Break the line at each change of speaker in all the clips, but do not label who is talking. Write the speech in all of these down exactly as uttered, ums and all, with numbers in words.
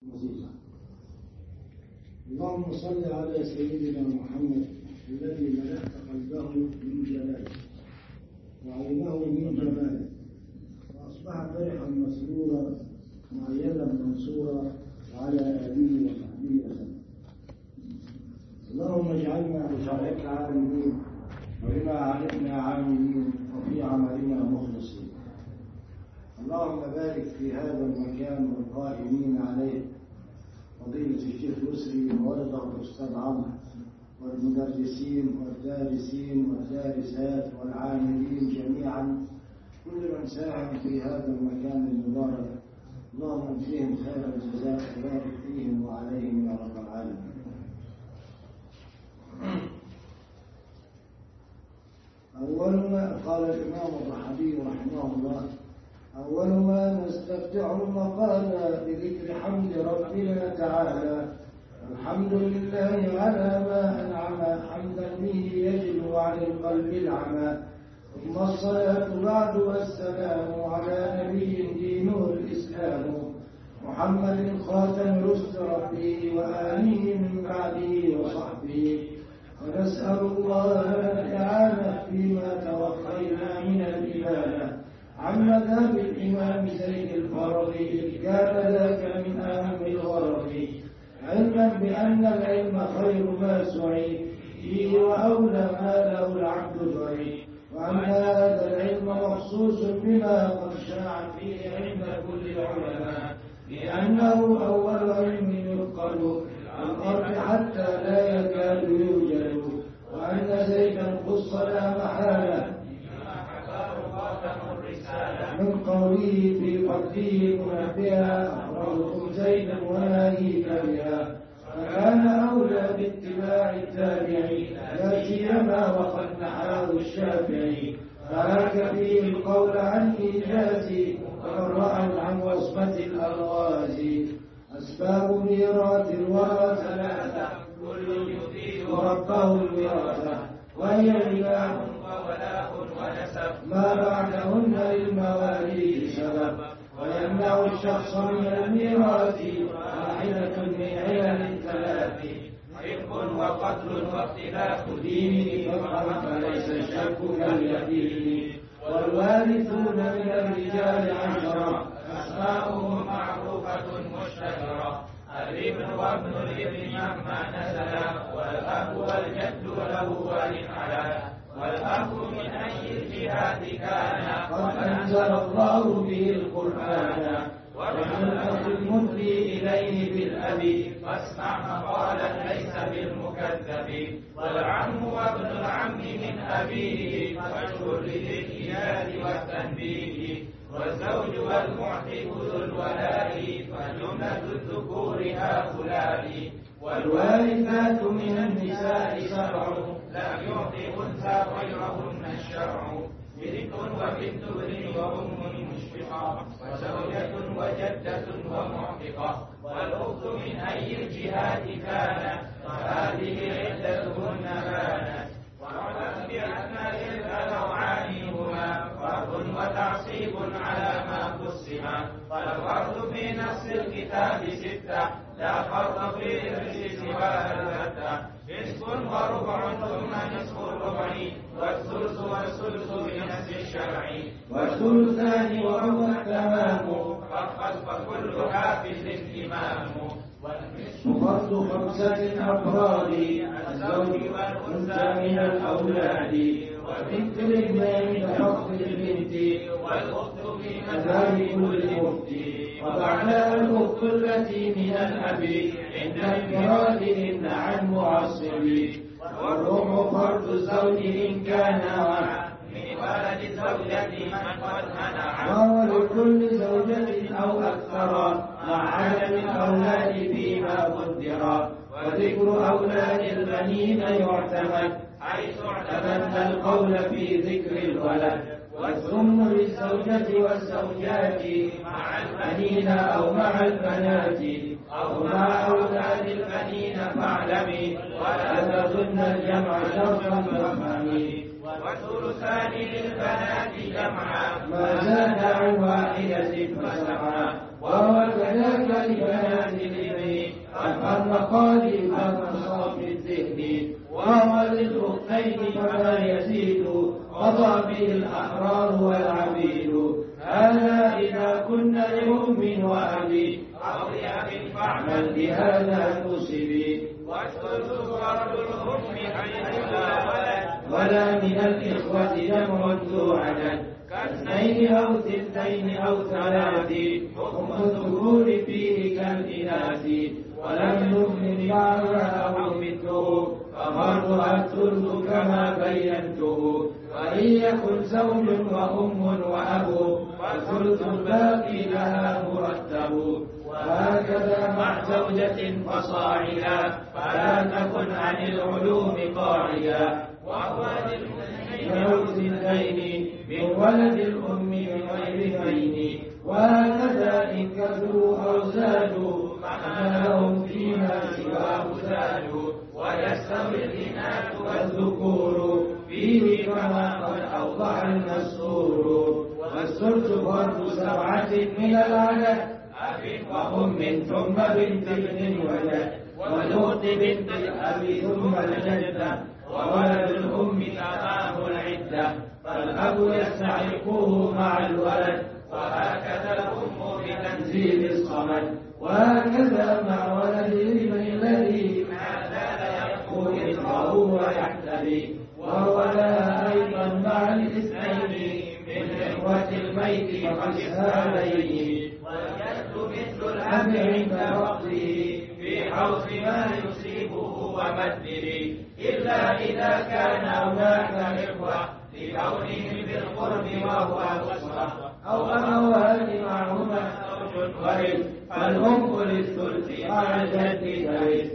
نصيبا. اللهم صل على سيدنا محمد الذي ملأت قلبه من جلاله وعينه من جماله وأصبح فرحا مسرورا مؤيدا منصورا وعلى آله وصحبه وسلم. اللهم اجعلنا بشرعك عالمين وبما علمنا عاملين وفي عملنا مخلصين. اللهم بارك في هذا المكان والقائمين عليه، فضيلة الشيخ يسري وولده الأستاذ عمرو والمدرسين والدارسين والدارسات والعاملين جميعا، كل من ساهم في هذا المكان المبارك. اللهم اجزهم خير الجزاء وبارك فيهم وعليهم يا رب العالمين. أول ما قال الإمام الرحبي رحمه الله: أول ما نستفتح المقال بذكر حمد ربنا تعالى. الحمد لله على ما أنعم، حمدا به يجلو عن القلب العمى. ثم الصلاة بعد والسلام على نبي دينه الإسلام، محمد خاتم رسل ربه وآله من بعده وصحبه. ونسأل الله تعالى فيما توخينا من الإبانة عن مذهب الإمام زيد الفرض، إذ كان ذاك من أهم الغرض، علما بأن العلم خير ما سعي فيه وأولى ما له العبد دعي، وأن هذا العلم مخصوص بما قد شاع فيه عند كل العلماء، لأنه أول علم يفقد عن الأرض حتى لا يكاد يوجد، وأن زيدا خص لا محالة من قوله في فضله منبها: أخبركم زيدا وناهيك بها. فكان أولى باتباع التابعين، لا سيما وقد نحاه الشافعي، فهاك فيه القول عن إيجازي وقرأ عن وصمة الألغاز. أسباب ميراث الورى ثلاثة، كل يطيع ربه الوراثة، وهي غناه وولاء ونسب، ما بعدهن للمواليد سبب، ويمنع الشخص من الميراث واحدة من علل ثلاث: حب وقتل واختلاف دينه، فقط فليس الشك كاليقين. والوارثون من الرجال عشرة، أسماؤهم معروفة مشتهرة: الابن وابن الابن مهما نزلا، والأب والجد وله وارث على، والأخ من أي الجهاد كان قد أنزل الله به القرآن. وابن الأخ المدلي إليه بالأبي، فاسمع مقالا ليس بالمكذب. والعم وابن العم من أبيه، فاشكر لذي الإياد والتنبيه. والزوج والمعتق ذو الولاء، فجملة الذكور هؤلاء. والوارثات من النساء سبع، لم يعط أنثى غيرهن الشرع: بنت وبنت ابن وأم مشفقة، وزوجة وجدة ومعتقة. والأخت من أي الجهات كانت، فهذه عدتهن بانت. واعلم بأن الإرث نوعان هما، فرض وتعصيب على ما قسم. فالفرض في نص الكتاب ستة، لا فرض في الإرث سواها البتة: نصف وربع ثم نصف الربع، والثلث والثلث بنص الشرع، والثلثان وهو التمام، فقد فكل حافظ إمام. والنصف فرض خمسة أفراد، الزوج والأنثى من الأولاد، وبنت الاثنين كحفظ البنت، والأخت في مذهب كل مفتي. وبعدها الأخت التي من الأب، عند انفراد إن عن معصب. والربع فرض الزوج إن كان مع من ولد الزوجة من قد منع، ولكل زوجة أو أكثر مع عدم الأولاد فيما قدر. وذكر أولاد البنين يعتمد، حيث اعتمدنا القول في ذكر الولد. والثم للزوجة والزوجات مع البنين أو مع البنات، أو مع أولاد البنين فاعلمي، ولا تظن الجمع شرطا فافهمي. والثلثان للبنات جمعا، ما زاد عن واحدة فسمعا، وهو كذاك لبنات والمقال كمصافي الذهن وهو للأختين فما يزيد قضى به الأحرار والعبيد. هذا إذا كن لأم وأبي أو لأب فاعمل بهذا نسبي. والثلث فرد الأم حيث لا ولد ولا من الإخوة جمع ذو عدد كاثنين أو ثنتين أو ثلاث حكم الذكور فيه كالإناث. ولم يؤمن بعضها أو مثله ففرضها الثلث كما بينته. وإن يكن زوج وأم وأب فالثلث الباقي لها مرتب. وهكذا مع زوجة فصاعدا فلا تكن عن العلوم قاعدا. وهو للمسلمين أو اثنتين من ولد الأم من غير بين. وهكذا إن كثروا أو زادوا فما لهم فيما سواه زادوا. ويستوي الإناث والذكور فيه كما قد أوضح المسطور. والثلث فرد سبعة من العدد أب وأم ثم بنت ابن ولد ولوط بنت الأب ثم الجدة وولد الأم تمام العدة. فالأب يستحقه مع الولد وهكذا الأم بتنزيل الصمد. وهكذا مع ولد الابن الذي ما زال يقول إثره ويحتمي. وهو لها أيضا مع الاثنين من إخوة الميت فقسالين. والجد مثل الأب عند فقره في حوض ما يصيبه ومده إلا إذا كان هناك إخوة لكونهم بالقرب وهو أسرة أو أبوان معهما زوج ورث فالأم للثلث مع الجد ترث.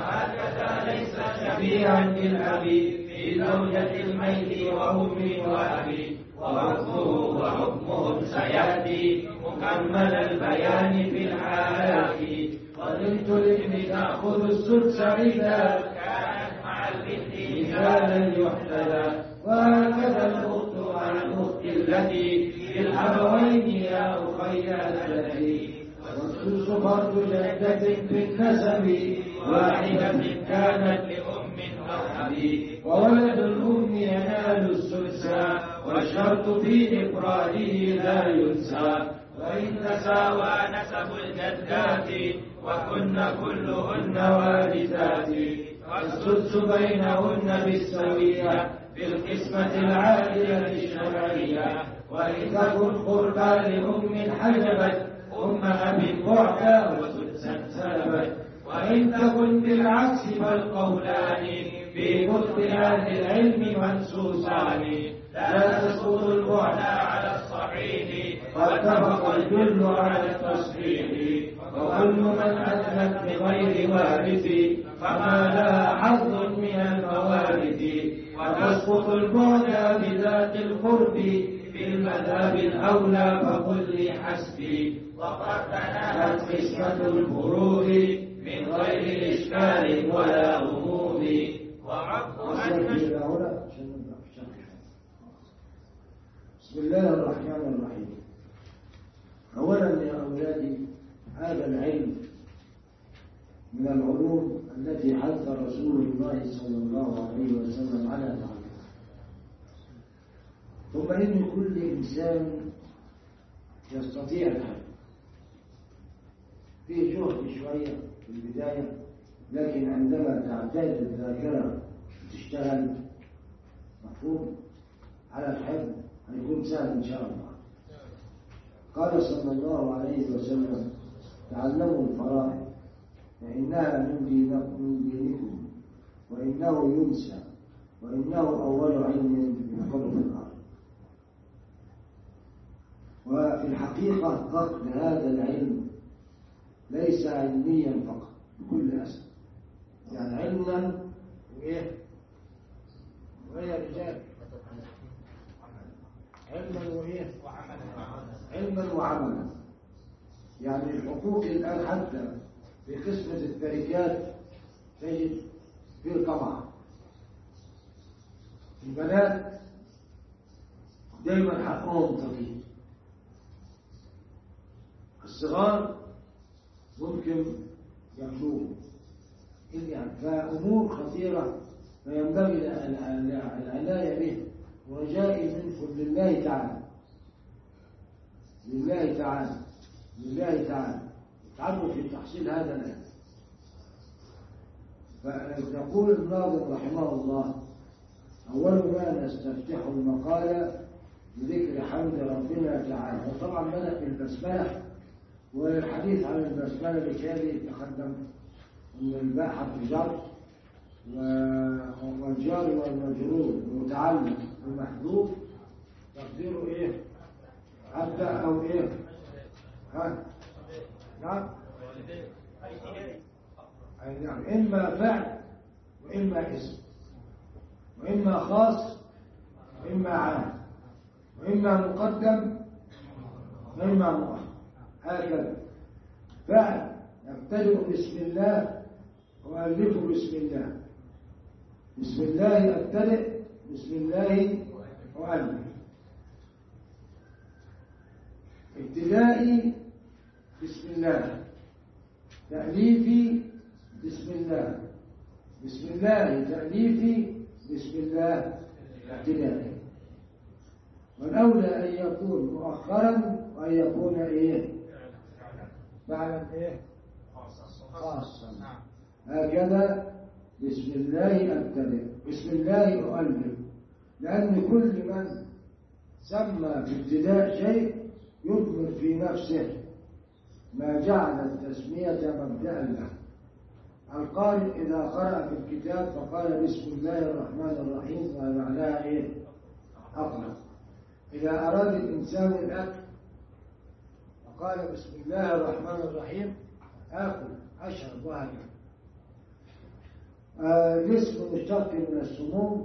وهكذا ليس شبيها بالأب في زوجة الميت وأم وأبي. وحكمه وحكمهم سيأتي مكمل البيان في الحالات. وبنت الابن تأخذ السدس إذا كانت مع البنت مثالا يحتذى. وهكذا الأخت مع الأخت التي في الأبوين يا أخي التي. والسدس فرد جدة بالنسب واحدة كانت لأم أو أبي. وولد الأم ينال السدس والشرط في إفراده لا ينسى. وإن تساوى نسب الجدات وكن كلهن وارثات فالسدس بينهن بالسوية في القسمة العادلة الشرعية. وإن تكن قربى لأم حجبت أم أب بعدا وسدسا سلبت. وإن تكن بالعكس فالقولان في كتب أهل العلم منسوسان. لا تسقط البعد على الصحيح واتفق الجل على التصحيح. وكل من أدلت بغير وارث فما لها حظ من الموارث. وتسقط البعد بذات القرب في المذهب الأولى فقل لي حسبي. وقد تناهت قسمة الفروض من غير إشكال ولا غموض. وعقب أن
بسم الله الرحمن الرحيم. أولا يا أولادي هذا العلم من العلوم التي حث رسول الله صلى الله عليه وسلم على تعلمها. ثم إن كل إنسان يستطيع الحفظ. فيه جهد شوية في البداية لكن عندما تعتاد الذاكرة وتشتغل مفهوم على الحفظ هيكون سهل إن شاء الله. قال صلى الله عليه وسلم تعلموا الفرائض فإنها من دينكم وإنه ينسى وإنه أول علم يحفظ في الأرض. وفي الحقيقة فقد هذا العلم ليس علميا فقط بكل أسف. يعني علما وإيه وإيه رجال علما وإيه علما وعملا. يعني الحقوق الآن حتى في قسمة التركات تجد في الطمع. البنات دائما حقهم تقييد. الصغار ممكن يمشوه
يعني فأمور خطيرة فينبغي العناية به. ورجائي منكم لله تعالى لله تعالى لله تعالى تعبوا في تحصيل هذا الآن. فيقول الناظم رحمه الله: أول ما نستفتح المقالة بذكر حمد ربنا تعالى. وطبعا بدأ بالبسملة، والحديث عن البسملة بكالي تقدم أن الباء حرف جر والجار والمجرور المتعلق المحذوف تقديره إيه؟ حتى أو إيه؟ ها؟ نعم؟ أي نعم، إما فعل وإما اسم، وإما خاص وإما عام، وإما مقدم وإما مؤخر، هكذا. فعل يبتدئ بسم الله وألفه بسم الله، بسم الله أبتدئ، بسم الله وألف. ابتدائي بسم الله، تأليفي بسم الله، بسم الله تأليفي، بسم الله ابتدائي. والأولى أن يكون مؤخرا وأن يكون إيه؟ فعلا إيه؟ خاصا. هكذا بسم الله أبتدئ، بسم الله أؤلف، لأن كل من سمى في ابتداء شيء يضمر في نفسه ما جعل التسمية مبدأ له. القارئ إذا قرأ في الكتاب فقال بسم الله الرحمن الرحيم ومعناها إيه؟ أقرأ. إذا أراد الإنسان الأكل فقال بسم الله الرحمن الرحيم آكل أشرب وهكذا. آه الاسم مشتق من السمو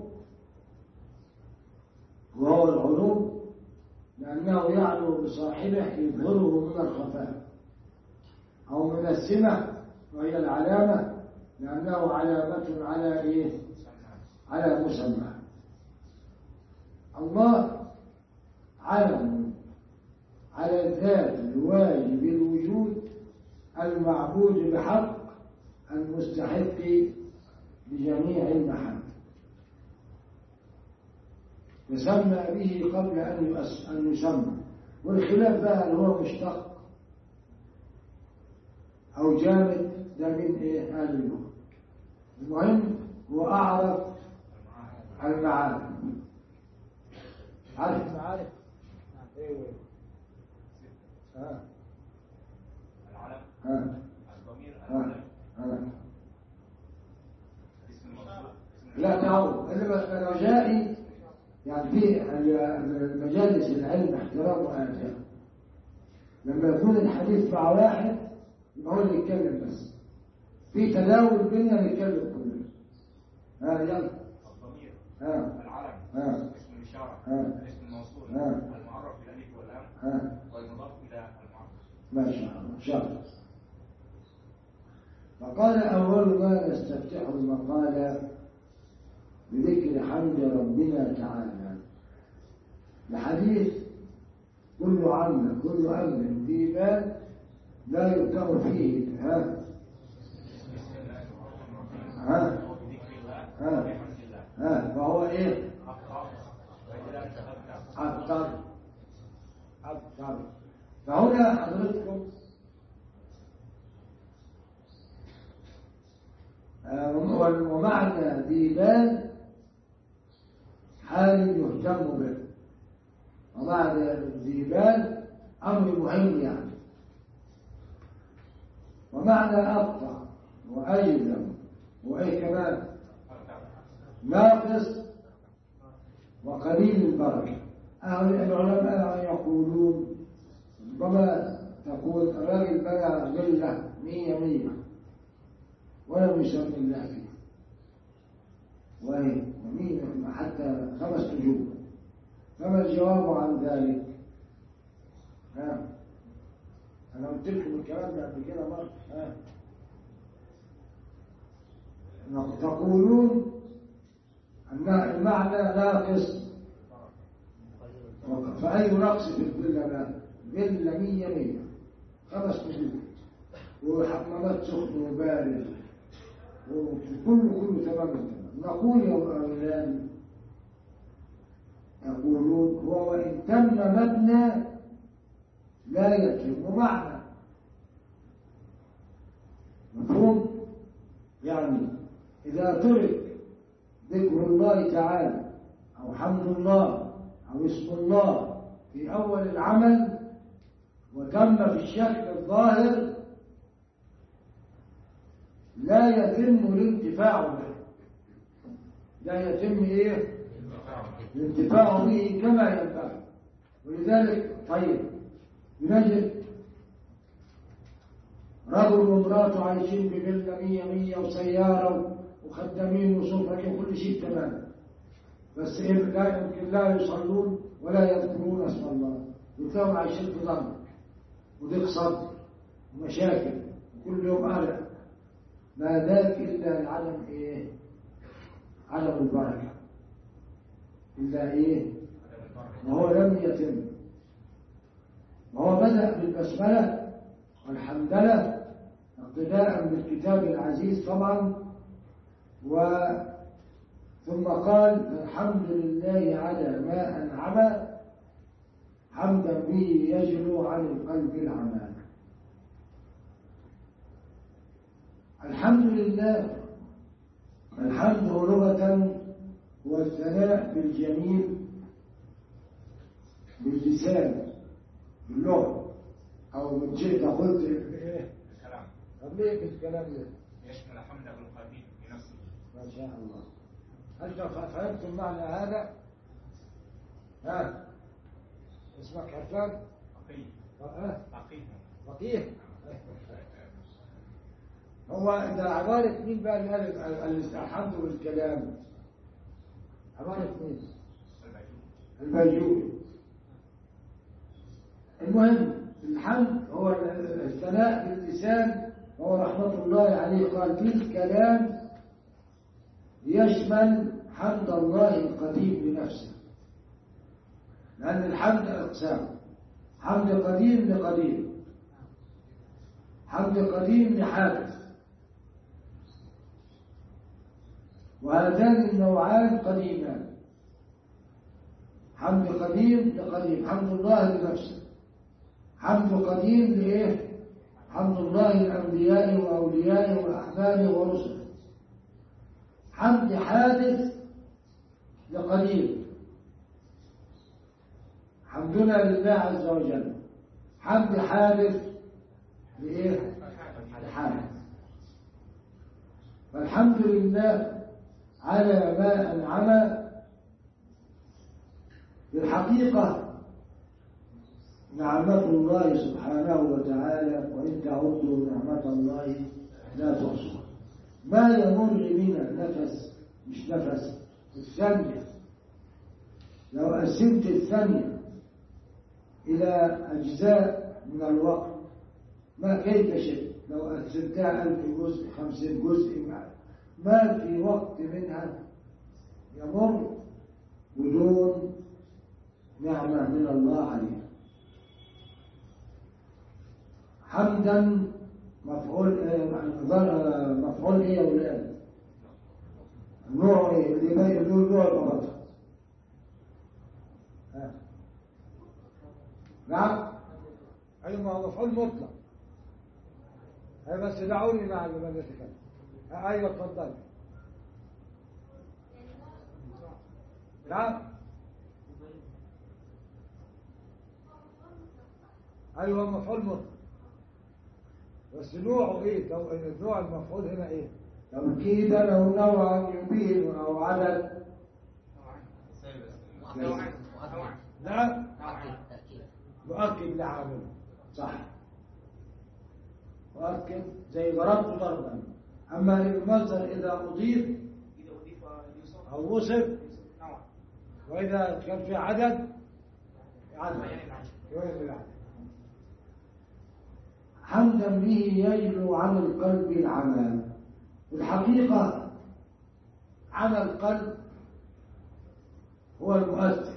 وهو العلو، لأنه يعلو بصاحبه يظهره من الخفاء، أو من السمة وهي العلامة، لأنه علامة على إيه؟ على مسمى. الله علم على الذات الواجب الوجود المعبود بحق المستحق لجميع المحامد، يسمى به قبل أن يسمى. والخلاف بقى هل هو مشتق أو جامد، ده من إيه؟ أهل اللغة. المهم هو أعرف المعارف. عارف المعارف؟ ايوه. ها
العلم،
ها
الضمير،
ها
العلم،
اسم الموصول. لا تعود الرجائي يعني في مجالس العلم احترام وآداب. لما يكون الحديث مع واحد يبقى هو اللي يتكلم بس، في تداول بيننا نتكلم كلنا. ها يلا.
الضمير،
ها
العلم،
ها
اسم الإشارة،
ها
الاسم الموصول،
ها
المعرف بالألف واللام،
ها
والمضاف إلى المعرف.
ما شاء الله إن شاء الله. فقال أول ما نستفتح المقال بذكر حمد ربنا تعالى. الحديث كل عمل كل أمر في بال لا يذكر فيه ها ها ها ها فهو إيه؟ أكثر أكثر. فهنا حضرتكم ومعنى ذي بال حال يهتم به، ومعنى ذي بال أمر مهم يعني. ومعنى أقطع وأجزم وإيه كمان؟ ناقص وقليل البركة. أهل العلماء يقولون ربما تقول الراجل بنى غلة مية مية ولم يسمي الله فيه، وهي مين حتى خمس نجوم، فما الجواب عن ذلك؟ ها أنا قلت لكم الكلام ده قبل كده مرة. ها تقولون أن المعنى ناقص، فأي نقص في الفلة بقى؟ فلة مية مية خمس نجوم وحمامات سخن وبارد وكله كله تمام التمام. نقول يا أولاد يقولون هو وإن تم مبنى لا يتم معنى. مفهوم؟ يعني إذا ترك ذكر الله تعالى أو حمد الله أو اسم الله في أول العمل وتم في الشكل الظاهر لا يتم الانتفاع به. لا يتم إيه؟ الانتفاع به كما ينبغي. ولذلك طيب بنجد رجل وامراته عايشين في فيلا مية مية وسيارة وخدامين وسفرة وكل شيء تمام، بس إيه لا يمكن لا يصلون ولا يذكرون اسم الله، وتلاقوا عايشين في ضنك وضيق صدر ومشاكل وكل يوم قلق. ما ذاك إلا العدم إيه؟ عدم البركة. إلا إيه؟ وهو لم يتم. وهو بدأ بالبسملة والحمدلة اقتداء بالكتاب العزيز طبعا، و ثم قال الحمد لله على ما أنعم حمدا به يجلو عن القلب العمى. الحمد لله، الحمد لغة هو الثناء بالجميل باللسان باللغة، أو من شئت قلت
الكلام.
طب ليه بالكلام ده؟
يشمل حمده القلبي بنفسه.
ما شاء الله. هل فهمتم معنى هذا؟ ها؟ اسمك حسان؟
فقيه.
ها؟
فقيه.
فقيه. هو ده عبارة مين بقى اللي قال الحمد بالكلام؟ عبارة مين؟ البيجوري. المهم الحمد هو الثناء باللسان، هو رحمة الله عليه قال بالكلام يشمل حمد الله القديم بنفسه، لأن الحمد أقسام: حمد قديم لقديم، حمد قديم لحادث، وهذان النوعان قديمان. حمد قديم لقديم، حمد الله لنفسه. حمد قديم لإيه؟ حمد الله لأنبيائه وأوليائه وأحبابه ورسله. حمد حادث لقديم، حمدنا لله عز وجل. حمد حادث لإيه؟ لحادث. فالحمد لله على ما أنعم بالحقيقة نعمة الله سبحانه وتعالى، وإن تعدوا نعمة الله لا تحصوها. ما يمر بنا نفس، مش نفس، الثانية، لو قسمت الثانية إلى أجزاء من الوقت ما كيف شئت، لو قسمتها ألف جزء خمسين جزء ما في وقت منها يمر بدون نعمة من الله عليه. حمدا مفعول مفعول ايه يا ولاد؟ نوع ايه اللي باقي له نوع الغلط؟ نعم ايوه ما هو مفعول مطلق. اي بس دعوني مع اللي بدي اتكلم. ايوه اتفضل. نعم ايوه مفعول مطلق، بس نوعه ايه؟ نوع المفعول هنا ايه؟ توكيدا او نوعا يبين او عدد. نعم يؤكد لعامله. صح، يؤكد زي ضربت ضربا. اما المصدر اذا اضيف او وصف، واذا كان في عدد عدد يوين العدد. حمدا به يجلو عن القلب العمى. الحقيقة عمى القلب هو المؤثر،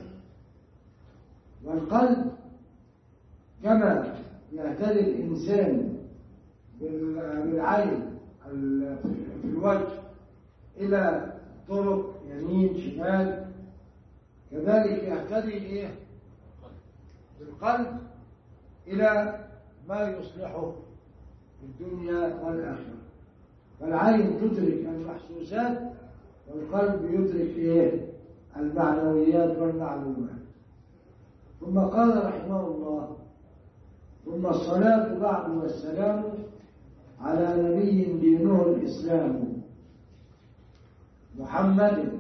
والقلب كما يهتدي الإنسان بالعين في الوجه إلى طرق يمين شمال، كذلك يهتدي إيه بالقلب إلى ما يصلحه في الدنيا والآخرة. فالعين تدرك المحسوسات والقلب يدرك إيه المعنويات والمعلومات. ثم قال رحمه الله: ثم الصلاة بعد والسلام على نبي دينه الإسلام محمد.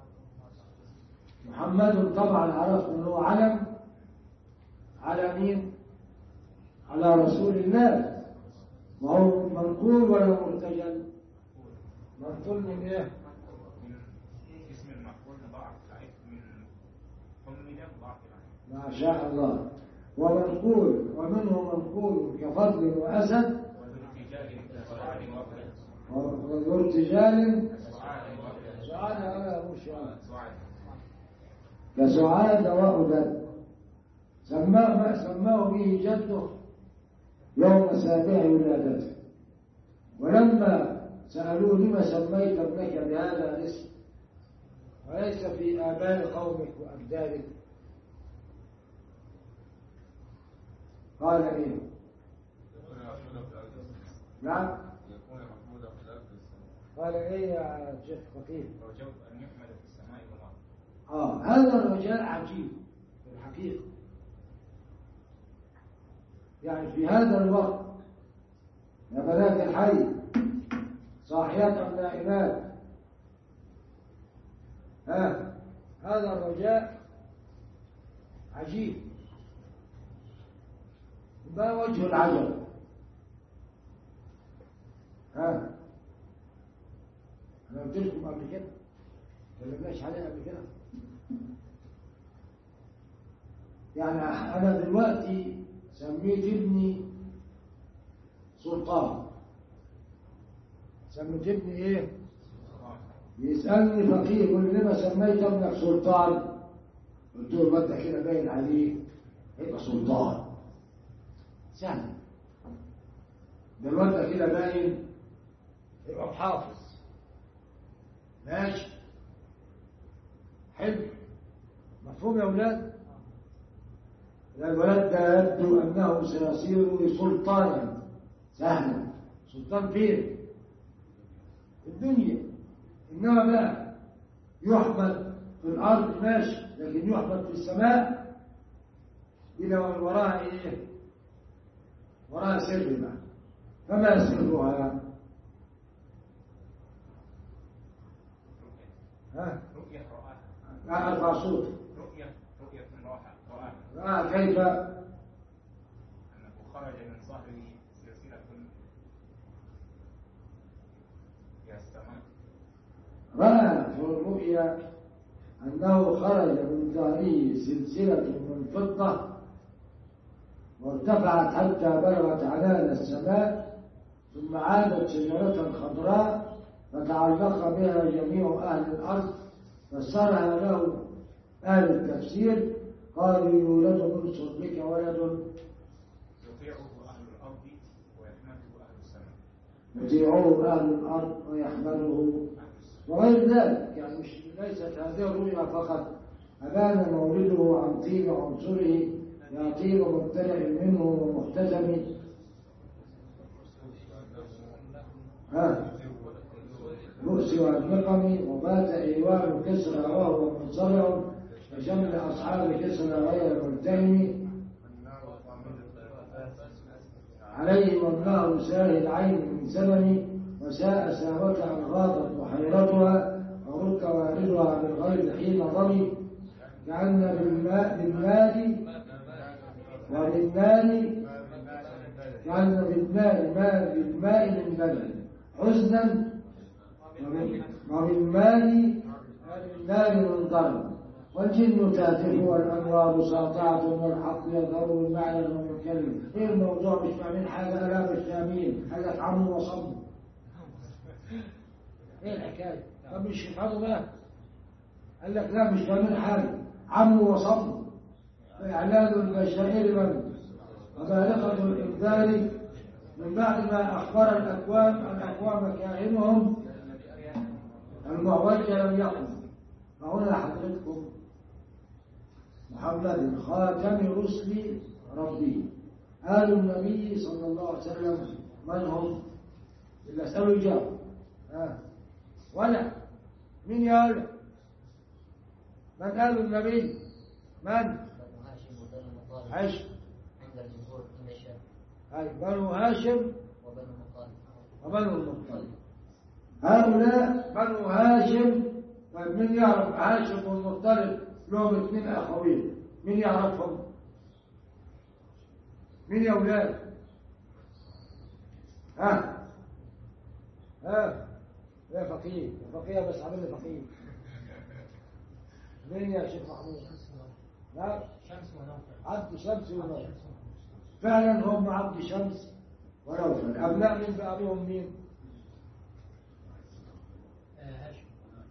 محمد طبعا عرفنا أنه علم على مين؟ على رسول الله، وهو منقول ولا مرتجل؟ منقول من ايه؟
من اسم المفعول ضعف سعيد من حمد ضعف.
ما شاء الله. ومنقول ومنه منقول كفضل وأسد وذو ارتجال سعاد على مشعل كسعاد وأبد، سماه ما سماه به جده يوم سابع ولادته. ولما سألوه: لما سميت ابنك بهذا الاسم وليس في آباء قومك وأجدادك؟ قال إيه؟ نعم. قال إيه يا شيخ فقيه؟
رجوت أن يحمد في السماء والأرض.
آه هذا الرجاء عجيب في الحقيقة. يعني في هذا الوقت يا بنات الحي صاحيات نائمات، ها هذا الرجاء عجيب. ما وجه العجب؟ ها أنا قلت لكم قبل كده، تكلمناش عليه قبل كده. يعني أنا دلوقتي سميت ابني سلطان. سميت ابني إيه؟ يسألني فقيه يقول لي: لما سميت ابنك سلطان؟ قلت له: ما أنت كده باين عليه يبقى سلطان. سهل. دلوقتي كده باين يبقى محافظ. ماشي حلو. مفهوم يا أولاد؟ الولد ده يبدو أنه سيصير سلطانا سهلا. سلطان فين؟ في الدنيا. إنما بقى يحمد في الأرض ماشي، لكن يحمد في السماء إلى وراء إيه؟ وراء سر بقى. فما سرها؟ ها؟
رؤية رآها.
لا أرفع صوت.
رؤية رؤية رآها رآها.
رأى كيف؟
أنه خرج من ظهره سلسلة إلى السماء.
رأى في الرؤيا أنه خرج من ظهره سلسلة من فضة وارتفعت حتى بلغت عنان السماء، ثم عادت شجرة خضراء فتعلق بها جميع أهل الأرض. فسرها له أهل التفسير قالوا: يولد من صلبك ولد
يطيعه أهل الأرض ويحمده أهل السماء.
يطيعه أهل الأرض ويحمده وغير ذلك. يعني مش ليست هذه الرؤيا فقط. أبان مولده عن طيب عنصره يا طيب مبتلع منه ومحتزم. ها رؤسي والنقم وبات إيوان كسرى وهو منصرع كجمل أصحاب كسرى غير ملتهم عليهم النار ساهي العين من سمن وساء ساوة أن غاضت محيرتها ورك واردها بالغير حين ضمي كأن بالماء بالماء وبالماء كأن بالماء ما بالماء من بلد حزنا وبالماء النار من ضرب والجن تهتف والأنوار ساطعة والحق يظهر المعنى المتكلم. ايه الموضوع؟ مش فاهمين حاجة. لا مش فاهمين حاجة. عموا وصموا. ايه الحكاية؟ طب مش يفهموا بقى؟ قال لك لا مش فاهمين حاجة. عموا وصموا. إعلان البشائر من وبالغة الإنذار من بعد ما أخبر الأكوان أن أقوام كائنهم المعوج لم يقم. فهنا حضرتكم محمد خاتم رسل ربي، آل النبي صلى الله عليه وسلم من هم؟ اللي أسألوا الجواب. ها ولا مين يقول؟ من آل النبي؟ من؟ هاشم.
عند الجمهور النشا.
هاي بنو هاشم
وبنو المطلب.
وبنو المطلب. هؤلاء بنو هاشم. طيب من يعرف هاشم والمطلب لهم اثنين أخوين؟ مين يعرفهم؟ مين يا أولاد؟ ها ها يا فقيه يا فقيه بس عامل لي فقيه. مين يا شيخ محمود؟ لا
شمس ونوفل.
عبد شمس ونوفل. فعلا هم عبد شمس ونوفل. أبناء من بأبوهم مين؟
هاشم.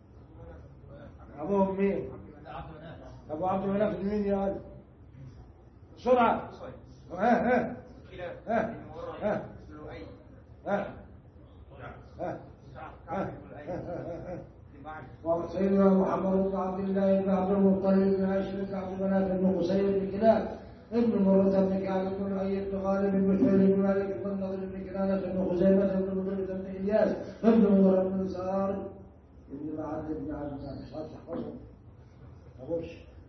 أبوهم مين؟
عبد مناف.
أبو عبد مناف مين يا ولد؟ بسرعة. ها ها ها ها ها وسيدنا محمد بن عبد الله بن عبد المطلب بن هاشم بن عبد مناف بن قصي بن كلاب ابن مرة بن كعب بن أي بن غالب بن فهير بن مالك بن نضر بن كنانة بن خزيمة بن مدرد بن إياس ابن مضر بن سار ابن معد بن عبد الله. مش عارف تحفظهم؟ أبوش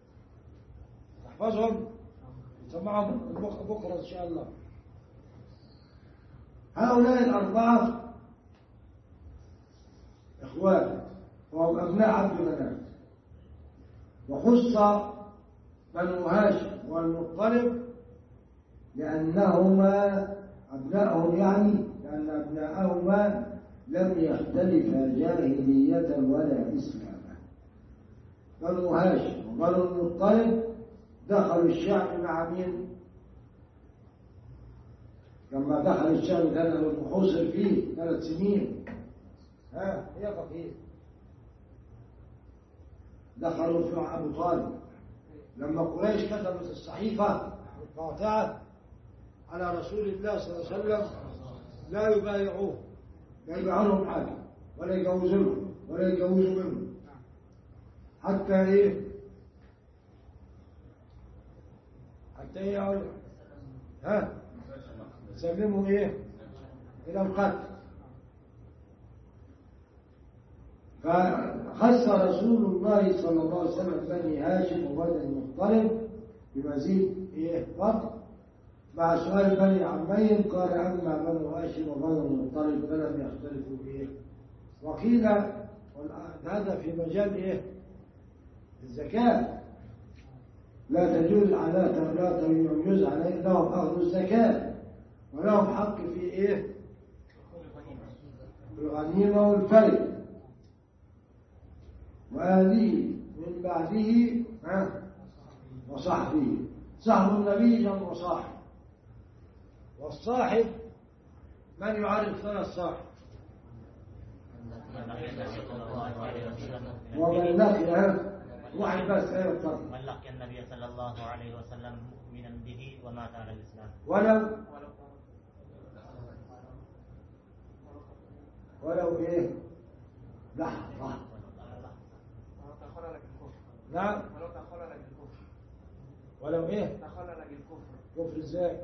تحفظهم سمعهم بكرة إن شاء الله. هؤلاء الأربعة إخوان وهم أبناء عبد مناف، وخص بنو هاشم والمطلب لأنهما أبناءهم، يعني لأن أبناءهما لم يختلفا جاهلية ولا إسلاما. بنو هاشم وبنو المطلب دخلوا الشعب مع مين؟ لما دخل الشعب كان المحوصر فيه ثلاث سنين. ها يا فقيه دخلوا في أبو طالب لما قريش كتبت الصحيفة القاطعة على رسول الله صلى الله عليه وسلم لا يبايعوه، لا يبايعونهم حاجة ولا يجوزونهم ولا يجوزوا منه حتى إيه؟ حتى إيه يقول؟ ها؟ سلموا إيه؟ إلى القتل. فخص رسول الله صلى الله عليه وسلم بني هاشم وبني المطلب بمزيد إيه؟ فضل مع سؤال بني عمين قال أما بنو هاشم وبني المطلب فلم يختلفوا إيه؟ وقيل هذا في مجال إيه؟ الزكاة لا تجوز على لا يجوز عليه لهم أخذ الزكاة ولهم حق في إيه؟ الغنيمة والفيء. وهذه من بعده وصحبه. صحب النبي جمع صاحب، والصاحب من يعرف لنا الصاحب؟ ومن لقي واحد بس ايه طب
من لقي النبي صلى الله عليه وسلم مؤمنا به ومات على الاسلام
ولو ولو ايه لحظة نعم
ولو تخلل بالكفر.
ولو ايه
تخلل بالكفر.
كفر ازاي؟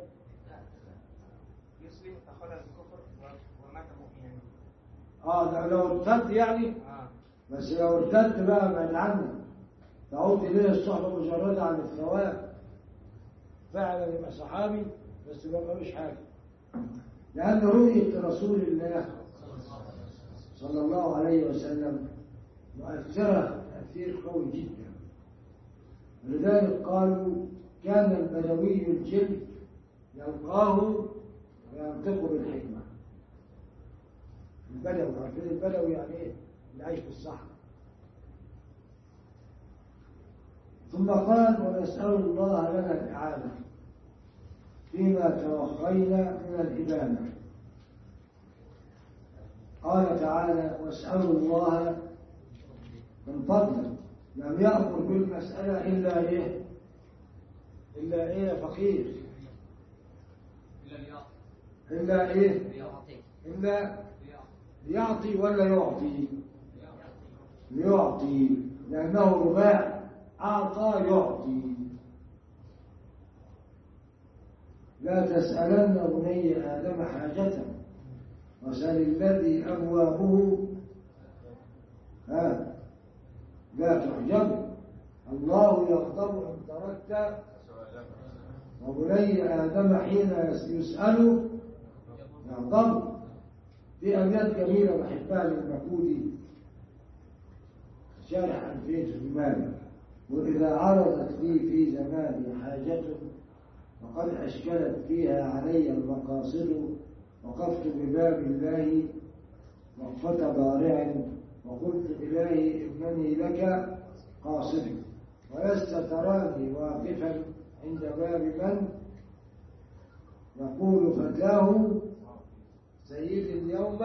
يسلم تخلل بالكفر ومات مؤمنا.
اه لو ارتد يعني
اه
بس لو ارتد بقى بعد عنه تعود اليه الصحبه مجرده عن الثواب فعلا يبقى صحابي بس ما ملوش حاجه، لان رؤيه رسول الله صلى الله عليه وسلم مؤثره تاثير قوي جدا. لذلك قالوا كان البدوي الجلد يلقاه وينطق بالحكمه. البدوي عارفين البدوي يعني ايه؟ اللي عايش في الصحراء. ثم قال ونسأل الله لنا الإعانة فيما توخينا من الإبانة. قال تعالى واسألوا الله من فضله. لم يأمر بالمسألة إلا إيه؟ إلا إيه يا فقير؟
إلا الياء.
إلا إيه؟
يعطي
إلا يعطي ولا يعطي؟ يعطي، لأنه رباع، أعطى يعطي. لا تسألن بني آدم حاجة وسل الذي أبوابه ها لا تحجب، الله يغضب إن تركت، وبني آدم حين يسأل يغضب. في أبيات جميلة بحبها للمكودي شارح ألفية المال، وإذا عرضت لي في زماني حاجة وقد أشكلت فيها علي المقاصد، وقفت بباب الله وقفة ضارع وقلت إلهي إنني لك قاصد، ولست تراني واقفا عند باب من يقول فتاه سيد اليوم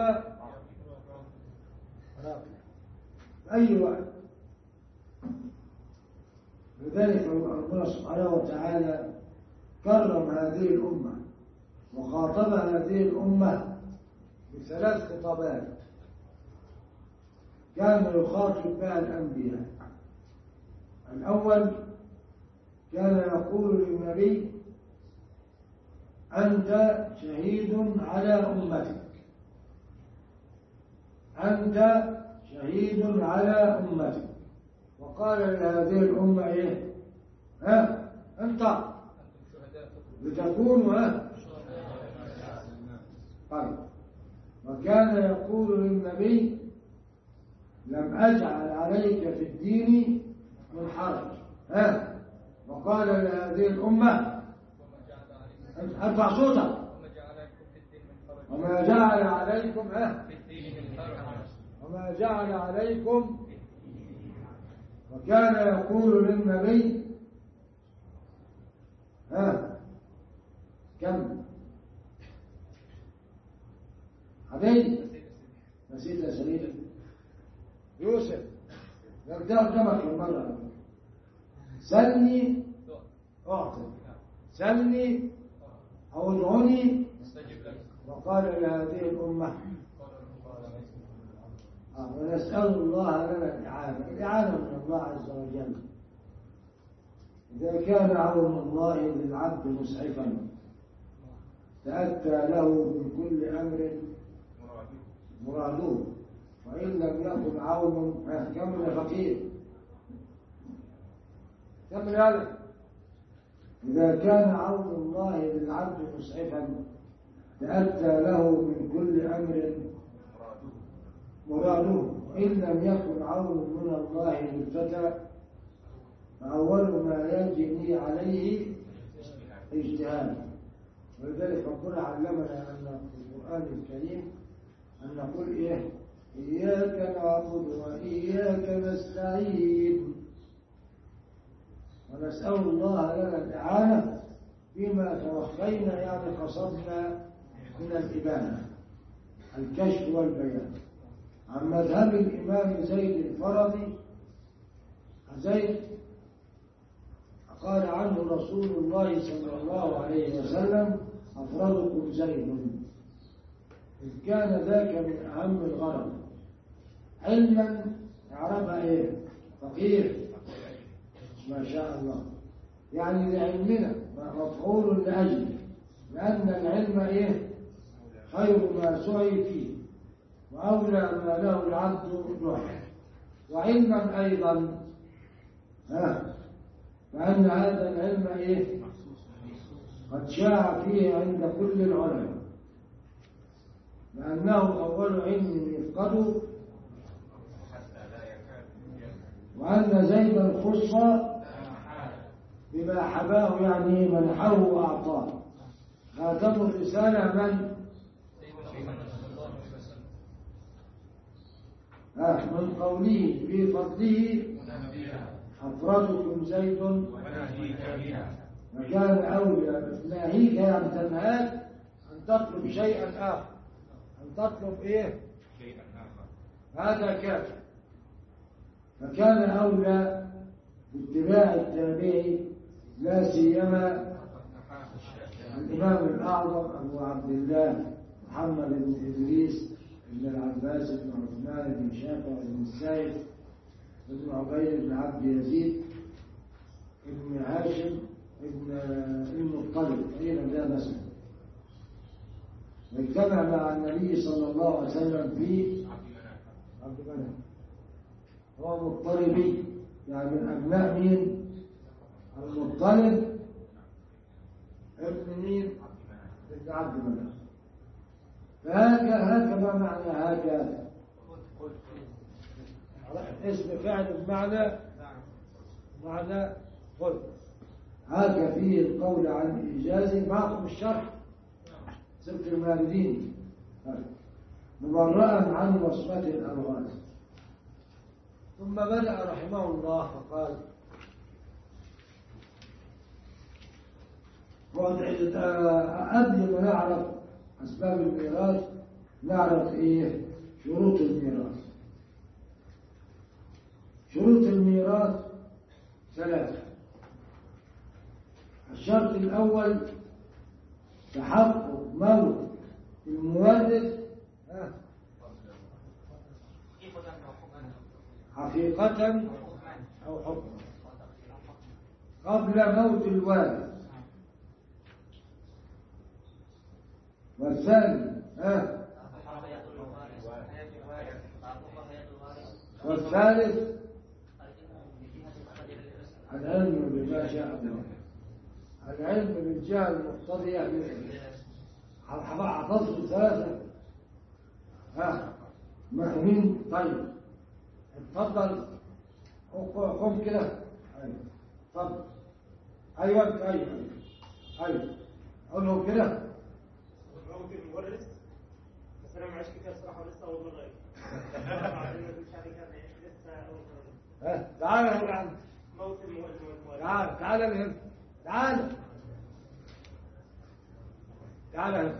أي وقت. لذلك الله سبحانه وتعالى كرم هذه الأمة وخاطب هذه الأمة بثلاث خطابات كان يخاطب بها الأنبياء. الأول كان يقول للنبي أنت شهيد على أمتك، أنت شهيد على أمتك، وقال لهذه الأمة إيه؟ ها أنت لتكونوا ها طيب. وكان يقول للنبي لم أجعل عليك في الدين من حرج، ها وقال لهذه الأمة ارفع صوتك وما جعل عليكم ها وما جعل عليكم. وكان يقول للنبي ها كم حبيبي نسيت يا سليم يوسف يرجع قدامك المرة سلني أعطي، سلني أو ادعوني. وقال لهذه الأمة آه ونسأل الله لنا الإعانة، الإعانة من الله عز وجل. إذا كان عون الله للعبد مسعفا تأتى له من كل أمر مراده، وإن لم يكن عون كمل فقير كمل هذا. إذا كان عون الله للعبد مسعفا تأتى له من كل أمر مراده، وإن لم يكن عون من الله للفتى فأول ما يجني عليه اجتهاد. ولذلك ربنا علمنا أن في القرآن الكريم أن نقول إيه؟ إياك نعبد وإياك نستعين، ونسأل الله لنا الإعانة فيما توخينا يعني قصدنا من الإبانة الكشف والبيان. عن مذهب الإمام زيد الفرضي زيد قال عنه رسول الله صلى الله عليه وسلم أفرادكم زيد، إذ كان ذاك من أهم الغرض. علما يعرفها إيه؟ فقير ما شاء الله، يعني لعلمنا مفعول لأجله، لأن العلم إيه؟ خير ما سعي فيه وأولى ما له العبد نوح. وعلما أيضا ها فأن هذا العلم إيه؟ قد شاع فيه عند كل العلماء، لأنه أول علم يفقد، وأن زيدا خص بما حباه يعني منحه وأعطاه. خاتم الرسالة من؟ آه من قوله في فضله أفرادكم زيد وكان أولى ناهيك يعني تنهاك أن تطلب شيئا آخر، أن تطلب إيه؟
شيئا آخر
هذا كافر. فكان أولى باتباع التابعي لا سيما
الإمام الأعظم أبو عبد الله محمد بن إدريس بن العباس بن عثمان بن شافع بن السائب بن عبيد بن عبد يزيد بن هاشم بن المطلب أين ده مثلا اجتمع مع النبي صلى الله عليه وسلم في عبد مناف. هو مضطربي يعني من أبناء مين؟ المطلب ابن مين؟ ابن عبد مناف. فهكذا هكذا معنى هكذا اسم فعل بمعنى معنى قل. هذا فيه القول عن إيجاز معكم الشرح سبت الماردين مبرأ عن وصمة الألغاز. ثم بدأ رحمه الله فقال قبل ما نعرف أسباب الميراث نعرف إيه شروط الميراث. شروط الميراث ثلاثة. الشرط الأول تحقق موت المورث حقيقة أو حكما قبل موت الوارث. والثاني ها والثالث العلم بما شاء الله. العلم بالجهة المقتضية حفظت الثلاثة ها مين؟ طيب اتفضل قم كده. اتفضل ايوه ايوه ايوه اقول له كده.
ممكن المورث بس انا معيش كده الصراحه لسه اول مره
ها تعال هنا عندي.
موت المورث.
تعال تعال هنا تعال تعال هنا.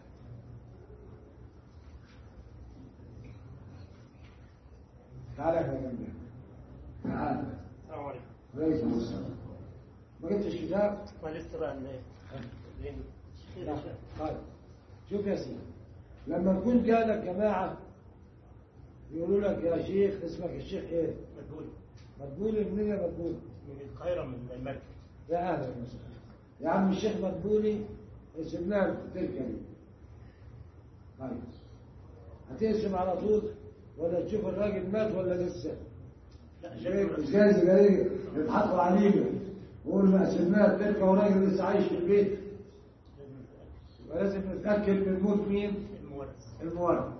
تعال هنا جنبي. تعال.
السلام عليكم.
وعليكم السلام. ما جبتش كتاب؟
ما لسه بقى
لا. طيب شوف يا سيدي لما نكون جالك جماعة يقولوا لك يا شيخ اسمك الشيخ ايه؟
مدبولي.
مدبولي منين يا مدبولي؟
من القاهرة من المركز.
يا أهلا وسهلا. يا عم الشيخ مدبولي اسمناه تلك دي. طيب هتقسم على طول ولا تشوف الراجل مات ولا لسه؟
لا
مش جايز جاي يضحكوا علينا وقول ما قسمناها تلك وراجل لسه عايش في البيت. ولازم نتأكد من موت مين؟
المورث.
المورث.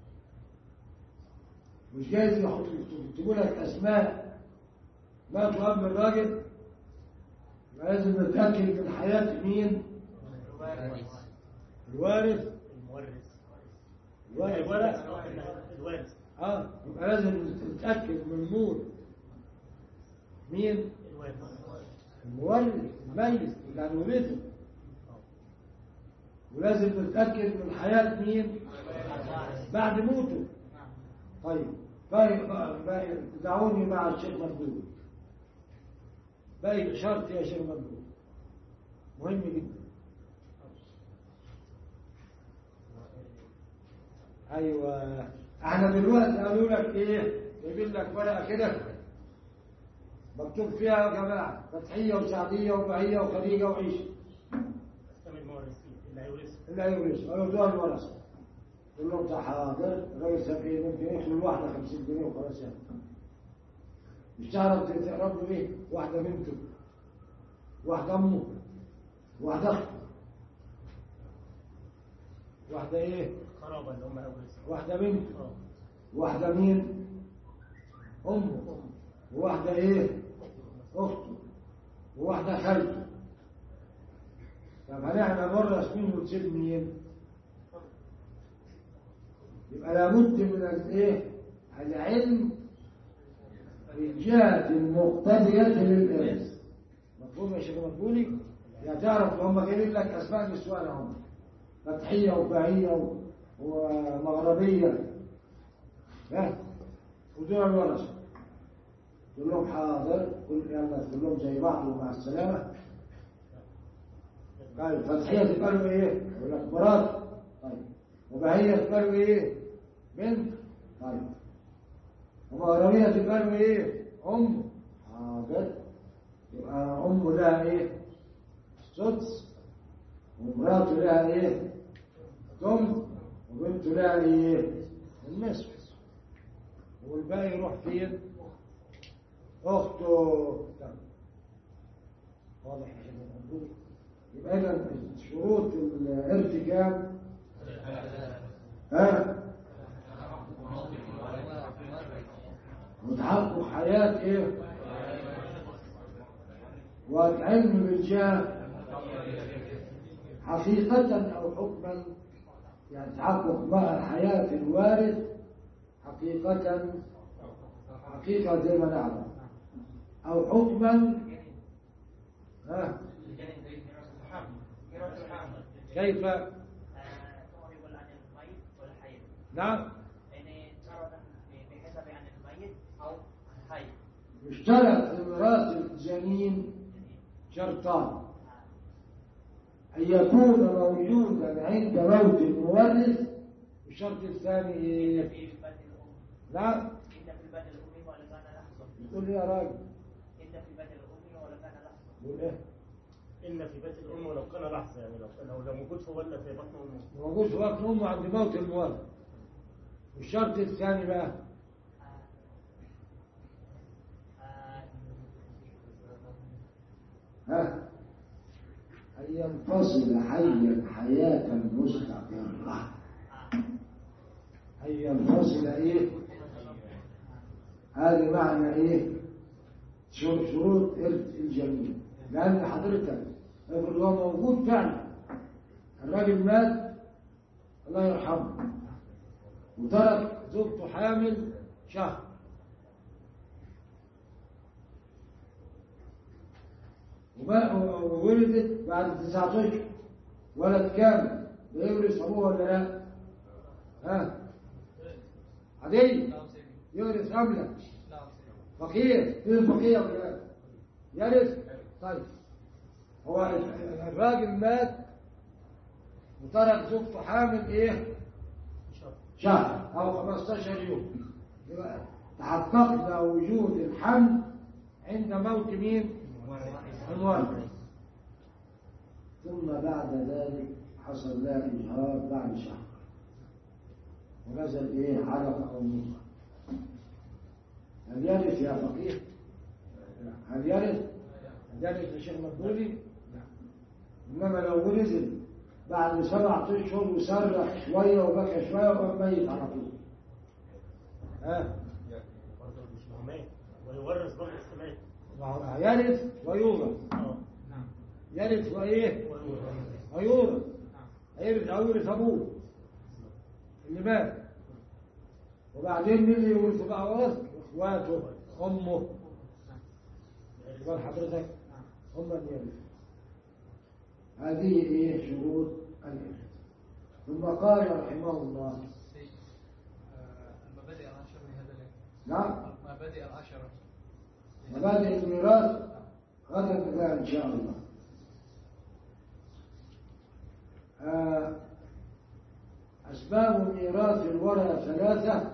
مش جايز يكتبوا لك أسماء ماتوا قبل الراجل. لازم نتأكد من حياة مين؟
الوارث.
الوارث.
المورث.
الوارث.
الوارث.
اه يبقى لازم نتأكد من موت مين؟
الوارث.
المورث الميت اللي هنورثه. ولازم نتأكد من حياة مين؟ بعد موته. طيب طيب دعوني مع الشيخ مردود. باقي شرط يا شيخ مردود مهم جدا. ايوه احنا دلوقتي قالوا لك ايه؟ جايبين لك ورقه كده مكتوب فيها يا جماعه فتحيه وسعديه وبهيه وخديجه وعيشه.
اسم المورثين اللي هيورثوا.
اللي هيورثوا قالوا دول الورثه. قول لهم ده حاضر الراجل سبعين ممكن ياخد الواحده خمسين جنيه وخلاص يعني. مش تعرف تقرب له ايه؟ واحده بنته واحده امه واحده اخته واحده ايه؟
القرابه اللي هم هيورثوا.
واحده بنته واحده مين؟ امه وواحده ايه؟ اخته وواحده خالته. طب هنعمل نورث مين ونسيب مين؟ يبقى لابد من الايه؟ العلم بالجهة المقتضية للإرث. مفهوم يا شيخ مدبولي؟ يعني تعرف هم جايبين لك أسماء نسوان هم فتحية وباعية ومغربية ها ودول الورثة. تقول لهم حاضر كل يلا كلهم زي بعض ومع السلامة. طيب فتحية تبقى له إيه؟ يقول لك مرات. طيب وبهية تبقى له إيه؟ بنت. طيب ومهرمية تبقى له إيه؟ أم. حاضر. يبقى أمه لها إيه؟ سدس، ومراته لها إيه؟ ثمن، وبنته لها إيه؟ النصف. والباقي يروح فين؟ أخته. واضح يا شباب؟ يبقى إذا شروط الارتكاب ها؟ وتحقق حياة إيه؟ والعلم بالجاه حقيقة أو حكما، يعني تحقق مع حياة الوارث حقيقة، حقيقة زي ما نعرف، أو حكما ها؟ كيف؟
يقول عن الميت والحي.
نعم.
يعني ترى بحسب عن الميت أو الحي.
يشترط في ميراث الجنين شرطان: أن يكون موجودا عند موت المورث، الشرط الثاني إيه؟
في بدء الأم.
لا.
إن في بدء الأم ولا كان لحظة.
يقول لي يا راجل.
إن في بدء الأم ولا كان لحظة.
يقول إيه؟
إن في بيت الأم ولو كان لحظة، يعني لو لو لو موجود في ولا في بطن أمه.
موجود في بطن أمه عند موت المورث. والشرط الثاني بقى ها؟ أن ينفصل حيا حياة مستقرة. أن ينفصل إيه؟ هذا معنى إيه؟ شروط إرث الجنين. لأن حضرتك افرض هو موجود فعلا، الراجل مات الله يرحمه وترك زوجته حامل شهر، وولدت بعد تسعة أشهر ولد كامل، بيورث أبوه ولا لا؟ ها؟ عادي؟ يورث أملك؟ فقير؟ فين الفقير ولا لا؟ يرث؟ طيب هو الراجل مات وترك زوجته حامل ايه؟ شهر او خمستاشر يوم، يبقى تحققنا وجود الحمل عند موت مين؟ المورث. ثم بعد ذلك حصل لها إجهاض بعد شهر ونزل ايه؟ علقة او مضغة. هل يرث يا فقيه؟ هل يرث؟ هل يرث يا شيخ مدبولي؟ إنما لو نزل بعد سبعة أشهر وسرح شوية وبكى شوية وبقى ميت على طول. ها؟
برضه مش مهمات ويورث برضه استمات.
يرث ويورث. يرث وإيه؟ ويورث. هيرث أو يورث أبوه اللي مات، وبعدين مين اللي يورث بقى ورث؟ إخواته، أمه. يبقى حضرتك هم اللي يرثوا. هذه ايه شروط الإرث. ثم قال رحمه الله
المبادئ العشرة لهذا العلم.
نعم.
المبادئ العشرة.
مبادئ الميراث غدا بها إن شاء الله. أسباب ميراث الورى ثلاثة.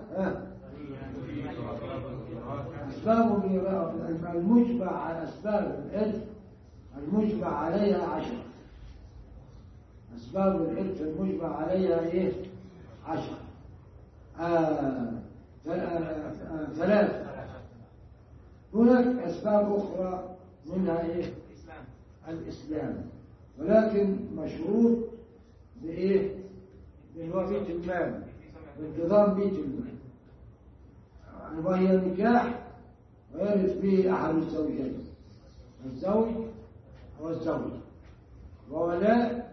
أسباب ميراث المجمع على أسباب الإرث المجمع عليها عشرة. أسباب الإرث المجمع عليها إيه؟ عشرة. آه ثلاثة. هناك أسباب أخرى منها إيه؟ الإسلام، ولكن مشروط بإيه؟ بهو بيت المال، بانتظام بيت المال، وهي النكاح ويرث به أحد الزوجين، الزوج أو الزوجة، وولاء،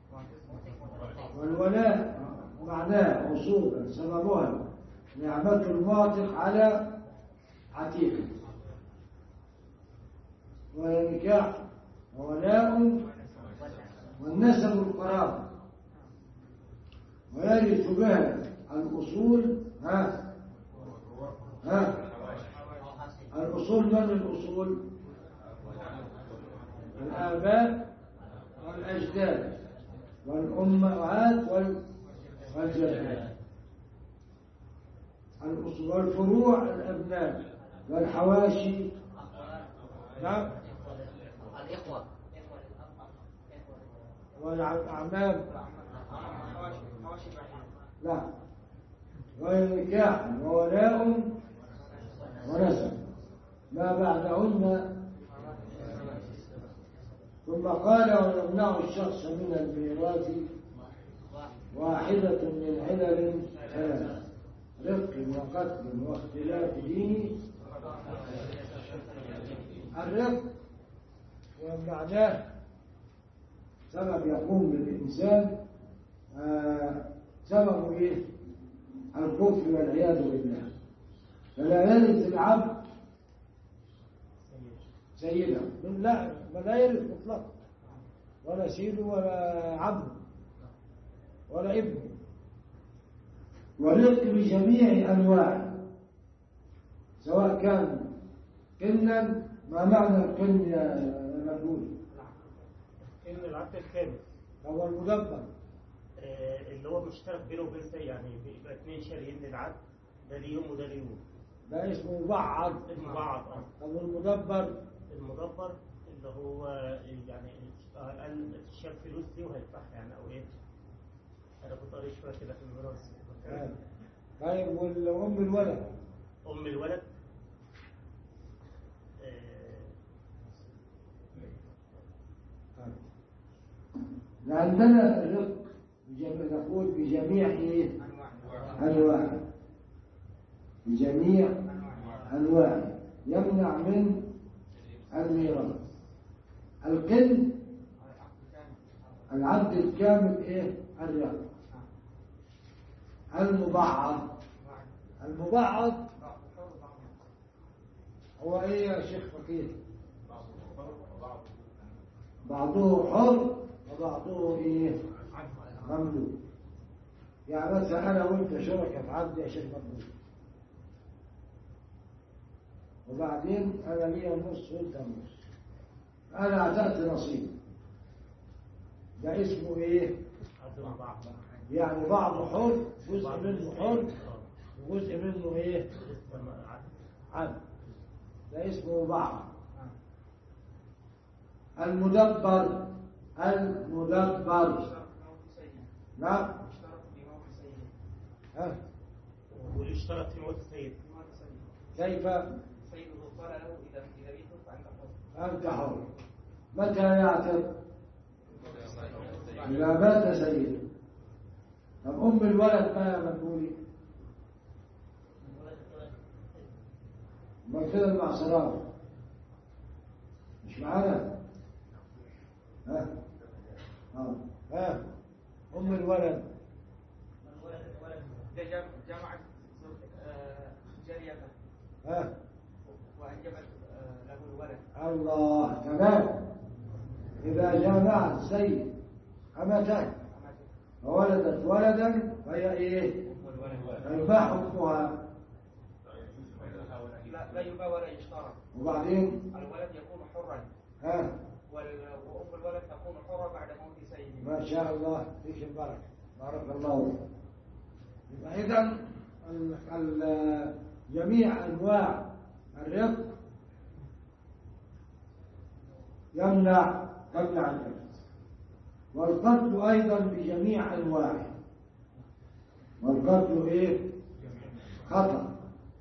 والولاء معناه أصولا سببها نعمة المعتق على عتيقه، وهي نكاح وولاء والنسب القرابة، ويرث بها الأصول. ها ها الأصول من الأصول؟ الآباء
والأجداد والأمهات وال- والجدات. الأصول والفروع الأبناء والحواشي. نعم.
الإخوة
والأعمام. لا. ونكاح وولاء ونسب ما بعدهن. ثم قال ويمنع الشخص من الميراث واحدة من علل ثلاث: رق وقتل واختلاف ديني. الرق ومعناه سبب يقوم بالإنسان آه سبب إيه؟ الكفر والعياذ بالله. فلا يرث العبد سيده، لا لا يرث مطلقا، ولا سيده ولا عبد ولا ابن. والرق بجميع أنواعه سواء كان قنا. ما معنى القن يا مقبول؟
إن العبد الكامل
هو المدبر.
آه، اللي هو مشترك بينه وبين سي، يعني بيبقى اثنين شاريين للعبد، ده ليهم وده ليهم.
ده اسمه مبعض.
المبعض اه.
طب المدبر؟
المدبر اللي هو يعني قال الشاب فلوس دي وهيدفعها يعني او ايه. انا كنت قاري شويه كده في الميراث.
آه. طيب والأم الولد؟
ام الولد
عندنا الرق بجميع، نقول بجميع ايه؟ انواعه. بجميع انواعه يمنع من الميراث. القن العبد الكامل ايه؟ الرق. المبعض المبعض هو ايه يا شيخ فقيه؟ بعضه حر وبعضه ايه؟ مملوك. يعني مثلا انا وانت شركاء في عبد يا شيخ مملوك، وبعدين انا ليا النص وانت النص، انا اعتقت نصيب، ده اسمه ايه؟ يعني بعضه حر، جزء منه حر وجزء منه ايه؟ عبد. ده اسمه بعض. المدبر المدبر نعم. ها
واللي اشترك في موت السيد
كيف؟
سيده قال له إذا إذا بيته فأنت حر.
أنت حر. متى يعتق؟ إذا مات سيده. طب أم الولد ما يا مدبولي؟ ما كده المعصرات مش معانا؟ ها ها ها أم الولد
جمعت جارية
ها
وأنجبت له الولد.
الله تمام. إذا جامعت سيد أمتك وولدت ولدا فهي إيه؟ فيباح حكمها.
لا لا يباع ولا يشترى.
وبعدين
الولد يكون حرا.
ها
وأم الولد تكون حرة بعد موت سيده.
ما شاء الله فيك البركة، بارك الله فيك. يبقى إذن جميع أنواع الرق يمنع يمنع الإرث. والقتل أيضا بجميع أنواعه. والقتل إيه؟ خطأ،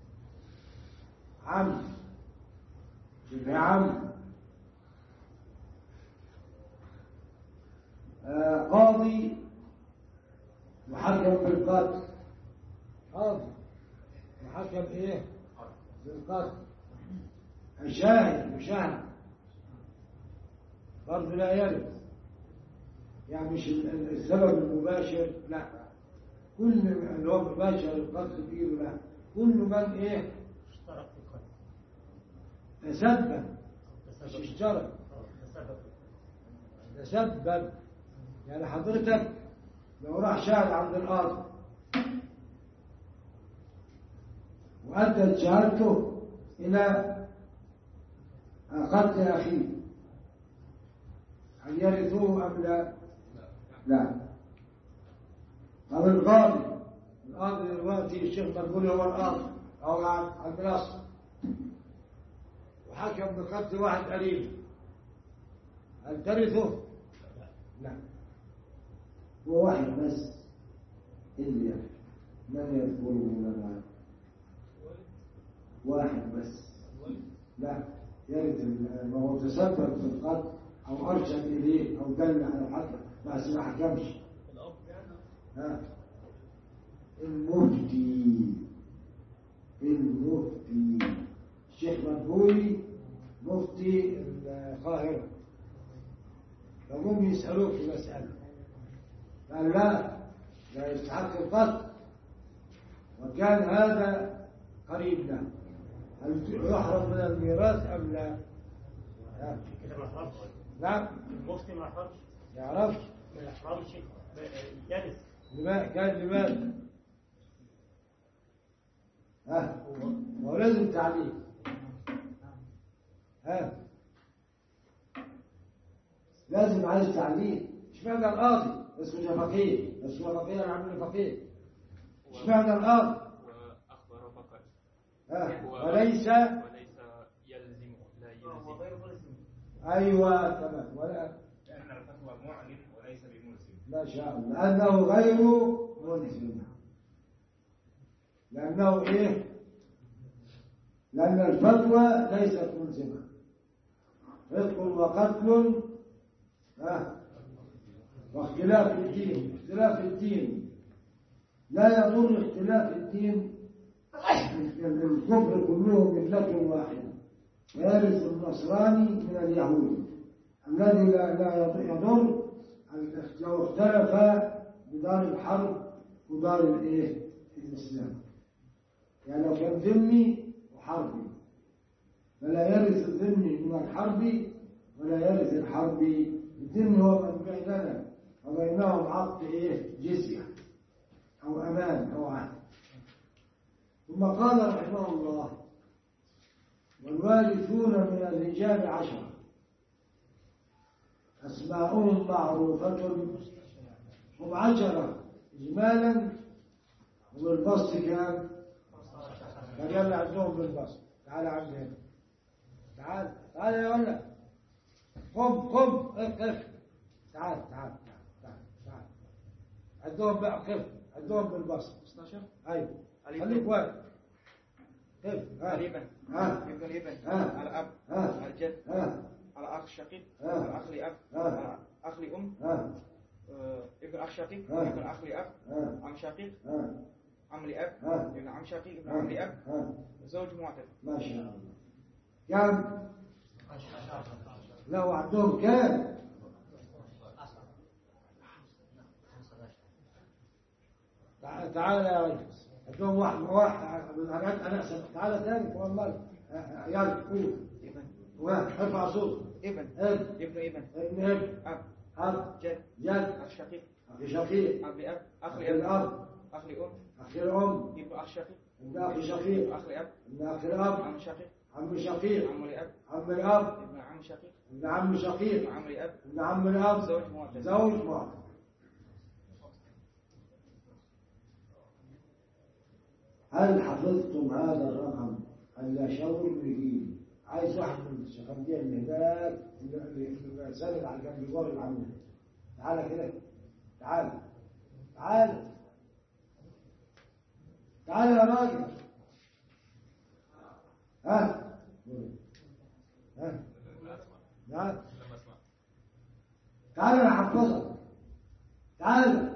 عمد، شبه عمد، آه قاضي محكم بالقتل، قاضي محكم ايه بالقتل، الشاهد مشاهد برضه لا يرد، يعني مش السبب المباشر، لا، كل اللي هو مباشر القتل فيه، لا، كل من ايه
اشترك في القتل
تسبب مش اشترك،
تسبب
تسبب. يعني حضرتك لو راح شاهد عند القاضي وأدت شهادته إلى قتل أخيه هل يرثوه أم لا؟ لا. طب القاضي القاضي دلوقتي الشيخ مقبول هو القاضي أو على المنصة وحكم بقتل واحد قريب، هل ترثه؟ لا.
هو واحد بس اللي يرث، من يذكره لنا؟ واحد بس.
لا يرث ما هو تسبب في القتل أو أرشد إليه أو دل على حكم بس ما حكمش. ها المفتي المفتي الشيخ مدبولي مفتي القاهرة فهم يسألوه في مسألة قال لا لا يستحق القتل وكان هذا قريب له، هل يحرم من الميراث أم لا؟ ها.
كده ما يحرمش.
نعم
المفتي ما يحرمش.
ما يعرفش.
ما يحرمش يرث.
لماذا؟ كان لماذا؟ ها هو لازم تعليم. ها لازم عايز تعليم. اشمعنى القاضي اسمه فقيه؟ اسمه فقيه انا عامل فقيه. اشمعنى القاضي؟
وأخبر فقط.
ها وليس
وليس يلزم لا يلزم.
ايوه تمام. ولا
لأن الفتوى معلن وليس بملزم.
ما شاء الله لانه غير ملزم. لانه ايه؟ لان الفتوى ليست ملزمه. رزق وقتل ها واختلاف الدين. اختلاف الدين لا يضر اختلاف الدين. الكفر كله ملة واحدة. يرث النصراني من اليهود الذي لا لا يضر لو اختلف بدار الحرب ودار الايه الاسلام. يعني لو كان ذمي وحربي فلا يرث الذمي من الحرب ولا يرث الحربي. الذمي هو من بيننا وبينهم عقد ايه جزية او امان او عهد. ثم قال رحمه الله والوارثون من الرجال عشرة أسماؤهم معروفة هم عشرة إجمالا وبالبسط كام؟ فقال عندهم بالبسط. تعال عندي هنا تعال تعال يا ولد قم قم قف تعال تعال تعال تعال عندهم بقى قف عندهم بالبسط
اثناشر.
أيوه خليك واقف قف
قريبا
ها
ابن الابن
ها.
على اب
ها.
على الجد
ها
على اخ شقيق
ها.
على اخ لاب
ها.
على اخ لام
ها
آه، ابن اخ شقيق
ها.
ابن اخ لاب
ها
عم شقيق
ها
عم لاب
ها.
ابن عم شقيق ابن عم لاب
ها
زوج معتق.
ما شاء الله. كم؟ لا وعندهم كام؟ تعال تعال يا رجل عندهم واحد واحد انا انا احسن. تعال تاني والله يلا قول
ابن
واحد ارفع صوت.
ابن
ابن
ابن ابن
ابن ابن
اب
اب
جد
جد
اخ شقيق
اخي شقيق
اب لاب اخ
اخي
لاب
الاب
اخ لام
اخي الام
ابن اخ شقيق
ابن اخي
ابن
شقيق
اخ لاب
ابن اخي الاب
عم شقيق
عم شقيق
عم لاب
عم الاب
ابن عم شقيق
ابن عم شقيق
ابن عم لاب
ابن عم الاب
زوج معتق.
زوج معتق. هل حفظتم هذا الرقم؟ هل شاور بيجي عايز واحد من الشخصية اللي هناك اللي سالب على جنب جوار العمود. تعالى كده تعالى تعالى تعالى يا راجل. ها ها تعالى تعالى انا حفظك. تعالى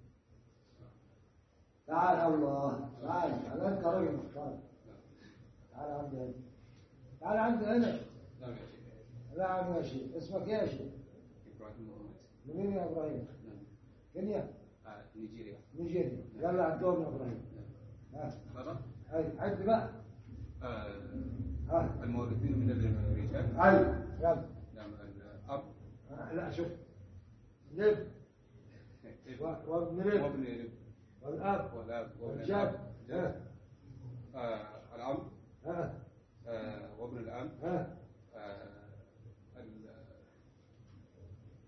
تعال الله تعال تعال انت راجل محترم. تعال عندي هنا تعال عندي هنا.
نعم يا شيخ.
لا عم يا شيخ. اسمك ايه يا شيخ؟
إبراهيم محمد.
منين يا ابراهيم؟
نعم.
كينيا؟
آه، نيجيريا.
نيجيريا. يلا عندهم يا ابراهيم. ها
خلاص.
هاي عد بقى.
آه،
ها
المورثين من الرجال.
ايوه يلا.
نعم الأب.
آه، لا شوف الابن و- وابن الابن
وابن الابن
والاب
والأب
والجد. ها
آه، العم.
ها
آه، وابن العم.
ها
آه، ال-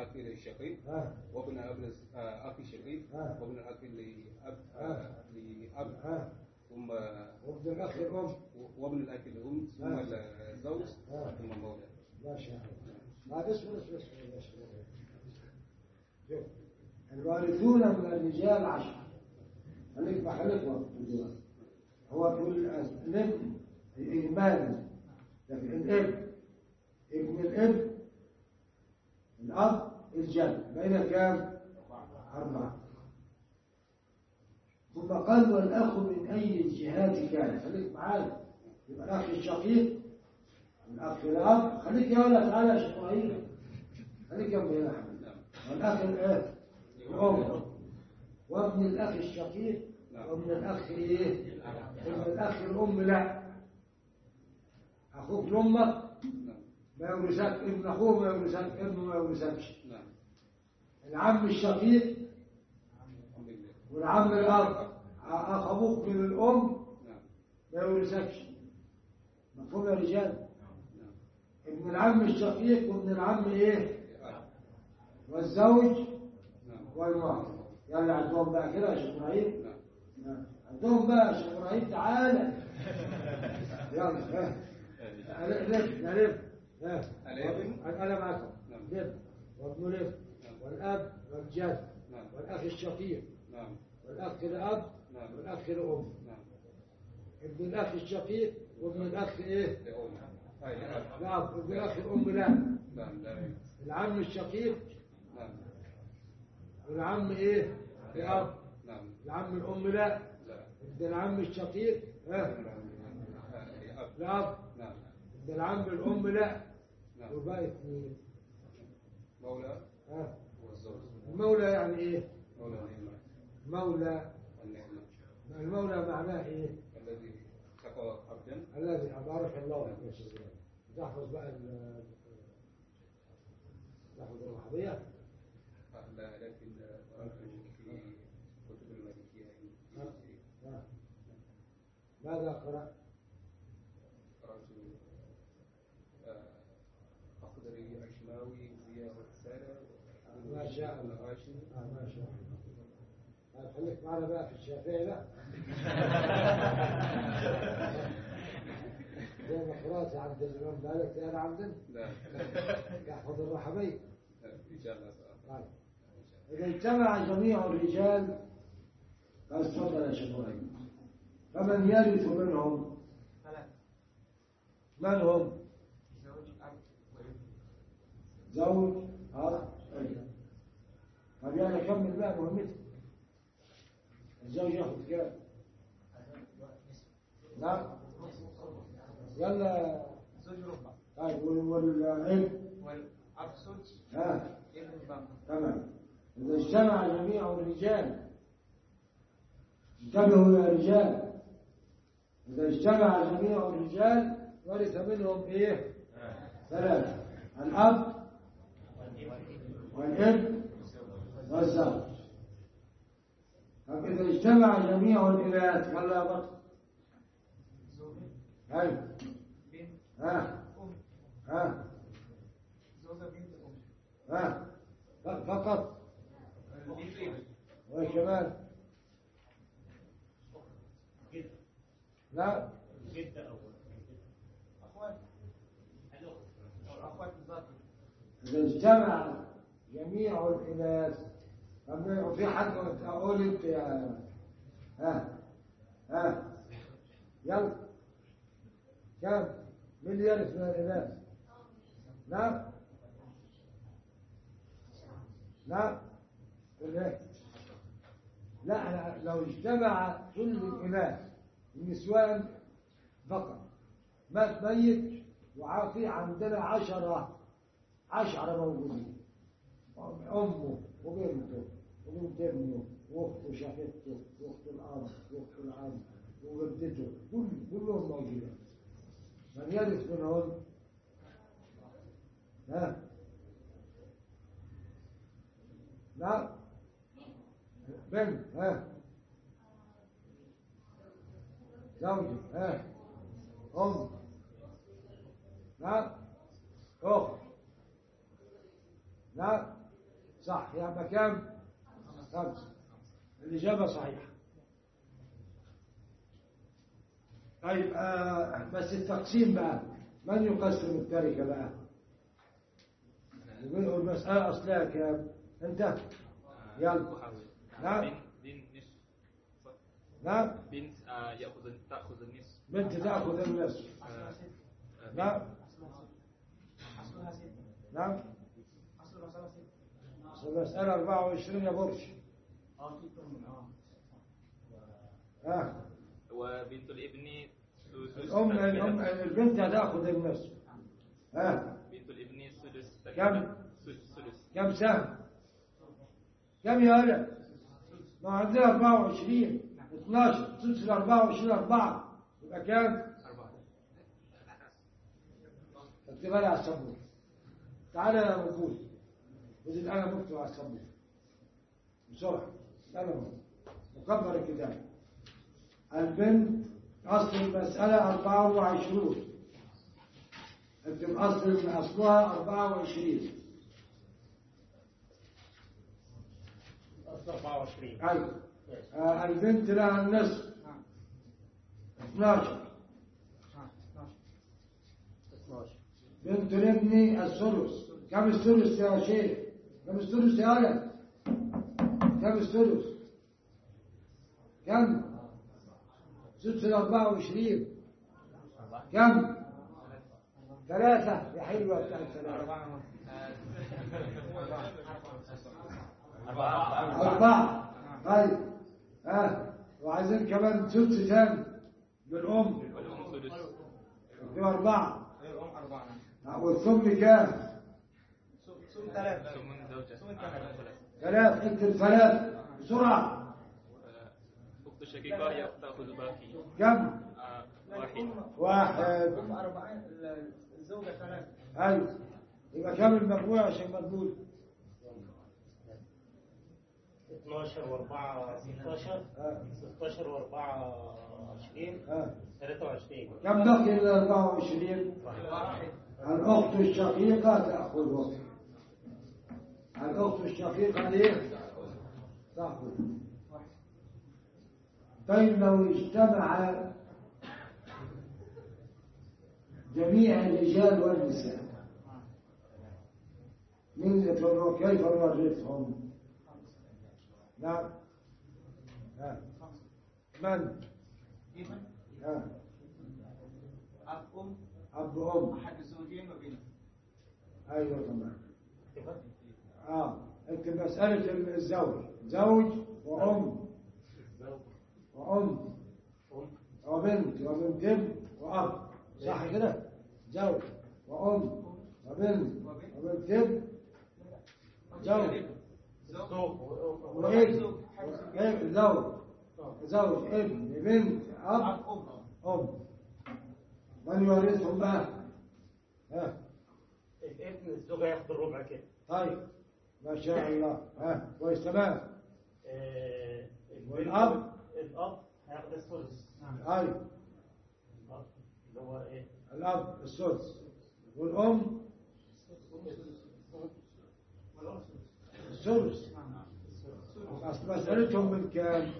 أخي الشقيق
ها
وابن ابن آه، أخي الشقيق
ها
وابن الأخ لأب
ها
آه، لأب
ها
ثم
وابن الأخ الأم.
وابن الأخ لأم ثم
ها.
الزوج
ها.
ثم المولى.
ما شاء الله. هذا اسمه اسمه اسمه اسمه. شوف الوارثون من الرجال عشرة. خليك خليك وقت الجواب. هو كل الابن إجمالا، لكن الابن ابن الابن الأب الجد بين كام؟ أربعة. ثم قال والأخ من أي الجهات كان. خليك معايا. يبقى الأخ الشقيق الأخ الأب. خليك يا ولد تعالى يا شيخ إبراهيم. خليك يا ابن يا حبيبي. والأخ الأب الأم وابن الأخ الشقيق وابن الأخ إيه؟ ابن الأخ الأم لا. أخوك لأمك ما يورثك، ابن أخوه ما يورثك، ابنه ما يورثكش. العم الشقيق والعم الأب أخ أبوك من الأم ما يورثكش. مفهوم يا رجال؟ ابن العم الشقيق وابن العم إيه؟ والزوج والمعطي. يلا عندهم بقى كده يا شيخ إبراهيم. عندهم بقى يا شيخ إبراهيم تعالى. يلا ها لف لف ها أنا معكم. لف وابن لف والأب والجد والأخ الشقيق والأخ الأب والأخ الأم. ابن الأخ الشقيق وابن الأخ إيه؟ الأب. ابن الأخ الأم لا. العم الشقيق والعم إيه؟ الأب. العم الأم لا. ابن العم الشقيق ها الأب. ابن العم الأم لا. وبقى اثنين.
مولى
ها
والزوج.
المولى يعني إيه؟
مولى النعمة.
مولى
النعمة.
المولى معناه إيه؟
الذي كفى عبدا.
الذي بارك الله فيك يا شيخ. تحفظ بقى ال تحفظ الرحبية.
لا لكن قرأت في كتب المالكية.
ماذا قرأت؟
قرأت أخضري عشماوي ضياء الرسالة
ما شاء الله.
الغاشم.
آه ما شاء الله. طيب خليك معنا بقى في الشافعي بقى. زي ما قرأت عند الإمام مالك أنا عبد
لا
يحفظ الرحبية.
إن شاء الله سأقرأ.
طيب إذا اجتمع جميع الرجال قال تفضل يا شيخ إبراهيم. فمن يرث منهم؟ من هم؟
زوج أب وابن.
زوج أخ أجل. طب يعني كمل بقى مهمتك. الزوج ياخذ كام؟ نعم يلا.
زوج ربع.
طيب والابن؟
والأب سدس.
ها
ابن باقي.
تمام. إذا اجتمع جميع الرجال انتبهوا يا رجال. إذا اجتمع جميع الرجال ورث منهم إيه؟ ثلاثة. الأب والابن والزوج. طب إذا اجتمع جميع الإناث يلا يا بطل.
زوجة.
هاي
بنت.
ها
أم.
ها
زوجة بنت أم.
ها فقط.
بنت ابن.
وكمان لا
جدة أول.
أخوات. أخوات ذاتي.
إذا اجتمع جميع الإناث. طب في حد أقول أنت يا ها ها يلا كم؟ من يرث من الإناث؟ نعم نعم لا لا لو اجتمع كل الإناث النسوان فقط مات ميت وفي عندنا عشرة عشرة موجودين. أمه وبنته وبنت ابنه واخته شقيقته واخت الأب واخت العم وجدته كل كلهم موجودين. من يرث منهم؟ ها لا بنت ها زوجة ها أم لا أخت لا
صح، يبقى كام؟ خمسة. الإجابة صحيحة. طيب آه بس التقسيم بقى، من يقسم التركة بقى؟ والمسألة أصلها كام؟ أنت؟ يلا. نعم.
بنت نصف.
نعم.
بنت يأخذ تأخذ النصف.
بنت تأخذ النصف. نعم. نعم. المسألة أربعة وعشرين يا برش. ها.
وبنت الابن
الأم الأم البنت هتاخذ النصف. ها.
بنت الابن سدس.
كم؟
سدس.
كم سهم؟ كم يا ولد؟ ما عندنا أربعة وعشرين اثناشر سدس أربعة وعشرين أربعة يبقى كم؟
أربعة.
اكتبها لي على السبورة. تعالى يا مقبول. خذ القلم واكتب على السبورة بسرعة. القلم مكبر الكتاب. البنت أصل المسألة أربعة وعشرون. اكتب أصل أصلها أربعة وعشرين.
أصل أربعة وعشرين.
أيوة. آه البنت لها النصف. اثناشر.
اثناشر.
بنت الابن الثلث. كم الثلث يا شيخ؟ كم الثلث يا ولد؟ كم الثلث؟ كم؟ سدس الأربعة وعشرين. كم؟ ثلاثة يا حلوة بتاعت ثلاثة. أربعة. طيب ها وعايزين كمان سدس ثاني بالأم. دي أربعة. والثمن كام؟
ثلاثة.
ثلاث. اكتب ثلاث بسرعة.
أخت الشقيقة تأخذ الباقي.
كم؟
واحد.
واحد.
أربعين الزوجة ثلاثة.
أيوة. يبقى كم المجموع عشان مقبول؟
اثناشر وأربعة ستاشر. ستاشر وأربعة عشرين. ثلاثة وعشرين.
كم بقي ال أربعة وعشرين؟ الأخت الشقيقة تأخذ. الأخت الشقيقة ليه؟ تأخذ. طيب لو اجتمع جميع الرجال والنساء من كيف نورثهم؟ نعم. ها. من؟ ها.
أب أم.
أب أم.
أحد الزوجين وبنت.
أيوة تمام. آه اكتب مسألة الزوج. زوج وأم وأم وبنت وبنت ابن وأب. صح كده؟ زوج وأم وبنت وبنت ابن زوج وابن ابن زوج زوج ابن بنت أب أم. من يورثهم بقى؟ ها.
الابن الزوجة ياخد الربع كده.
طيب ما شاء الله. ها كويس تمام.
آه
والأب؟
الأب هياخد الثلث.
أيوة.
الأب اللي هو إيه؟
الأب السدس. والأم؟ الثلث. أصل مسألتهم من كام؟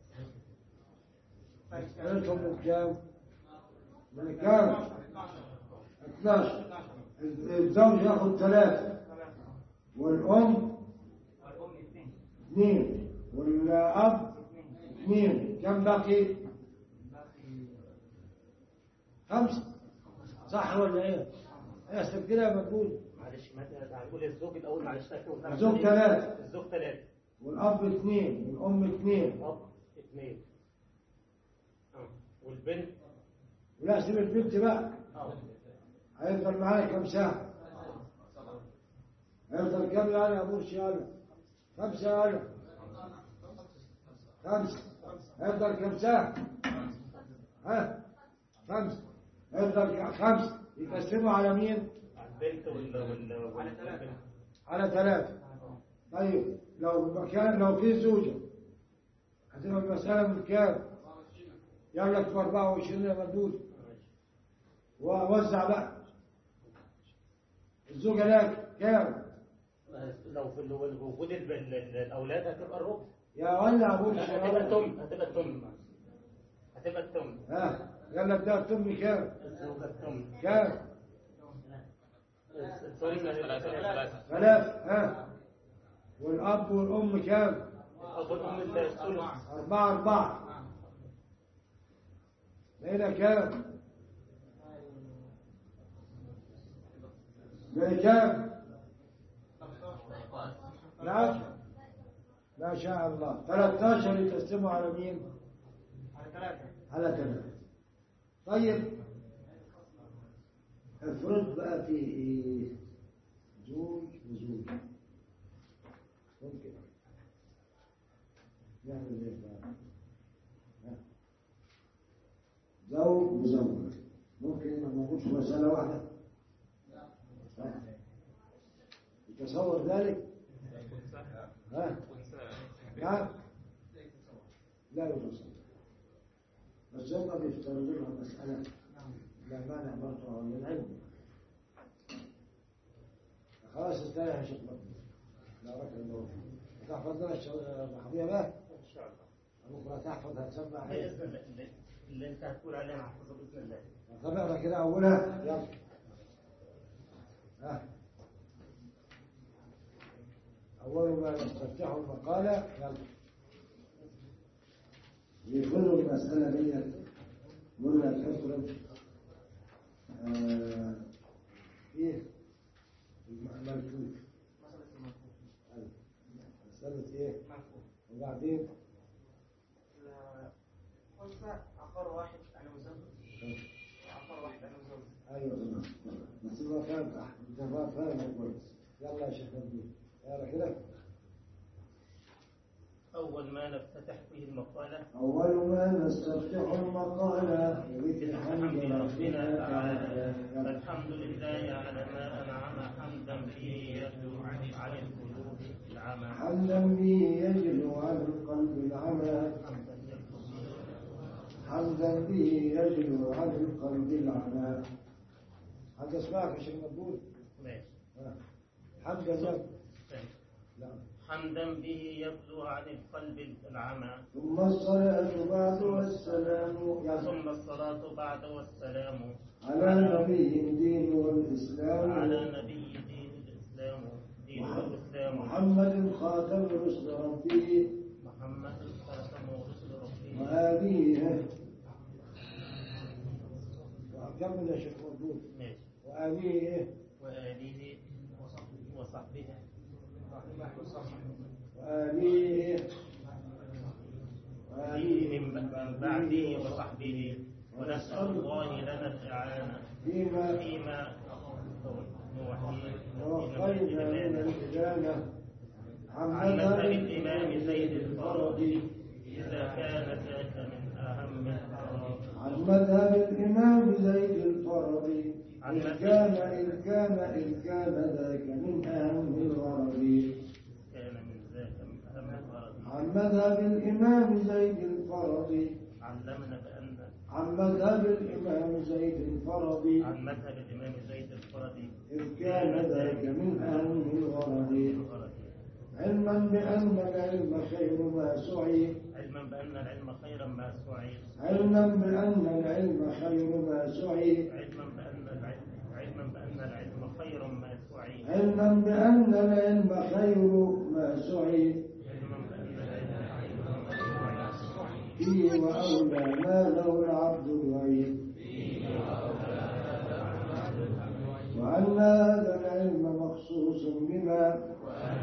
مسألتهم من كام؟ من كام؟ اثناشر. الزوج ياخذ ثلاثة والأم اثنين والأب اثنين. كم باقي؟ خمسة. صح ولا ايه؟ احسب كده مقبول.
معلش هنقول الزوج الأول. معلش
الزوج ثلاثة.
الزوج ثلاثة
والأب اثنين والأم اثنين.
الأب اثنين. والبنت
ولا سيب البنت بقى. هيفضل معايا كم ساعة؟ هيفضل كم يعني يا أبو شيالة؟ خمسة يعني. خمسة. هيفضل كم ساعة؟ ها؟ خمسة. هيفضل خمسة. يقسموا على مين؟
على البنت وال وال
على ثلاثة.
على ثلاثة. طيب لو مكان لو في زوجة هتبقى المسألة من كام؟ يلا في أربعة وعشرين يا مردود. ووزع بقى. الزوجة لك كام؟
لو في وجود ال- ال- الأولاد هتبقى الربع.
يا ولا أبوش
هتبقى التم هتبقى التم هتبقى التم
ها يلا ابدأ التم كام؟
الزوجة التم
كام؟
التم ثلاثة.
ثلاث ها والأب والأم كام؟
الأب والأم الثلث.
أربعة أربعة هنا كام؟ هنا كام؟ نعم ما شاء الله ثلاثة عشر يقسموا على مين؟
على ثلاثة.
على ثلاثة. طيب افرض بقى في زوج وزوج ممكن نعمل ايه بقى؟ ها؟ زوج وزوج ممكن يبقى موجود في مسألة واحدة؟ ها؟ يتصور ذلك؟ ها؟ نعم؟ لا يتصور بس هم بيفترضوا لها مسألة لا مانع برضه من العلم خلاص استريح يا شيخ مقبول لا ركب الله تحفظ لنا الحضية بقى
إن شاء الله.
بكرة تحفظ هتسمع عليك
بإذن الله اللي- اللي أنت هتقول عليه نحفظه بإذن الله.
طب اقرا كده أولها يلا ها أول ما نستفتح المقالة يلا يفرضوا المسألة دي قلنا تفرض آه إيه الملكوت أيوة. مسألة إيه وبعدين
أنثى آخر واحد أنا وزوج آخر واحد أنا وزوج.
أيوة تمام بس ما فاهم أنت ما فاهم كويس يلا يا شيخ نبيل اقرا كده
أول ما نفتتح به المقالة
أول ما نستفتح المقالة بذكر حمد ربنا تعالى
فالحمد لله على ما أنعم حمدا به يبدو عن القلوب العمى
حمدا به يجلو عن القلب العمى حمدا به يجلو عن القلب العمى حد اسمعك يا شيخ مقبول
ماشي.
ها. حمدا لك لا
حمدا به يبدو عن القلب العمى
ثم الصلاة بعد والسلام
ثم الصلاة بعد والسلام
على نبي الدين والإسلام
على نبي دين الإسلام دين الإسلام
محمد خاتم رسل ربه
محمد خاتم رسل ربه
وآله وكمل يا شيخ مقبول
ماشي.
وآله
وآله وصحبه
وآله
وآله من بعده وصحبه ونسأل الله لنا الإعانة
فيما
فيما
توفينا من الإدانة
عن مذهب الإمام زيد الفرضي إذا كان ذاك من أهم الأعراض
عن مذهب الإمام زيد الفرضي
عن
إذ
مذهب-
كان إذ كان إذ كان ذاك من أهم الغرض
كان من ذاك من أهم الأعراض
عن مذهب الإمام زيد الفرضي
علمنا بأن
عن مذهب الإمام زيد الفرضي
عن مذهب الإمام زيد الفرضي
إذ كان ذاك من أهم الغرض
الغرض
علما بأن العلم خير ما سعي
علما بأن العلم خيرا ما سعي
علما بأن العلم خير ما سعي
علما بأن العلم علما بأن العلم خير ما سعي
علما بأن العلم خير ما سعي
علما بأن العلم خير ما سعي
فيه وأولى ما له العبد الغيب وأن هذا العلم مخصوص بما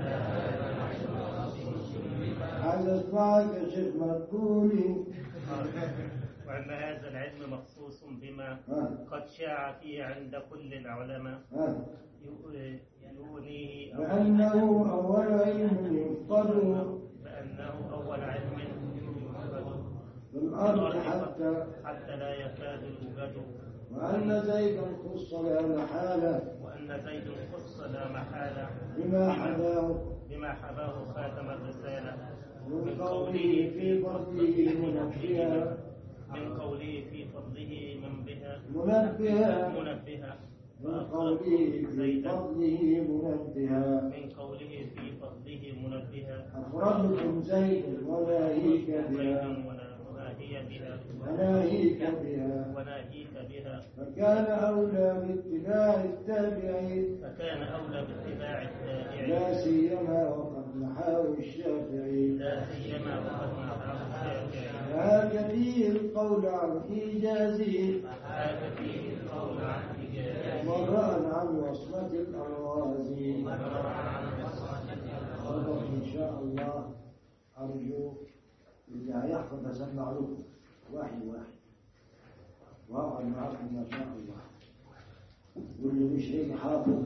عايز أسمعك يا شيخ مقبولي
وأن هذا العلم مخصوص بما
ها
قد شاع فيه عند كل العلماء
ها
يؤونيه
بأنه أول علم يفقد
بأنه أول علم يوجد
في الأرض حتى
حتى لا يكاد يوجد
وأن زيدا خص لا محالة
وأن زيد خص لا محالة
بما حداه
بما حباه خاتم الرسالة
من قوله في فضله منبها
من قوله في فضله منبها
منبها
منبها
من قوله في فضله منبها
من قوله في فضله منبها
أفردكم زيد وناهيك بها
وناهي بها
وناهيك بها
وناهيك بها
فكان أولى باتباع التابعين
فكان أولى باتباع التابعين
لا سيما وقد نحاه الشافعي
لا سيما وقد نحاه الشافعي
هذا فيه القول عن إيجازه
هذا فيه القول عن إيجازه
مرأى عن وصمة الأرواز صدق إن شاء الله. أرجو اللي هيحفظ أسمع له واحد واحد وأقعد معكم ما شاء الله، واللي مش هيك حافظ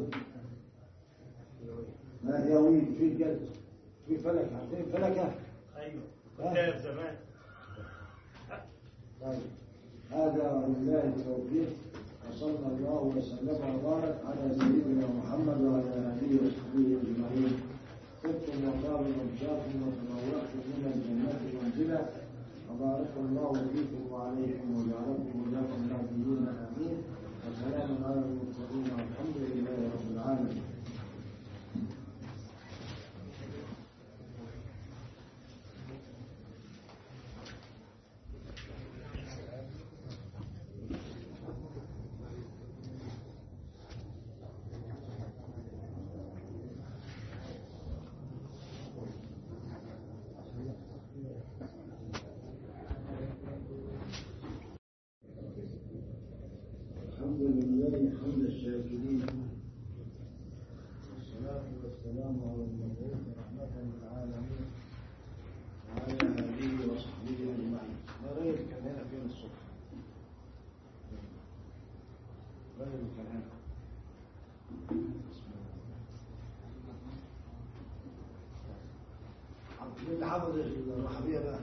ما يويد في الجلد في فلكة في فلكة
أيوه كتاب زمان.
طيب هذا ولله التوفيق، وصلى الله وسلم وبارك على سيدنا محمد وعلى آله وصحبه أجمعين. طبتم وطاب ممشاكم وتبوأتم من الجنة منزلا، وبارك الله فيكم وعليكم وجعلكم وجاكم نبيين آمين. وسلام على المرسلين والحمد لله رب العالمين. الحمد لله حمد الشاكرين، والصلاة والسلام على المبعوث رحمة للعالمين وعلى آله وصحبه أجمعين. غير كان هنا فين الصبح؟ غير كان هنا. مين اللي حفظ الرحبية بقى؟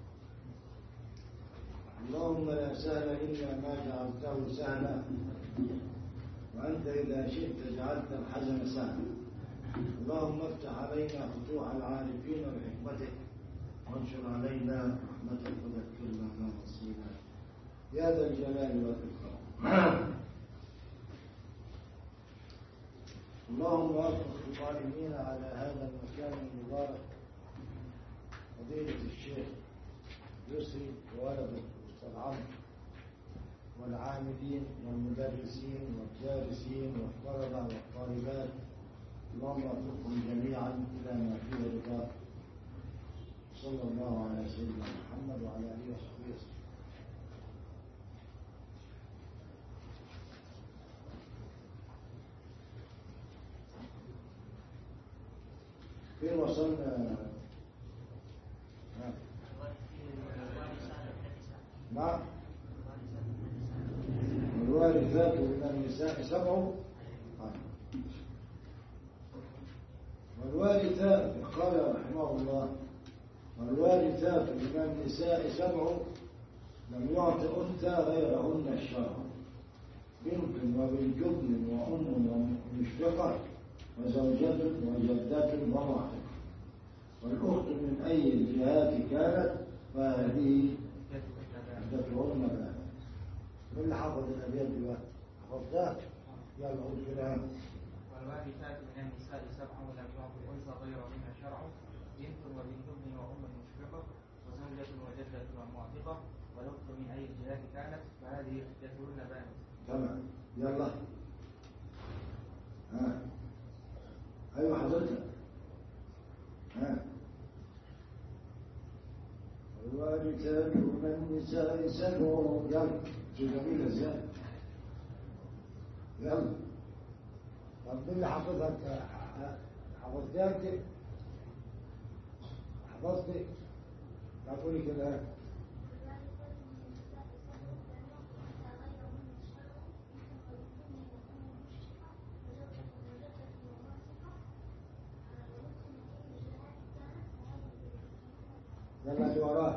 اللهم لا سهل إلا ما جعلته سهلا، وأنت إذا شئت جعلت الحزن سهلا. اللهم افتح علينا فتوح العارفين بحكمتك، وانشر علينا رحمتك وذكرنا ما نسينا يا ذا الجلال والإكرام. اللهم وفق القائمين على هذا المكان المبارك فضيلة الشيخ يسري وولده العمر، والعاملين والمدرسين والدارسين والطلبة والطالبات، اللهم وفقهم جميعا إلى ما فيه رضاك. صلى الله على سيدنا محمد وعلى آله وصحبه وسلم. فين وصلنا؟ نعم. والوارثات من النساء سبع. والوارثات قال رحمه الله والوارثات من النساء سبع لم يعط أنثى غيرهن الشرع، بنت وبنت ابن وأم ومشفقة وزوجة وجدة ومعتقة، والأخت من أي الجهات كانت فهذه عدتهن بها. من اللي حفظ الأبيات دلوقتي؟ حفظتها؟ يلا قول كده.
والوارثات من النساء سبع لم يعط الأنثى غيرهن شرع، بنت وبنت ابن وأم مشفقة وزوجة وجدة ومعتقة، والأخت من أي الجهات كانت فهذه عدتهن بانت.
تمام. يلا. ها. أيوة حضرتك. ها. الوارثات من النساء سبع. يلا. شو جميل ازاي؟ يلا. طب مين اللي حافظها؟ حفظتها انت؟ حفظتي؟ لا تقولي كده. يلا اللي وراه.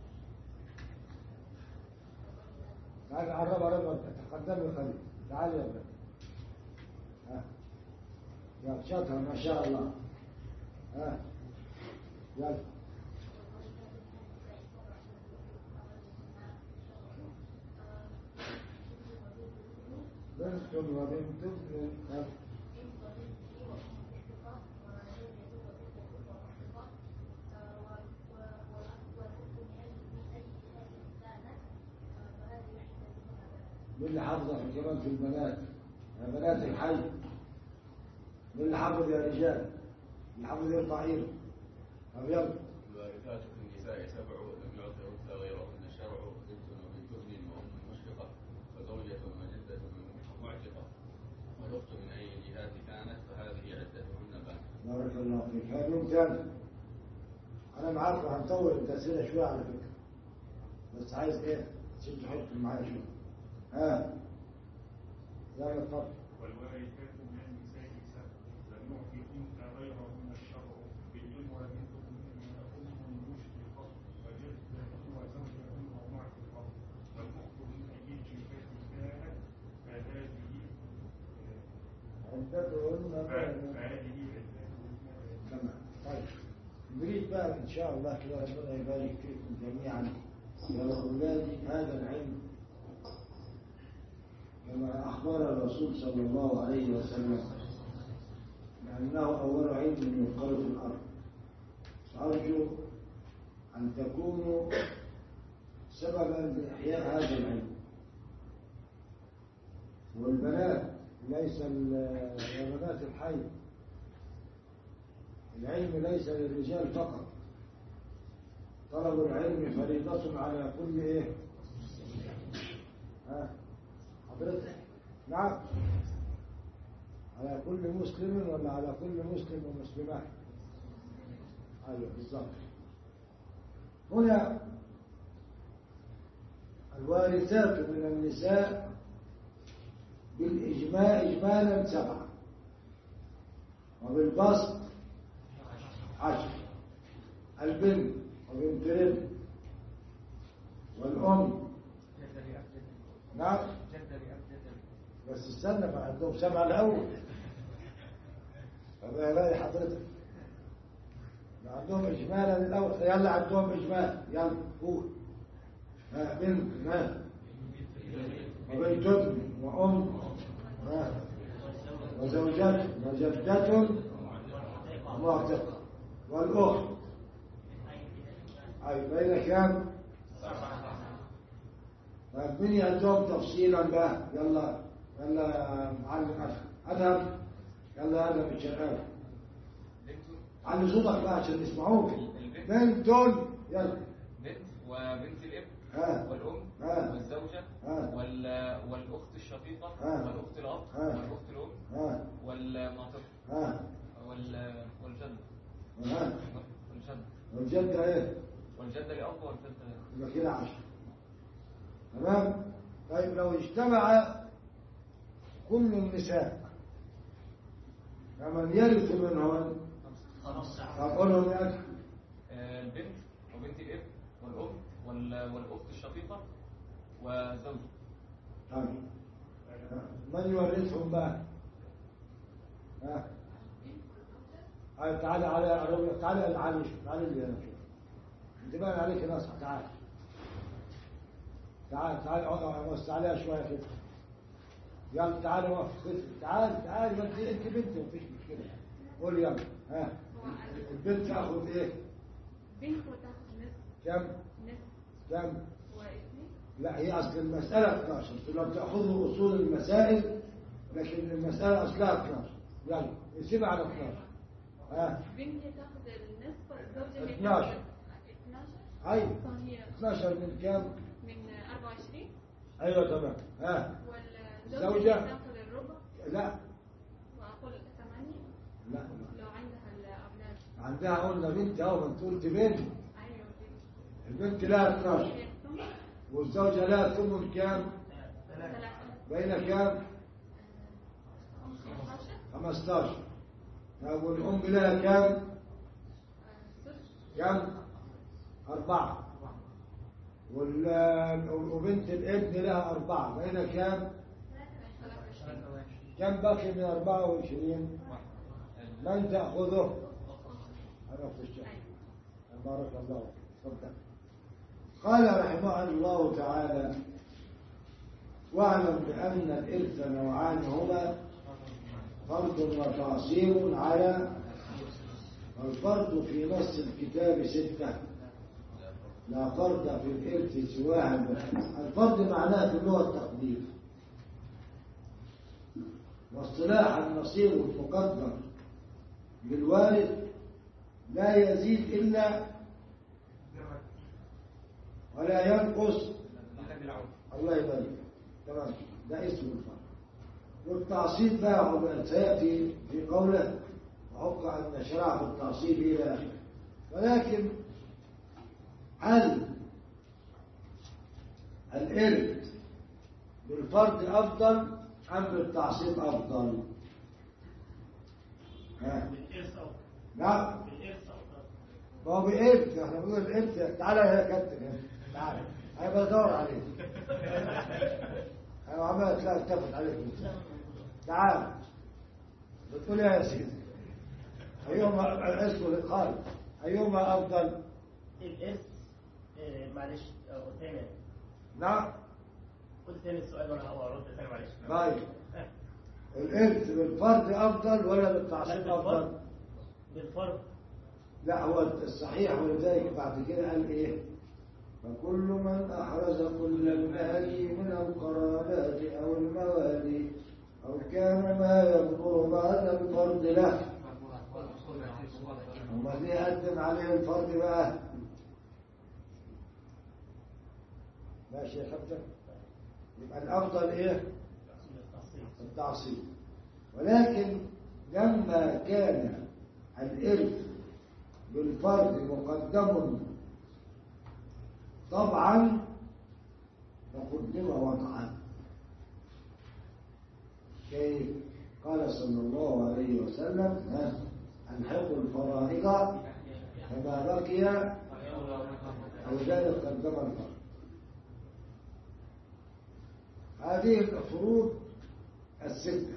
تعالي قرب قرب تقدمي خليل. تعالي يا ابني. ها. يلا شاطر ما شاء الله. ها. يلا. بنت وبنت ابن. مين اللي حافظ كمان في البنات؟ يا بنات الحي، مين اللي حافظ يا رجال؟ اللي حافظ يرفع ايده. طب يلا.
الوارثات في النساء سبع لم يعط انثى غيرهن الشرع، بنت وبنت ابن وام مشفقه وزوجة وجدة معتقه والاخت من اي جهات كانت فهذه عدتهن بان.
بارك الله فيك. هذا يوم ثاني. انا معاك وهنطول التسهيل شويه على فكره، بس عايز ايه؟ تشد حط معايا شويه. ها يلا اتفضل.
والوارثات من النساء سبع لم يعط انثى غيرهن الشرع، بنت وبنت ام مشفقه وجدة وزوجة ومعتقه والاخت من اي جهات كانت فهذه
عدتهن
فهذه
تمام. طيب نريد بقى ان شاء الله كده ربنا يبارك فيكم جميعا يا اولادي هذا العلم كما اخبر الرسول صلى الله عليه وسلم لانه اول علم يقال في الارض. ارجو ان تكونوا سببا لاحياء هذا العلم. والبنات ليس يا بنات الحي، العلم ليس للرجال فقط، طلب العلم فريضة على كل ايه؟ ها حضرتك؟ نعم، على كل مسلم ولا على كل مسلم ومسلمات؟ ايوه بالظبط. هنا الوارثات من النساء بالإجماع إجمالا سبعة وبالبسط عشر. البنت وبنت الابن والأم. نعم بس استنى ما عندهم سبعة الأول. هذا يلاقي حضرتك ما عندهم إجمالا الأول. يلا عندهم إجمال. يلا قول. ها بنت ها وبنت ابن وأم ها وزوجة وجدة ومعتقة والأخت. أي بين كام؟ طيب مين يعطيهم تفصيلا بقى؟ يلا يلا معلم أدهم. يلا أدهم الشغال. علي صوتك بقى عشان يسمعوك. بنت يلا.
بنت وبنت الابن
ها
والأم
ها
والزوجة
ها
وال والأخت الشقيقة
ها
والأخت الأب
ها
والأخت الأم
ها
والمعتقة
ها
وال والجد
ها
والجد
والجدة ايه؟
والجدة لأب والجدة
يبقى كده عشرة. تمام؟ طيب لو اجتمع كل النساء فمن يرث منهن فقولهم يا أخي.
البنت وبنت الابن والأم وال والأخت الشقيقة وزوجة.
طيب من يورثهم بقى؟ ها؟ تعالى على تعالى على تعالى اللي انا اشوف. انت بقى عليك نصح. تعال تعال تعال اوسع عليها شويه كده. يلا تعال وقف. تعال تعال ما انت انت بنت مفيش مشكله. قول يلا. ها البنت تاخذ ايه؟
بنت وتاخذ نصف.
كم؟
نصف.
كم؟
واثنين.
لا هي اصل المساله اثناشر. لو تاخذوا اصول المسائل لكن المساله اصلها اثناشر. يلا سيبها على اثناشر. ها
بنتي تاخذ النصف. زوجتي
اثناشر.
اثناشر.
ايوه
فهي
اثناشر من كم؟
من أربعة وعشرين.
ايوه تمام. ها
والزوجة
الزوجة
تاخذ الربع.
لا
واقول ثمانية.
لا
لو عندها الأولاد.
عندها قلنا بنت اهو. ما انت قلت بنت.
أيوة بنت.
البنت لها اثناشر
هي الثمن.
والزوجة لها ثمن كام؟
ثلاثة.
بين كام؟
خمستاشر.
خمستاشر. طيب والأم لها كام؟ كام؟ أربعة. وال- وبنت الابن لها أربعة. بين كام؟ كم بقي من أربعة وعشرين؟ من تأخذه؟ أنا في الشهر. بارك الله فيك. تفضل. قال رحمه الله تعالى واعلم بأن الإرث نوعان هما فرض وتعصيب على الفرض في نص الكتاب ستة لا فرض في الإرث سواها. الفرض معناه في اللغة التقدير، واصطلاح النصيب المقدر للوارث لا يزيد إلا ولا ينقص. الله يبارك. تمام، ده اسم الفرض. والتعصيب بقى سيأتي في قوله وحق أن شرع في التعصيب إلى آخره. ولكن هل الإرث بالفرض أفضل أم بالتعصيب أفضل؟ ها؟
بالإرث أفضل.
نعم،
بالإرث أفضل.
ما هو بإرث، احنا بنقول الإرث. تعالى يا كابتن، تعالى أنا بدور عليك. أنا عمال تلاقي اتفق عليك. تعال بتقول يا سيدي أيهما اسمه الإدخال أيهما أفضل؟
الإرث آه، معلش أو تاني.
نعم،
قلت تاني السؤال وأنا هرد تاني معلش.
طيب الإرث بالفرض أفضل ولا بالتعصيب
لا، بالفرض.
أفضل؟
بالفرض.
لا، هو الصحيح، ولذلك بعد كده قال إيه؟ فكل من أحرز كل المال من القرابات أو الموالي أو كان ما يبطل بعد الفرض له. أما ليه قدم عليه الفرض بقى؟ ماشي يا كابتن؟ يبقى الأفضل إيه؟ التعصيب. ولكن لما كان الإرث بالفرض مقدم طبعا فقدم وضعا. كيف؟ قال صلى الله عليه وسلم ألحقوا الفرائض فما بقي أو ذلك قدم الفرض. هذه الفروض الستة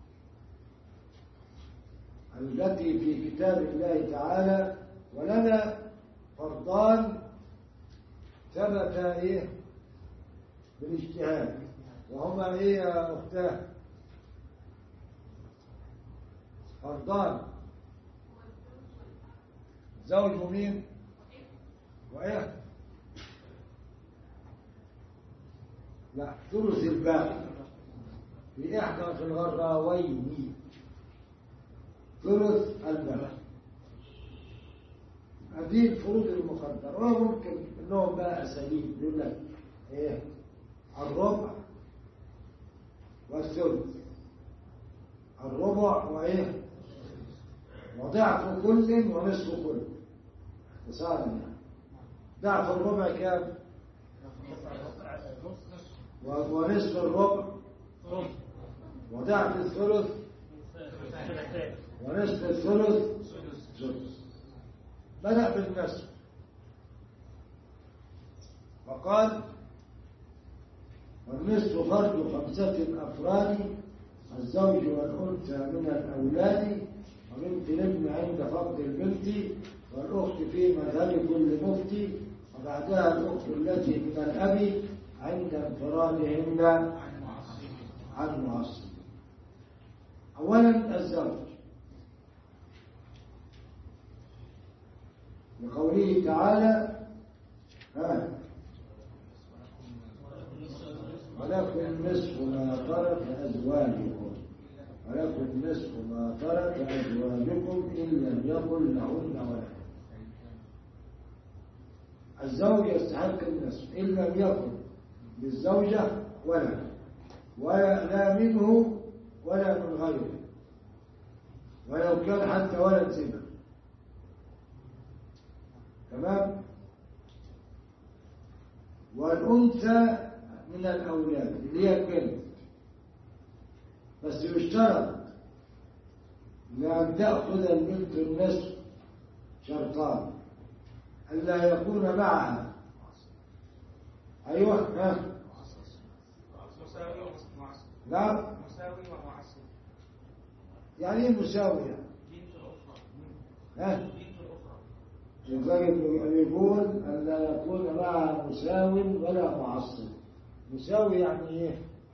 التي في كتاب الله تعالى، ولنا فرضان ثبتا ايه بالاجتهاد، وهما ايه يا اختاه؟ فرضان زوج ومين وايه؟ لا، ثلث الباقي في احدى في الغراوين، ثلث الباقي. هذه الفروض المقدرة. وممكن انهم بقى اساليب يقول لك ايه؟ الربع والثلث، الربع وايه؟ وضعف كل ونصف كل. اختصارا يعني ضعف الربع كام؟ ونصف الربع، وضعف الثلث ونصف الثلث ثلث. بدأ بالنصف فقال والنصف فرض خمسة أفراد الزوج والأنثى من الأولاد وبنت الابن عند فقد البنت والأخت في مذهب كل مفتي وبعدها الأخت التي من الأب عند انفرادهن عن معصب. أولا الزوج لقوله تعالى ها ولكم نصف ما ترك أزواجكم ولكم نصف ما ترك أزواجكم إن لم يكن لهن ولد. الزوج يستحق النصف إن لم يكن للزوجة ولد، ولا منه ولا من غيره، ولو كان حتى ولد زنا. تمام؟ والأنثى من الأولاد اللي هي البنت، بس يشترط لأن تأخذ البنت النصف شرطان: ألا يكون معها أيوة ها
مساوي ومعصب.
لا،
مساوي ومعصب.
يعني ايه مساوية؟
بنت الأخرى.
ها؟
بنت الأخرى.
لذلك يقول أن لا يكون معها مساو ولا معصب. مساوي يعني ايه؟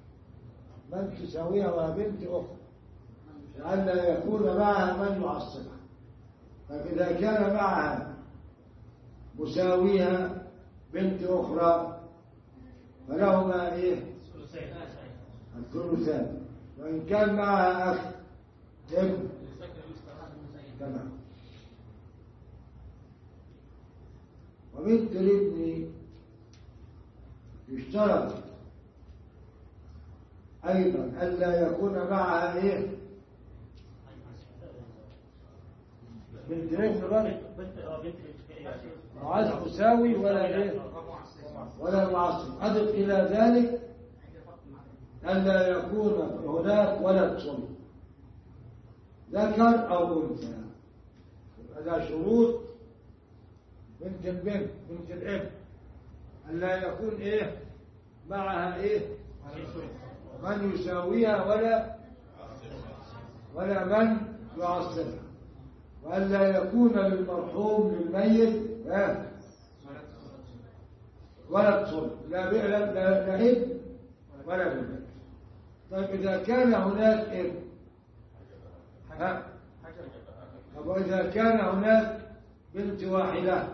من تساويها ولا بنت أخرى، لئلا يكون معها من يعصبها. فإذا كان معها مساويها بنت أخرى فلهما إيه؟ الثلثان. وإن كان معها أخ ابن تمام. وبنت الابن يشترط أيضا ألا يكون معها إيه؟ بنت الابن غير معاذ مساوي ولا إيه؟ ولا معصب. أضف إلى ذلك ألا يكون هناك ولد صلب ذكر أو أنثى. هذا شروط بنت البنت بنت الابن ألا يكون إيه معها إيه من يساويها ولا ولا من يعصبها، وألا يكون للمرحوم للميت ولد صلب لا لا لا ابن ولا بنت. طيب إذا كان هناك ابن ها طب وإذا كان هناك بنت واحدة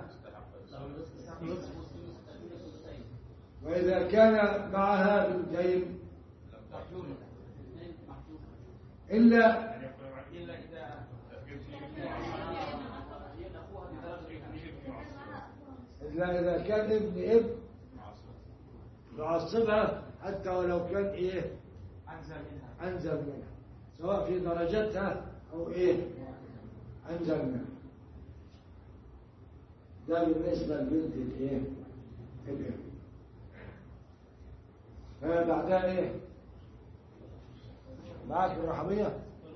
وإذا كان معها بنتين إلا إلا إذا كان ابن ابن يعصبها حتى ولو كان إيه أنزل منها سواء في درجتها أو إيه أنزل منها. ده بالنسبة لبنت الإيه الابن. فبعدها إيه معك الرحمية.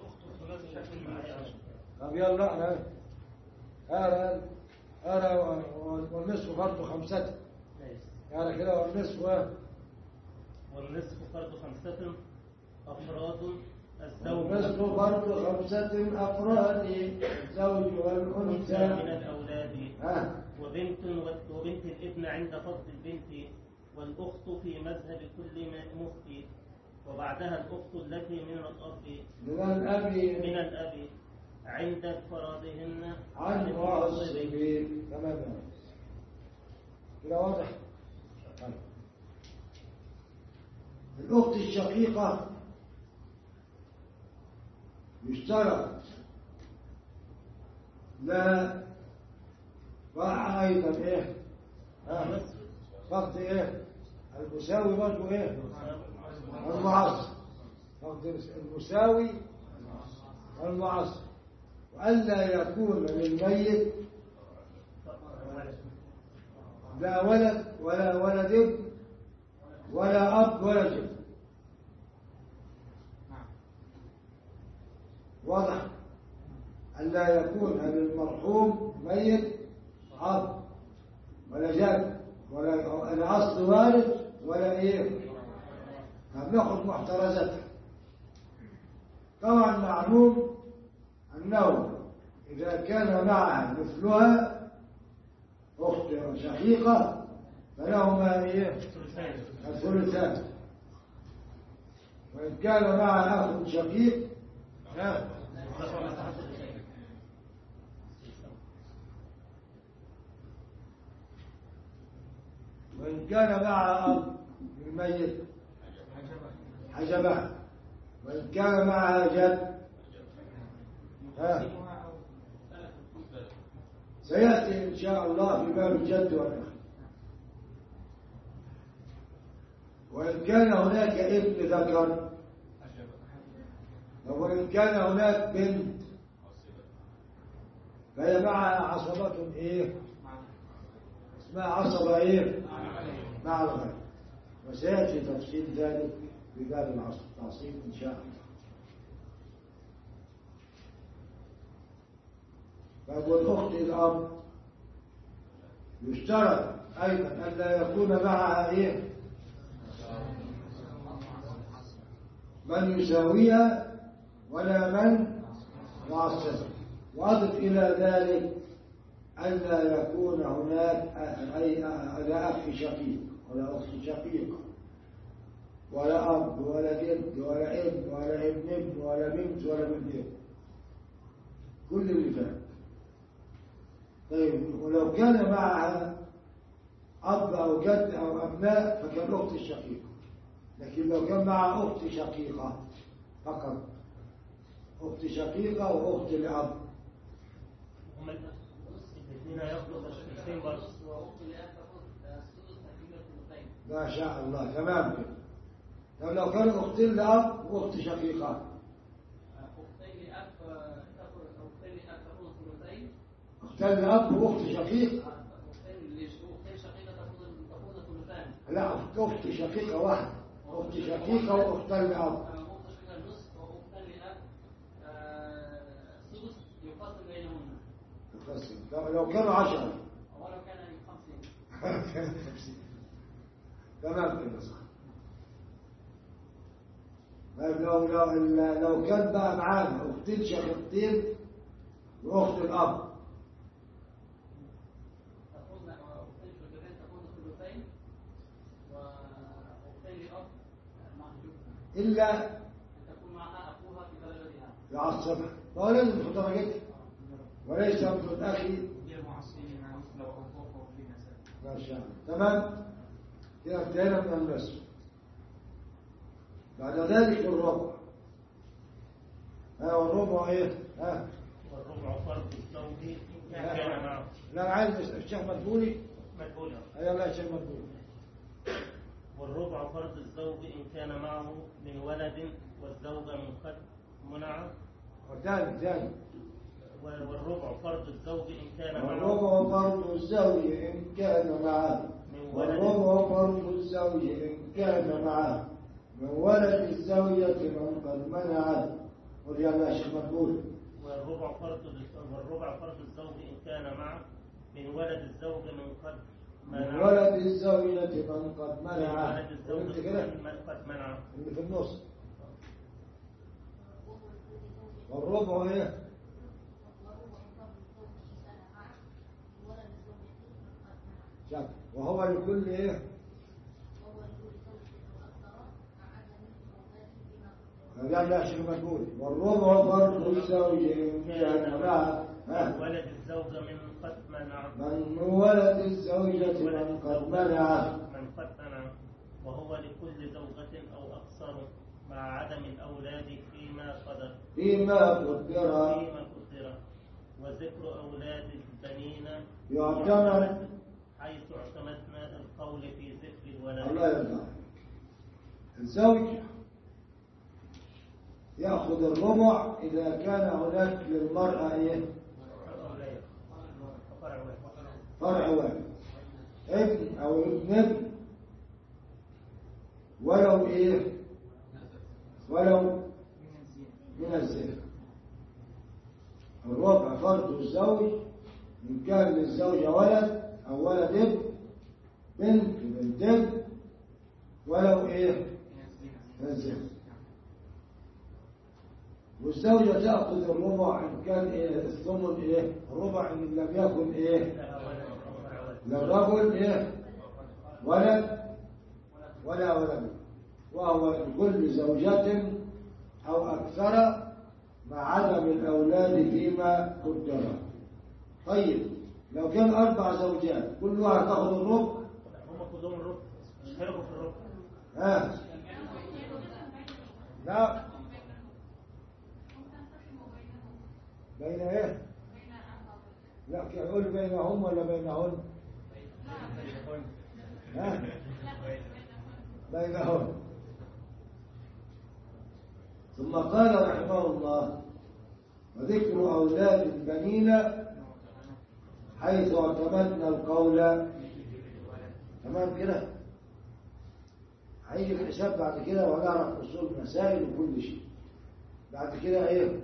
طب يلا أنا أنا أنا والنصف برضه خمسة يعني كده والنصف
والنصف فرض خمسة أفراد الزوج
والنصف برضه خمسة أفراد الزوج والأنثى
من الأولاد
ها
وبنت وبنت الابن عند فضل البنت والأخت في مذهب كل مفتي وبعدها الأخت التي من الأب
من الأب
من الأب عند انفرادهن
عن العصبين. تمام كده واضح. طيب. الأخت الشقيقة يشترط لا راح أيضا إيه ها فقط إيه المساوي برضه إيه المعصب. فقط المساوي والمعصب. وألا يكون للميت لا ولد ولا ولد ابن ولا أب ولا جد. واضح. ألا يكون للمرحوم ميت أب ولا جد ولا الأصل وارث ولا إيه. فبناخد محترزاتها. طبعا معلوم أنه إذا كان معها مثلها أخت شقيقة فلهما إيه الثلثان. وإن كان معها أخ شقيق ها وإن كان معها أب للميت حجبها. وإن كان معها جد ها سيأتي إن شاء الله في باب الجد والأخ. وإن كان هناك ابن ذكر وإن كان هناك بنت فهي معها عصبة إيه اسمها عصبة إيه مع الغير. وسيأتي تفصيل ذلك في باب التعصيب إن شاء الله. فأبو الأخت الأب يشترط أيضا أن لا يكون معها إيه من يساويها ولا من يعصبها. وأضف إلى ذلك أن لا يكون هناك أي لا أخ شقيق ولا أخت شقيقة
ولا أب ولا جد ولا ابن ولا ابن ابن ولا بنت ولا بنت ابن، كل اللي فات. طيب ولو كان معها أب أو جد أو أبناء فكان أخت الشقيقة، لكن لو كان معها أخت شقيقة فقط، أخت شقيقة وأخت الأب،
هم الاثنين هياخدوا الثلثين برضه.
ما شاء الله، تمام كده. طب لو كانوا أختين لأب وأخت شقيقة،
أختين لأب تأخذ أختين لأب تأخذ الثلثين.
أختين لأب وأخت شقيقة.
أختين ليش؟ أختين شقيقة تأخذ تأخذ الثلثان.
لا، أخت شقيقة واحدة، أخت شقيقة وأختين لأب.
أخت شقيقة النصف وأختين لأب سدس يقسم بينهن.
يقسم. لو كانوا عشرة.
ولو كان خمسين.
تمام كده صح. طيب لو لو لو كان بقى معانا اختين شقيقتين واخت الاب،
تكون اختين شقيقتين تكون الثلثين واختين لاب محجوب
الا
تكون معها اخوها في درجتها.
يعصبها، فهو لازم في درجتها وليس ابن اخي. ما شاء الله، تمام كده انتهينا من النصف. بعد ذلك الربع. ها والربع ايه؟ ها
والربع فرض الزوج إن كان معه.
لا انا عايز الشيخ مدبولي.
مدبولي.
يلا يا شيخ مدبولي.
والربع فرض الزوج إن كان معه من ولد والزوجة قد منع.
وثاني ثاني.
والربع فرض الزوج إن كان معه.
والربع فرض الزوج إن كان معه. والربع فرض الزوج إن كان معه من ولد الزوجة من قد منعه. قل يا شيخ مدبولي.
والربع فرض والربع فرض الزوج إن كان معه من ولد الزوجة من قد منع.
من ولد الزوجة من قد منعه.
من ولد الزوجة من قد منعه.
اللي في النص. والربع ايه؟ شك. وهو لكل ايه؟ لا لا شيخ مدبولي. والربع فرض الزوج إن كان معه
من ولد الزوجة من قد منع.
من ولد الزوجة من قد منعه.
من قد منع. وهو لكل زوجة أو أكثر مع عدم الأولاد فيما قدر.
فيما قدر.
فيما قدر. وذكر أولاد البنين
يعتمد
حيث اعتمدنا القول في ذكر الولد.
الله يرضى. الزوج يأخذ الربع إذا كان هناك للمرأة إيه؟ فرع واحد، ابن أو ابن ابن، ولو إيه؟ ولو من الزنا. الربع فرض الزوج إن كان للزوجة ولد أو ولد ابن، بنت بنت ابن، ولو إيه؟ من الزنا. والزوجة تأخذ الربع إن كان إيه؟ الثمن إيه؟ الربع إن لم يكن إيه؟ للرجل إيه؟ ولد ولا ولد، وهو لكل زوجة أو أكثر مع عدم الأولاد فيما قدر. طيب لو كان أربع زوجات كل واحد تأخذ الربع.
هم كلهم الربع، اشتركوا في الربع.
ها؟ لا. بين ايه؟ لا يقول بينهم ولا بينهن؟ ها؟ بينهن. ثم قال رحمه الله: وذكر أولاد البنين حيث اعتمدنا القول. تمام كده؟ هيجي في الحساب بعد كده ونعرف أصول المسائل وكل شيء. بعد كده ايه؟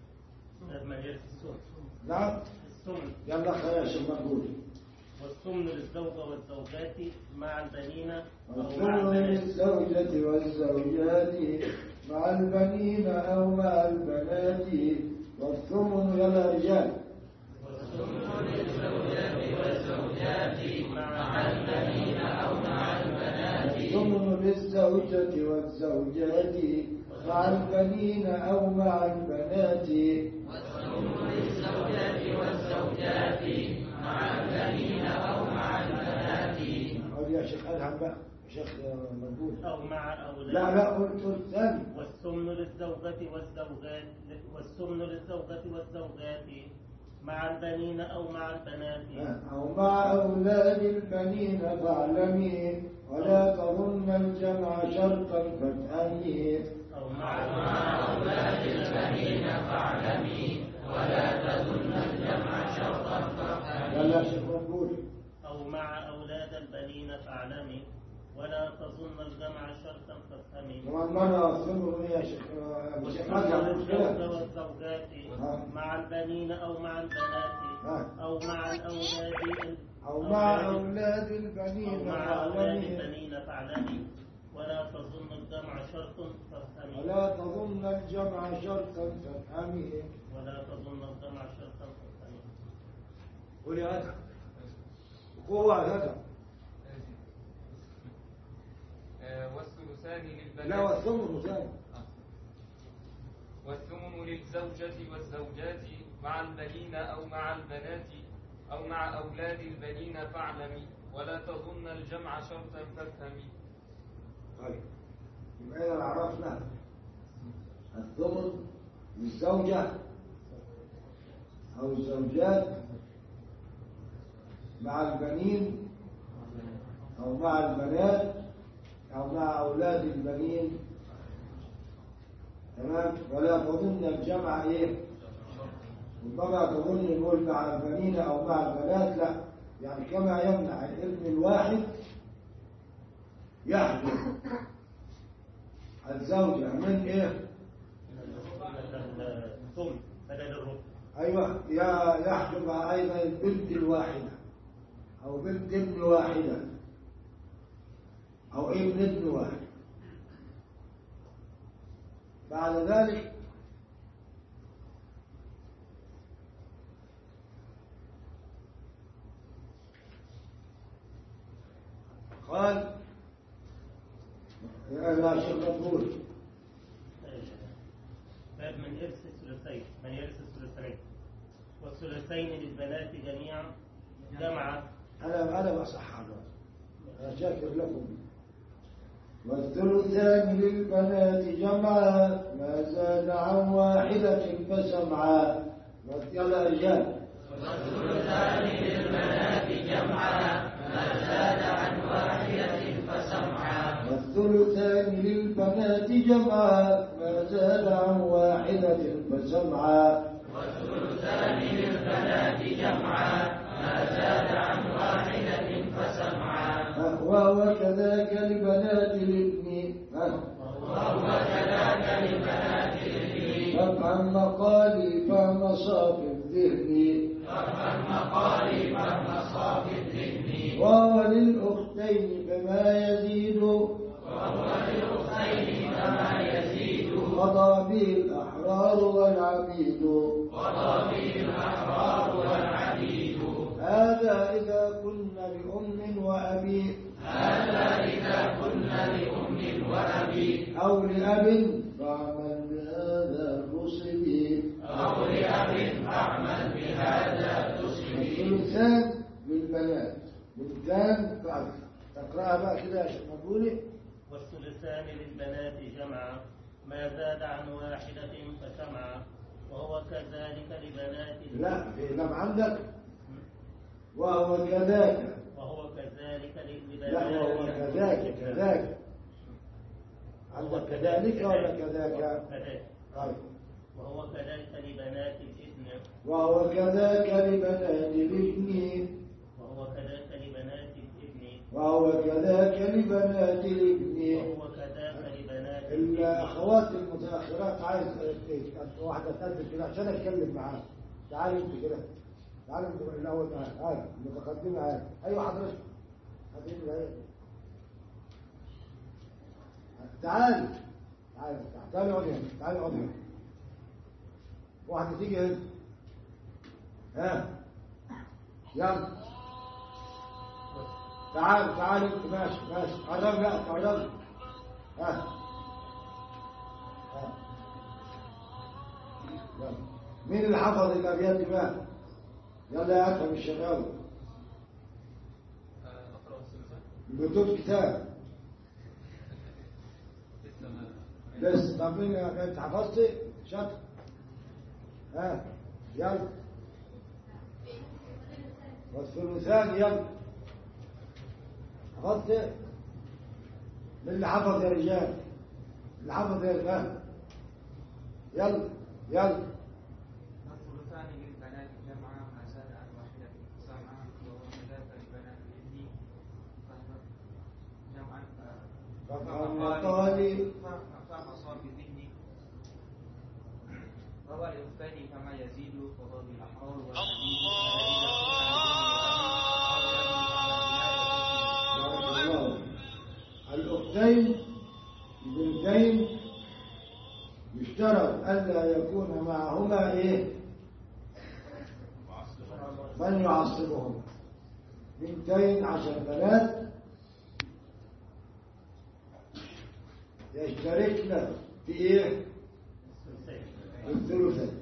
نعم.
الثمن.
يلا خير يا شيخ مقبول.
والثمن للزوجة والزوجات مع البنين
والثمن للزوجة والزوجات مع البنين أو مع البنات. والثمن يلا رجال.
والثمن للزوجة والزوجات مع البنين أو مع البنات.
والثمن للزوجة
للزوجة والزوجات مع البنين أو مع البنات.
والثمن للزوجة والزوجات مع البنين أو مع البنات.
قول يا شيخ أدهم بقى شيخ مردود.
أو مع أولاد.
لا لا قلت الثاني.
والثمن للزوجة والزوجات والثمن للزوجة والزوجات مع البنين أو مع البنات.
أو مع أولاد البنين فاعلمي ولا تظن الجمع شرطا فافهمي.
أو مع
أولاد البنين فاعلمي ولا تظن الجمع شرطا فافهمي.
لا شيخ مردود.
أو مع أولاد البنين فاعلمي ولا تظن الجمع شرطا فافهمي.
كمان مرة أصلوا يا شيخ شيخ
الزوجة والزوجات مع البنين أو مع البنات أو مع الأولاد
أو مع أولاد البنين
أو مع أولاد البنين فاعلمي ولا تظن الجمع شرطا فافهمي.
ولا تظن الجمع شرطا فافهمي.
ولا تظن الجمع شرطا فافهمي.
قولي هذا قوة هذا.
والثلثان للبنات.
لا والثمن ثاني.
والثمن للزوجة والزوجات مع البنين أو مع البنات أو مع أولاد البنين فاعلمي ولا تظن الجمع شرطا فافهمي.
طيب يبقى إذا عرفنا الثمن للزوجة أو الزوجات مع البنين أو مع البنات أو مع أولاد البنين. تمام. ولا تظن الجمع إيه؟ ربما تظن نقول مع البنين أو مع البنات. لا يعني كما يمنع الابن الواحد يحجب الزوجة من إيه؟
الثمن بدل الربع.
أيوة يا يحجب أيضا البنت الواحدة أو بنت ابن واحدة أو ابن ابن واحد. بعد ذلك قال لا شيخ مقبول
باب من إرث الثلثين من يرث الثلثين والثلثين للبنات جميعا جمعا.
أنا أنا بصح هذا أنا شاكر لكم. والثلثان للبنات جمعا ما زاد عن واحدة فسمعا. يلا رجال.
والثلثان للبنات جمعا ما زاد عن واحدة فسمعا.
والثلثان للبنات جمعا ما زاد عن واحدة فسمعا.
والثلثان للبنات جمعا ما زاد عن واحدة فسمعا.
وهو كذاك لبنات الابن.
وهو كذاك لبنات الابن.
فافهم مقالي فهم صافي الذهن.
فافهم مقالي فهم صافي الذهن.
وهو للأختين فما يزيد.
وهو للأختين فما يزيد.
قضى به الأحرار والعبيد.
قضى به الأحرار والعبيد.
هذا إذا كنا لأم وأبي.
هذا إذا كنا لأم وأبي.
أو لأب فاعمل بهذا تصبي.
أو لأب فاعمل بهذا تصبي.
الثلثان للبنات بنتان فأكثر. تقرأها بقى كده يا شيخ مقبولي.
والثلثان للبنات جمعا ما زاد عن واحدة فسمعا. وهو كذلك لبنات.
لا في إمام عندك وهو كذاك.
وهو كذلك لبنات.
لا وهو كذاك كذاك عندك كذلك ولا كذاك؟
كذاك.
طيب.
وهو كذلك لبنات الابن.
وهو كذاك لبنات الابن.
وهو كذاك لبنات الابن.
وهو كذاك لبنات الابن.
وهو كذاك لبنات
الأخوات المتأخرات عايز واحدة تنزل كده عشان أتكلم معاها. تعالي أنت كده. تعالي أنت الأول معاها. هاي المتقدمة هاي. أيوة حضرتك. هذه هي. تعالي. تعالي تعالي اقعدي هنا. تعالي اقعدي هنا. واحدة تيجي هنا. ها. يلا. تعالي تعالي انت ماشي ماشي. قرب لا قرب.
ها ها يلا. مين اللي حفظ الأبيات دي بقى؟ يلا يا أكرم الشغاوي بتوب كتاب لسه. طب مين انت حفظتي؟ شاطر. ها يلا والثلثان يلا حفظت؟ من اللي حفظ يا رجال؟ اللي حفظ يا رجال يلا يلا.
الثلثان للبنات جمعا ما زاد عن واحدة سمعا وهو ثلاث البنات لابني جمعا
فقال
فما صار بذهني روى الأختين فما يزيد فضل الأحرار
الأختين البنتين يشترط ألا يكون معهما إيه؟ من يعصبهم. بنتين عشر بنات يشتركن في إيه؟ في الثلثين.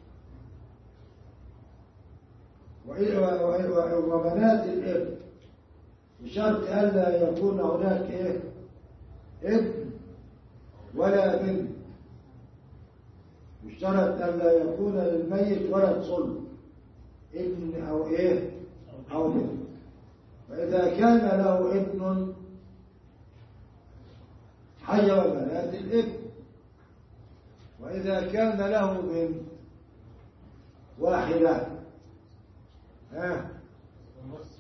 وبنات الابن بشرط ألا يكون هناك إيه؟ ابن ولا بنت. يشترط ألا يكون للميت ولد صلب ابن أو إيه؟ أو بنت. فإذا كان له ابن حجب بنات الابن، وإذا كان له بنت واحدة ها
النص.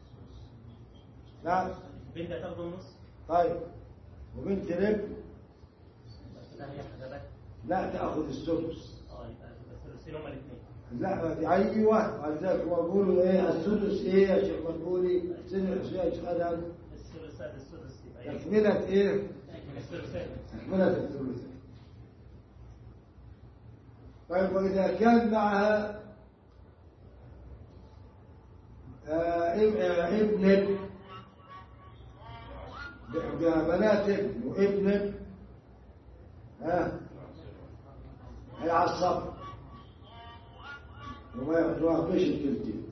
نعم
بنت تاخد النص.
طيب وبنت الابن
لا هي حسابات.
لا تأخذ السدس.
اه يبقى الثلثين هما الاثنين.
لا دي ايوه ولذلك هو بيقولوا ايه السدس ايه يا شيخ مدبولي سنة يا شيخ ادم
الثلثات السدس يبقى
تكملة ايه؟
الثلثين.
تكملة الثلث. طيب وإذا كان معها آه ابن بنات ابن وابن ها هيعصب وما ياخدوهاش التلتين.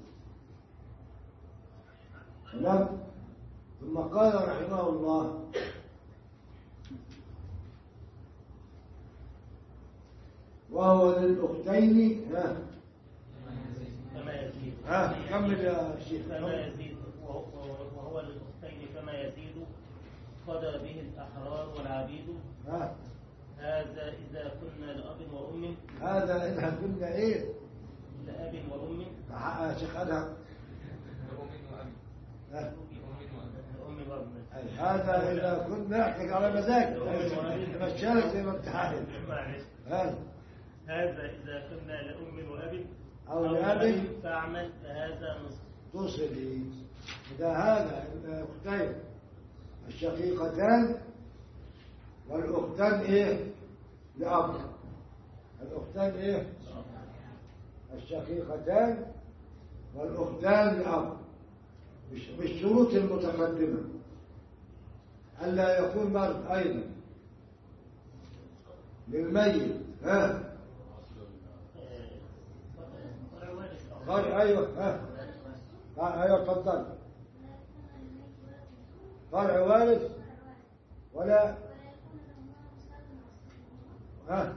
تمام. ثم قال رحمه الله وهو للأختين ها
كما يزيد.
ها كمل يا شيخ.
كما يزيد وهو للأختين كما يزيد قضى به الأحرار والعبيد.
ها
هذا إذا كنا لأب وأم.
هذا إذا كنا إيه؟
لأب وأم.
يا شيخ أدهم
أم وأم.
هذا إذا كنا نحكي على مزاج مشارك زي ما امتحان.
هذا إذا كنا لأم وأب
أو لأب
فاعمل فهذا نصف.
تصلي إذا هذا الأختين الشقيقتان والأختان إيه؟ لأب. الأختان إيه؟ الشقيقتان والأختان لأب بالشروط المتقدمة. ألا يكون مرض أيضا للميت ها فرع أيوة ها أيوة تفضل. فرع وارث ولا ها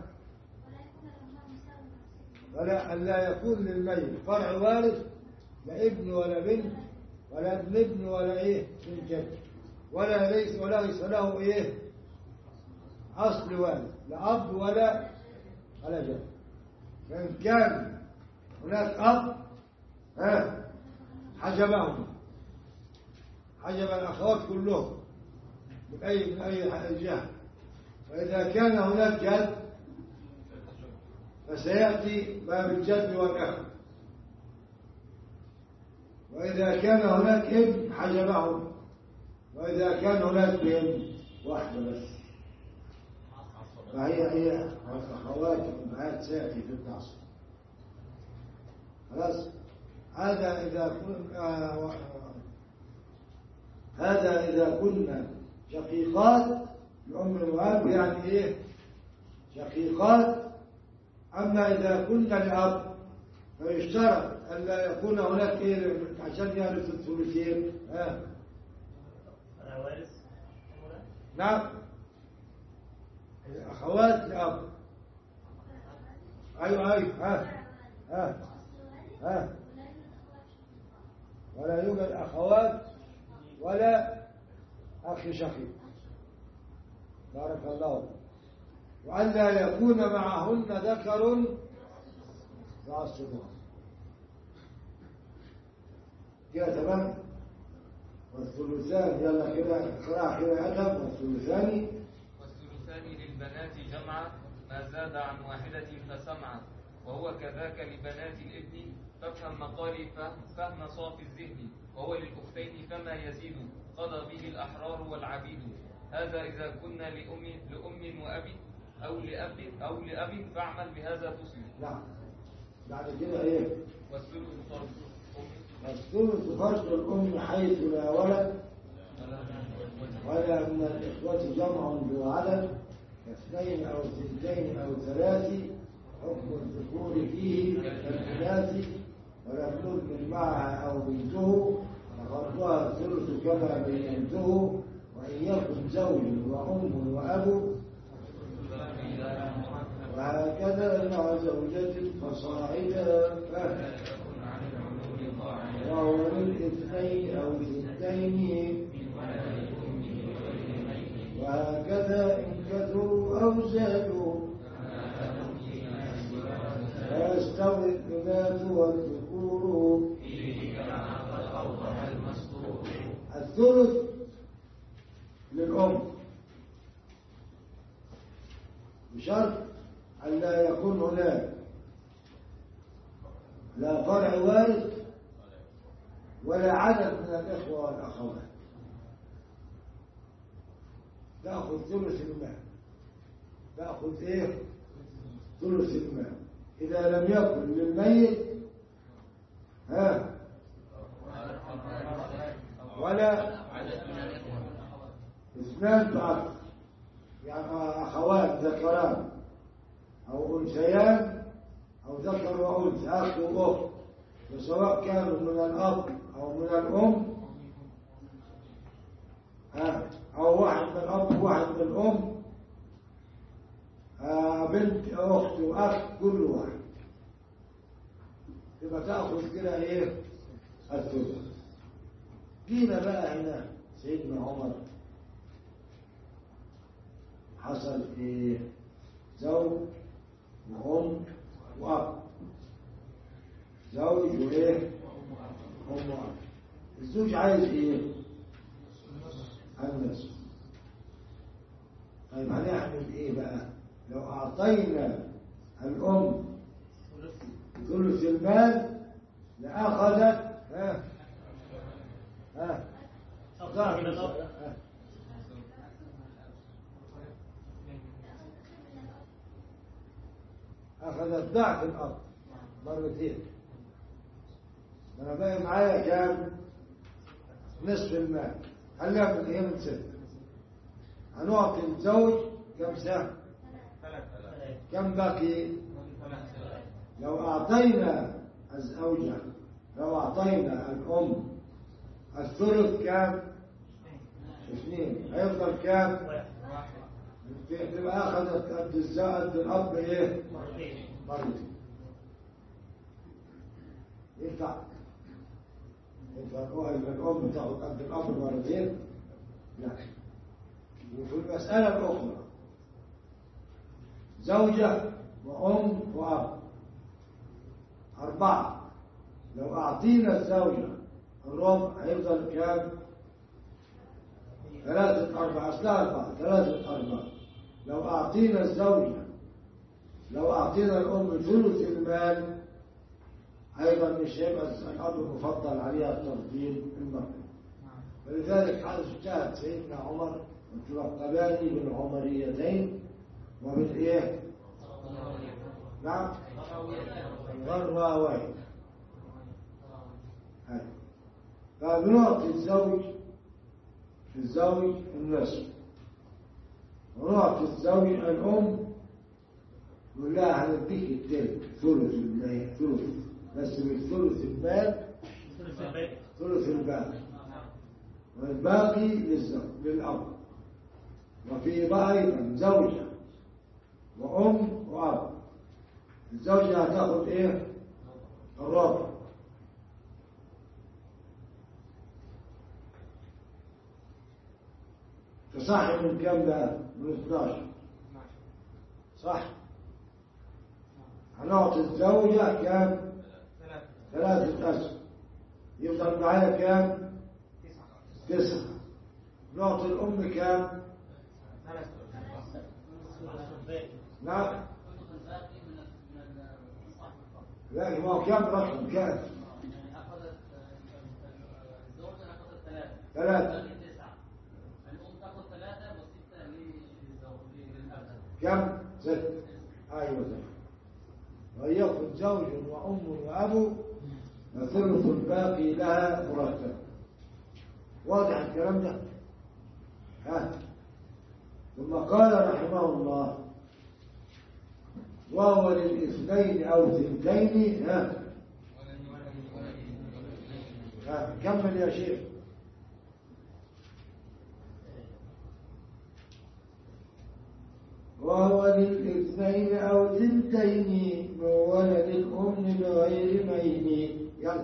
ولا ألا يكون للميت فرع وارث لا ابن ولا بنت ولا ابن ابن ولا ايه بنت ولا ليس ولا ليس له ايه اصل وارث لا اب ولا ولا جد. فان كان هناك اب ها حجبهم حجب الاخوات كلهم من اي من اي جهه. واذا كان هناك جد فسياتي باب الجد والاخ. وإذا كان هناك ابن حجبه. وإذا كان هناك ابن واحدة بس فهي هي أخوات وأمهات سيأتي في التعصب. خلاص. هذا إذا كن آه هذا إذا كنا شقيقات
الأم وأب يعني إيه؟ شقيقات. أما إذا كنا لأب فيشترط أن لا يكون هناك إيه عشان يرث الثلثين. ها
وارث.
نعم أخوات لأب. أيوة أيوة ها ها ها ولا يوجد أخوات ولا أخ شقيق. بارك الله. وأن لا يكون معهن ذكر فأصلها كده تمام. والثلثان يلا كده اقرأ كده أدب. والثلثان
والثلثان للبنات جمعا ما زاد عن واحدة فسمعا وهو كذاك لبنات الابن فافهم مقالي فهم, فهم صافي الذهن وهو للأختين فما يزيد قضى به الأحرار والعبيد. هذا إذا كنا لأم, لأم وأب أو لأب أو لأب فاعمل بهذا تسلم.
نعم. بعد كده إيه؟
والثلث فرض
والثلث فرض الأم حيث لا ولد ولا من الإخوة جمع ذو عدد كاثنين أو اثنتين أو ثلاث حكم الذكور فيه كالإناث ولم تكن معها أو بنته ففرضها الثلث كما بينته وإن يكن زوج وأم وأب وهكذا مع زوجة فصاعدا وهو للاثنين أو الاثنين وهكذا إن كثروا أو زادوا لا يستوي الإناث والذكور. الثلث للأم بشرط أن لا يكون هناك لا فرع وارث ولا عدد من الإخوة والأخوات. تأخذ ثلث المال. تأخذ إيه؟ ثلث المال. إذا لم يكن للميت ها ولا اثنان فأكثر يعني أخوات ذكران أو أنثيان أو ذكر وأنثى أخ وأخت وسواء كانوا من الأب أو من الأم ها أو واحد من الأب وواحد من الأم آه بنت أخت وأخ كل واحد يبقى تأخذ كده إيه الثلث. جينا بقى هنا سيدنا عمر حصل إيه زوج وأم وأب. زوج وإيه أم وأب. الزوج عايز إيه النصف. طيب هنعمل إيه بقى لو أعطينا الأم ثلث المال لأخذت ها ها ضعف الأب. أخذت ضعف الأب مرتين. أنا باقي معايا كام؟ نصف المال. خليها من إيه من ستة. هنعطي الزوج كم سهم؟ كم باقي؟ لو أعطينا الزوجة لو أعطينا الأم الثلث كام؟ اثنين. هيفضل كام؟ تبقى أخذت قد الزائد الأب إيه؟ مرتين. ينفع ينفع الأم تاخذ قد الأب مرتين؟ لا. وفي المسألة الأخرى زوجة وأم وأب أربعة. لو أعطينا الزوجة الربع هيفضل كام؟ ثلاثة أربعة. أصلها أربعة. ثلاثة أربعة. لو أعطينا الزوجة لو أعطينا الأم ثلث المال أيضا مش هيبقى الأب المفضل عليها التفضيل المرأة. ولذلك حدث اجتهد سيدنا عمر وتلقبان بالعمريتين وبالإيه؟ نعم ضراوين. فبنعطي الزوج الزوج النصف
ونعطي الزوج الأم نقول لها هنديك التلت ثلث المال ثلث بس بالثلث المال ثلث الباقي والباقي للزوج للأب وفي أيضا زوجة وأم وأب الزوجة هتاخد إيه؟ الرابع تصح من كام بقى؟ من اثناشر صح؟ هنعطي الزوجة كام؟ ثلاثة أسهم يفضل معايا كام؟ تسعة نعطي الأم كام؟ نعم لا ما هو كام رقم كام؟ ثلاثة كم؟ ستة أيوة ويأخذ زوج وأم وأبو وثلث الباقي لها مرتب واضح الكلام ده؟ ها ثم قال رحمه الله وهو للاثنين أو ثنتين ها ها كمل يا شيخ وهو للاثنين أو ثنتين من ولد الأم بغير مين يلا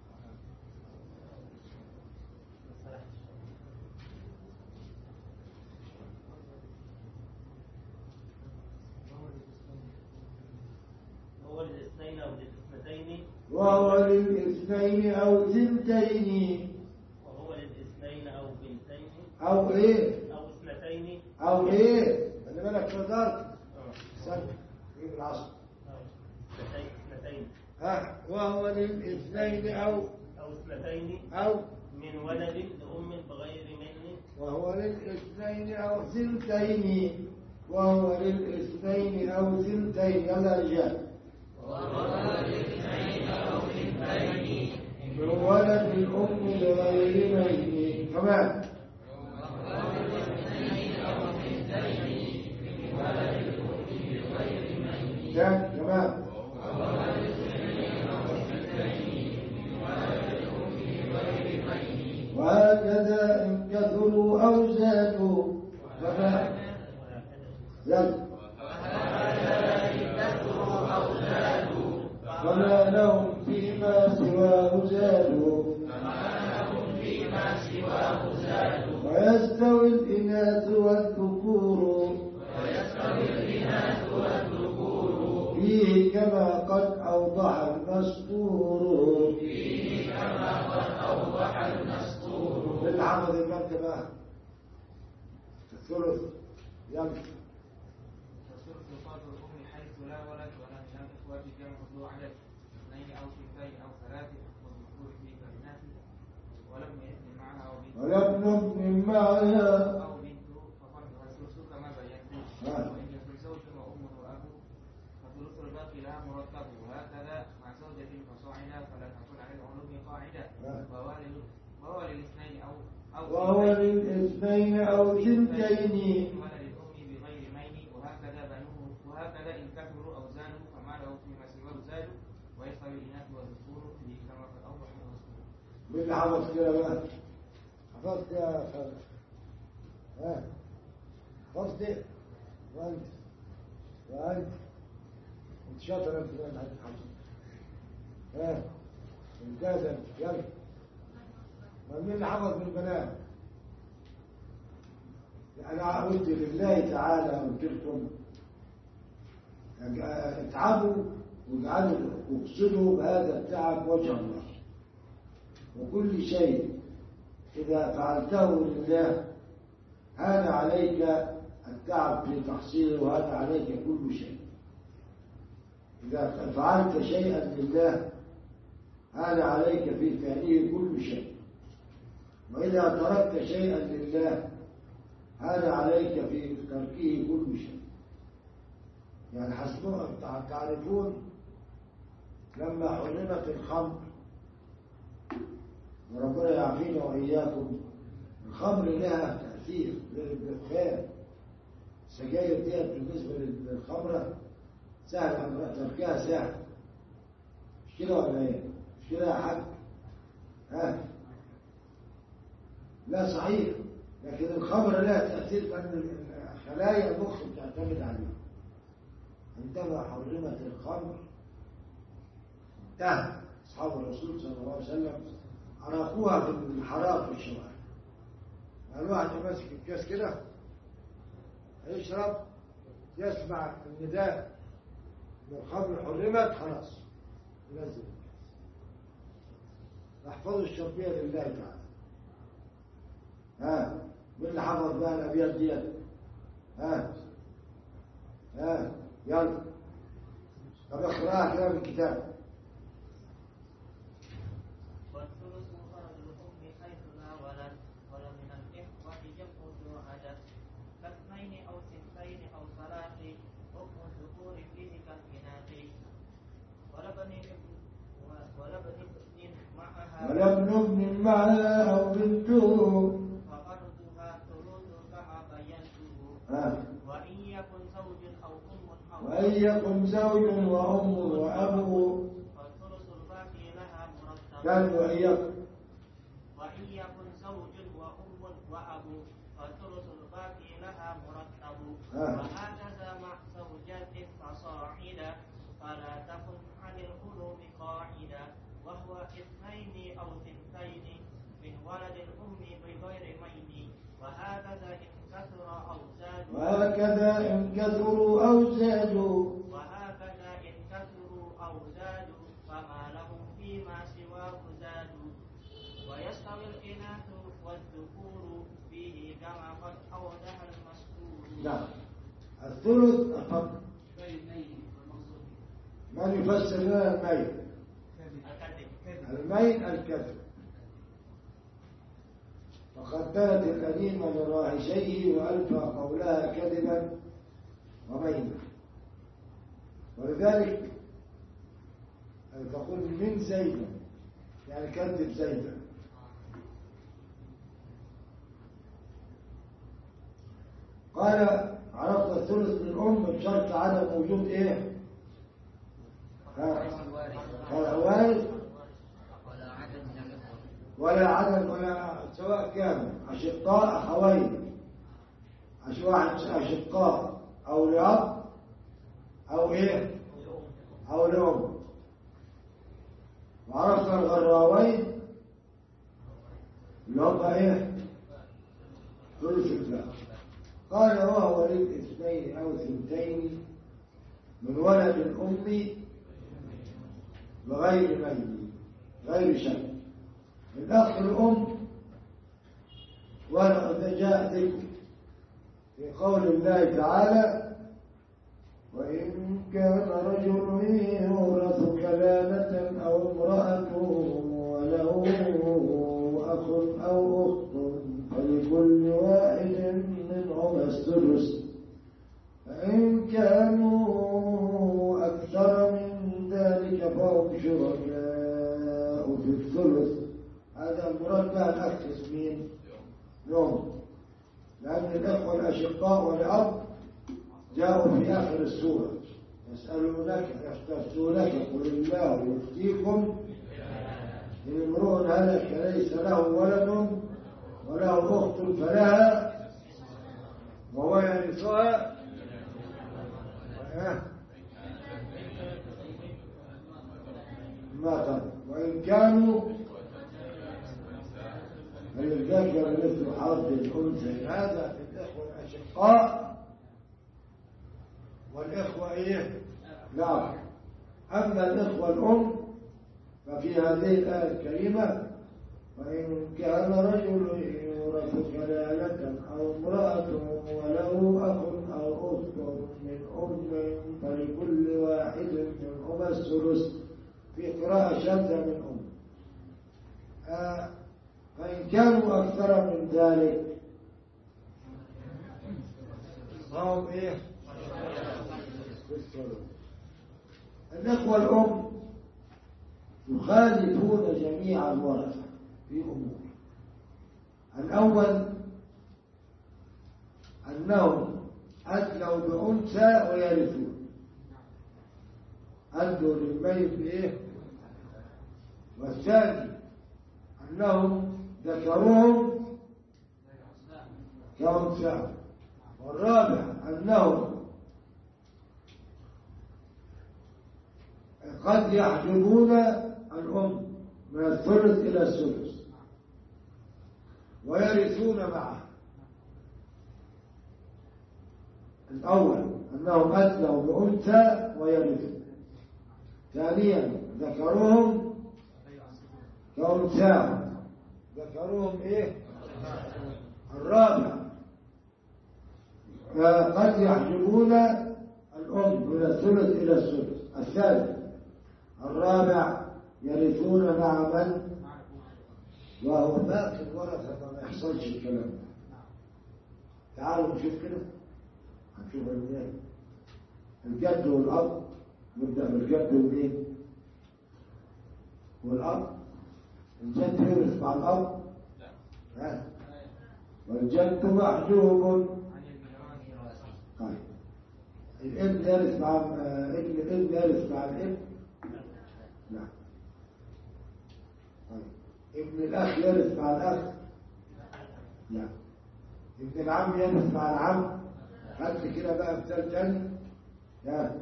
وهو للاثنين أو للاثنتين
وهو للاثنين أو ثنتين
وهو للاثنين أو بنتين
أو إيه
أو اثنتين
أو إيه خلي بالك في ضرب سنة جيب العصر
اثنتين اثنتين
ها وهو للاثنين أو
أو اثنتين
أو
من ولد لأم بغير من
وهو للاثنين أو ثنتين وهو للاثنين أو ثنتين يلا يا رجال
وهو للاثنين أو ثنتين
من ولد الأم بغير مين كمان
وهو للاثنين أو ثنتين من ولد الأم بغير مين
كام كمان
وهو للاثنين أو ثنتين من ولد الأم بغير مين
وهكذا إن كثروا أو زادوا فما زاد فما لهم فيما سواه زادوا ويستوي الإناث والذكور فيه كما قد أوضح المسطور
فيه كما قد أوضح المسطور
بالحفظ المادة بقى الثلث يلا
وثلث فرض الأم حيث لا ولد ولا من الإخوة جمع ذو عدد اثنين أو ثنتين أو ثلاثة والذكور في كلمات ولم يثن معها أو بنت
ولم نبن معها
أو بنت ففرضها الثلث كما بينت
آه.
وإن يكن زوج وأم وأب فثلث الباقي لها مرتب وهكذا مع زوجة فصاعدا فلا تكون على العلوم قاعدة
آه.
وهو لل- وهو للاثنين أو أو
وهو
ثنتين
للاثنين أو ثنتين
من ولد الأم بغير مين وهكذا بنوه وهكذا إن كثروا أو زادوا فما له فيما سواه زادوا ويستوي الإناث والذكور فيه كما قد أوضح المذكور.
مين اللي حفظ كده بقى؟ حفظت يا خالد ها حفظت إيه؟ وأنت وأنت أنت شاطر أنت بقى حد حفظ ها ممتاز أنت يلا ما مين اللي حفظ من البنات؟ أنا قلت لله تعالى قلت لكم اتعبوا واجعلوا واقصدوا بهذا التعب وجه الله وكل شيء إذا فعلته لله هان عليك التعب في تحصيله وهان عليك كل شيء إذا فعلت شيئا لله هان عليك في فعله كل شيء وإذا تركت شيئا لله هان عليك في تركه كل شيء يعني حسبوا تعرفون لما حرمت الخمر وربنا يعافينا وإياكم الخمر لها تأثير غير الدخان السجاير ديت بالنسبة للخمرة سهل، تركها سهل، مش كده ولا ايه؟ مش كده يا حاج؟ ها؟ لا صحيح، لكن الخمرة لها تأثير لأن خلايا المخ بتعتمد عليها. عندما حرمت الخمر انتهى أصحاب الرسول صلى الله عليه وسلم أراقوها في الحرام في الشوارع. قال واحد ماسك الكاس كده يشرب، يسمع النداء ان الخمر حرمت، خلاص ينزل الكاس. احفظوا الشرطية لله تعالى. ها مين اللي حفظ بقى الأبيات ديت؟ ها ها يلا طب اقراها كده من الكتاب.
والثلث فرض الحكم حيث لا ولد ومن الإخوة جمع ذو عدد كاثنين أو ثنتين أو ثلاث حكم الذكور فيه كالإناث ولبن ولبن ابن معها
ولبن ابن معها أو بنته
ففرضها ثلث كما بينته
ها
وإن يكن زوج أو أم أو
وإن يكن زوج وأم وأب
فالثلث الباقي لها مرتب
كان وإن يكن
وإن يكن زوج وأم وأب فالثلث الباقي لها مرتب
آه.
وهكذا مع زوجات فصاعدا فلا تكن عن العلوم قاعدة وهو اثنين أو ثنتين من ولد الأم بغير مين وهكذا إن كثر أو زادوا
وهكذا إن كثروا أو زادوا
وهكذا إن كثروا أو زادوا فما لهم فيما سواه زادوا ويستوي الإناث والذكور فيه كما قد أوضح المذكور.
نعم الثلث أفضل. من يفسر لنا الميل؟ الميل الكذب. وقدرت القديم لراهشيه وألفى قولها كذبا وميلا، ولذلك تقول من زيدا يعني كذب زيدا. قال عرفت الثلث من الأم بشرط عدم وجود إيه؟ ولا وارث ولا عدم ولا سواء كان أشقاء أخوين أشقاء أو لأب أو إيه أو لأم. وعرفنا الغراوين اللي هم إيه ثلث الباقي. قال وهو للاثنين أو ثنتين من ولد الأم بغير ميل غير شك. الأخ الأم وإذا جاء ذكر في قول الله تعالى وإن كان رجل يورث كلالة أو امرأة وله أخ أو أخت فلكل واحد منهما السدس فإن كانوا أكثر من ذلك فهم شركاء في الثلث. هذا المراد بها الأخ مين؟ يوم، لأن الأخوة الأشقاء والأب جاءوا في آخر السورة يسألونك يستفتونك قل الله يفتيكم إن امرؤ هلك ليس له ولد وله أخت فلها وهو يرثها ما ترى وإن كانوا فللذكر مثل حظ الأنثيين. هذا في الإخوة الأشقاء والإخوة إيه؟ لا. أما الإخوة الأم ففي هذه الآية الكريمة وإن كان رجل يورث كلالة أو امرأة وله أخ أو أخت من أم فلكل واحد منهما الثلث. في قراءة شاذة من أم. آه فإن كانوا أكثر من ذلك فهم إيه؟ الإخوة الأم يخالفون جميع الورثة في أمور. الأول أنهم أدلوا بأنثى ويرثون، أدلوا للميت بإيه؟ والثاني أنهم ذكروهم كأنثى، والرابع أنهم قد يحجبون الأم من الثلث إلى الثلث ويرثون معه. الأول أنهم أدلوا بأنثى ويرثون، ثانيا ذكروهم كأنثى ذكروهم إيه؟ الرابع قد يحجبون الأم من الثلث إلى الثلث. الثالث الرابع يرثون مع من وهو باقي الورثة، ما يحصلش الكلام ده. تعالوا نشوف كده، هنشوف الايه الجد والأب. نبدأ بالجد والإيه والأب. الجد يورث مع الأب، ها، والجد محجوب. طيب الابن يرث مع ابن الابن يرث مع الابن؟ لا. طيب ابن الأخ يرث مع الأخ؟ لا. ابن العم يرث مع العم؟ هات لي كده بقى مثال تاني. لا.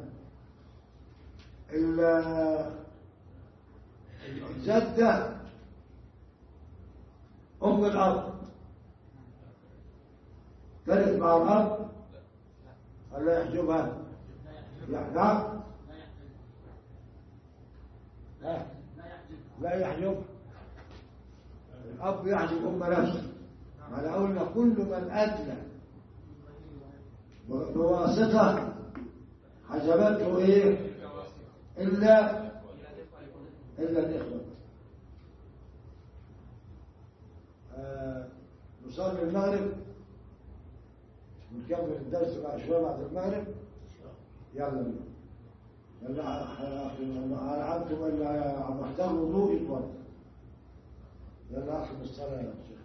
الجدة أم الأب ترث مع الأب ولا يحجبها؟ نعم. لا لا يحجب. الأب يحجب أم نفسه. على قولنا كل من أدلى بواسطة حجبته إيه؟ إلا إلا الإخوة. آه نصلي المغرب ونكمل الدرس بعد شوية بعد المغرب. يلا يلا أنعمتم إلا محتاج وضوء يتوضأ. يلا أخذ الصلاة يا شيخ.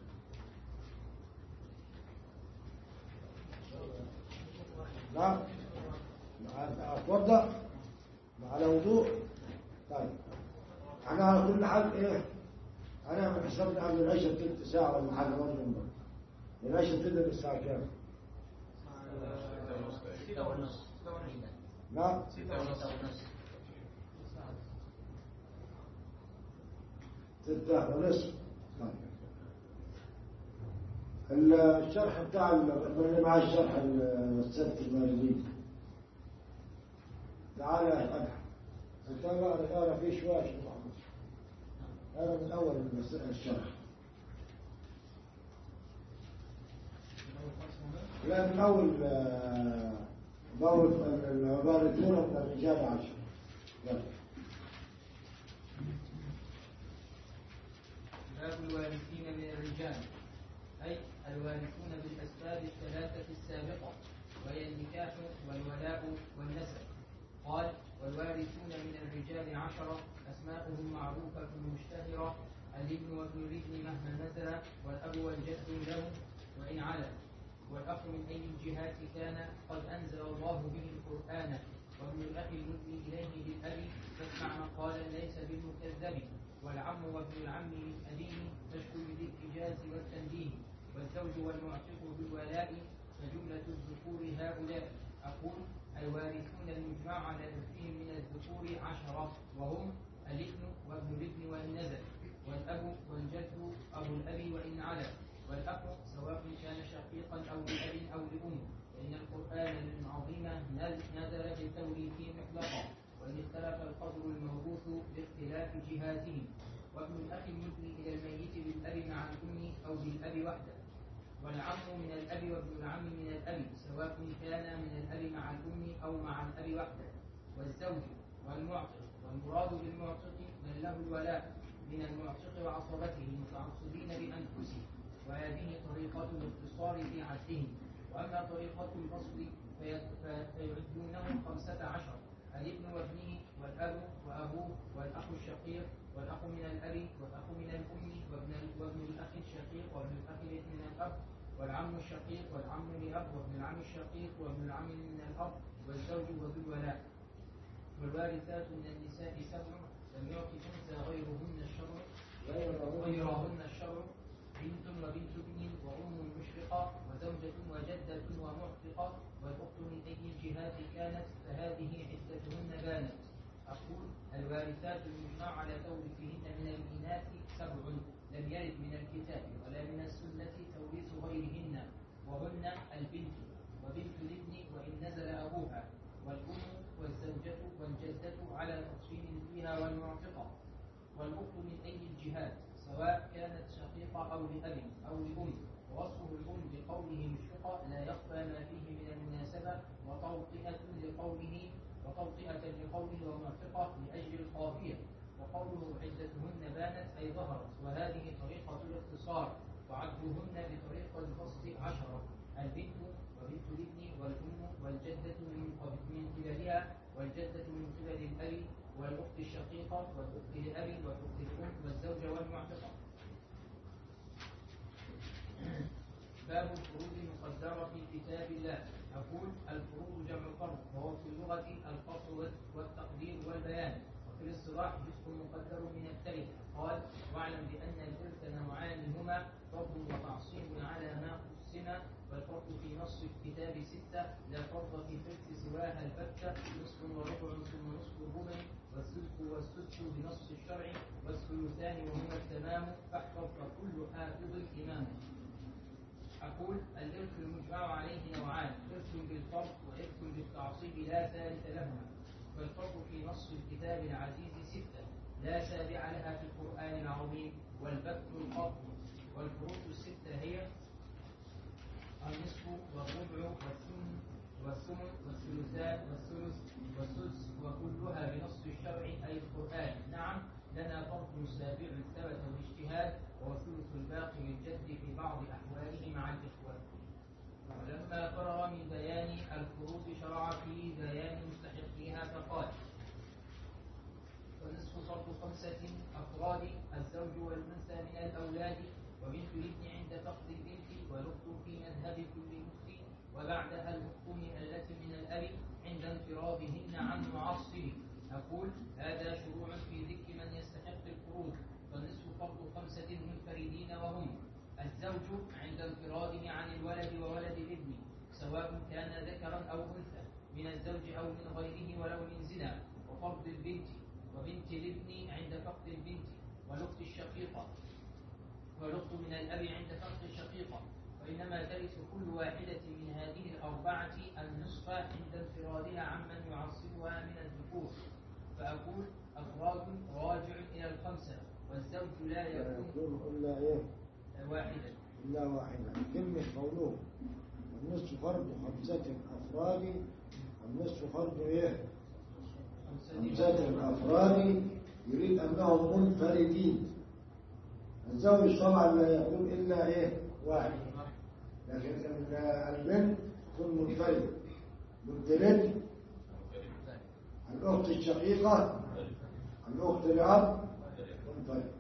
نعم أتوضأ على وضوء. طيب أنا على كل حال إيه، أنا من حسابنا قبل العشاء بتلت ساعة ولا حاجة برضه من بره. العشاء بتبدأ من الساعة كام؟
ستة ونص.
نعم
ستة ونص.
ستة ونصف. الشرح بتاع اللي مع الشرح السبت المالدين. تعالى يا فتح انت بقى اقرا فيه شويه عشان ما احفظش. اقرا من اول الشرح. لا من اول باب الوارثون من الرجال عشر. يلا.
باب الوارثين من الرجال، أي الوارثون بالأسباب الثلاثة السابقة، وهي النكاح والولاء والنسب. قال: والوارثون من الرجال عشرة أسماؤهم معروفة مشتهرة: الابن وابن الابن مهما نزل، والأب والجد له وإن علا، والأخ من أي الجهات كان قد أنزل الله به القرآن، وابن الأخ المدني إليه للأب فاسمع مقالا ليس بالمكذب، والعم وابن العم للأبيه تشكل بالإجاز والتنبيه، والزوج والمعتق بالولاء، فجملة الذكور هؤلاء. أقول: الوارثون المجمع على إرثهم من الذكور عشرة، وهم الابن وابن الابن وإن نزل، والأب والجد أبو الأب وإن علا، والأخ سواء كان شقيقا أو لأب أو لأم، فإن القرآن العظيم نزل بالتوريث مطلقا، وإن اختلف القدر الموروث باختلاف جهاتهم. وابن الأخ المدني إلى الميت بالأب مع الأم أو بالأب وحده، والعم من الأب وابن العم من الأب سواء كان من الأب مع الأم أو مع الأب وحده، والزوج والمعتق. والمراد بالمعتق من له الولاء من المعتق وعصبته المتعصبين بأنفسهم، وهذه طريقة الاقتصار في عدهم. وأما طريقة الفصل فيعدونهم خمسة عشر: الابن وابنه، والأب وأبوه، والأخ الشقيق، والأخ من الأب، والأخ من الأم، وابن, وابن الأخ الشقيق، وابن الأخ من الأب، والعم الشقيق والعم لأب وابن العم الشقيق وابن العم من الأب والزوج وذو الولاء. والوارثات من النساء سبع لم يعط أنثى غيرهن الشرع غيرهن الشرع بنت وبنت ابن وأم مشفقة وزوجة وجدة ومعتقة والأخت من أي الجهات كانت فهذه عدتهن بانت. أقول الوارثات المجمع على توريثهن من الإناث سبع لم يرد من الكتاب ولا من السنة توريث غيرهن وهن البنت وبنت الابن وإن نزل أبوها والأم والزوجة والجدة على تفصيل فيها والمعتقة والأخت من أي الجهات سواء كانت شقيقة أو لأب أو لأم ووصفه الأم بقوله مشفقة لا يخفى ما فيه من المناسبة وتوطئة لقوله وتوطئة لقوله ومعتقة لأجل القافية وقوله عدتهن بانت أي ظهرت وهذه طريقة الاختصار وعدهن بطريقة الفصل عشرة البنت وبنت الابن والأم والجدة من قبلها والجدة من قبل الأب والأخت الشقيقة والأخت لأب والأخت الأم والزوجة والمعتقة. باب الفروض المقدرة في كتاب الله. أقول الفروض جمع فرض وهو في اللغة القصر والتقدير والبيان وفي الاصطلاح جزء مقدر من التركة. قال واعلم بأن الإرث نوعان هما فرض وتعصيب على ما قسم والفرض في نص الكتاب ستة لا فرض في ثلث سواها البتة نصف وربع ثم نصف الربع والثلث والسدس بنص الشرع والثلثان وهما التمام فاحفظ فكل حافظ إمام. أقول الإرث المجمع عليه نوعان إرث بالفرض وإرث بالتعصيب لا ثالث لهما والفرض في نص الكتاب العزيز ستة لا سابع لها في القرآن العظيم والبت القط. والفروض الستة هي النصف والربع والثمن والثمن والثلثان والثلث والسدس وكلها بنص الشرع أي القرآن. نعم لنا فرض سابع ثبت باجتهاد وثلث الباقي للجد في بعض أحواله مع الإخوة. ولما فرغ من بيان الفروض شرع في بيان مستحقيها فقال والنصف فرض خمسة أفراد الزوج والأنثى من الأولاد وبنت الابن عند فقد البنت والأخت في مذهب كل أخت وبعدها الأخت التي من الأب عند انفرادهن عن معصب. أقول هذا شروع في ذكر من يستحق الفروض فالنصف فرض خمسة منفردين وهم الزوج عند انفراده عن الولد وولد الابن سواء كان ذكرا أو أنثى من الزوج أو من غيره ولو من زنا وفرض البنت وبنت الابن عند فقد البنت والأخت الشقيقة والأخت من الأب عند فقد الشقيقة وإنما ترث كل واحدة من هذه الأربعة النصف عند انفرادها عمن يعصبها من الذكور. فأقول أفراد راجع إلى الخمسة والزوج لا يكون
إلا إيه؟
واحدة
إلا واحدة. كلمة قوله النصف فرض خمسة أفراد النصف فرض إيه؟ خمسة الأفراد يريد أنهم منفردين. الزوج طبعا لا يكون إلا إيه؟ واحد لكن البنت تكون منفردة بنت الابن الأخت الشقيقة الأخت الأب منفردة.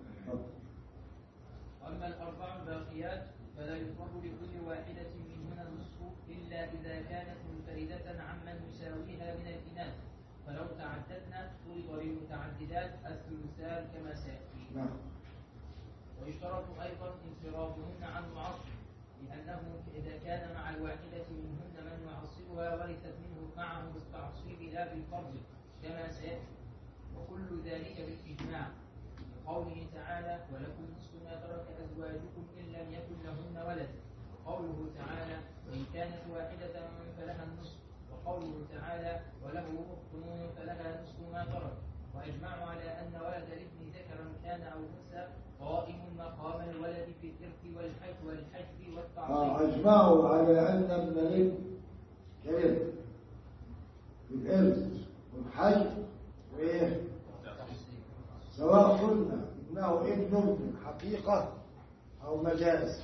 أما الأربع الباقيات فلا يفرض لكل واحدة منهن النصف إلا إذا كانت منفردة عمن يساويها من الإناث فلو تعددنا فرض للمتعددات الثلثان كما سيأتي.
نعم.
ويشترط أيضا انفرادهن عن معصب لأنه إذا كان مع الواحدة منهن من يعصبها ورثت منه معه بالتعصيب لا بالفرض كما سيأتي وكل ذلك بالإجماع قوله تعالى ولكم نصف ما ترك أزواجكم إن لم يكن لهن ولد وقوله تعالى وإن كانت واحدة فلها النصف وقوله تعالى وله أخت فلها نصف ما ترك وأجمعوا على أن ولد الابن ذكرا كان أو أنثى قائم مقام الولد في الإرث والحج والحجب والتعصيب.
أجمعوا على أن ابن الابن كيف في الإرث والحج وإيه سواء قلنا إنه ابن ابن حقيقة أو مجاز.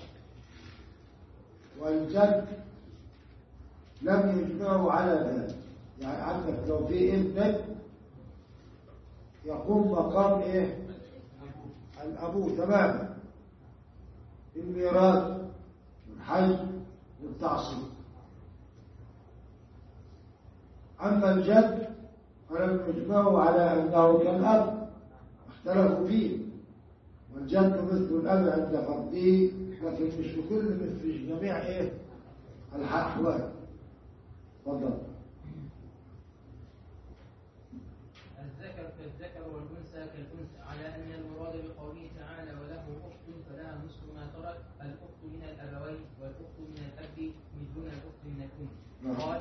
والجد لم يجمعوا على ذلك يعني عندك لو في ابن يقوم مقام إيه الأبو تماما الميراث الحج للتعصيب. أما الجد فلم يجمعوا على أنه كالأب، اختلفوا فيه، والجد مثل الأب عند فرده، لكن مش في كل مثل في جميع إيه الأحوال. تفضل.
الذكر كالذكر والأنثى كالأنثى، على أن المراد بقوله تعالى وله أخت فلها نصف ما ترك، الأخت من الأبوين والأخت من الأب من دون الأخت من الأم. قال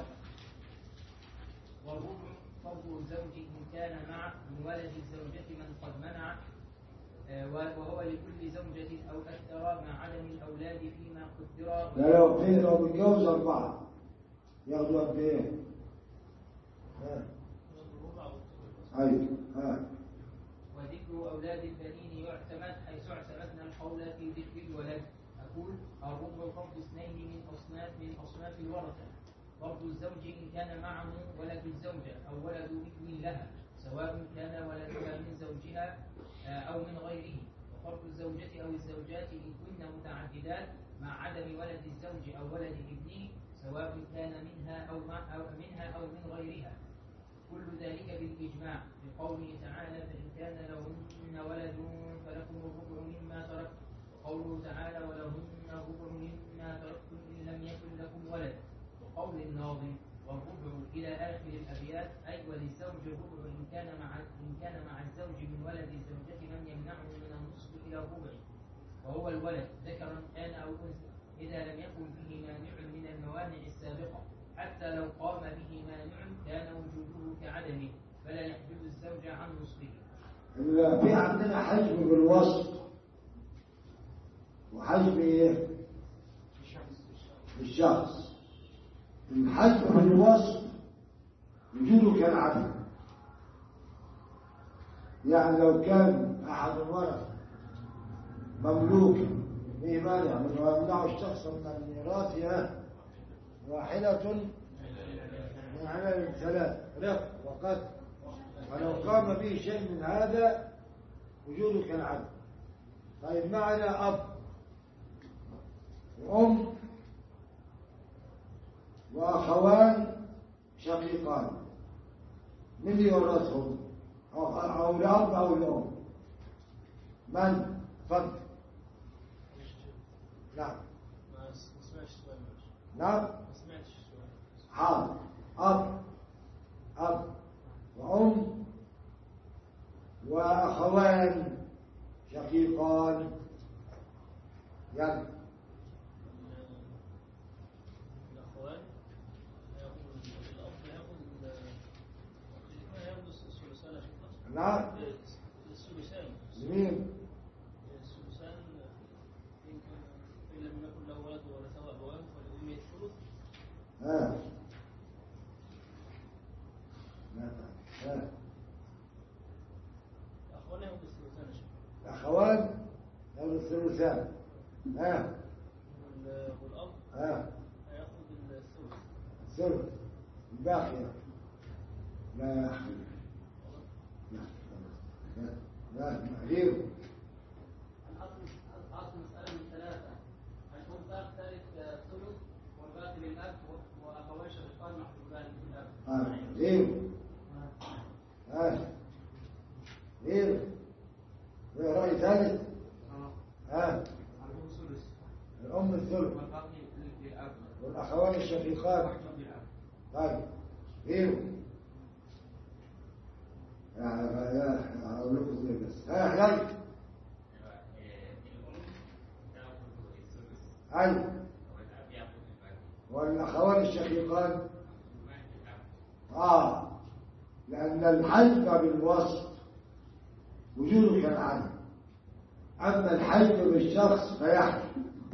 والربع فرض الزوج إن كان مع من ولد الزوجة من قد منع، وهو لكل زوجة أو أكثر مع عدم الأولاد فيما قدر.
لا لو في لو متجوز أربعة ياخدوا قد إيه؟ ها أيوه ها.
وذكر أولاد البنين يعتمد حيث اعتمدنا القول في ذكر الولد. أقول الربع فرض اثنين من أصناف من أصناف الورثة. فرض الزوج إن كان معه ولد الزوجة أو ولد ابن لها، سواء كان ولدها من زوجها أو من غيره. وفرض الزوجة أو الزوجات إن كن متعددات مع عدم ولد الزوج أو ولد ابنه، سواء كان منها أو, مع أو منها أو من غيرها. كل ذلك بالإجماع، بقوله تعالى فإن كان لهن ولد فلكم الربع مما ترك، وقوله تعالى ولهن الربع مما تركتم إن لم يكن لكم ولد، وقول الناظم والربع إلى آخر الأبيات، أي وللزوج الربع إن كان مع إن كان مع الزوج من ولد الزوجة من يمنعه من النصف إلى الربع، وهو الولد ذكرا كان أو أنثى، إذا لم يكن به مانع من الموانع السابقة، حتى لو قام به مانع كان وجوده كعدمه، فلا يحجب الزوج عن نصفه.
في عندنا حجم بالوصف وحجم ايه؟ الشخص. الحجم بالوصف وجوده كالعدم، يعني لو كان أحد الورثة مملوكا به مانع من يمنع الشخص من الميراث واحدة من علل ثلاث رق وقتل، ولو قام به شيء من هذا وجوده كالعدم. طيب معنا أب وأم وأخوان شقيقان، من يورثهم؟ أو, أو الأب أو الأم؟ من؟ فضل. نعم.
ما سمعتش السؤال.
نعم.
ما سمعتش السؤال.
حاضر. أب أب وأم وأخوان شقيقان، يعني
الأخوان هياخد الأب هياخد هياخد الثلثان.
نعم.
الثلثان.
مين؟
الثلثان إن لم يكن له ولد ورثه أبوان فلأمه الثلث.
ها. لا لا.
الأخوان ياخد الثلثان يا شيخ.
الأخوان ياخد الثلثان. ها.
والأب
ها.
هياخد الثلث.
الثلث الباقي. لا يا أخي. لا لا غيره.
الأصل الأصل مسألة من ثلاثة، هيكون فرق ثالث ثلث والباقي للأب وأخوان شقيقان محجوبان للأب.
اه غيره. ها غيره. رأي ثالث. ها. الأم الثلث والأخوان الشقيقان. طيب غيره. يا يا أقول لكم إيه بس. ها حلال. أيوة. والأخوان الشقيقان. آه لأن الحجب بالوصف وجوده كالعدم، أما الحجب بالشخص فيحجب.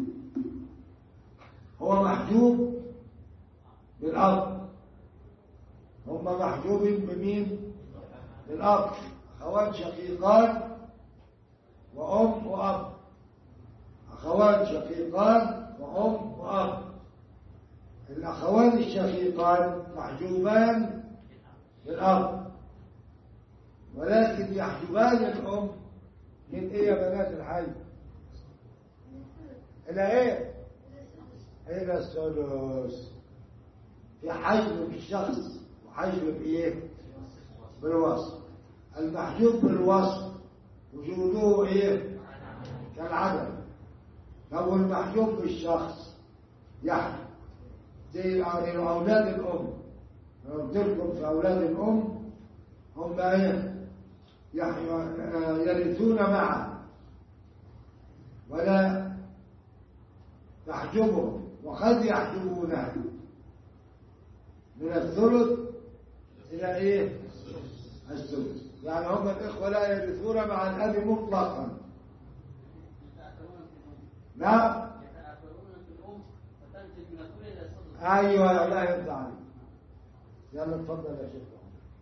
هو محجوب بالأب، هم محجوبين بمين؟ بالأب. أخوان شقيقان وأم وأب، أخوان شقيقان وأم وأب. الأخوان الشقيقان محجوبان بالأب، ولكن يحجبان الأم من إيه يا بنات الحي؟ إلى إيه؟ إلى الثلث. في حجم بالشخص وحجم بإيه؟ بالوصف. المحجوب بالوصف وجوده إيه؟ كالعدم. لو المحجوب بالشخص يحجب زي أولاد الأم. لو قلت لكم في أولاد الأم هم إيه؟ يرثون معا ولا تحجبهم، وقد يحجبونها من الثلث إلى إيه؟ الثلث. يعني هم الإخوة لا يرثون مع الأب مطلقا. لا أيوة لا يرضى عليك. يلا اتفضل يا شيخ.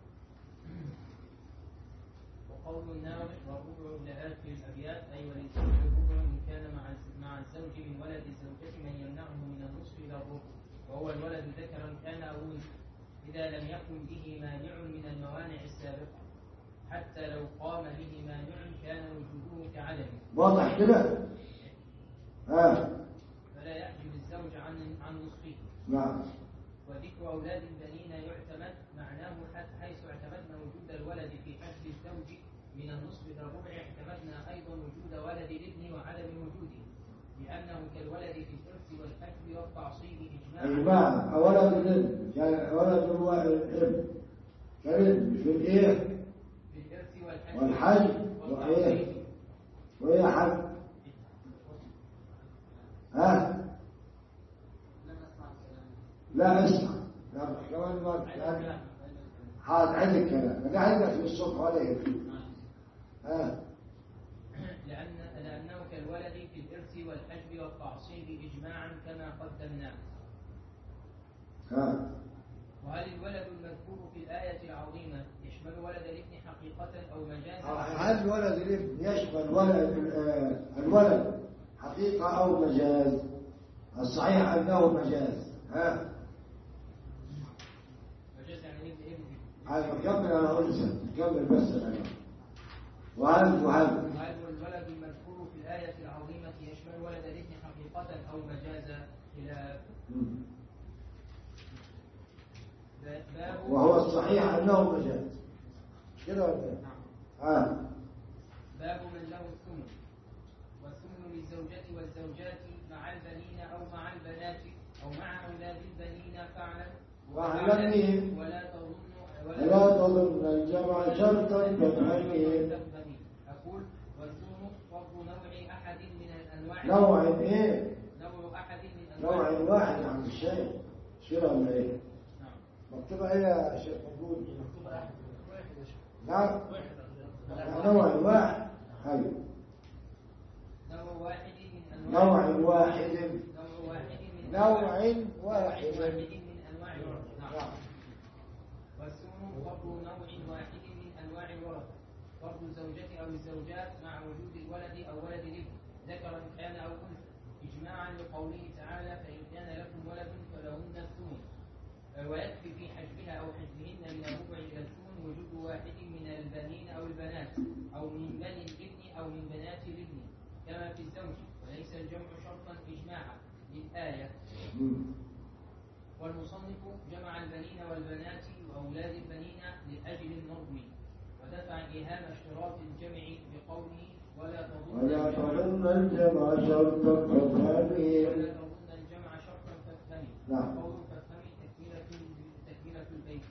وقول الناوي والربع لآت في الأبيات أي وللزوج الربع إن كان مع مع الزوج من ولد الزوجة من يمنعه من النصف إلى الربع، وهو الولد ذكرا كان أو أنثى إذا لم يكن به مانع من الموانع السابقة، حتى لو قام به مانع كان وجوده كعدمه.
واضح كده؟ ها.
فلا يحجب الزوج عن عن نصفه.
نعم.
وذكر أولاد البنين يعتمد معناه حيث اعتمدنا وجود الولد في حجب الزوج من النصف إلى الربع، اعتمدنا أيضا وجود ولد الابن وعدم وجوده، لأنه كالولد في الإرث والحجب والتعصيب إجماعا.
إجماعا. ولد الابن ولد الابن كالابن في الإيه؟
في الإرث والحجب
والحجب وإيه؟ وإيه حجب؟ ها؟ لا اسمع. لا كمان ما حاضر عندك الكلام. أنا عندك في الصبح ولا يهمك. ها؟
لأن لأنه كالولد في الإرث والحجب والتعصيب إجماعا كما قدمناه.
ها؟
وهل الولد المذكور في الآية العظيمة يشمل ولد الابن حقيقة أو مجازا؟
هل ولد الابن يشمل ولد الولد حقيقة أو مجاز؟ الصحيح أنه مجاز. ها؟
مجاز يعني ابن ابن.
هذا كمل أنا أنسى كمل بس أنا. وهل وهل
وهل الولد المذكور في الآية العظيمة يشمل ولد الابن حقيقة أو مجازا؟ إلى
وهو الصحيح أنه مجاز كده ولا لا؟ آه.
باب من له الثمن. والثمن للزوجة والزوجات مع البنين أو مع البنات أو مع أولاد البنين فاعلم
واعلم
ولا تظن
ولا تظن الجمع شرطا كفهمه.
أقول والثمن فرض نوع أحد من الأنواع.
نوع إيه؟
نوع أحد من أنواع.
نوع واحد عن الشيء شيء ولا إيه؟ مكتوبة ايه يا شيخ مقبول؟
مكتوبة واحد واحد يا شيخ.
نعم. نوع واحد. ايوه.
نوع واحد من انواع.
نوع واحد.
نوع واحد من
نوع
واحد
واحد
من انواع الورثة. نعم. والثمن فرض نوع واحد من انواع الورثة، فرض الزوجة او الزوجات مع وجود الولد او ولد الابن ذكرا كان او انثى، اجماعا لقوله تعالى فان كان لكم ولد فلهن الثمن. ويكفي في حجبها أو حجبهن من الربع إلى الثمن وجود واحد من البنين أو البنات أو من بني الابن أو من بنات الابن كما في الزوج، وليس الجمع شرطا إجماعا للآية. والمصنف جمع البنين والبنات وأولاد البنين لأجل النظم، ودفع إيهام اشتراط الجمع بقوله ولا تظن
ولا تظن الجمع شرطا كفهمه.
ولا تظن الجمع شرطا كفهمه.
نعم.
تكملة البيت.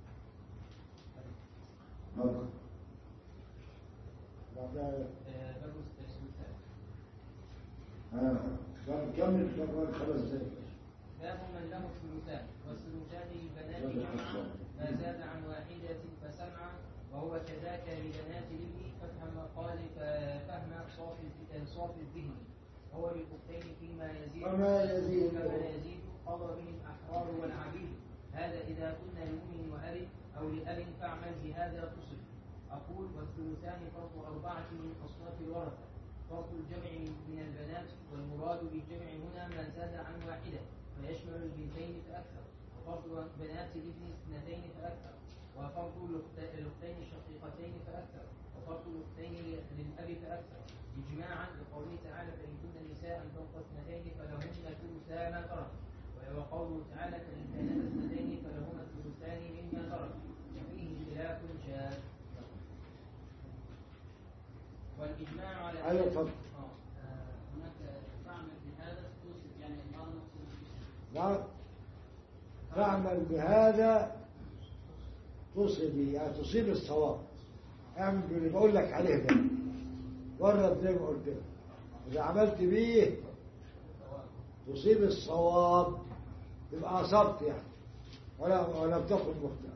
نعم.
باب السلسال.
ها كمل كمل خمس دقائق.
باب من له الثلثان، والثلثان للبنات جمعا ما زاد عن واحدة فسمعا، وهو كذاك لبنات الابن فافهم قال فهم صافي صافي الذهن، وهو للأختين فيما يزيد
وما يزيد
كما يزيد قضى به الأحرار والعبيد. هذا إذا كنا لأم وأب أو لأب فاعمل بهذا تصل. أقول والثلثان فرض أربعة من أصناف الورثة، فرض الجمع من البنات، والمراد بالجمع هنا ما زاد عن واحدة فيشمل البنتين فأكثر، وفرض بنات الابن اثنتين فأكثر، وفرض الأختين الشقيقتين فأكثر، وفرض الأختين للأب فأكثر، إجماعا لقوله تعالى فإن كن نساء فوق اثنتين فلهن ثلثا ما ترك. وقوله تعالى فإن كانت اثنتين فلهما الثلثان مما ترك وفيه خلاف شاذ. والإجماع على
أيوة اتفضل.
هناك تعمل بهذا توصف يعني ما نقصد
نعم تعمل بهذا تصيب يعني تصيب الصواب. اعمل باللي بقول لك عليه ده ورد زي ما قلت لك. إذا عملت بيه تصيب الصواب يبقى أصبت يعني ولا ولا بتاخد مختار.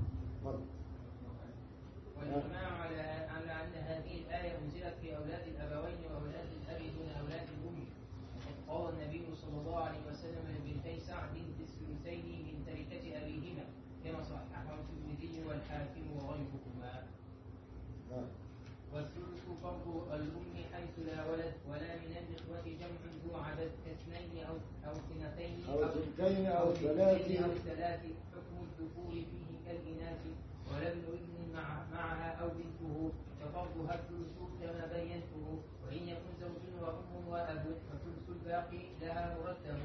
والإجماع على على أن هذه الآية أنزلت في أولاد الأبوين وأولاد الأب دون أولاد الأم. وقد قال النبي صلى الله عليه وسلم لبنتي سعد بالثلثين من تركة أبيهما كما صححه الترمذي والحاكم وغيرهما. والثلث فرض الأم حيث لا ولد ولا من الإخوة جمع ذو عدد كاثنين أو أو اثنتين
أو اثنتين أو ثلاث
أو ثلاث حكم الذكور فيه كالإناث ولم ابن مع معها أو بنته ففرضها الثلث كما بينته وإن يكن زوج وأم وأب فثلث الباقي لها مرتب.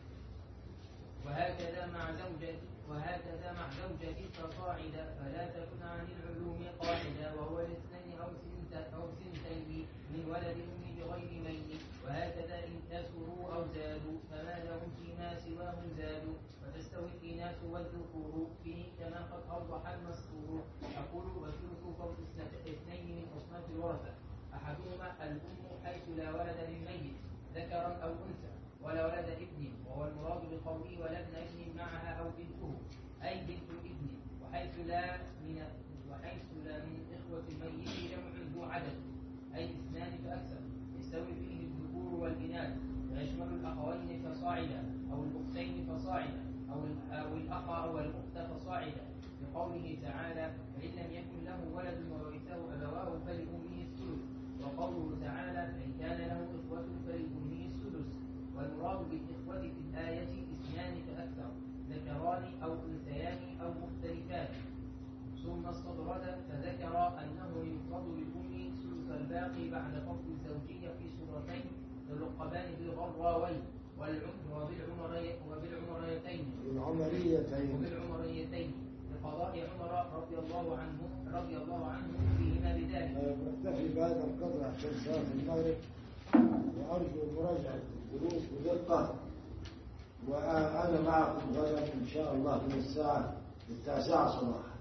وهكذا مع زوجة وهكذا مع زوجة فصاعدا فلا تكن عن العلوم قاعدة وهو الاثنين أو أو سنتين من ولد أم بغير ميل. وهكذا إن كسروا أو زادوا فما لهم فيما سواهم زادوا وتستوي الإناث والذكور فيه كما قد أوضح المذكور. أقول والثلث فوق اثنين من أصناف الورثة أحدهما الأم حيث لا ولد للميت ذكرا أو أنثى ولا ولد ابن وهو المراد بقوله ولا ابن ابن معها أو بنته أي بنت ابن. وحيث لا من وحيث لا من إخوة الميت جمع ذو عدد أي اثنان فأكثر يستوي فيه الذكور والإناث ويشمل الأخوين فصاعدا أو الأختين فصاعدا أو أو الأخ أو الأخت فصاعدا لقوله تعالى فإن لم يكن له ولد وورثه أبواه فلأمه الثلث. وقوله تعالى فإن كان له إخوة فلأمه السدس. والمراد بالإخوة في الآية اثنان فأكثر ذكران أو أنثيان أو مختلفان. ثم استطرد فذكر أنه يفرض للأم ثلث الباقي بعد فرض الزوجية في صورتين يلقبان بالغراوين وبالعمريتين
والعمريتين
وبالعمريتين لقضاء عمر رضي الله عنه رضي الله عنه فيهما بذلك.
نكتفي بهذا القدر عشان صلاة المغرب وأرجو مراجعة الدروس بدقة. وأنا معكم غدا إن شاء الله من الساعة التاسعة صباحا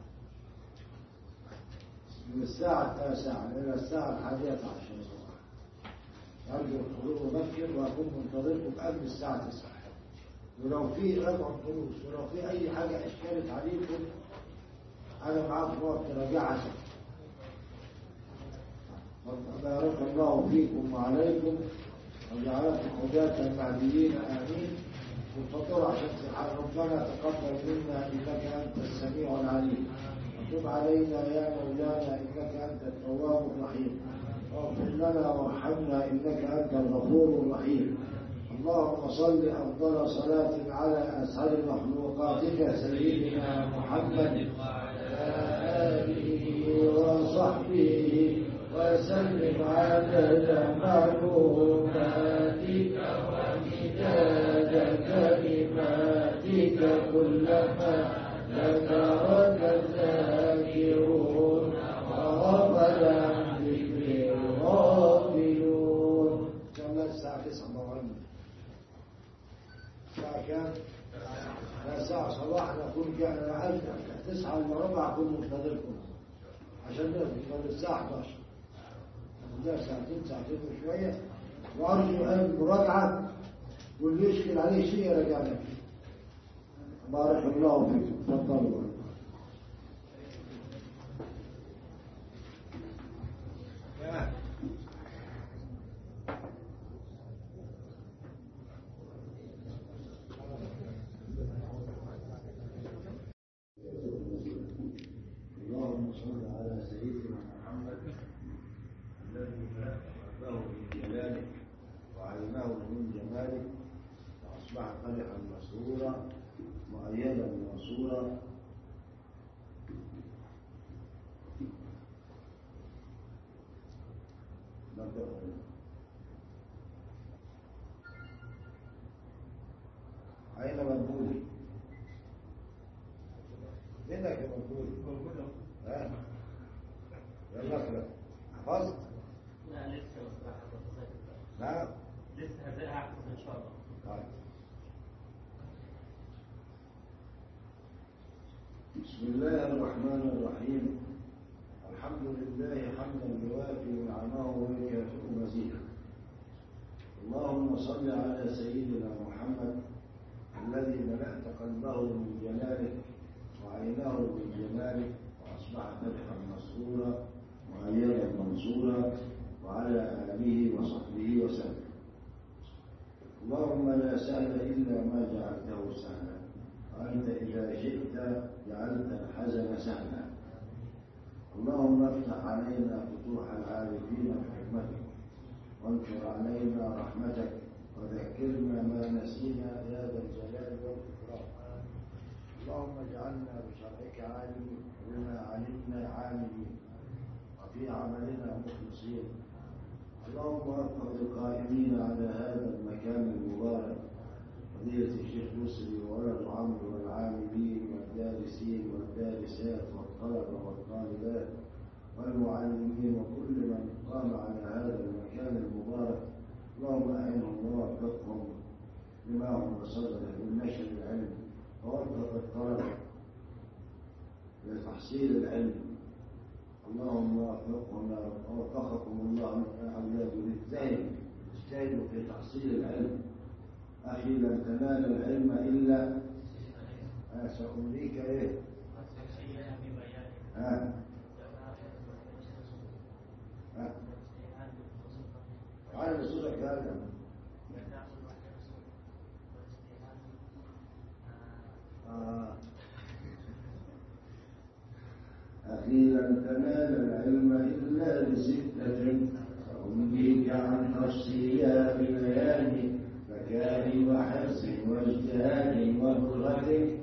من الساعة التاسعة إلى الساعة الحادية عشر صباحا. أرجو الحضور مبكر وأكون منتظركم قبل الساعة تسعة. ولو في رجع دروس ولو في أي حاجة أشكالت عليكم أنا معكم وقت راجعها. بارك الله فيكم وعليكم وجعلكم هداة المهديين آمين. وتفضلوا عشان ربنا تقبل منا إنك أنت السميع العليم وتب علينا يا مولانا إنك أنت التواب الرحيم واغفر لنا وارحمنا إنك أنت الغفور الرحيم. اللهم صل أفضل صلاة على أسعد مخلوقاتك سيدنا محمد وعلى آله وصحبه وسلم عدد معلوماتك ومداد كلماتك كلما ذكرك الذاكرون وغفل عن ذكر الغافلون. إن شاء الله الساعة تسعة موعدنا. الساعة كام؟ الساعة صباحا نكون كأنا تسعة إلا ربع أكون منتظركم عشان نوصل الساعة إحدى عشر. ده ساعتين ساعتين وشوية. وأرجو أن المراجعة واللي يشكل عليه شيء يرجع لك. بارك الله فيكم. تفضلوا. اللهم صل على سيدنا محمد الذي أحبه من جلاله وعلمه من جماله وأصبح فرحا مسرورا مؤيدا منصورا. نبدأ أين مدبولي؟ منك يا مدبولي؟ ها؟ يلا اقرأ. حفظت؟
لا لسه بس
نعم؟
لسه هبدأها أحفظ إن شاء الله.
طيب. بسم الله الرحمن الرحيم. الحمد لله حمدا يوافي نعمه ويكافئ مزيده. اللهم صل على سيدنا محمد الذي ملأت قلبه من جلالك وعينه من جمالك وأصبح فتحا مسرورا وأيادا منصورا وعلى آله وصحبه وسلم. اللهم لا سهل إلا ما جعلته سهلا وأنت إذا شئت جعلت الحزن سهلا. اللهم افتح علينا فتوح العارفين بحكمتك وانشر علينا رحمتك وذكرنا ما نسينا يا ذا الجلال والإكرام. اللهم اجعلنا بشرعك عالمين وبما علمنا عالمين وفي عملنا مخلصين. اللهم وفق القائمين على هذا المكان المبارك فضيلة الشيخ مسلم وولد عمرو والعاملين والدارسين والدارسات والطلبة والطالبات والمعلمين وكل من قام على هذا المكان المبارك. اللهم أعنهم ووفقهم لما هم بصدده من نشر العلم ووفق الطلبة لتحصيل العلم. اللهم وفقهم ووفقكم الله من أولاد الاجتهاد اجتهدوا في تحصيل العلم. أخي لن تنال العلم إلا سأمليك إيه؟ ها؟ ها؟ تعال بصورك هذا. آه. أخي لن تنال العلم إلا بستة سأمليك عن تفصيلها ببيان مكان وحرص واجتهاد وبلغة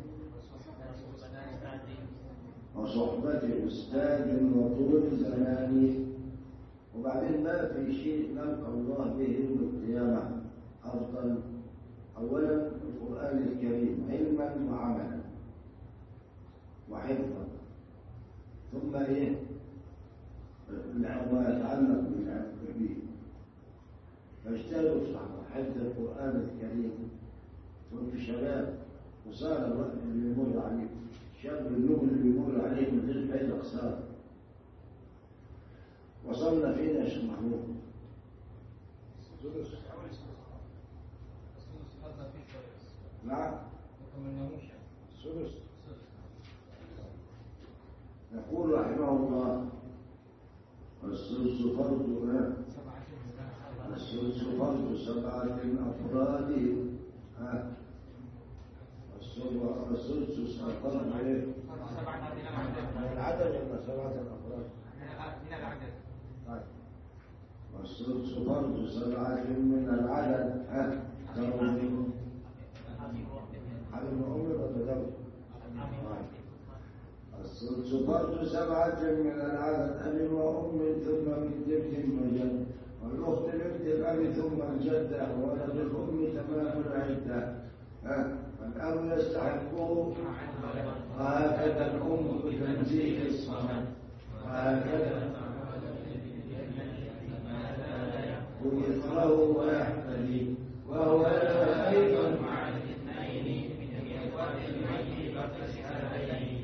وصحبة أستاذ وطول زمان. وبعدين ما في شيء نلقى الله به يوم القيامة أفضل. أولا القرآن الكريم علما وعملا وحفظا، ثم إيه ما يتعلق به. فاجتهدوا في حفظ القرآن الكريم وانتم شباب وصار الوقت اللي يمر عليك شاب اليوم اللي يمر عليه من غير فايدة قصار. وصلنا فين يا شيخ محمود؟ سدس. نعم. سدس. يقول رحمه الله والسدس فرض السدس فرض سبعة أفراد. ها السدس فرض ايه؟ من العدد ولا سبعة الأفراد؟
من العدد.
طيب والسدس فرض سبعة من العدد. ها كرم حرم أمي ولا زوج؟ السدس فرض سبعة من العدد أب وأم ثم من جد وجد والأخت بنت الأب ثم الجدة وولد الأم تمام العدة. فالأب يستحقه وهكذا الأم بتنزيه الصمد وهكذا ويكره ويحتدي وهو له أيضا مع الاثنين من إخوة الميت فكسرين.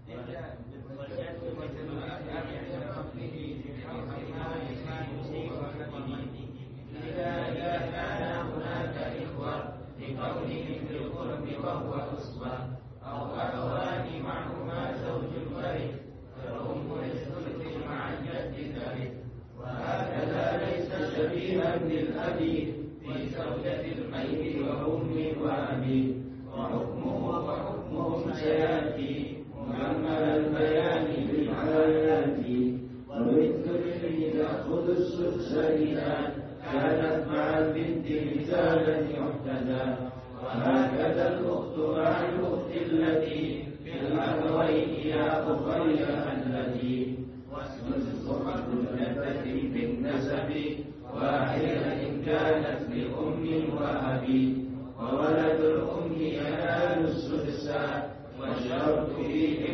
إذا كان هناك إخوة لقولهم بالقرب وهو أصبع أو أخوان معهما زوج فرد فالأم للثلث مع الجد ترث. وهكذا ليس شبيها بالأب في زوجة الميت وأم وأبي وحكمه وحكمهم سيأتي مكمل البيان بالآيات. وبالتالي تأخذ السدس إذا كانت مع البنت مثالا يحتذى. وهكذا الأخت مع الأخت التي في الأخوين يا أخي التي والسدس فرض جدة بالنسب واحدة إن كانت لأم وأبي وولد الأم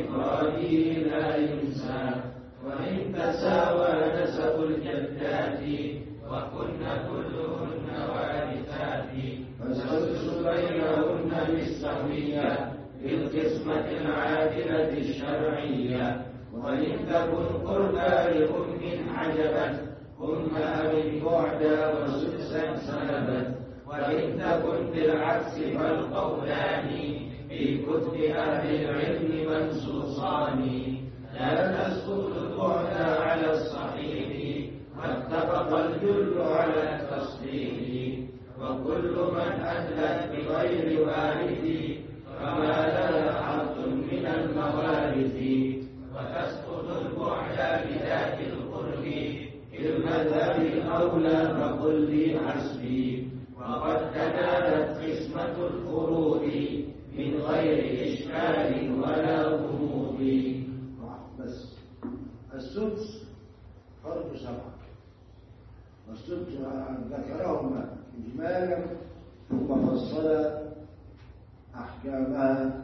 إفراده لا ينسى وإن تساوى نسب الجدات وكن كلهن وارثات فالسدس بينهن بالسوية بالقسمة العادلة الشرعية وإن تكن قربى لأم عجبت أم أب بعدا وسدسا سلبت وإن تكن بالعكس فالقولان في كتب أهل العلم منصوصان لا تسقط البعد على الصحيح واتفق الجل على التصحيح وكل من أدلت بغير وارث فما لها حظ من الموارث وتسقط البعد بذات القرب في المذهب الأولى فقل لي حسبي وقد تنالت قسمة الفروض من غير إشكال ولا غموض.
بس السدس فرض سبعة والسدس ذكرهما إجمالا ثم فصل أحكامها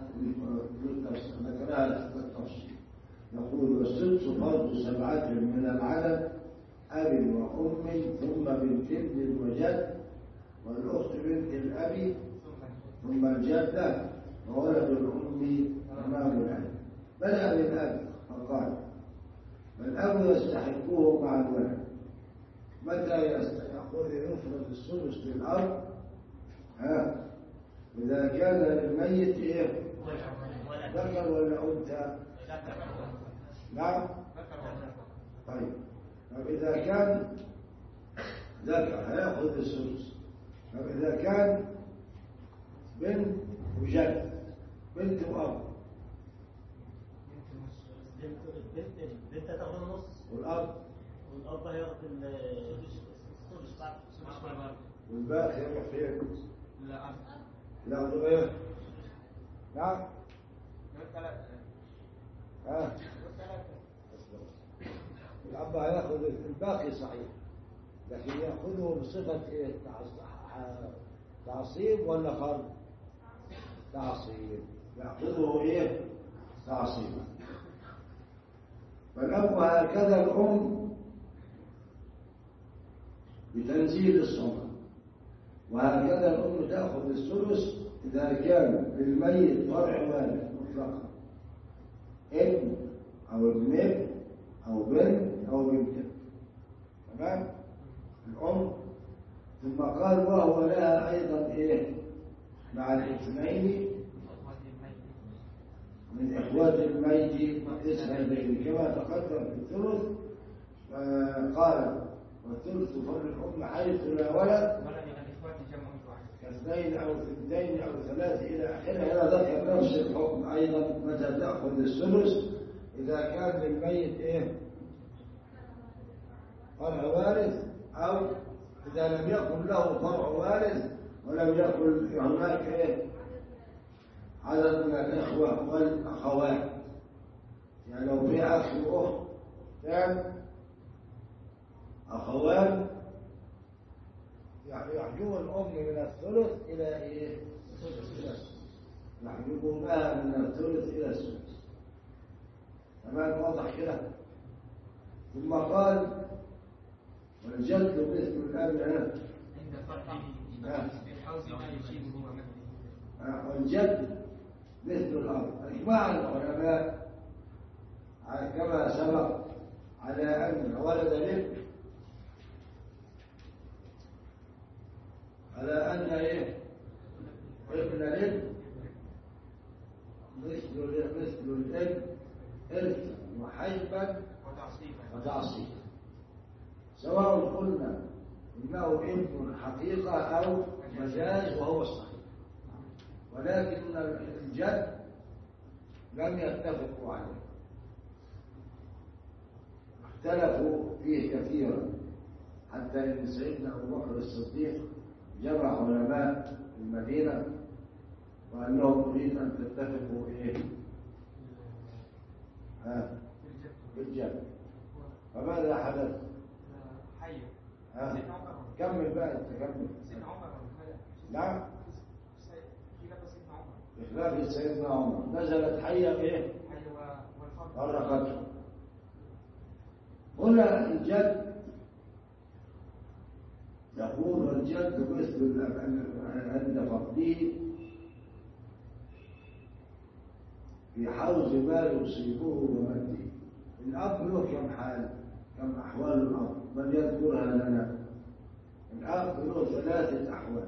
ذكرها بالتفصيل. يقول والسدس فرض سبعة من العدد أب وأم ثم بنت ابن وجد والأخت بنت الأب ثم الجدة وولد الأم أمام الأب. بدأ بالأب فقال فالأب يستحقه مع الولد. متى يأخذ يفرض الثلث للأب؟ ها إذا كان للميت إيه؟ ذكر ولا أنثى؟ نعم. طيب طب إذا كان ذكر هيأخذ الثلث. طب إذا كان بنت وجد بنت وأب
بنت بنت تاخد النص
والأب
والأب هياخد السدس بعد
والباقي يروح فين؟
لا
ياخدوا إيه؟ نعم؟ ها؟ الأب هياخد الباقي صحيح لكن يأخذه بصفة إيه؟ تعصيب ولا فرض؟ تعصيب. يأخذه إيه؟ تعصيبا. فالأب هكذا الأم بتنزيل الصمت وهكذا الأم تأخذ الثلث إذا كان للميت فرع والد مطلقا ابن أو ابن ابن أو بنت أو بنت. تمام؟ الأم ثم قال وهو لها أيضا إيه؟ مع الاثنين من إخوات الميت اسمين كما تقدم في الثلث. قال والثلث فر الأم حيث لا ولد كاثنين أو اثنتين أو ثلاث إلى آخره. هنا ذكر نفس الحكم أيضا متى تأخذ الثلث إذا كان للميت إيه؟ فرع وارث أو إذا لم يكن له فرع وارث ولم يكن هناك إيه؟ عدد من الإخوة والأخوات. يعني لو في أخ وأخت كان أخوان يعني يحجبون الأم من الثلث إلى إيه؟ يحجبونها من الثلث إلى السدس. تمام؟ واضح كده. ثم قال والجد مثل الأب
عند فرحه بالحوز ما يشيبه ومثله.
والجد مثل الأرض. إجماع العلماء كما سبق على أن ولد الابن على أن إيه؟ ابن الابن مثل مثل الابن إرثا وحجبا وتعصيبا سواء قلنا إنه ابن حقيقة أو مجاز وهو الصحيح. ولكن الجد لم يتفقوا عليه اختلفوا فيه كثيرا حتى ان سيدنا ابو بكر الصديق جمع علماء المدينه وانهم يريد ان تتفقوا ايه؟ ها بالجد. فماذا حدث؟
حي
ها كمل بقى انت كمل.
سيدنا عمر
نعم
خلاف سيدنا عمر
بخلاف سيدنا عمر نزلت حية ايه؟
حي
فرقته. هنا الجد يقول الجد مثل عند فضله في حوز ما يصيبه ومده. الأب له كم حال، كم أحوال الأب، من يذكرها لنا؟ الأب له ثلاثة أحوال.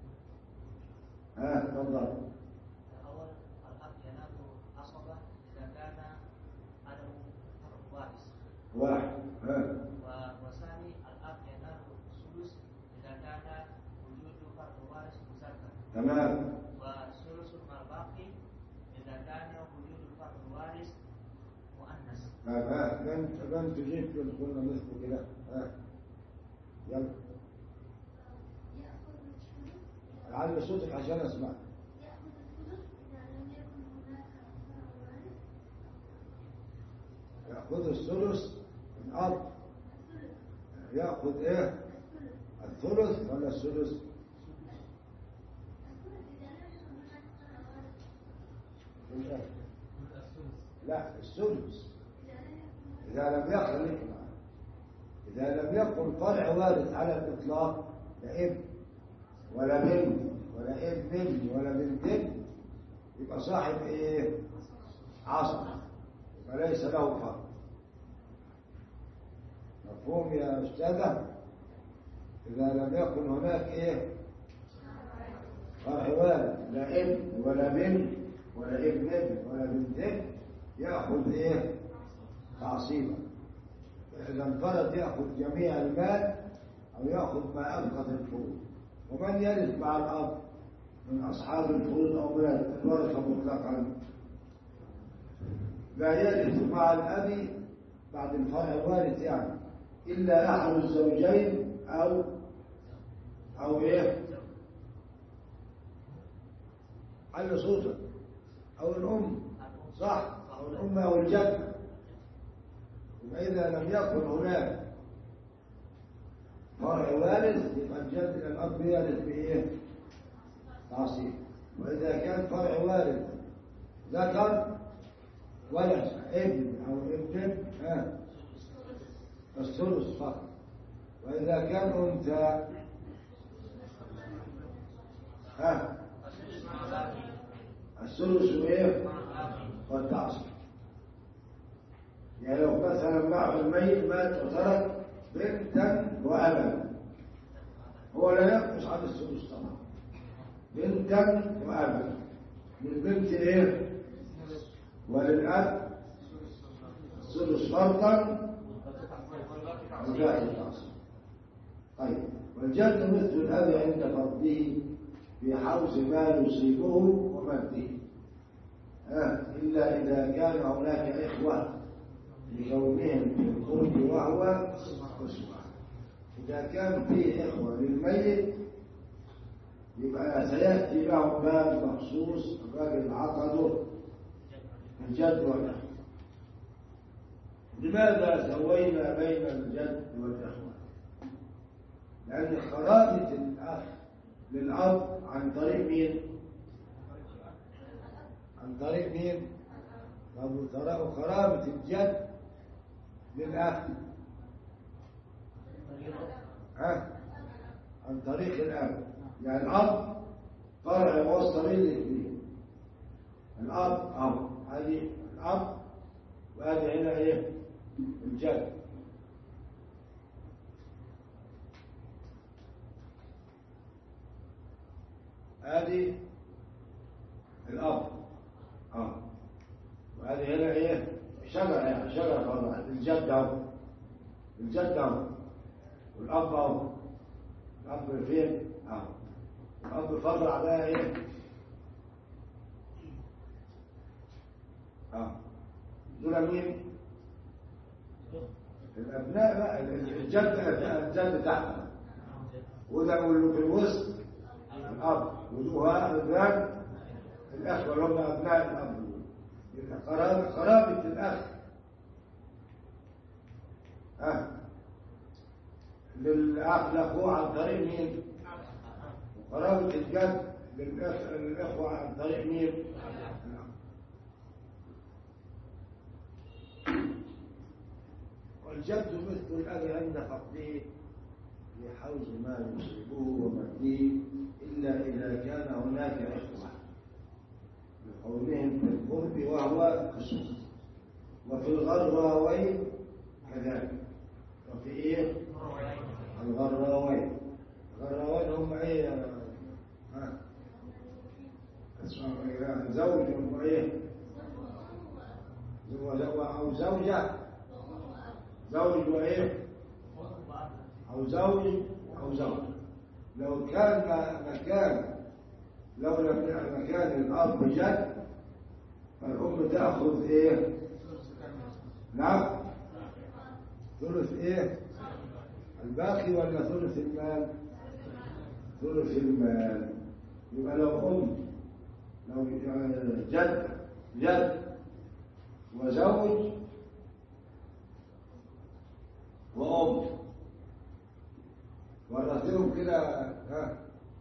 ها تفضل.
الأول الأب ينال عصبة إذا كان عدم فرع وارث.
واحد. ها.
والثاني الأب ينال الثلث إذا كان وجود فرع وارث مذكر.
تمام.
والثلث مع الباقي إذا كان وجود فرع وارث مؤنث.
ها من من تجيب قلنا مثل كده. ها يلا علي صوتك عشان اسمع. يأخذ الثلث الأب. يأخذ إيه؟ الثلث ولا الثلث؟ لا الثلث إذا لم يكن إذا لم يكن فرع وارث على الإطلاق لا ابن ولا بنت ولا ابن ولا بنت، يبقى صاحب إيه؟ عصب، يبقى ليس له فرع. مفهوم يا أستاذة؟ إذا لم يكن هناك إيه؟ فرع وارث لا ابن ولا بنت ولا ابن ولا بنت، يأخذ إيه؟ تعصيبا. إذا انفرد يأخذ جميع المال أو يأخذ ما أبقت الفروض. ومن يرث مع الأب من أصحاب الفروض أو من الورثة مطلقا لا يرث مع الأب بعد الفرع الوارث يعني إلا أحد الزوجين أو أو إيه؟ على صوتك. أو الأم، صح؟ أو الأم أو الجد. وإذا لم يكن هناك فرع وارث يبقى الجد الأب يرث بإيه؟ تعصيب. وإذا كان فرع وارث ذكر ولد ابن أو ابن ها الثلث فقط. وإذا كان أنثى ها الثلث وإيه؟ والتعصيب. يعني لو مثلا معه الميت مات وترك بنتا وأبا، هو لا ينقص عن الثلث طبعا. بنتا وأبا، للبنت إيه؟ وللأب الثلث فرضا وباقي التعصيب. طيب والجد مثل الأب عند فرضه في حوز ما يصيبه ومده، آه إلا إذا كان هناك إخوة لكونهم في الفرد وهو أسوة. إذا كان فيه إخوة للميت يبقى سيأتي لهم باب مخصوص الراجل عقده الجد والإخوة. لماذا سوينا بين الجد والإخوة؟ لأن قرابة الأخ للأب عن طريق مين؟ عن طريق مين؟ قرابة الجد للأخ ها؟ عن طريق الأب. يعني الأب فرع وسط بين الاثنين. الأب أهو، هذه الأب وهذه هنا إيه؟ الجد. هذه الأب أه وهذه هنا إيه؟ شجرة يعني شجرة فرع الجد أهو، الجد أهو والأب أهو. الأب فين؟ أهو. الأب فرع بقى إيه؟ أه دول مين؟ الأبناء بقى الجد الجد تحت، وده اللي في الوسط الأب، ودوها الأبناء الأخوة اللي هم أبناء الأب. قرابة قرابة الأخ ها للأخ لأخوه عن طريق مين؟ وقرابة الجد للأخوة عن طريق مين؟ والجد مثل الأب عند فقده لحوز ما يصيبه ومهديه إلا إذا كان هناك إخوة لقولهم في القرب وهو خصوص وفي الغراوين كذلك. وفي إيه؟ الغراوين الغراوين هم إيه؟ ها؟ زوج وإيه؟ أو زوجة زوج وإيه؟ أو زوج أو زوج. لو كان مكان لو لم يكن مكان الأب جد فالأم تأخذ إيه؟ نعم ثلث إيه؟ الباقي ولا ثلث المال؟ ثلث المال. يبقى لو أم لو جد جد وزوج وأم ورثهم كده ها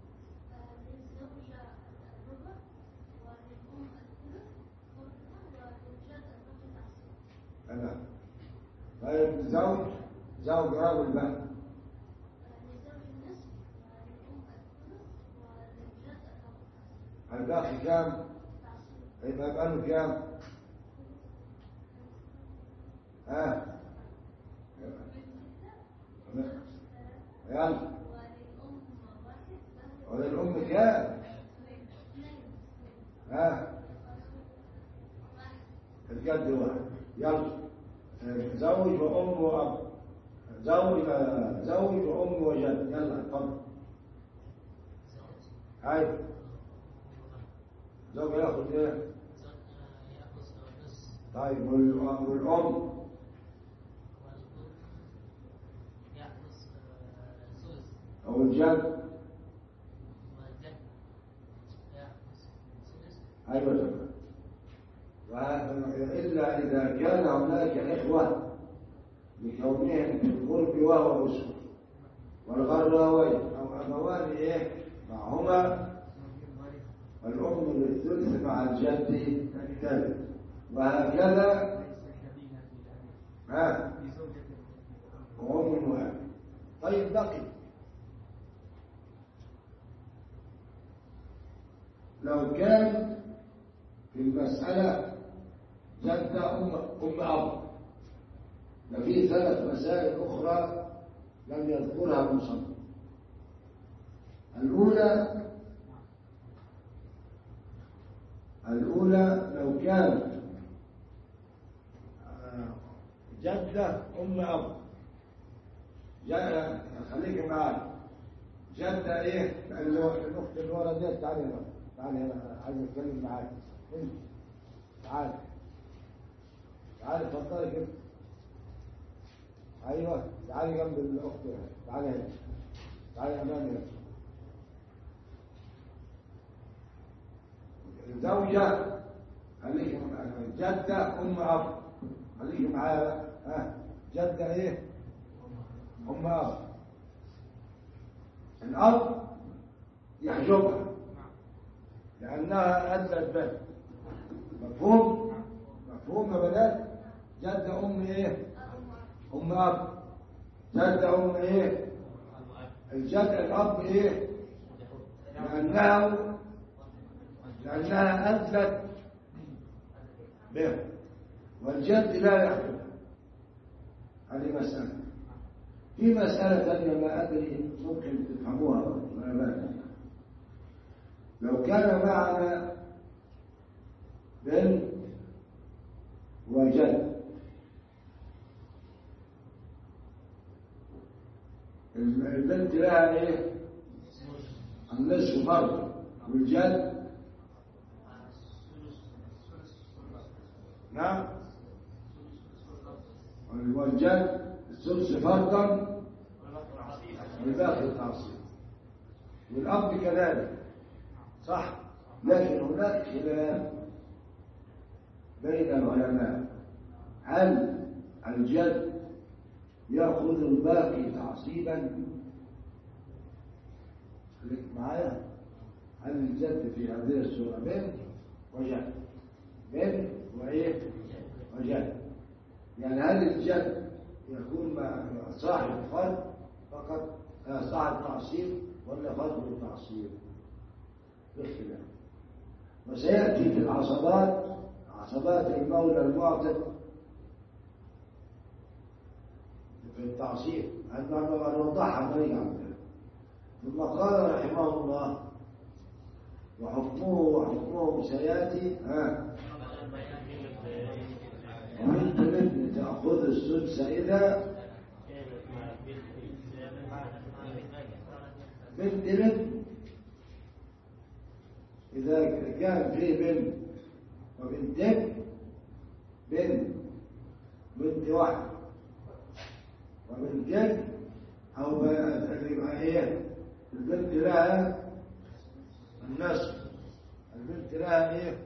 أنا طيب زوج زوج رجل بقى الباقي كام؟ يبقى بقاله كام؟ ها يلا وللأم كام؟ ها الجد واحد. يلا زوج وأم وأب زوج زوج وأم وجد. يلا اتفضل. هاي زوج ياخذ ايه؟ طيب والأم أو الجد أيوة تمام. إلا إذا كان هناك إخوة لكونهم في القرب وهو أسر والغراوين أو أبوان إيه معهما الأم للثلث مع الجد الثالث وهكذا ها وأم وأب. طيب بقي لو كان في المسألة جدة أم أم أب ففي ثلاث مسائل أخرى لم يذكرها المصنف. الأولى الأولى لو كان جدة أم أب جدة خليك معايا جدة إيه الأخت اللي ورا دي تعالي هنا تعالي هنا عايز أتكلم معاك انت تعالي تعالي اتفضلي كده ايوه تعالي جنب الاخت هنا تعالي هنا تعالي امامي هنا. الزوجة خليك جدة أم أب خليك معايا ها جدة إيه؟ أم أب. الأب يحجبها لأنها أدلت به. مفهوم؟ مفهوم يا بنات؟ جدة أم إيه؟ أم أب. جدة أم إيه؟ الجد الأب إيه؟ لأنها لأنها أدلت به والجد لا يحجب. هذه مسألة. في مسألة ثانية لا أدري ممكن تفهموها ولا لا. لو كان معنا بنت وجد البنت لها ايه؟ النصف فرض والجد نعم والجد الثلث فرضا والباقي التعصيب والأب كذلك صح. لكن هناك خلاف بين العلماء هل الجد يأخذ الباقي تعصيبا؟ خليك معايا. هل الجد في هذه الصورة بنت وجد بنت وإيه وجد؟ يعني هل الجد يكون مع صاحب فرد فقط صاحب تعصيب ولا فرد التعصيب باختلاف. وسيأتي في العصبات عصبات المولى المعتق في التعصيب هنوضحها مريعا. ثم قال رحمه الله وحكمه وحكمه سيأتي ها وبنت الابن تأخذ السدس إذا بنت الابن إذا كان فيه بنت وبنتين بنت بنت واحد وبنتين أو يبقى إيه البنت لها النصف البنت لها إيه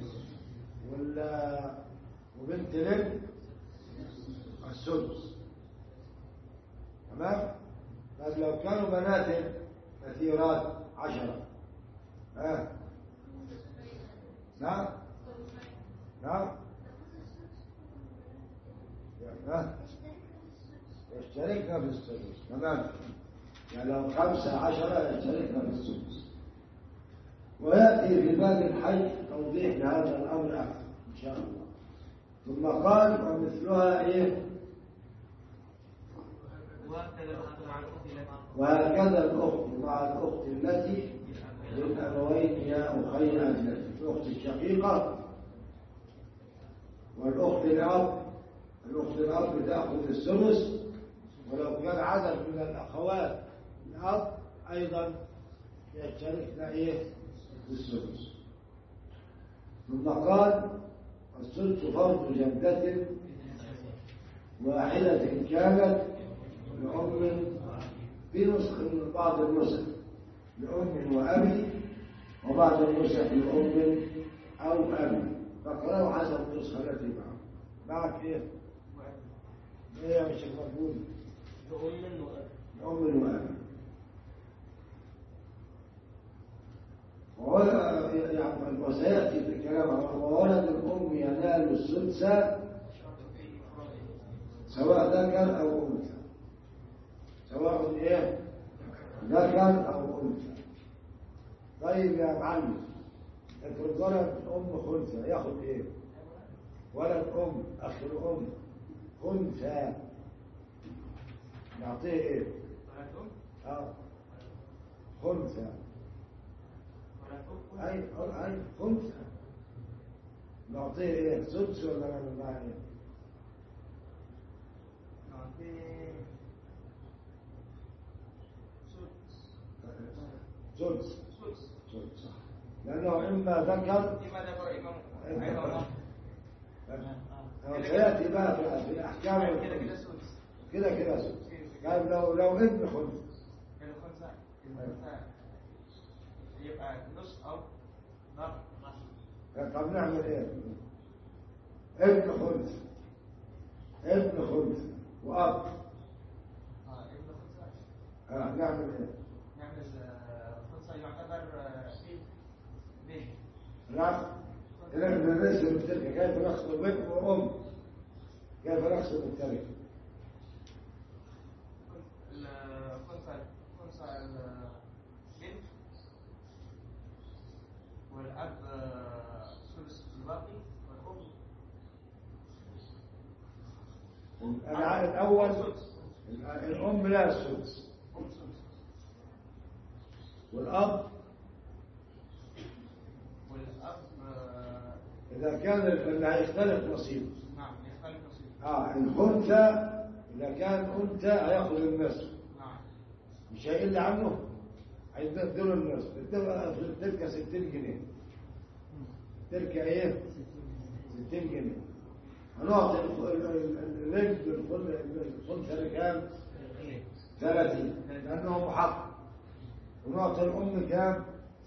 ولا وبنت الابن السدس. تمام. طيب لو كانوا بنات كثيرات عشرة ها نعم نعم ها يشتركنا في السدس. تمام. يعني لو خمسة عشرة يشتركنا في السدس. ويأتي في باب الحج توضيح لهذا الأمر أكثر إن شاء الله. ثم قال ومثلها إيه وهكذا الأخت مع الأخت التي للأبوين يا أخي أجلت الأخت الشقيقة والأخت الأب الأخت الأب تأخذ السدس ولو كان عدد من الأخوات الأب أيضا يشتركن إيه بالسدس. ثم قال السدس فرض جدة واحدة كانت لأم في نسخ من بعض النسخ لأم وأبي وبعض النسخ لأم أو أبي فقرأوا حسب النسخة التي معه. معك إيه؟ إيه يا مش مقبول؟
لأم وأبي
لأم وأبي. يعني وسيأتي في الكلام وولد الأم ينال السدس سواء ذكر أو أنثى سواء إيه ذكر أو أنثى. طيب يا معلم افرض ولد أم خنثى ياخد إيه؟ ولد أم أخ الأم خنثى نعطيه إيه؟ آه خنثى أي أي خنثى نعطيه إيه؟ سدس ولا ما إيه؟
نعطيه
سدس سدس صح لأنه إما ذكر
إما ذكر إما
أنثى. سيأتي بقى في الأحكام
كده كده سدس
كده كده سدس. طيب لو لو ابن خنثى
الخنثى الخنثى يبقى نص أو ضرب.
طب نعمل إيه؟ ابن خنثى ابن خنثى وأب
اه ابن خنثى
آه نعمل إيه؟
نعمل خنثى يعتبر بنت.
نعم. نحن نرسم التركة كيف نقسم بنت وأم كيف نقسم التركة؟
الخنثى خنثى البنت والأب ثلث الباقي والأم
الأول الأم لها السدس والأب
والأب
إذا كان اللي هيختلف نصيبه.
نعم يختلف نصيبه.
آه الخنثى إذا كان أنثى هياخذ النصف.
نعم.
مش هيقل عنه هيديله النصف. تبقى في التركة ستين جنيه. تركة إيه؟ ستين جنيه. هنعطي الرجل الخنثى لكام؟ ثلاثين لأنه محقق. ونعطي الأم كام؟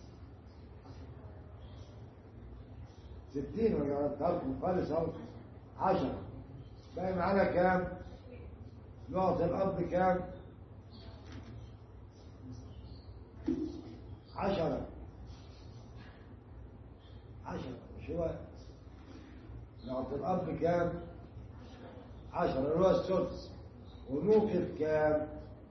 ستين ولا تركم خالص أهو عشرة. باقي معانا كام؟ نعطي الأب كام؟ عشرة عشرة شو نعطي الأب كام؟ عشرة اللي هو السدس ونوقف كام؟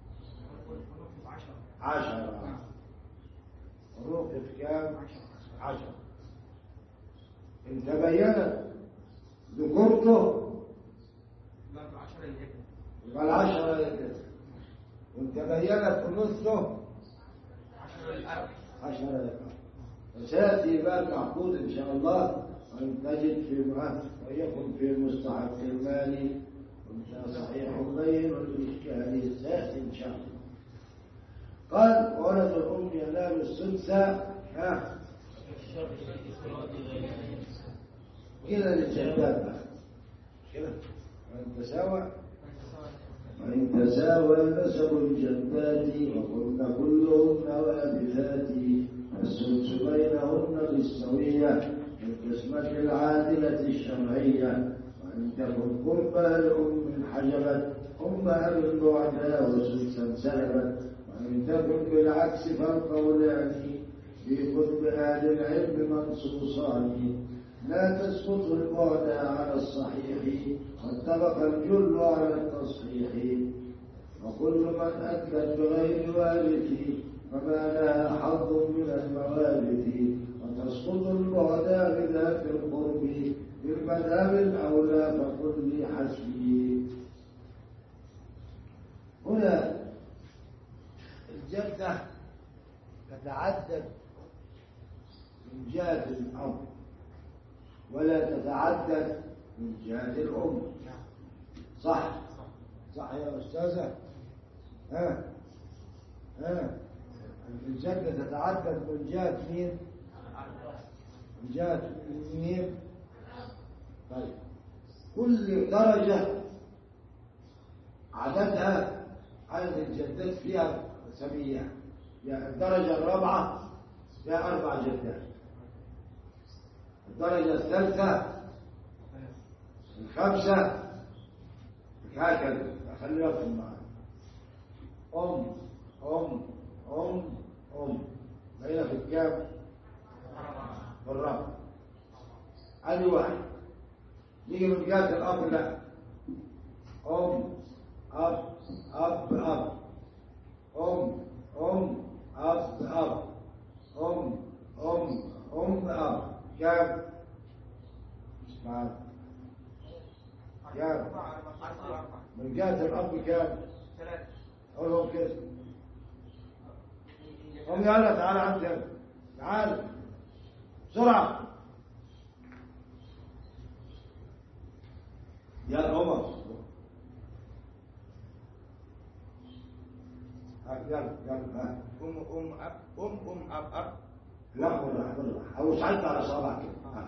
عشرة. ونوقف كام؟ عشرة. إن تبينت ذكورته يبقى العشرة يكفي، وإن تبينت أنوثته عشرة يكفي. وسيأتي بقى المعقود إن شاء الله، وإن تجد في مراد ويكن في مستحق المال وإن صحيح بين والإشكال سيأتي إن شاء الله. قال ولد الأم ينال السدس ها إلى للجدات كده. وإن تساوى وإن تساوى نسب الجدات وكن كلهن وارثات فالسدس بينهن بالسوية بالقسمة العادلة الشرعية. وإن تكن قرب الأم حجبت أمها بالبعد وسدسا سلبت. وإن تكن بالعكس فالقولان في قطب أهل العلم منصوصان. لا تسقط البعد على الصحيح واتفق الجل على التصحيح. وكل من أدلت بغير وارث فما لها حظ من الموارث. وتسقط البعد بذات القرب بالمذهب الأولى فقل لي حسبي. هنا الجدة تتعدد من جهة الأب ولا تتعدد من جهة الأم. صح صح يا أستاذة؟ ها ها الجدة تتعدد من جهة مين؟ من جهة مين؟ طيب كل درجة عددها عدد الجدات فيها سبيع. يعني الدرجة الرابعة فيها أربع جدات، الدرجة الثالثة الخامسة هكذا. خلينا في المعنى أم أم أم أم بقينا في الكام؟ في الرابع. أدي واحد. نيجي من جهة الأب لا أم أب أب أب أم أم أب أب أم أم أم أب كام؟ اسمع كام؟ من جهة الأب كام؟
ثلاثة.
قولهم كده. قوم يلا تعالى عندنا تعال بسرعة يا عمر. يلا يلا
أم أم أب أم أم أب أب.
لا والله والله أو ساعدت على صابعك.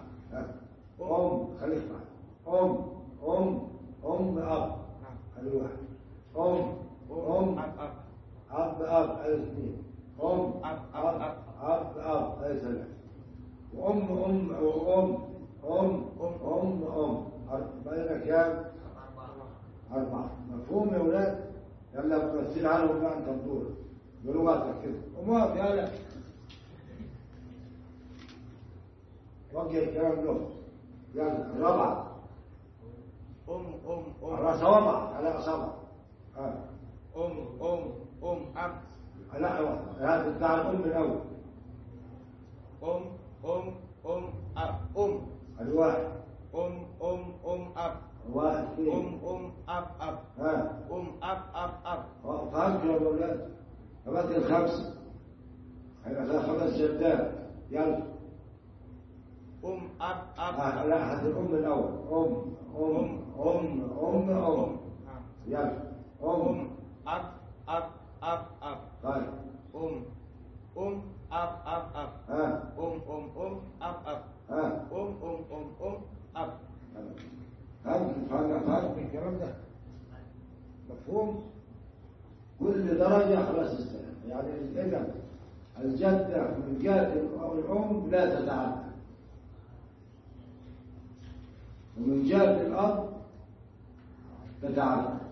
أم خليك معي. أم أم أم أب هذا واحد. أم أم
أب أب
أب أب هذا اثنين. أم
أب
أب
أب
أب أب هذا ثلاثة. وأم أم وأم أم أم أم أم بين كام؟ أربعة. مفهوم يا أولاد؟ يلا بتمثل عنهم بقى أنت بدور بلغتك كده. أمات يلا وجه الكلام له. يلا الرابعة
أم أم أم
على صوابع على أصابع. ها
أم أم أم أب.
لا هذا بتاع الأم الأول.
أم أم أم أب أم.
الواحد.
أم أم أم أب.
واحد اثنين.
أم أم أب أب.
ها
أم أب أب أب.
فهمت يا أولاد؟ فبقت الخمسة هيبقى فيها خمس جدات. يلا
أم أب أب.
آه لا هذا الأم الأول. أم أم أم أم أم. يلا أم
أب أب أب أب.
طيب
أم أم أب أب أب.
ها
أم أم أم أب أب.
ها
أم أم أم أم أب.
فهمت فهمت فهمت الكلام ده مفهوم؟ كل درجة خلاص استلم. يعني إذا الجدة من جهة الأم لا تتعدى، ومن جهة الأب تتعدى.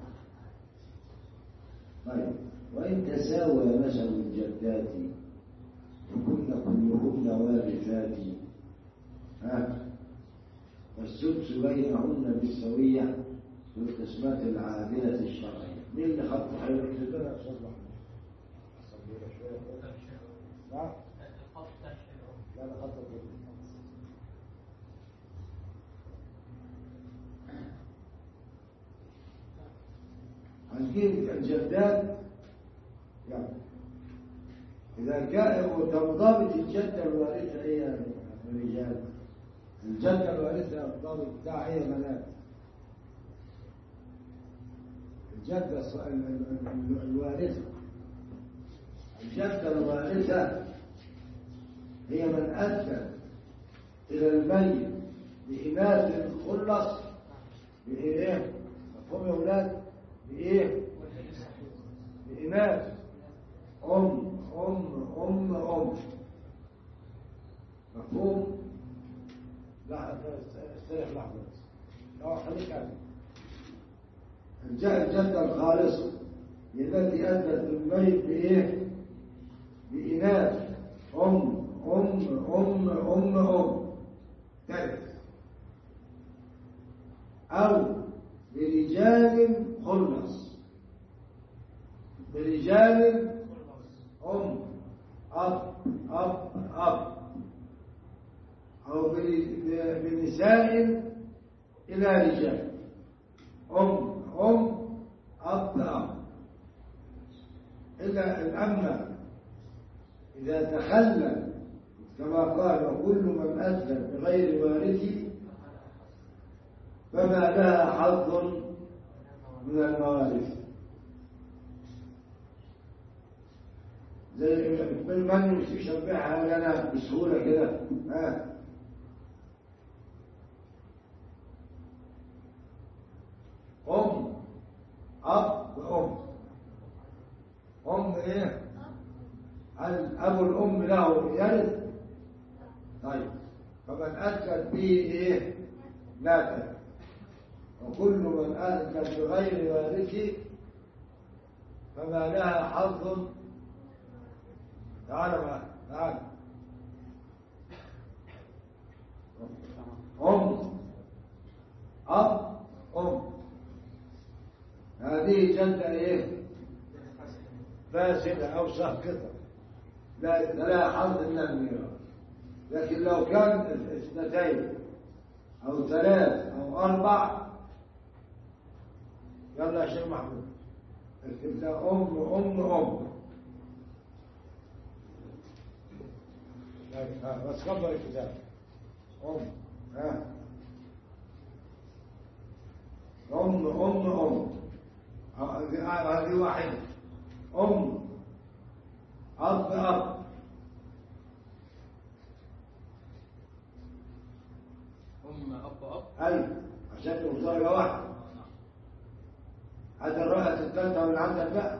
طيب وإن تساوى نسب الجدات فكن كلهن وارثات ها والسدس بينهن بالسوية في القسمة العادلة الشرعية. مين اللي خط حلو كده يا أستاذ محمود؟ صبرنا شوية. نعم؟
الخط تشهد.
لا لا خط كده. هنجيب الجدات يعني إذا كان ضابط الجدة الوارثة هي الرجال، الجدة الوارثة الضابط بتاعها هي بنات. الجدة الوارثة الجدة الوارثة هي من أدى إلى الميت بإناث خلص بإيه؟ مفهوم يا أولاد؟ بإيه؟ بإناث أم أم أم أم مفهوم؟ لا استريح لحظة لا خليك عنه. الجدة الخالصة التي أدت الميت بإيه؟ بإناث أم أم أم أم أم ثالث أو برجال خلص برجال أم أب أب أب أو بنساء إلى رجال أم أم أب أب إلا الأمة إذا تخلى كما قال وكل من أسلم بغير وارثه فما لها حظ من الموارث. زي من يشبعها لنا بسهولة كده ها أم أب وأم أم إيه؟ أبو الأم له يرث. طيب فمن أثبت به إيه؟ لا ترث. وكل من أثبت بغير وارثه فما لها حظ. تعال معي تعال. أم أب أم هذه جدة إيه؟ فاسدة أو ساقطة لا لا حظ من الميراث. لكن لو كان اثنتين أو ثلاث أو أربع يلا يا شيخ محمود اكتب أم أم أم ها بس كبر الكتاب أم ها أم أم أم هذه واحدة أم أب أب
أم أب أب
أي عشان توصل إلى واحد. هذا الرؤية الثالثة من عندك بقى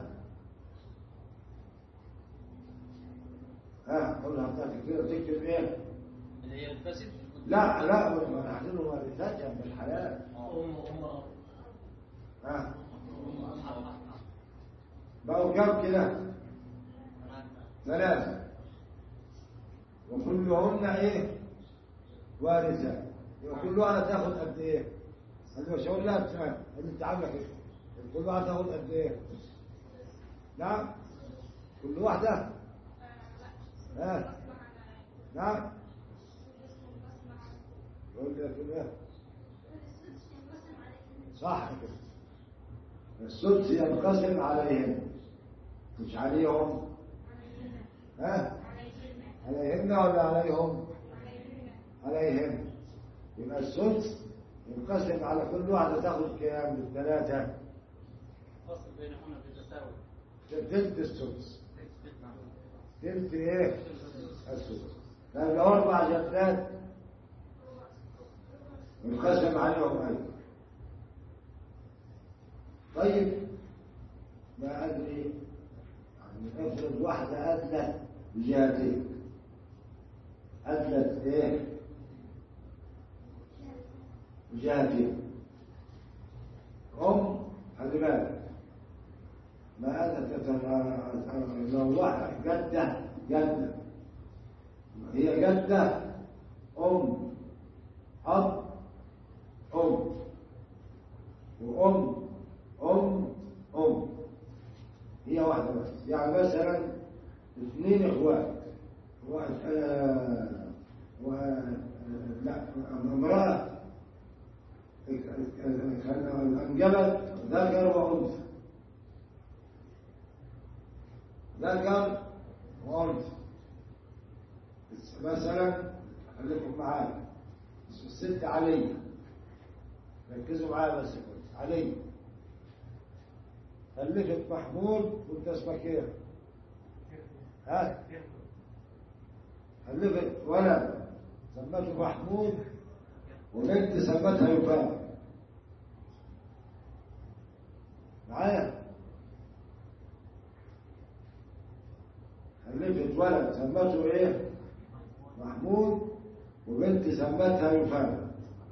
ها قول لها كده تكتب إيه؟
اللي هي الفاسد.
لا لا ما نحن وارثات جنب الحلال.
أم أم أب.
ها بقوا كم كده؟ ثلاثة وكلهن ايه؟ وارثات. وكل واحدة تاخد قد ايه؟ انا مش هقول لها بسؤال انت عامله كده كل واحدة تاخد قد ايه؟ نعم كل واحدة ها نعم يقول لك ايه؟ صح كده السدس ينقسم عليهم مش عليهم ها عليهن ولا عليهم عليهم. يبقى السدس ينقسم على كل واحدة تاخد كام بالثلاثة
فصل بينهن بالتساوي
تلت السدس تلت ايه السدس. لأن أربع جدات ينقسم عليهم أيضا. طيب ما أدري يعني افرض واحدة أدلت بجهتين أدلت إيه بجهتين أم خلي بالك ما أدلت لو واحدة جدة جدة هي جدة أم أب أم وأم أم أم يعني مثلا اثنين اخوات واحد آه و لا امرأة انجبت ذكر وانثى ذكر وانثى مثلا خليكم معايا اسم الست علي ركزوا معايا بس كويس علي خلفت محمود وانت اسمك ايه؟ ها؟ خلفت ولد سمته محمود وبنت سمتها يفاء معايا؟ خلفت ولد سمته ايه؟ محمود وبنت سمتها يفاء.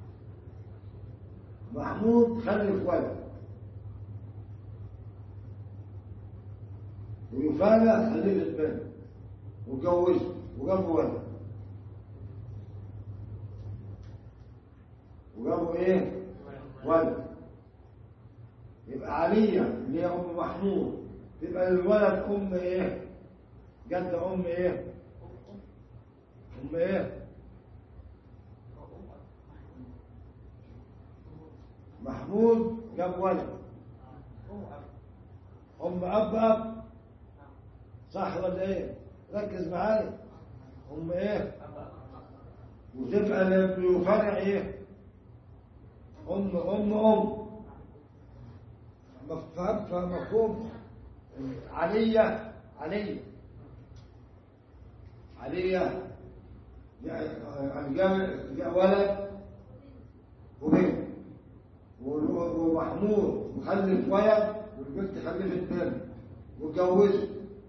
محمود خلف ولد ويفاء خلفت بنت واتجوزت وجابوا ولد وجابوا ايه؟ ولد. يبقى عليا اللي هي ام محمود تبقى الولد ام ايه؟ جد ام ايه؟ ام ايه؟ محمود جاب ولد ام اب اب صح ولا ايه؟ ركز معايا. ام ايه؟ وتبقى اللي يفرع ايه؟ ام ام ام مفهوم مفهوم. عليا عليا عليا يعني جاء ولد وبنت ومحمود مخلف ولد والبنت خلفت بنت واتجوزوا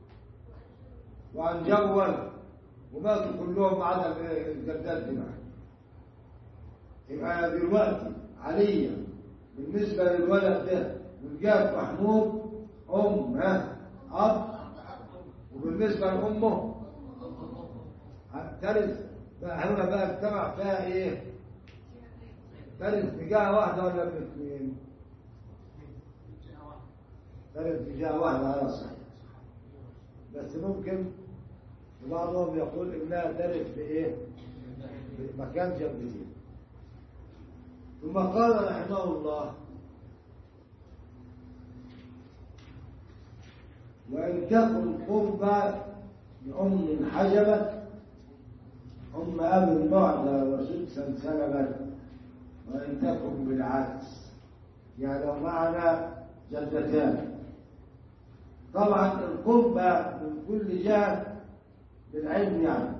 وانجبوا ولد وماتوا كلهم ما عدا الجدات دي معاهم. يبقى دلوقتي عليا بالنسبه للولد ده من جهه محمود ام ها اب وبالنسبه لامه ترث بقى. هنا بقى اجتمع فيها ايه؟ ترث بجهه واحده ولا باثنين؟ ترث بجهه واحده على صحيح. بس ممكن بعضهم يقول انها ترث بايه؟ بمكان جنبيه. ثم قال رحمه الله: وإن تكن قربى لأم حجبت أم أب بعد وسدسا سلبت، وإن تكن بالعكس يعني لو معنا جدتان. طبعا القربى من كل جهة بالعلم يعني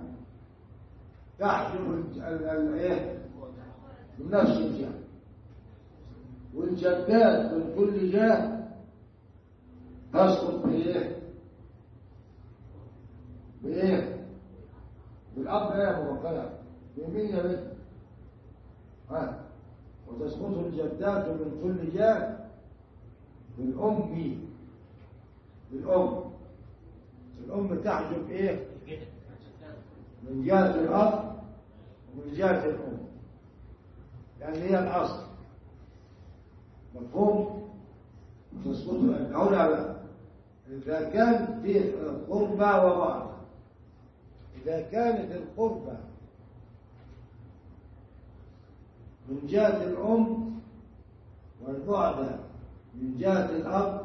تحجب الايه من نفس الجهة، والجدات من كل جهة تسقط بايه؟ بايه؟ بالاب ايه مبقله بيمين يا بنت ها. وتسقط الجدات من كل جهه بالام بالام. الام تحجب ايه؟ من جهه الاب ومن جهه الام لان هي الاصل. مفهوم؟ تسقط هنا بقى إذا كان في قربى وبعض. إذا كانت القربى من جهة الأم والبعد من جهة الأب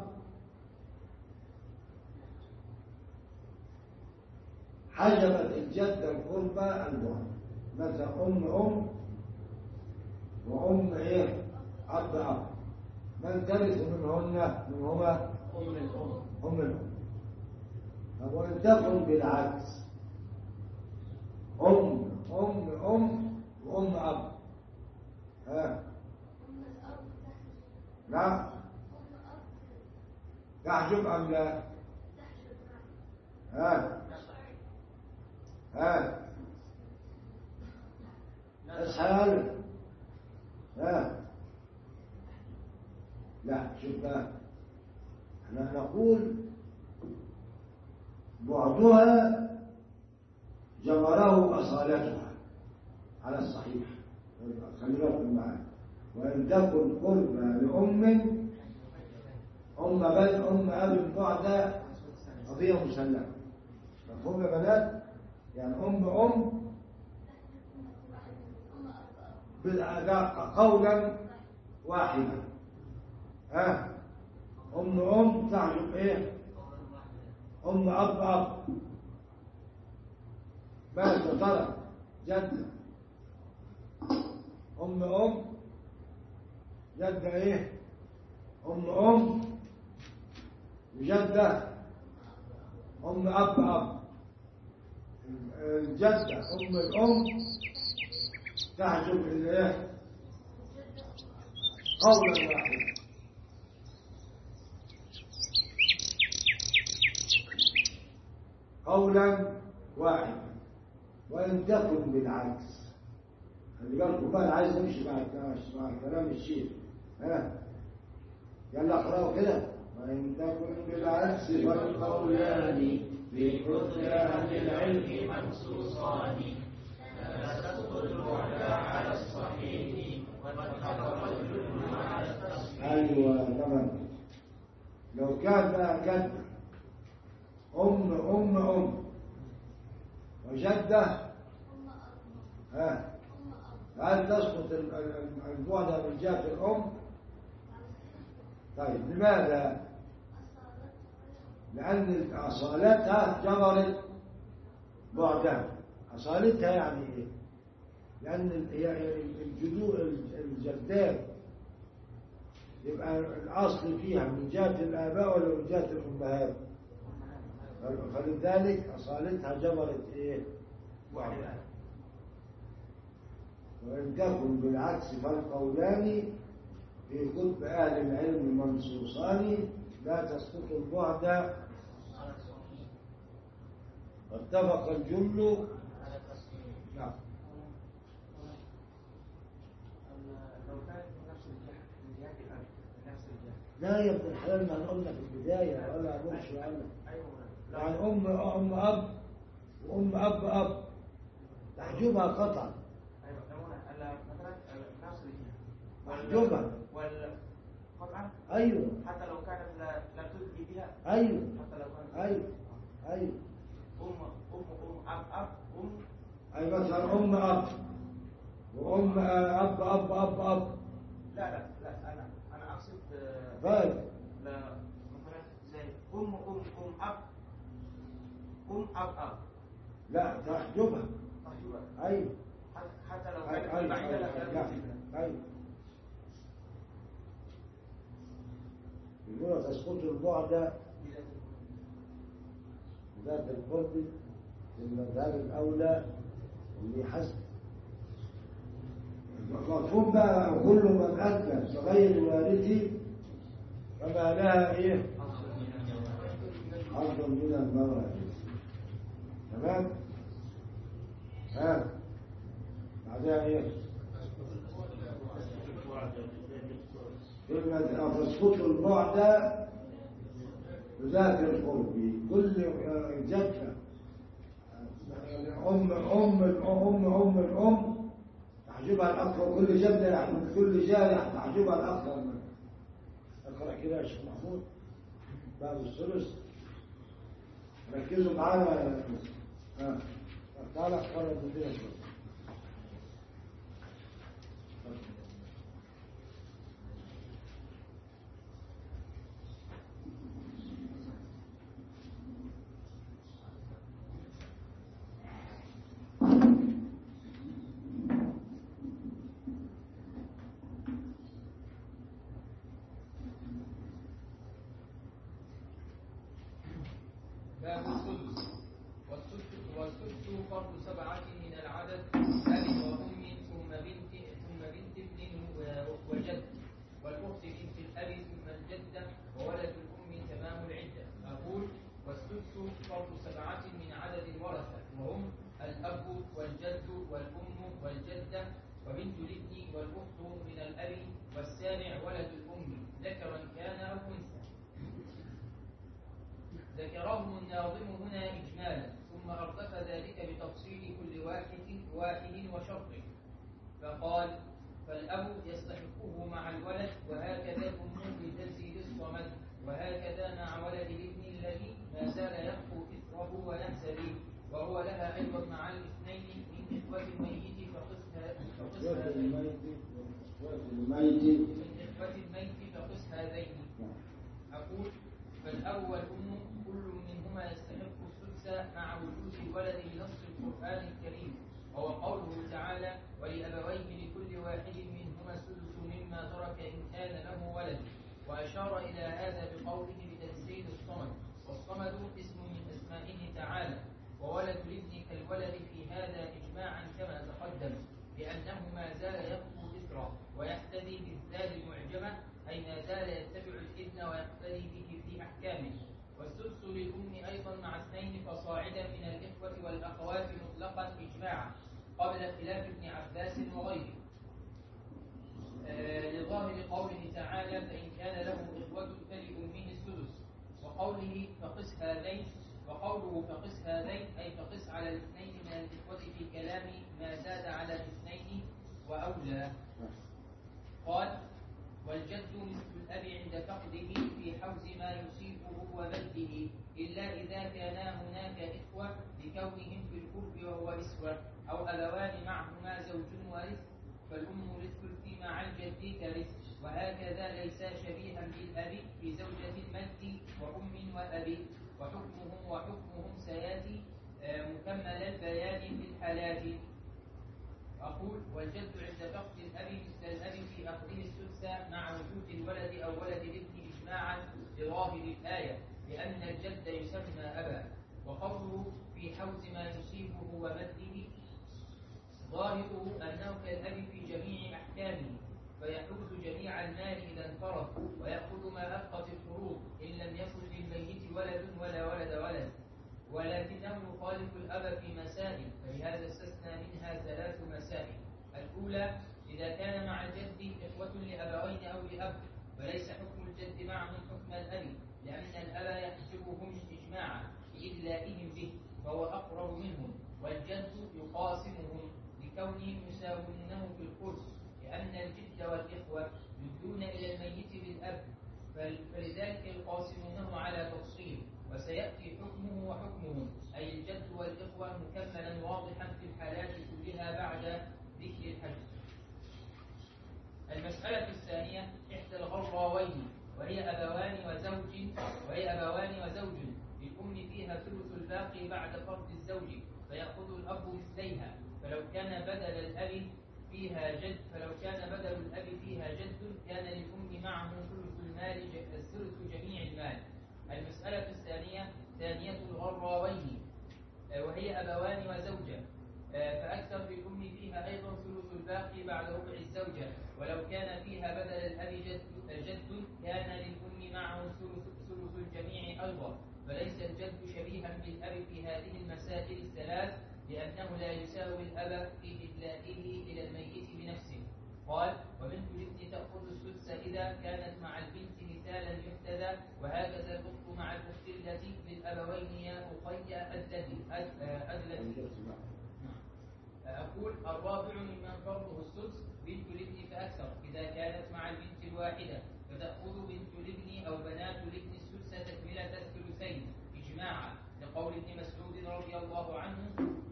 حجبت الجدة القربى البعد. مثلا أم أم وأم إيه؟ أب أب. من ترث منهن منهما أم الأم أم الأم. وإن تكن بالعكس أم أم أم وأم أب ها لا تحجب أم لا؟ ها ها اسهل ها لا. شوف بقى احنا نقول بعضها جبره اصالتها على الصحيح. خلي بالكم معايا. وان تكن قربى لام ام بل ام اب بعد قضية مسلمة. مفهوم يا بنات؟ يعني أم أم بالأداء قولا واحدا. ها أم أم تعجب إيه؟ أم أب أب ماذا ترى؟ جدة. أم أم جدة إيه؟ أم أم جدة. أم أب أب. الجدة أم الأم تعجب الإيه؟ قولا واحدا. قولا واحدا. وإن تكن بالعكس. خلي بالكم بقى، عايز نمشي مع مع كلام الشيخ. ها يلا اقرأوا كده. وإن تكن بالعكس فالقولان
في كتب أهل العلم منصوصان لا تسقط الوعد على الصحيح واتفق الجن على التصحيح.
أيوة تمام. لو كان بقى جد أم أم أم وجدة، ها هل تسقط البعد من جهة الأم؟ طيب لماذا؟ لأن أصالتها جبرت بعدها. أصالتها يعني إيه؟ لأن الجدود الجدات يبقى الأصل فيها من جهة الآباء ولا من جهة الأمهات؟ فلذلك أصالتها جبرت إيه؟ بعدها. وإن تكن بالعكس فالقولان في كتب أهل العلم منصوصان لا تسقط البعد واتفق الجل. نعم.
لو كانت نفس الجهة من جهة الأب نفس الجهة.
لا يا ابن الحلال، ما قلنا في البداية ولا أقولش ولا يعني أم أم أب وأم أب أب تحجبها قطعا.
أيوة أنا مثلا نفس الجهة
محجوبة
قطعا.
أيوة
حتى لو كانت لا لا تدري بها.
أيوة
حتى لو كانت
أيوة أيوة
أم أم أم أب أب أم.
أي مثلا أم أب وأم أب أب أب أب.
لا لا لا أنا أنا أقصد
طيب
لا مثلا زي أم أم أم أب أم أب أب.
لا تحجبها.
تحجبها.
أيوة
حتى لو كانت بعيدة لا تدري.
أيوة يقول تسقط البعد ذات القرب في المذهب الأولى اللي حسب. مفهوم بقى كل من أدى بغير والده فما لها إيه؟ حظ من الموارد. تمام؟ ها بعدها إيه؟ تسقط البعد بذات القرب كل جدة أم أم الأم أم الأم تحجبها الأكثر. كل جدة يعني كل جارح تحجبها الأكثر. اقرأ كده يا شيخ محمود باب الثلث. ركزوا معانا. ها تعالى اقرأ بدينا شوية.
باب السدس. والسدس والسدس فرض سبعة من العدد أب وأم ثم بنت ثم بنت ابن وجد والأخت بنت الأب ثم الجدة وولد الأم تمام العدة. أقول والسدس فرض سبعة من عدد الورثة وهم الأب والجد والأم والجدة وبنت الابن والأخت من الأب والسابع ولد الأم ذكرا كان أو أنثى. ذكره الناظم هنا إجمالا ثم أردف ذلك بتفصيل كل واحد واحد وشرطه فقال فالأب يستحقه مع الولد وهكذا الأم بتنزيل الصمد وهكذا مع ولد الابن الذي
ما زال يخفو إثره ويحزى به، وهو لها أيضا مع الاثنين من إخوة الميت فقسها
إخوة الميت إخوة الميت
من إخوة الميت فقس هذين. أقول فالأول أم كل منهما يستحق السدس مع وجود الولد بنص القرآن الكريم، وهو قوله تعالى: ولأبويه لكل واحد منهما السدس مما ترك إن كان له ولد. وأشار إلى هذا بقوله بتجسيد الصمد، والصمد اسم من أسمائه تعالى، وولد الابن كالولد في هذا إجماعا كما تقدم، لأنه ما زال يخطو إثره ويحتذي بالذال المعجمة، أي ما زال يتبع الابن ويقتدي به في أحكامه. والسدس للأم أيضا مع اثنين فصاعدا من الإخوة والأخوات مطلقا إجماعا قبل خلاف ابن عباس وغيره، آه لظاهر قوله تعالى: فإن كان له إخوة فلأمه السدس، وقوله فقس هذين، وقوله فقس هذين أي فقس على الاثنين من الإخوة في كلام ما زاد على الاثنين وأولى. قال: والجد مثل الأب عند فقده في حوز ما يصيبه وبلده، إلا إذا كانا هناك إخوة لكونهم في القرب وهو إسوة، أو أبوان معهما زوج ورث، فالأم رث في مع الجد كرث. وهكذا ليس شبيها بالأب في زوجة المد وأم وأب، وحكمهم وحكمهم سياتي مكمل البيان في الحالات. أقول: والجد عند فقد الأب مثل الأب في أخذه السدس مع وجود الولد أو ولد الابن إجماعا لظاهر الآية، لأن الجد يسمى أبا. وقوله في حوز ما يصيبه ومده ظاهره أنه كالأب في جميع أحكامه، فيحوز جميع المال إذا انفرد، ويأخذ ما أبقت الفروض إن لم يكن للميت ولد ولا ولد ولد، ولكنه يخالف الأب في مسائل، فلهذا استثنى منها ثلاث مسائل. الأولى: إذا كان مع الجد إخوة لأبوين أو لأب، فليس حكم الجد معهم حكم الأب، لأن الأب يحجبهم إجماعا لإدلائهم به، فهو أقرب منهم، والجد يقاسمهم لكونهم يساوونه في القرب، لأن الجد والإخوة يدون إلى الميت بالأب، فلذلك يقاسمونه على تفصيل، وسيأتي حكمه وحكمهم، أي الجد والإخوة مكملا واضحا في الحالات كلها بعد ذكر الحج. المسألة الثانية: إحدى الغراوين، وهي أبوان وزوج وهي أبوان وزوج للأم فيها ثلث الباقي بعد فرض الزوج، فيأخذ الأب مثليها، فلو كان بدل الأب فيها جد فلو كان بدل الأب فيها جد كان للأم معه ثلث المال ثلث جميع المال. المسألة الثانية: ثانية الغراوين، وهي أبوان وزوجة، فأكثر للأم فيها أيضا ثلث الباقي بعد ربع الزوجة، ولو كان فيها بدل الأب جد, جد كان للأم معه ثلث, ثلث الجميع أيضا، فليس الجد شبيها بالأب في هذه المسائل الثلاث، لأنه لا يساوي الأب في إدلائه إلى الميت بنفسه. قال: وبنت الابن تأخذ السدس إذا كانت مع البنت مثالا يحتذى، وهكذا الأخت مع الأخت التي للأبوين يا أخي أدلتي. أقول: الرابع ممن فرضه السدس بنت الابن فأكثر إذا كانت مع البنت الواحدة، فتأخذ بنت الابن أو بنات الابن السدس تكملة الثلثين إجماعا، لقول ابن مسعود رضي الله عنه: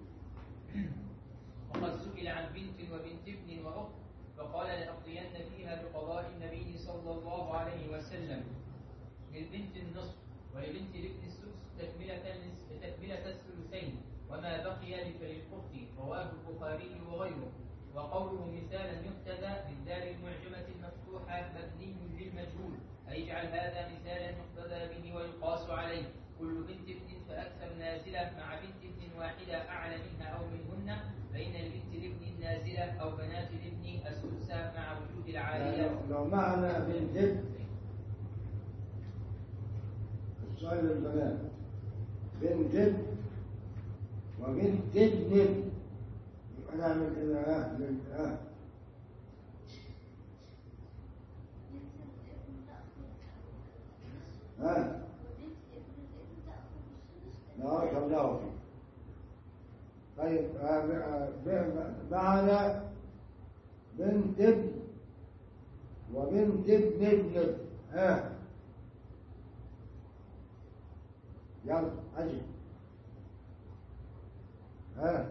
وقد سئل عن بنت وبنت ابن وأخت فقال: لأقضين فيها بقضاء النبي صلى الله عليه وسلم. للبنت النصف ولبنت الابن السدس تكملة تكملة الثلثين، وما بقي فللأخت. رواه البخاري وغيره. وقوله مثالا يقتدى بالدال المعجمة المفتوحة مبني للمجهول، أي اجعل هذا مثالا يقتدى به ويقاس عليه. كل بنت ابن فأكثر نازلة مع بنت ابن واحدة أعلى منها أو منهن، بين البنت الابن النازلة أو بنات الابن السدس مع وجود العالية.
لو معنا بنت ابن، السؤال للبنات: بنت ابن وبنت ابن ابن، يبقى نعمل كده اه للاه ها بارك الله فيك. طيب معنا بنت ابن وبنت ابن ابن ها يلا أجل. ها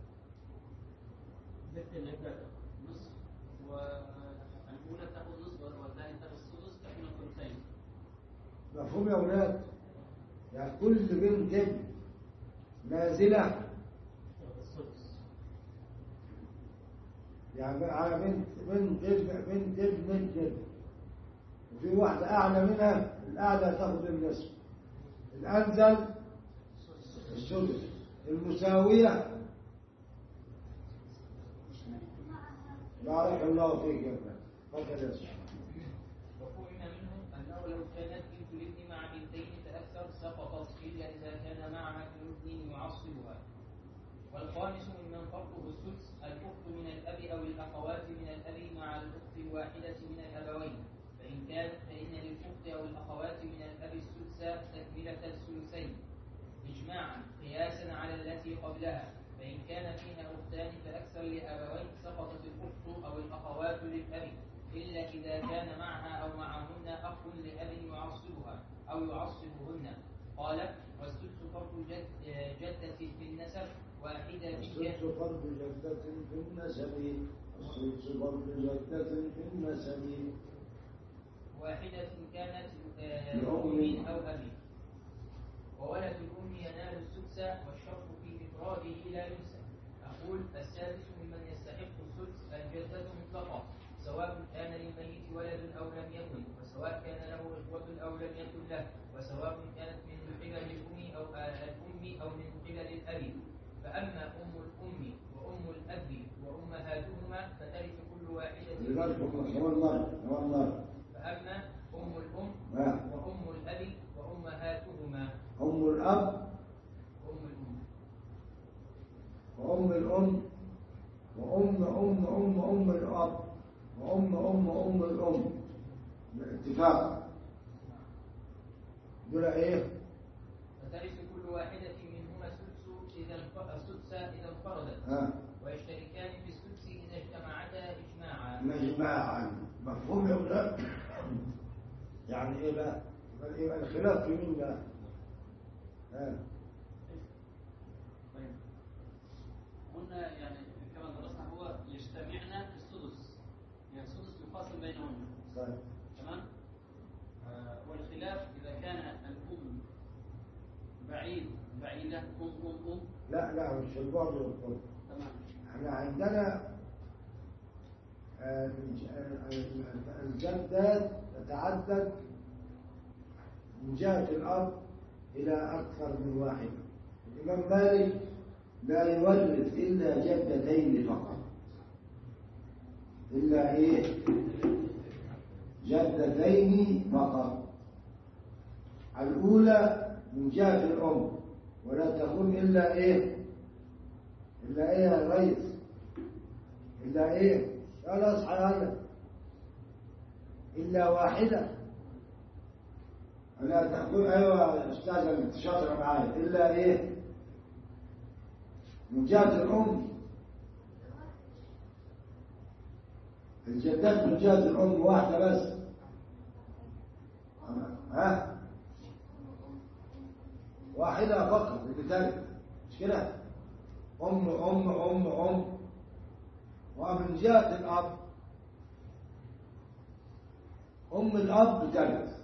ذكر العبادة نصف والأولى تأخذ نصف والثانية تأخذ السدس تكون الثلثين.
مفهوم يا أولاد؟ يعني كل بنت نازلة
السدس.
يعني بقى بنت بنت ابن بنت ابن بنت ابن وفي واحدة أعلى منها، الأعلى تاخد النصف، الأنزل السدس، المساوية. بارك الله فيك يا ابن. فكر يا شيخ.
وفهم منه أنه لو كانت بنت الابن مع بنتين فأكثر سقطت إلا إذا كان معها ابن ابن يعصبها. والخامس ممن فرضه السدس الأخت من الأب أو الأخوات من الأب مع الأخت الواحدة من الأبوين، فإن كانت فإن للأخت أو الأخوات من الأب السدس تكملة الثلثين إجماعا قياسا على التي قبلها، فإن كان فيها أختان فأكثر لأبوين سقطت الأخت أو الأخوات للأب، إلا إذا كان معها أو معهن أخ لأب يعصبها أو يعصبهن. قال والسدس فرض جد جدة في النسب واحدة
السدس فرض جدة في النسب السدس فرض جدة في النسب
واحدة كانت لأم أو أبي. وولد الأم ينال السدس والشرط في إفراده لا ينسى. أقول السادس ممن يستحق السدس الجدة مطلقة، سواء كان للميت ولد أو لم يكن، وسواء كان له إخوة أو لم يكن له، وسواء كانت من قبل الأم أو الأم أو من قبل الأب. فأما أم الأم وأم الأب وأمهاتهما فترث كل واحدة
والله.
فأما أم الأم وأم الأب وأمهاتهما
أم الأب
أم الأم
وأم الأم وأم أم أم أم الأب وأم أم أم الأم باتفاق دول إيه؟
فترث كل واحدة منهما السدس إذا السدس إذا انفردت، ويشتركان في السدس إذا اجتمعتا إجماعا.
إجماعا مفهوم يا أولاد؟ يعني إيه بقى؟ يبقى الخلاف في مين بقى؟ ها
طيب قلنا يعني كما درسنا هو يجتمعنا في السدس، يعني السدس يفاصل بينهن.
طيب
تمام. آه والخلاف إذا كان الأم بعيد بعيدة أم أم أم
لا لا مش البعد والقرب.
تمام.
احنا عندنا الجدات تتعدد من جهة الأب إلى أكثر من واحدة. الإمام مالك لا يورث إلا جدتين فقط، إلا إيه؟ جدتين فقط. الأولى من جهة الأم ولا تكون إلا إيه؟ إلا إيه يا ريس؟ إلا إيه؟ لا أصحى هذا إلا واحدة. لا تقول أيوة يا أستاذ أنت شاطر معايا. إلا إيه؟ من جهة الأم. الجدات من جهة الأم واحدة بس. ها؟ واحدة فقط اللي تالت مش كده؟ أم أم أم أم. ومن جهة الأب أم الأب تالت.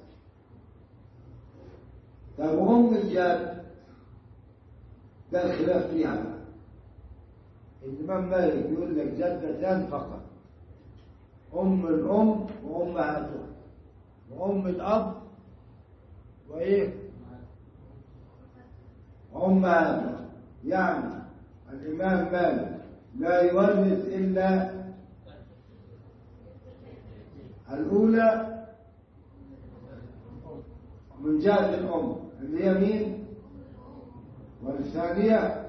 طيب وأم الجد ده الخلاف فيها بقى. الإمام مالك يقول لك جدتان فقط، أم الأم وأمهاتها، وأم الأب وإيه؟ وأمهاتها. يعني الإمام مالك لا يورث إلا الأولى من جهة الأم اللي هي مين؟ والثانية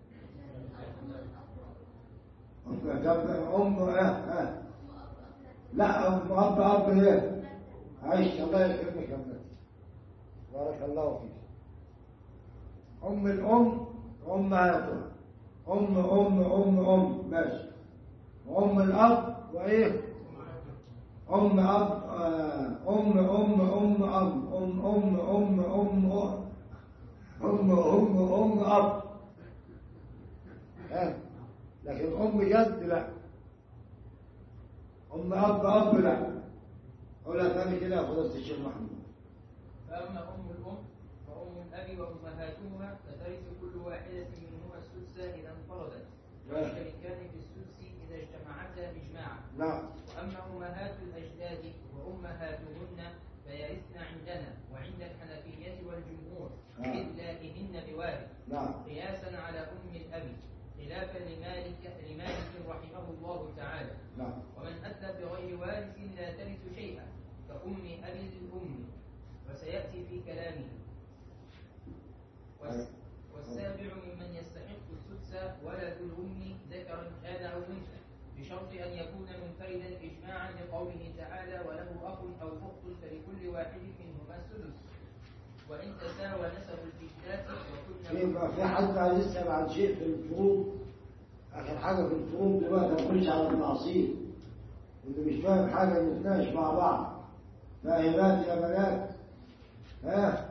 أم أه أه لا أم أب أب إيه؟ عيش الله يكرمك يا ابنتي بارك الله فيك. أم الأم وأمهاتها، أم أم أم أم ماشي، وأم الأب وإيه؟ أم أب أم أم أم أم أم أم أم أم أم أم أم أب ها، لكن أم جد لا، أم أب أب لا. أقولها ثاني كده يا فضيلة الشيخ محمود.
فأما أم الأم فأم الأب وأمهاتهما فترث كل واحدة منهما السدس إذا انفردت، ويشتركان في السدس إذا اجتمعتا إجماعا.
نعم.
وأما أمهات الأجداد وأمهاتهن فيرثن عندنا وعند الحنفية والجمهور إلا إهن بوارث، قياسا على أم الأب، خلافا لمالك لمالك رحمه الله تعالى.
نعم.
ومن أتى بغير وارث لا ترث شيئا كأم أبي الأم، وسيأتي في كلامه. والسابع ممن يستحق السدس ولد الأم ذكرا كان أو أنثى، بشرط أن يكون منفردا إجماعا لقوله تعالى وله أخ أو أخت فلكل واحد منهما السدس. وإن تساوى نسب الجدات وكنا
يبقى في حد عايز يسأل عن شيء في الفروض، آخر حاجة في الفروض دلوقتي نخش على المعاصير، اللي مش فاهم حاجة نتناقش مع بعض. فاهمات يا بنات؟ ها؟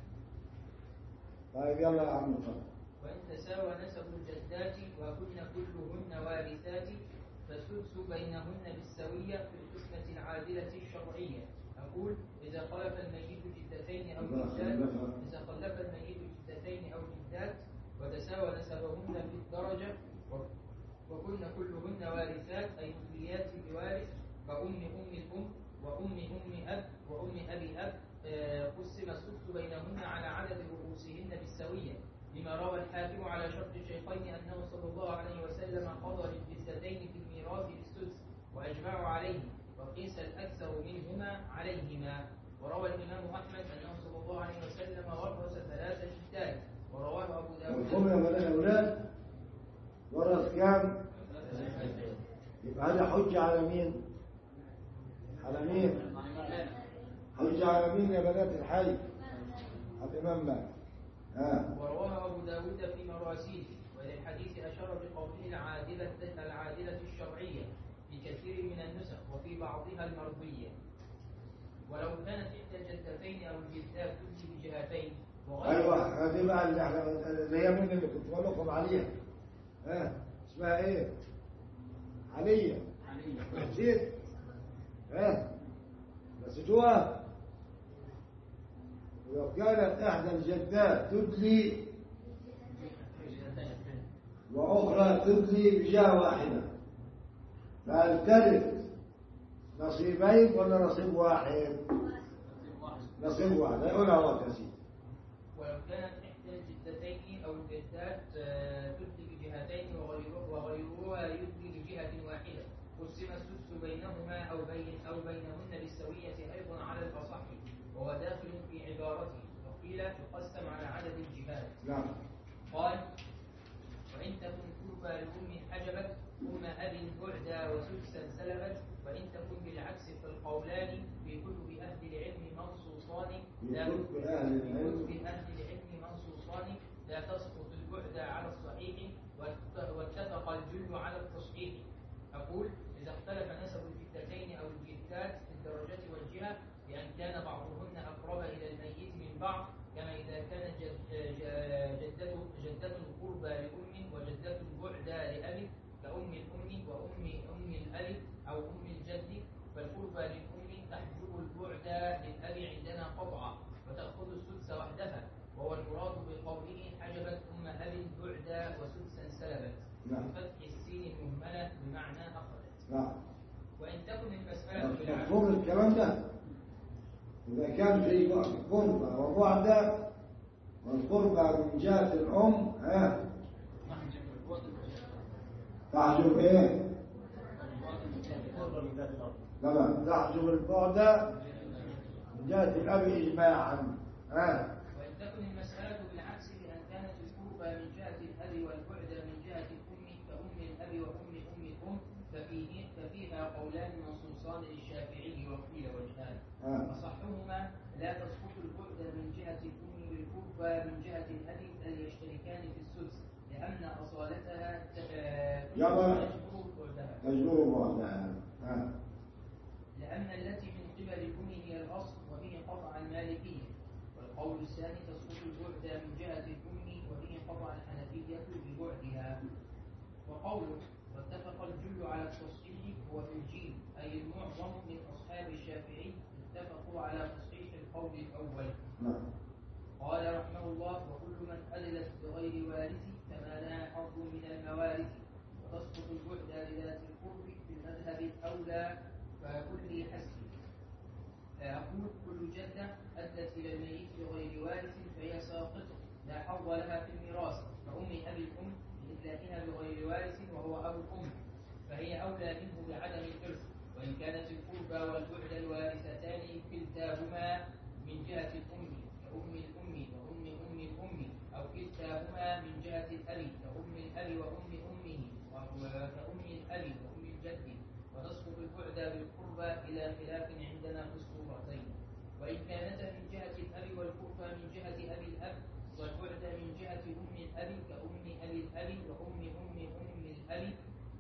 طيب يلا يا عم اتفضل.
وإن تساوى نسب الجدات وكن كلهن وارثات فالسدس بينهن بالسوية في القسمة العادلة الشرعية. أقول إذا خلف الميت جدتين أو جدات إذا خلف الميت جدتين أو جدات وتساوى نسبهن في الدرجة وكن كلهن وارثات أي مثليات بوارث كأم أم الأم وأم أم أب وأم أبي أب، قسم السدس بينهن على عدد رؤوسهن بالسوية، لما روى الحاكم على شرط الشيخين أنه صلى الله عليه وسلم قضى للجدتين في الميراث بالسدس وأجمعوا عليه، وقيس الأكثر منهما عليهما. وروى الإمام أحمد أنه صلى الله عليه وسلم ورث ثلاث جدات، ورواه أبو داود.
مفهوم يا بنات أولاد؟ ورث كام؟ يبقى هذا حجة على مين؟ على مين؟ حجة على مين يا بنات الحي؟ على الإمام مالك. ها.
ورواه أبو داود في مراسيله، وللحديث أشار بقوله العادلة العادلة الشرعية في كثير من النسخ وفي بعضها المرضية. ولو كانت إحدى الجدتين أو الجدات تجزي بجهتين
أيوة هذه بقى اللي احنا اللي هي من اللي كنت بقول لكم عليها. ها اسمها إيه؟ علية. علية. نسيت؟ ها نسيتوها؟ ولو كانت إحدى الجدات تدلي وأخرى تدلي بجهة واحدة فهل ترث نصيبين ولا نصيب واحد؟ نصيب واحد. يقولها هو كثير.
ولو كانت إحدى الجدتين أو الجدات تدلي بجهتين وغيرها يدلي بجهة واحدة، قسم السدس بينهما أو بين أو بينهن بالسوية أيضا على الأصح، وهو داخل في عبارته، وقيل يقسم على عدد الجهات.
نعم.
قال وإن تكن كربى لأم حجبت أم أب بعدا وسدسا سلبت، وإن تكن بالعكس فالقولان في كتب أهل العلم منصوصان لا في كتب أهل العلم منصوصان لا تسقط البعد على الصحيح واتفق الجل على التصحيح. أقول إذا اختلف نسب الجدتين أو الجدات في الدرجة والجهة بأن كان بعضهن أقرب إلى الميت من بعض، كما إذا كانت جدة جدة قربى لأم وجدة بعدى لأب كأم الأم وأم أم الأب أو أم الجد، فالقربى للأم تحجب البعدى للأب عندنا قطعا وتأخذ السدس وحدها، وهو المراد بقوله حجبت أم أب بعدى وسدسا سلبت بفتح السين المهملة بمعنى أخذت.
نعم.
وإن تكن المسألة
مفهوم الكلام ده؟ إذا كان في قربى وبعدى، والقربى من جهة الأم ها تحجب إيه؟ تمام. تحجب البعد من جهة الأب إجماعا. ها.
وإن تكن المسألة بالعكس بأن كانت القربى من جهة الأب والبعد من جهة الأم كأم الأب وأم أم الأم ففيه ففيها قولان منصوصان للشافعي وقيل وجهان. أصحهما لا تسقط البعد من جهة الأم بالقربى من جهة الأب بل يشتركان في السدس لأن أصالتها تجبر بعدها.
تجبر بعدها.
لأن التي من قبل الأم هي الأصل وبه قطع المالكية. القول الثاني تسقط البعد من جهة الأم وإن قطع الحنفية ببعدها. وقوله واتفق الجل على التصحيح هو في الجيل أي المعظم من أصحاب الشافعي اتفقوا على تصحيح القول الأول. قال رحمه الله وكل من أدلت بغير وارث كما لا حظ من الموارث وتسقط البعد لذات القرب في المذهب الأولى فكل حسب. فيقول كل جدة أدت إلى الميت بغير وارث فهي ساقطة لا حظ لها في الميراث كأم أبي الأم لإدلاكها بغير وارث وهو أبو الأم فهي أولى منه بعدم الإرث وإن كانت القربى والبعد الوارثتان كلتاهما من جهة الأم كأم الأم وأم أم الأم أو كلتاهما من جهة الأب كأم الأب وأم أمه وكأم الأب وأم الجد وتسقط البعد بالقربى إلى خلاف عندنا في الصورتين. وإن كانتا من جهة الأب والقربى من جهة أبي الأب والبعد من جهة أم الأب كأم أبي الأب وأم أم أم الأب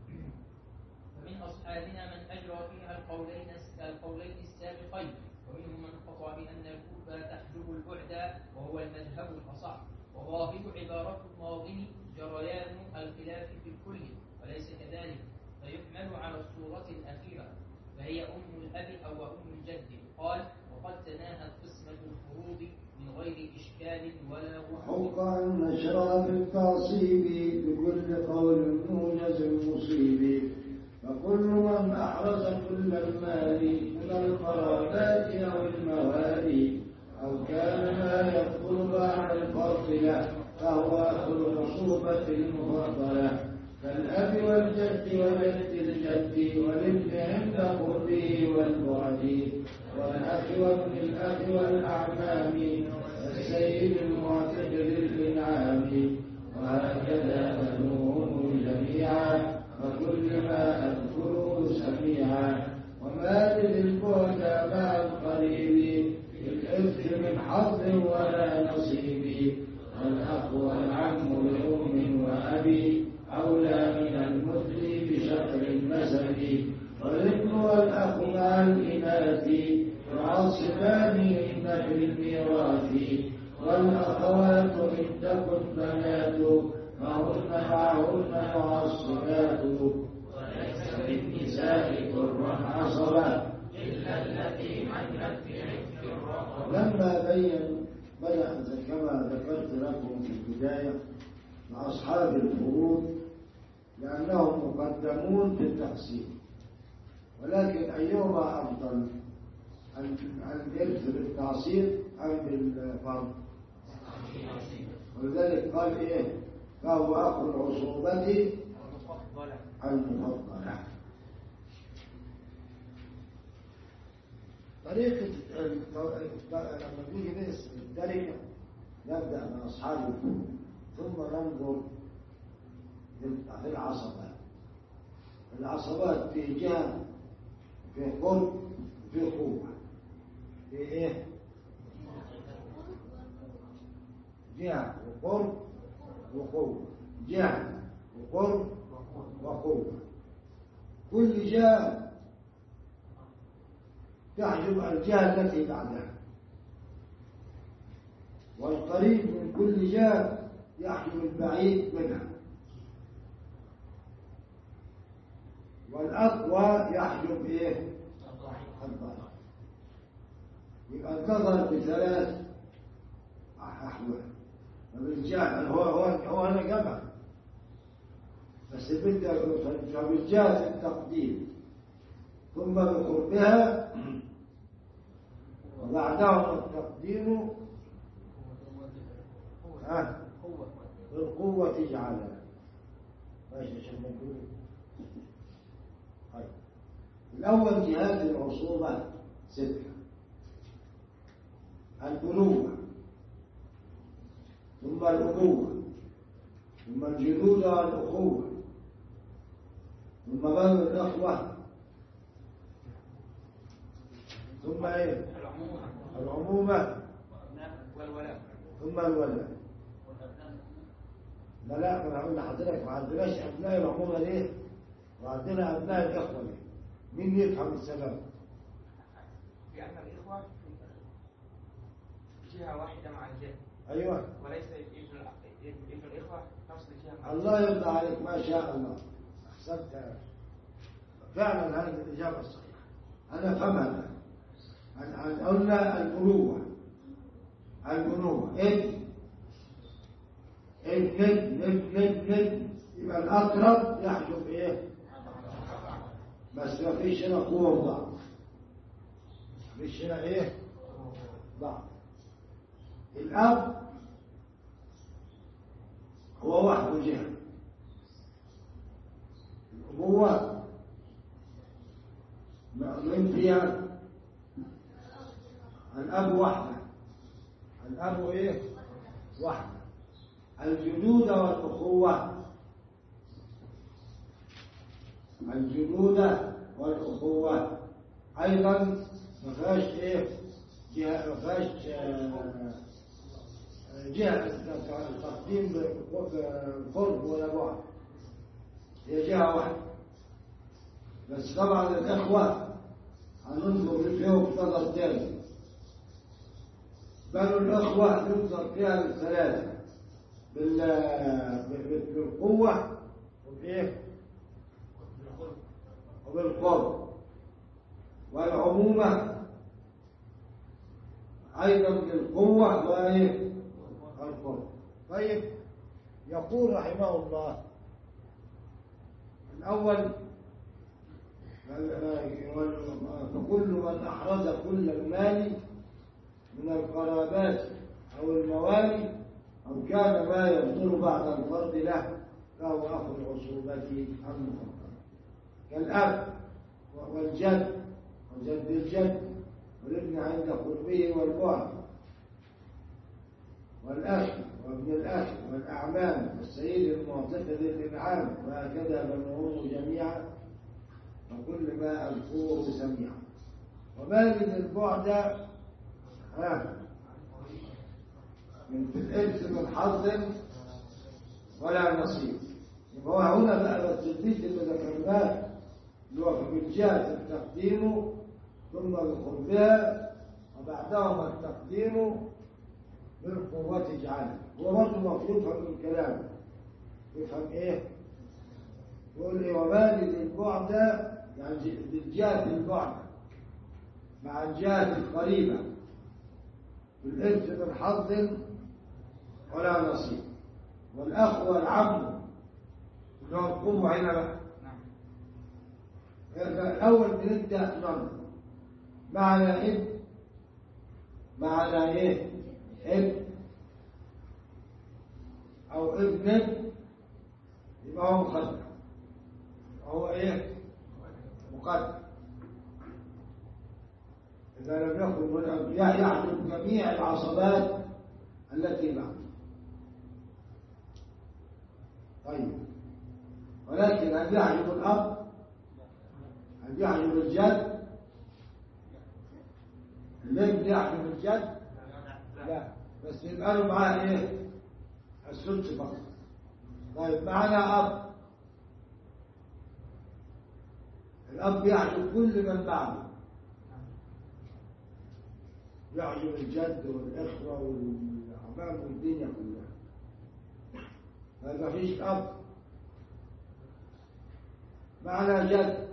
فمن أصحابنا من أجرى فيها القولين القولين السابقين ومنهم من قطع بأن القربى تحجب البعد وهو المذهب الأصح وظاهر عبارة الناظم جريان الخلاف في الكل وليس كذلك فيحمل على الصورة الأخيرة فهي أم الأب أو أم الجد. قال وقد تناهت قسمة الفروض من غير إشكال ولا وحوق.
حق النشر بالتعصيب بكل قول موجز مصيب فكل من أحرز كل المال من القرابات أو الموالي أو كان ما يدخل بعد الفاصلة فهو أخذ العصوبة المفضلة كالأب والجد وجد الجد والابن عند قربه والبعد والأخ وابن الأخ والأعمام والسيد المعتدل الإنعام وهكذا بنوهم جميعا وكل ما أذكره سميعا وما للبعد مع القريب بالإرث من حظ ولا نصيب والأخ والعم لأم وأبي أولى من المثل بشطر المسد والابن والأخ مع الإناث يعصبان إن في الميراث والأخوات إن تكن بنات معهن معهن معصبات وليس بالنساء ضرا عصبا إلا التي منت بعفك الرقبة. لما بين بدأ كما ذكرت لكم في البداية مع أصحاب الفروض لأنهم مقدمون في التقسيم ولكن أيهما أفضل الإرث بالتعصيب أم بالفرض؟ ولذلك قال إيه فهو أخو العصوبة المفضلة. طريقة لما نيجي نقسم التركة نبدأ من أصحاب الفروض ثم ننظر في العصبات. العصبات في جهة في قرب في قوة في إيه؟ جهة وقرب وقوة جهة وقرب وقوة كل جهة تحجب الجهة التي بعدها والقريب من كل جهة يحجب البعيد منها والأقوى يحجب إيه؟ الضعيف. يبقى النظر بثلاث أحوال فبالجهة هو هو هو أنا جمع بس بدأ فبالجهة التقديم ثم بقربها وبعدهم التقديم ها بالقوة تجعلها ماشي عشان نقول طيب الأول جهات العصوبة ستة البنوة ثم الأبوة ثم الجدود والأخوة ثم بنو الأخوة ثم إيه؟ العمومة
والولاء
ثم الولاء. لا لا أنا هقول لحضرتك ما عندناش أبناء العمومة ليه؟ وعندنا أبناء الإخوة ليه؟ مين يفهم السبب؟
لأن الإخوة جهة واحدة مع الجد.
أيوة.
وليس ابن ابن الإخوة نفس الجهة مع
الله يرضى عليك، ما شاء الله، أحسنت يا أخي. فعلا هذه الإجابة الصحيحة، أنا أفهمها. قلنا البنوة، البنوة ابن ابن ابن ابن ابن ابن، يبقى الأقرب يحجب إيه؟ بس ما فيش هنا قوة وضعف، ما فيش هنا إيه؟ ضعف. الأب هو وحده جهة، الأبوة من فيها الأب وحده، الأب إيه؟ وحده. الجدود والأخوة، الجدود والأخوة أيضا ما فيهاش إيه؟ جهة، ما فيهاش جهة تقديم قرب ولا بعد، هي جهة واحدة. بس طبعا الإخوة هننظر فيهم نظر تاني، بل الأخوة ينظر فيها للثلاثة، بالقوة وبإيه؟ وبالقرب، والعمومة أيضا بالقوة وإيه؟ والقرب. طيب، يقول رحمه الله الأول: فكل من أحرز كل المال من القرابات أو الموالي أو كان ما يفضل بعد الفرض له فهو أخو العصوبة المفضلة، كالأب والجد وجد الجد والابن عند قربه والبعد، والأخ وابن الأخ والأعمام والسيد المعتق ذي الإنعام، وهكذا بنوه جميعا وكل ما أذكره سميعا. وبالغ البعد ها من في الإرث من حظ ولا نصيب. يبقى هو هنا بقى التثبيت اللي ذكرناه اللي هو من جهة التقديم ثم بقربها وبعدهما التقديم بالقوة اجعلها. هو برضه المفروض يفهم من كلامه، يفهم ايه؟ يقول ايه؟ وبالغ البعد يعني بالجهة البعد مع الجهة القريبة بالإرث من حظ ولا نصيب. والأخ والعم اللي هو القوة هنا بقى. الأول بنبدأ ننظر معنى ابن، معنى ايه؟ ابن أو ابن ابن، يبقى هو مقدم، هو ايه؟ مقدم. إذا لم يكن من الأنبياء يحجب جميع العصبات التي بعد. طيب، ولكن هل يحجب الأب؟ هل يحجب الجد؟ الابن يحجب الجد؟ لا، بس يبقى له معاه ايه؟ السدس فقط. طيب، معنا أب، الأب يحجب كل من بعده، يحجب الجد والإخوة والأعمام والدنيا كلها، ما فيش أب. معنا جد،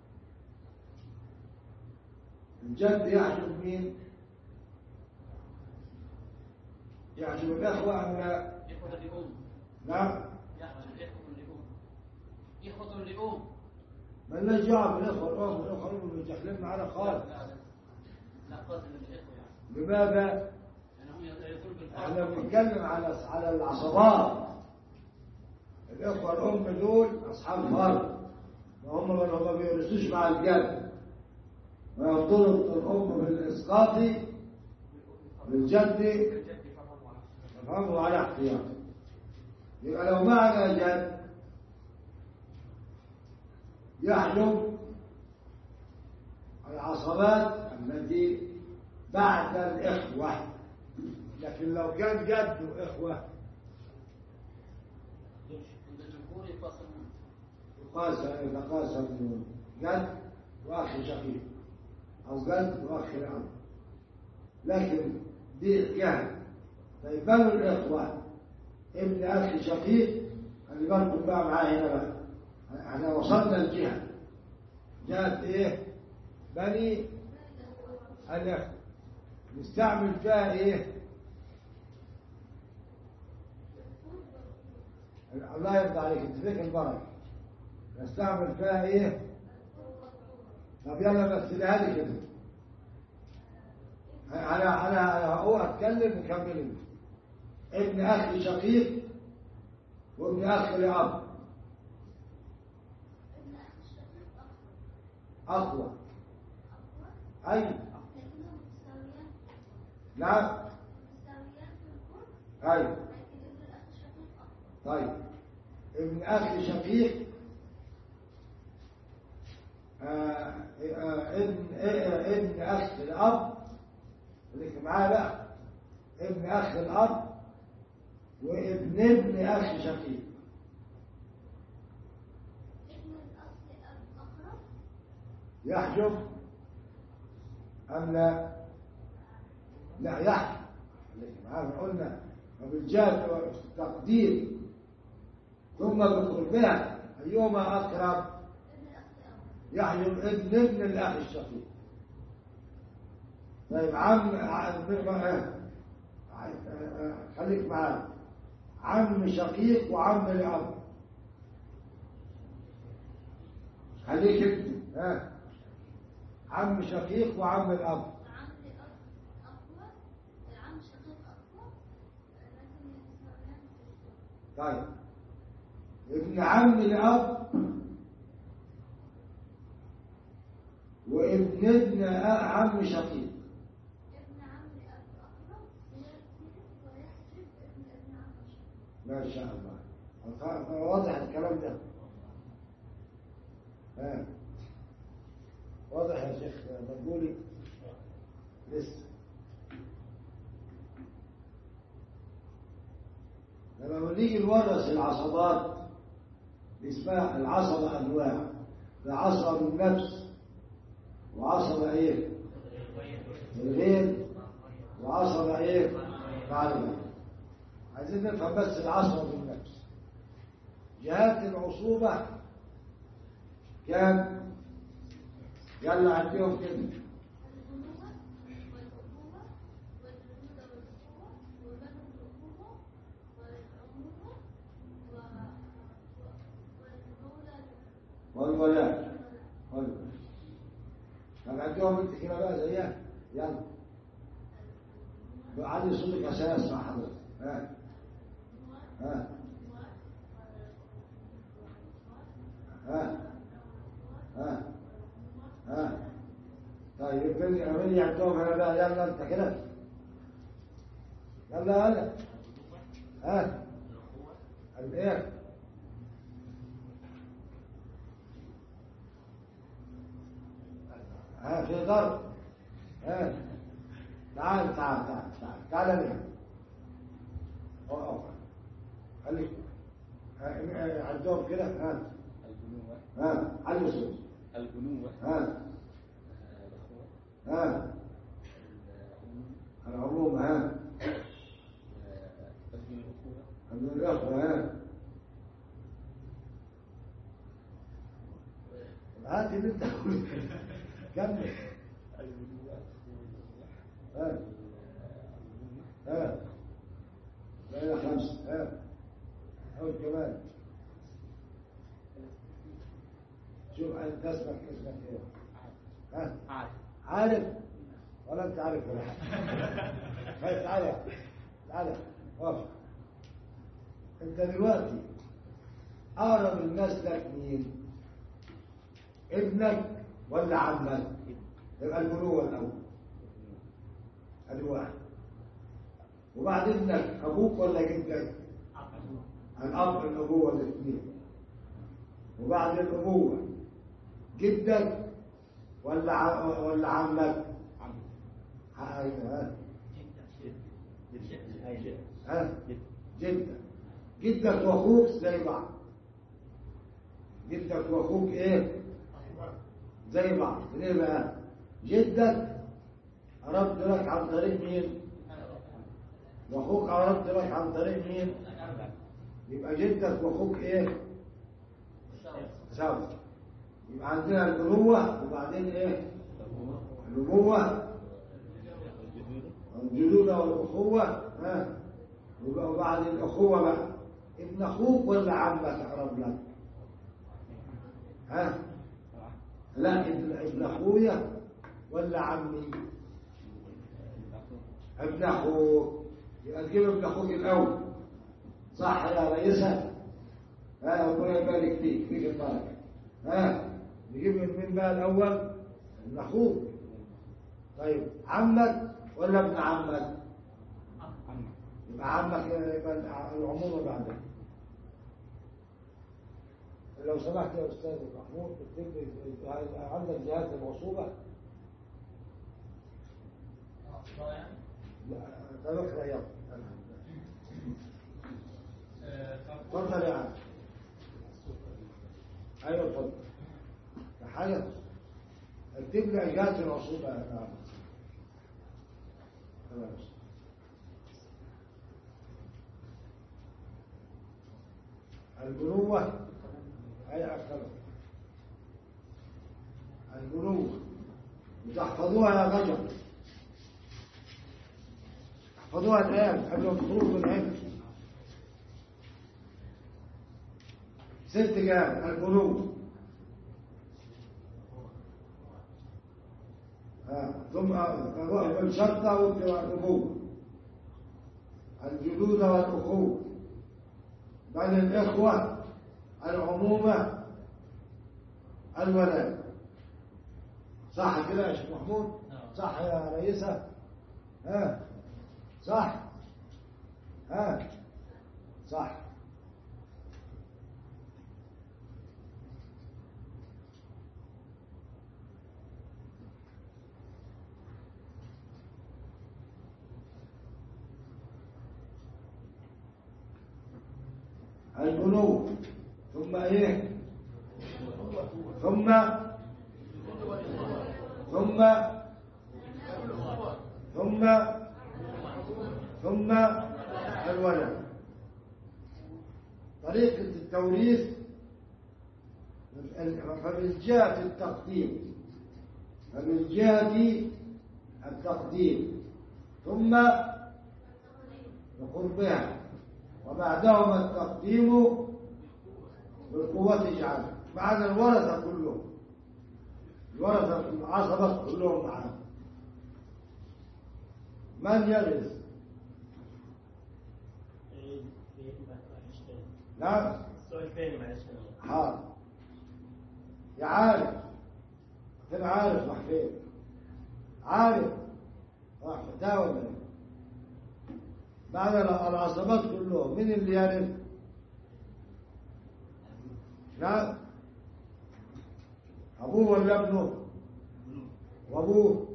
الجد يحجب مين؟ يحجب الإخوة أم لا؟
إخوة الأم.
نعم،
يحجب الإخوة الأم. إخوة الأم.
ما لناش دعوة بالإخوة الأم، الإخوة الأم مش داخلين معانا خالص.
لا قصد بالإخوة يعني.
لماذا؟
لأنهم يدخلون بالفرق.
احنا بنتكلم على على العصبات. الإخوة الأم دول أصحاب فرق، وهم من هم ما بيورثوش مع الجد، ويفضلوا الأم بالإسقاط بالجد فهموا على احتياط. يبقى لو معنا جد يحجب العصبات التي بعد الإخوة، لكن لو كان جد وإخوة
عند الجمهور يقاسمون.
يقاسم يتقاسم جد وأخ شقيق أو جد وأخ الأب. لكن دي جهة. طيب بنو الإخوة ابن أخي شقيق، خلي بالكم بقى معايا هنا بقى، احنا وصلنا الجهة جهة ايه؟ بني الإخوة. نستعمل فيها ايه؟ الله يرضى عليك، انت فيك البركة. نستعمل فيها ايه؟ طب يلا مثلها لي كده. انا انا هقول اتكلم وكمل. ابن اخي شقيق وابن اخي لأب. اقوى. ايوه. نعم. ايوه. طيب ابن اخي شقيق آه آه ابن آه ابن اخ الاب، خليك معايا بقى، ابن اخ الاب وابن ابن اخ شقيق. يحجب ام لا؟ لا يحجب. خليك معايا، قلنا وبالجهة والتقدير ثم بقربها أيهما أقرب؟ يحجب ابن ابن الأخ الشقيق. طيب عم خليك معايا، عم شقيق وعم لأب. خليك انت ها، عم شقيق وعم الأب. طيب ابن عم الأب وابن ابن عم شقيق.
ابن عم الأب أقرب ويحجب ابن ابن عم شقيق.
ما شاء الله، واضح الكلام ده؟ ها واضح يا شيخ مقبولي؟ لسه لما بنيجي نورث العصبات اسمها العصبة أنواع. ده عصبة من النفس، وعصبة إيه؟ الغير، وعصبة إيه؟ معلومة. عايزين نفهم بس العصبة من النفس. جهات العصوبة كان يلا عندهم كده والولاء. والولاء كان عندهم انت كده بقى زيها. يلا علي صوتك عشان اسمع حضرتك. ها ها ها ها ها طيب من عندهم هنا بقى. يلا انت كده يلا يلا ها الايه ها في ضرب. ها تعال تعال تعال تعال تعال ليه اقف خليك عندهم كده. ها
البنوة.
ها علي صوت.
البنوة.
ها ها العموم. ها
ابن الأخوة.
ابن الأخوة. ها هات اللي انت كمل. ها ها لا خمسة. ها حول كمان. شوف انت اسمك اسمك ايه؟ ها عارف عارف ولا انت عارف ولا حاجه؟ تعالى تعالى وقف. انت دلوقتي اقرب الناس لك مين؟ ابنك ولا عمك؟ يبقى البنوة الاول ادي واحد. وبعد ابنك ابوك ولا جدك؟ الاب الابوه الاثنين. وبعد الابوه جدك ولا ع... ولا عمك؟ ها ها جدك. جدك واخوك زي بعض. جدك واخوك ايه؟ زي بعض. ليه بقى؟ جدك رد لك عن طريق مين؟ واخوك عرضت لك عن طريق مين؟ يبقى جدك واخوك ايه؟ سوا. يبقى عندنا الأبوة وبعدين ايه؟ الأبوة الجدودة والأخوة. ها، وبعد الأخوة بقى ابن أخوك ولا عمك أقرب لك؟ ها؟ لا، ابن ابن أخويا ولا عمي؟ ابن أخوك. يبقى تجيب ابن أخوك الأول، صح يا رئيسة؟ ها، ربنا يبارك فيك، فيك البركة. ها، نجيب من مين بقى الأول؟ ابن أخوك. طيب عمك ولا ابن عمك؟ يبقى عمك، يبقى العمومة بعدين. لو سمحت يا أستاذ محمود اكتب لي عندك جهاز العصوبة؟ لا، طب اقرأ يلا. تفضل يا عم. ايوه اتفضل. في حاجة اكتب لي جهاز العصوبة يا عم. خلاص. البنوة أي أكثر البنوة وتحفظوها يا رجل، تحفظوها الآن قبل ما تخرجوا من هنا. ست جهات البنوة، ثم الشرطة والأبوة، الجدودة والأخوة، بعد الإخوة، العمومة، الولاء. صح كده يا شيخ محمود؟ صح يا رئيسة؟ ها صح؟ ها صح. البنوة، ثم ايه؟ ثم ثم ثم ثم الولد. طريقة التوريث فمن جهة التقديم فمن جهة التقديم ثم بقربها، وبعدهما التقديم بالقوة اجعله. بعد الورثة كلهم، الورثة العصبة كلهم معاه. من يرث؟ لا
السؤال ثاني معلش.
حاضر يا عارف، فين عارف محفين؟ عارف راح فتاوى منه. بعد العصبات كلهم مين اللي يرث؟ لا، أبوه ولا ابنه؟ وأبوه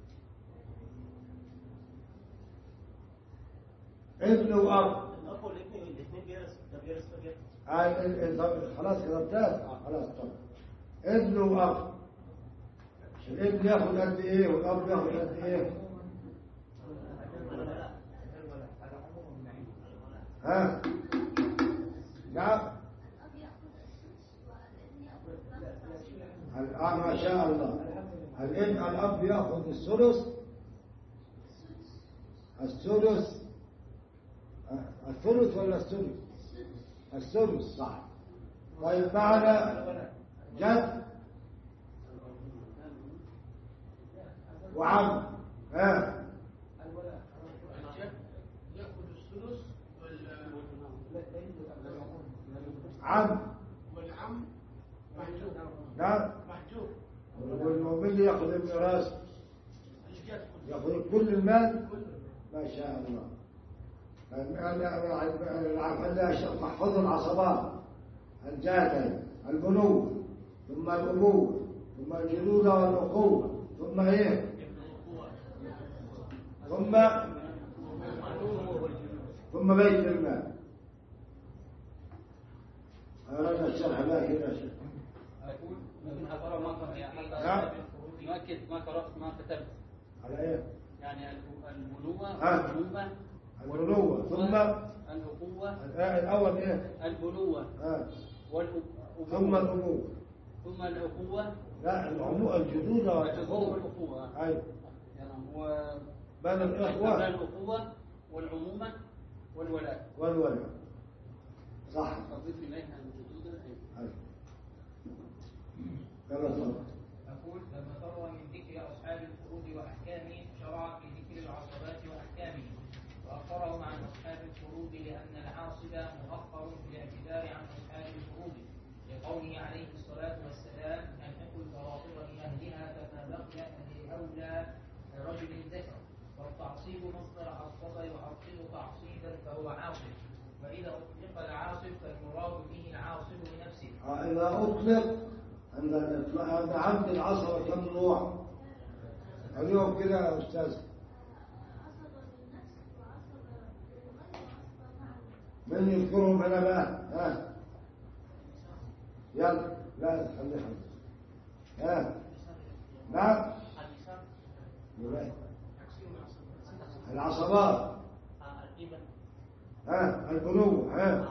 ابن وأب.
الأب والابن الاثنين بيرثوا، ده بيرث فجأة.
خلاص كده خلاص. طب ابن وأب، الابن ياخد قد إيه والأب ياخد قد إيه؟ ها؟ نعم. الآن ما شاء الله الابن الأب يأخذ الثلث الثلث الثلث ولا الثلث؟ الثلث صح. طيب معنا جد وعم. ها عم
والعم محجوب.
نعم
محجوب.
والمؤمن اللي ياخذ الميراث ياخذ كل المال. ما شاء الله. محفظ العصبات، الجهتين، البنوة ثم الأبوة ثم الجدودة والأخوة ثم ايه؟ ثم ثم بيت المال. أردنا الشرح باقي يا شيخ.
أقول ممكن أقرأ ما قرأ يعني
نعم.
يؤكد ما قرأت ما كتبت.
على ايه؟
يعني البنوة
ها؟
والأمومة
البنوة ثم
الأخوة
الأول إيه؟
البنوة
آه.
والأبوة
ثم الأبوة
ثم الأخوة
لا العمو الجدود
الجدود والأخوة
أيوة
يعني هو
بين الإخوة
بين الأخوة والعمومة والولاء
والولاء صح
أضيف إليها الجدود
أيوة كما تفضل.
أقول لما فرغ من ذكر أصحاب الفروض وأحكامهم شرع في ذكر العصبات وأحكامهم وأخرهم عن أصحاب الفروض لأن العاصب مؤخر بالاعتذار عن أصحاب الفروض لقوله عليه الصلاة والسلام أنحقوا الفرائض لأهلها فما بقي لأولى رجل ذكر والتعصيب مصدر عصب يعصب تعصيبا فهو عاصب وإذا أطلق العاصب فالمراد به العاصب لنفسه.
آه إذا أطلق عند الإطلاق عند عبد العصبة كم نوع؟ اليوم كده يا أستاذ من يذكرهم هنا بقى؟ ها يلا لا خليها ها نعم العصبات ها البنوة ها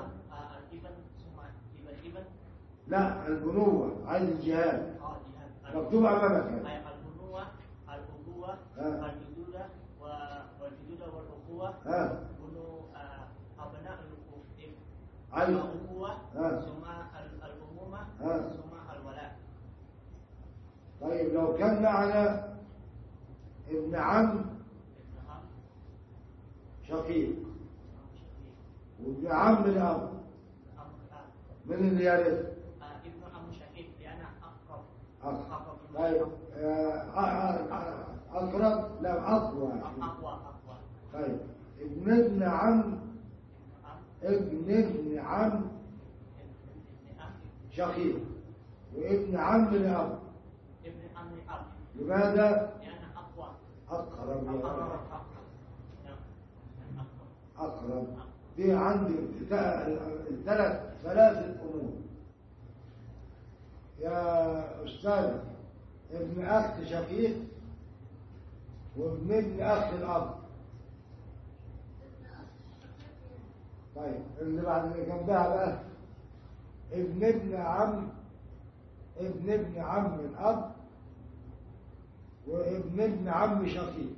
لا البنوة عايز الجهاد مكتوب أمامك
البنوة الأبوة الجدودة والجدودة والأخوة
ها
بنو أبناء
أيوة.
الأخوة ثم الأمومة ثم الولاء.
طيب لو كان معنا ابن عم شقيق وابن عم الأب من اللي يرث؟
ابن عم شقيق لأنه أقرب.
أقرب. طيب أقرب لا أقوى.
أقوى أقوى.
طيب ابن ابن عم ابن ابن عم شقيق وابن عم الأب.
ابن عم الأب.
لماذا؟
لأنه أقوى.
أقرب يا
أقرب.
أقرب. في عندي ثلاث ثلاثة أمور يا أستاذ ابن أخت شقيق وابن ابن أخت الأب. طيب اللي بعد اللي جنبها بقى ابن ابن عم ابن ابن عم الأب وابن ابن عم شقيق.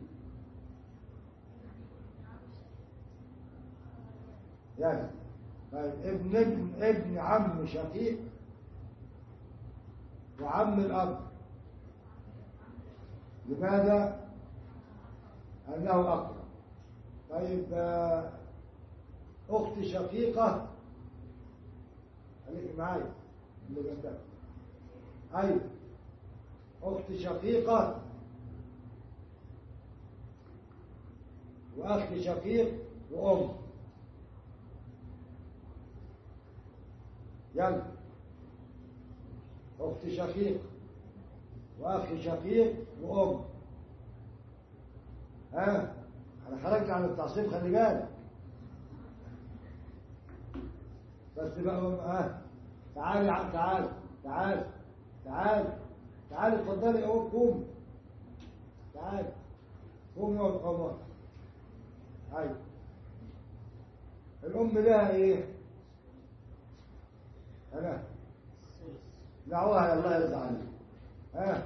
يعني طيب ابن ابن ابن عم شقيق وعم الأب. لماذا؟ أنه أقرب. طيب أخت شقيقة خليك معايا اللي جنبك. أيوة أخت شقيقة وأخت شقيق وأم. يلا أخت شقيق وأخ شقيق وأم. ها أنا خرجت عن التعصيب خلي بالك بس بقى ها تعالي تعال تعال تعال تعال اتفضلي اهو قوم تعال قوم يا القمر. هاي الأم لها إيه؟ أنا دعوها الله يرضى عنك. ها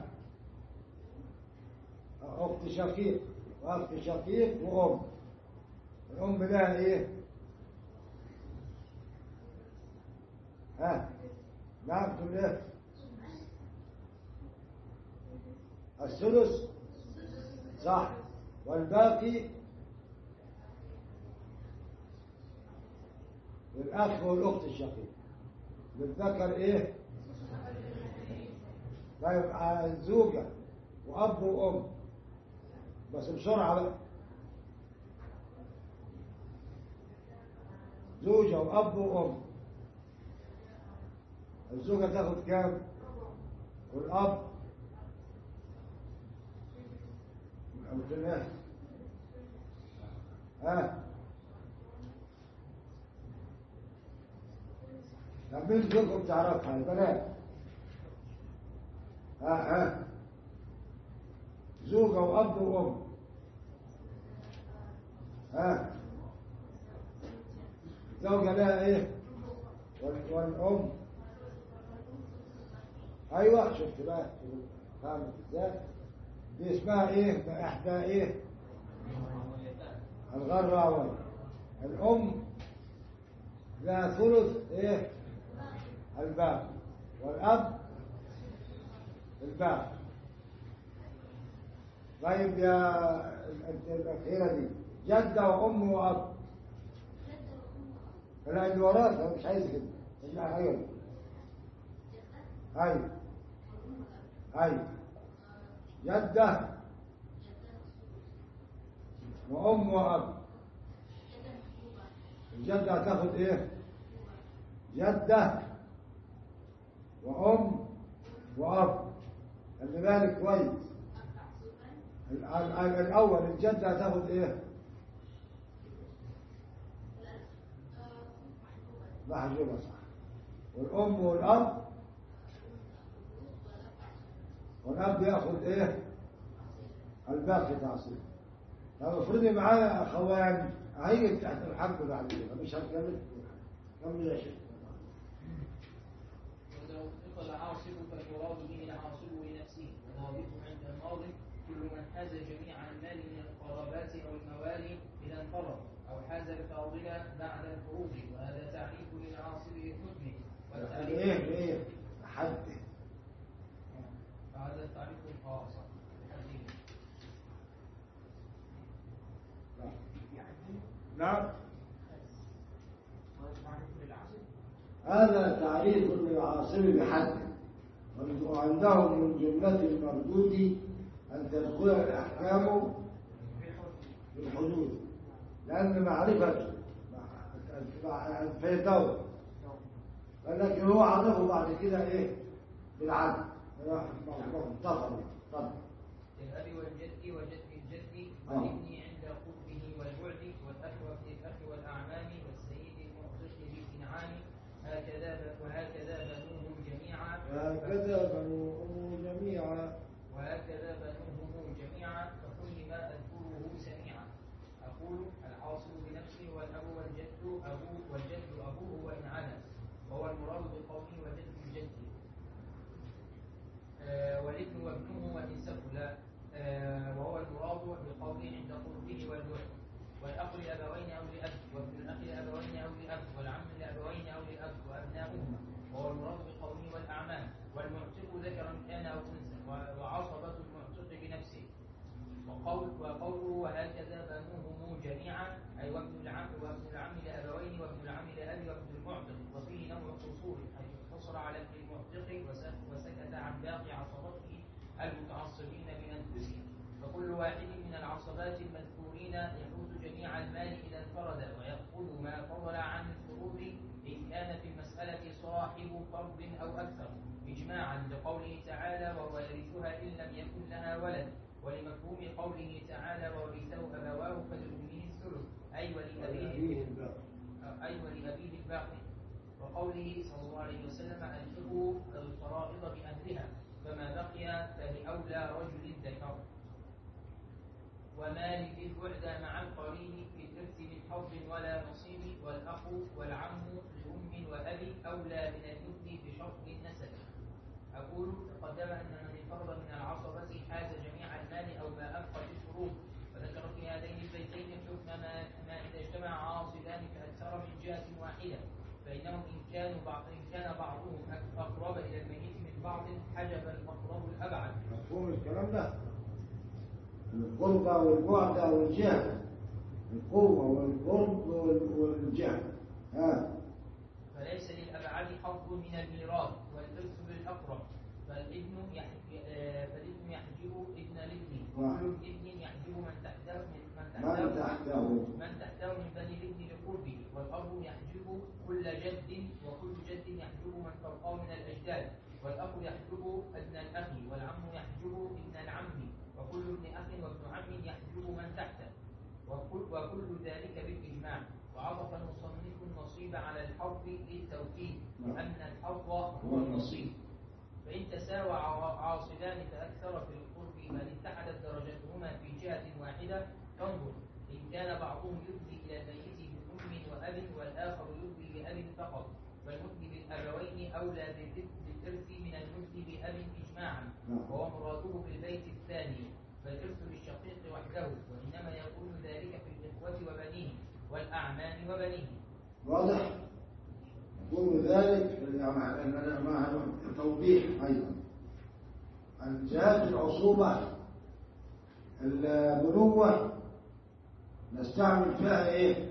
أخت شقيق وأخت شقيق وأم. الأم لها إيه؟ ها نعم تقول إيه؟ الثلث صح والباقي للأخ والأخت الشقيق. للذكر إيه؟ طيب الزوجة وأب وأم بس بسرعة بقى. زوجة وأب وأم. الزوجة تاخد كام؟ والأب الجناح. ها طب مين فيكم تعرفها البنات؟ ها ها زوجة وأب وأم. ها والزوجة لها إيه؟ وال- والأم. أيوة شفت بقى فهمت إزاي؟ دي اسمها إيه؟ إحدى إيه؟ الغرة أول. الأم لها ثلث إيه؟ الباقي. والأب الباقي. طيب يا الأخيرة دي جدة وأم وأب. لا اللي وراك أنا مش عايز كده. لا أيوة أيوة أيوة جدة وأم وأب. الجدة هتاخد إيه؟ جدة وأم وأب. خلي بالك كويس. ال- ال- الأول الجدة هتاخد إيه؟ محجوبة صح. والأم والأب والأب ياخد إيه؟ الباقي تعصيب. طب افرضي معايا أخوان هيجي تحت الحرب بعد كده مش هتكمل. كمل يا شيخ.
وإذا أطلق العاصب فالمراد به العاصب لنفسه وضابطه عند الناظم كل من حاز جميع المال من القرابات أو الموالي إذا انفرد أو حاز الفاضل بعد الفروض وهذا تعريف للعاصب بحكمه والتعريف
إيه إيه حد
فهذا التعريف الخاص بحده.
نعم هذا تعريف للعاصب بحد. وعندهم من جملة المردود أن تدخل الأحكام بالحدود لأن معرفة في الدور لكن هو عرفه بعد كده إيه بالعدل انتظر طبعا
الأب والجد وجد الجد والابن عند قربه والبعد والأخ وابن الأخ والأعمام والسيد المعتق بالإنعام هكذا وهكذا بنوهم جميعا
هكذا بنوهم جميعا
وهكذا بنوهم جميعا فكل ما أذكره سميعا. أقول العاصب بنفسه والأب والجد أبوه والجد أبوه وإن علا وهو المراد بقوله وجد الجد. آه والابن وابنه وإن سفلا آه وهو المراد بقوله عند قربه والبعد. والأخ لأبوين أو لأب وابن الأخ لأبوين أو لأب والعم لأبوين أو لأب وأبناؤهما وهو المراد بقوله والأعمام. والمعتق ذكرا كان أو أنثى وعصبة المعتق بنفسه. وقول وقوله وهكذا بنوهم جميعا أي وابن العم وابن العم لأبوين وابن العم لأب وابن المعتق. وفيه نوع قصور حيث اقتصر على ابن المعتق وسكت عن باقي عصبته المتعصبين بأنفسهم. فكل واحد من العصبات المذكورين يحوز جميع المال إذا انفرد ويأخذ ما فضل عن الفروض إن كان في المسألة صاحب فرض أو أكثر إجماعا لقوله تعالى وهو يرثها إن لم يكن لها ولد. ولمفهوم قوله تعالى وورثه أبواه فلأمه الثلث أي ولأبيه أي ولأبيه الباقي. وقوله صلى الله عليه وسلم ألحقوا الفرائض بأهلها فما بقي فلأولى رجل ذكر. وما لذي البعد مع القرين في الإرث من حظ ولا نصيب والأخ والعم لأم وأب أولى من الابن بشرط النسب. أقول تقدم أن من انفرد من العصبة حاز جميع المال أو ما أبقى في الفروض وذكر في هذين البيتين حكم ما, ما إذا اجتمع عاصبان فأكثر من جهة واحدة فإنهم إن كانوا بعض إن كان بعضهم أقرب إلى الميت من بعض حجب الأقرب الأبعد.
مفهوم الكلام ده؟ القربة والبعد والجهة القوة والقرب والجهة ها
فليس للأبعد حظ من الميراث والإرث بالأقرب فالابن يحجب فالابن يحجب ابن الابن وكل ابن يحجب من تحته من تحته
من تحته
من تحته من بني الابن لقربه والأب يحجب كل جد وكل جد يحجب من فوقه من الأجداد والأخ يحجب ابن الأخ والعم يحجب ابن العم وكل ابن أخ وابن عم يحجب من تحته وكل, وكل ذلك بالإجماع. وعطف المصنف النصيب على الحظ للتوكيد لأن الحظ هو النصيب. فإن تساوى عاصبان فأكثر في القرب بل اتحدت درجتهما في جهة واحدة فانظر إن كان بعضهم يفضي إلى الميت بأم وأب والآخر يفضي أولى بالإرث من المثل بأب إجماعا، وهو مراده بالبيت الثاني، فالإرث للشقيق وحده، وإنما يكون ذلك في الإخوة وبنيه والأعمام وبنيه.
واضح؟ يكون ذلك مع توضيح أيضا جهات العصوبة. البنوة نستعمل فيها إيه؟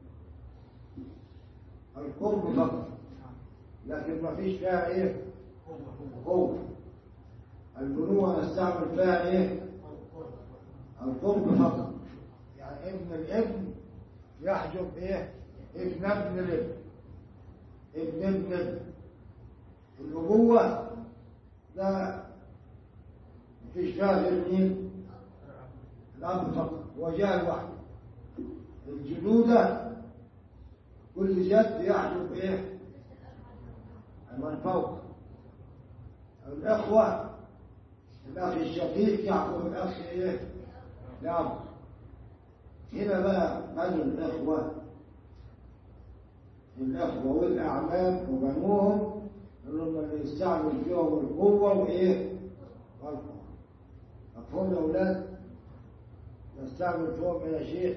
القرب فقط، لكن ما فيش فيها إيه؟ قوة. البنوة نستعمل فيها إيه؟ القرب فقط، يعني ابن الابن يحجب إيه؟ ابن ابن الابن، ابن ابن ابن. الأبوة ده مفيش فيها غير مين؟ الأب فقط، هو جاء لوحده. الجدودة كل جد يحجب إيه؟ من فوق. الأخوة الأخ الشقيق يحجب الأخ إيه؟ الأب. هنا بقى قالوا الأخوة الأخوة والأعمام وبنوهم اللي يستعمل فيهم القوة وإيه؟ والقوة. مفهوم يا أولاد؟ نستعمل فيهم إلى شيء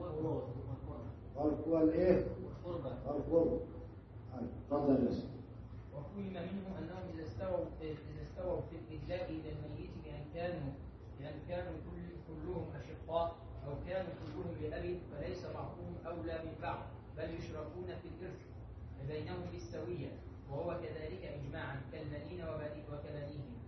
والقوة الإيه؟ والقرب. تفضل يا سيدي.
وفهم منه أنهم إذا استووا إذا استووا في الإدلاء إلى الميت بأن كانوا بأن كانوا كل كلهم أشقاء أو كانوا كلهم لأب، فليس بعضهم أولى من بعض، بل يشركون في الإرث بينهم بالسوية، وهو كذلك إجماعا كالبنين وكبنيهم.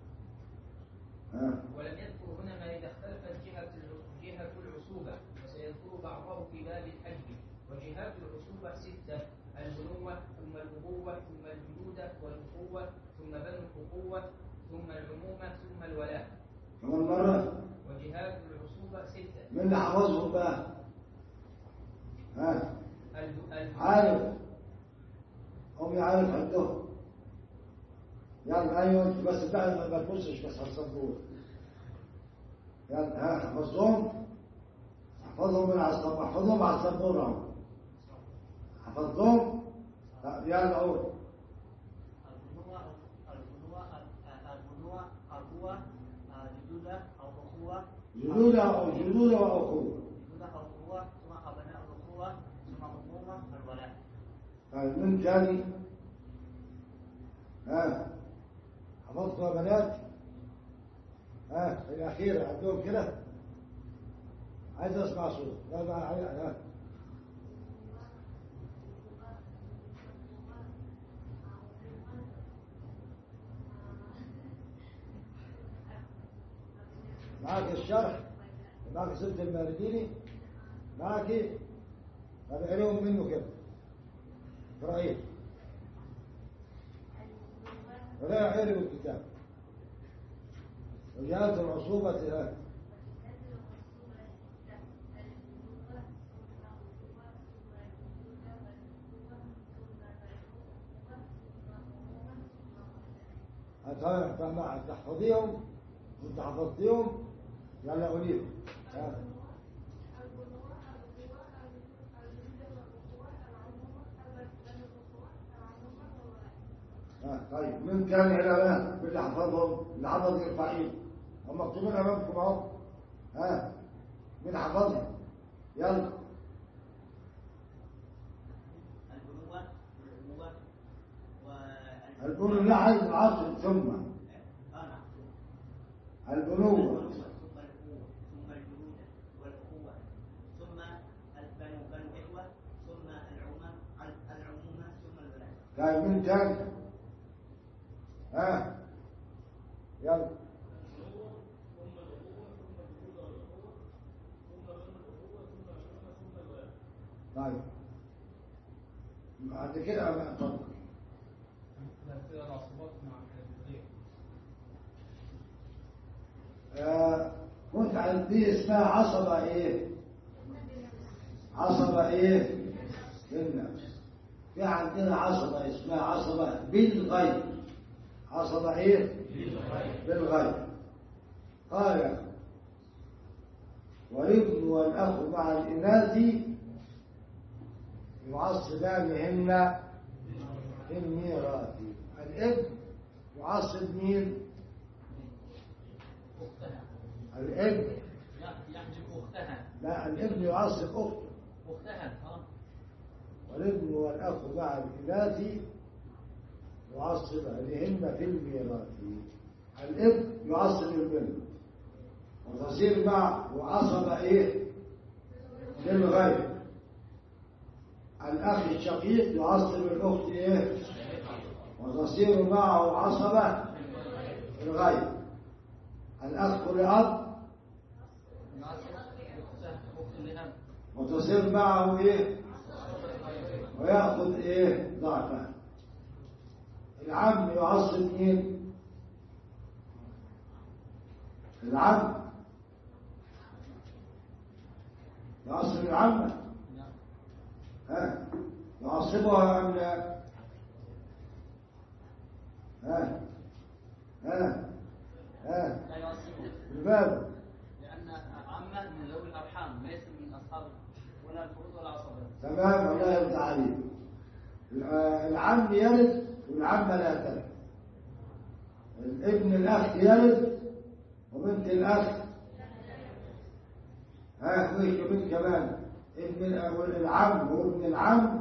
ولم يذكر هنا ما إذا اختلفت جهة جهة العصوبة، وسيذكر بعضه في باب الحج. وجهات العصوبة ستة: البنوة، ثم الأبوة، ثم الجدودة والأخوة، ثم بنو الأخوة، ثم العمومة، ثم الولاء.
كمان مرة.
وجهات العصوبة ستة.
من اللي حفظهم بقى؟ ها؟ عارف. هم يعرف عندهم. يلا أيوة بس بقى ما تبصش بس على السبورة. يلا ها حفظهم؟ احفظهم من على السبورة، احفظهم على السبورة. حفظهم؟ يلا قول.
البنوة البنوة البنوة أبوة جدودة أو أخوة.
جدودة أو جدودة وأخوة.
جدودة أو أخوة، ثم أبناء الأخوة، ثم أمومة الولاء.
طيب من تاني؟ ها حفظتوا يا بنات؟ ها الأخيرة عندهم كده؟ عايز أسمع صوت. لا لا لا. معك الشرح؟ معك سبت المارديني؟ معك ايه؟ طب اقريهم منه كده. إبراهيم ولا يعرف الكتاب. وجهات العصوبة ها تحفظيهم وانت حفظتيهم. يلا قوليهم. ها طيب من كان علماء باللي حفظهم؟ اللي حفظ يرفع ايده. هم مكتوبين امامكم اهو. ها مين حفظهم؟ يلا.
البنوة البنوة
البنوة لا عايز عاصم ثم البنوة
ثم الأخوة ثم الجدودة والأخوة ثم البنو بنو إخوة ثم العمومة العمومة ثم الولاء.
طيب من تاني؟ ها يلا. طيب بعد كده أنا أطلق. آه كنت عندي اسمها عصبة ايه؟ عصبة ايه؟ بالنفس. في عندنا عصبة اسمها عصبة بالغير. عصبة ايه؟ بالغير. قال والابن والأخ مع الإناث يعصبانهن في الميراث.
الابن يعصب مين؟
أختها.
الابن
يحجب أختها.
لا، الابن يعصب أخته.
أختها اه.
والابن والأخ مع الإناث يعصب أهلهن في الميراث. الابن يعصب البنت وتصير مع وعصب إيه؟ للغير. الأخ الشقيق يعصب الأخت إيه؟ وتصير معه عصبة للغير. الأخ لأب وتصير معه إيه؟ ويأخذ إيه؟ ضعفه. العم يعصب مين؟ العم يعصب العمة. ها يعصبها أم لا؟ ها ها ها
لا يعصبها.
لماذا؟
لأن عمه من ذوي الأرحام ليس من أصحاب ولا الفروض ولا العصبة.
تمام، الله يرضى عليك. العم يرث والعمة لا ترث. الابن الأخ يرث وبنت الأخ ها ويش وبنت كمان ابن العم وابن العم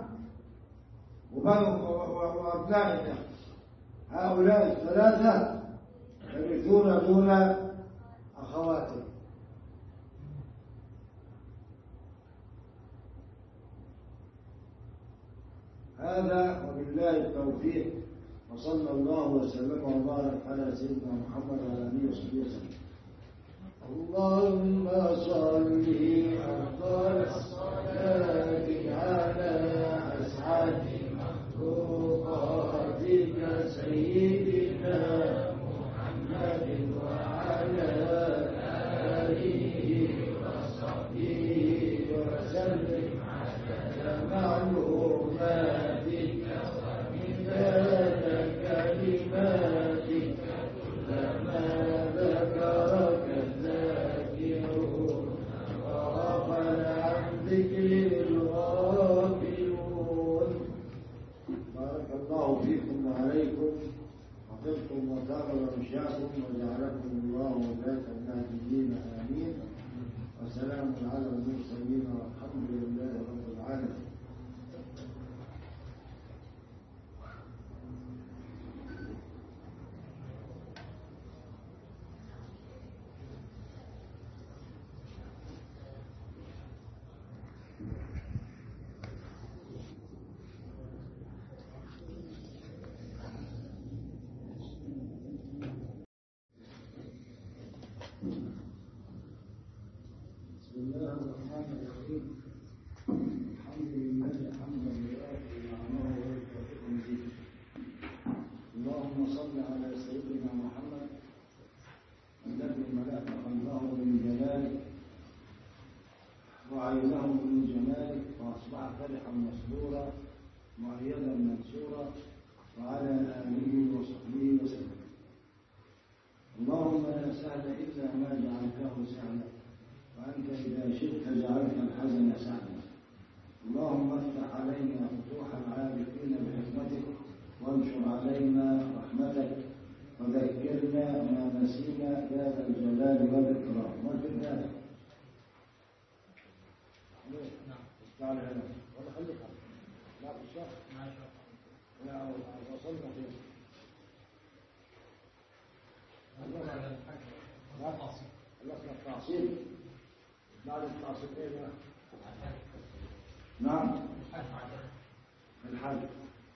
وأبناء الأخ. هؤلاء الثلاثة يرثون دون أخواتهم. هذا وبالله التوفيق، وصلى الله وسلم وبارك على سيدنا محمد وعلى اله وصحبه وسلم. اللهم صل أفضل الصلاة على أسعد مخلوقاتك سيدنا محمد وعلى آله وصحبه وسلم عدد معلوماتك ومداد كلماتك كلما ذكرك الذاكرون وغفل عن ذكر الغافلون. بارك الله فيكم وعليكم وطبتم وطاب ممشاكم وجعلكم الله ولاة الناجين آمين. وسلام على المرسلين والحمد لله رب العالمين. بسم الله الرحمن الرحيم. الحمد لله حمدا يوافي نعمه ويكافئ مزيده. اللهم صل على سيدنا محمد الذي ملأت قلبه من جلالك وعينه من جمالك فأصبح فرحا مسرورا مؤيدا منصورا وعلى آله وصحبه وسلم. اللهم لا سهل إلا ما جعلته سهلا وأنت إذا شئت جعلت الحزن سهلا. اللهم افتح علينا فتوح العارفين بحكمتك وانشر علينا رحمتك وذكرنا ما نسينا يا ذا الجلال والإكرام. ما في ذلك؟ نعم. تعال هنا ولا خليك لا في الشهر لا وصلنا فيه خلصنا التعصيب. بعد التعصيب ايه بقى؟ نعم الحج.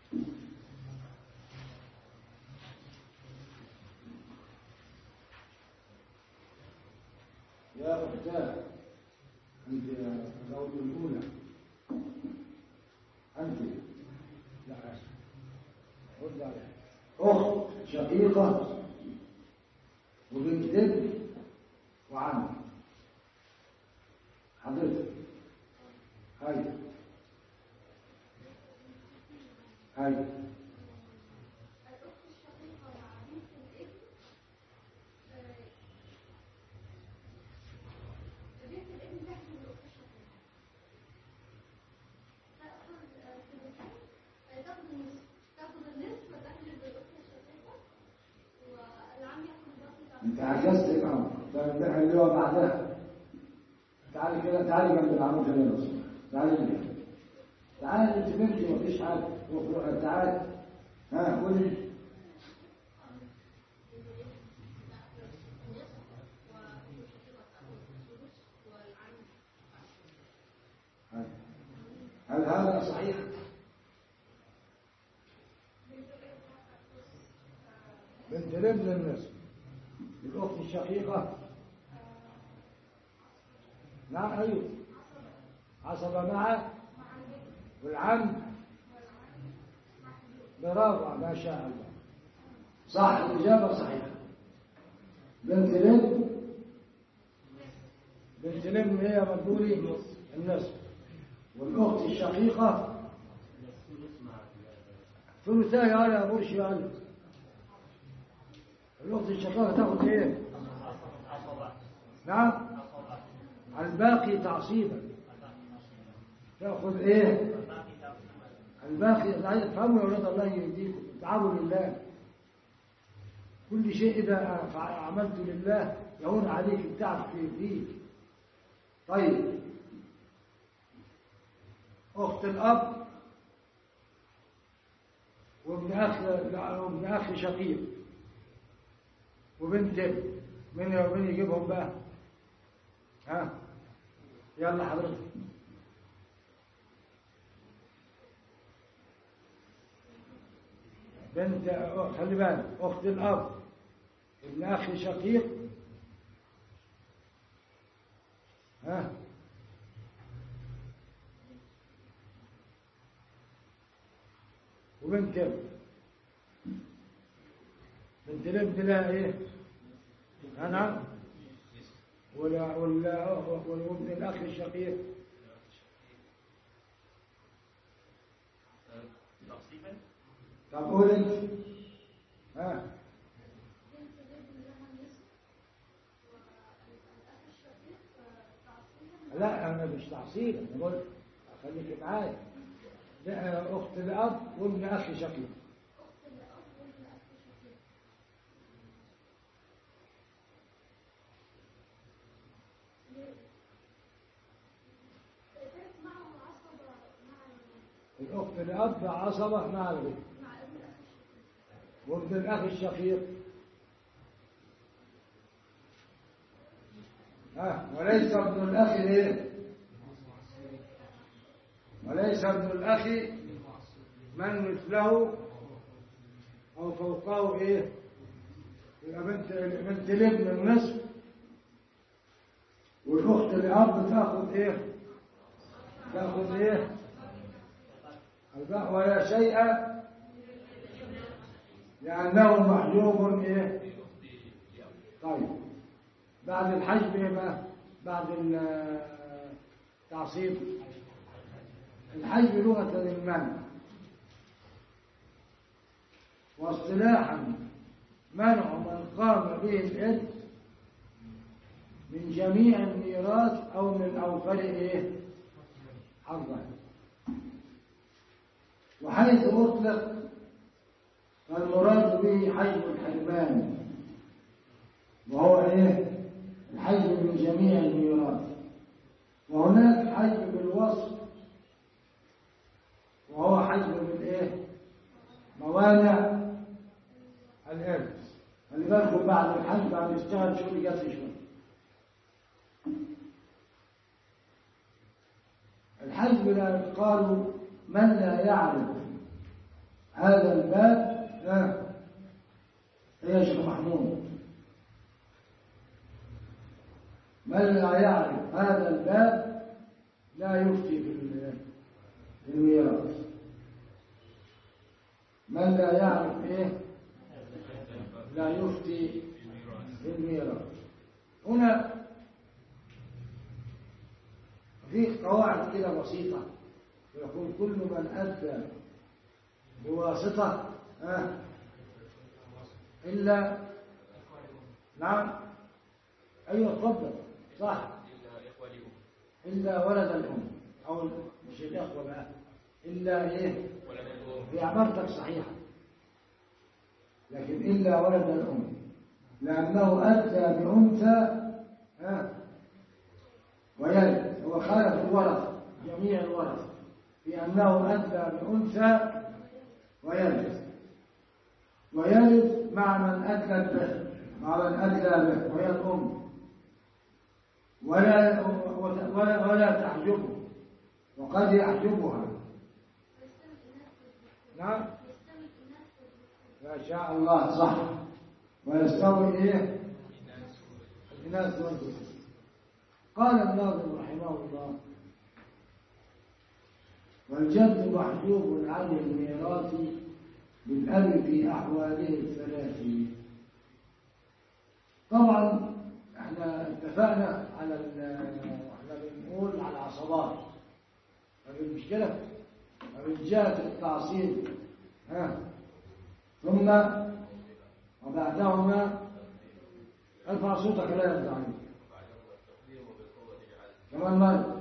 يا أختاه أنت الأول الأولى أنت لا رد عليها. أخت شقيقة وبنت ابن وعم حضرتك هاي هاي
تاخد النصف، تاخد النصف وتحجب بالأخت الشقيقة.
عكست الأمر اللي هو بعدها. تعالي كده، تعالي جنب العمود كده يا رسول. تعالي كده، تعالي انت بنتي مفيش حاجة. تعالي ها قولي. هل هذا صحيح؟ بنت الابن النصف، الأخت الشقيقة نعم أيوه عصبة معه، والعم برافو ما شاء الله صح، الإجابة صحيحة. بنت الابن بنت الابن هي مقبولي النصف، والأخت الشقيقة ثلثاء على برشي على الأخت الشقيقة تأخذ إيه؟ نعم الباقي تعصيبا تأخذ إيه؟ الباقي تفهموا يا ولاد الله يهديكم، تعبوا لله. كل شيء إذا عملت لله يهون عليك التعب فيه. طيب أخت الأب وابن أخ وابن أخ شقيق وبنت ابن، من ومن يجيبهم بقى؟ ها يلا حضرتك. بنت خلي بالك، أخت الأب ابن أخ شقيق ها وبنت ابن. بنت الابن لها ايه؟ انا ولا ولا وابن الاخ الشقيق طب قول انت. ها لا انا مش تعصيب، انا بقول خليك معايا. ده اخت الاب وابن اخ شقيق. الأخت الأب عصبة مع الغير، وابن الأخ الشقيق ها وليس ابن الأخ إيه؟ وليس ابن الأخ من مثله أو فوقه إيه؟ يبقى بنت بنت الابن النصف، والأخت الأب تأخذ إيه؟ تأخذ إيه؟ ولا شيء لأنه محجوب إيه؟ طيب بعد الحجب إيه بقى؟ بعد التعصيب. الحجب لغة المنع، واصطلاحا منع من قام به الإرث من جميع الميراث أو من أوفر إيه؟ حظا. وحيث أطلق فالمراد به حجب الحرمان، وهو إيه؟ الحجب من جميع الميراث. وهناك حجب بالوصف، وهو حجب بالإيه؟ موانع الإرث. خلي بالكم بعد الحجب بعد يشتغل شغل جات شوية. الحجب لا قالوا من لا يعرف هذا الباب ها يا شيخ محمود، من لا يعرف هذا الباب لا يفتي في الميراث. من لا يعرف ايه لا يفتي في الميراث. هنا في قواعد كده بسيطة، يقول كل من أدى بواسطة آه. إلا نعم أيوة اتفضل صح، إلا ولد الأم أو مش الأخوة بقى، إلا إيه في عبارتك صحيحة، لكن إلا ولد الأم. لأنه أتى بأنثى ها ويلد، هو خالف الورث جميع الورث في أنه أتى بأنثى ويلد، ويلد مع من أدلت به، مع من أدلى به وهي الأم، ولا ولا ولا تحجبه، وقد يحجبها. نعم ما شاء الله صح. ويستوي ايه الناس والذكور. قال الناظم رحمه الله: والجد محجوب عن الميراث بالأب في أحواله الثلاث. طبعا احنا اتفقنا على احنا بنقول على العصبات، المشكلة من جهة التعصيب ها ثم وبعدهما ارفع صوتك لا يرضى عنك كمان مرة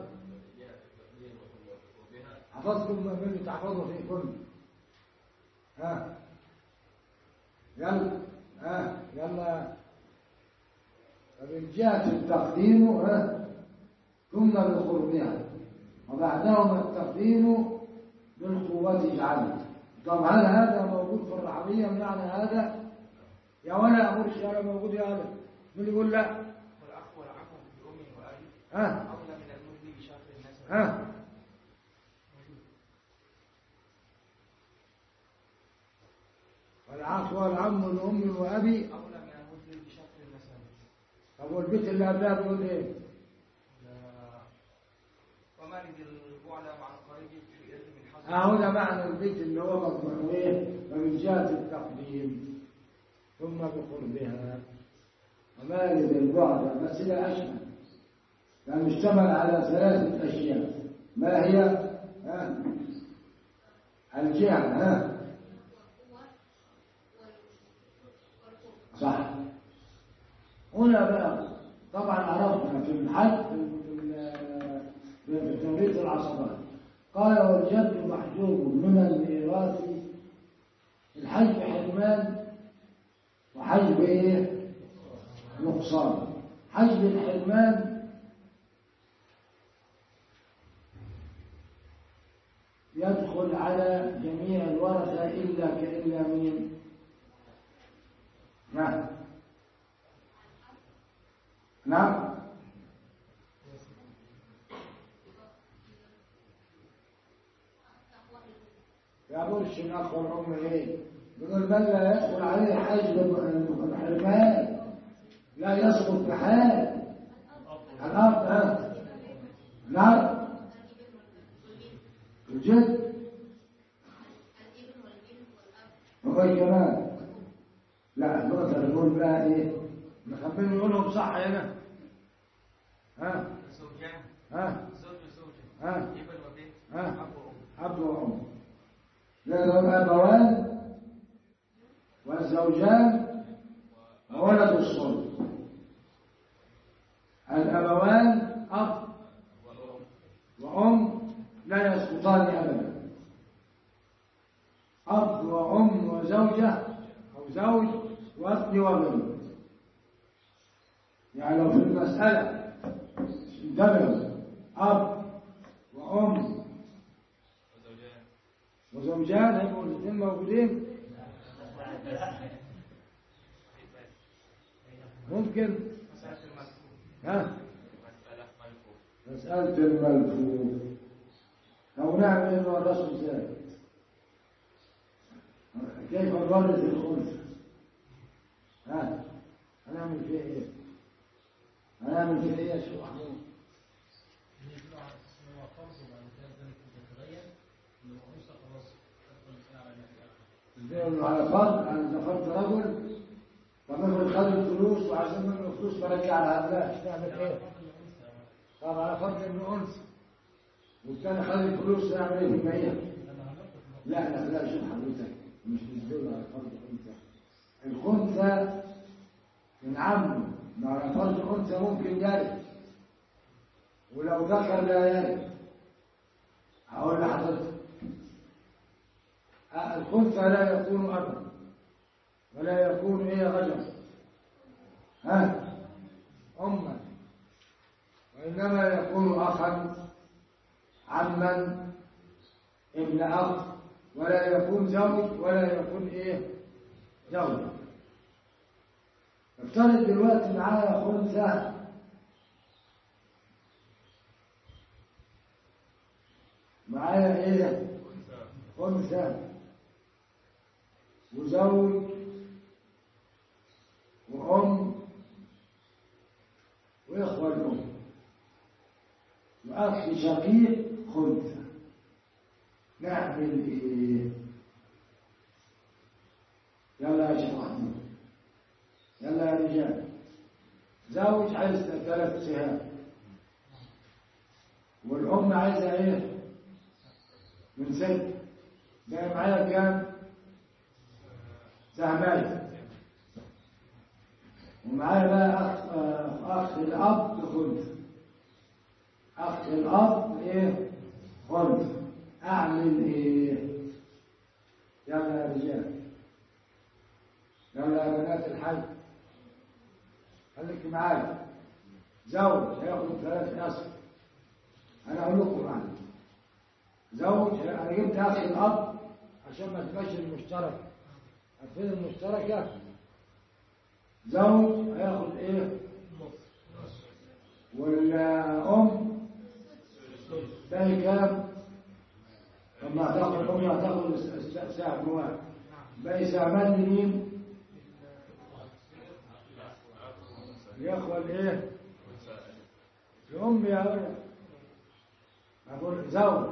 حفظكم من تحفظوا في كل ها يلا ها يلا. فمن جهة التقديم ها ثم بقربها وبعدهما التقديم بالقوة اجعله. طب هل هذا موجود في الرحمية؟ معنى هذا يا ولا أقول الشارع موجود يا هذا من يقول لا؟
والأخ والعم بأم وأبي
ها
أولى من المثل بشرط النسب.
ها والأخ والعم لأم وأبي
أولى من المثل بشرط النسب.
طب والبيت اللي قبلها بيقول إيه؟
وما لذي البعلى مع القريب في إرث من حظ.
ها هنا معنى البيت اللي هو مضمون إيه؟ ومن جهة التقديم ثم بقربها وما لذي البعد، بس لا أشمل لأنه اشتمل على ثلاثة أشياء. ما هي؟ ها الجهة ها صح. هنا بقى طبعا عرفنا في الحج في توريث العصبات قال: والجد محجوب من الميراث. الحجب حرمان وحجب ايه؟ نقصان. حجب الحرمان يدخل على جميع الورثة إلا كإلا مين؟ نعم نعم يا مرش الأخ والأم إيه؟ يقول بل لا يدخل عليه حجب الحرمان، لا يسقط بحال الأرض. ها نعم الجد وغير كمان لا نقدر نقول بقى ايه نخبرني نقولهم صح هنا. ها
زوجان
ها
زوج وزوجة
ها
ابن وبنت
ها
أب وأم.
أب وأم. لأنهم أبوان والزوجان وولد الصلب. الأبوان أب وأم لا يسقطان أبدا. أب وأم وزوجة أو زوج وابن وبنت. يعني لو في المسألة اندمجوا أب وأم وزوجان هيبقوا الاثنين موجودين. ممكن ها مسألة الملفوف أو نعمل إنه الرسم ازاي؟ كيف نورث الخلف؟ ها هنعمل فيه ايه؟ هنعمل فيه ايه يا شيخ محمود؟ ازاي على فرض انا ذكرت رجل فمثل خد الفلوس وعشان منه فلوس برجع لها لا تعمل ايه؟ طب على فرض انه انثى والثاني خد الفلوس نعمل ايه في المية؟ لا لا لا شوف حضرتك مش نزلوا على فرض انثى. الخنثى من عمه على فرض انثى ممكن يرث ولو ذكر لا يرث. هقول لحضرتك الخنثى لا يكون أبا ولا يكون إيه غجر ها أما، وإنما يكون أخا عما ابن أخ، ولا يكون زوج ولا يكون إيه زوج. افترض دلوقتي معايا خنثى معايا إيه خنثى وزوج وأم وإخوة الأم وأخ شقيق خنثى، نعمل إيه؟ يلا يا شيخ محمود، يلا يا رجال. زوج عايز ثلاث سهام والأم عايزة إيه؟ من ست. جاي معايا كام؟ سهمين. ومعايا بقى أخ أخ الأب خنثى، أخ الأب إيه؟ خنثى. أعمل إيه؟ يلا يا رجال، يلا يا بنات الحي، خليك معايا. زوج هياخد ثلاث أسهم، أنا أقول لكم معايا. زوج، أنا جبت أخ الأب عشان ما تبقاش المشترك، عارفين المشتركة؟ زوج هياخد إيه؟ والأم باقي كام؟ لما هتاخد الأم هتاخد سهم واحد، باقي سهمان لمين؟ الإخوة الإيه؟ الأم يا ولد. أقول زوج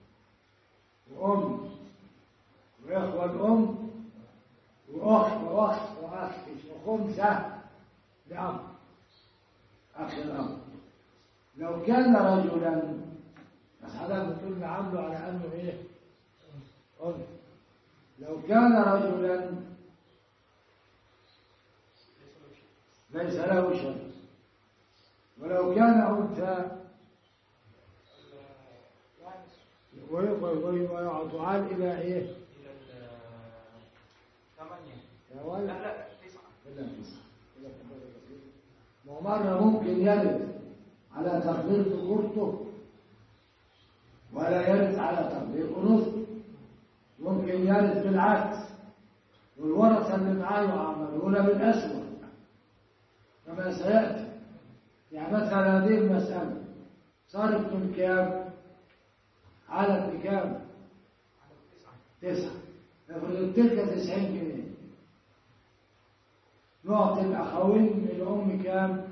وأم وإخوة الأم وأخ وأخ وأخ وخنثى لأب، أخ الأب. لو كان رجلا، بس حضرتك بتقول نعامله على أنه إيه؟ أنثى. لو كان رجلا ليس له شيء، ولو كان أنثى ويعطعان إلى إيه؟
إلى ثمانية.
يا ولد
لا لا تسعة.
إلا تسعة. ومرة ممكن يرد على تقدير ذكورته ولا يرد على تقدير أنوثته، ممكن يرد بالعكس، والورثة اللي معاه يعاملون بالأسوأ كما سيأتي. يعني مثلا هذه المسألة صارت من كام؟ على بكام؟ تسعة. افرض تلك تسعين جنيه، نعطي الأخوين من الأم كام؟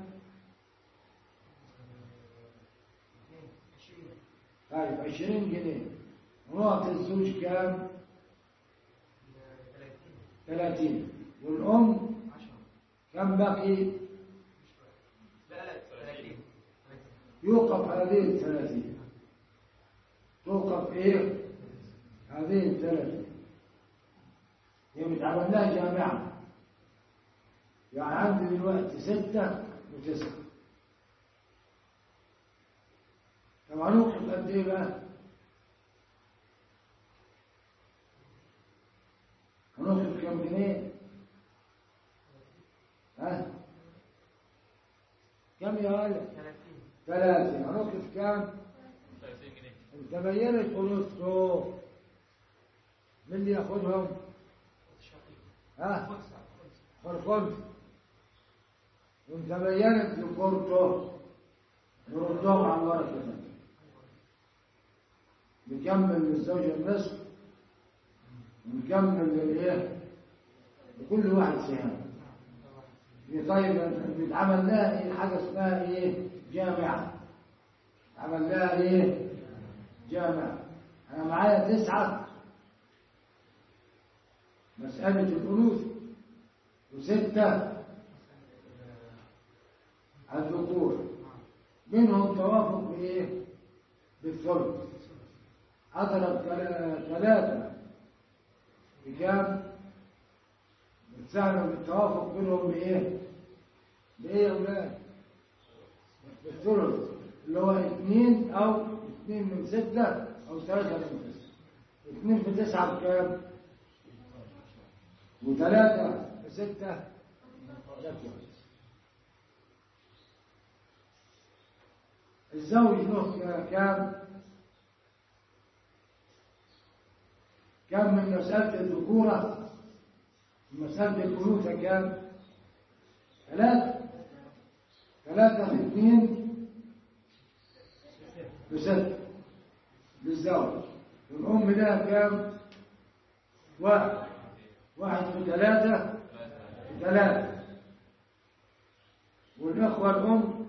طيب عشرين جنيه. ونعطي الزوج كام؟ ثلاثين. والأم كم بقي؟
لا لا ثلاثين.
يوقف هذه الثلاثين، توقف إيه؟ هذه الثلاثين. هي متعمل لها جامعة، يعني عندي دلوقتي ستة وتسعة. طب هنوقف قد إيه بقى؟ هنوقف كم جنيه؟ ها؟ كم يا ولد؟
ثلاثين.
ثلاثين. هنوقف كم؟
ثلاثين جنيه.
انت بينت أنوثته، من اللي ياخدهم؟ ها؟ خرخنثى. وانت بينت ذكورته، نردهم على الورثة. نكمل للزوج النصف ونكمل للايه؟ لكل واحد سهام. طيب بيتعمل لها ايه؟ حاجه اسمها ايه؟ جامعه. عمل لها ايه؟ جامعه. انا معايا تسعه مساله الانوثه، وسته الذكور، منهم توافق بايه؟ بالثلث. اضرب ثلاثه بكام؟ بتساعدوا بالتوافق بينهم بايه؟ بايه يا اولاد؟ بالثلث، اللي هو اثنين او اثنين من ستة او ثلاثة من تسعة. اثنين في تسعة بكام؟ وثلاثة في ستة ثلاثة. الزوج له كام؟ كم من مسألة الذكورة؟ مسألة الأنوثة كام؟ ثلاثة. ثلاثة في اثنين بستة للزوج. الأم لها كام؟ واحد. واحد في ثلاثة في ثلاثة. والإخوة الأم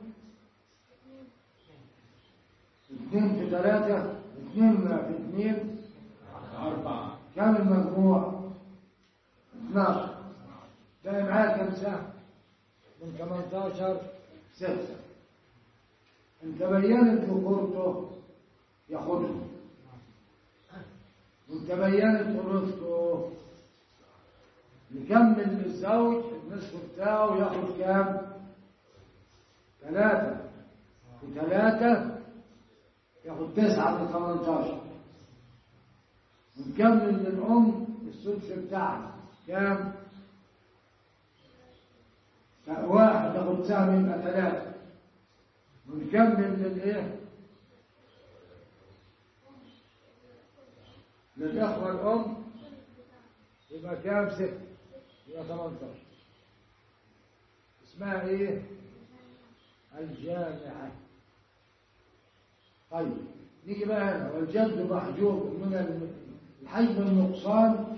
اثنين في ثلاثة اثنين في اثنين أربعة. كم المجموع؟ اثناشر. ده معاه كم سهم؟ من ثمانية عشر ستة. إن تبينت ذكورته ياخدها، وإن تبينت أنوثته يكمل للزوج النصف بتاعه ياخد كام؟ ثلاثة في ثلاثة ياخد تسعة في ثمانية عشر. ونكمل للأم السدس بتاعها كام؟ واحد ياخد سهم يبقى ثلاثة. ونكمل للإيه؟ للإخوة الأم يبقى كام؟ ستة يبقى ثمانية عشر. اسمها إيه؟ الجامعة. طيب نيجي بقى هنا. والجد محجوب من الحجب النقصان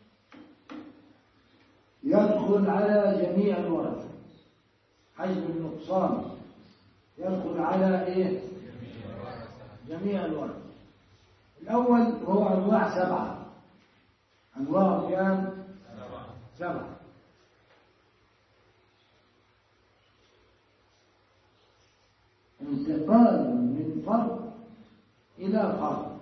يدخل على جميع الورثة. حجب النقصان يدخل على إيه؟ جميع الورثة. الأول هو أنواع سبعة. أنواع كام؟ سبعة. انتقال من فرد إلى فرد.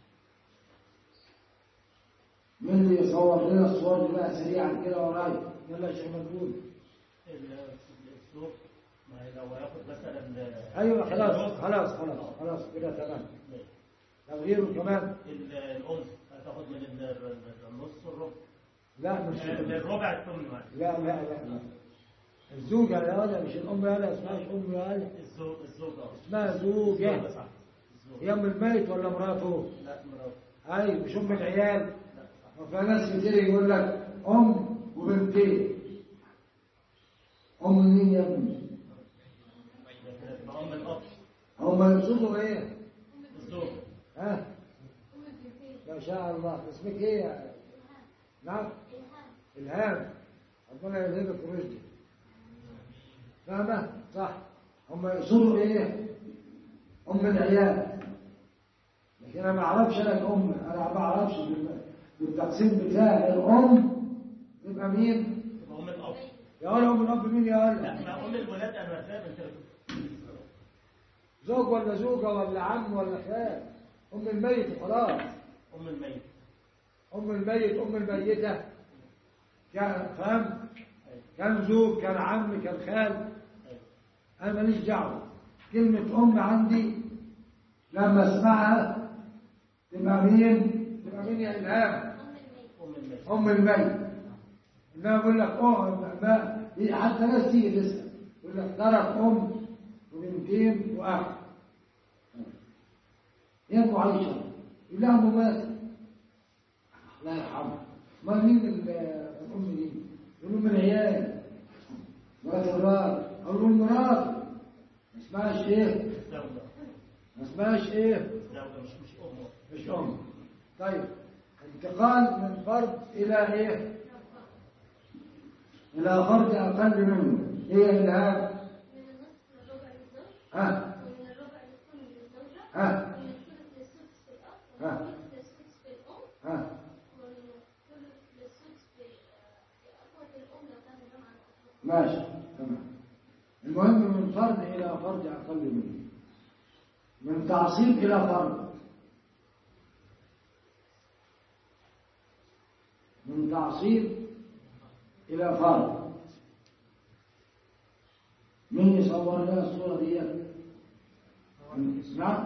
من اللي يصور لنا الصور دي بقى سريعا كده ورايا؟ يلا يا شيخ مجهول.
السوق ما هي لو ياخد مثلا
ايوه خلاص خلاص خلاص خلاص كده تمام. تغييره كمان
الأنثى هتاخد من النص الربع.
لا مش
الربع الثمن.
لا لا لا الزوجة يا ولا مش الأم يا ولا اسمهاش أم يا ولا.
الزوج الزوجة
اسمها زوجة. هي أم البيت ولا مراته؟
لا مراته.
أي مش أم العيال. وفي ناس كتير يقول لك أم وبنتين. أم مين يا ابني؟
أم الأب.
هم يقصدوا إيه؟
الزوج.
ها؟ ما شاء الله. اسمك إيه يا نعم؟ إلهام. ربنا يلهمك رشدي. فاهمة؟ صح. هم يقصدوا إيه؟ أم العيال. لكن أنا ما أعرفش أنا الأم. أنا ما أعرفش بالتقسيم بتاعي الأم تبقى مين؟
تبقى أم الأب.
يا ولا أم الأب مين يا ولا؟
لا ما أم الولاد أنا فاهم أنت.
زوج ولا زوجة ولا عم ولا خال. أم الميت خلاص.
أم الميت.
أم الميت أم الميتة. كان فاهم؟ كان زوج كان عم كان خال. أنا ماليش دعوة. كلمة أم عندي لما أسمعها تبقى مين؟ تبقى مين يا إلهام؟
أم الميت.
أم الميت. إنما بقول لك أم ما حتى ناس تيجي تسأل يقول لك ترك أم وبنتين وأخ. يا أم عائشة يقول لها أم مات. لا يرحمها. ما مين الأم دي؟ يقولوا من العيال. مرات الراجل أو يقول مرات. ما اسمهاش إيه؟ ما اسمهاش إيه؟
مش مش أم.
مش أم. طيب انتقال من فرد إلى إيه؟ إلى فرد أقل منه. إيه الإلهام؟
من النصف للربع للزوج.
ها؟
ومن الربع للثمن للزوجة.
ها؟
ومن الثلث للسدس في الأب.
ها؟
ومن الثلث للسدس في الأم.
ها؟
ومن الثلث للسدس في في أخوة الأم لو كان جمعا أخوة.
ماشي تمام. المهم من فرد إلى فرد أقل منه. من تعصيب إلى فرد. من تعصيب إلى فرد. مين يصور لنا الصورة دي؟ نعم؟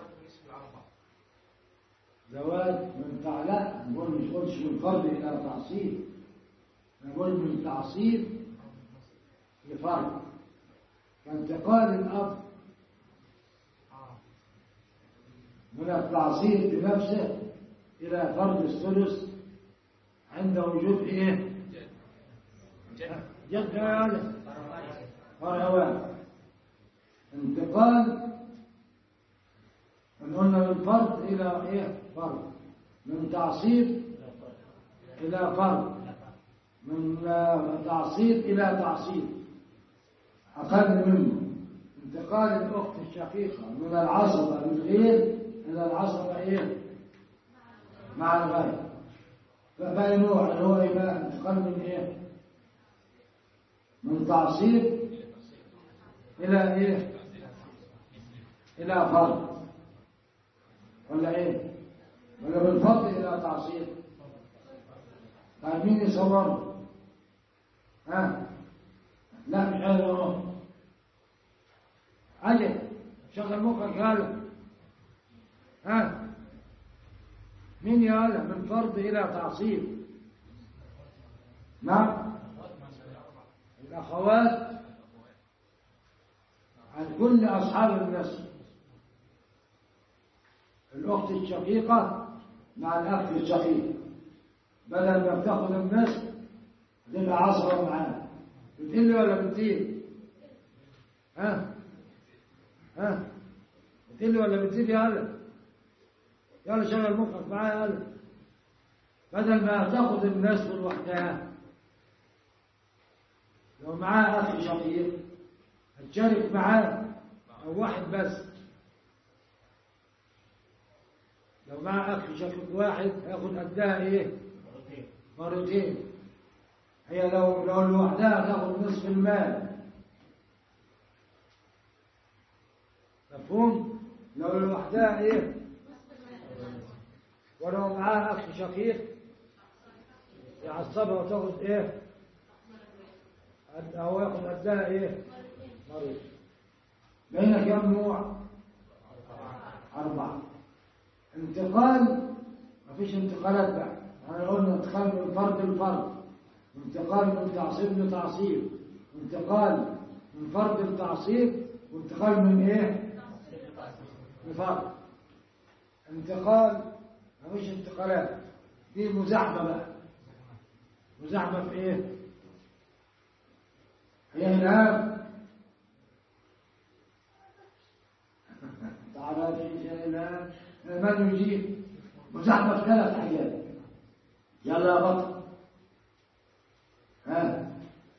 زواج من تعلق. نقول مش قلتش من فرد إلى تعصيب. نقول من تعصيب لفرد. كانتقال الأب من التعصيب بنفسه إلى فرض الثلث عند وجود إيه؟ جد هذا فرعوان. انتقال من قلنا من فرض إلى إيه؟ فرض. من تعصيب إلى فرض. من تعصيب إلى تعصيب أقل منه. انتقال الأخت الشقيقة من العصبة للغير إلى العصبة إيه؟ مع الغير. فبقى نوع اللي هو إيه بقى؟ انتقال من إيه؟ من تعصيب إلى إيه؟ إلى فرض ولا إيه؟ ولا بالفضل إلى تعصيب؟ طيب مين يصور؟ ها؟ لا مش عايز أروح. عجب شغل مخك هذا. ها؟ مين يا هذا؟ من فرض إلى تعصيب. نعم؟ الأخوات عن كل أصحاب النسب. الأخت الشقيقة مع الأخ الشقيق بدل ما بتاخذ النسب تبقى عصبة معاه. بتقل ولا بتزيد؟ ها؟ ها؟ بتقل ولا بتزيد يا هلا؟ يلا شغل مخك معايا يا هلا. بدل ما تاخذ النسب لوحدها لو معاه أخ شقيق هتشارك معاه أو واحد بس. لو معاه أخ شقيق واحد هياخد قدها إيه؟ مرتين. هي لو لو لوحدها تاخد نصف المال. مفهوم؟ لو لوحدها إيه؟ ولو معاه أخ شقيق يعصبها وتاخد إيه؟ أو ياخد قدها إيه؟ مرتين. بين كم نوع؟ أربعة. انتقال مفيش انتقالات بقى. احنا قلنا انتقال من فرد لفرد، انتقال من تعصيب لتعصيب، انتقال من فرد لتعصيب، وانتقال من ايه؟ لفرد. انتقال مفيش انتقالات، دي مزاحمة بقى. مزاحمة في ايه؟ هي الآن تعالى في شيء الآن من يجيب مزاحمة في ثلاث حاجات. يلا يا بطل. ها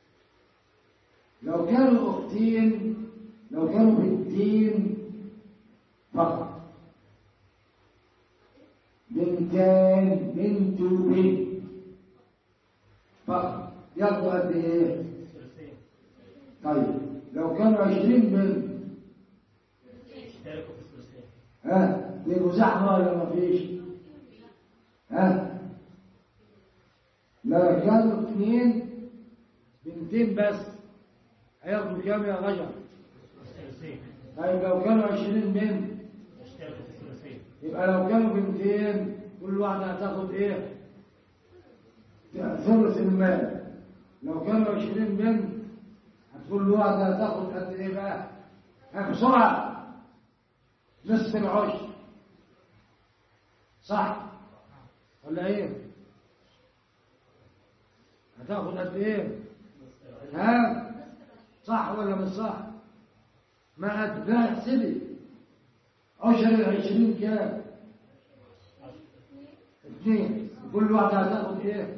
لو كانوا أختين، لو كانوا بنتين فقط، بنتان بنت وبنت فقط ياخدوا قد ايه؟ طيب لو كانوا عشرين بنت ها دي مزاحمة ولا ما فيش؟ ها لو كانوا اثنين بنتين بس هياخدوا كام يا رجل؟ طيب لو كانوا عشرين بنت يبقى لو كانوا بنتين كل واحدة هتاخد ايه؟ ثلث المال. لو كانوا عشرين بنت كل واحدة هتاخد قد ايه بقى؟ بسرعة نصف العشر. صح ولا ايه؟ هتاخد قد ايه؟ ها صح ولا مش صح؟ ما اتباع سبي عشر العشرين كام؟ اثنين. كل واحدة هتاخد ايه؟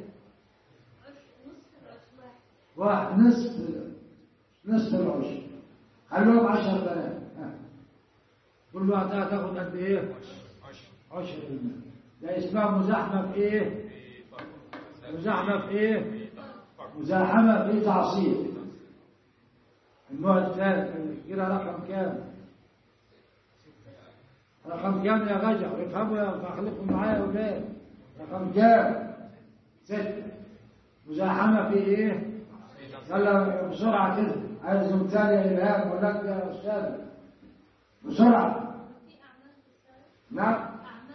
واحد نصف نصف العشر. خلوهم عشر بنات. كل واحدة هتاخد قد ايه؟ عشر المال. ده اسمها مزاحمة في ايه؟ مزاحمة في ايه؟ مزاحمة في تعصيب. النوع الثالث كده رقم كام؟ رقم كام يا غجر؟ افهموا يا خليكم معايا يا اولاد. رقم كام؟ ستة. مزاحمة في ايه؟ يلا بسرعة كده. عايزهم ثانية إلهام ولاد يا أستاذ بسرعة. نعم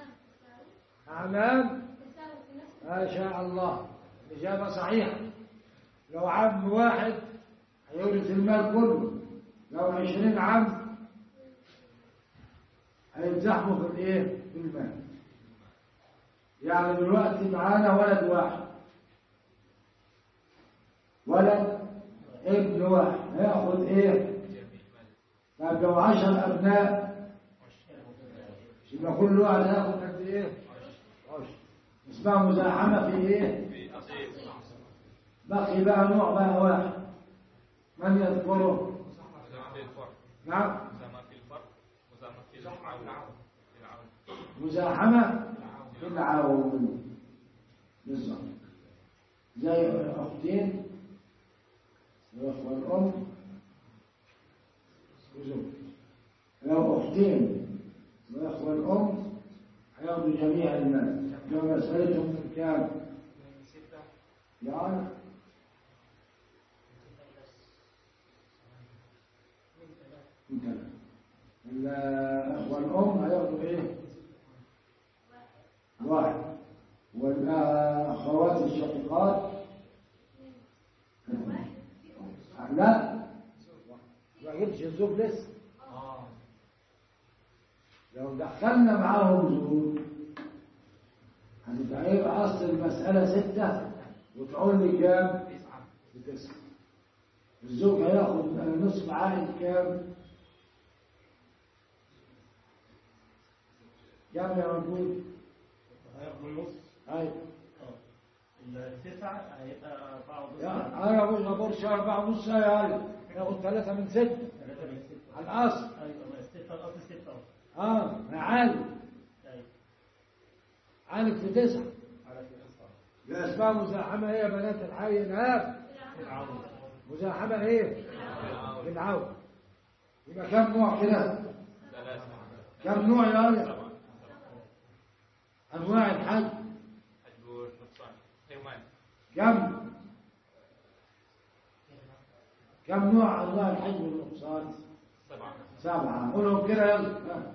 أعمال ما شاء الله. الإجابة صحيحة. لو عم واحد هيورث المال كله. لو عشرين عم هيتزحموا في الايه؟ في المال. يعني دلوقتي معانا ولد واحد، ولد ابن واحد هياخد ايه؟ طب لو عشر ابناء يبقى كل واحد هياخد قد ايه؟ عشر. اسمها مزاحمه في ايه؟ بقي بقى نوع بقى واحد، من يذكره؟ نعم. مزاحمة في العون بالظبط، زي أختين وأخوة الأم وزوج. لو أختين وأخوة الأم هياخدوا جميع المال، لو مسألتهم من كام؟ يعني من ثلاثة. الأخوة الأم هياخدوا إيه؟ واحد. والأخوات الشقيقات لا ما جبتش الزوج لسه. لو دخلنا معاهم زوج هتبقى ايه؟ اصل المسألة ستة وتقول لي كام؟ بتسعة. الزوج هياخد نصف عائد كام؟ كام يا موجود؟
هياخدوا نص.
ايوه.
التسعة هيبقى أربعة ونص.
أنا أقول ما أقولش أربعة ونص يا علي، ياخد ثلاثة من ستة.
ثلاثة من ستة.
على الأصل.
أيوة الستة الأصل ستة.
آه يا علي.
أيوة.
علي في تسعة.
على في تسعة.
لا اسمها مزاحمة إيه يا بنات الحي الآب؟
بالعون.
مزاحمة إيه؟ بالعون. يبقى كم نوع كده؟
ثلاثة.
كم نوع يا علي؟ أنواع الحج. كم؟ كم نوع أنواع الحج والنقصان؟
سبعة.
سبعة. قولهم كده يلا.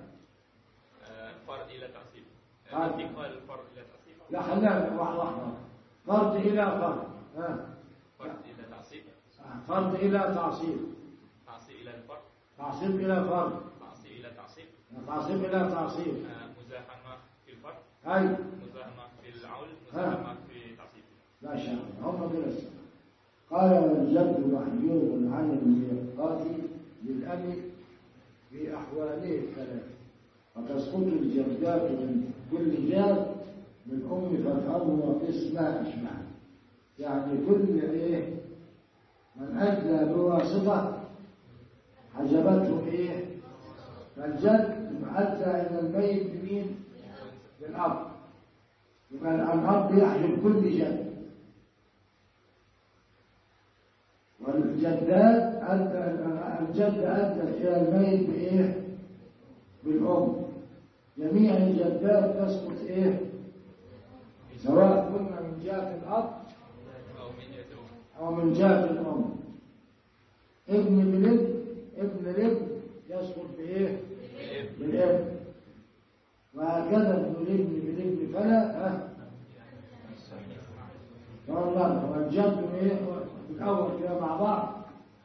فرد إلى تعصيب.
فرد.
الفرد إلى تعصيب.
لا خلينا واحدة واحدة. فرد إلى فرد. ها.
فرد إلى تعصيب.
فرد إلى تعصيب.
تعصيب إلى الفرد.
تعصيب إلى فرد.
تعصيب إلى تعصيب.
تعصيب إلى تعصيب.
مزاحمة في الفرد.
أي.
مزاحمة في العول. مزاحمة في تعصيب.
لا شاء الله هم دول السبعة. قال والجد محجوب عن الميقات للأب في أحواله الثلاث، وتسقط الجدات من كل جاد من أم فالأب وقسمة أشبه. يعني كل إيه من أجلى بواسطة حجبته إيه فالجد أدى إلى الميت بمين؟ بالأب. يبقى الأب يحجب كل جد. والجدات أدى الجد أدى إلى الميت بإيه؟ بالأم. جميع الجدات تسقط إيه؟ سواء كنا من جهة الأب أو من جهة الأم. ابن بالابن ابن الابن يسقط بإيه؟ بالابن. وهكذا ابن الابن بالابن فلا ها؟ والله والجد إيه؟ الأول كده مع بعض.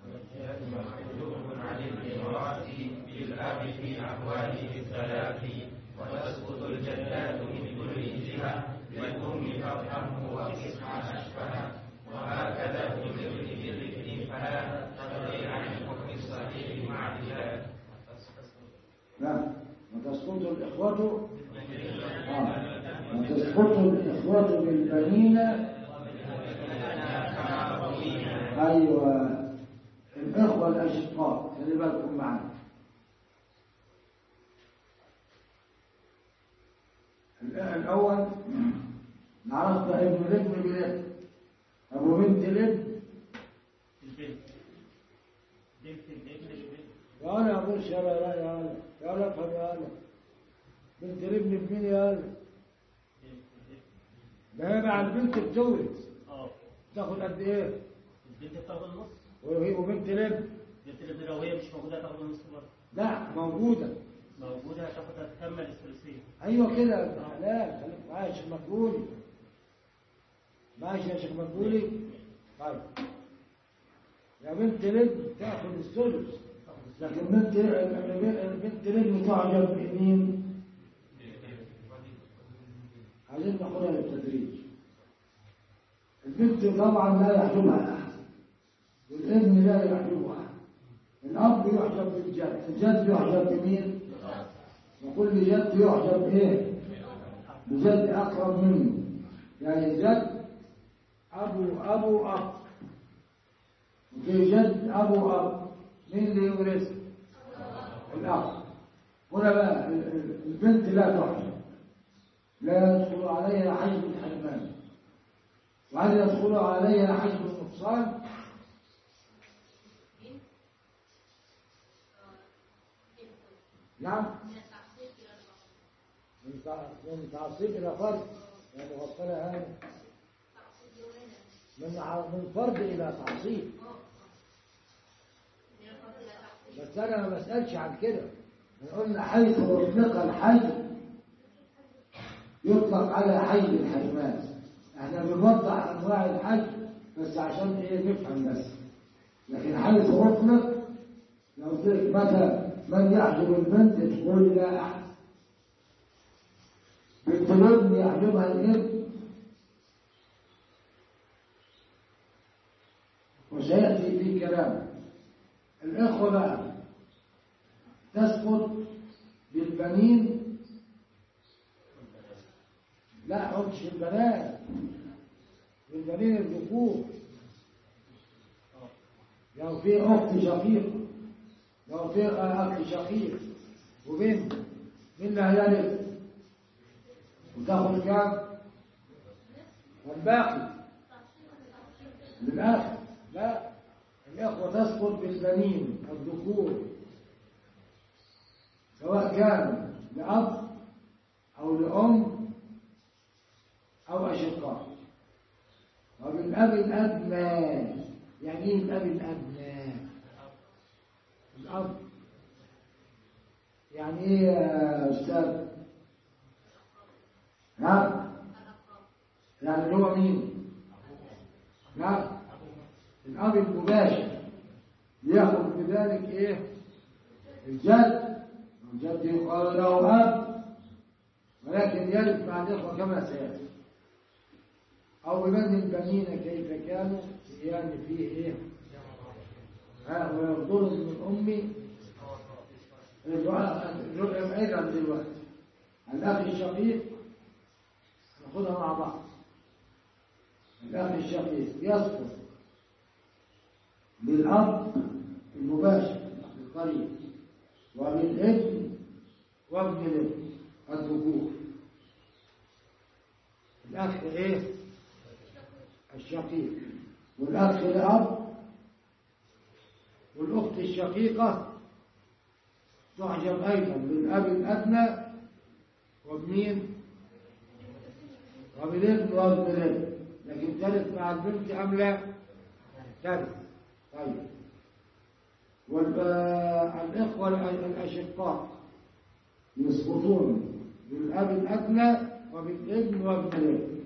بالأب في أحواله الثلاث، وتسقط الجدات من كل جهة للأم فافهمه وقسما أشبه. وهكذا ابن الابن بالابن فلا تقضي عن الحكم الصحيح مع اعتدال.
نعم. وتسقط الإخوة آه. وتسقط الإخوة بالبنين. أيوة الإخوة الأشقاء خلي بالكم معنا. الأول عرفنا ابن الابن بالابن، أبو بنت الابن
البنت بنت الابن البنت.
يا أنا أقول يا لا يا أنا يا لا افهم يا أنا بنت الابن بمين يا أنا؟ ده هي مع البنت بتولد.
اه
تاخد قد إيه؟
البنت بتاخد النص.
وهي وبنت الابن؟
بنت الابن لو هي مش موجودة هتاخد النص برضه.
لا موجودة.
موجودة هتاخد هتكمل الثلثية.
أيوة كده يا حلال. خليك معايا يا شيخ مقبولي. ماشي يا شيخ مقبولي. طيب يا بنت الابن تاخد الثلث. لكن بنت بنت الابن تعجب بمين؟ عايزين ناخدها بالتدريج. البنت طبعا لا يحجبها احد، والابن لا يحجبها احد. الاب يحجب بالجد، الجد يحجب بمين؟ وكل جد يحجب ايه؟ بجد اقرب منه. يعني جد ابو ابو اب، وفي جد ابو اب، مين اللي يورث؟ الاب. هنا بقى البنت لا تحجب، لا يدخل عليها حجب الحرمان. وهل يدخل عليها حجب النقصان؟ نعم، من تعصيب إلى فرد، يعني مغفلة هذا من من فرد إلى تعصيب. بس أنا ما بسألش عن كده، قلنا حيث أطلق الحج يطلق على حي الحرمان. احنا بنوضح أنواع الحج بس عشان إيه نفهم بس. لكن حيث أطلق لو قلت لك متى من يحجب البنت تقول لا أحد. بنت الابن يحجبها الابن، وسيأتي في كلام. الإخوة بقى تسقط بالبنين، لا مش البنات، بالبنين الذكور. لو في أخت شقيقة، لو في أخت شقيق وبنت، مين اللي هيلد؟ وتاخد كام؟ والباقي للأخ. لا، الإخوة تسقط بالبنين الذكور، سواء كان لأب أو لأم أو أشقاء. وبالأب الأدنى، يعني إيه الأب الأدنى؟ الأب يعني إيه يا أستاذ؟ نعم، يعني هو مين؟ نعم، الأب المباشر يأخذ بذلك إيه؟ الجد. الجد يقال له أب، ولكن يرث مع الإخوة كما سيأتي. أو بمن البنين كيف كانوا يعني فيه إيه؟ ها، ويفضل من أمي أيضا دلوقتي الأخ الشقيق ناخدها مع بعض. الأخ الشقيق يسقط بالأب المباشر القريب، وبالابن وابن الابن الذكور. الأخ إيه؟ الشقيق، والأخ الأب، والأخت الشقيقة تحجب أيضا بالأب الأدنى وبمين؟ وبالابن وابن الابن. لكن ترث مع البنت أم لا؟ ترث. طيب، والإخوة الأشقاء يسقطون بالأب الأدنى وبالابن وابن الابن.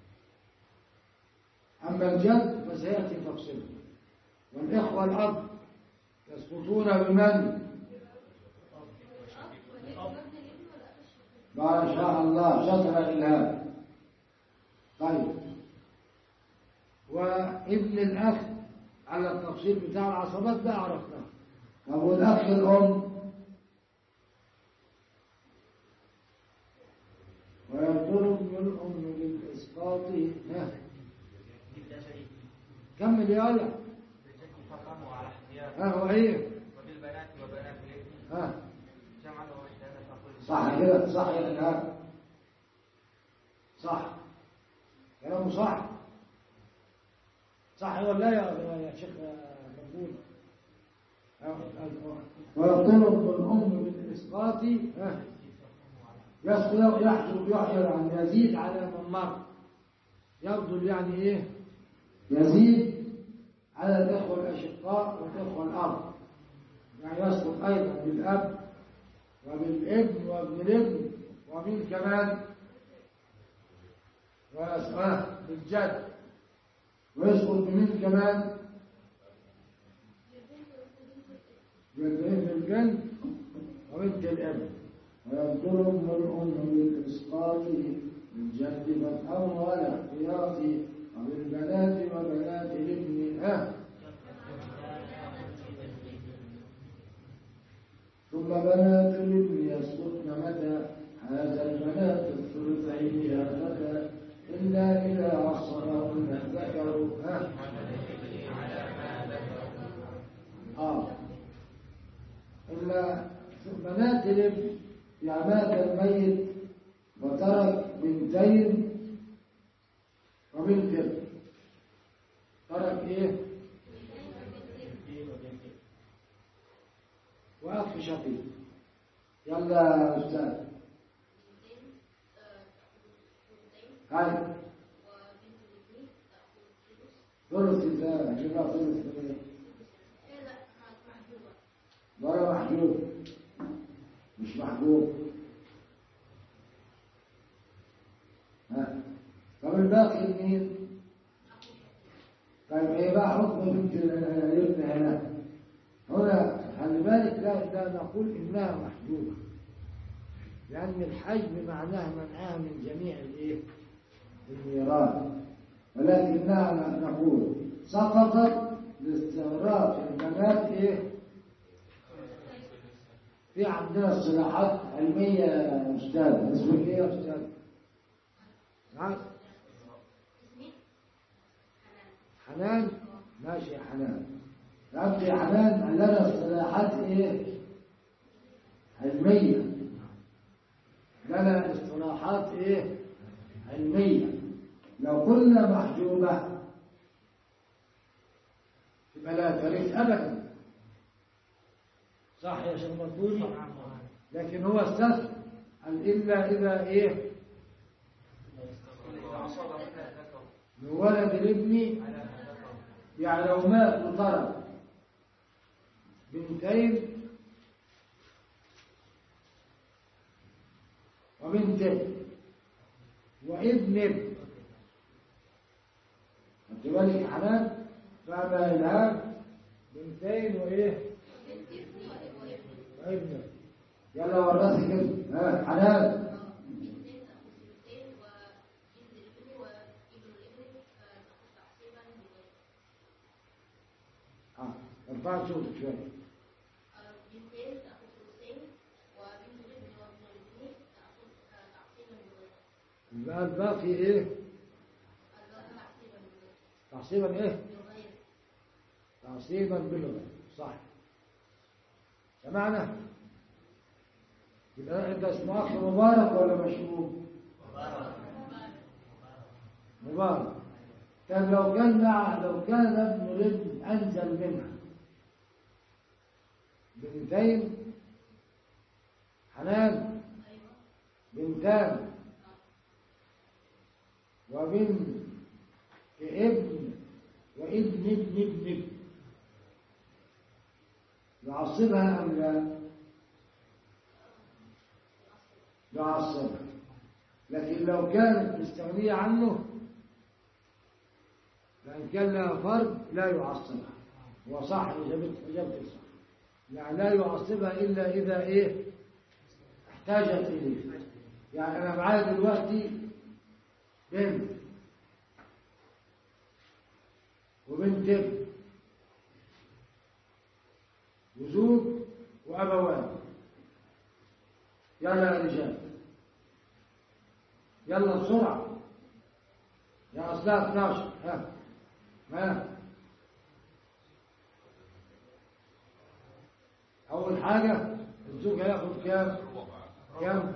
أما الجد فسيأتي تفصيله. والإخوة الأب يسقطون بمن؟ ما شاء الله، شطر الإلهام. طيب، وابن الأخ على التفصيل بتاع العصبات ده عرفناه. طب والأخ الأم؟ ويضرب ابن الأم بالإسقاط. ها، كمل يا ولا. ها، هو ايه؟
وبالبنات وبنات الابن.
ها،
جمعا ووحدانا فقل.
صح كده، صح يا إلهام، صح كلامه صح. صح ولا لا يا شيخ مقبول؟ ويطلب الأم بالإسقاط يسقط يحجب يحجب عن يزيد على من مر. يفضل يعني إيه؟ يزيد على الإخوة الأشقاء والإخوة الأب. يعني يسقط أيضا بالأب وبالابن وابن الابن ومن كمان ويسقط بالجد، ويسقط بمن كمان؟
جدين الجن وبنت الابن ويذكر ام الام بالاسقاط بالجد فتحه على احتياط وبالبنات وبنات الابن ها ثم بنات الابن يسقطن متى هذا البنات الثلثين يا فتى إلا إذا عصرهن ذكروا ها آه إلا بنات الابن يعني مات الميت وترك بنتين وبنت ابن ترك إيه؟ وأخ شقيق يلا يا أستاذ هاي ثلث إذا جماعة ثلث منين؟ ولا محجوب مش محجوب ها طب الباقي مين؟ طيب ايه بقى حكم بنت الابن هنا؟ هنا خلي بالك لا, لا نقول انها محجوبه لان الحجب معناه منعها من جميع الايه؟ الميراث ولكننا نقول سقطت لاستغراق البنات ايه؟ في عندنا اصطلاحات علميه يا استاذ اسمك ايه يا استاذ؟ نعم حنان ماشي يا حنان ربي يا حنان قال لنا اصطلاحات ايه؟ علميه لنا اصطلاحات ايه؟ علميه لو قلنا محجوبه يبقى لا ترث ابدا صح يا شيخ مرتوزي لكن هو استثنى قال الا اذا ايه من ولد الابن يعني لو مات وترك بنتين وبنتين وابن ابن خدت بالك يا حنان فما الهام بنتين وايه وابن يلا وراسي كده ها حنان اه ارفع صوتك شويه
بنتين تأخذ ثلثين وبنت الابن وابن الابن تأخذ تعصيبا بالغير.
يبقى الباقي ايه؟
الباقي تعصيبا بالغير.
تعصيبا ايه؟
بالغير.
تعصيبا بالغير صح سمعنا؟ يبقى انت اسمه اخ مبارك ولا مشهور؟
مبارك.
مبارك طب لو كان مع لو كان ابن الابن انزل منها بنتين حنان بنتان وبنت ابن وابن ابن ابن ابن يعصبها أم لا؟ يعصبها لكن لو كانت مستغنية عنه لأن كان لها فرد لا يعصبها هو صح إجابة صح يعني لا يعصبها إلا إذا إيه احتاجت إليه يعني أنا معايا دلوقتي بنت وبنت ابن وزوج وأبوان يلا يا رجال يلا بسرعة يا أصلاح اثناشر ها ها أول حاجة الزوج هياخد كام؟ كام؟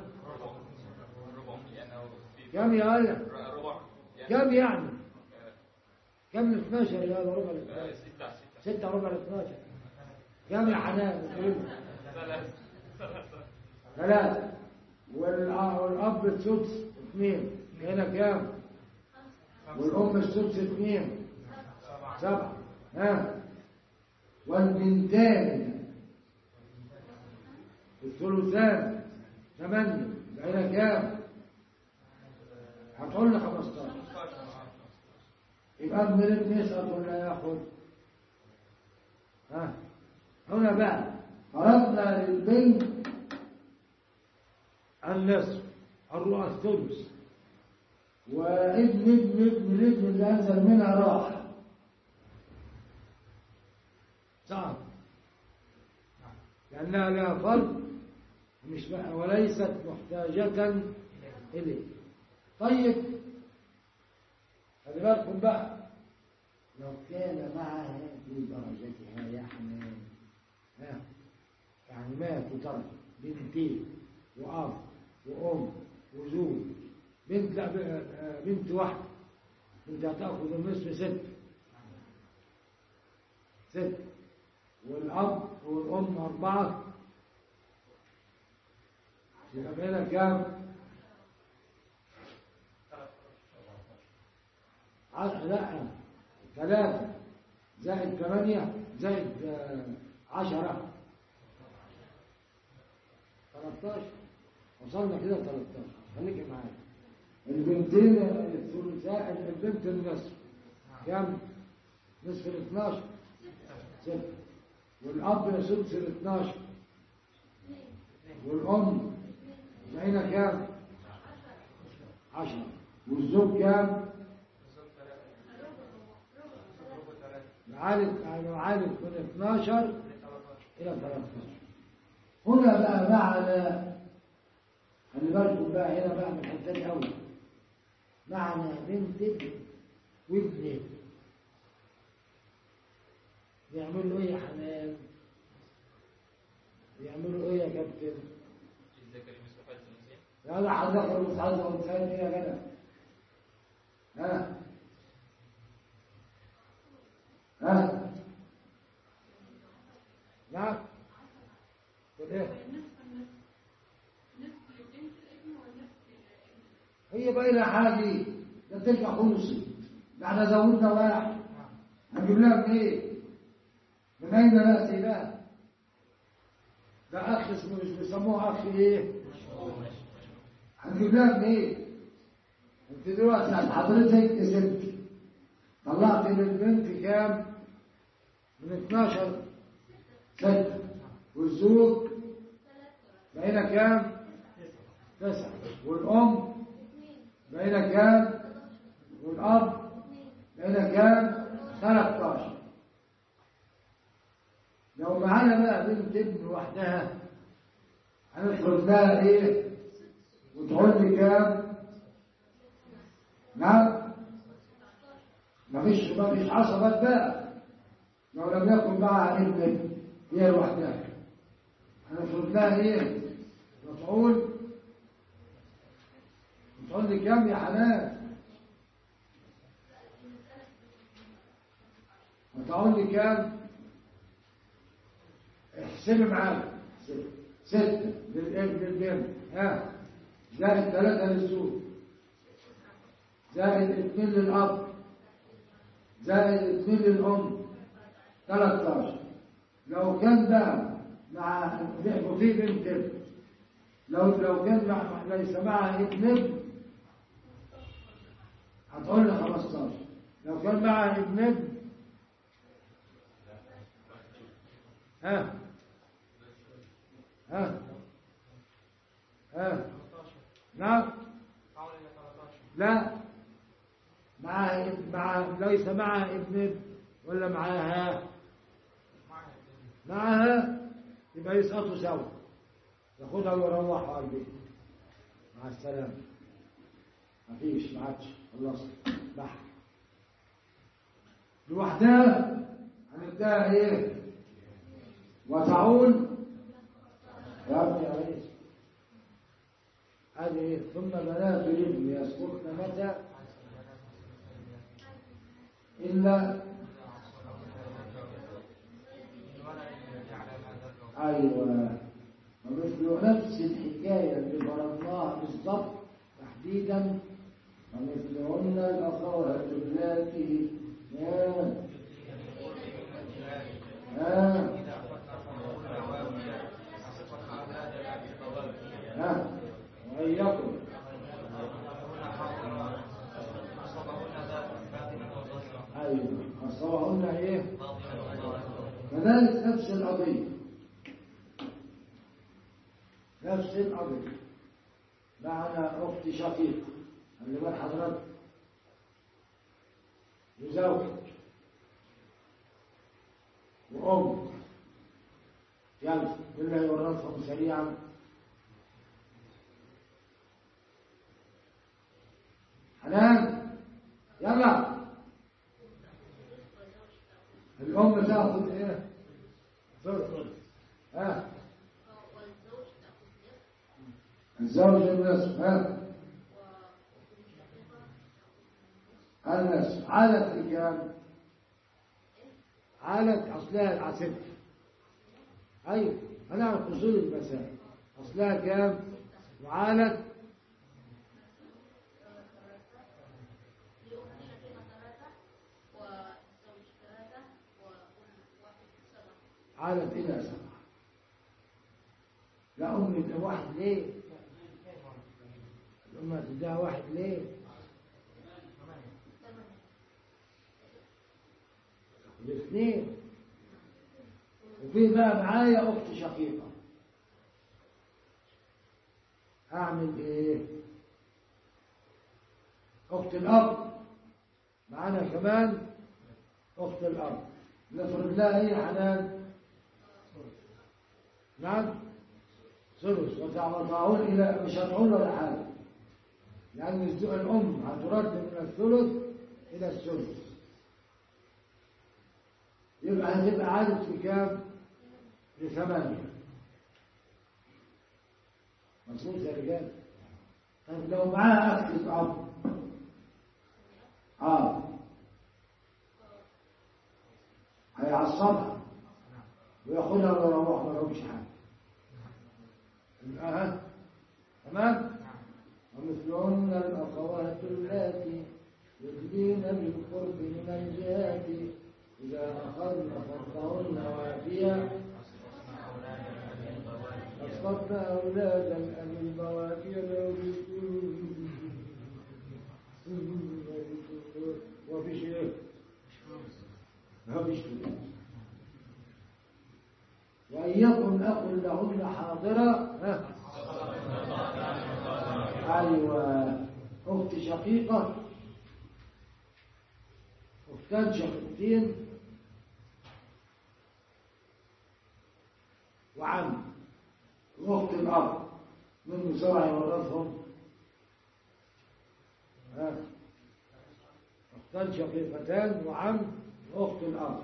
كام يا آية؟ كام يعني؟ كم من اثناشر يا ربع الاثناشر؟ ستة ربع الاثناشر كم يا حنان؟ ثلاثة ثلاثة والأب السدس اثنين هنا كام؟ والأم السدس اثنين سبعة ها والبنتان الثلثان ثمانية هنا كام؟ هتقول لي خمستاشر يبقى ابن الابن يسقط ولا ياخد؟ ها هنا بقى
فرضنا للبنت النصف الرؤى الثلث، وابن ابن ابن الابن اللي أنزل منها راح صعب لأنها لها فرض مش وليست محتاجة إليه. طيب خلي بالكم بقى، لو كان معها في درجتها يا حنان، ها يعني مات وترك بنتين وأب وأم وزوج، بنت لا بنت واحدة، بنت هتأخذ النصف ست ست والأب والأم أربعة، يبقى بينا كام؟ لا ثلاثة زائد ثمانية زائد عشرة ثلاثتاشر، وصلنا كده ثلاثتاشر. خليك معايا. البنتين الثلثاء، البنت النصف كام؟ نصف ال اثناشر ستة، والأب ثلث ال اثناشر، والأم بقينا كام؟ عشرة، والزوج كام؟ نعالج نعالج من اثناشر إلى ثلاثتاشر. هنا بقى معنى، خلي بالكم بقى هنا بقى من الحتات أول، معنى بنت ابن وابن بيعملوا ايه يا حنان؟ بيعملوا ايه يا كابتن؟ يا لا حذكر متحذر ومتحذر ايه يا جدع؟ ها ها نعم ايه؟ هي باينه حاجه ده تلك خلصت، ده احنا زودنا واحد، هنجيب لها منين؟ من اين ناتي لها؟ ده اخ اسمه مش بيسموه اخ ايه؟ هنجيب لها منين؟ انت دلوقتي عند حضرتك يا ست طلعت للبنت كام؟ من اثناشر ستة، والزوج بقينا كام؟ تسعة، والأم بقينا كام؟ والأب بقينا كام؟ ثلاثتاشر. لو معانا بقى بنت ابن وحدها هنفرض لها ايه؟ وتقول لي كام؟ نعم؟ مفيش مفيش عصبات بقى. لو لم يكن معها ابن هي لوحدها هنفرض لها ايه؟ وتقول وتقول لي كام يا حنان؟ وتقول لي كام؟ احسبي معايا. ستة للابن للبنت، ها زائد ثلاثة للزوج، زائد اثنين للأب، زائد اثنين للأم، ثلاثتاشر. لو كان بقى مع وفي بنت ابن، لو لو كان مع ليس معها ابن ابن هتقول لي خمستاشر. لو كان معها ابن ابن ها ها ها نعم لا معها مع ليس معها ابن ابن ولا معاها معها يبقى يسقطوا سوا، ياخدها ويروحوا على البيت مع السلامة. مفيش ما عادش خلصت بحر لوحدها هنديها ايه؟ وتعول يا ابني يا ريس هذه ايه؟ ثم بنات الابن يسقطن متى؟ إلا أيوة. ومثل نفس الحكاية اللي فرضناها بالضبط تحديدا، ومثلهن الأخوات اللاتي ها ها ها وإياكم أيوة أصابهن إيه؟ كذلك نفس القضية. نفس القضية. معنا أخت شقيق اللي بال حضرتك وزوج وأم. يلا بالله يورثهم سريعا. حنان يلا. الأم تأخذ إيه؟ ثلث. ها الزوج النصف. ها النصف. عالت لكام؟ عالت أصلها العسل. أيوة أنا على خصوص المسائل. أصلها كام؟ وعالت عالت إلى سبعة. لا أمي ده واحد ليه؟ الأمة تديها واحد ليه؟ الاثنين. وفي بقى معايا أخت شقيقة. أعمل إيه؟ أخت الأب معانا كمان. أخت الأب نفرض لها إيه حنان؟ نعم ثلث. وتعود إلى مش هتعود ولا حاجة، لأن الأم هترد من الثلث إلى الثلث. يبقى هتبقى عادت في كام؟ لثمانية. مظبوط يا رجال؟ طيب لو معاها أخت الأب آه هيعصبها وياخدها ويروح ما يروحش حاجة. ها تمام. ومثلهن الأخوات اللاتي يدلين بالقرب من الجهات إذا أخذن فرضهن وافيا أسقطن أولادا أم البواتي لو وفيش إيه؟ ما فيش فلوس. وإن يكن أخ لهن حاضرة. أيوة أخت شقيقة، أختان شقيقتين وعم وأخت الأب من بسرعة يورثهم. أختان شقيقتان وعم وأخت الأب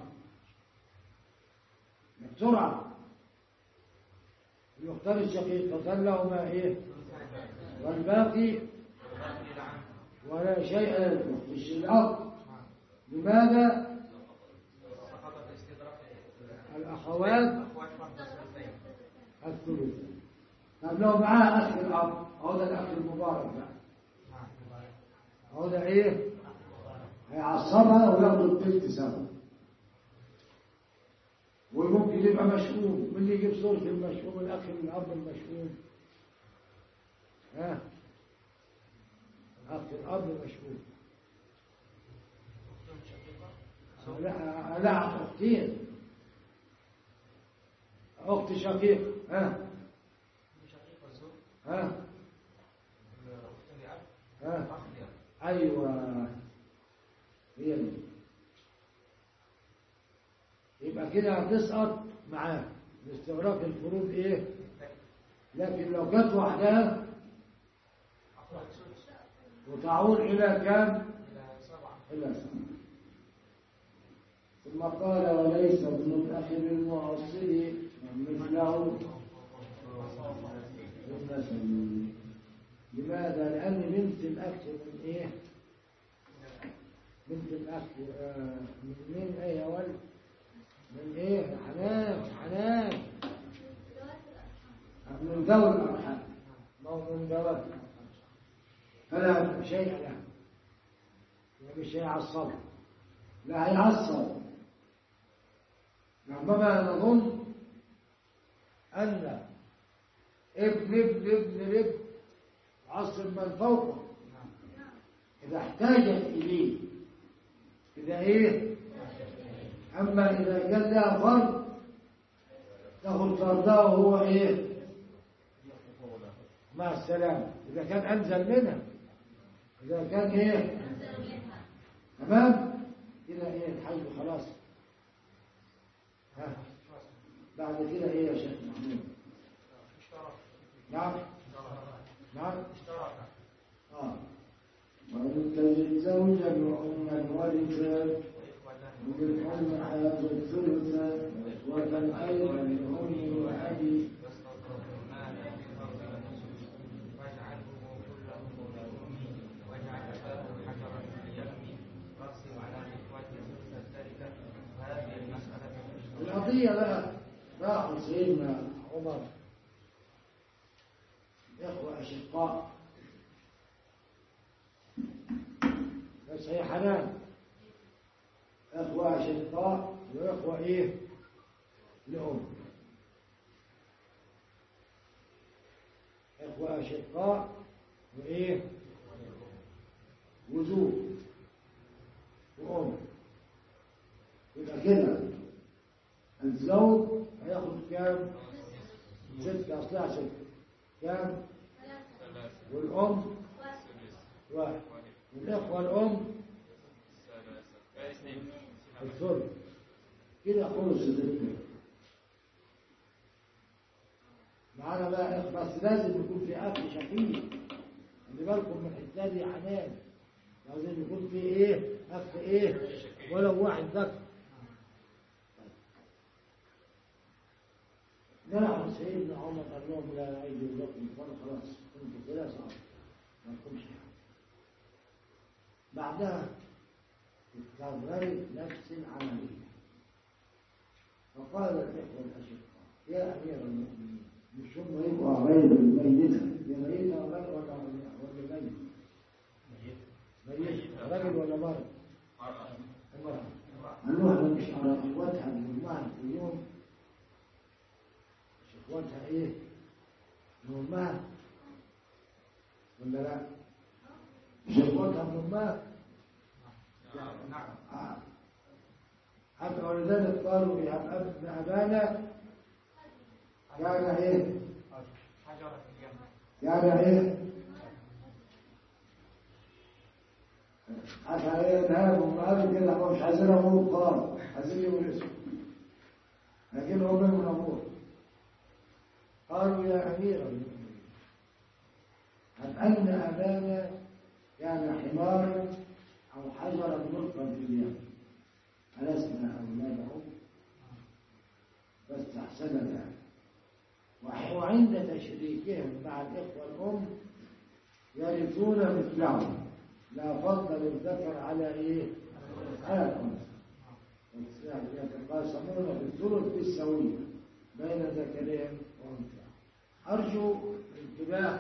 بسرعة. الأختان الشقيقتان لهما إيه؟ والباقي ولا شيء للأخت الأب. لماذا؟ الأخوات الثلث. طب لو معاه أخ الأب أو ده الأخ المبارك بقى أو ده إيه؟ هيعصبها وياخد التلت سوا. وممكن يبقى مشؤوم. من اللي يجيب صورة المشؤوم؟ الأخ من الأب المشؤوم. ها أخ الأب مشؤوم. لا لا أختين. أخت شقيق. ها ها ها أيوة هي دي. يبقى كده هتسقط معاه لاستغراق الفروض إيه. لكن لو جت وحدها وتعود إلى كام؟ إلى سبعة. ثم قال وليس ابن الأخ للمعصر مثله بالنسب. لماذا؟ لأن بنت الأخ من إيه؟ بنت الأخ من مين؟ إيه يا ولد؟ من إيه؟ حنان حنان من ذوي الأرحام. ما هو من ذوي الأرحام فلا شيء له. مش هيعصب. لا هيعصب. ربما نظن أن ابن ابن ابن ابن عصر من فوقه إذا احتاجت إليه. إذا إيه؟ أما إذا كان لها فرد تاخذ فرده وهو إيه؟ مع السلامة إذا كان أنزل منها. إذا كان إيه تمام كده إيه الحج خلاص. ها بعد كده إيه يا شيخ محمود؟ نعم نعم آه
وإن تجد زوجا وأما ورثا وبالأم حاز الثلث وإخوة أيضا لأم وأبي
القضية بقى راحوا سيدنا عمر إخوة أشقاء بس هي حنان إخوة أشقاء وإخوة إيه لأم إخوة أشقاء وإيه وزوج وأم. يبقى كده الزوج هياخد كام؟ ستة أصلها ستة كام؟ والأم واحد والإخوة الأم الثلث كده خلص الدنيا. معانا بقى إخ بس لازم يكون في أخ شقيق. خلي بالكم من الحتة دي حنان، لازم يكون في إيه؟ أخ إيه؟ ولو واحد ذكر. نعم سيدنا عمر قال لهم لا أعيد لكم خلاص كنتم كده صعب ما لكمش حاجة. بعدها استغررت نفس العملية فقال الإخوة الأشقاء يا أمير المؤمنين مش هم يبقوا غير الميتة يا ميتة ولا ولا ولا ميت ميت رجل ولا مرض؟ المرأة قالوا مش على إخوتها من معها في اليوم إخوتها إيه؟ من أمها ولا لا؟ مش إخوتها من أمها؟ نعم آه. حتى ولذلك قالوا يا ابن أبانا كان إيه؟ كان إيه؟ حتى إيه نهاهم قالوا كده هو مش عايزين أمور خالص عايزين يورثوا لكن هم من أمور. قالوا يا أمير المؤمنين هل أن أبانا كان حمارا أو حجرا ملقا في اليم ألسنا أولاده فاستحسن ذلك. وعند تشريكهم مع الإخوة الأم يرثون مثلهم لا فضل للذكر على إيه؟ على الأنثى يتقاسمون بالثلث بالسوية بين ذكرهم وأنثى. أرجو الانتباه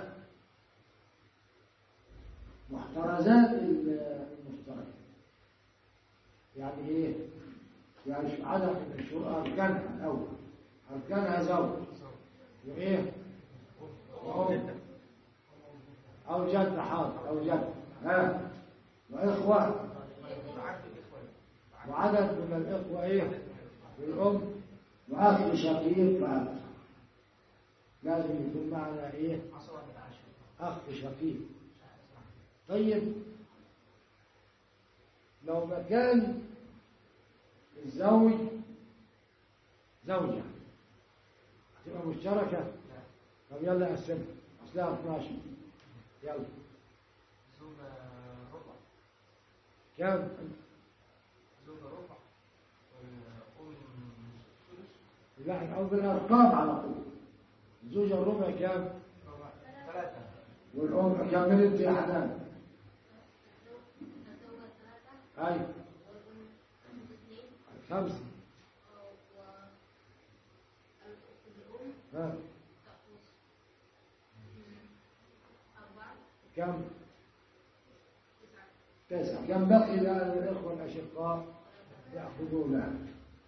محترزات المشتركة يعني إيه؟ يعني عدد من الشروط أركانها الأول أركانها زوج وإيه؟ وأم أو جد حاضر أو جد ها وإخوة وعدد من الإخوة إيه؟ والأم وأخ شقيق فأخ لازم يكون معنا إيه؟ أخ شقيق. طيب لو ما كان الزوج زوجة هتبقى مشتركة. طب يلا قسمها أصلها اثناشر يلا
زوجة ربع
كم؟
زوجة ربع والأم ثلث.
لا أو بالأرقام على طول. الزوجة الربع كم؟
ثلاثة.
والأم كم من أنت يا حنان؟ أيوة خمسة. ها كم؟ تسعة. كم بقي للإخوة الأشقاء يأخذون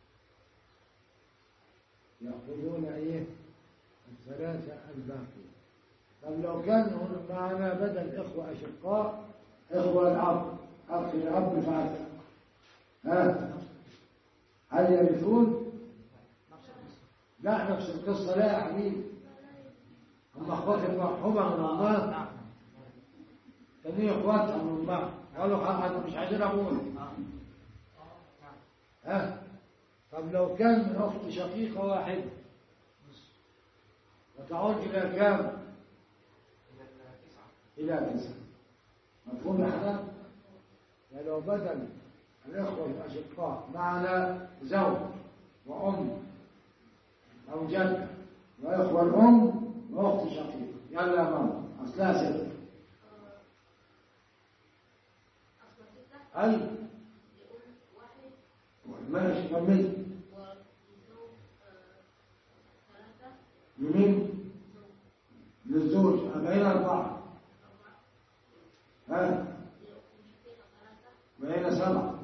يأخذون إيه؟ الثلاثة الباقية. طب لو كان معنا بدل إخوة أشقاء إخوة الأب أخ الأب فاتح ها هل يرثون؟ لا نفس القصة لا يا حبيبي هم اخوات المرحومة من الله، كانوا اخواتها من الله، قالوا خلاص مش عايزين ابونا. ها طب لو كان من اخت شقيقة واحدة وتعود الى كام؟ الى تسعة. مفهوم يا حضرتك؟ يعني لو بدل الإخوة الأشقاء معنا زوج وأم أو جدة وإخوة الأم وأخت شقيقة، يلا يا ماما أصلها ستة. أي ماشي كمل. لمين؟ للزوج أربعين أربعة. ها بقينا سبعة.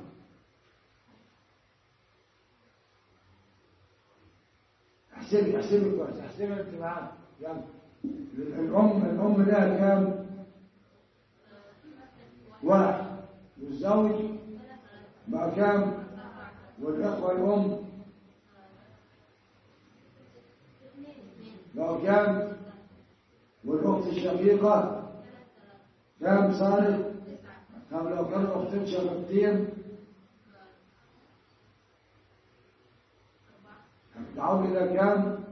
احسبي احسبي كويس، احسبي انت معانا يلا. الأم الأم لها كام؟ واحد. والزوج بقى كام؟ والإخوة الأم بقى كام؟ والأخت الشقيقة كام صارت؟ طب لو كانوا أختين شقيقتين تعود إلى كام؟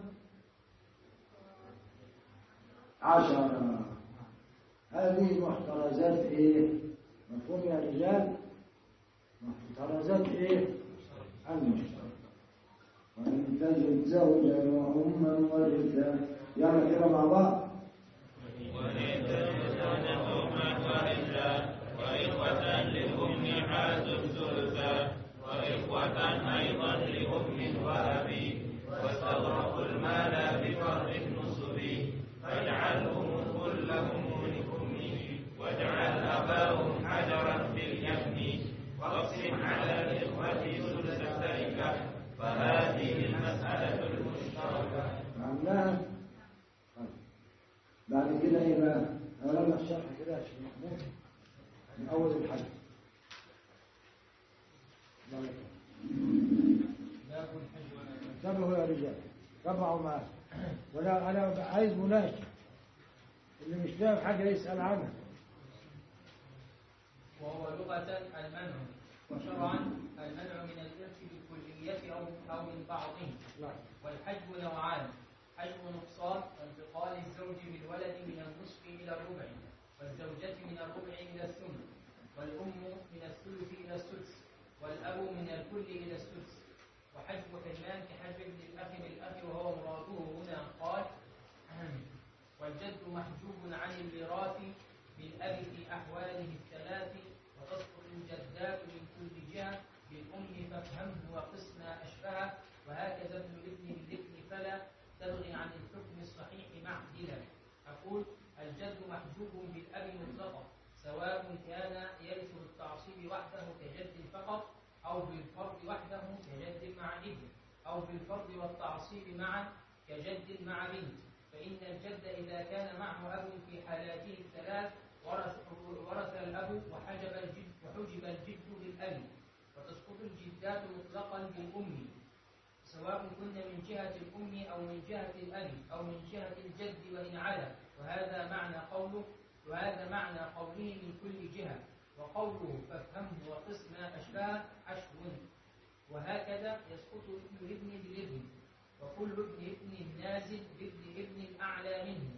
عشرة. هذه محترزات إيه؟ مفهوم يا رجال؟ محترزات إيه؟ المشترك. وإن تجد زوجا وأما ورثا، يلا كده مع بعض.
وإن تجد زوجا وأما ورثا وإخوة لأم حاز الثلثا وإخوة أيضا لأم وأبي واستغرقوا المال بفرق النصب فاجعلهم كلهم لأمه واجعل أباهم حجرا في اليم واقسم على الإخوة ثلث التركة فهذه المسألة المشتركة.
فهمناها؟ بعد كده إيه بقى؟ أنا الشرح كده يا شيخ محمود من أول الحديث. انتبهوا يا رجال، تبعوا معاه. ولا أنا عايز مناقشة، اللي مش فاهم حاجة يسأل عنها.
وهو لغة المنع، وشرعا المنع من الإرث بالكلية أو أو من بعضه. والحجب نوعان: حجب نقصان وانتقال الزوج بالولد من النصف إلى الربع، والزوجة من الربع إلى الثمن، والأم من الثلث إلى السدس، والأب من الكل إلى السدس. وحجب حرمان كحجب ابن الأخ بالأخ، وهو مراده هنا قال: والجد محجوب عن الميراث بالأب في أحواله الثلاث، وتسقط الجدات من كل جهة بالأم فافهمه وقسنا أشبهه، وهكذا ابن الابن بالابن فلا تبغي عن الحكم الصحيح معدلا. أقول: الجد محجوب بالأب مطلقا، سواء كان يرث بالتعصيب وحده كجد فقط، أو بالفرض وحده كجد مع ابن، أو بالفرض والتعصيب معا كجد مع بنت. فإن الجد إذا كان معه أب في حالاته الثلاث ورث, ورث الأب وحجب الجد, وحجب الجد بالأب. وتسقط الجدات مطلقا بالأم، سواء كن من جهة الأم أو من جهة الأب أو من جهة الجد وإن علا. وهذا معنى قوله وهذا معنى قوله من كل جهة. وقوله فافهمه وقسنا أشباه حشو. وهكذا يسقط ابن الابن بالابن، وكل ابن ابن نازل بابن ابن الأعلى منه.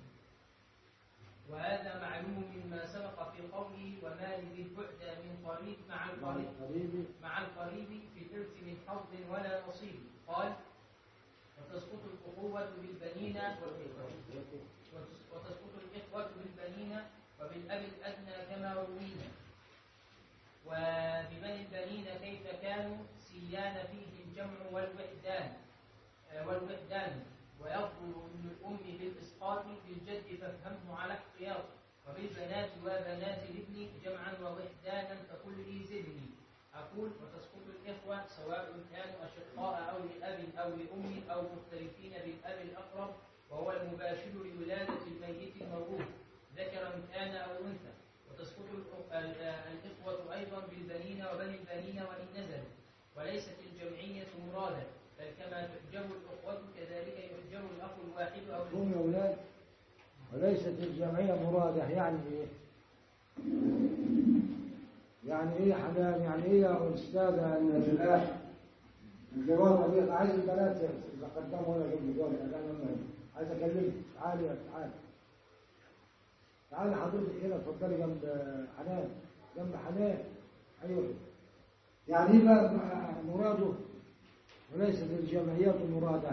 وهذا معلوم مما سبق في قوله: وما لذي البعد من قريب مع القريب مع القريب في الإرث من حظ ولا نصيب. قال: وتسقط الأخوة بالبنين وتسقط الإخوة بالبنين وبالأب الأدنى كما روينا. وببني البنين كيف كانوا سيان فيه الجمع والوحدان والوحدان ويفضل ابن الأم بالإسقاط بالجد فافهمه على احتياط. وبالبنات وبنات الابن جمعا ووحدانا فكل ذي زبن. أقول: وتسقط الإخوة سواء كانوا أشقاء أو لأب أو لأم أو مختلفين بالأب الأقرب، وهو المباشر لولادة الميت الموروث ذكرا كان أو أنثى. وتسقط الإخوة أيضا بالبنين وبني البنين وإن نزلوا. وليست الجمعية مرادة، بل كما تحجب الأخوة كذلك يحجب الأخ الواحد أو
هم يا أولاد
وليست الجمعية مرادة يعني إيه؟ يعني إيه حنان؟ يعني إيه يا أستاذة أن في الآخر الجواب دي عايز البنات إذا قدموا ولا جنب جواب أنا عايز أكلمك. تعالي يا تعالي تعالي حضرتك هنا اتفضلي جنب حنان جنب حنان. أيوه يعني إيه بقى مراده وليست الجمعيات المرادة؟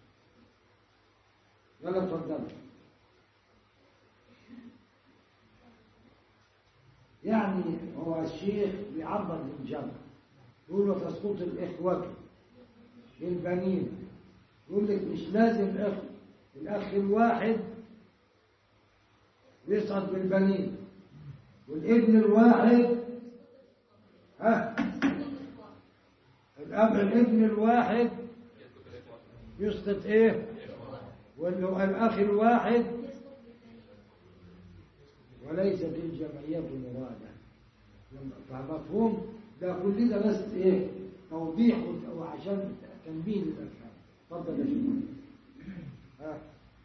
يلا اتفضلي. يعني هو الشيخ بيعبر بالجمع يقول وتسقط الإخوة للبنين. يقول لك مش لازم الأخ الأخ الواحد يسقط بالبنين والابن الواحد ها الأب الابن الواحد يسقط إيه والأخ الواحد. وليست الجمعيات مرادة. فمفهوم ده كل ده بس ايه توضيح وعشان تنبيه للافهام. اتفضل يا شيخ. ها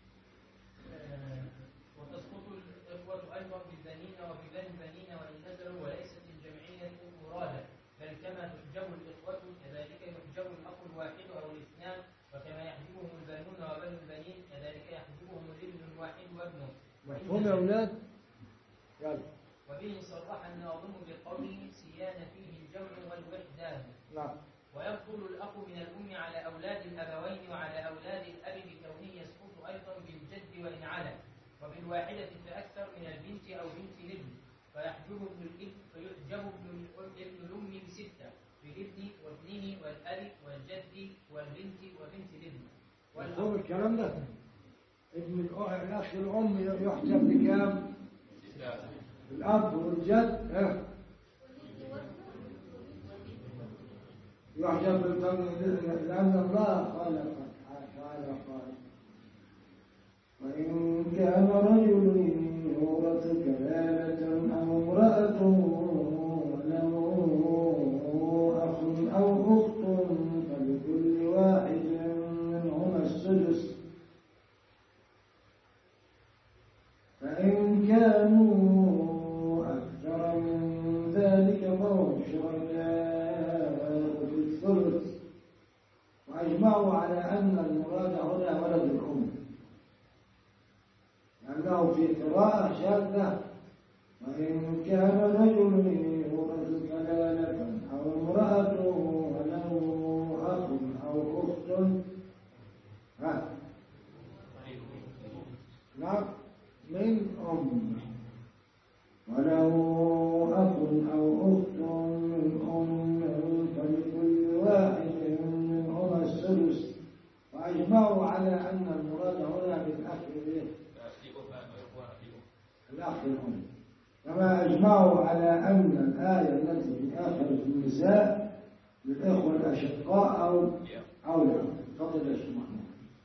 وتسقط الاخوه ايضا بالبنين وببني البنين وان نزلوا وليست الجمعيه مرادة بل كما تحجب الاخوه كذلك يحجب الاخ الواحد او الاثنان وكما يحجبهم البنون وبنو البنين كذلك يحجبهم الابن الواحد وابنه.
مفهوم يا اولاد؟ يلا.
وبه صرح الناظم بقوله سيان فيه الجمع والوحدان.
نعم.
ويبطل الأخ من الأم على أولاد الأبوين وعلى أولاد الأب بكونه يسقط أيضا بالجد وإن علا وبالواحدة فأكثر من البنت أو بنت الابن فيحجب ابن الابن فيحجب ابن ابن الأم بستة بالابن وابنه والأب والجد والبنت وبنت الابن.
مفهوم الكلام ده؟ ابن الأخ الأم يحجب بكام؟ الأب والجد ها يحجب بالقلب لأن الله قال تعالى قال وإن كان رجل يورث كلالة أو امرأة وله أخ أو أخت فلكل واحد منهما السدس فإن كانوا أكثر من ذلك فهم شركاء في الثلث. وأجمعوا على أن المراد هنا ولد الأم لأنه في قراءة شاذة وإن كان رجل يورث كلالة أو امرأة وله أخ أو أخت ها نعم من أم وله أخ أو أخت من أم فلكل واحد منهما السدس. وأجمعوا على أن المراد هنا بالأخ الأخ الأم كما أجمعوا على أن الآية التي في آخر النساء للإخوة الأشقاء أو أو لا. تفضل يا شيخ محمود.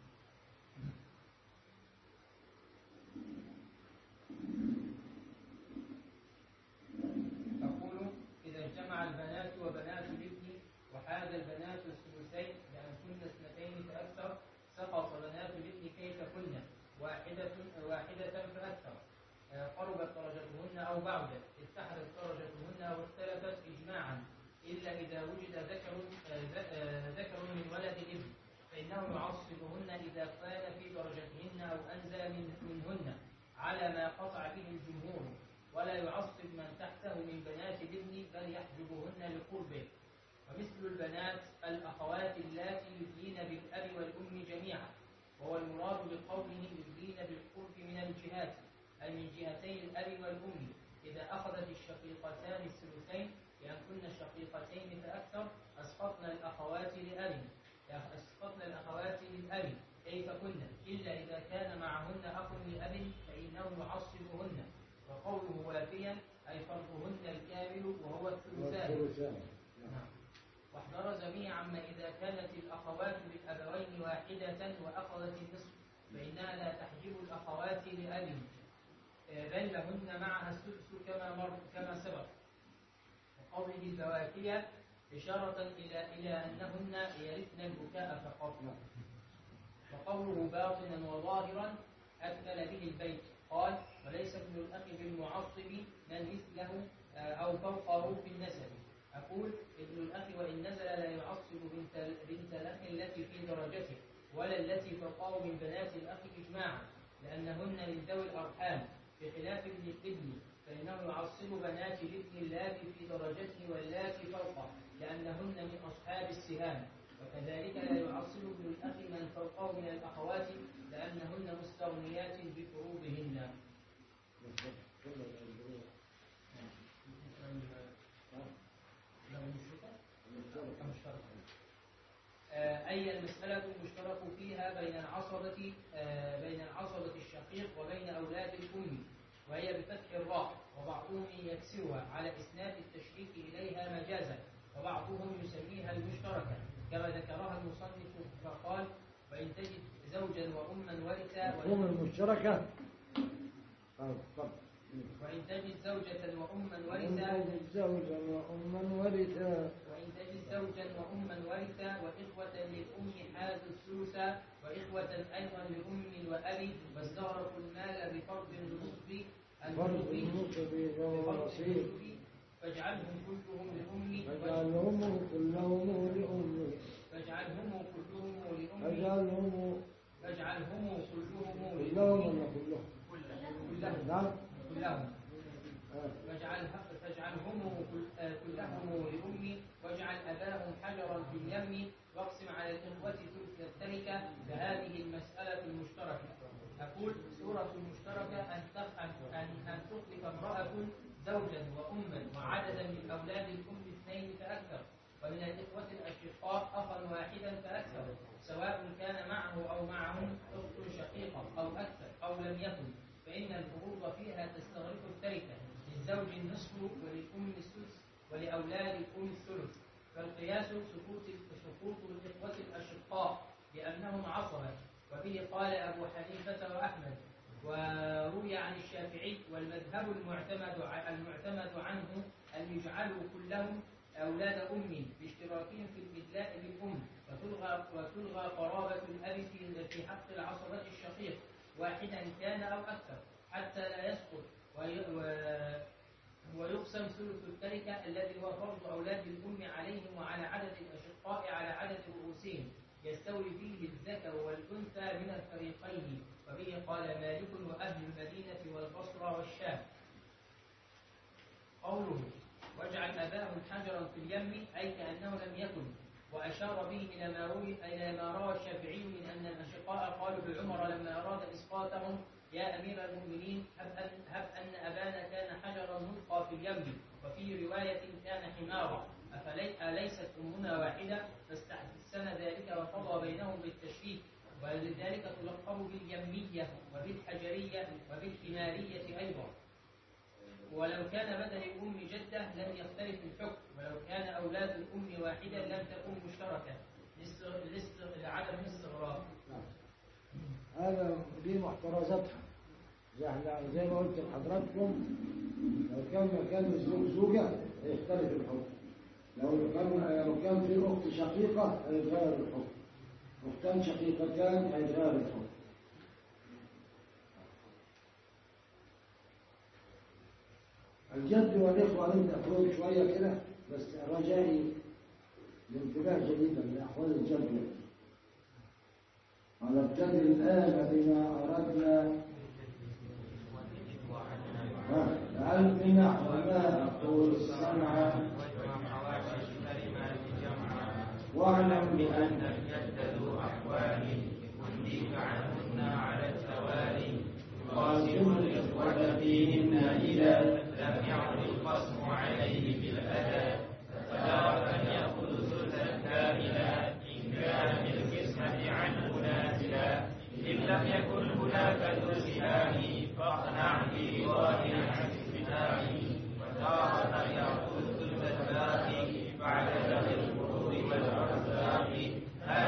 البنات وبنات الابن وحاز البنات الثلثين لأن كن اثنتين فأكثر سقط بنات الابن كيف كن واحدة واحدة فأكثر قربت درجتهن أو بعدت اتحدت درجتهن أو اختلفت إجماعا إلا إذا وجد ذكر ذكر من ولد الابن فإنه يعصبهن إذا كان في درجتهن أو أنزل منهن على ما قطع به الجمهور ولا يعصب من تحته من بنات الابن بل يحجبهن لقربه. ومثل البنات الأخوات اللاتي يدلين بالأب والأم جميعا وهو المراد بقوله يدلين بالقرب من الجهات أي من جهتي الأب والأم إذا أخذت الشقيقتان الثلثين لأن كن شقيقتين فأكثر أسقطن الأخوات لأب أسقطن الأخوات للأب كيف كن إلا إذا كان معهن أخ لأب فإنه يعصبهن. وقوله وافيا أي فرضهن الكامل وهو الثلثان. واحذر جميعا ما إذا كانت الأخوات للأبوين واحدة وأخذت النصف فإنها لا تحجب الأخوات لأب بل لهن معها السدس كما مر كما سبق. وقوله البواكية إشارة إلى إلى أنهن يرثن البكاء فقط. وقوله باطنا وظاهرا أكمل به البيت درجته ولا التي فوقه من بنات الأخ إجماعا، لأنهن من ذوي الأرحام، بخلاف ابن الابن فإنه يعصب بنات الابن اللاتي في درجته واللاتي فوقه، لأنهن من أصحاب السهام. وكذلك لا يعصب ابن الأخ من فوقه من الأخوات، لأنهن مستغنيات بفروضهن. أي المسألة المشترك فيها بين العصبة بين العصبة الشقيق وبين أولاد الأم، وهي بفتح الراء، وبعضهم يكسرها على إسناد التشريك إليها مجازا، وبعضهم يسميها المشتركة كما ذكرها المصنف فقال: وإن تجد زوجا وأما ورثا
مفهوم المشتركة.
وإن تجد زوجة وأما
وإن
ورثا
تجد زوجا وأما ورثا
وإن تجد زوجا وأما ورثا وإخوة للأم حاز الثلث، وإخوة أيضا لأم وأب، واستغرقوا المال بفرض النصب
فرض النصب ذو نصيب،
فاجعلهم كلهم لأم
فاجعلهم كلهم لأم
فاجعلهم كلهم لأم
فاجعلهم
فاجعلهم كلهم
كلهم
لأم
ولا كلهم؟
كلهم
نعم.
كلهم فاجعل فاجعلهم كلهم لأم، واجعل أباهم حجرا في اليم، واقسم على الإخوة ثلث التركة. فهذه المسألة المشتركة. أقول سورة المشتركة أن أن أن تخلف امرأة زوجا وأما وعددا من أولاد الأم اثنين فأكثر، ومن الإخوة الأشقاء أخا واحدا فأكثر، سواء كان معه أو معهم أخت شقيقة أو أكثر أو لم يكن، فإن الفروض فيها تستغرق التركة، للزوج النصف وللأم السدس ولأولاد الأم الثلث. فالقياس سقوط سقوط الإخوة الأشقاء لأنهم عصبة، وبه قال أبو حنيفة وأحمد، وروي عن الشافعي، والمذهب المعتمد المعتمد عنه أن يجعلوا كلهم أولاد أم باشتراكهم في الإدلاء بالأم، وتلغى وتلغى قرابة الأب في في حق العصبة الشقيق واحدا كان أو أكثر حتى لا يسقط، ويقسم ثلث التركة الذي هو فرض أولاد الأم عليهم وعلى عدد الأشقاء على عدد رؤوسهم، يستوي فيه الذكر والأنثى من الفريقين. وبه قال مالك وأهل المدينة والبصرة والشام. قوله واجعل أباهم حجرا في اليم أي كأنه لم يكن، وأشار به إلى ما روي إلى ما روى الشافعي من أن الأشقاء قالوا لعمر لما أراد إسقاطهم: يا أمير المؤمنين هب أن, هب أن أبانا كان حجرا ملقى في اليم، وفي رواية كان حمارا، أليست أمنا واحدة؟ فاستحسن ذلك وقضى بينهم بالتشريك، ولذلك تلقب باليمية وبالحجرية وبالحمارية أيضا. ولو كان بدل الأم جدة لم يختلف الحكم، ولو كان أولاد الأم واحدا لم تكن مشتركة لعدم الاستغراق.
هذا دي محترزاتها، زي زي ما قلت لحضراتكم، لو كان مكان الزوج زوجة هيختلف الحكم، لو كان لو كان في أخت شقيقة هيتغير الحكم، أختان شقيقتان هيتغير الحكم. الجد والإخوة عند أخوه شوية كده، بس رجائي لانتباه جديدا لأحوال الجد. ونبتدئ الآن بما أردنا لعل نحو ما أقول السمع، واعلم بأن
الجد ذو أحوال أنبيك عنهن على التوالي، يقاسم الإخوة فيهن إذا لم يعد القسم عليه بالأذى، فتارة يأخذ ثلثا كاملا إن كان بالقسمة عنه نازلا، إن لم يكن هناك ذو سهام فاقنع برضاه عن استثنائه، وتارة يأخذ ثلث الباقي بعد ذوي الفروض والأرزاق.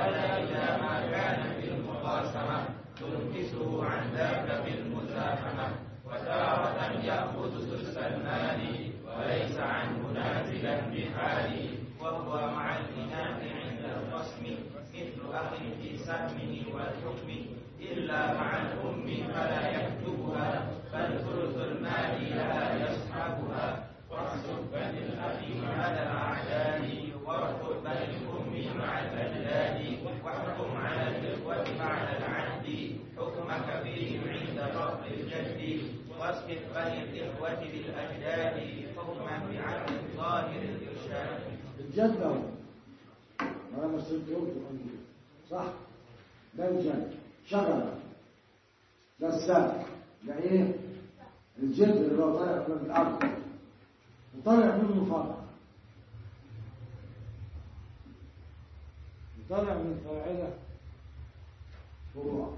واسقط بني الإخوة بالأجداد حكما بعدل ظاهر الإرشاد.
الجد أهو أنا ما صدقت صح؟ ده الجد شجرة ده الساق ده إيه؟ الجد اللي هو طالع من الأرض وطالع منه فرع وطالع من فاعلة فروع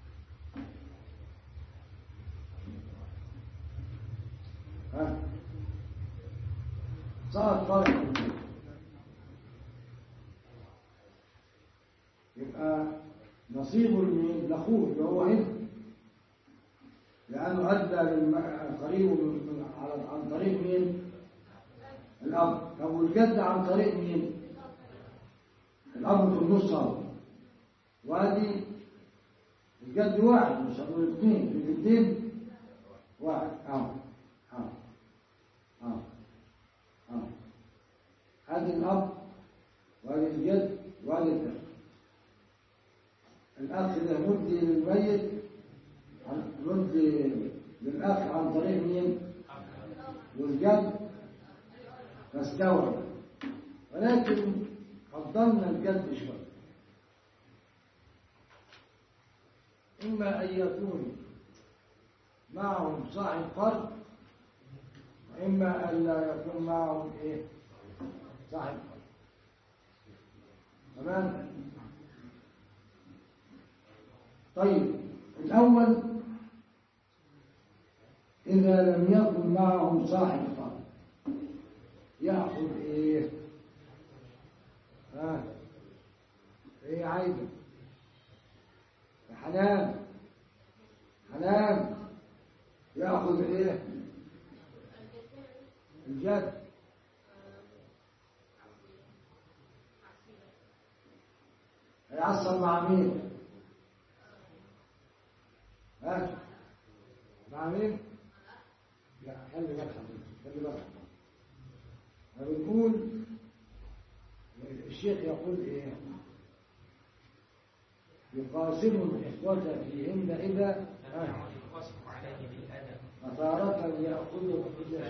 ها صار طالع منه يبقى نصيب من لأخوه اللي هو ابن لأنه أدى للقريب عن طريق مين؟ الأب. طب والجد عن طريق مين؟ الأب في النص أهو وادي الجد واحد مش هنقول اثنين في الاثنين واحد أهو أهو أهو أهو هذه الأب وهذه الجد وهذه الأخ. الأخ ده مدي للميت مدي للأخ عن طريق مين؟ والجد فاستوعب ولكن فضلنا الجد شوية إما أن يكون معهم صاحب فرد وإما أن لا يكون معهم إيه؟ صاحب فرد. تمام؟ طيب الأول إذا لم يكن معهم صاحب فرد يأخذ إيه؟ ها؟ إيه عايزه؟ حنان حنان يأخذ إيه؟ الجد. هيعصب مع مين؟ ها؟ مع مين؟ لا خلي بالك خلي بالك. بنقول الشيخ يقول ايه؟ يقاسم الإخوة فيهن إذا أثارة يأخذوا كل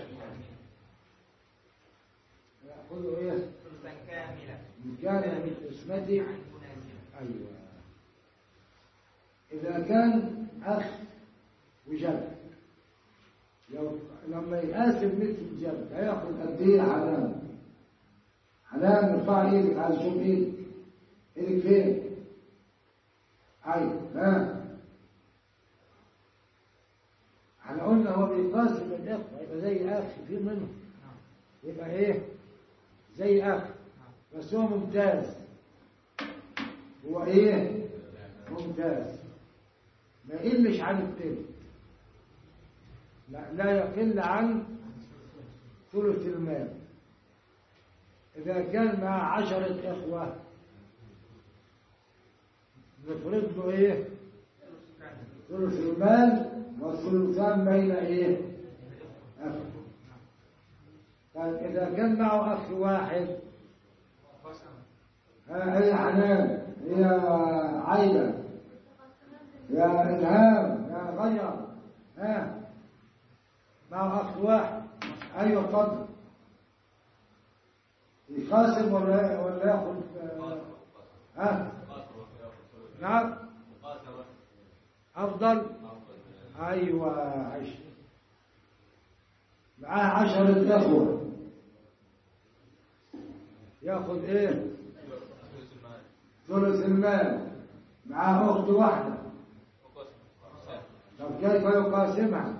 يأخذوا إيه؟ إن كان من قسمته. أيوة إذا كان أخ وجد لما يقاسم مثل الجد هياخد قد إيه حنان؟ حنان ارفع إيدك عايز أشوف إيدك إيدك فين؟ أيوة ها احنا قلنا هو بيقاسم الإخوة يبقى زي أخ في منه يبقى إيه؟ زي أخ بس هو ممتاز. هو إيه؟ ممتاز ما يقلش عن التاني لا, لا يقل عن ثلث المال. إذا كان مع عشرة إخوة نفرض له إيه؟ ثلث المال والثلثان بين إيه؟ أخ. طيب إذا كان معه أخ واحد ها هي حنان هي عايدة يا إلهام يا غير ها معه أخ واحد أيوة اتفضل يقاسم ولا ولا ياخذ ها نعم أفضل أيوة عش معاه عشرة أخوة ياخذ إيه ثلث المال معاه أخت واحدة. طب كيف يقاسمها؟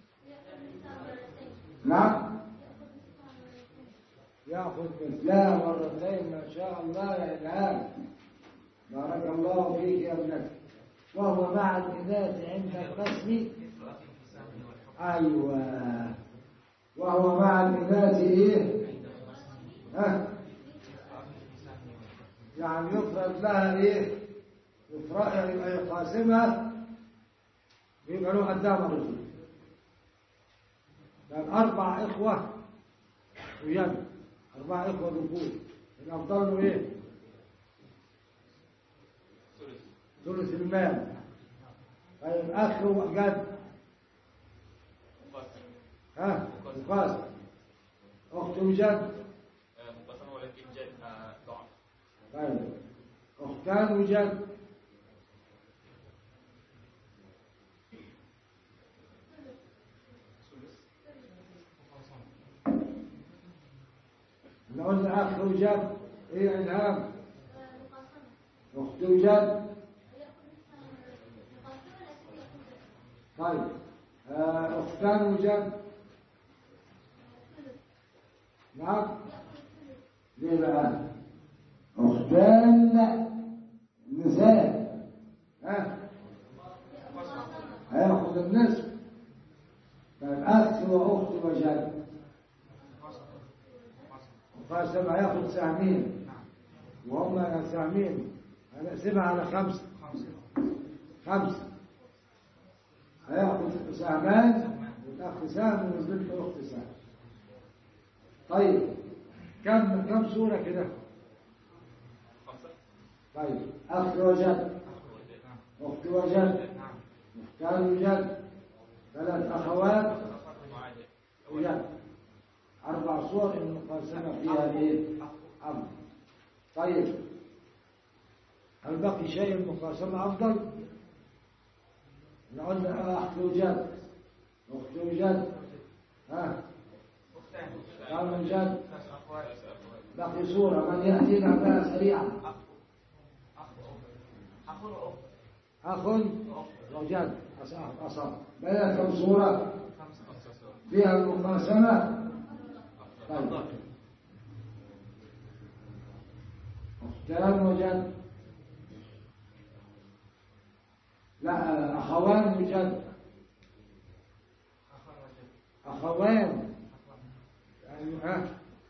نعم ياخذ مثلها مرتين ما شاء الله يا إلهام بارك الله فيك يا ابنك. وهو مع الإناث عند القسم أيوة وهو مع الإناث إيه ها يعني يفرض لها إيه يفرض يبقى يقاسمها يبقى له قدام الرجل. لأن أربع إخوة ويد أربع إخوة ذكور الأفضل له إيه ثلث المال. طيب أخ وجد
ها مقاسم. أخت وجد
مقاسمة ولكن جد ضعف.
طيب أختان وجد احنا قلنا أخ وجد إيه إلهام؟ أخت وجد. طيب أختان وجد. نعم ليه بقى؟
أختان نساء
ها هياخد النصف. طيب أخت وأخت وجد مقاسم هياخد سهمين وهم سهمين هنقسمها على خمسة خمسة هياخد سهمان والأخ سهم والبنت أخت سهم. طيب كم كم صورة كده؟ طيب أخ وجد أخت وجد أختان وجد ثلاث أخوات وجد أربع صور المقاسمة فيها إيه؟ أمر. طيب هل بقي شيء المقاسمة أفضل؟ قلنا أخت وجد أخت وجد ها أختان وجد بقي صورة من يأتينا بها سريعا؟ أخ وجد أصاب بين كم صورة فيها المقاسمة؟ طيب أختان وجد لا أخوان وجد أخوان يعني ها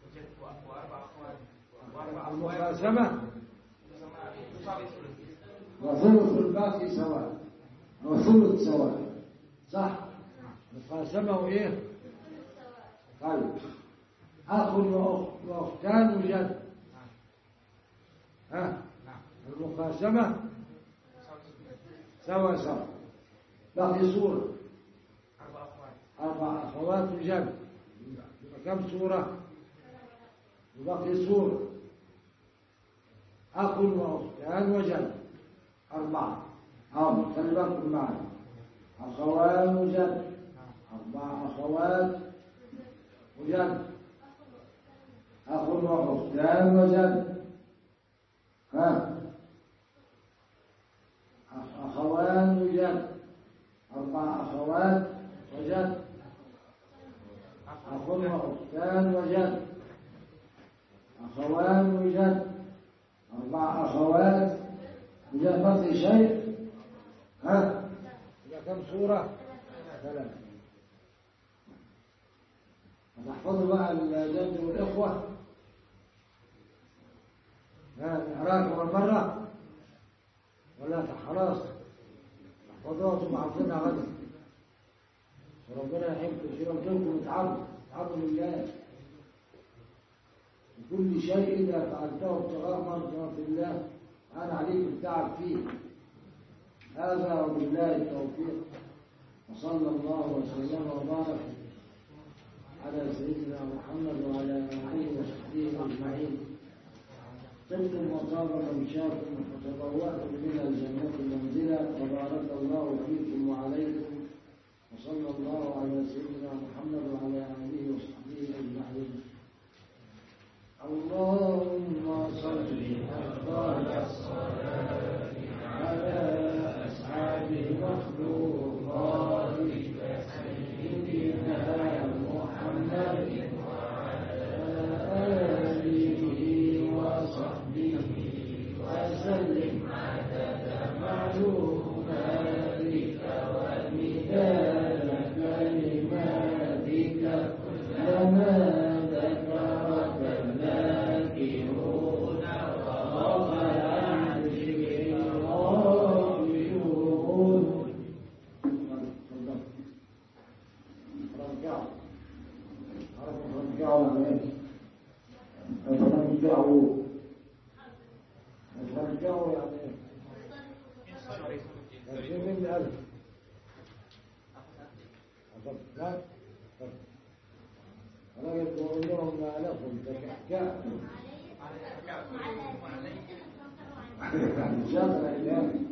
المقاسمة وثلث الباقي سواء وثلث سواء صح مقاسمة وإيه؟ طيب أخ وأختان وجد ها المقاسمة سوا سوا باقي صورة أربع أخوات وجد كم صورة؟ وباقي صورة أخ وأختان وجد أربعة أو خلي بالكم معي أخوان وجد أربع أخوات وجد أخ وأختان وجد ها أخوان وجد أربع أخوات وجد أخ وأختان وجد أخوان وجد أربع أخوات وجد بقي شيء ها إذا كم صورة ثلاثة. هتحفظوا بقى الجد والإخوة ها نقراها كمان مرة ولا خلاص تحفظوها ثم حافظينها غدا وربنا يحبكم شيء قلت لكم اتعبوا اتعبوا لله وكل شيء إذا فعلته ابتغاء مرضات الله أنا عليكم التعب فيه. هذا وبالله التوفيق وصلى الله وسلم وبارك على سيدنا محمد وعلى آله وصحبه أجمعين. طبتم وطاب ممشاكم وتبوأتم من الجنة منزلا وبارك الله فيكم وعليكم وصلى الله على سيدنا محمد وعلى آله وصحبه أجمعين. اللهم صل أفضل الصلاة على أسعد مخلوقاتك سيدنا محمد وعلى آله وصحبه وسلم عدد معلوماتك ومداد كلماتك كلما ذكرك الذاكرون وغفل عن ذكر الغافلون. رجعوا رجعوا رجعوا رجعوا يعني عشرين من ألف. لا
أنا بقول لهم ما لكم تكحكاء إن شاء الله الآن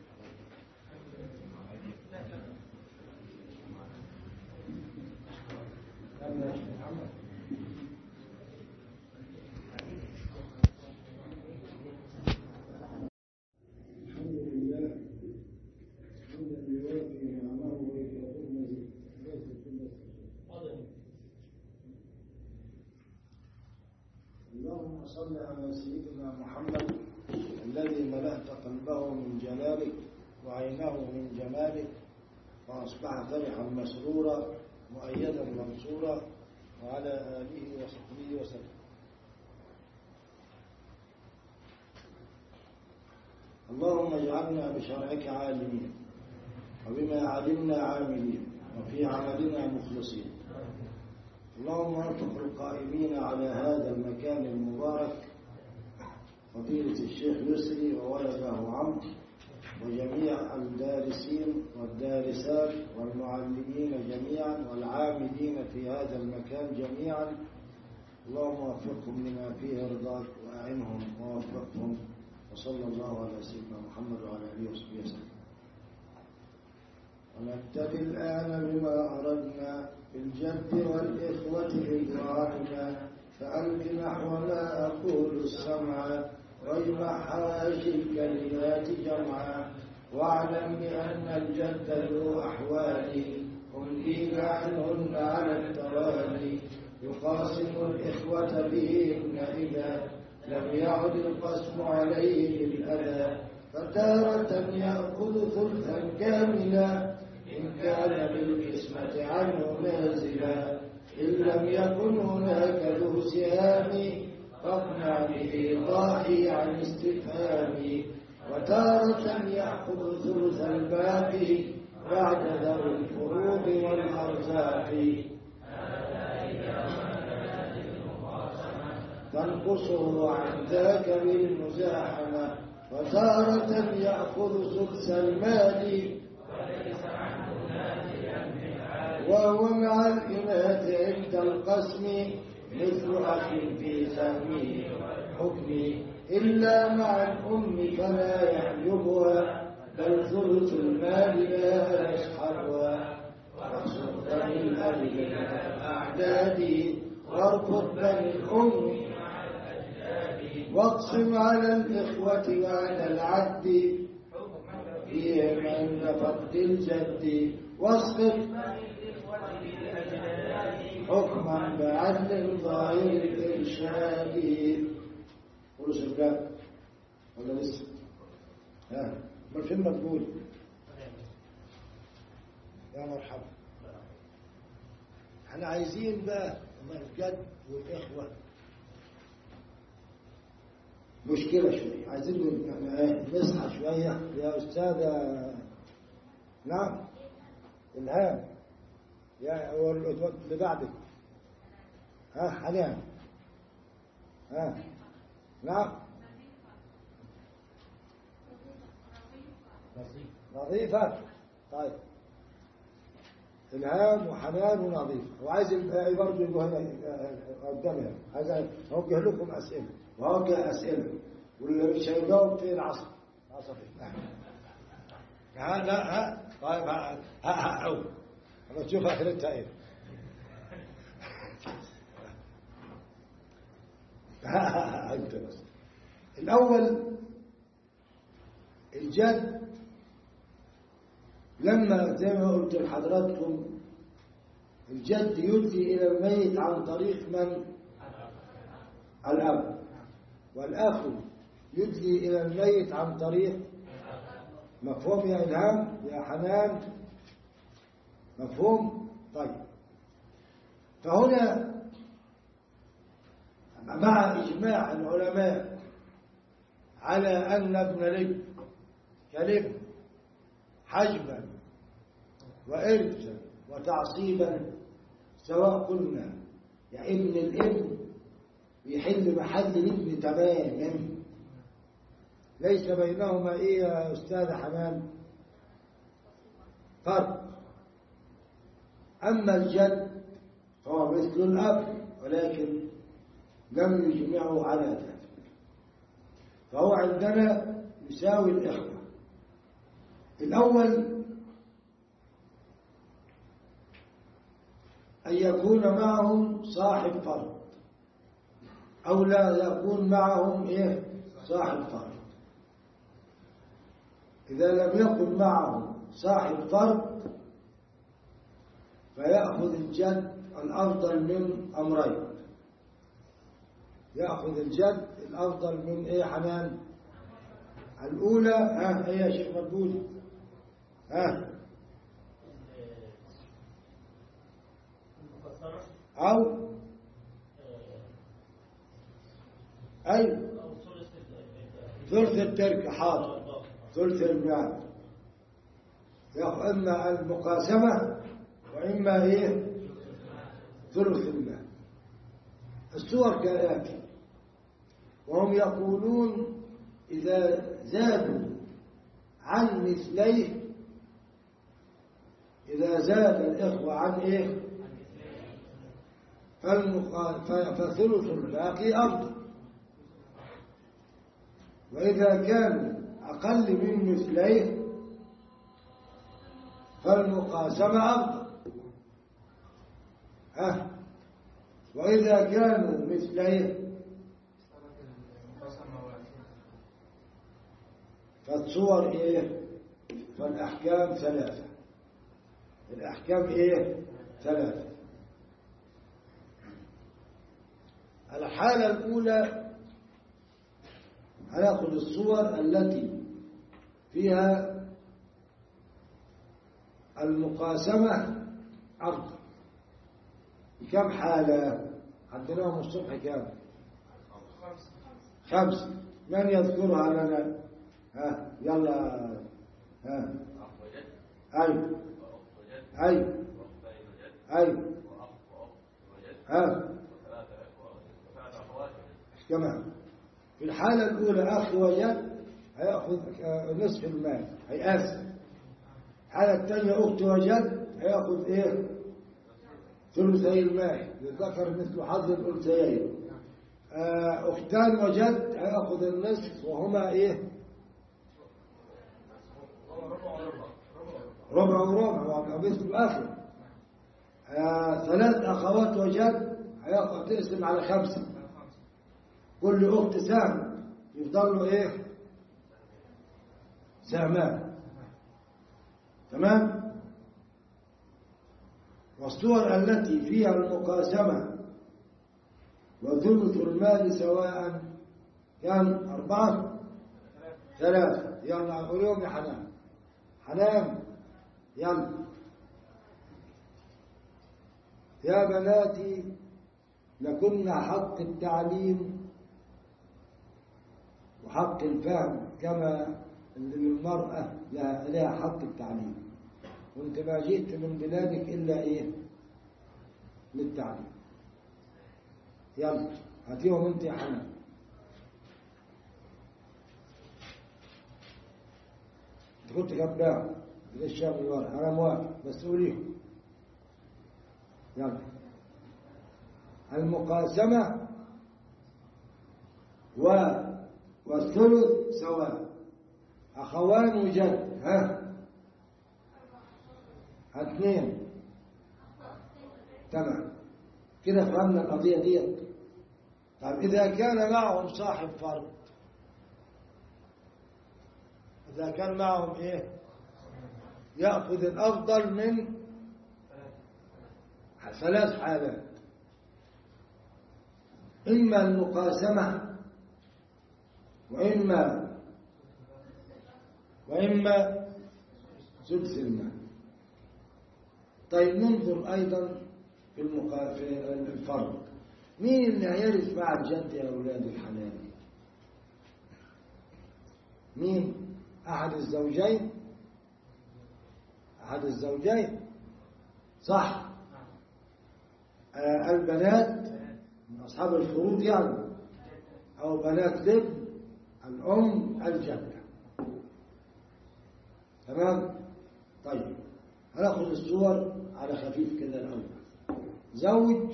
اللهم صل على سيدنا محمد الذي ملأت قلبه من جلالك وعينه من جمالك فأصبح فرحا مسرورا مؤيدا منصورا وعلى آله وصحبه وسلم. اللهم اجعلنا بشرعك عالمين وبما علمنا عاملين وفي عملنا مخلصين. اللهم ارزق القائمين على هذا المكان المبارك فضيلة الشيخ يسري وولده عمرو وجميع الدارسين والدارسات والمعلمين جميعا والعاملين في هذا المكان جميعا. اللهم وفقهم لما فيه رضاك وأعنهم ووفقهم. وصلى الله على سيدنا محمد وعلى آله وصحبه وسلم. ونبتدي الآن بما أردنا بالجد والإخوة رضواننا فألق نحو ما أقول السمع واجمع حواشي الكلمات جمعا واعلم بأن الجد ذو أحوال أنهيك عنهن على التوالي يقاسم الإخوة بهن إذا لم يعد القسم عليه بالأذى فتارة يأخذ ثلثا كاملا إن كان بالقسمة عنه نازلا إن لم يكن هناك ذو سهام فاقنع به ضاحي عن استفهام وتارة يأخذ ثلث الباقي بعد ذوي الفروض والأرزاق تنقصه عن ذاك بالمزاحمة وتارة يأخذ سدس المال وهو مع الإناث عند القسم مثل أخ في سهمه والحكم إلا مع الأم فلا يحجبها بل ثلث المال لا يسحبها واقصد بني الأب من الأعداد وارفض بني الأم واقسم على الإخوة وعلى العد فيهم عند فقد الجد واصرف حكما بعدل ظاهر الإرشاد. قولوا شباب ولا لسه؟ ها ما فين ما تقول يا مرحبا. احنا عايزين بقى الجد والإخوة مشكلة شوية عايزين نصحى شوية يا أستاذة. نعم إلهام يا اللي بعدك. ها حنان. ها نعم نظيفة. طيب إلهام وحنان ونظيفة وعايز الباقي برضه يجوا هنا قدامي. عايز أوجه لكم أسئلة وأوجه أسئلة واللي مش هيجاوب في العصر عصفي. ها لا ها طيب ها ها ها أو أنا تشوف آخرتها إيه. ها أنت بس. الأول الجد لما زي ما قلت لحضراتكم الجد يدلي إلى الميت عن طريق من؟ الأب. والأخ يدلي إلى الميت عن طريق مفهوم يا إلهام يا حنان؟ مفهوم؟ طيب فهنا مع إجماع العلماء على أن ابن الابن كالابن حجبا وإرثا وتعصيبا سواء قلنا يا ابن الابن يحل محل الابن تماما ليس بينهما ايه يا أستاذ حنان فرق. أما الجد هو مثل الأب ولكن لم يجمعه على ذلك، فهو عندنا يساوي الإخوة. الأول أن يكون معهم صاحب فرض أو لا يكون معهم إيه صاحب فرض. إذا لم يكن معهم صاحب فرض فيأخذ الجد الأفضل من أمرين. يأخذ الجد الأفضل من إيه حنان؟ الأولى ها هي يا شيخ مدبولي ها أو أي ثلث الترك حاضر ثلث المال، يأخذ إما المقاسمة وإما إيه ثلث المال. الصور كالآتي: وهم يقولون إذا زادوا عن مثليه، إذا زاد الإخوة عن إيه فثلث الباقي أفضل، وإذا كانوا أقل من مثليه فالمقاسمة أفضل. ها وإذا كانوا مثليه فالصور إيه فالأحكام ثلاثة. الأحكام إيه ثلاثة. الحالة الأولى هنأخذ الصور التي فيها المقاسمة أفضل. كم حالة عندناهم الصبح؟ كم؟ خمس. من يذكرها لنا؟ ها يلا ها أي أي أي ها كمان. في الحالة الأولى أخ وجد هيأخذ نصف المال هيقاسم. الحالة الثانية أخت وجد هيأخذ إيه ثلثي المال، للذكر مثل حظ الأنثيين. أختان وجد هيأخذ النصف وهما إيه ربع وربع مثل الآخر. ثلاث أخوات وجد هيأخذ تقسم على خمسة، كل أخت سهم يفضل له إيه سهمان. تمام. والصور التي فيها المقاسمة وثلث المال سواء كان أربعة ثلاثة. يلا أقول يوم يا حنان حنان يلا. يا بناتي لكن حق التعليم وحق الفهم كما المرأة لها حق التعليم، وانت ما جئت من بلادك إلا إيه للتعليم. يلا هاتيهم انت يا حنان. انت كنت كباع إذا الشاب الورق أنا موافق بس قوليهم. يلا. المقاسمة و والثلث سواء. أخوان وجد ها اثنين. تمام كده فهمنا القضية دي. طيب إذا كان معهم صاحب فرض، إذا كان معهم إيه يأخذ الأفضل من ثلاث حالات: إما المقاسمة وإما وإما سدس المال. طيب ننظر أيضا في, المقا... في الفرض. مين اللي هيرث مع الجد يا أولاد الحلال؟ مين؟ أحد الزوجين؟ أحد الزوجين صح. آه البنات من أصحاب الفروض يعني، أو بنات الابن الأم الجدة. تمام. طيب هناخد الصور على خفيف كده الأول.
زوج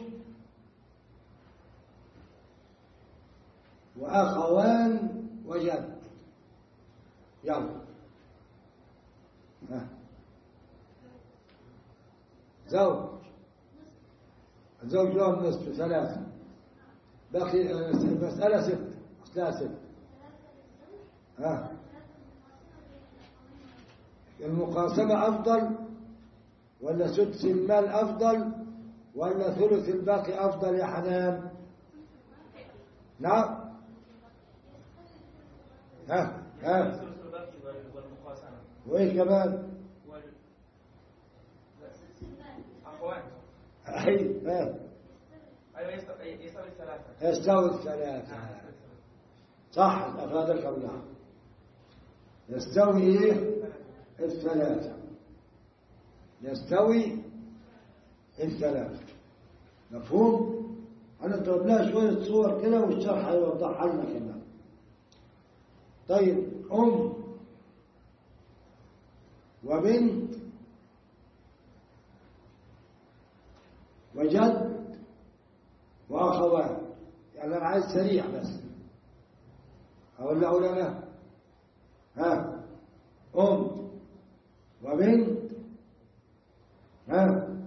وأخوان وجد. يلا ها. زوج الزوج له النصف ثلاثة، باقي المسألة ستة، أصلها ستة. ها المقاسمة أفضل ولا سدس المال أفضل ولا ثلث الباقي أفضل يا حنان؟ نعم. ها ها وإيه كمان؟
أخوان.
أي ها
أيوة يستوي الثلاثة.
يستوي الثلاثة. صح أفادك الله. يستوي إيه؟ الثلاثة. يستوي الثلاثة. مفهوم؟ هنضرب لها شوية صور كده والشرح هيوضحها لنا كمان. طيب أم وبنت وجد وأخوات. يعني أنا عايز سريع بس أقول له ولا لا؟ ها أم وبنت ها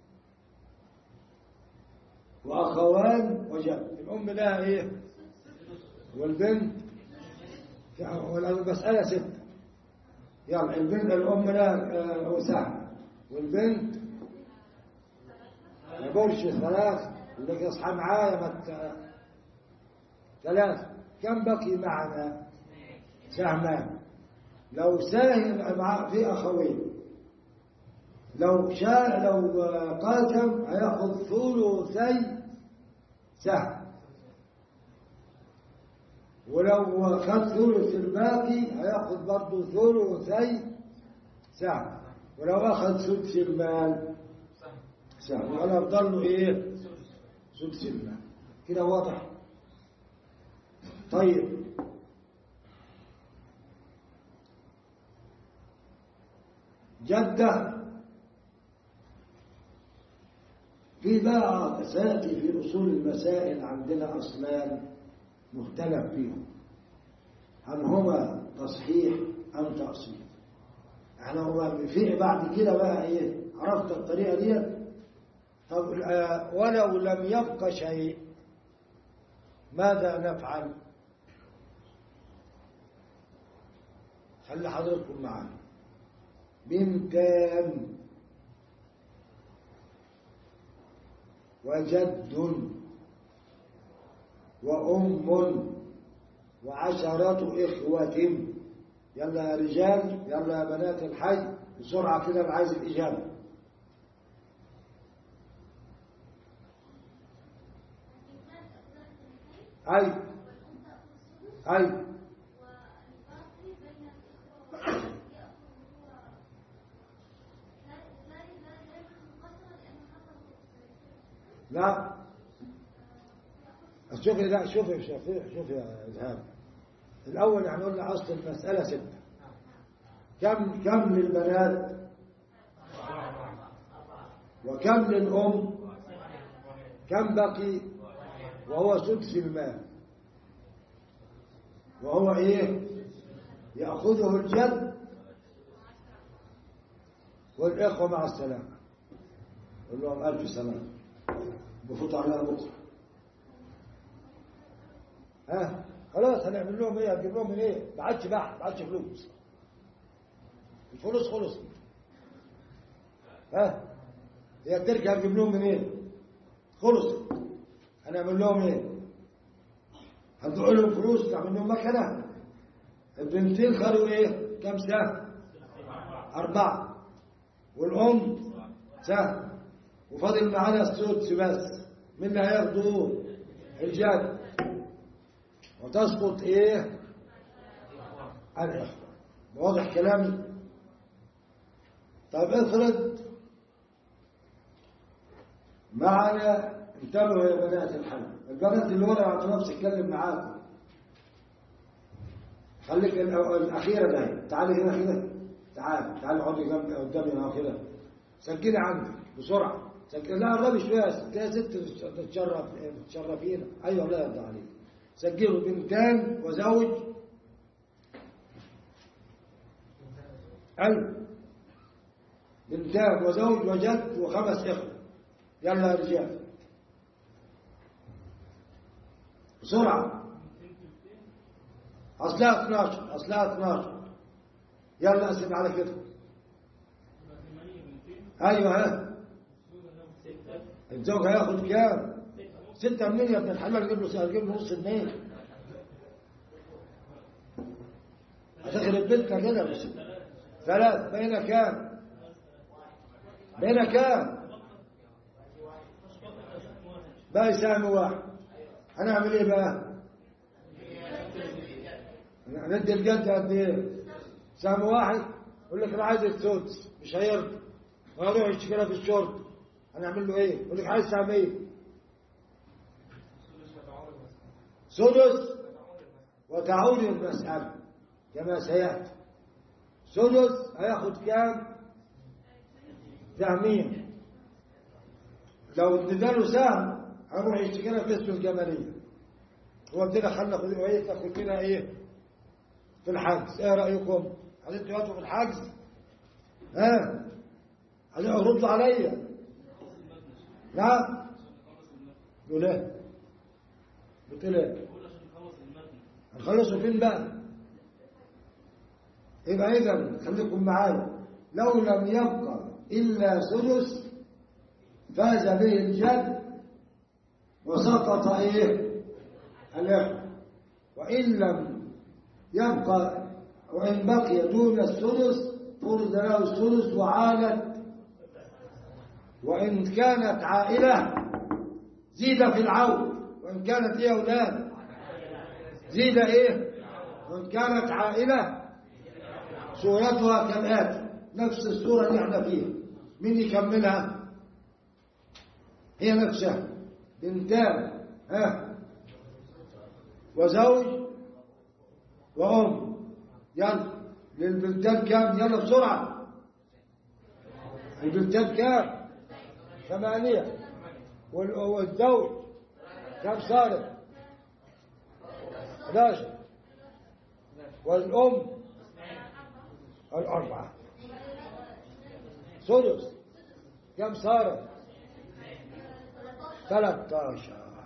وأخوان وجد. الأم لها إيه؟ والبنت والمسألة ستة. يلا البنت الأم لها وسهم والبنت ما يقولش ثلاث اللي يصحى معايا مت... ثلاث. كم بقي معنا؟ سهمان. لو ساهم مع في أخوين لو شاء لو قاسم هياخذ ثلثي سهم، ولو أخذ ثلث الباقي هياخذ برضه ثلثي سهم، ولو أخذ سدس المال سهم. وأنا أفضل له إيه؟ سدس المال. كده واضح؟ طيب جدة في بقى سيأتي في أصول المسائل عندنا أصلان مختلف فيهم، هل هما تصحيح أم تأصيل؟ احنا هو في بعد كده بقى ايه؟ عرفت الطريقة دي؟ طب آه ولو لم يبقى شيء ماذا نفعل؟ خلي حضرتكم معانا. بنتان وجد وأم وعشرة إخوة. يلا يا رجال، يلا يا بنات الحي بسرعة كده، أنا عايز الإجابة. أي أي لا شوف لا شوف شوف شوف يا إذهاب. الأول يعني قلنا أصل المسألة ستة. كم كم للبنات وكم للأم؟ كم بقي؟ وهو سدس المال، وهو إيه؟ يأخذه الجد والإخوة مع السلامة. قل لهم ألف سلامة بفوت عليها بكرة. ها خلاص هنعمل لهم ايه؟ هنجيب لهم من ايه؟ ما عادش بحث، ما عادش فلوس. الفلوس خلص. ها هي التركه هنجيب لهم من ايه؟ خلص. هنعمل لهم ايه؟ هندفع لهم فلوس نعمل لهم مكنه. البنتين خدوا ايه؟ كم سهم؟ أربعة. والأم سهم. وفاضل معانا السدس بس. مين اللي هياخدوه؟ الجد. وتسقط ايه؟ الإخوة. واضح كلامي؟ طيب افرض معنا، انتبهوا يا بنات الحي، البنات اللي ورا على نفسي اتكلم معاكم. خليك الأخيرة ده، تعالي هنا كده، تعالي تعالي اقعدي جنبي قدامي هنا كده، سجلي عندي بسرعة. سجل لا الربي شوية تلاقي ست تتشرف تتشرفين. أيوة لا يرضى عليك. سجلوا بنتان وزوج. أيوة بنتان وزوج وجد وخمس إخوة. يلا يا رجال بسرعة. أصلها اثناشر أصلها اثناشر. يلا أسد على كده. أيوة ها الزوج هياخد كام؟ ستة منين يا ابن الحلال؟ جيب له جيب له نص جنيه. هتخرب بيتنا كده. بس ثلاث بين كام؟ بين كام؟ باقي سهم واحد. هنعمل ايه بقى؟ ندي الجد قد ايه؟ سهم واحد. يقول لك انا عايز السدس مش هيرضى. هروح يشتكينا في الشرطه. هنعمل له ايه؟ يقول لك عايز سهم ايه؟ سدس وتعود المسألة كما سيأتي. سدس هياخد كام؟ سهمين. لو ادينا سهم هنروح يشتكينا في اسم الجمالية. هو كده خلنا خد ايه تاخد لنا ايه؟ في الحجز. ايه رأيكم؟ عايزين تقعدوا في الحجز؟ ها؟ عايزين ردوا عليا؟ لا؟ يقول ايه؟ بتقول ايه؟ هنخلصوا فين بقى؟ يبقى اذا خليكم معايا. لو لم يبقى الا سدس فاز به الجد وسقط ايه؟ الاخر. وان لم يبقى وان بقي دون السدس فرض له السدس وعالت. وان كانت عائله زيد في العون. وان كانت ايه يا اولاد؟ زيد ايه؟ وان كانت عائله صورتها كالآتي. نفس الصورة اللي احنا فيها. مين يكملها؟ هي نفسها. بنتان ها وزوج وأم. يلا للبنتان كام؟ يلا بسرعة. البنتان كام؟ ثمانية. والزوج كم صارت؟ احداشر. والأم الأربعة. سدس كم صارت؟ ثلاثة عشر.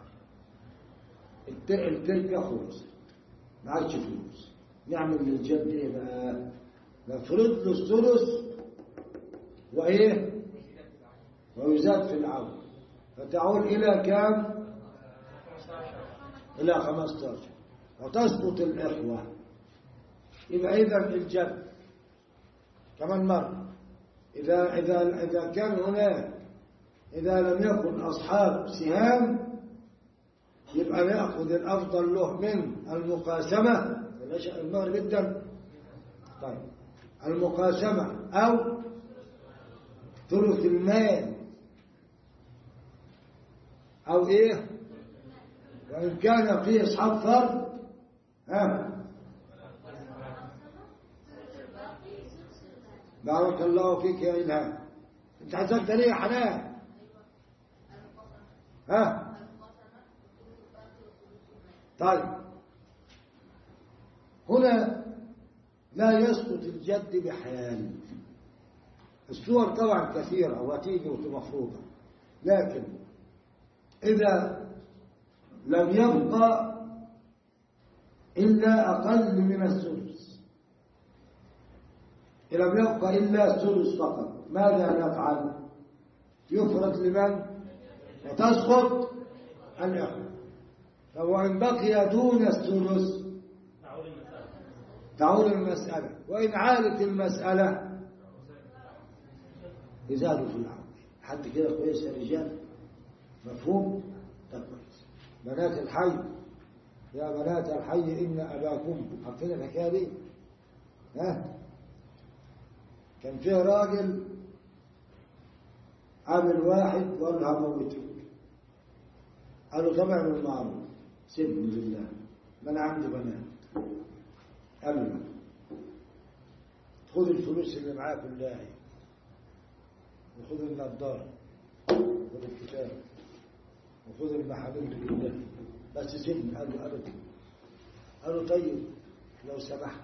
التركة خلصت ما عادش فلوس. نعمل للجد ايه بقى؟ نفرض له الثلث وايه؟ ويزاد في العون فتعود الى كام؟ الى خمسة عشر. وتسقط الاخوة. يبقى اذا الجد كمان مرة إذا إذا إذا كان هناك إذا لم يكن أصحاب سهام يبقى نأخذ الأفضل له من المقاسمة. النهر جدا. طيب المقاسمة أو ثلث المال أو إيه؟ وإن كان فيه أصحاب فرد ها بارك الله فيك يا إلهام. انت عزلت ليه يا حنان؟ ها طيب هنا لا يسقط الجد بحال. الصور طبعا كثيرة وتيجي ومفروضة. لكن إذا لم يبقى إلا أقل من السدس، إذا لم يبقى إلا السدس فقط، ماذا نفعل؟ يفرض لمن؟ وتسقط الإخوة. فوإن بقي دون السدس تعول المسألة. وإن عالت المسألة يزادوا في العون. حد كده كويس يا رجال؟ مفهوم؟ طيب كويس. بنات الحي يا بنات الحي إن أباكم. عارفين الحكاية دي؟ ها؟ كان فيه راجل عامل واحد وقال له هموتك. قال له طبعا بالمعروف سيبني لله ما أنا عندي بنات. قال له خذ الفلوس اللي معاه كلها وخذ النضاره الكتاب وخذ المحامل لله بس سيبني. قال له أبدا. قال له طيب لو سمحت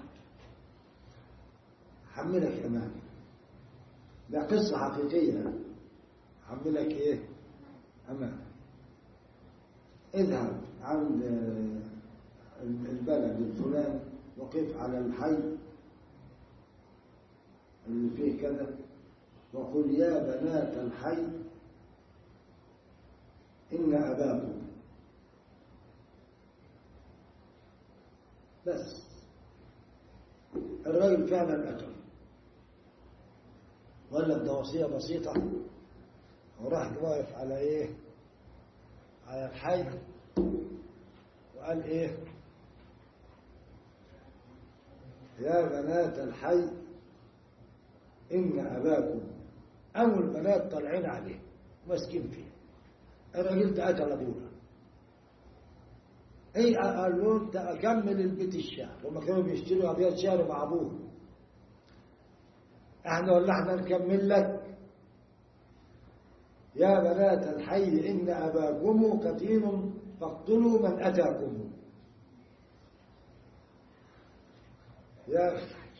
حملك أمانة. لا قصة حقيقية. حملك إيه؟ أمانة. اذهب عند البلد الفلاني وقف على الحي اللي فيه كذا وقل يا بنات الحي إن أباكم. بس الرجل فعلا أتى وقال لك ده وصية بسيطة وراح واقف على إيه؟ على الحي وقال إيه؟ يا بنات الحي إن أباكم. أول بنات طالعين عليه ماسكين فيه. الراجل ده قتل أبونا. إيه قال له أنت أكمل البيت الشعر. هما كانوا بيشتروا أبيات شعر مع أبوه. إحنا ولا إحنا نكمل لك؟ يا بنات الحي إن أباكم قتيل فاقتلوا من أتاكم. يا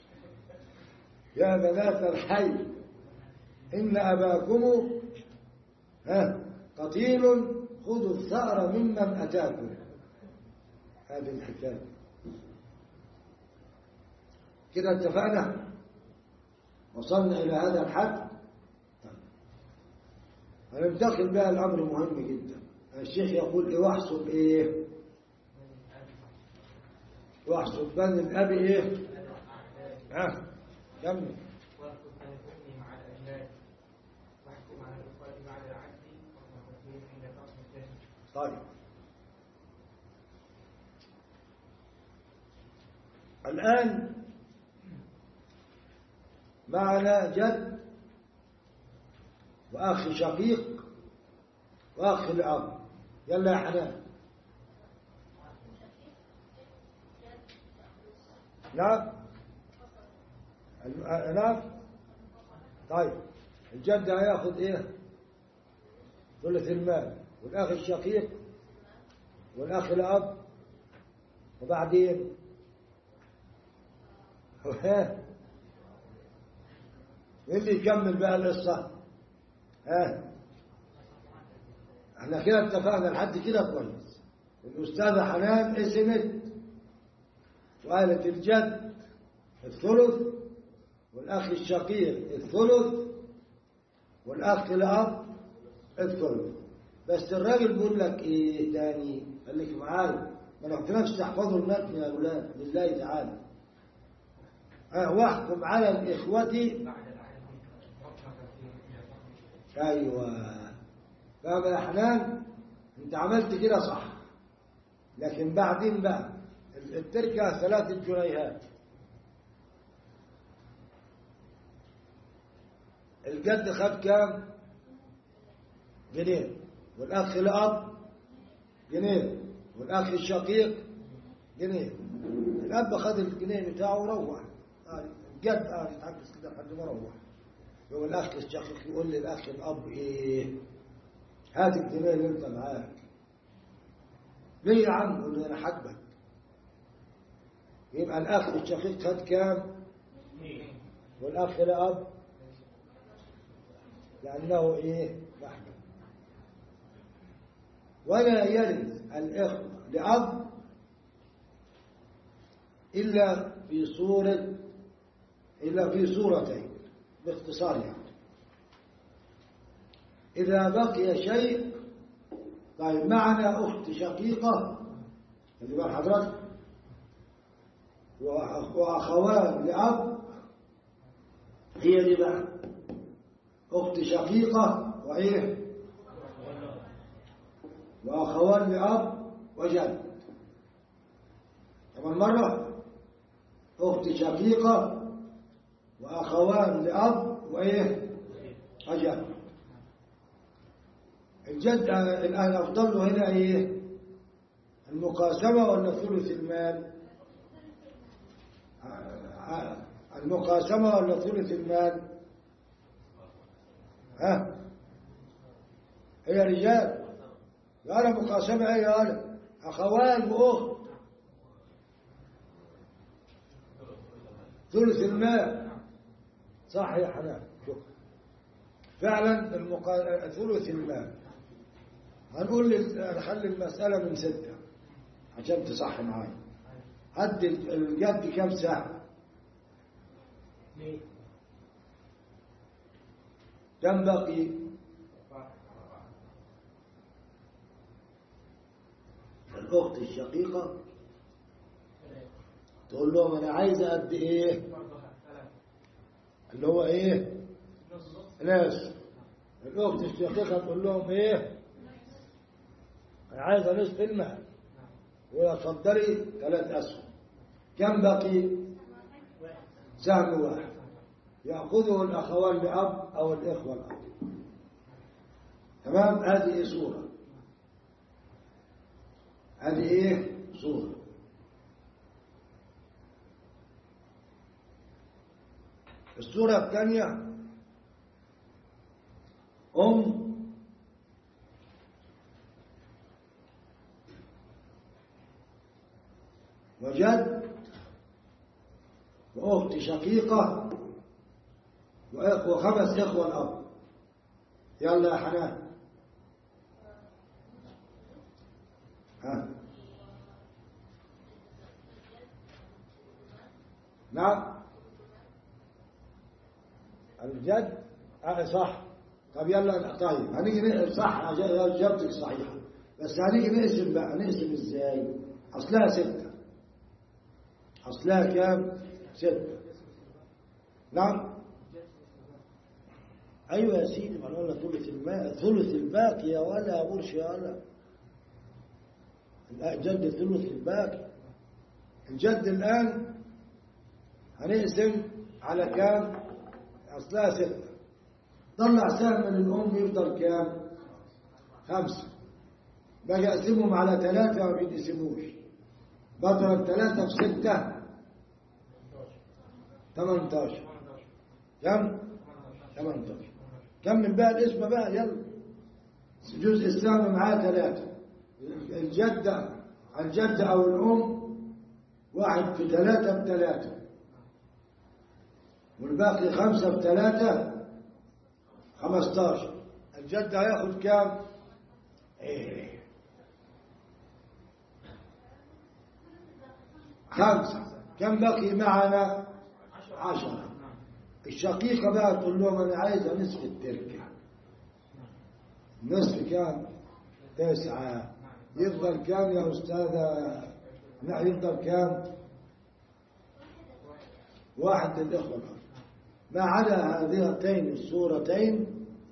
يا بنات الحي إن أباكم ها قتيل خذوا الثأر ممن أتاكم. هذه الحكاية. كده اتفقنا وصلنا إلى هذا الحد. طيب هننتقل بقى الأمر مهم جدا. الشيخ يقول إيه واحسب إيه واحسب بني الأب إيه ها كمل. طيب الآن معنا جد وأخ شقيق وأخ لأب. يلا يا حنان. نعم نعم. طيب الجد هياخد ايه؟ ثلث المال والأخ الشقيق والأخ الأب. وبعدين ها اللي يكمل بقى القصة. ها احنا كده اتفقنا لحد كده كويس. الأستاذة حنان اسمت وقالت الجد الثلث والأخ الشقيق الثلث والأخ الأب الثلث. بس الراجل بيقول لك ايه تاني؟ قال لك معايا ما نقدرش تحفظوا المتن يا أولاد لله تعالى. اه واحكم على الإخوة. أيوة بقى يا حنان انت عملت كده صح. لكن بعدين بقى التركة ثلاثة جنيهات. الجد خد كام؟ جنيه. والأخ الأب جنيه. والأخ الشقيق جنيه. الأب خد الجنيه بتاعه وروح. الجد قاعد يتعكس كده لحد ما روح. يقول الأخ الشقيق يقول للأخ الأب إيه؟ هات الجنيه اللي أنت معاك. ليه يا عم؟ يقول له أنا حاجبك. يبقى الأخ الشقيق خد كام؟ والأخ الأب لأنه إيه؟ محجب. ولا يرث الإخوة لأب إلا في صورة إلا في صورتين باختصار يعني. إذا بقي شيء طيب معنا أخت شقيقة اللي بقى حضرتك وأخوان لأب. هي دي بقى أخت شقيقة وإيه وأخوان لأب وجد. كمان مرة أخت شقيقة وأخوان لأب وإيه وجد. الجد الآن أفضل له هنا إيه؟ المقاسمة ولا ثلث المال؟ المقاسمة ولا ثلث المال؟ ها؟ هي رجال يا أنا مقاسمة إيه يا أنا أخوان وأخت ثلث المال صح يا حنان شوف فعلا المقا... ثلث المال هنقول لي نخلي المسألة من ستة عشان تصح معايا هدي الجد كم ساعة كم بقي الأخت الشقيقة تقول لهم أنا عايزة قد إيه اللي هو إيه ناس الأخت الشقيقة تقول لهم إيه أنا عايزة نصف المال ولا تفضلي ثلاث أسهم كم بقي سهم واحد يأخذه الأخوان لأب أو الإخوة الأب تمام هذه صورة هذه إيه صورة الصورة الثانية أم وجد وأخت شقيقة وإخوة خمس إخوة الأب يلا يا حنان ها نعم الجد آه صح طب يلا طيب هنيجي صح اجابتك صحيحه بس هنيجي نقسم بقى نقسم ازاي اصلها ستة اصلها كام ستة نعم ايوه يا سيدي ما قلنا ثلث الماء ثلث الباقي يا ولا يا برش يا ولا الجد ثلث الباقي الجد الان هنقسم على كام أصلها ستة طلع سهم من الأم يفضل كام خمسة باجي أقسمهم على ثلاثة ما بيتقسموش بضرب ثلاثة في ستة ثمانية عشر كم ثمانية عشر كمل بقى الاسم بقى يلا جزء السهم معاه ثلاثة الجدة الجدة أو الأم واحد في ثلاثة بثلاثة والباقي خمسة بثلاثة خمستاشر الجد هياخد كام ايه خمسة كم بقي معنا عشرة الشقيقة بقى تقول لهم أنا عايزة نصف التركة نصف كام تسعة يفضل كام يا أستاذة لا يفضل كام واحد للإخوة الأرض ما عدا هذين الصورتين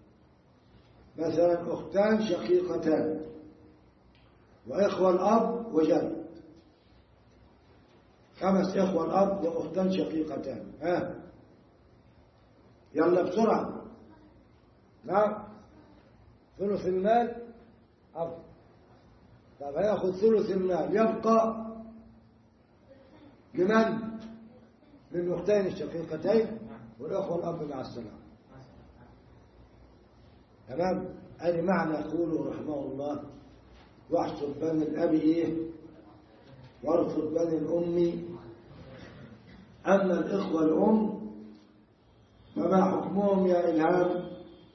مثلا أختان شقيقتان وإخوة الأب وجد خمس إخوة الأب وأختان شقيقتان ها يلا بسرعة نعم ثلث المال أب طب هياخد ثلث المال يبقى لمن من أختين الشقيقتين والأخوة الأب مع السلام تمام هذه معنى يقوله رحمه الله واحسب بني الأب إيه وارفض بني الأم أما الإخوة الأم فما حكمهم يا إلهام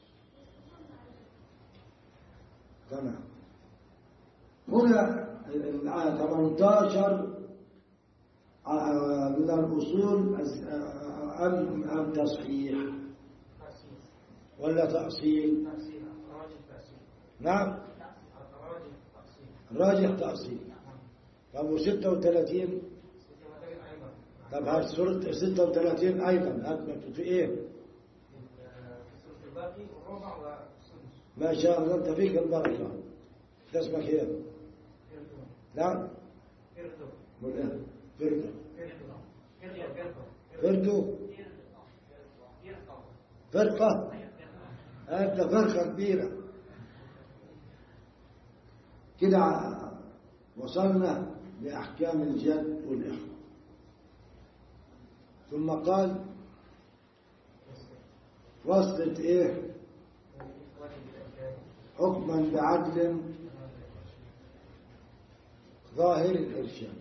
تمام هنا الآية ثمانية عشر من الأصول أم أم تصحيح ولا تأصيل نعم الراجح تأصيل طب وستة وثلاثين طب هات سورة ستة وثلاثين أيضا هات مكتوب في إيه ما شاء الله أنت فيك البركة اسمك إيه نعم ولا فردو فردو فرقة أنت فرقة كبيرة كده وصلنا لأحكام الجد والإخوة ثم قال وصلت إيه حكما بعدل ظاهر الإرشاد.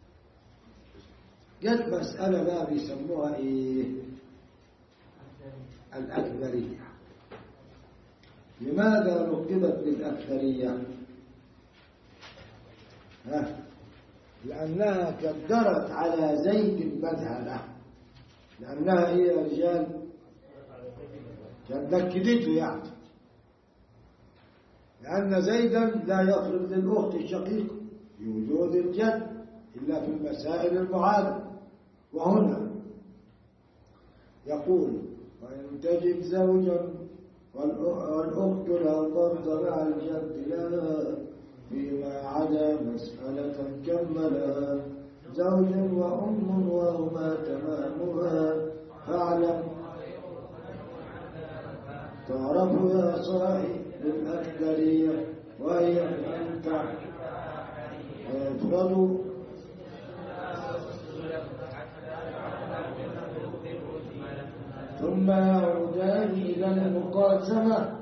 جت مسألة بقى بيسموها إيه؟ الأكثرية. لماذا ركبت بالأكثرية؟ ها؟ لأنها كدرت على زيد بدهله، لأنها هي إيه رجال كانت نكدته يعني، لأن زيدا لا يخرج للأخت الشقيقة في وجود الجد إلا في المسائل المعادة. وهنا يقول وإن تجد زوجا والأخت لا فرض مع الجد لها فيما عدا مسألة كملها زوج وأم وهما تمامها فاعلم تعرف يا صاحب الأكثرية وهي أن يفرض ثم يعودان إلى المقاسمة.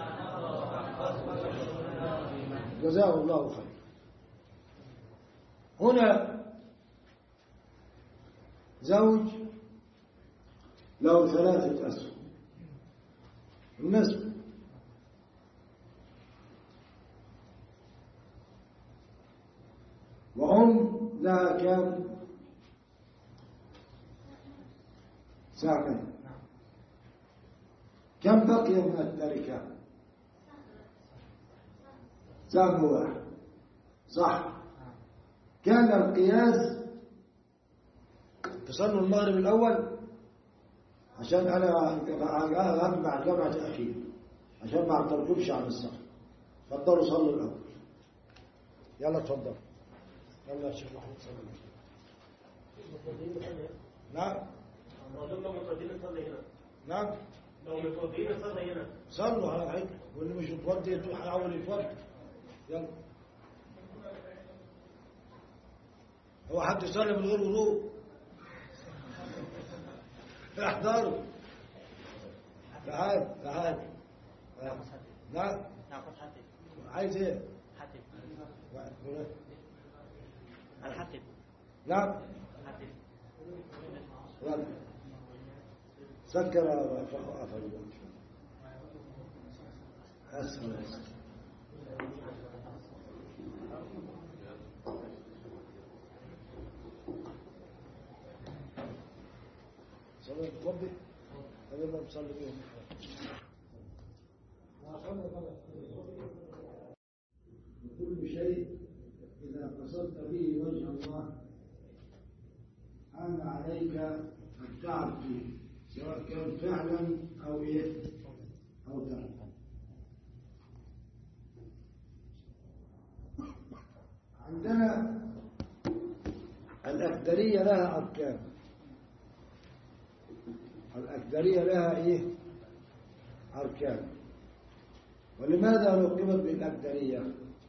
جزاه الله خير. هنا زوج له ثلاثة أسهم النسب، وأم لها كم ساعتين. كم بقي من التركة؟ سهم واحد صح. كان القياس تصلوا المغرب الأول عشان أنا أجمع جمعة أخير عشان ما أعطلكمش عن الصف. تفضلوا صلوا الأول. يلا تفضل. يلا يا شيخ محمود صلوا. نعم.
لو متوضين نصلي هنا.
نعم.
لو متوضين نصلي هنا.
صلوا على عينك، واللي مش متوضي يحاول يتوضى. يلا. هو حد يصلي من غير وضوء؟ احضروا. تعال تعال. نعم.
ناخذ حتى.
عايز ايه؟
حتى.
ولا
الحتى.
نعم.
حتى.
يلا. سكر أفضل. أسهل أسهل. صلي تفضل. هذا ما بصلي بيهم. كل شيء إذا قصدت به وجه الله أن عليك أن تعرف فيه سواء كان فعلا أو إيه أو تركا. عندنا الأكثرية لها أركان. الأكثرية لها إيه أركان. ولماذا ركبت بالأكثرية؟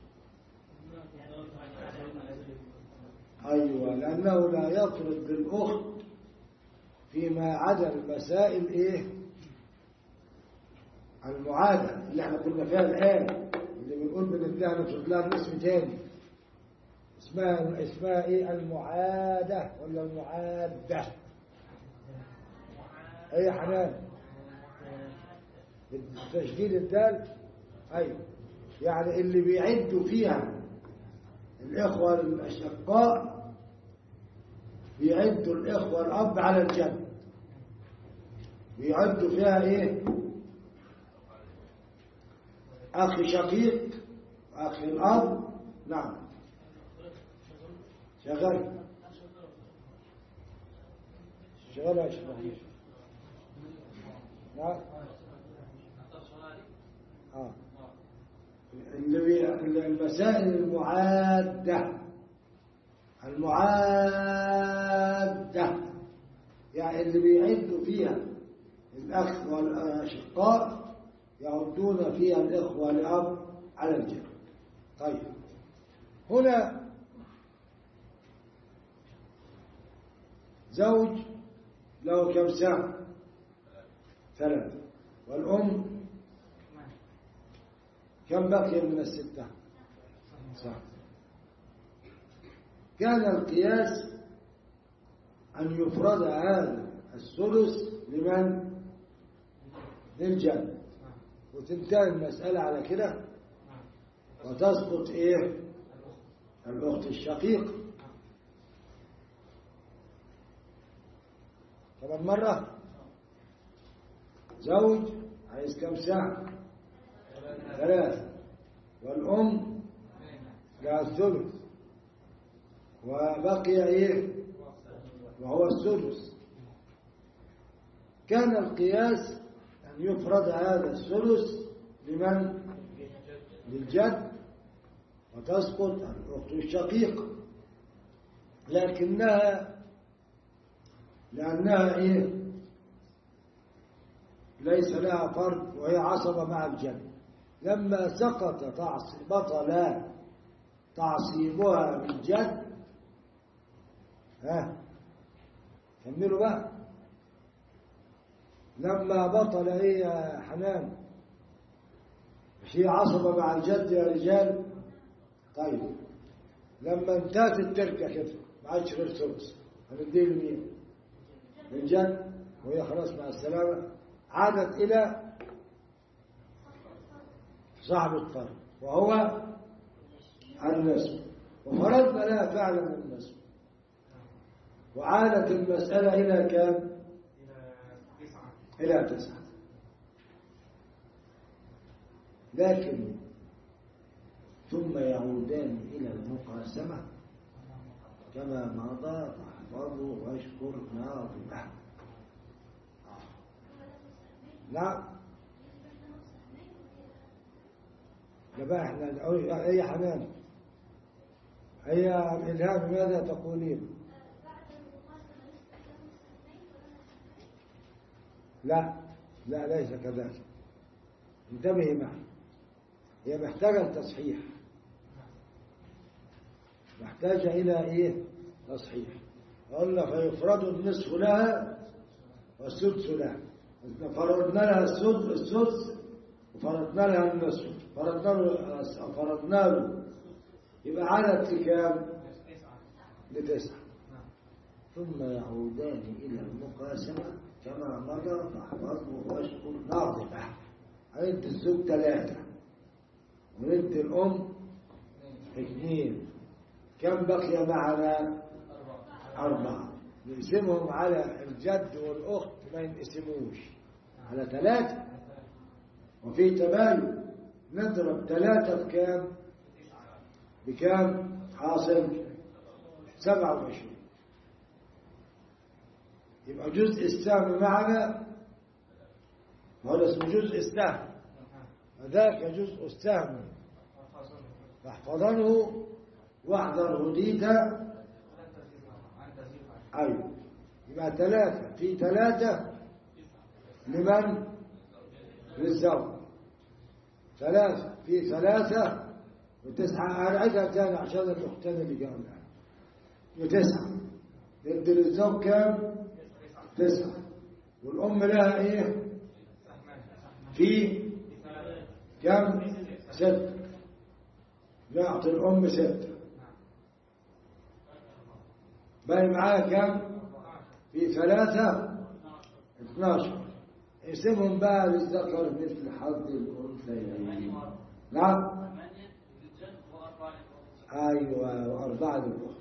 أيوة، لأنه لا يفرض للأخت فيما عدا المسائل إيه المعادة اللي احنا كنا فيها الآن، اللي بنقول بنديها نفرض لها الاسم تاني. اسمها اسمها إيه المعادة ولا المعادة؟ أي حنان تشديد الدال. أيوة، يعني اللي بيعدوا فيها الإخوة الأشقاء بيعدوا الإخوة الأب على الجد، بيعدوا فيها إيه أخي شقيق أخي الأب. نعم شغال شغال يا شيخ. نعم آه. المسائل المعادة المعادة يعني اللي بيعدوا فيها الأخ والأشقاء يعدون فيها الإخوة الأب على الجد. طيب هنا زوج له كم ساعة؟ ثلاثة. والأم
كم بقي من الستة؟ صح. كان القياس أن يفرض هذا الثلث لمن؟ للجد، وتنتهي المسألة على كده، وتسقط إيه؟ الأخت الشقيق. كمان مرة زوج عايز كم ساعة؟ ثلاثة. والأم لها الثلث، وبقي إيه؟ وهو الثلث. كان القياس أن يفرض هذا الثلث لمن؟ للجد، وتسقط الأخت الشقيق، لكنها لأنها إيه؟ ليس لها فرد وهي عصبة مع الجد، لما سقط تعصيب بطل تعصيبها بالجد. ها كملوا بقى. لما بطل ايه يا حنان؟ مش هي عصبة مع الجد يا رجال؟ طيب لما انتهت التركة كده ما عادش غير ثلث، هنديه لمين؟ للجد، وهي خلاص مع السلامة، عادت إلى صاحب الفرد وهو النصف، وفرضنا لها فعلا النصف، وعادت المسألة إلى كم؟ إلى تسعة. لكن ثم يعودان إلى المقاسمة كما مضى، فاحفظوا واشكر ناظمه. لا لا بقى احنا اي حنان، هي الهام ماذا تقولين؟ لا لا ليس كذلك، انتبهي معي، هي محتاجة التصحيح، محتاجة إلى إيه؟ تصحيح. قلنا فيفرض النصف لها والسدس لها، فرضنا لها السدس وفرضنا لها النصف، فرضنا له فرضنا له يبقى عدد لكام؟ لتسعة. ثم يعودان إلى المقاسمة كما مضى، فاحفظه واشكر ناظمه. عد الزوج ثلاثة وعد الأم اثنين، كم بقي معنا؟ أربعة. نقسمهم على الجد والأخت ما ينقسموش على ثلاثة، وفي تباين نضرب ثلاثة بكام؟ بكام؟ حاصل سبعة وعشرين. يبقى جزء السهم معنا، وهذا اسمه جزء السهم، وذاك جزء السهم، فاحفظنه واحذر هديتا. أيوة، يبقى ثلاثة في ثلاثة لمن؟ للزوج. ثلاثة في ثلاثة وتسعة. أرعدها تاني عشان الأختين اللي جاءوا الآن. وتسعة يدي للزوج كام؟ تسعة. والأم لها إيه؟ في كم؟ ستة. نعطي الأم ستة، باقي معايا كم؟ في ثلاثة اثناشر. اسمهم بقى للذكر مثل حظ الأنثيين. نعم أيوة، وأربعة للأخت.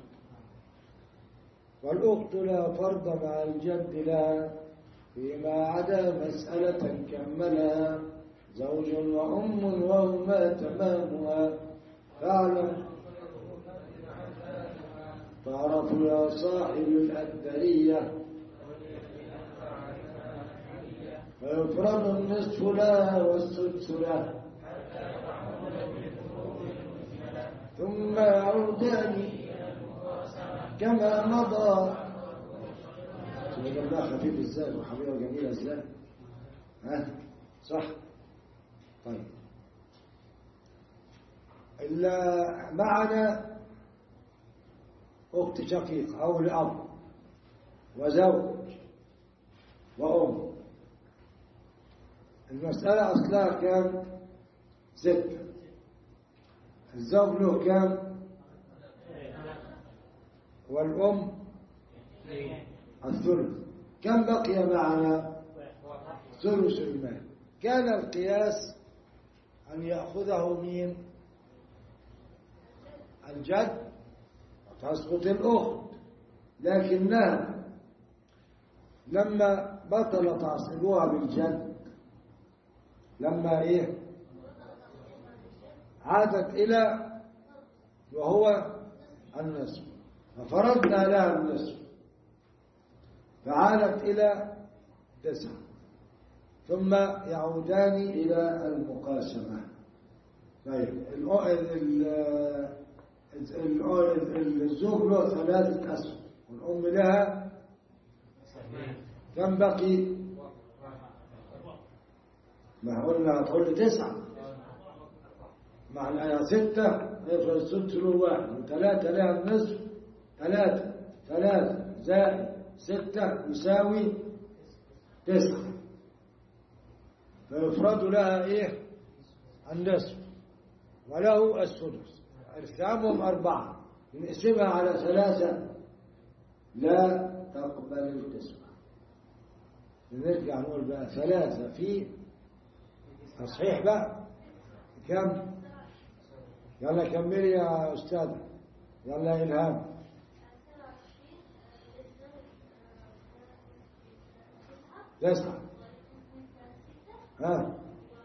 والأخت لا فرض مع الجد لها فيما عدا مسألة كملها، زوج وأم وهما تمامها، فاعلم فاعرفوا يا صاحب الأدبرية، فيفرض النصف لها والسدس له، ثم يعودان كما مضى. سبحان الله، خفيف ازاي وحبيبه جميله ازاي. ها صح. طيب إلا معنا أخت شقيقة أو لأب وزوج وأم. المسألة أصلها كام؟ ستة.
الزوج له كام؟ والأم الثلث. كم بقي معنا؟ ثلث المال. كان القياس أن يأخذه مين؟ الجد وتسقط الأخت، لكنها لما بطل تعصيبها بالجد، لما إيه؟ عادت إلى وهو النصف، ففرضنا لها النصف فعادت إلى تسعة، ثم يعودان إلى المقاسمة. طيب الزوج له ثلاثة أسهم والأم لها كم بقي؟ ما قلنا هتقول تسعة مع الآية ستة يفرض السدس له واحد، وثلاثة لها النصف، ثلاثة ثلاثة زائد ستة يساوي تسعة، فيفرض لها ايه؟ النصف وله السدس. ارسامهم أربعة، نقسمها على ثلاثة لا تقبل القسمة. نرجع نقول بقى ثلاثة في تصحيح بقى كم؟ يلا كملي يا أستاذ، يلا إلهام. تسعة. ها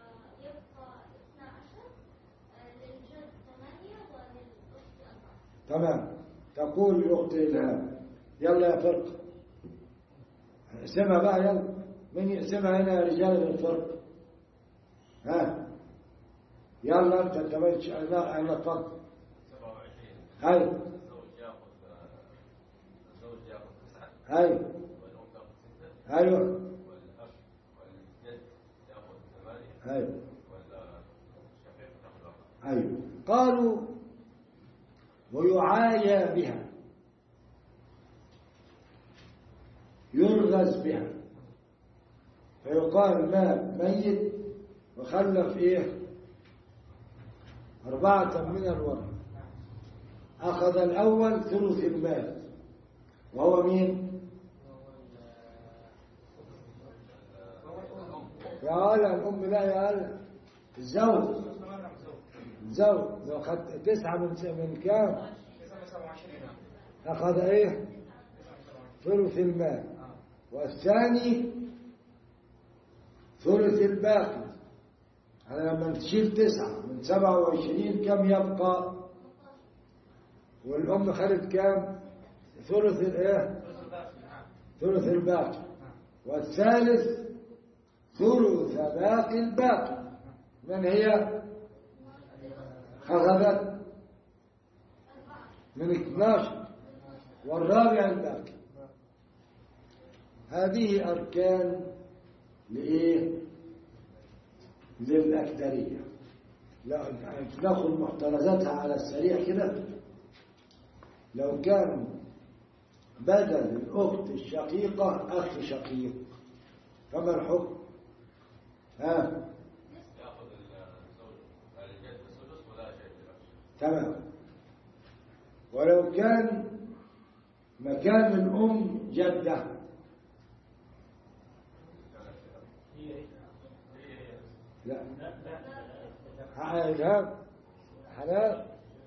تمام. تقول الأخت إلهام يلا يا فرق اقسمها بقى، يلا من يقسمها هنا يا رجال بالفرق؟ ها يلا انت انت بقيت انا انا اتفضل.
سبعة وعشرين.
هاي
الزوج ياخذ الزوج ياخذ تسعة.
هاي
والأم تاخذ ستة.
ايوه.
والأخ والجد ياخذ ثمانية.
ايوه.
والشقيق تاخذ أربعة.
ايوه. قالوا ويعايا بها، يرغز بها، فيقال مات ميت وخلف ايه؟ أربعة من الورثة. أخذ الأول ثلث المال وهو مين؟ يا هلا الأم، لا يا هلا الزوج. الزوج لو أخذ تسعة من من كام؟ أخذ إيه؟ ثلث المال، والثاني ثلث الباقي. أنا لما تشيل تسعة من سبعة وعشرين كم يبقى؟ والأم خدت كام؟ ثلث الإيه؟ ثلث الباقي. والثالث ثلث باقي الباقي. من هي؟ أخذت من اثناشر، والرابع الباقي. هذه أركان لإيه؟ للأكثرية. ناخذ محترزاتها على السريع كده. لو كان بدل الأخت الشقيقة أخ شقيق فما الحكم؟ ها؟
ياخذ الزوج الجد السدس ولا شيء بالعكس.
تمام. ولو كان مكان الأم جدة لا حلال حلال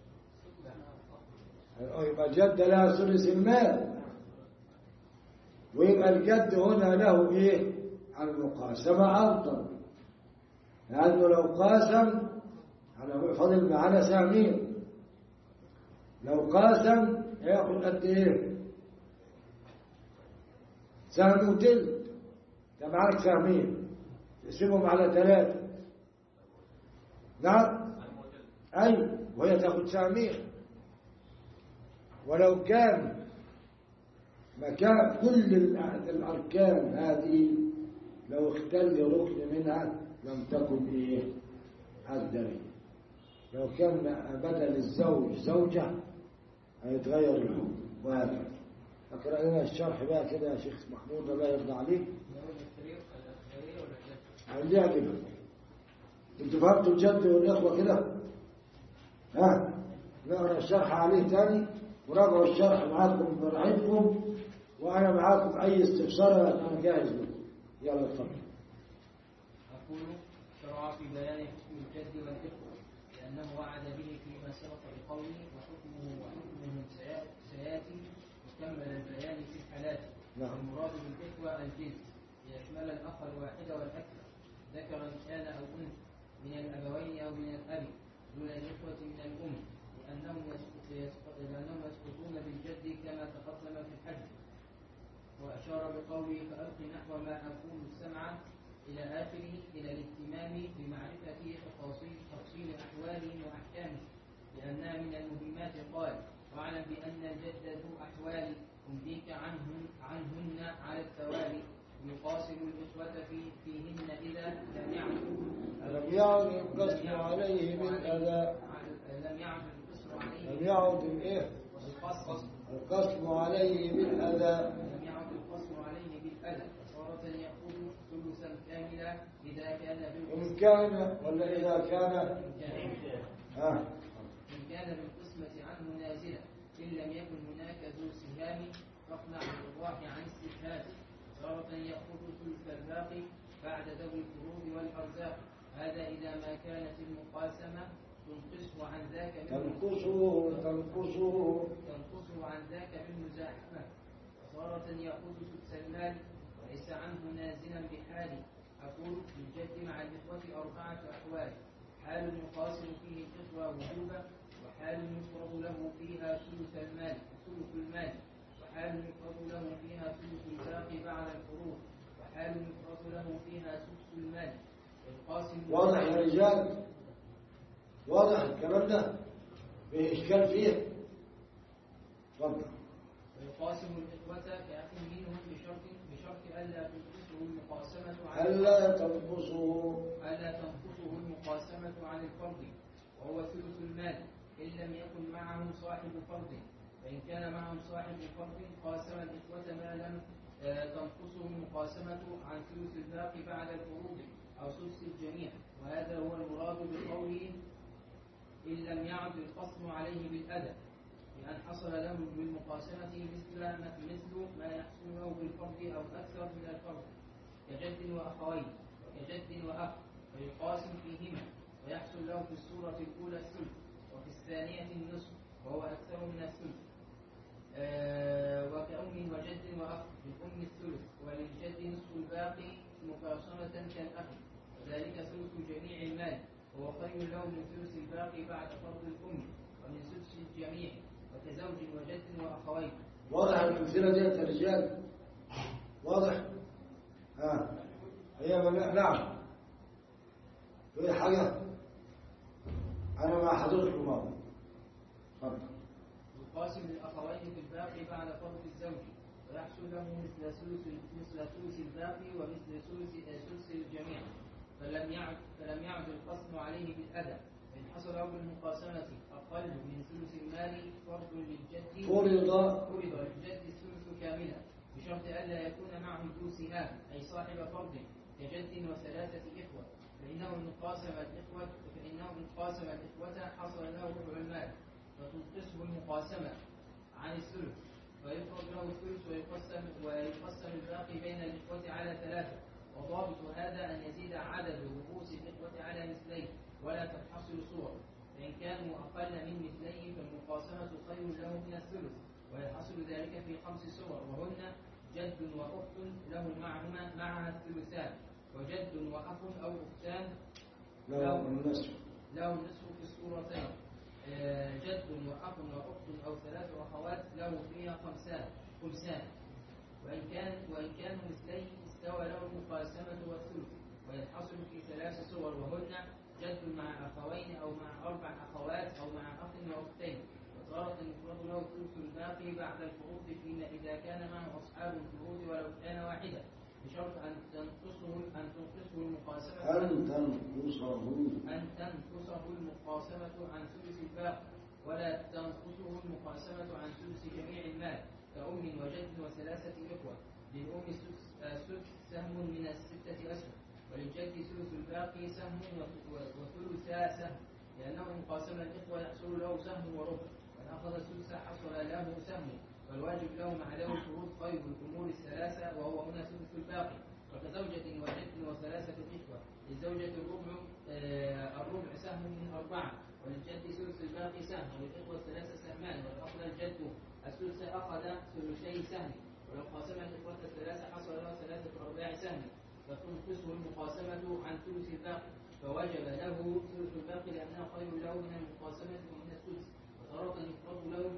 يبقى الجد لها ثلث المال، ويبقى الجد هنا له ايه؟ المقاسمة أفضل، لأنه لو قاسم على فضل معنا سامين، لو قاسم هياخد قد ايه؟ سهم وتلت. ده معاك سهمين تقسمهم على ثلاثة. نعم أي وهي تاخد سهمين. ولو كان مكان كل الأركان هذه لو اختل ركن منها لم تكن إيه؟ الدليل. لو كان بدل الزوج زوجة هيتغير الحكم وهكذا. اقرأ لنا الشرح بقى كده يا شيخ محمود الله يرضى عليك. عندي كده. انتوا فهمتوا الجد والإخوة كده؟
ها نقرأ الشرح عليه تاني وراجعوا الشرح معاكم براحتكم، وأنا معاكم أي استفسار أنا جاهز لكم. يلا اتفضل.
أقول شرع في بيان حكم الجد والإخوة لأنه وعد به فيما سبق بقوله وحكمه وحكمهم سيأتي وكمل البيان في الحالات. والمراد بالإخوة الجنس ليشمل الأخ الواحد والأكثر ذكرا كان أو أنثى من الأبوين أو من الأب دون الإخوة من الأم لأنهم لأنهم يسقطون بالجد كما تقدم في الحج. وأشار بقوله فألق نحو ما أقول السمع إلى آخره إلى الاهتمام بمعرفة تفاصيل تفصيل أحوالهم وأحكامهم لأنها من المهمات. قال واعلم بأن الجد ذو أحوال أنبيك عنهن, عنهن على التوالي يقاصر الإخوة في فيهن إذا لم يعدوا
لم يعد القسم عليه بالأذى
لم يعد القسم عليه
لم يعد الإيه القسم عليه بالأذى
لم يعد القسم عليه بالأذى فصارت يأخذ ثلثا كاملا إذا كان
إن كان ولا إذا كان ها
إن كان بالقسمة عنه نازلا إن لم يكن هناك ذو سهام فاقنع بالإرواح عن استفهام. تارة يأخذ ثلث الباقي بعد ذوي الفروض والأرزاق هذا إذا ما كانت المقاسمة تنقصه عن ذاك
تنقصه تنقصه
تنقصه عن ذاك بالمزاحمة. وتارة يأخذ سدس المال وليس عنه نازلا بحال. أقول في الجد مع الإخوة أربعة أحوال: حال يقاسم فيه الإخوة وجوبا، وحال يفرض له فيها ثلث المال ثلث المال وحال يفرض له فيها ثلث الباقي بعد الفروض، وحال يفرض له فيها سدس المال.
واضح يا رجال؟ واضح الكلام ده؟ فيه إشكال فيه؟ تفضل.
ويقاسم الإخوة كأخ منهم بشرط بشرط ألا تنقصه المقاسمة عن
ألا تنقصه
ألا تنقصه المقاسمة عن الفرض وهو ثلث المال إن لم يكن معه صاحب فرض. فإن كان معه صاحب فرض قاسم الإخوة ما لم تنقصه المقاسمة عن ثلث الباقي بعد الفروض أو سدس الجميع. وهذا هو المراد بقوله إن لم يعد القسم عليه بالأذى بأن حصل له بالمقاسمة مثل مثل ما يحصل له بالفرض أو أكثر من الفرض كجد وأخوين وكجد وأخ فيقاسم فيهما ويحصل له في الصورة الأولى الثلث وفي الثانية النصف وهو أكثر من الثلث. آه وكأم وجد وأخ للأم الثلث وللجد نصف الباقي مقاسمة كالأخ وذلك ثلث جميع المال وهو خير له من ثلث الباقي بعد فرض الأم ومن سدس الجميع وكزوج وجد وأخوين.
واضح الأمثلة دي يا رجال؟ واضح؟ ها هي نعم. في حاجة أنا مع حضرتكم ماضي. تفضل.
يقاسم الأخوين في الباقي بعد فرض الزوج ويحصل له مثل ثلث مثل ثلث الباقي ومثل ثلث ثلث الجميع. فلم يعد فلم يعد القسم عليه بالأذى إن حصل له بالمقاسمة أقل من ثلث المال فرض للجد
فرض
فرض للجد الثلث كاملا بشرط ألا يكون معه ذو سهام أي صاحب فرض كجد وثلاثة إخوة فإنه إن قاسم الإخوة فإنه إن قاسم الإخوة حصل له ربع المال وتنقصه المقاسمة عن الثلث ويفرض له الثلث ويقسم ويقسم الباقي بين الإخوة على ثلاثة. وضابط هذا أن يزيد عدد رؤوس الإخوة على مثلين ولا تنحصر صور. فإن كانوا أقل من مثلين فالمقاسمة خير له من الثلث ويحصل ذلك في خمس صور وهن جد وأخت له معهما معها الثلثان وجد وأخ أو أختان
له النصف
له النصف في الصورتين جد وأخ وأخت أو ثلاث أخوات له فيها خمسان خمسان وإن كان وإن كانوا مثلين استوى له المقاسمة والثلث وينحصر في ثلاث صور وهن جد مع أخوين أو مع أربع أخوات أو مع أخ وأختين. وتارة يفرض له ثلث الباقي بعد الفروض فيما إذا كان معه أصحاب الفروض ولو كان واحدا بشرط أن تنقصه أن تنقصه المقاسمة
أن تنقصه
أن تنقصه المقاسمة عن ثلث الباقي ولا تنقصه المقاسمة عن ثلث جميع المال كأم وجد وثلاثة إخوة. للأم سدس سهم من الستة أسهم وللجد ثلث الباقي سهم وثلثا سهم لأنه إن قاسم الإخوة يحصل له سهم وربع، وإن أخذ السدس حصل له سهم، والواجب له مع له الفروض خير الأمور الثلاثة وهو هنا سدس الباقي، وكزوجة وجد وثلاثة إخوة. للزوجة الربع آه الربع سهم من أربعة، وللجد سدس الباقي سهم، وللإخوة ثلاثة سهمان، ولأخذ الجد السدس أخذ ثلثي سهم، ولو قاسم الإخوة الثلاثة حصل له ثلاثة أرباع سهم، فتنقصه المقاسمة عن ثلث الباقي، فوجب له ثلث الباقي لأنه خير له من المقاسمة ومن السدس. وتارة يفرض له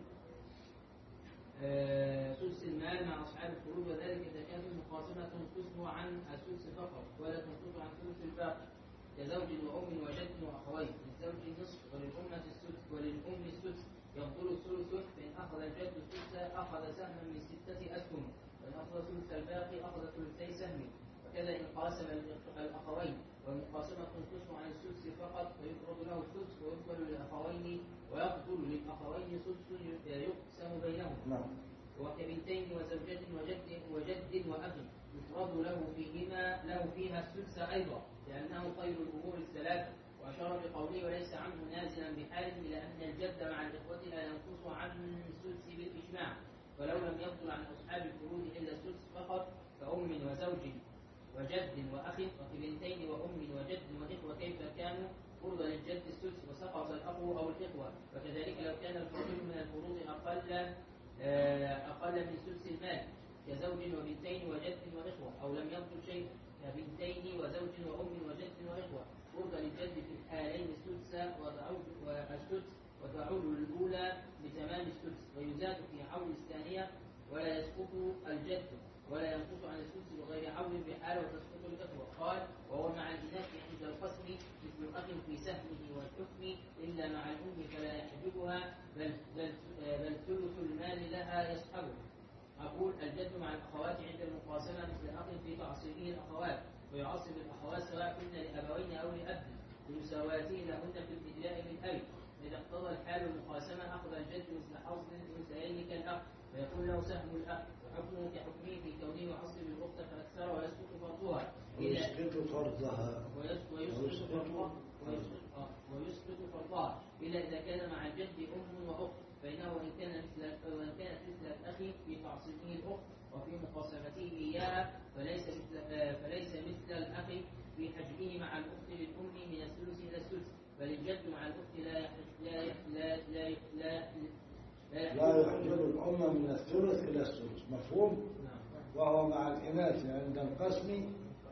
سدس المال مع أصحاب الفروض، وذلك إذا كانت المقاسمة تنقصه عن السدس فقط ولا تنقصه عن ثلث الباقي، كزوج وأم وجد وأخوين. للزوج النصف وللأمة السدس وللأم السدس، يفضل الثلث، فإن أخذ الجد السدس أخذ سهما من ستة أسهم، وإن أخذ ثلث الباقي أخذ ثلثي سهم. وكذا إن قاسم الأخوين والمقاسمة تنقصه عن السدس فقط فيفرض له السدس، ويفضل للأخوين ويفضل للأخوين سدس يقسم بينهم. وكبنتين وزوجة وجد وجد وأخ يفرض له فيهما له فيها السدس أيضا، لأنه خير الأمور الثلاثة. وأشار بقوله وليس عنه نازلا بحال إلى أن الجد مع الإخوة لا ينقص عن السدس بالإجماع، ولو لم يفضل عن أصحاب الفروض إلا السدس فقط، كأم وزوج وجد وأخ، وكبنتين وأم وجد وإخوة كيف كانوا فرض للجد السدس وسقط الأخ أو الإخوة. وكذلك لو كان الفرض من الفروض أقل أقل من سدس المال، كزوج وبنتين وجد وإخوة، أو لم يفضل شيء كبنتين وزوج وأم وجد وإخوة، فرض للجد في الحالين السدس والسدس وتعود الأولى بتمام السدس، ويزاد في عون الثانية ولا يسقط الجد ولا ينقص عن السدس بغير عون بحال وتسقط الإخوة. قال وهو مع الإناث عند القسم مثل أخ في سهمه والحكم إلا مع الأم فلا يحجبها، بل بل بل ثلث المال لها يصحبه. أقول الجد مع الأخوات عند المقاسمة مثل أخ في تعصيبه الأخوات، ويعصب الأخوات سواء كن لأبوين أو لأب لمساواته لهن في الإدلاء بالأب. إذا اقتضى الحال المقاسمة أخذ الجد مثل حظ الأنثيين كالأخ، فيكون له سهم الأخ، وحكمه كحكمه في كونه يعصب الأخت فأكثر ويسقط فرضها
ويسقط فرضها
ويسقط فرضها ويسقط فرضها إلا إذا كان مع الجد أم وأخت، فإنه إن كان مثل وإن كانت مثل الأخ في تعصيبه الأخت وفي مقاسمته إياها فليس مثل فليس مثل الأخ في حجبه مع الأخت للأم من الثلث إلى السدس، بل الجد مع الأخت لا لا لا لا لا
لا يحجب الأمة من الثلث إلى السدس. مفهوم؟ وهو مع الإناث عند القسم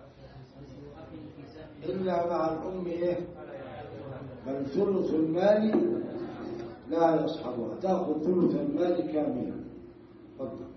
إلا مع الأم إيه؟ بل ثلث المال لا يصحبها، تأخذ ثلث المال كاملا. تفضل.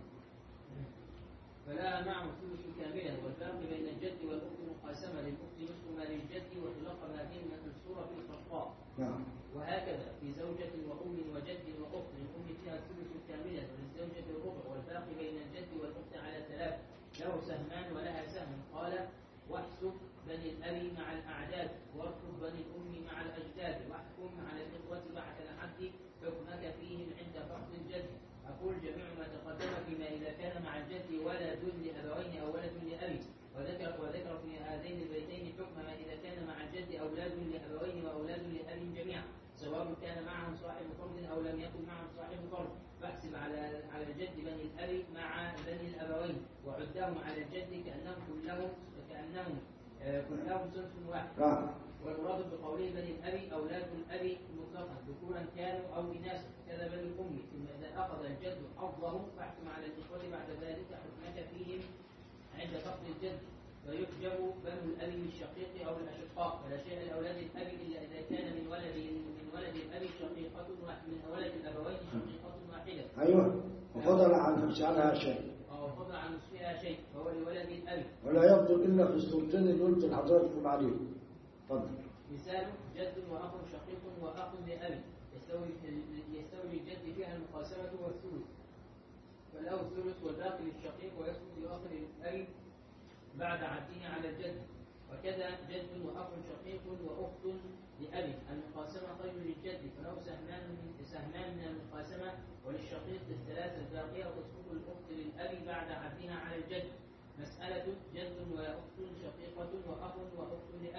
فلا معه ثلث كاملا، والفرق بين الجد والأخت مقاسمة، للأخت نصف ما للجد وتلقب هذه الصورة في الفرقاء.
نعم.
وهكذا في زوجة وأم وجد وأخت، للأم فيها الثلث كاملا وللزوجة الربع، والباقي بين الجد والأخت على ثلاث، له سهمان ولها سهم. قال واحسب بني الأب مع الأعداد، واركب بني الأم مع الأجداد، واحكم على الإخوة بعد الحد حكمك فيهم عند فقد الجد. أقول جميع ما تقدم فيما إذا كان مع الجد ولد لأبوين أو ولد لأب، وذكر وذكر في هذين البيتين حكم ما إذا كان مع الجد أولاد لأبوين وأولاد لأب جميعا، سواء كان معهم صاحب فرض أو لم يكن معهم صاحب فرض. فاحسب على على الجد بني الأب مع بني الأبوين، وعدهم على الجد كأنهم كلهم كأنهم آه كلهم صنف واحد. والمراد بقوله بني الأب أولاد الأب مطلقا ذكورا كانوا أو إناثا، كذا بني الأم. ثم إذا أخذ الجد حظه فاحكم على الإخوة بعد ذلك حكمك فيهم عند فقد الجد، فيحجب بنو الأب بالشقيق أو الأشقاء، ولا شيء لأولاد الأب إلا إذا كان من ولد من ولد الأب شقيقة من ولد الأبوين شقيقة واحدة.
أيوه. وفضل عن نصفها شيء.
أو فضل عن نصفها شيء فهو لولد الأب.
ولا يفضل إلا في السلطان اللي قلت لحضراتكم عليه. تفضل.
مثال جد وأخ شقيق وأخ لأب، يستوي يستوي الجد فيها المقاسمة والثلث، فله الثلث والباقي للشقيق ويسقط لآخر الأب بعد عده على الجد. وكذا جد وأخ شقيق وأخت لأب، المقاسمة خير للجد فله سهمان من سهمان من المقاسمة، وللشقيق الثلاثة الباقية وتسقط الأخت للأب بعد عدها على الجد. مسألة جد وأخت شقيقة وأخ وأخت لأب،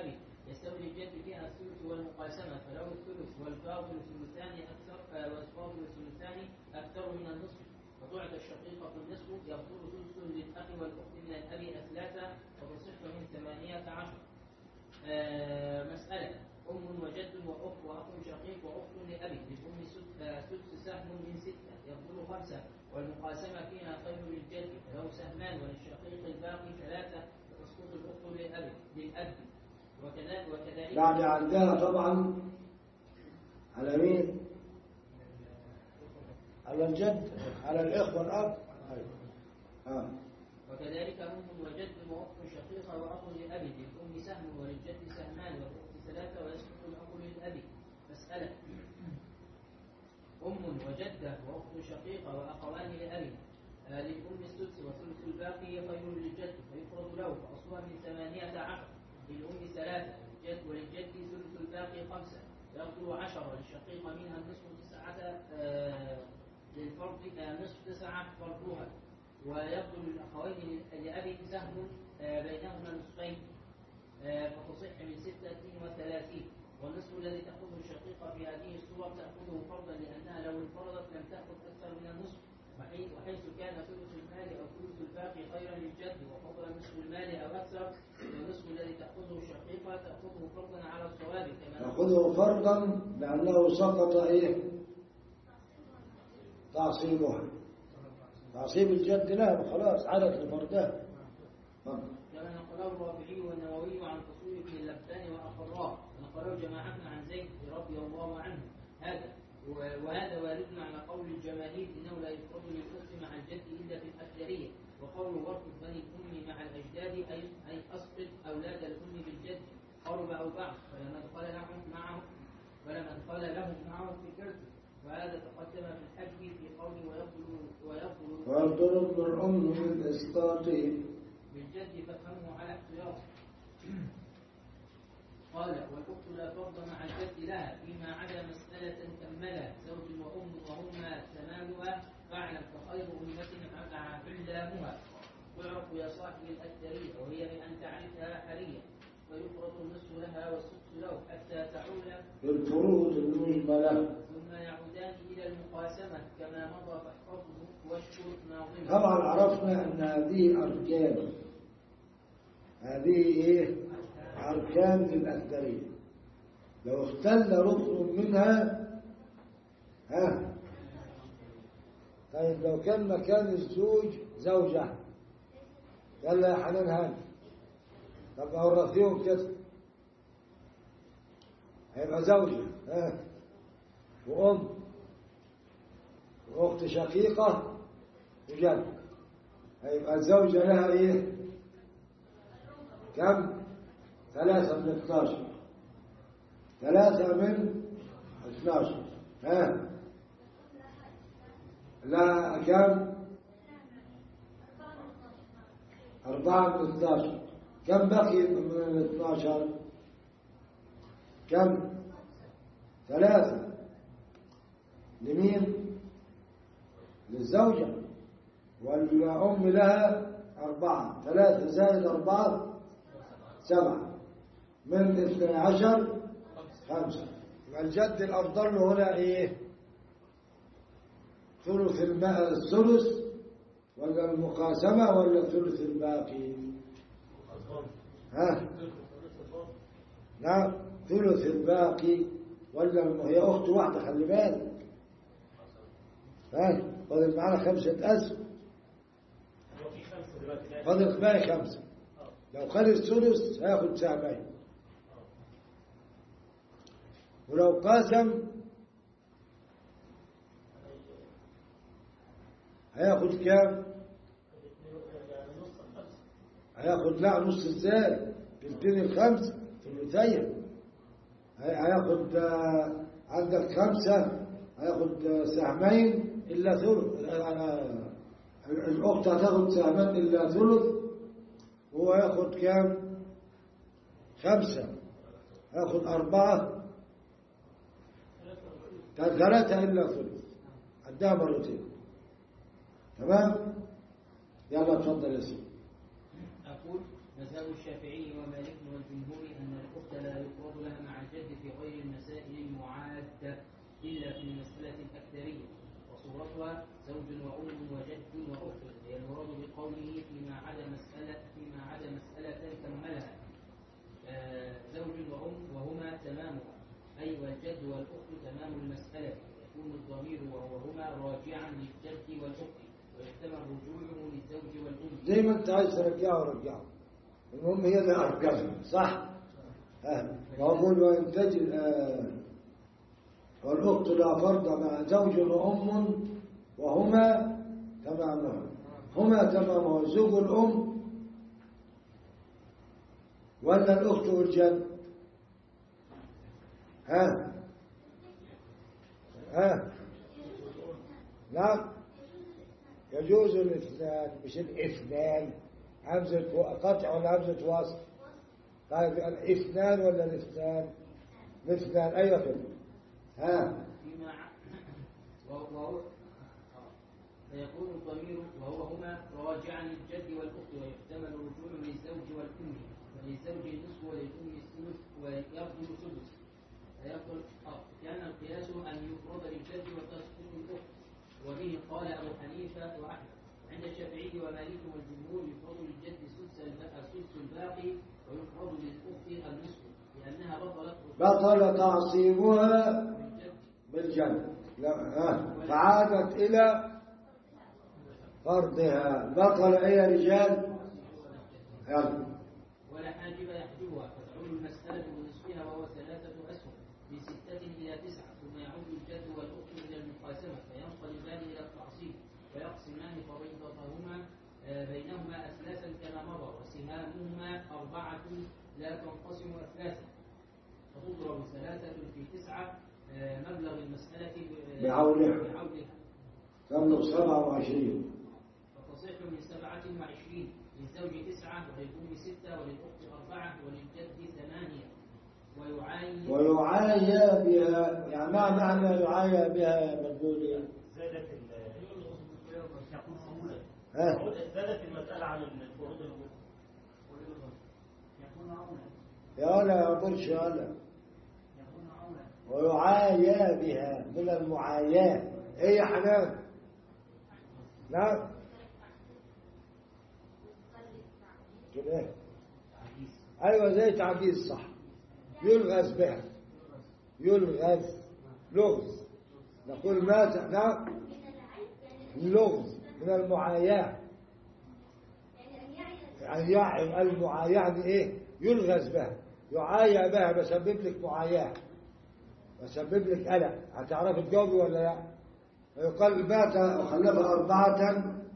يستوي للجد فيها الثلث والمقاسمة، فله الثلث والفاضل ثلثان أكثر والفاضل ثلثان أكثر من النصف، وضعت الشقيقة في النصف يفضل ثلث للأخ والأخت من الأب أثلاثة وتصح من ثمانية عشر. آه مسألة: أم وجد وأخ وأخ شقيق وأخت لأبي، للأم سدس سهم من ستة يفضل خمسة، والمقاسمة فيها خير للجد فله سهمان، وللشقيق الباقي ثلاثة وتسقط الأخت للأب للأب وكذلك وكذلك
يعني عندها طبعا على مين؟ على الجد، على الإخوة الأب. آه.
وكذلك أم وجد وأخت شقيقة وأخ لأب، للأم سهم وللجد سهمان والأخت ثلاثة ويسقط الأخ للأب. مسألة: أم وجدة وأخت شقيقة وأخوان لأب، آه للأم السدس وثلث الباقي خير للجد فيفرض له فأصلها من ثمانية عشر، للأم ثلاثة وللجد ثلث الباقي خمسة يفضل عشرة، وللشقيقة منها النصف تسعة آه للفرض آه نصف تسعة فرضها، ويفضل للأخوين لأبي سهم آه بينهما نصفين آه فتصح من ستة وثلاثين، والنصف الذي تأخذه الشقيقة في هذه الصورة تأخذه فرضا لأنها لو انفرضت لم تأخذ أكثر من النصف، وحيث كان ثلث المال أو ثلث الباقي خيرا للجد وفضل نصف المال أو أكثر، والنصف الذي تأخذه الشقيقة تأخذه فرضا على الصواب كما
تأخذه فرضا لأنه سقط إيه؟ تعصيبها، تعصيب الجد له خلاص عادت لفردها.
كما نقله الرافعي والنووي عن أصول بن اللبان وأقراه، ونقله جماعة عن زيد رضي الله عنه هذا، وهذا وارد على قول الجماهير انه لا يفرض للأخت مع الجد الا في الاكثريه، وقول ورث بني الام مع الاجداد اي اي اسقط اولاد الام بالجد قرب او بعض فلا مدخل لهم معه ولا مدخل لهم معه في الجد، وهذا تقدم في الحج في قوله ويفضل ويفضل
ويفضل الام بالاسقاط
بالجد فافهمه على احتياط. قال: والأخت لا فرض مع الجد لها فيما عدا مسألة كملها زوج وأم وهما تمامها فاعلم فخير أمة علامها تعرف يا صاحب الأكثرية، وهي بأن تعرفها حرية، ويفرض النصف لها والسدس له حتى تعول
بالفروض المجملة،
ثم يعودان إلى المقاسمة كما مضى فاحفظه واشكر ناظمه.
طبعا عرفنا أن هذه أركان، هذه إيه؟ أركان الأكثرية، لو اختل ركن منها ها طيب لو كان مكان الزوج زوجة قال يا حنان هاني طب أورثيهم كده هيبقى زوجة ها وأم وأخت شقيقة وجد، هيبقى الزوجة لها إيه؟ كم؟ ثلاثة من اثناشر، ثلاثة من اثناشر ها لا كم؟ أربعة من اثناشر، كم بقي من اثناشر؟ كم؟ ثلاثة لمين؟ للزوجة، والأم لها أربعة، ثلاثة زائد أربعة سبعة، من اثنى عشر خمسة. والجد الأفضل هنا إيه؟ ثلث الماء الثلث ولا المقاسمة ولا ثلث الباقي؟ ها؟ نعم ثلث الباقي ولا هي أخت واحدة خلي بالك ها؟ فاضل معنا خمسة أسهم، فاضل باقي خمسة، لو خد الثلث هياخد سهمين، ولو قاسم هياخد كام؟ هياخد لا نص ازاي؟ تلتين الخمسة ثلثين، هياخد عندك خمسة هياخد سهمين إلا ثلث، الأخت هتاخد سهمين إلا ثلث، وهو ياخد كام؟ خمسة، ياخد أربعة، ثلاثة إلا ثلث، عندها مرتين. تمام؟ يلا اتفضل يا سيدي.
أقول مذهب الشافعي ومالك والجمهور أن الأخت لا يفرض لها مع الجد في غير المسائل المعادة إلا في المسألة الأكثرية، وصورتها زوج وأم وجد وأخت، هي المراد بقوله فيما عدا مسألة فيما عدا مسألة كملها آه زوج وأم وهما تمامها، أي والجد والأخت تمام المسألة، يكون الضمير وهما راجعا للجد والأخت، ويحتمل رجوعه للزوج والأم.
زي ما أنت عايز ترجعه رجعه، المهم هي اللي أرجعها صح؟ آه. وأقول وإن تجد آه والأخت لا فرض مع زوج وأم وهما تمامها، هما تمامها زوج الأم ولا الأخت والجد؟ ها ها نعم يجوز الاثنان مش الاثنان، همزة قطع ولا همزة وصل؟ طيب الاثنان ولا الاثنان؟ الاثنان أيوة كده. ها
فيما وهو فيكون الضمير وهو هما راجعا للجد والأخت، ويحتمل رجوع للزوج والأم، وللزوج النصف وللأم الثلث ويفضل سدس، فيفضل كان القياس أن يفرض للجد وتسقط الأخت، وبه قال أبو حنيفة وأحمد. عند الشافعي ومالك والجمهور يفرض للجد السدس الباقي ويفرض للأخت النصف، لأنها بطلت
بطل تعصيبها بالجد فعادت إلى فرضها. بطل أي رجال يلا.
ولا حاجب يحجبها، فتعود المسألة بنصفها وهو ثلاثة أسهم من ستة إلى تسعة، ثم يعود الجد والأخت إلى المقاسمة فينقلبان إلى التعصيب ويقسمان فريضتهما بينهما أثلاثا كما مضى، وسهامهما أربعة لا تنقسم أثلاثا، فتضرب ثلاثة في تسعة مبلغ المسألة
بعولها تبلغ سبعة وعشرين،
فتصح من سبعة وعشرين، للزوج تسعة وللأم ستة وللأخت أربعة وللجد ثمانية، ويعايا
ويعايا بها. يعني ما معنى يعايا بها يا مدبولي؟
زادت
ها
زادت المسألة عن الفروض الأولى.
يكون عونا
يا ولا يا برش يا ولا.
يكون عونا
ويعايا بها من المعاياة. ايه يا حنان؟ نعم كده ايوه زي تعجيز صح. يلغز بها، يلغز لغز، نقول ماذا؟ نعم اللغز من المعاياة، يعني يعني المعاياة يعني ايه؟ يلغز بها، يعايا بها، بسبب لك معاياة، بسبب لك قلق. هتعرف تجاوبي ولا لا؟ يقال بات وخلف أربعة.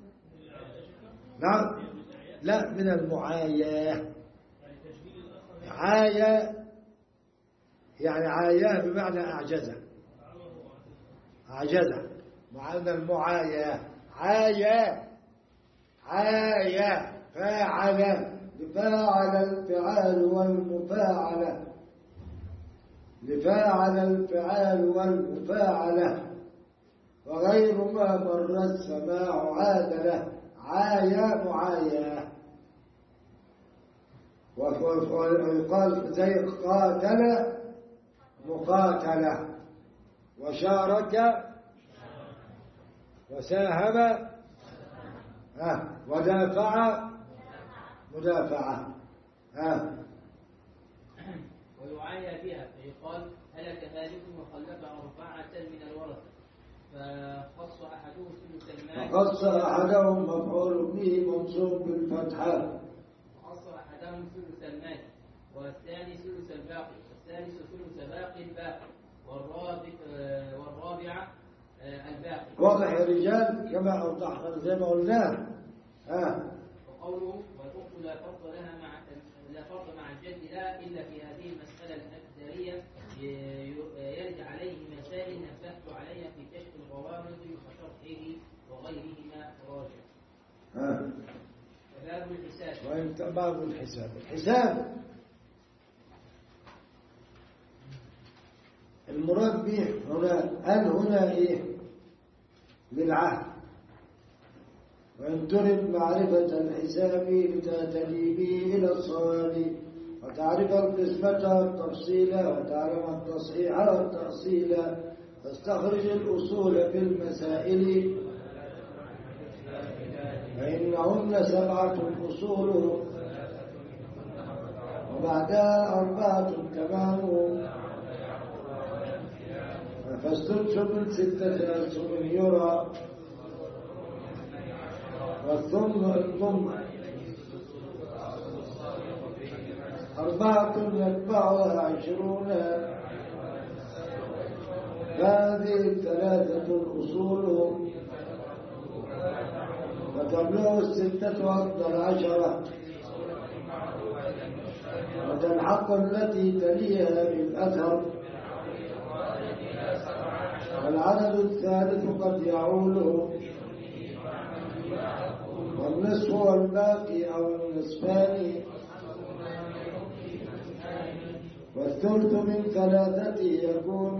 نعم لا من المعاياة. عايا يعني عاياه بمعنى أعجزه، أعجزه معنى المعاياة. عايا عايا فاعل، لفاعل الفعال والمفاعلة، لفاعل الفعال والمفاعلة، وغير ما مر السماع عاد له. عايا معايا. ويقال زي قاتل مقاتلة، وشارك وساهم ها ودافع مدافعة ها.
ويعايا بها فيقال هلك هالك وخلف أربعة من الورثة، فخص أحدهم ثلث المال
فخص أحدهم مفعول به منصوب بالفتحة،
فخص أحدهم ثلث المال، والثاني ثلث الباقي، والثالث ثلث باقي الباقي، والرابع والرابعة الباقي.
واضح يا رجال كما أوضحنا زي ما قلنا ها.
وقوله والأخت لا فرض لها مع لا فرض مع الجد لا إلا في هذه المسألة الأكثرية، يرد عليه مسائل نبهت عليها في كشف الغوامض وشرحه وغيرهما راجع.
ها
باب الحساب.
وانت باب الحساب. الحساب المراد به هنا أن هنا إيه؟ للعهد وإن ترد معرفة الحساب لتهتدي به إلى الصواب وتعرف القسمة والتفصيل وتعلم التصحيح والتأصيل فاستخرج الأصول في المسائل فإنهن سبعة أصول وبعدها أربعة تمام فالسدس من ستة أسهم يرى والثم الضم أربعة يتبعها عشرون هذه الثلاثة الأصول وتبلغ الستة أفضل عشرة وتلحق التي تليها بالأثر والعدد الثالث قد يعول والنصف والباقي أو النصفان والثلث من ثلاثة يكون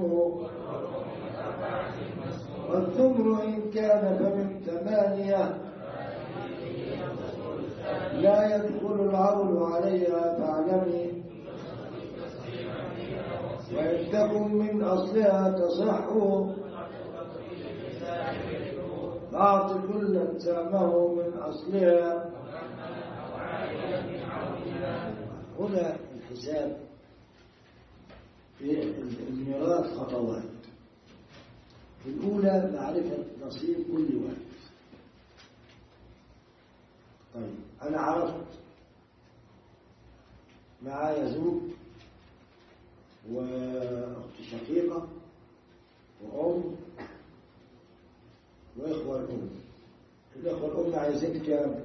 والثمر إن كان فمن ثمانية لا يدخل العول عليها فاعلمي وإن تكن من أصلها تصح فأعط كلا سامه من أصلها. هنا الحساب في الميراث خطوات. الأولى معرفة نصيب كل واحد. طيب أنا عرفت معايا زوج وأخت شقيقة وأم وإخوة الأم. الإخوة الأم عايزين كام؟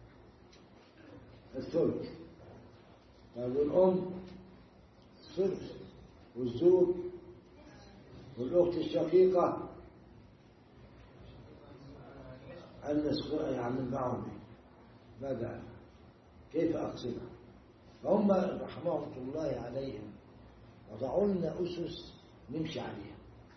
الثلث. طيب والأم الثلث والزوج والأخت الشقيقة النصف يعمل معهم ماذا؟ كيف أقسمها؟ فهم رحمهم الله عليهم وضعوا لنا أسس نمشي عليها.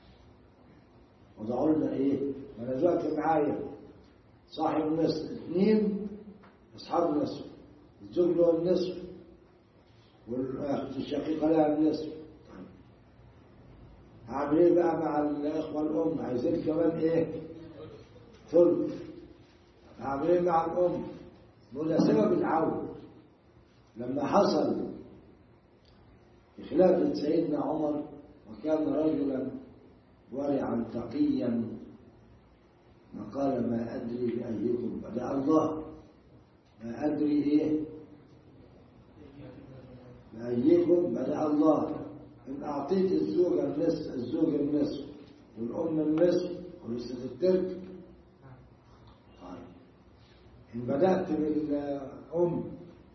وضعوا لنا إيه؟ أنا دلوقتي معايا صاحب النصف اثنين أصحاب النصف، الزوج له النصف والأخت الشقيقة لها النصف. طيب هعمل إيه بقى مع الإخوة الأم؟ عايزين كمان إيه؟ ثلث. هعمل إيه مع الأم؟ وده سبب العون. لما حصل في خلافة سيدنا عمر وكان رجلا ورعا تقيا قال ما أدري بأيكم بدأ الله، ما أدري إيه بأيكم بدأ الله. إن أعطيت الزوج النصف الزوج النصف والأم النصف ولسه الترك. طيب إن بدأت بالأم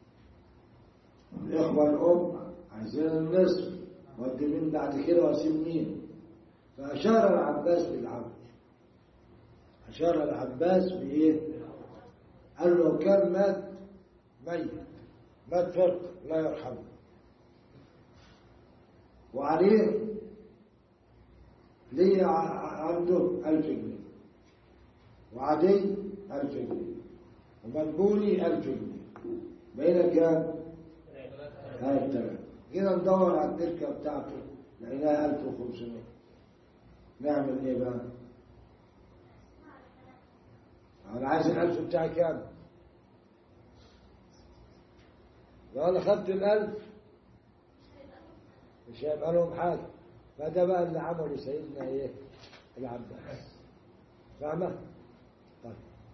والإخوة الأم عايزين النصف ودي من بعد كده واسيب مين؟ فأشار العباس بالعبد. أشار العباس بإيه؟ قال له كان مات ميت مات فرق لا يرحمه وعليه ليه عنده ألف جنيه وعدي ألف جنيه ومدبولي ألف جنيه بين كام؟ هاي التلاتة. جينا ندور على التركة بتاعته لقيناها ألف وخمسمائة. نعمل ايه بقى؟ انا عايز الألف بتاعي كام؟ لو انا خدت الألف مش هيبقى لهم حاجة. فده بقى اللي عمله سيدنا ايه؟ العباس. فاهمة؟ طيب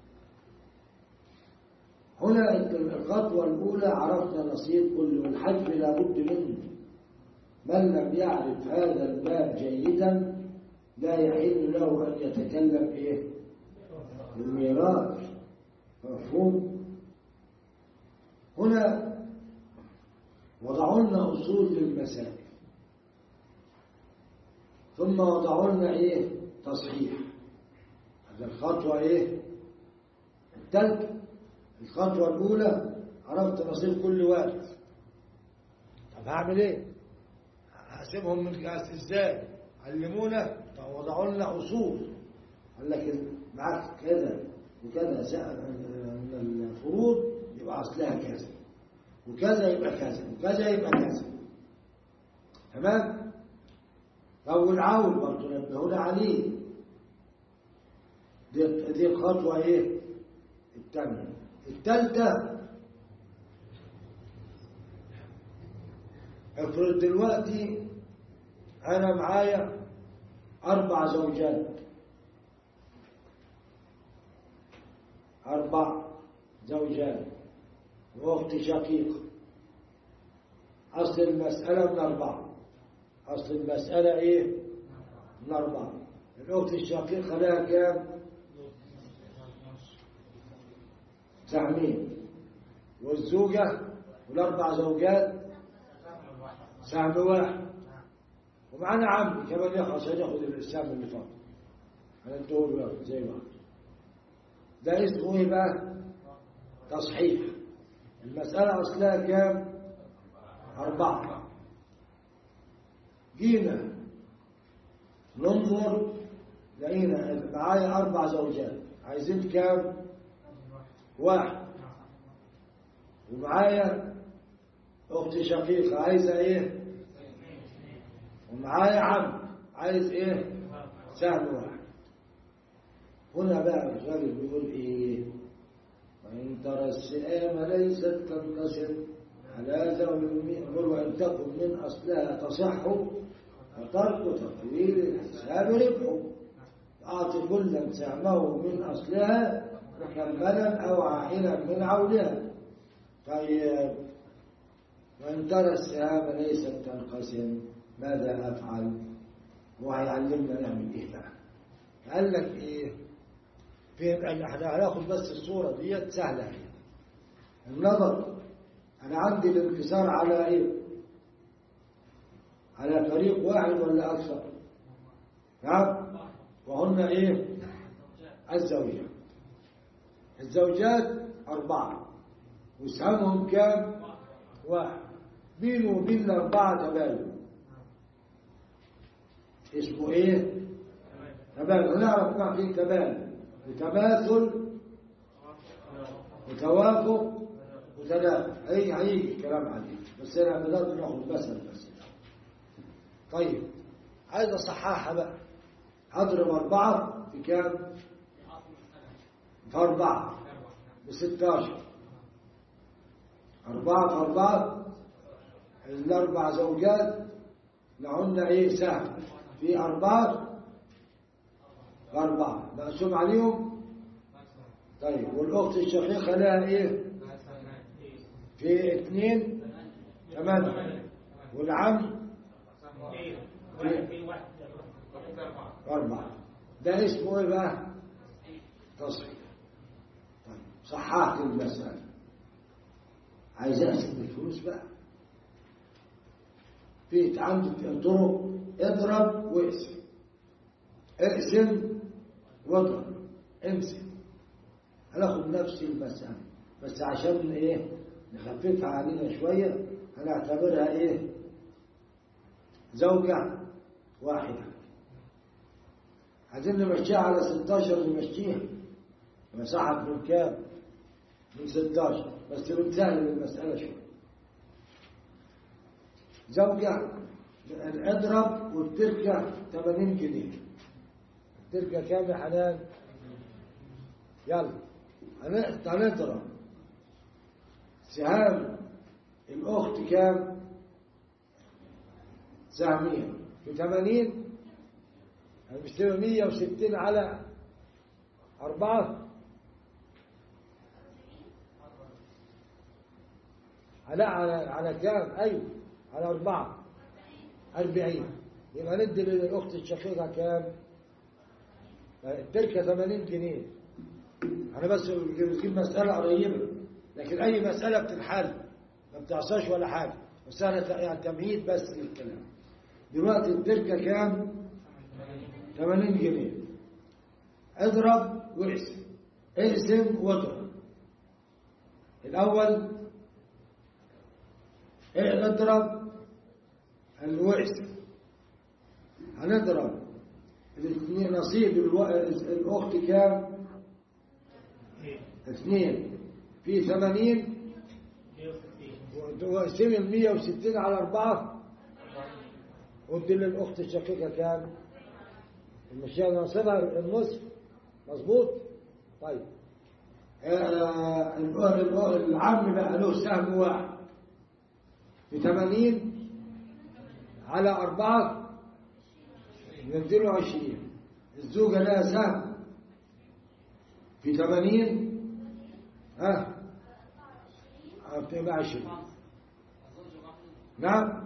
هنا الخطوة الأولى عرفنا نصيب كل والحجب لابد منه. من لم يعرف هذا الباب جيدا لا يحل له أن يتكلم إيه؟ بالميراث. مفهوم؟ هنا وضعوا لنا أصول للمسائل ثم وضعوا لنا إيه؟ تصحيح. هذا الخطوة إيه؟ الثالثة. الخطوة الأولى عرفت نصيب كل واحد. طب هعمل إيه؟ هسيبهم من إزاي؟ علمونا. طب وضعوا لنا أصول. قال لك معاك كذا
وكذا من الفروض يبقى أصلها كذا، وكذا يبقى كذا، وكذا يبقى كذا. تمام؟ طب والعول برضه نبهونا عليه. دي دي الخطوة إيه؟ الثانية. الثالثة، افرض دلوقتي أنا معايا أربع زوجات، أربع زوجات وأخت شقيقة. أصل المسألة من أربعة، أصل المسألة إيه؟ من أربعة. الأخت الشقيقة لها كام؟ سهمين، والزوجة والأربع زوجات سهم واحد، ومعنا عمي كمان يخلص ياخد السهم اللي فوق. أنا تقول زي ما ده اسمه إيه بقى؟ تصحيح. المسألة أصلها كام؟ أربعة. جينا ننظر لقينا معايا أربع زوجات، عايزين كام؟ واحد. ومعايا أخت شقيقة عايزة إيه؟ ومعايا عم عايز إيه؟ سهم واحد. هنا بقى الراجل بيقول إيه؟ وإن ترى السئام ليست تنقسم على ذوي، يقول وإن تكن من أصلها تصح وترك تطويل الحساب ربحه، أعطي كلا سهمه من أصلها مكملا أو عائلا من عولها. طيب وإن ترى السهام ليست تنقسم ماذا أفعل؟ وهيعلمنا نعمل إيه بقى؟ قال لك إيه؟ في احنا هناخد بس الصورة ديت سهلة. النظر أنا عندي الانكسار على إيه؟ على فريق واحد ولا أكثر؟ نعم؟ وهن إيه؟ الزوجات. الزوجات أربعة وسهمهم كام؟ واحد. بينه وبين الأربعة تباين. اسمه إيه؟ تباين. هنعرف ما فيه تباين، وتماثل وتوافق وتداخل. هي هيجي الكلام عليه، بس أنا بدأت ناخد مثل بس. طيب عايز أصححها بقى. هضرب أربعة في كام؟ في أربعة بستاشر. أربعة في أربعة، الأربع زوجات لهن إيه؟ سهم في أربعة في أربعة مقسوم عليهم. طيب والأخت الشقيقة لها إيه؟ في اثنين ثمانية، والعم في أربعة. ده اسمه إيه بقى؟ تصحيح. طيب صححت المسألة، عايز أقسم الفلوس بقى. في عندك طرق: اضرب واقسم، اقسم واضرب، امسك. هناخد نفس المسألة بس عشان ايه نخففها علينا شوية هنعتبرها ايه؟ زوجة واحدة. عايزين نمشيها على ستاشر، نمشيها مساحة من كام؟ من ستاشر، بس بنسهل المسألة شوية. زوجة اضرب والتركة ثمانين جنيه. التركة كام يا حنان؟ يلا هنضرب سهام الأخت كام؟ سهمين في ثمانين، هنشتري مية وستين على أربعة. على على على كام؟ أيوه على أربعة أربعين. يبقى ندي للأخت الشقيقة كام؟ التركة ثمانين جنيه. أنا بس بجيب مسألة قريبة، لكن أي مسألة بتنحل ما بتعصاش ولا حاجة، بس أنا يعني تمهيد بس للكلام. دلوقتي التركة كام؟ ثمانين جنيه. اضرب واقسم، اقسم واضرب. الأول اضرب الواقسم. هنضرب نصيب الأخت كام؟
اثنين في ثمانين وقسم المية وستين على أربعة ودي للأخت الشقيقة كام؟ المشيئة نصيبها النصف مظبوط؟ طيب آه العم بقى له سهم واحد في ثمانين على أربعة نديله عشرين. الزوجة لها سهم في ثمانين ها بتبقى عشرين. نعم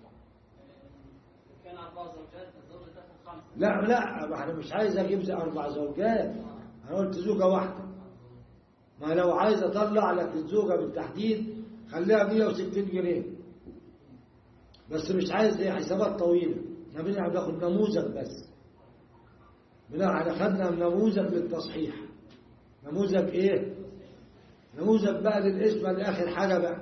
كان أربع زوجات الزوجة تاخد خمسة.
لا لا ما احنا مش عايز اجيب زي اربع زوجات، انا قلت زوجة واحدة. ما لو عايز اطلع لك الزوجة بالتحديد خليها مية وستين جنيه بس مش عايز ايه حسابات طويلة. احنا بنلعب ناخد نموذج بس، بنلعب خدنا نموذج للتصحيح. نموذج ايه؟ نموذج بقى للاسم لاخر حاجة بقى.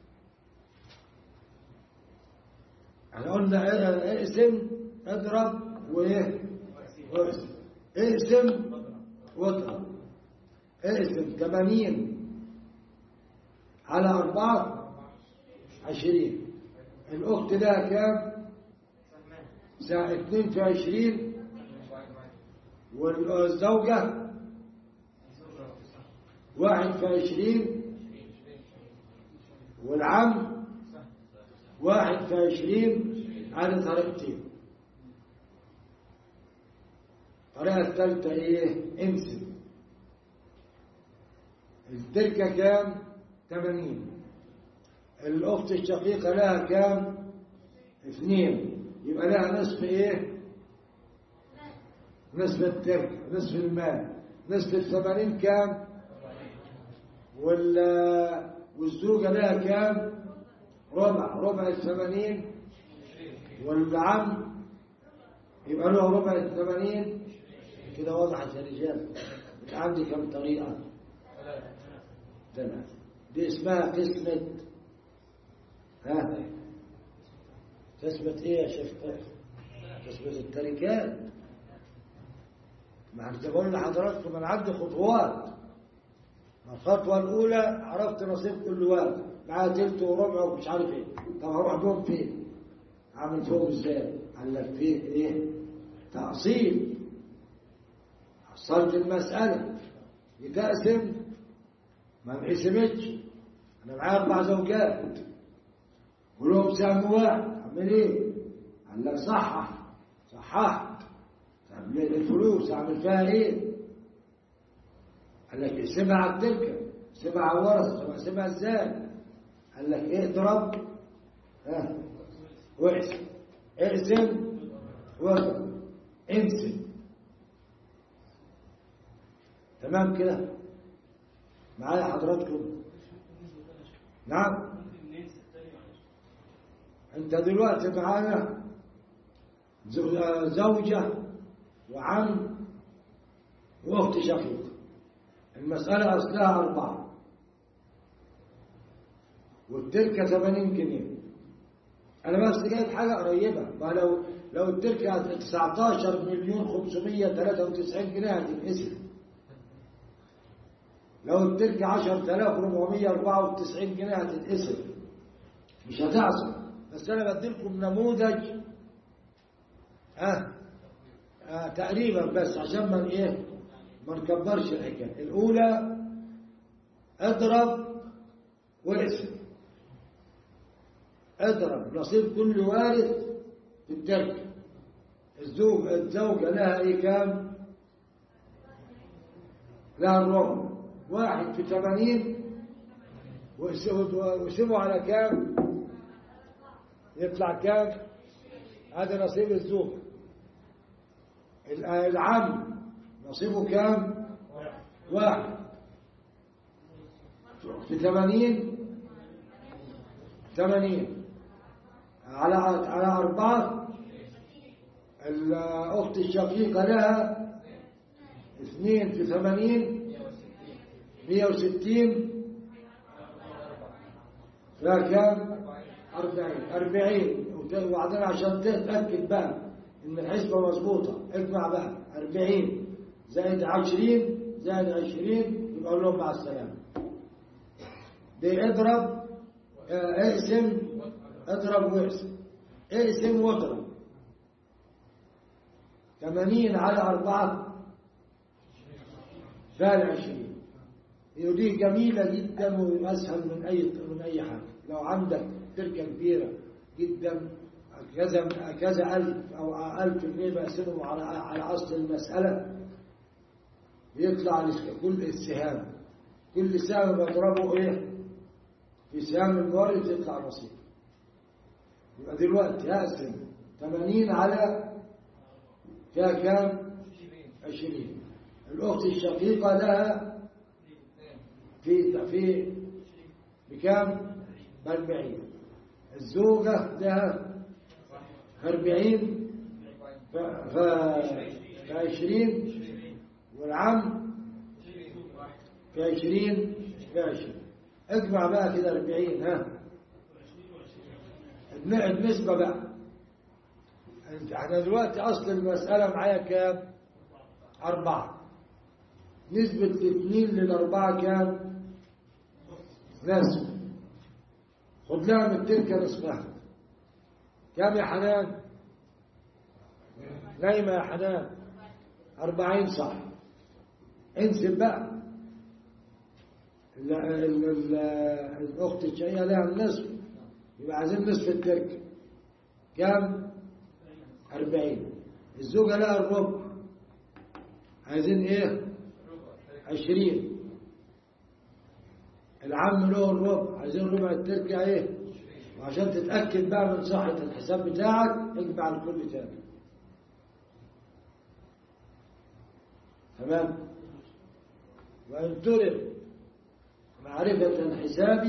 احنا قلنا اقسم اضرب وايه؟ واقسم. اقسم واضرب. اقسم ثمانين على أربعة عشرين. الأخت لها كام؟ ساعة اتنين في عشرين والزوجة واحد في عشرين والعم واحد في عشرين على طريقتين. الطريقة الثالثة ايه؟ امسك التركة كام؟ ثمانين. الأخت الشقيقة لها كام؟ اثنين. يبقى لها نصف ايه؟ نصف التركة، نصف المال. نصف الثمانين كام؟ وال والزوجة لها كام؟ ربع. ربع الثمانين والعم يبقى له ربع الثمانين. كده وضحت يا رجال. عندي كم طريقة؟ ثلاثة. دي اسمها قسمة ها قسمة ايه يا شيخ؟ قسمة التركات. ما انت بقول لحضراتكم انا عندي خطوات. الخطوة الأولى عرفت نصيب كل واحد معاه تلت وربع ومش عارف ايه. طب هروح بهم فين؟ عامل فوق ازاي؟ قال لك فيه ايه؟ تأصيل. حصلت المسألة يتقسم ما انقسمتش. انا معايا اربع زوجات كلهم سهم واحد اعمل ايه؟ قال لك صحح. صححت. طب الفلوس اعمل فيها ايه؟ قال لك اقسمها على التركه، اقسمها على الورثه. طب اقسمها ازاي؟ قال لك ايه؟ اضرب ها واقسم. اقسم واضرب امسك. تمام كده؟ معايا حضراتكم؟ نعم. انت دلوقتي معانا زوجة وعم واخت شقيقة. المسألة اصلها اربعة والتركة ثمانين جنيه. انا بس جايب حاجة قريبة. ما لو لو التركة تسعتاشر مليون خمسمية وتلاتة وتسعين جنيه هتنقسم. لو التركة عشرة آلاف وأربعمية وأربعة وتسعين جنيه هتتقسم مش هتعصب. بس أنا بديلكم نموذج آه. آه تقريبا بس عشان ما إيه ما نكبرش الحكاية. الأولى اضرب واقسم. اضرب نصيب كل وارث في التركة. الزوج الزوجة لها إيه كام؟ لها الربع. واحد في ثمانين وسيبوا على كام؟ يطلع كام؟ هذا نصيب الزوج. العم نصيبه كام؟ واحد في ثمانين. ثمانين على على أربعة. الأخت الشقيقة لها اثنين في ثمانين مية وستين. فيها كام؟ أربعين. أربعين وبعدين عشان تتأكد بقى إن الحسبة مظبوطة اسمع بقى. أربعين زائد عشرين زائد عشرين يقول لهم مع السلامة. دي اضرب اقسم اضرب واقسم اقسم واضرب. ثمانين على أربعة فعل عشرين. ودي جميلة جدا وأسهل من أي من أي حاجة. لو عندك تركة كبيرة جدا كذا كذا ألف أو ألف جنيه بقسمهم على على أصل المسألة يطلع كل السهام، كل سهم بضربه إيه في سهام الوارث يطلع نصيب. يبقى دلوقتي هقسم ثمانين على فيها كام؟ عشرين. الأخت الشقيقة لها في في بكام؟ بأربعين. الزوجة لها أربعين ف فعشرين، والعم في عشرين في عشرين. اجمع بقى كده أربعين. ها النسبة بقى. انت احنا دلوقتي أصل المسألة معايا كام؟ أربعة. نسبة الاثنين للأربعة كام؟ نصف. خد لها من التركة نصفها. كام يا حنان؟ نايمة يا حنان؟ أربعين صح. انسب بقى. ال ال ال الأخت الشقيقة لها النصف، يبقى عايزين نصف التركة. كام؟ أربعين. الزوجة لها الربع، عايزين ايه؟ عشرين. العم له الربع، عايزين ربع التركة ايه؟ وعشان تتأكد بقى من صحة الحساب بتاعك اجمع الكل تاني. تمام؟ وإن طلب معرفة الحساب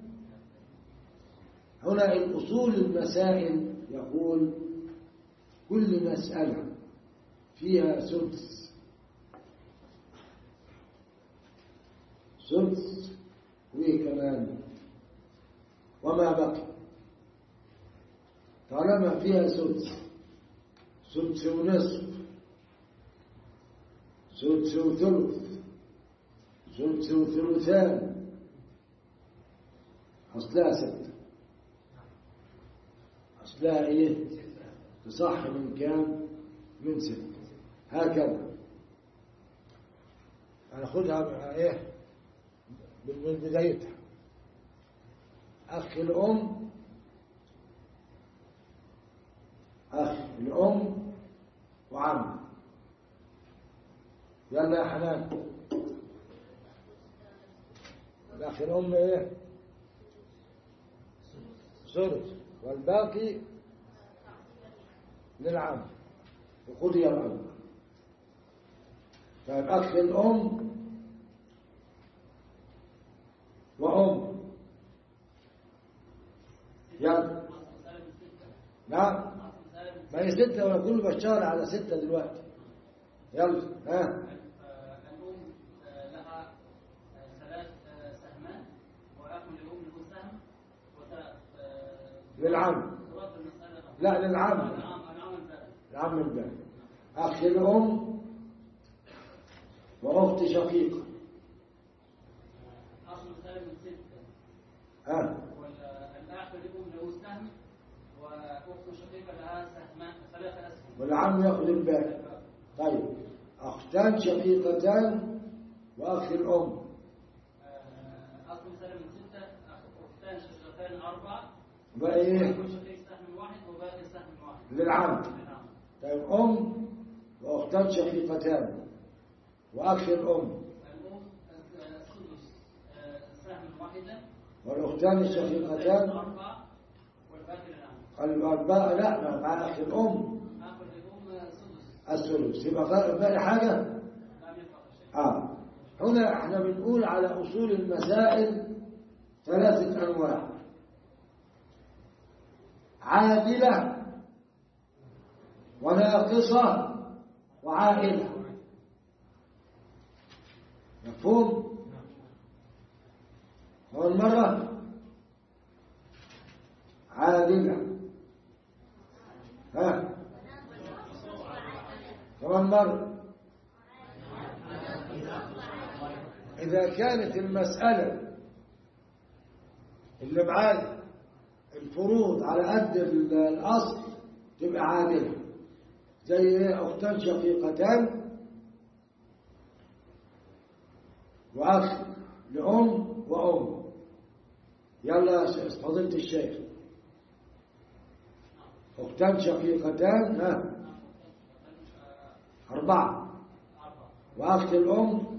هنا الأصول المسائل يقول كل مسألة فيها سدس سدس وكمان وما بقي. طالما فيها سدس سدس ونصف سدس وثلث سدس وثلثان أصلها ستة. أصلها إيه؟ تصح من كام؟ من ستة. هكذا هناخدها إيه؟ من بدايتها. أخ الأم أخ الأم وعم. يلا يا حنان. الأخ الأم إيه؟ ثلث والباقي للعم وقضي الأمر. فالأخ الأم وأم. يلا. نعم ما هي ستة ولا كله بشار على ستة دلوقتي. يلا. ها
الأم لها ثلاث سهمان وأخ للأم له سهم وثلاث
للعم. لا للعم. العم الباقي. أخ الأم وأخت شقيقة.
أصل سالم من ستة.
ها
والأخ للأم له سهم وأخت شقيقة لها سهمان ثلاثة أسهم.
والعم يأخذ الباقي. طيب أختان شقيقتان وأخ الأم.
أصل سالم من ستة. أختان شقيقتان أربعة.
بقى إيه؟
شقيق سهم واحد وباقي سهم واحد.
للعم. طيب أم وأختان شقيقتان وأخ الأم.
الأم السدس سهم واحدة.
والأختان الشقيقتان
أربعة والباقي للعم.
الأربعة لا مع أخ الأم.
أخ الأم سدس.
الثلث. يبقى باقي حاجة؟ آه. هنا احنا بنقول على أصول المسائل ثلاثة أنواع: عادلة وناقصة وعائلة. مفهوم؟ أول مرة عادلة. ها كمان مرة إذا كانت المسألة اللي معايا الفروض على قد الأصل تبقى عادلة، زي أختان شقيقتان وأخ لأم وأم. يلا يا فضيلة الشيخ، أختان شقيقتان ها أربعة، وأخت الأم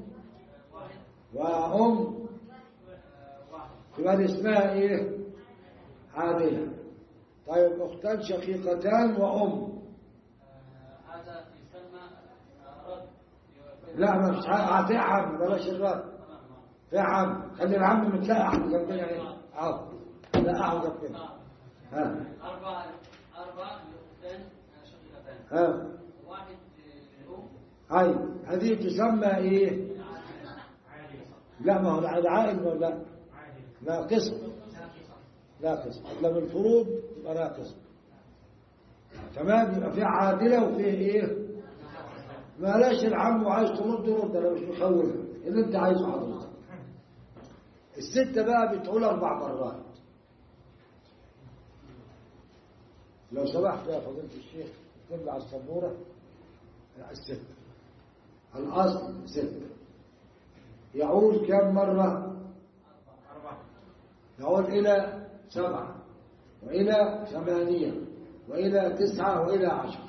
وأم، تبقى اسمها إيه؟ عادلة. طيب أختان شقيقتان وأم،
هذا يسمى رد.
لا ما مش فيها عم، بلاش الرد، فيها عم، خلي العم متلاقح جنبنا يعني. عاو لا جنبنا. ها
أربعة أربعة لأختان شقيقتان.
ها
واحد للأم.
هاي هذه تسمى إيه؟ لا ما هو العائل ولا لا؟ لا قسم، لا قسم، لا من الفروض يبقى لا قسم. تمام، يبقى فيه عادلة وفيه إيه؟ مالاش العم وعايز ترد رد، أنا مش مخوف اللي أنت عايزه حضرتك. الستة بقى بتقول أربع مرات. لو سمحت يا فضيلة الشيخ تطلع على السبورة. الستة الأصل ستة، يعود كم مرة؟ يعود إلى سبعة وإلى ثمانية وإلى تسعة وإلى عشرة.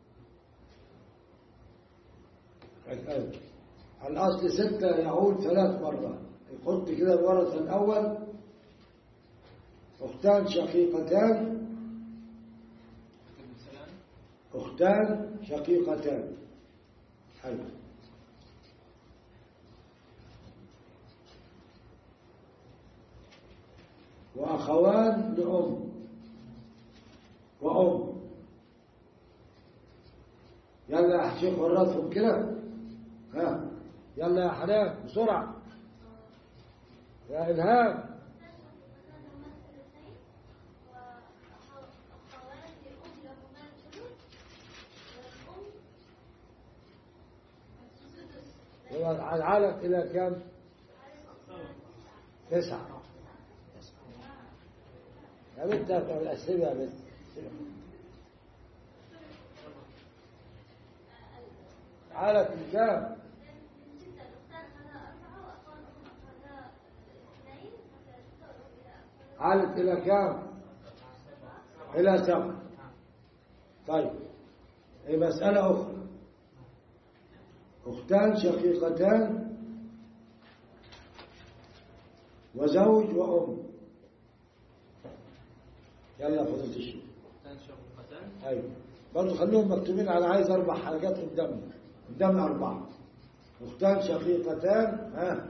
الأصل ستة يعود ثلاث مرات. يحط كده الورث الأول أختان شقيقتان، أختان شقيقتان حلو، وأخوان لأم وأم. يلا يا شيخ ورثهم كده. ها يلا يا حنان بسرعة يا إلهام. العالم إلى كم؟ تسعة. يا بنت الأسئلة يا بنت. عالم كم؟ عالم إلى كم؟ إلى سبعة. طيب هي مسألة أخرى، أختان شقيقتان وزوج وأم. يلا فضلت الشيء.
أختان شقيقتان.
أيوة برضو خلوهم مكتوبين، على عايز أربع حلقات قدامنا، قدامنا أربعة. أختان شقيقتان ها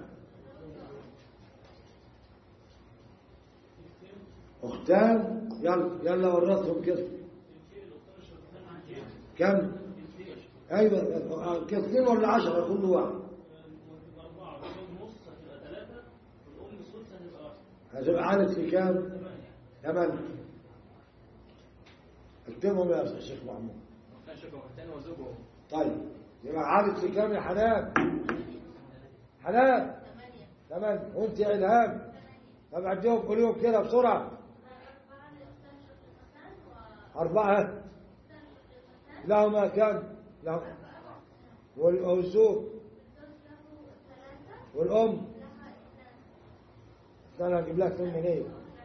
أختان. يلا يلا ورثهم كده. كم؟ أيوة كثير ولا عشرة كل واحد؟ هتبقى عادت في كام؟ ثمانية. اكتبهم يا شيخ محمود.
أختان شقيقتان وزوجهم.
طيب يبقى عادت في كام يا حنان؟ حنان ثمانية. وانت يا إلهام؟ طب عديهم قوليهم كده بسرعة. أربعة لهما كم؟ لهم والزوج والأم أنا أجيب لك من منين؟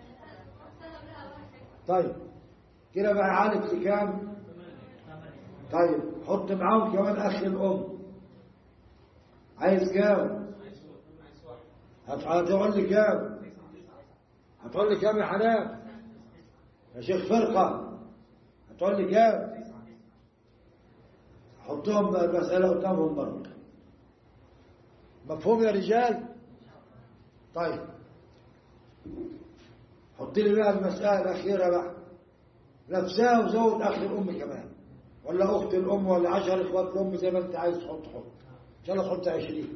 طيب كده بقى عالج لكام؟ طيب حط معاهم كمان أخي الأم. عايز كام؟ هتقول لي كام؟ هتقول لي كام يا حنان؟ يا شيخ فرقة هتقول لي كام؟ حطهم المسألة قدامهم برضه. مفهوم يا رجال؟ طيب حط لي بقى المسألة الأخيرة بقى، نفسها وزود أخي الأم كمان، ولا أخت الأم، ولا عشر إخوات الأم، زي ما أنت عايز تحط حط. إن شاء الله تحط عشرين.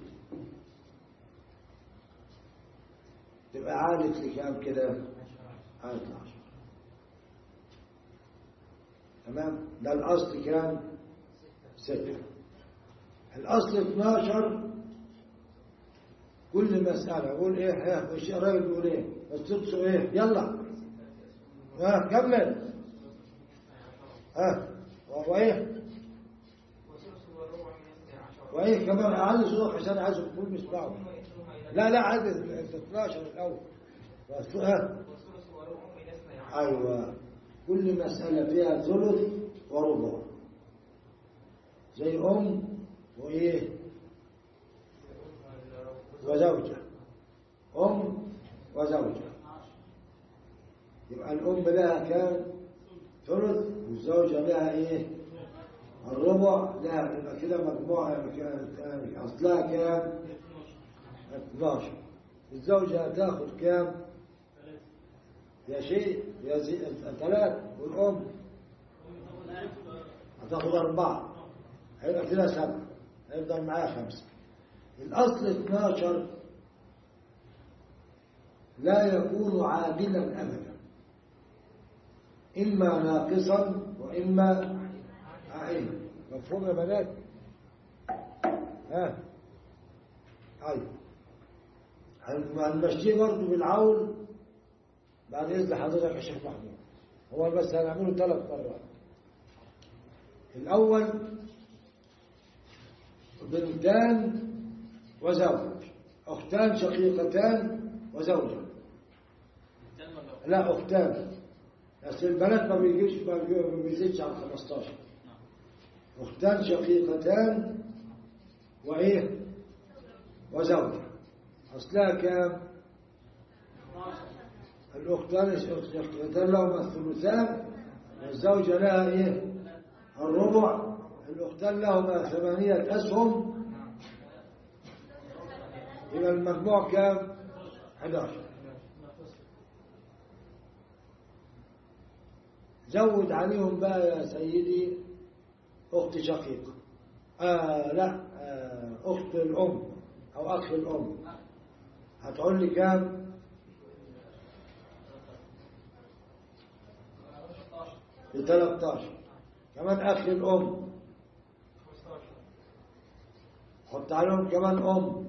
تبقى عادت لكام كده؟ عادت عشر. تمام. ده الأصل كام؟ ستة. الأصل اثناشر
كل مسألة أقول إيه ها وش الراجل بيقول إيه بس تبصوا إيه يلا ها كمل ها وإيه وإيه كمان عايز صوتك عشان عايز الكل يسمعوا لا لا عايز اثناشر الأول بس ها أيوة كل مسألة فيها ثلث وربع زي أم وإيه وزوجة أم وزوجة يبقى الأم لها كام ثلث والزوجة لها إيه الربع لها يبقى كده مجموعة أصلها كام اثناشر الزوجة هتاخد كام يا شيء يا زي ثلاث والأم هتاخد أربعة هيبقى كده سبعة هيفضل معايا خمسة الأصل اثناشر لا يكون عادلا أبدا إما ناقصا وإما عائلا مفهوم يا بنات ها أيوة هنمشيه برضه بالعول بعد إذن حضرتك يا شيخ محمود هو بس هنعمله ثلاث مرات الأول بنتان وزوج أختان شقيقتان وزوجة لا أختان بس البنات ما بيجيش ما بيزيدش عن خمستاشر أختان شقيقتان وإيه وزوجة أصلها كام الأختان شقيقتان لهما الثلثان والزوجة لها إيه الربع الأختان لهما ثمانية أسهم يبقى المجموع كام أحد عشر زود عليهم بقى يا سيدي أخت شقيقة آه لا آه أخت الأم أو أخ الأم هتقول لي كام بثلاثة كمان أخ الأم حط عليهم كمان أم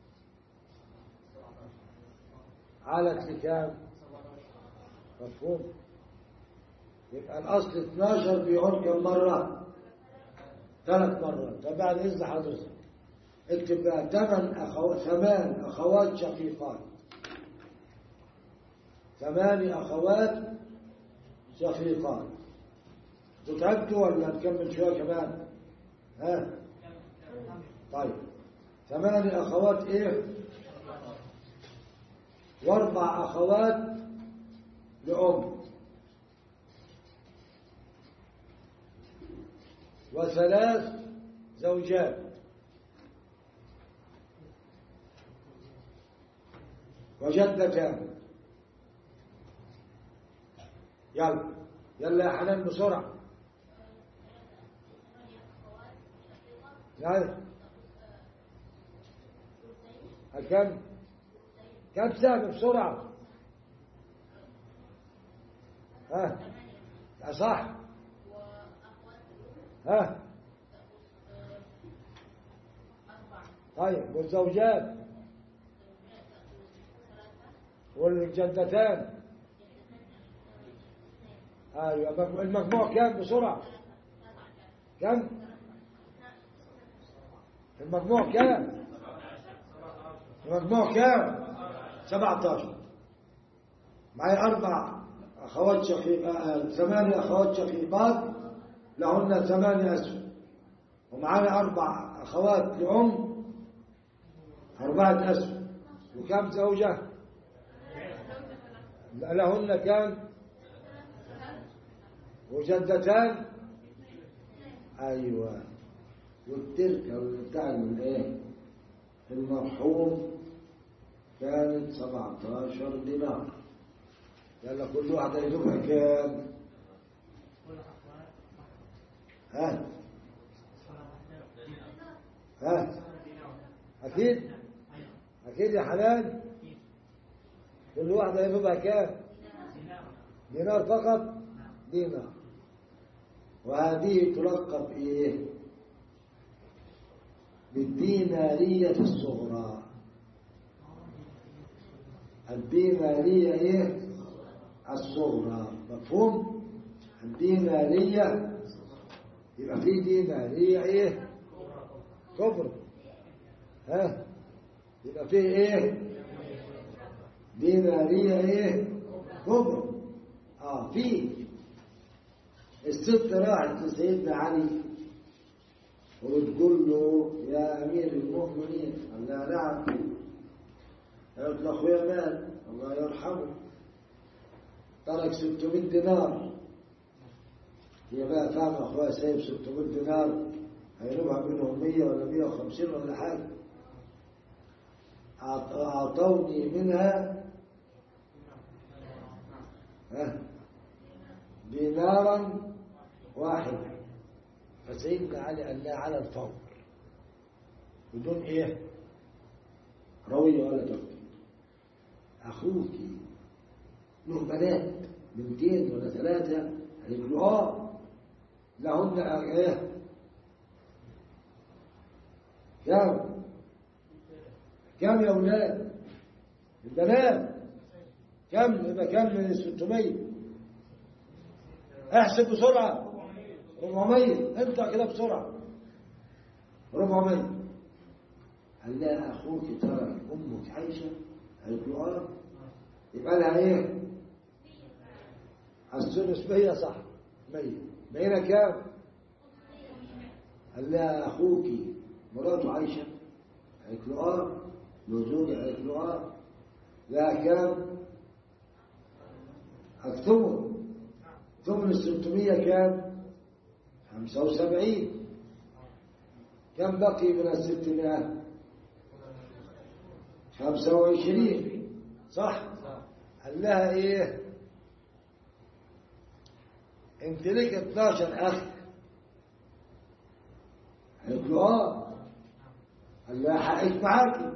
علت لكام مفهوم يبقى الأصل اثناشر بيعود كم مرة ثلاث مرات طب بعد إذن حضرتك اكتب بقى ثمان أخوات ثمان أخوات شقيقات ثمان أخوات شقيقات تعبتوا ولا نكمل شوية كمان ها طيب ثمان أخوات إيه واربع أخوات لأم وثلاث زوجات وجدتان يلا يلا يا حنان بسرعة يلا كم كم سهم بسرعة ها صح ها طيب والزوجات والجدتان ايوه المجموع كام بسرعة كم المجموع كام المجموع كام سبعة عشر معي أربع أخوات شقيقات ثمانية أخوات شقيقات لهن ثمانية أسهم ومعانا أربع أخوات لأم أربعة أسهم وكم زوجة لهن كم وجدتان أيوة والتركة والبتاع من إيه المرحوم كانت سبعة عشر دينار يلا كل واحدة يدوبها كام ها ها أكيد أكيد يا حلال كل واحدة يدوبها كام دينار فقط دينار وهذه تلقب إيه بالدينارية الصغرى الدينارية إيه الصغرى. مفهوم؟ الدينارية يبقى في دينارية إيه كبرى. ها يبقى في إيه دينارية إيه كبرى. آه في الست راحت لسيدنا علي وتقول له يا أمير المؤمنين. قال لها نعم. قالت له أخويا مات الله يرحمه ترك ستمائة دينار. هي بقى فاهمة أخويا سايب ستمائة دينار هينبها منهم مية ولا مية وخمسين ولا حاجة. أعطوني منها ها دينارا واحدا. فسيدنا علي قال لا على الفور بدون ايه روية ولا تفكير. اخوك له بنات بنتين ولا ثلاثة هيقولوا اه لهن ايه كم كم يا اولاد البنات كم يبقى كم من ستمائة احسب بسرعة أربعمائة انت كده بسرعة أربعمائة. قال لا أخوك ترى أمك عايشة قالت له آه يبقى لها إيه الثلث مية صح مية بقينا كام. قال لا أخوك مراته عايشة قالت له آه له زوجة قالت له آه لا كام الثمن ثمن الستمية كام خمسة وسبعين. كم بقي من الستمائة خمسة وعشرين صح. قال لها ايه انت لك اثناشر اخ قالت له اه. قال لها حقك معاكي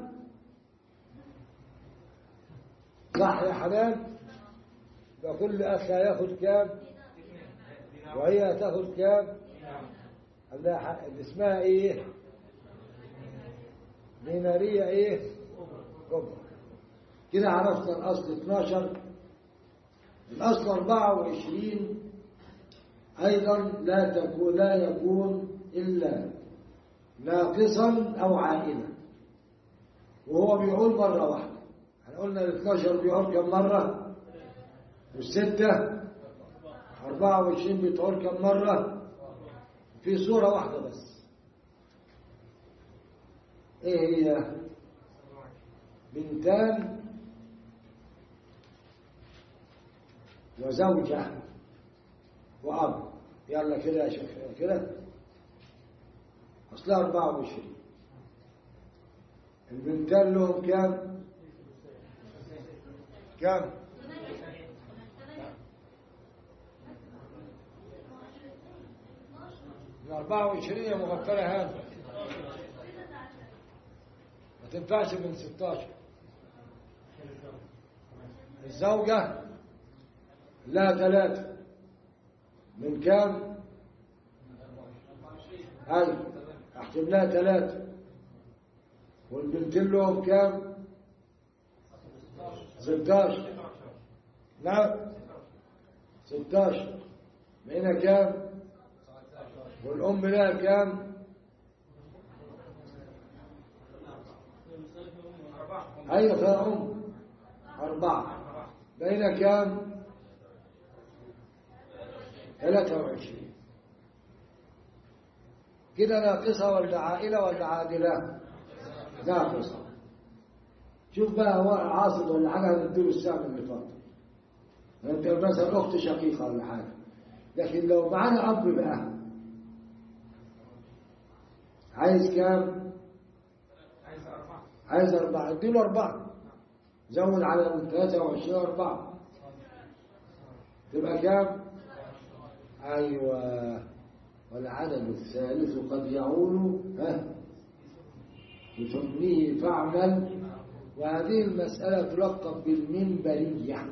صح يا حنان. فكل اخ هياخد كام وهي هتاخد كام. قال لها حق اسمها ايه دينارية ايه كبرى. كده عرفنا الاصل اثناشر. الاصل أربعة وعشرين ايضا لا تكون لا يكون الا ناقصا او عائلا وهو بيعول مرة واحدة. احنا قلنا ال اثناشر بيعول كم مرة والستة أربعة وعشرين بيتعول كم مرة في صورة واحدة بس. ايه هي بنتان وزوجة وأب. يلا كده يا شيخ كده أصلها أربعة وعشرين. البنتان لهم كام كام من أربعة وعشرين مغفرة هذا ما تنفعش من ستاشر. الزوجة لا ثلاثة من كام هاي احسب لها ثلاثة. والبنتين لهم كام ستاشر. نعم ستاشر. هنا كام والأم لها كام أيوة فيها أم أربعة. بين كام ثلاثة وعشرين. كده ناقصة ولا عائلة ولا عادلة ناقصة. شوف بقى هو عاصد ولا حاجة هنديله السهم اللي فات. انت مثلا أخت شقيقة ولا حاجة. لكن لو معانا أب بقى عايز كام عايز أربعة اديله أربعة زود على ثلاثة وعشرين أربعة تبقى كام أيوة. والعدد الثالث قد يعول ها بفضله فاعمل. وهذه المسألة تلقب بالمنبرية.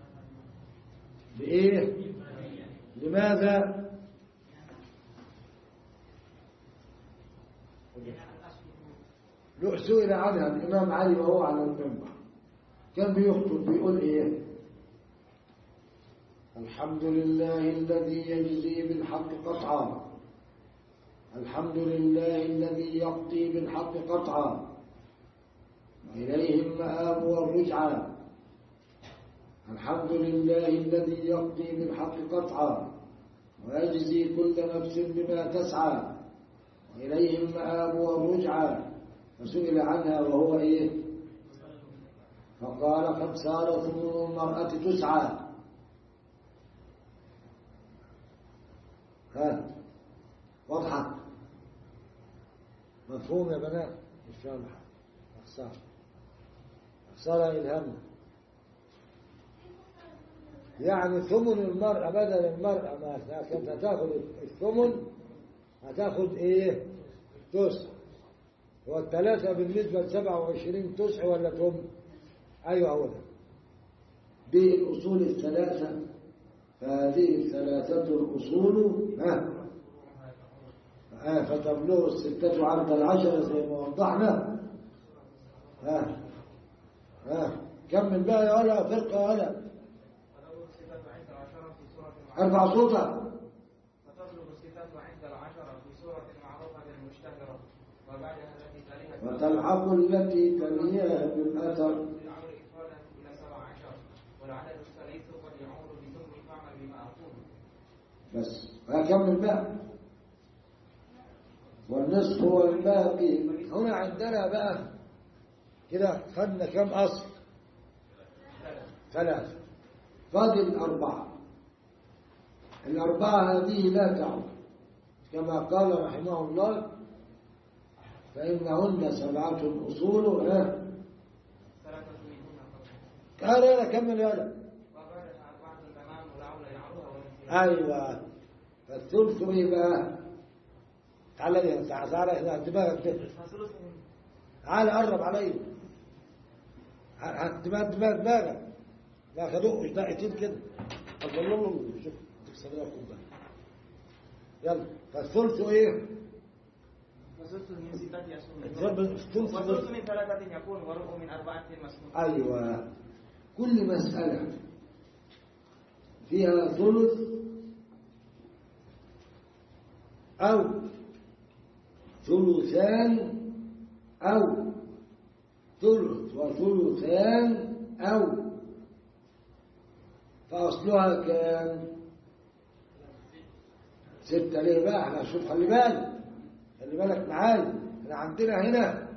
بإيه لماذا لو سئل عنها الإمام علي وهو على المنبر
كان بيخطب بيقول إيه؟ الحمد لله الذي يجزي بالحق قطعا، الحمد لله الذي يقضي بالحق قطعا، إليه المآب والرجعى، الحمد لله الذي يقضي بالحق قطعا ويجزي كل نفس بما تسعى وإليه المآب والرجعى. فسئل عنها وهو إيه؟ فقال قد صار ثمن المرأة تسعى. ها وضحت؟ مفهوم يا بنات؟ مش فاهم حاجة. أخسار أخسار إلهام. يعني ثمن المرأة بدل المرأة ما كانت هتاخد الثمن هتاخد إيه؟ تسع. هو الثلاثة بالنسبة لسبعة وعشرين تسع ولا ثمن؟ أيوة هو ده. بالأصول الثلاثة، فهذه الثلاثة الأصول ها آه فتبلغ الستة عرض العشرة زي ما وضحنا. ها ها كمل بقى يا ولا فرقة ولا أربع صوتة.
فتبلغ الستة عند العشرة في سورة معروفة المشتهرة وبعدها التي تليها
وتلحق التي تليها بالأثر
بالعمر إفرادا إلى سبع عشر والعدد الثالث قد يعود بثم فاعمل بما أقول.
بس هكمل بقى. والنصف والباقي. هنا عندنا بقى كده خدنا كم أصل؟ ثلاثة. فاضل أربعة. الأربعة هذه لا تعود كما قال رحمه الله فإنهن سبعة أصول. ها قال لا كمل يلا. أيوة. فالثلث إيه بقى؟ تعال لي تعال تعال دماغك كده. تعال قرب علي. دماغ دماغ دماغك. لا خدوه دقيقتين كده. الله الله الله شوف تكسر بقى. يلا. فالثلث إيه؟
وثلث من ستة يسون
الثلث
وثلث من ثلاثة يكون وربع من أربعة مسموح.
أيوة. كل مسألة فيها ثلث أو ثلثان أو ثلث وثلثان أو فأصلها كان ستة. ليه بقى؟ احنا شوف خلي بالك خلي بالك معايا. احنا عندنا هنا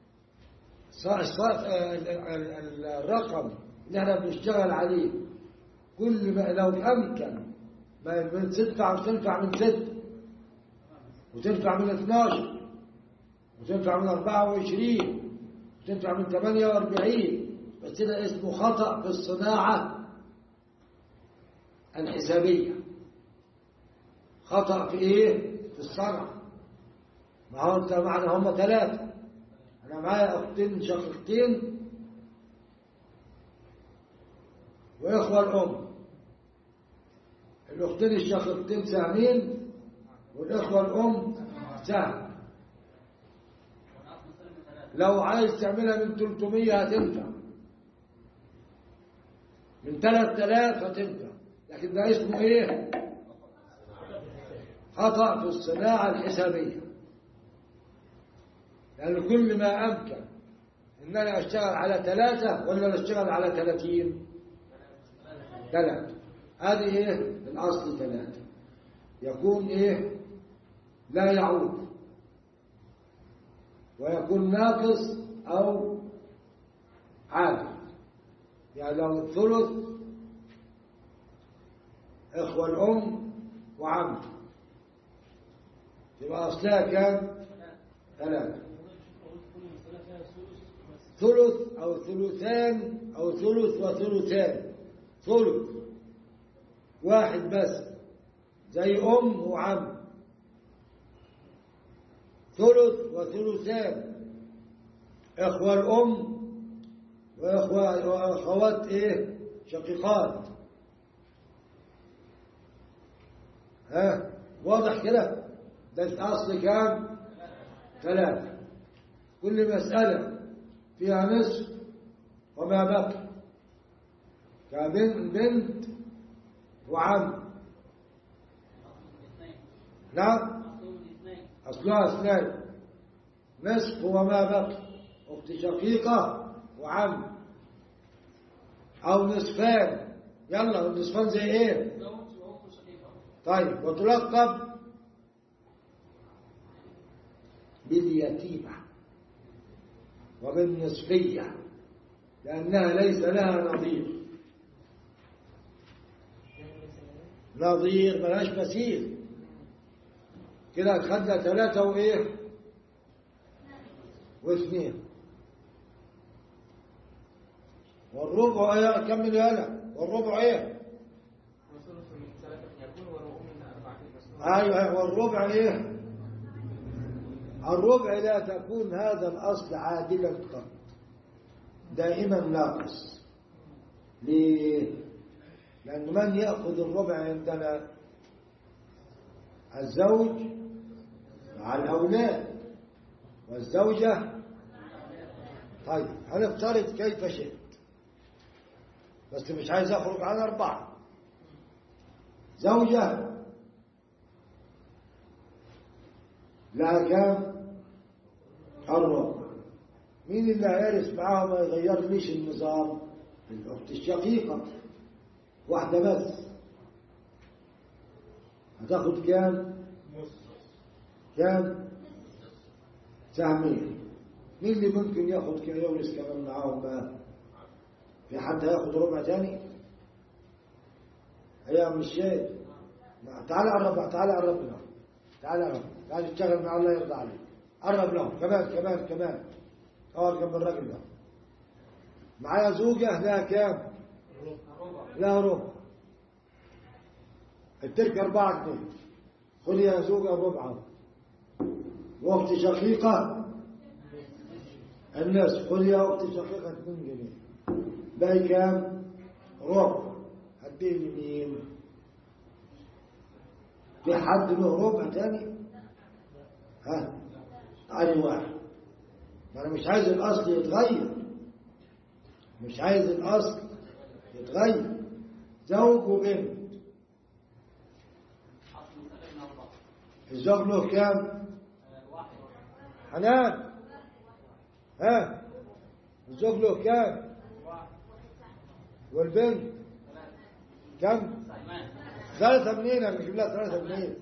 الرقم اللي احنا بنشتغل عليه كل ما لو أمكن ما من تدفع وتنفع من ست وتنفع من اثناشر وتنفع من أربعة وعشرين وتنفع من ثمانية وأربعين. بس ده اسمه خطأ في الصناعة الحسابية. خطأ في ايه؟ في الصنعة. ما هو انت معنا هم ثلاثة. انا معايا اختين شقيقتين واخوة الام. الاختين الشقيقتين سهمين والاخوة الام سهم. لو عايز تعملها من ثلاثمية هتنفع، من ثلاثة آلاف هتنفع. لكن ده اسمه ايه؟ خطأ في الصناعة الحسابية. لأن كل ما أمكن إن أنا أشتغل على ثلاثة ولا أشتغل على ثلاثين؟ ثلاثة. هذه إيه؟ الأصل ثلاثة. يكون إيه؟ لا يعود ويكون ناقص أو عادل. يعني لو الثلث إخوة الأم وعم يبقى أصلها كام؟ ثلاثة. ثلث أو ثلثان أو ثلث وثلثان. ثلث واحد بس زي أم وعم. ثلث وثلثان إخوة الأم وإخوة وأخوات إيه؟ شقيقات. ها واضح كده؟ ده الأصل كام؟ ثلاثة. كل مسألة فيها نصف وما بقي كبنت بنت وعم. نعم أصلها اثنين، نصف وما بقي، أخت شقيقة وعم، أو نصفان. يلا النصفان زي إيه؟ طيب. وتلقب باليتيمة وبالنصفية لأنها ليس لها نظير. نظير ملاش مثيل. كده أخذنا ثلاثة وإيه واثنين. والربع إيه؟ كمل يلا. والربع إيه؟ أيوة. والربع إيه؟ الربع لا تكون هذا الأصل عادلا قط، دائما ناقص. ليه؟ لأن من يأخذ الربع عندنا؟ الزوج مع الأولاد والزوجة. طيب هنفترض كيف شئت، بس مش عايز أخرج عن أربعة. زوجة لها كام؟ الربع. مين اللي هيرث معاها ما يغير ليش النظام؟ الأخت الشقيقة واحدة بس. هتاخد كام؟ كام؟ سهمين. مين اللي ممكن ياخد كده يورث كمان معاهم بقى؟ في حد هياخد ربع تاني؟ ايام مش شيء. تعال قرب، تعال قرب لهم، تعال قرب، تعال تشتغل مع الله يرضى عليك. قرب لهم كمان كمان كمان. اقعد جنب الراجل ده. معايا زوجة لها كام؟ لها ربع. الترك أربعة جنيه. خذ يا زوجة ربعة. واخت شقيقة النصف. خذ يا اخت شقيقة اثنين جنيه. باقي كام؟ ربع. هديه لمين؟ في حد له ربع تاني؟ ها؟ تعالي واحد. ما انا مش عايز الاصل يتغير، مش عايز الاصل يتغير. زوج وبنت. الزوج له كام؟ حنان. ها؟ الزوج له كام؟ والبنت كم؟ ثلاثة منين؟ انا بجيب لها ثلاثة منين؟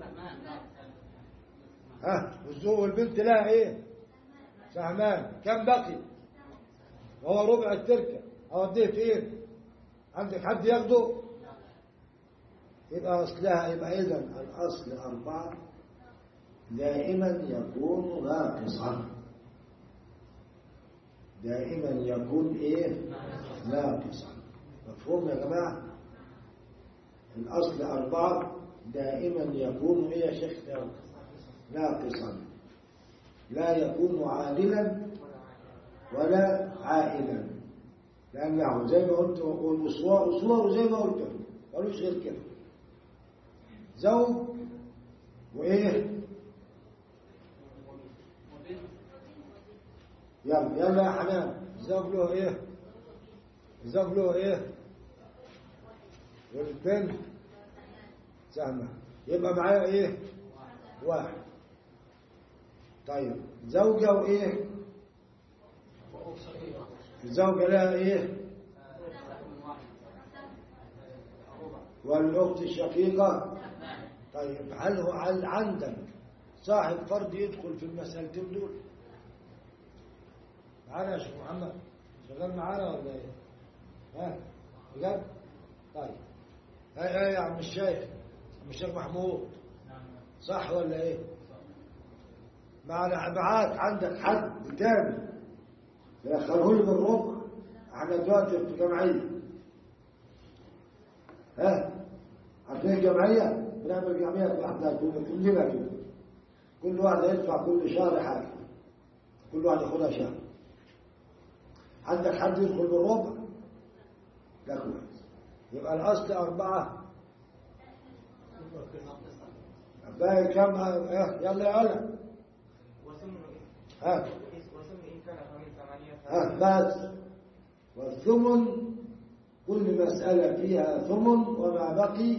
ها؟ والزوج والبنت لها ايه؟ سهمان. كم بقي؟ وهو ربع التركة. اوديه فين؟ عندك حد ياخده؟ يبقى اصلها، يبقى اذا الاصل أربعة دائما يكون ناقصا. دائما يكون ايه؟ ناقصا. مفهوم يا جماعة؟ الأصل أربعة دائما يكون ايه يا شيخ؟ ناقصا، لا يكون عادلا ولا عائلا. لأنه زي ما قلت، والصور وصور زي ما قلت قالوش غير كده. زوج وإيه؟ يلا يلا يا حنان. الزوج له إيه؟ الزوج له إيه؟ والبنت سهمة. يبقى معايا إيه؟ واحد. طيب زوجة وإيه؟ الزوجة لها إيه؟ والأخت الشقيقة. طيب هل هو هل عندك صاحب فرد يدخل في المسألتين دول؟ معانا يا شيخ محمد؟ شغال معانا ولا إيه؟ ها؟ بجد؟ طيب هاي هاي يا عم الشيخ، عم الشيخ محمود، صح ولا إيه؟ معاك عندك حد تاني يدخله لي بالربع؟ احنا دلوقتي في جمعيه. ها؟ عارفين الجمعيه؟ بنعمل جمعيه واحده كلنا كده. كل واحد يدفع كل شهر حاجه، كل واحد ياخدها شهر. عندك حد يدخل بالربع؟ لا كويس. يبقى الاصل اربعه. باقي كم؟ يلا يلا. ها ها بس. والثمن
كل مسألة فيها ثمن وما بقي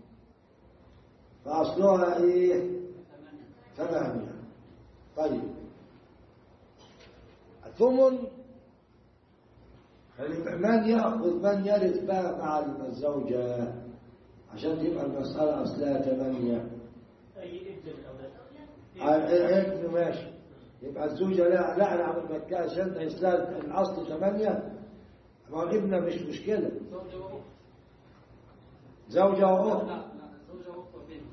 فأصلها إيه؟ ثمانية. طيب الثمن من يأخذ من يرث بقى مع الزوجة عشان تبقى المسألة أصلها ثمانية.
أي ابن من أولاد
ابن ماشي، يبقى الزوجة لا لا أنا عمل مكة عشان إسلام الأصل ثمانية، ما الابنة مش مشكلة. زوجة وأخت.
لا لا زوجة وأخت وبنت.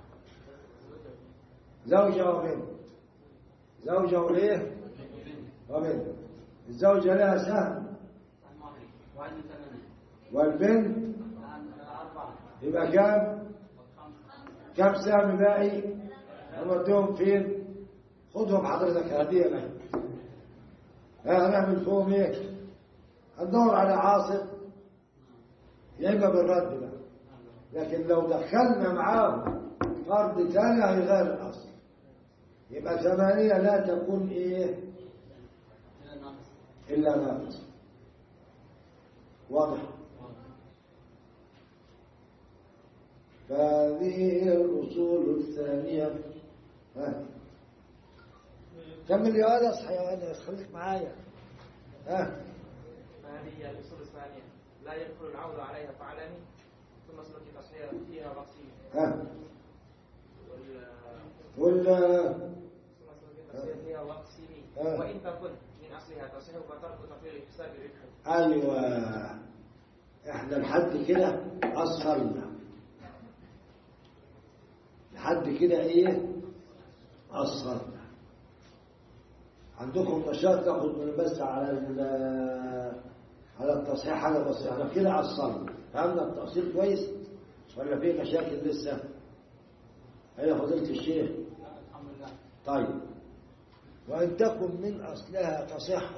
زوجة وبنت. زوجة وإيه؟ وبنت. الزوجة لها سهم.
واحد من ثمانية.
والبنت
أربعة.
يبقى كام؟ كم سهم باقي؟ نوديهم فين؟ خدهم حضرتك هدية لك. ها هنعمل فيهم ايه؟ هندور على عاصب يا اما بالرد بقى، لكن لو دخلنا معاهم فرد ثاني هيغير الاصل، يبقى ثمانية لا تكون ايه؟ الا ناقص. واضح؟ فهذه الأصول الثانية. ها كمل يا ولد، اصحى يا ولد، خليك معايا. ها
فهذه هي الأصول الثانية لا يدخل العول عليها فعلني ثم سلك تصحيح فيها وقصير.
ها
وال
وال
ثم سلك تصحيح فيها وقصير وإن تكن من أصلها تصحيح فترك تفريغ حساب الربح.
أيوة إحنا لحد كده أصلنا، لحد كده إيه أصلنا. عندكم نشاط تاخد من بس على على التصحيح حاجة بس، احنا كده أصلنا. فهمنا التأصيل كويس ولا في مشاكل لسه؟ هي فضيلة الشيخ.
الحمد لله.
طيب وإن تكن من أصلها تصح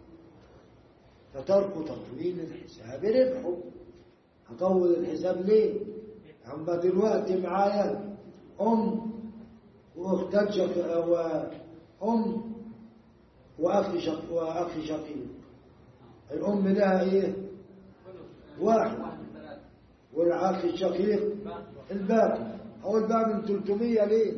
فترك تطويل الحساب ربحه. هطول الحساب ليه؟ أما دلوقتي معايا أم وأختان شق... وأم وأخ شق... وأخ شقيق. الأم لها إيه؟ واحد، والأخ الشقيق الباقي. هو الباقي من ثلاثمية ليه؟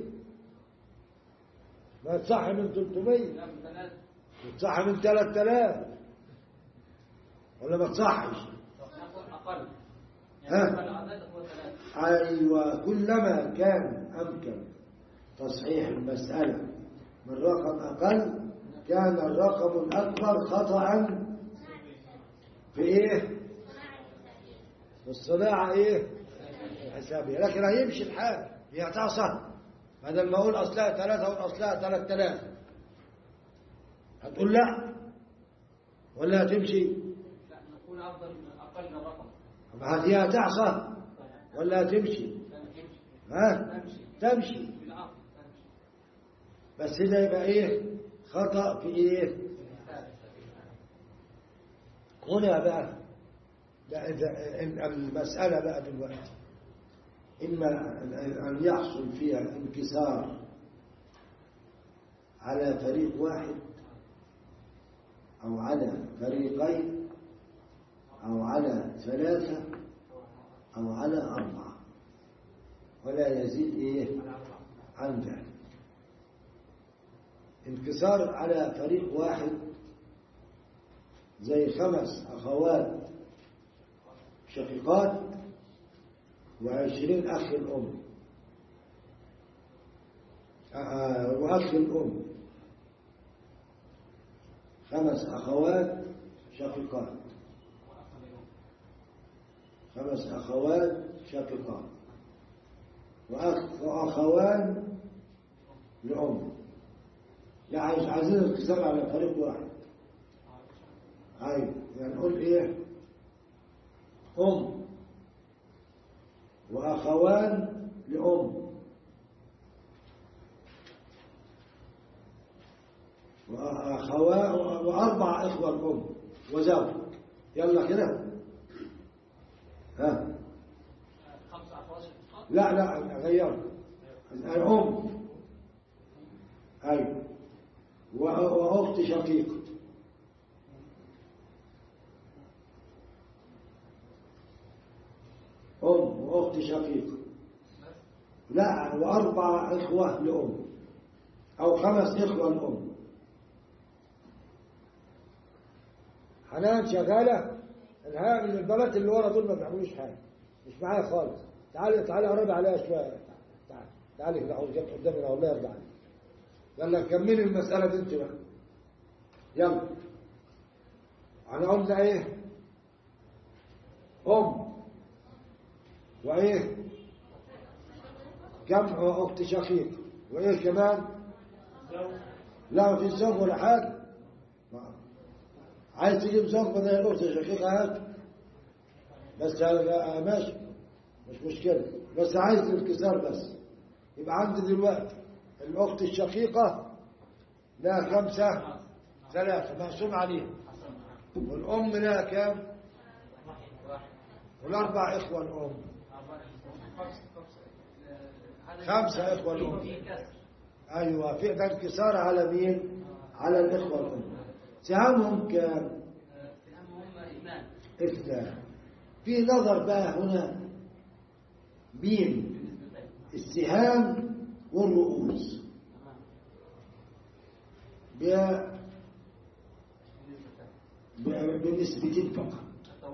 ما تصح من ثلاثمية، تصح من ثلاثة آلاف ولا ما تصحش؟
أقل.
ها؟ أيوة كلما كان أمكن تصحيح المسألة من رقم أقل كان الرقم الأكبر خطأ في إيه؟ في الصناعة إيه؟ حسابية. لكن هيمشي الحال، هي هتعصى بدل ما أقول أصلها ثلاثة أقول أصلها ثلاثة آلاف، هتقول لا ولا هتمشي؟
لا نقول أفضل من أقل من الرقم.
هي هتعصى ولا هتمشي؟ ها؟ تمشي. بس ده يبقى ايه؟ خطأ في ايه؟ هنا بقى المسألة بقى دلوقتي إما أن يحصل فيها انكسار على فريق واحد أو على فريقين أو على ثلاثة أو على أربعة ولا يزيد إيه عن ذلك. انكسار على فريق واحد زي خمس أخوات شقيقات وعشرين أخ الأم آه وأخ الأم، خمس أخوات شقيقات خمس أخوات شقيقات وأخ وأخوان لأم. لا عايز عايزين انكسار على فريق واحد. أيوة يعني نقول إيه؟ أم وأخوان لأم وأخوان وأربع إخوة الأم وزوج. يلا كده. ها
خمسة أخوات.
لا لا غير الأم. أيوة وأخت شقيقة أخت شقيقة. لا، وأربع إخوة لأم أو خمس إخوة لأم.
حنان شغالة؟ الها من البنات اللي ورا دول ما بيعملوش حاجة، مش معايا خالص. تعالي تعالي قرب عليها شوية. تعالي تعالي كده عاوز جت قدامنا والله يرضى عليك. يلا كملي المسألة دي انت بقى. يلا. احنا قلنا ايه؟ أم وإيه؟ كم أخت شقيق وإيه كمان؟ لا، ما في زوج ولا حاجة. عايز تجيب زوج بدل الأخت الشقيقة هات، بس ماشي مش مشكلة، بس عايز الانكسار بس. يبقى عندي دلوقتي الأخت الشقيقة لها خمسة ثلاثة مقسوم عليها، والأم لها كام؟ والأربع إخوة الأم خمسة إخوة الأم. أيوة، في ده انكسار على مين؟ على الإخوة الأم. سهامهم كام؟ اثنان. في نظر بقى هنا بين السهام والرؤوس بنسبتين فقط.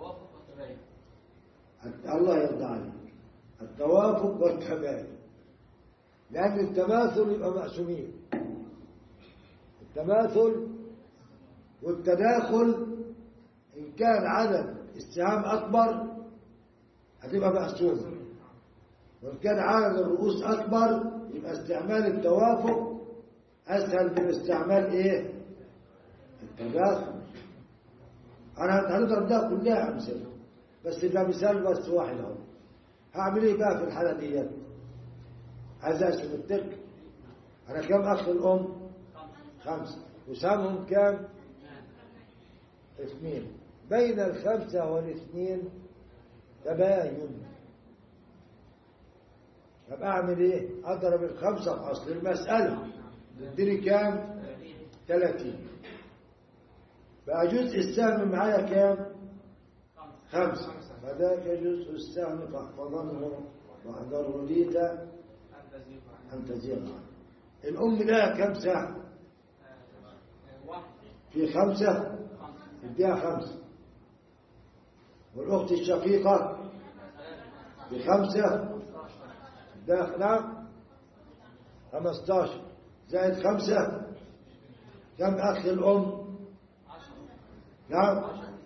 الله يرضى عليك. التوافق والتباين، لأن التماثل يبقى مقسومين. التماثل والتداخل إن كان عدد السهام أكبر هتبقى مقسومة، وإن كان عدد الرؤوس أكبر يبقى استعمال التوافق أسهل من استعمال إيه؟ التداخل. أنا هنضرب ده كلها أمثلة، بس ده مثال بس واحد أهو. هعمل إيه بقى في الحالة ديت؟ عايز أقسم الترك. أنا كم أخ الأم؟ خمسة. وسامهم كام؟ اثنين. بين الخمسة والاثنين تباين. طب أعمل إيه؟ أضرب الخمسة في أصل المسألة تديني كام؟ ثلاثين. بقى جزء السهم معايا كام؟ خمسة. فذاك جزء السهم فاحفظنه واحذر رديت أن تزيغ. الأم لها كم سهم؟ في خمسة اديها خمسة. والأخت الشقيقة بخمسة داخل خمستاشر زائد خمسة كم أخ الأم؟ نعم.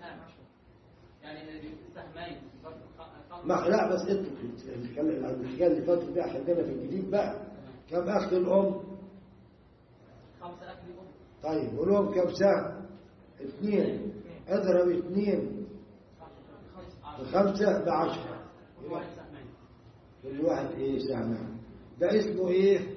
ما لا بس انت الحكايه اللي فاتت بقى خلينا في الجديد بقى. كم أخ الأم؟
خمسة أخ الأم.
طيب ولهم كم سهم؟ اثنين. اضرب اثنين بخمسة بعشرة. كل واحد ايه سهمان. ده اسمه ايه؟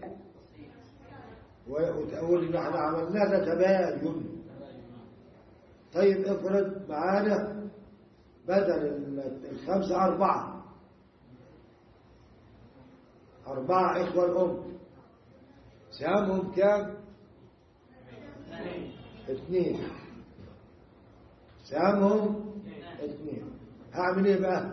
وتقول ان احنا عملنا ده تباين. طيب افرض معانا بدل الخمسة أربعة. أربعة إخوة الأم سهامهم كام؟ اثنين. سهامهم اثنين. هعمل ايه بقى؟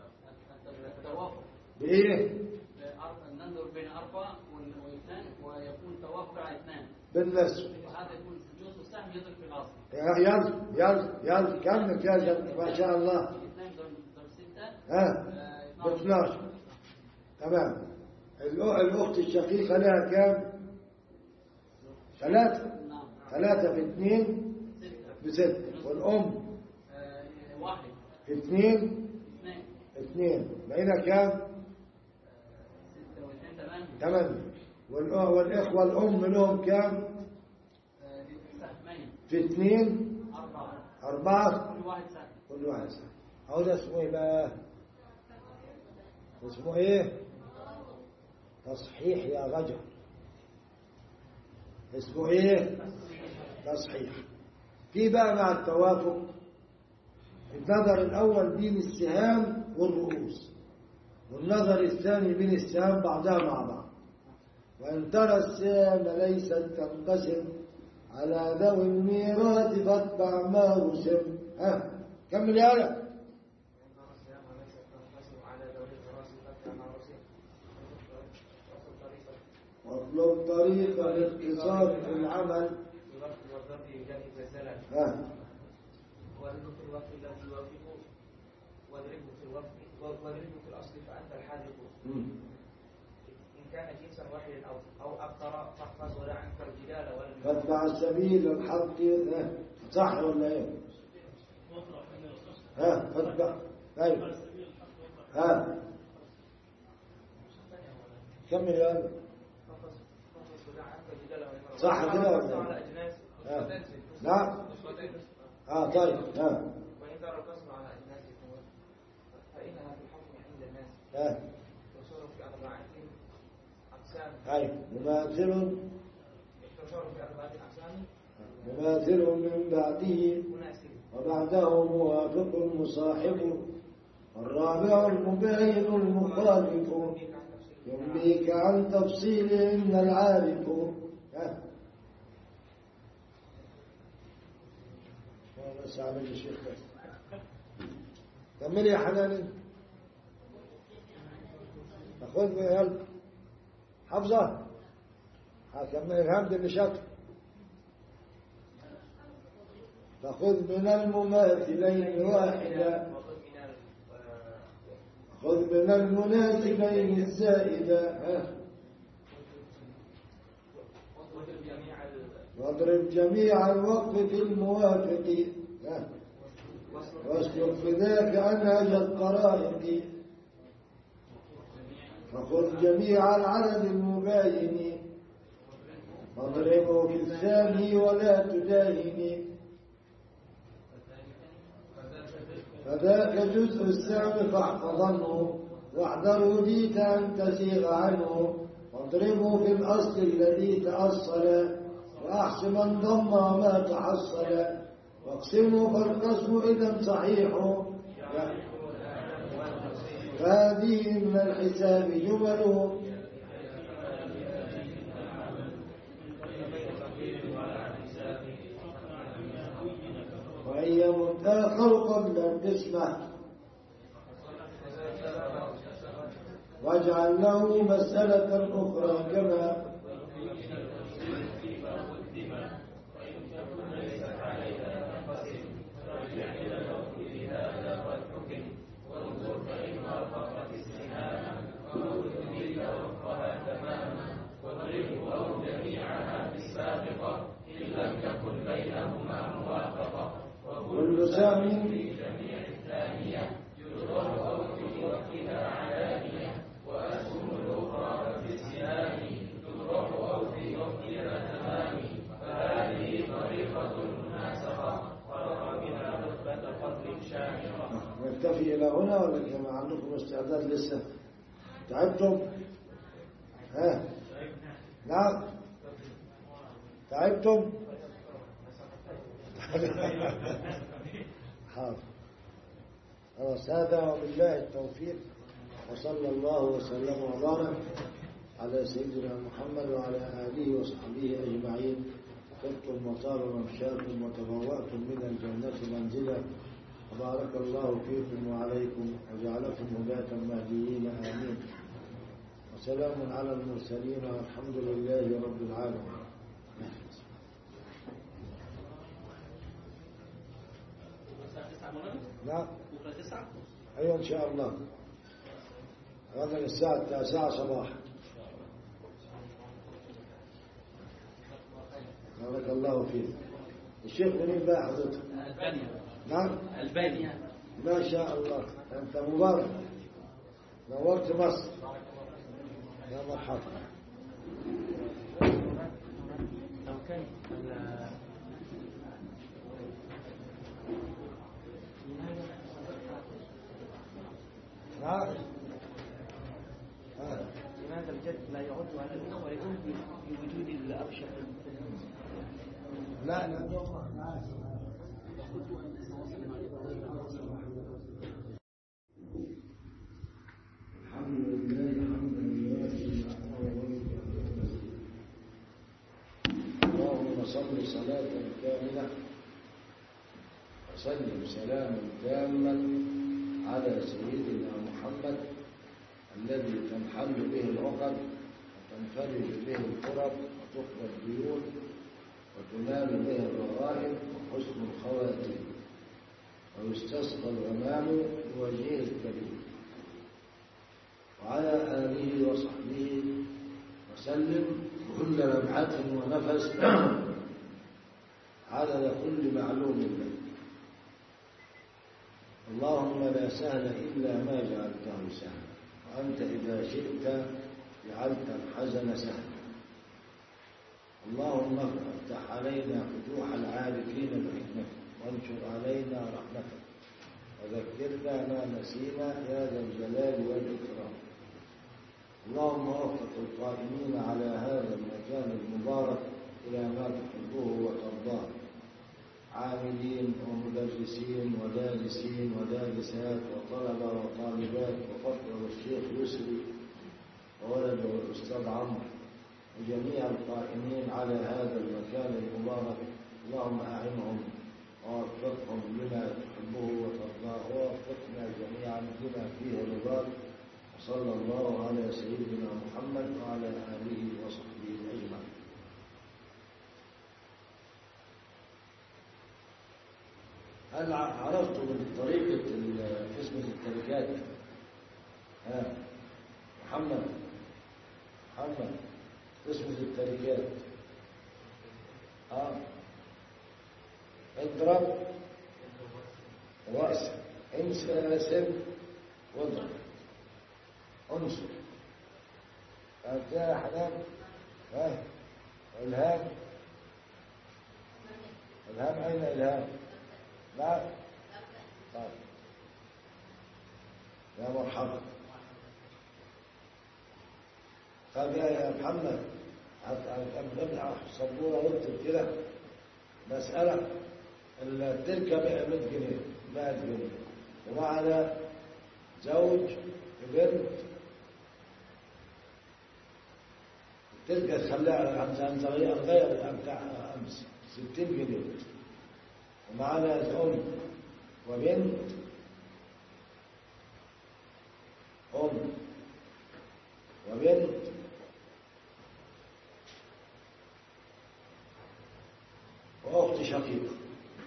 بإيه؟
ننظر بين أربعة واثنان ويكون توافق على اثنان
بالنسبة.
وهذا يكون جزء السهم يضرب في الأصل.
يلا يلا يلا كمل كده ما شاء الله.
اثنان ضرب ستة.
ها ب اثناشر. تمام. الأخت الشقيقة لها كام؟ ثلاثة. ثلاثة في اثنين بستة. والأم
واحد
في اثنين اثنين. بقينا كام؟
ستة واثنين ثمانية.
ثمانية. والإخوة الأم لهم كام؟
سهمين.
في اثنين
أربعة.
أربعة.
كل واحد سهم.
كل واحد سهم. أهو ده اسمه إيه بقى؟ اسمه إيه؟ تصحيح يا رجل. اسمه إيه؟ تصحيح. في بقى مع التوافق النظر الأول بين السهام والرؤوس، والنظر الثاني بين السهام بعضها مع بعض. وإن ترى السهام ليست تنقسم على ذوي الميراث فاتبع ما رسم. ها كمل يا ولد.
واطلب طريق الاقتصاد في العمل.
الوقت والظرف يجهز سلام.
ها
واضربه في الوقت الذي يوافقه واضربه في الوقت واضربه في الأصل فأنت الحاذق. إن كان جنسا واحدا أو أو أكثر فاحفظ ولا عنك الجدال ولا
فاتبع السبيل الحق. صح ولا ايه؟ ها فاتبع. ايوه ها كمل يا ولد. صح كده ولا ايه؟ نعم. اه طيب. ها
وإن ترى القسم على أجناس فإنها في الحكم عند الناس.
ها
تصور في أربعة أقسام.
ايوه مماثل
تصور في أربعة أقسام.
مماثل من بعده وبعده موافق مصاحب. الرابع المبين المخالف ينبيك عن تفصيلهن العارف. ها بس عامل الشيخ بس. كمل يا حناني. خذ يلا حفظه. هكمل الهمد اللي شكل. فخذ من المماثلين واحدا. خذ من المناسبين الزائدة. واضرب جميع الوقف في الموافق. واسلك في ذاك أنهج القرائق. فخذ جميع العدد المباين. واضربه في الثاني ولا تداهن. فذاك جزء السهم فاحفظنه. واحذر هديت أن تسيغ عنه. واضربه في الأصل الذي تأصل. وأحسما ضم ما تحصل. واقسمه فالقسم إذا صحيح. فهذه من الحساب جمل. وهي متأخر قبل القسمة. واجعل له مسألة أخرى كما كل سهم في جميع الثانية يضرب أو في وقتها علانية. وأسهم الأخرى في السهام تضرب أو في وقتها تمام. فهذه طريقة مناسبة فرق بها رتبة فضل شامخة. نكتفي إلى هنا ولا كما عندكم استعداد لسه؟ تعبتم؟ ها؟ نعم تعبتم؟ حاضر خلاص. هذا وبالله التوفيق. وصلى الله وسلم وبارك على سيدنا محمد وعلى آله وصحبه أجمعين. طبتم وطاب ممشاكم وتبوأتم من الجنة منزلا. وبارك الله فيكم وعليكم وجعلكم هداة مهديين آمين. وسلام على المرسلين والحمد لله رب العالمين. نعم
بكرة تسعة.
أيوة إن شاء الله. غدا الساعة التاسعة صباحا. بارك الله فيك. الشيخ منين بقى حضرتك؟
ألبانيا.
نعم
ألبانيا.
ما شاء الله أنت مبارك. نورت مصر. يا مرحبا.
لو كان
نعم.
لماذا الجد لا يعد على الأخوة يقول بوجود الأبشر؟
لا لا الحمد لله حمدا يوافي اللهم صل صلاة كاملة وسلم سلاما تاما على سيدنا محمد الذي تنحل به العقد
تنفرج به الكرب وتقضى الديون وتنال به الرغائب وحسن الخواتيم ويستسقى الغمام بوجهه الكريم وعلى آله وصحبه وسلم كل لمحة ونفس عدد كل معلوم لك. اللهم لا سهل إلا ما جعلته سهلا وأنت إذا شئت جعلت الحزن سهلا. اللهم افتح علينا فتوح العارفين بحكمتك وانشر علينا رحمتك وذكرنا ما نسينا يا ذا الجلال والإكرام. اللهم وفق القائمين على هذا المكان المبارك إلى ما تحبه وترضاه، عاملين ومدرسين ودارسين ودارسات وطلبة وطالبات وفضل الشيخ يسري وولده الأستاذ عمرو وجميع القائمين على هذا المكان المبارك. اللهم أعنهم ووفقهم لما تحبه وترضاه ووفقنا جميعا لما فيه رضاك. وصلى الله على سيدنا محمد وعلى آله وصحبه أجمعين. هل عرفتم من طريقة قسمة التركات؟ ها محمد محمد قسمة التركات. ها اضرب رأس انسب واضرب انصر. يا حنان ها الهام الهام أين الهام؟ لا طيب يا مرحبا. طيب يا محمد نبدأ السبورة واكتب كده مسألة التركة مئة جنيه مئة جنيه ومعنا زوج بنت التركة تخليها غير أمس ستين جنيه ومعنا أم وبنت أم وبنت وأخت شقيقة.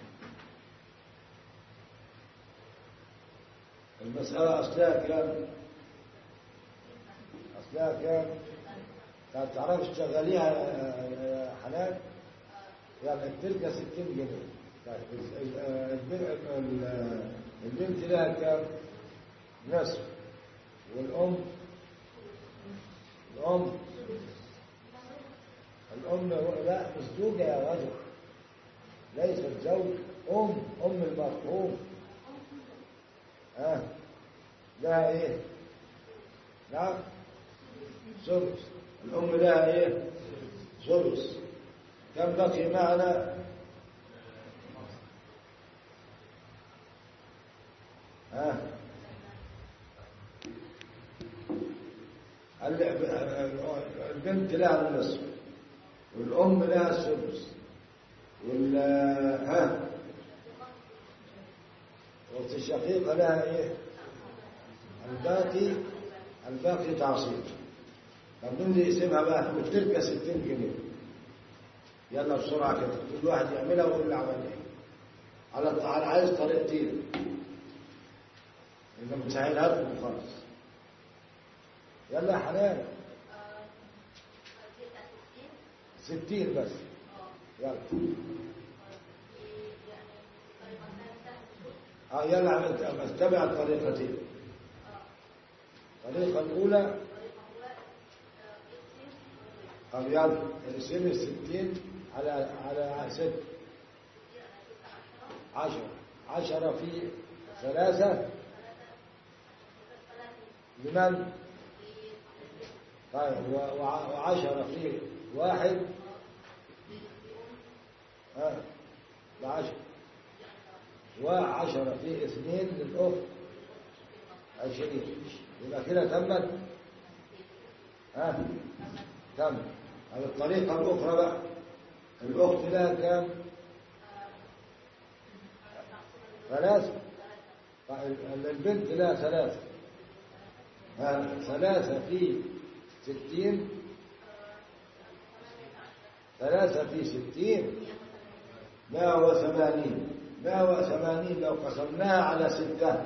المسألة أصلها كام؟ أصلها كام؟ تعرفش تشغليها يا حنان؟ يعني التركة ستين جنيه. البنت لها كام؟ نصف. والأم الأم الأم لا مش زوجة يا رجل، ليست زوج، أم أم المرحوم. ها آه. لها إيه؟ نعم ثلث. الأم لها إيه؟ ثلث. كم بقي معنا؟ ها آه. البنت لها النصف والأم لها السدس وال ها والأخت الشقيقة لها إيه؟ الباقي الباقي تعصيب. طب مين اللي يقسمها بقى؟ والتركة ستين جنيه. يلا بسرعة كده كل واحد يعملها ويقول لي عمل إيه. على على عايز طريقتين إنه مسهلها لكم خالص. يلا يا حنان ستين بس. يلا اه يلا استمع الطريقتين. الطريقة الأولى طب يلا اقسم الستين على على ست عشرة عشرة في ثلاثة لمن؟ طيب وعشرة في واحد ها بعشرة وعشرة في اثنين للأخت عشرين. يبقى كده تمت. ها تم. على الطريقة الأخرى بقى الأخت لها كام؟ ثلاثة. البنت لها ثلاثة. ثلاثة في ستين ثلاثة في ستين مائة وثمانين. مائة وثمانين لو قسمناها على ستة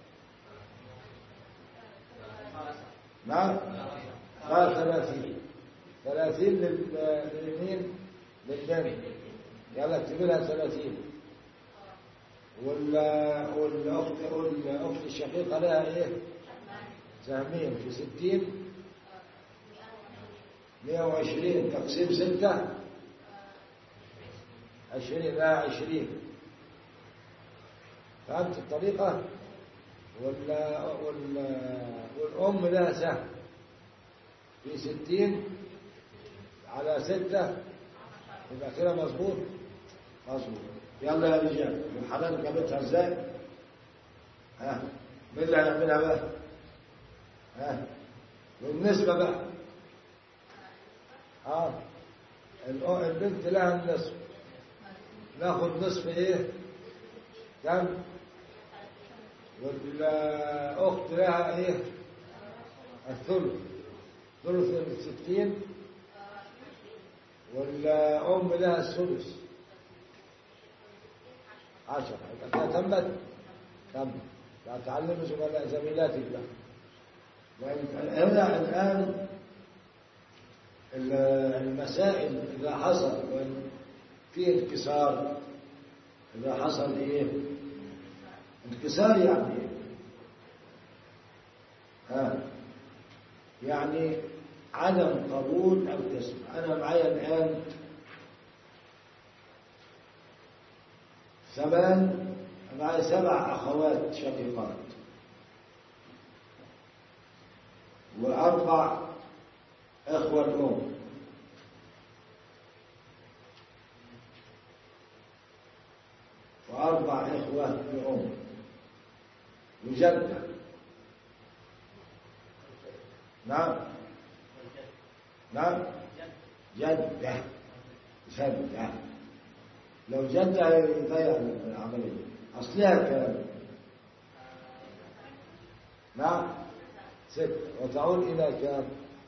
نعم صار ثلاثين. ثلاثين لليمين للجانب، يلا اكتب لها ثلاثين. والأخت والأخت الشقيقة لها إيه؟ سهمين في ستين مئة وعشرين تقسيم ستة عشرين لها عشرين. فهمت الطريقة؟ وال... وال... والأم لها سهم في ستين على ستة، يبقى كده مظبوط مظبوط. يلا يا رجال، الحلال جابتها ازاي؟ ها مين اللي هيعملها بقى؟ ها والنسبة بقى اه البنت لها النصف، ناخد نصف ايه؟ كم؟ والأخت لها ايه؟ الثلث، ثلث الستين. والأم لها السدس عشرة. يبقى كده تمت تم. تعلموا زملاء زميلاتك بقى. هنا الآن المسائل إذا حصل في انكسار، إذا حصل إيه؟ انكسار يعني إيه؟ ها يعني عدم قبول القسم. أنا معايا الآن ثمان، معايا سبع أخوات شقيقات وأربع إخوة الأم وأربع إخوة الأم وجدة. نعم نعم جدة جدة. لو جدة يضيع العملية أصلها كام؟ نعم ست، وتعود إلى كام؟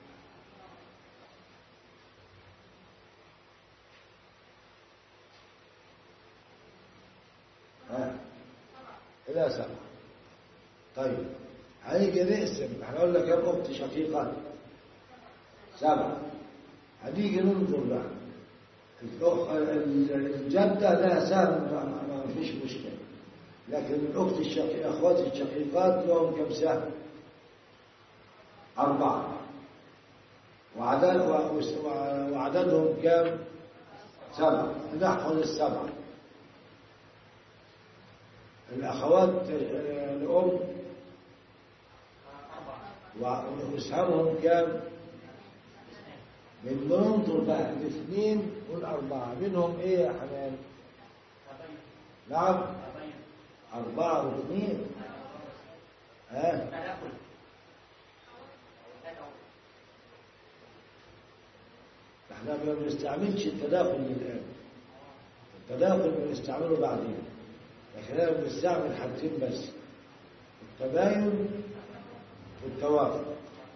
ها إلى سبعة. طيب هنيجي نقسم، هنقول لك كم أخت شقيقة؟ سبعة. هنيجي ننظر بقى الأخ الجدة لها سهم ما فيش مشكلة، لكن الأخت الشقيقة أخوات الشقيقات لهم كم سهم؟ أربعة. وعدد وعددهم كم؟ سبعة. نحفظ السبعة. الأخوات الأم وسهمهم كم؟ من ننظر بقى الاثنين والأربعة منهم إيه يا حنان؟ نعم أربعة واثنين. ها احنا ما بنستعملش التداخل الآن، التداخل بنستعمله بعدين، لكن احنا بنستعمل حاجتين بس، التباين والتوافق.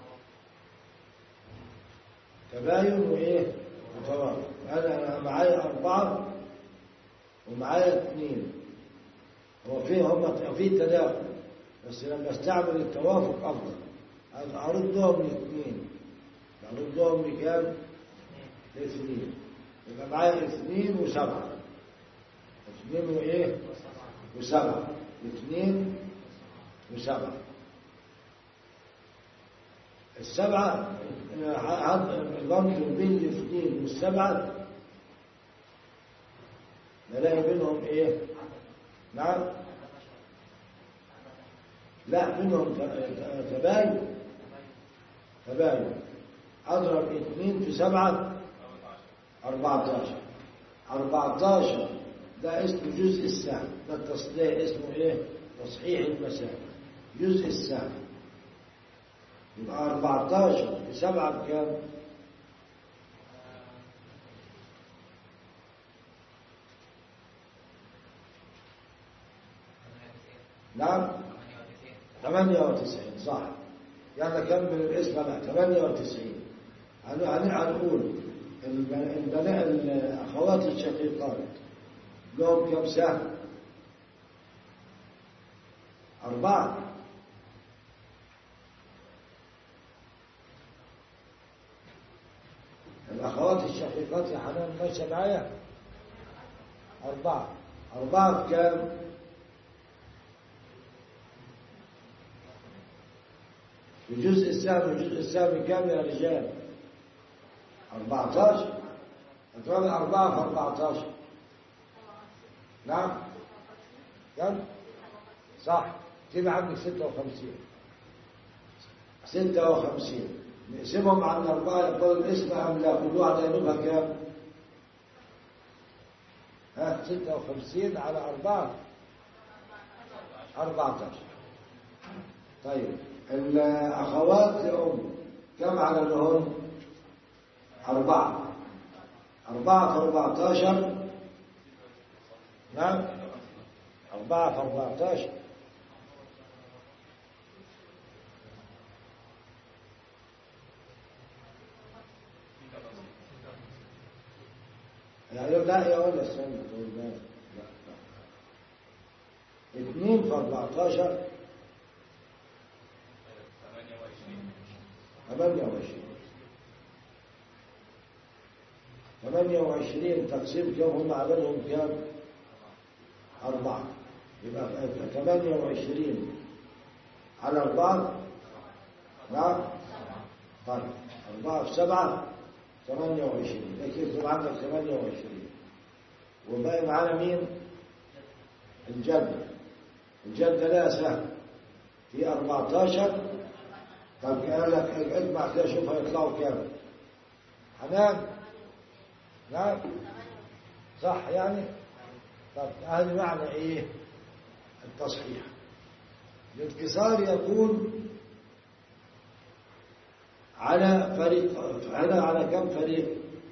تباين وايه؟ وتوافق. انا معايا اربعه ومعايا اثنين، هو في هم في تداخل، بس لما استعمل التوافق افضل. اردهم لاثنين، اردهم لكام؟ لاثنين. يبقى معايا اثنين وسبعه. اثنين وايه؟ وسبعه. اثنين وسبعه. السبعة الرمز بين الاثنين والسبعة نلاقي بينهم ايه؟ نعم لا بينهم تباين. تباين. اضرب اثنين في سبعة اربعتاشر. اربعتاشر ده اسمه جزء السهم، ده التصحيح اسمه ايه؟ تصحيح المسائل. جزء السهم يبقى أربعتاشر في سبعة بكام؟ نعم ثمانية وتسعين. صح. يلا كمل الاسم بقى. ثمانية وتسعين. هنقول البناء الأخوات الشقيقات لهم كم سهم؟ أربعة. الأخوات الشقيقات يا حنان ماشية معايا؟ أربعة. أربعة بكام؟ الجزء السهم الجزء السهم كام يا رجال؟ أربعتاشر. أضرب أربعة في أربعتاشر. نعم؟ كم؟ صح. كده عندك ستة وخمسين. ستة وخمسين. نقسمهم على أربعة يقول الاسم أم لا؟ كل واحدة ينوبها كام؟ ها ستة وخمسين على أربعة أربعتاشر. طيب الأخوات لأم كم على الأم؟ أربعة. أربعة في أربعتاشر. نعم أربعة في أربعتاشر. يعني لا يا ولا استنى طول بالك. لا لا اثنين في أربعتاشر ثمانية وعشرين. ثمانية وعشرين تقسيم كم هم عددهم كم؟ أربعة. يبقى ثمانية وعشرين على أربعة. نعم طيب أربعة في سبعة ثمانية وعشرين. لكن يكتب عندك ثمانية وعشرين وباقي معانا مين؟ الجدة. الجدة لا سهل في أربعتاشر. طب قال لك اجمع كده شوف هيطلعوا كام. حنان نعم صح يعني. طب هذا معنى ايه التصحيح؟ الانكسار يكون على فريق. هذا على كم فريق؟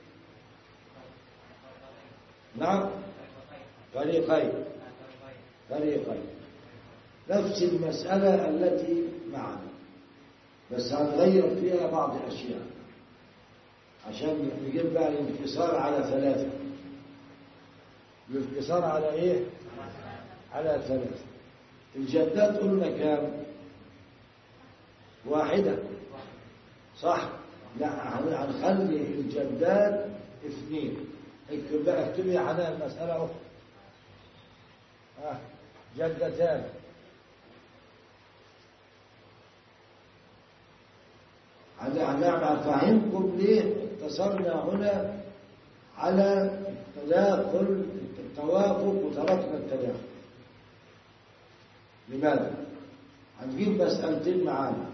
نعم فريقين. فريقين نفس المسألة التي معنا بس هنغير فيها بعض الأشياء عشان نجيب بقى الانكسار على ثلاثة. الانكسار على ايه؟ على ثلاثة. الجدات قلنا كام؟ واحدة صح؟ لا هنخلي الجدات اثنين. اكتب بقى اكتب يا حنان مسألة أخرى. آه. جدتان هنعمل فاهمكم ليه اقتصرنا هنا على التداخل التوافق وتركنا التداخل. لماذا؟ هنجيب مسألتين معانا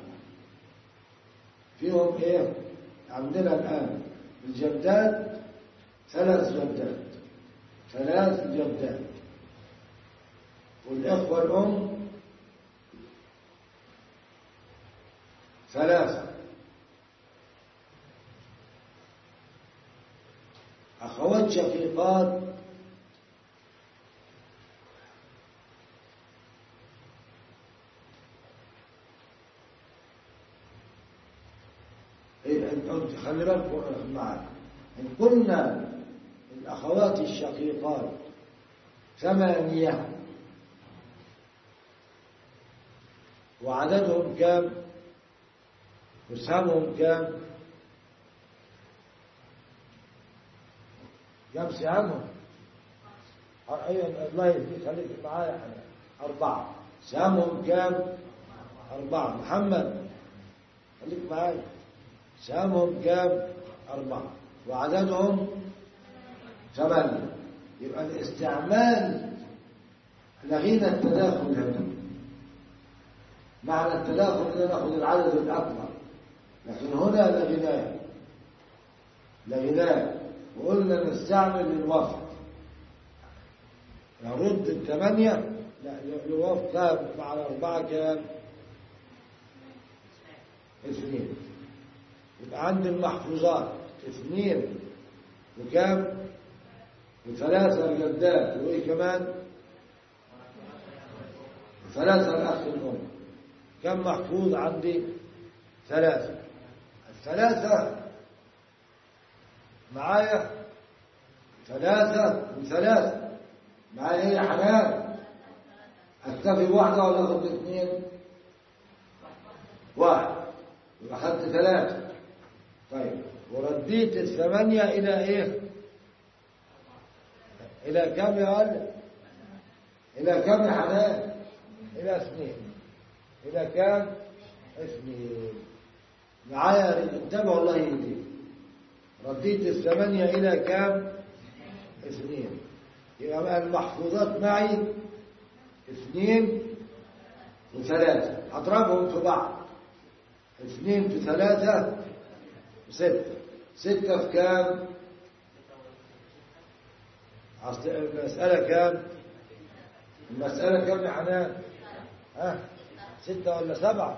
فيهم ايه؟ عندنا الآن الجدات ثلاث جدات ثلاث جدات والإخوة الأم ثلاثة. أخوات شقيقات إيه أنت خلي بالكم معك. إن قلنا الأخوات الشقيقات ثمانية وعددهم كام؟ وسهمهم كام؟ كم سهمهم؟ أيوة الله يهديك خليك معايا حنان. أربعة. سهمهم كام؟ أربعة. محمد خليك معايا. سهمهم كام؟ أربعة وعددهم ثمانية. يبقى الاستعمال لغينا التداخل هنا. معنى التداخل ان ناخذ العدد الاكبر لكن هنا لغناه لغناه وقلنا نستعمل الوفق. نرد الثمانية لا الوفق كام على أربعة كام؟ اثنين. يبقى عند المحفوظات اثنين وكام؟ وثلاثة الجدات وإيه كمان؟ ثلاثة الأخ الأم. كم محفوظ عندي؟ ثلاثة. الثلاثة معايا ثلاثة وثلاثة معايا ايه يا حنان؟ اكتفي بواحدة ولا اخد اثنين؟ واحد يبقى اخدت ثلاثة. طيب ورديت الثمانية إلى إيه؟ إلى كم يا ولد؟ إلى كم يا حنان؟ إلى اثنين. إلى كم؟ اثنين. معايا انتبهوا الله يهديك. رديت الثمانية إلى كم؟ اثنين. يبقى المحفوظات معي اثنين وثلاثة، أضربهم في بعض. اثنين في ثلاثة ستة. ستة في كام؟ أصل المسألة كام؟ المسألة كام يا حنان؟ ها؟ ستة ولا سبعة؟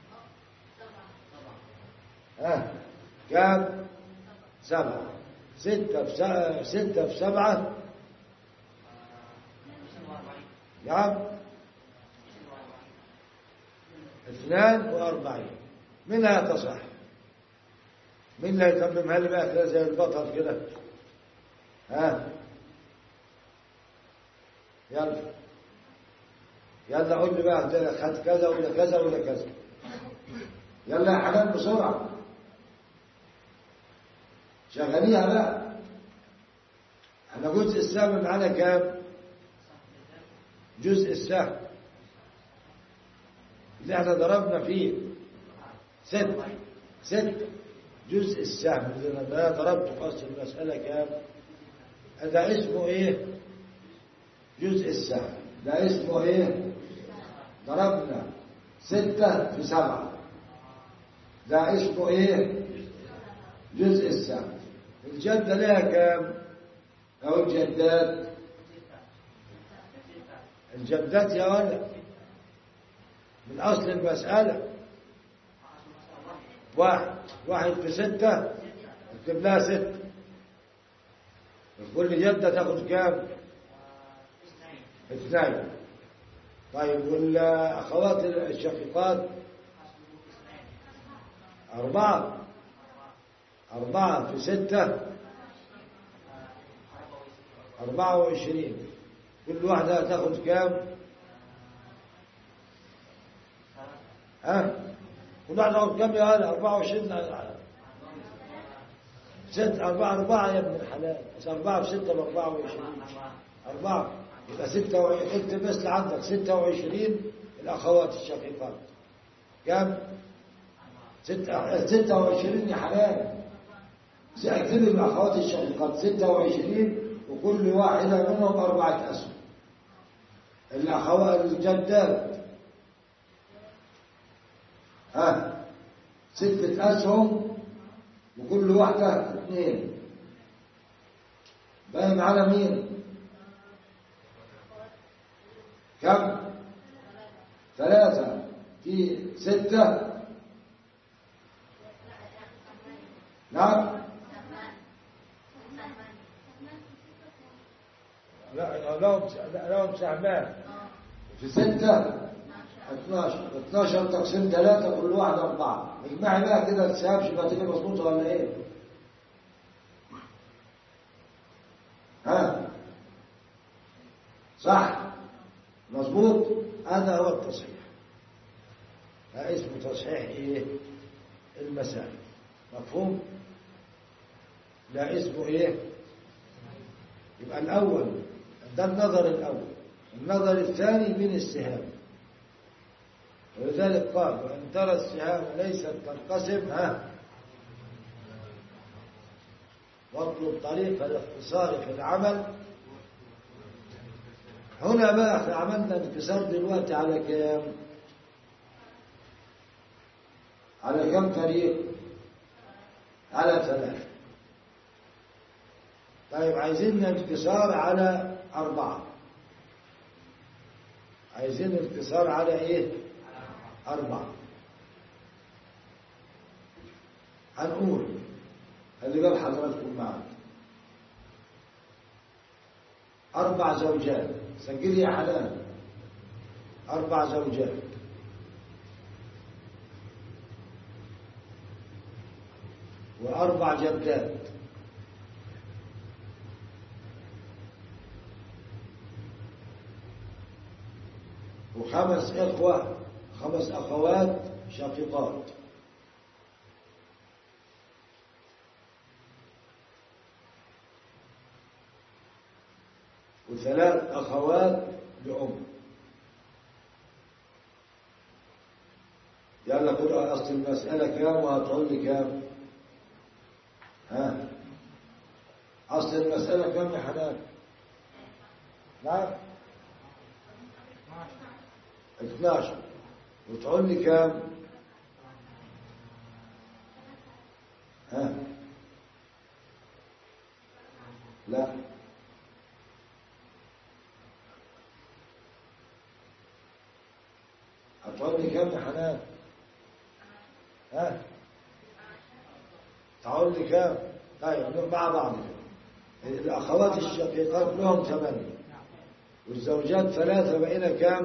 ها؟ كام؟ سبعة. ستة في سبعة. ستة في سبعة نعم اثنان وأربعين. منها تصح. مين اللي هيتممها لي بقى كده زي البطل كده؟ ها؟ يلا يلا قول لي بقى ده خد كذا ولا كذا ولا كذا. يلا يا حنان بسرعة شغاليها بقى. احنا جزء السهم معانا كام؟ جزء السهم اللي احنا ضربنا فيه ست ست جزء السهم اللي انا ضربت في اصل المسألة كام؟ ده اسمه ايه؟ جزء السهم. ده اسمه ايه؟ ضربنا ستة في سبعة. ده اسمه ايه؟ جزء السهم. الجدة لها كام؟ او الجدات؟ الجدات يا ولد من اصل المسألة واحد. واحد في ستة اكتب لها ستة. كل جدة تاخد كام؟ اثنين. طيب والأخوات الشقيقات أربعة. أربعة في ستة أربعة وعشرين. كل واحدة تاخد كام؟ ها؟ كل واحدة تاخد كام يا هلا؟ أربعة وعشرين. ست أربعة أربعة يا ابن الحلال. بس أربعة في ستة بأربعة وعشرين. أربعة يبقى ستة وعشرين. اكتب بس عندك ستة وعشرين الأخوات الشقيقات كم؟ ستة ستة وعشرين يا حلال. اكتب الأخوات الشقيقات ستة وعشرين وكل واحدة منهم أربعة أسهم. الأخوات الجدات ها ستة أسهم وكل واحدة اثنين. باين على مين؟ كم؟ ثلاثة في ستة. نعم لا لهم لهم سهمان في ستة اثناشر. اثناشر تقسيم ثلاثة كل واحد أربعة. اجمعي بقى كده السهام شوف هتيجي مظبوطة ولا ايه؟ ها صح مظبوط. هذا هو التصحيح. هذا اسمه تصحيح ايه؟ المسائل. مفهوم؟ لا اسمه ايه؟ يبقى الأول ده النظر الأول. النظر الثاني من السهام. ولذلك قال وإن ترى السهام ليست تنقسم ها واطلب طريق الاختصار في العمل. هنا بقى احنا عملنا انكسار دلوقتي على كام؟ على كم طريق؟ على ثلاثة. طيب عايزين انكسار على أربعة. عايزين انكسار على ايه؟ أربعة. هنقول اللي قال حضراتكم معنا أربع زوجات. سجل يا حلال. أربع زوجات وأربع جدات وخمس إخوة خمس أخوات شقيقات، وثلاث أخوات لأم. يلا خد أصل المسألة كام وهتقول لي كام؟ ها؟ أصل المسألة كام يا حنان؟ نعم؟ اثناشر. وتقول لي كام؟ ها؟ لا هتقول لي كام يا حنان؟ ها؟ تقول لي كام؟ طيب مع بعض كده. الأخوات الشقيقات لهم ثمانية، والزوجات ثلاثة، بقينا كام؟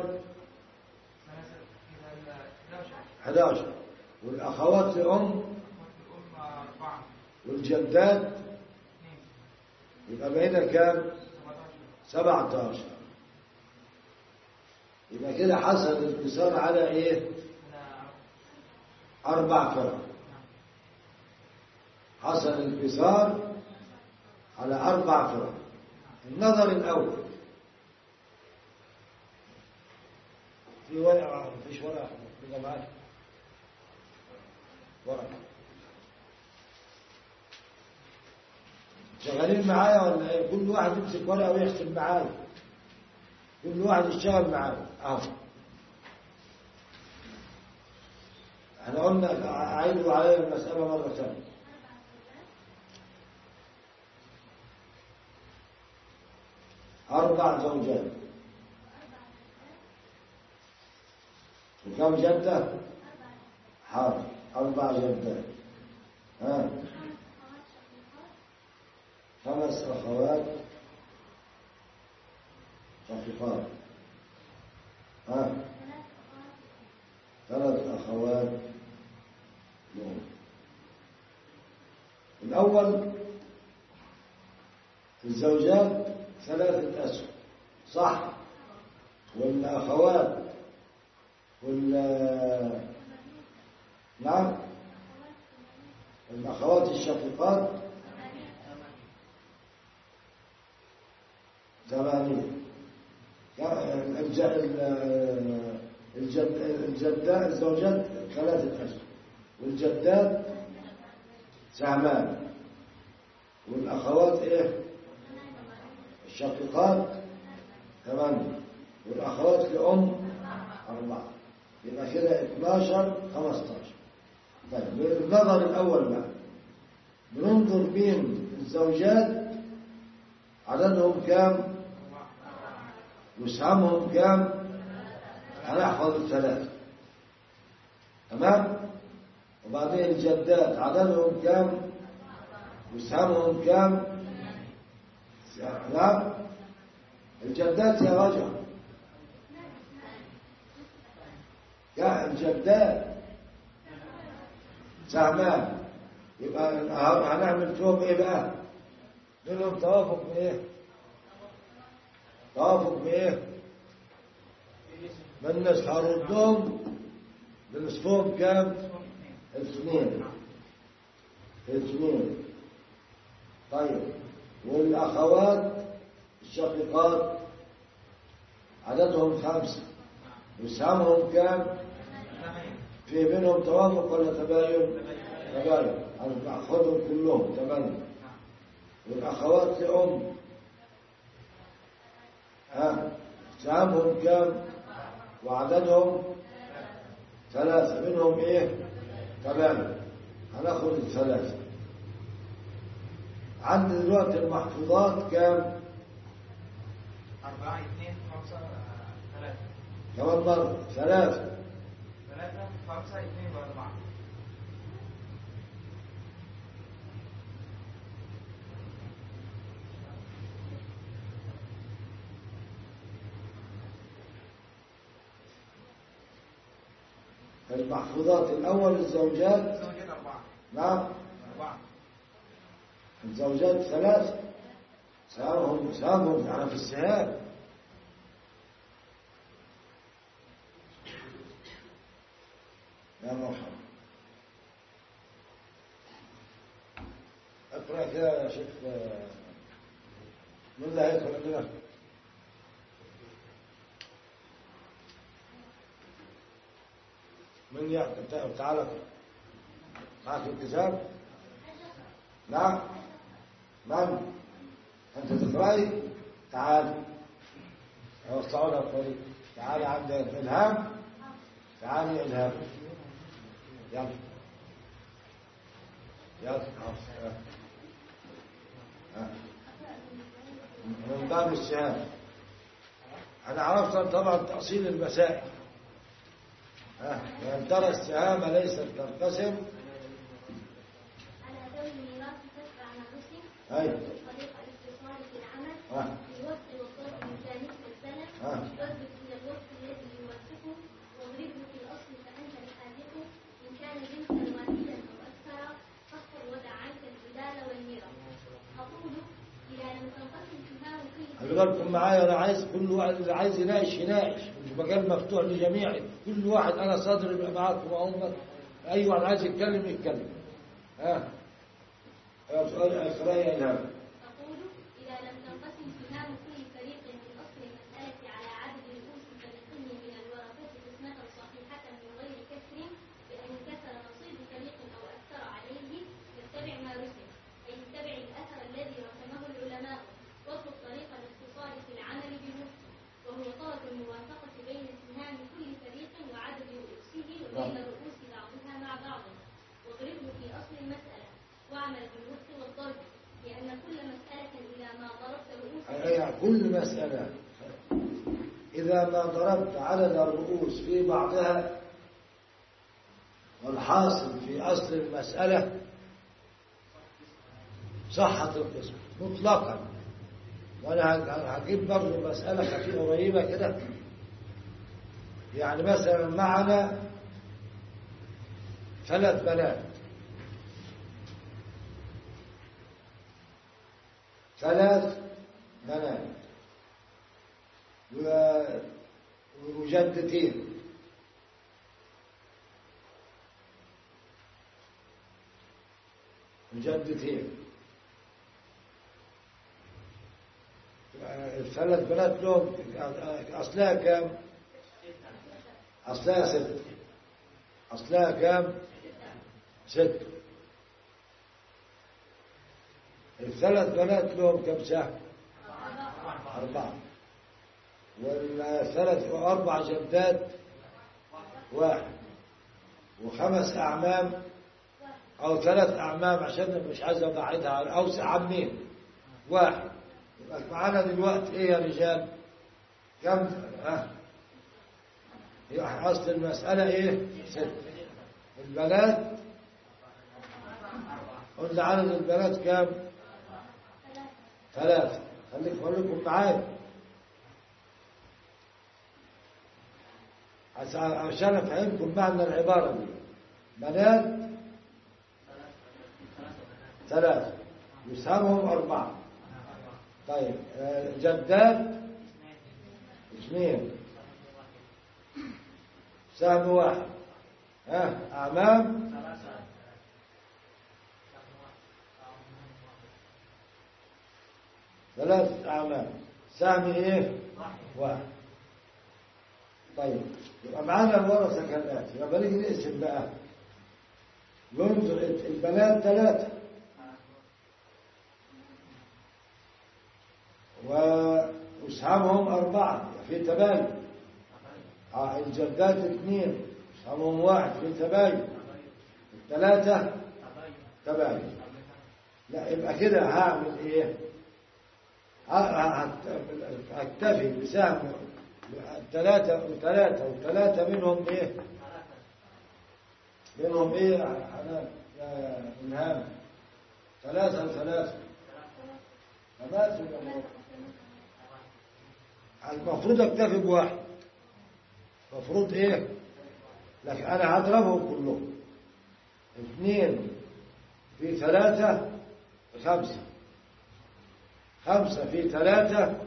أحد عشر. والأخوات لأم والجدات يبقى بقينا كام؟ سبعة عشر. يبقى كده حصل الانتصار على ايه؟ أربع فرق. حصل الانتصار على أربع فرق. النظر الأول في ورقة، مفيش ورقة كده معاك؟ ورقة شغالين معايا ولا ايه؟ كل واحد يمسك ورقة ويحسب معايا، كل واحد يشتغل معايا. اهو احنا قلنا عيدوا علينا المسألة مرة ثانية. أربع زوجات وكم جدة؟ حاضر، أربع جدات. ها خمس أخوات شقيقات. ها ثلاث أخوات لهم. الأول الزوجات ثلاثة أسهم صح، والأخوات وال نعم الأخوات الشقيقات ثمانية. الجدات الزوجات ثلاثة أسهم، والجدات سهمان، والأخوات إيه؟ الشقيقات ثمانية، والأخوات لأم أربعة. يبقى كده اثناشر خمستاشر. طيب بالنظر الأول بقى بننظر بين الزوجات عددهم كام وسهامهم كام. هنحفظ الثلاثة تمام. وبعدين الجدات عددهم كام وسهامهم كام. لا الجدات يا رجل، يا الجدات سهمان. يبقى هنعمل فيهم ايه بقى؟ منهم توافق بايه؟ توافق بايه؟ بالنصف. هردهم بنصفهم كام؟ اثنين اثنين. طيب والأخوات الشقيقات عددهم خمسة وسهامهم كام؟ في بينهم توافق ولا تباين؟ تباين. هنأخذهم كلهم ثمانية. والأخوات لأم ها سهامهم كام؟ وعددهم ثلاثة، منهم ايه؟ تباين. هناخذ الثلاثة. عندي دلوقتي المحفوظات كام؟
أربعة اثنين خمسة ثلاثة.
كمان مرة ثلاثة
ثلاثة خمسة اثنين وأربعة.
المحفوظات الأول الزوجات
الزوجات أربعة.
نعم
أربعة.
الزوجات ثلاثة سهامهم سهامهم يعني في السهام. يا مرحبا. اقرأ كده يا شيخ. من اللي هيقرأ لنا؟ من يقرأ؟ تعال اقرأ. معك الكتاب؟ نعم. من؟ أنت تقرأي؟ تعال. أوسعوا لك الطريق. تعال عند إلهام. تعالي إلهام. يلا. يلا. من باب السهام. أنا عرفت طبعا تأصيل المسائل. وأن ترى السهام ليست تنقسم.
على ذوي الميراث تتبع مع مسلم.
أيوة.
طريق الاتصال في العمل.
آه.
بالوقت والطرق من ذلك السنة.
آه.
واضرب إلى الوقت الذي يوافقه واضربه في الأصل فأنت لحاذقه إن كان جنسا واحدا أو أكثر فاختر ودع عنك الجدال والميراث. أقول إذا لم تنقسم سهام كل
خلي بالكم معايا. أنا عايز كل واحد اللي عايز يناقش يناقش. المجال مفتوح لجميع. كل واحد أنا صادر يبقى معاكم وأمك. أي واحد عايز يتكلم يتكلم. ها. سؤال إقرأي يا إلهام.
أقول إذا لم تنقسم سهام كل فريق في أصل المسألة على عدد رؤوس فريقين من الورثة قسمة صحيحة من غير كسر بأن كسر نصيب فريق أو أكثر عليه يتبع ما رسم أي يتبع الأثر الذي رسمه العلماء واطلب طريق الاختصار في العمل بالوفق وهو طلب الموافقة بين سهام كل فريق وعدد رؤوسه وبين رؤوس بعضها مع بعض واضربه في أصل المسألة واعمل بالوفق والضرب لأن كل مسألة إذا ما ضربت رؤوسها
أي كل مسألة إذا ما ضربت عدد الرؤوس في بعضها والحاصل في أصل المسألة صحة القسم مطلقا. وأنا هجيب برضه مسألة خفيفة قريبة كده. يعني مثلا معنا ثلاث بنات ثلاث بنات ومجدتين مجدتين. الثلاث بنات لهم أصلها كام؟ أصلها ست. أصلها كام؟ ست. الثلاث بنات لهم كم سهم؟ أربعة. والثلاث وأربع جدات واحد. وخمس أعمام أو ثلاث أعمام عشان مش عايز أبعدها على أو عمين واحد. يبقى معانا دلوقتي إيه يا رجال؟ كم؟ ها؟ يبقى أصل المسألة إيه؟ ست. البنات قلنا عدد البنات كم؟ ثلاثة. خليك خليكم معايا عشان أفهمكم معنى العبارة دي. بنات ثلاثة يسهمهم أربعة. طيب جدات اثنين سهم واحد. ها أعمام ثلاث أعمام سهم إيه؟ واحد. طيب يبقى معانا الورثة كالآتي. يبقى نيجي نقسم بقى. ينظر البنات ثلاثة وأسهمهم أربعة في تباين. الجدات اثنين أسهمهم واحد في تباين. الثلاثة تباين. لا يبقى كده هعمل إيه؟ هكتفي بسهم ثلاثة وثلاثة وثلاثة منهم إيه؟ منهم إيه حنان يا إلهام؟ ثلاثة وثلاثة ثلاثة. المفروض أكتفي بواحد. المفروض إيه؟ لكن أنا هضربهم كلهم. اثنين في ثلاثة خمسة. خمسة في ثلاثة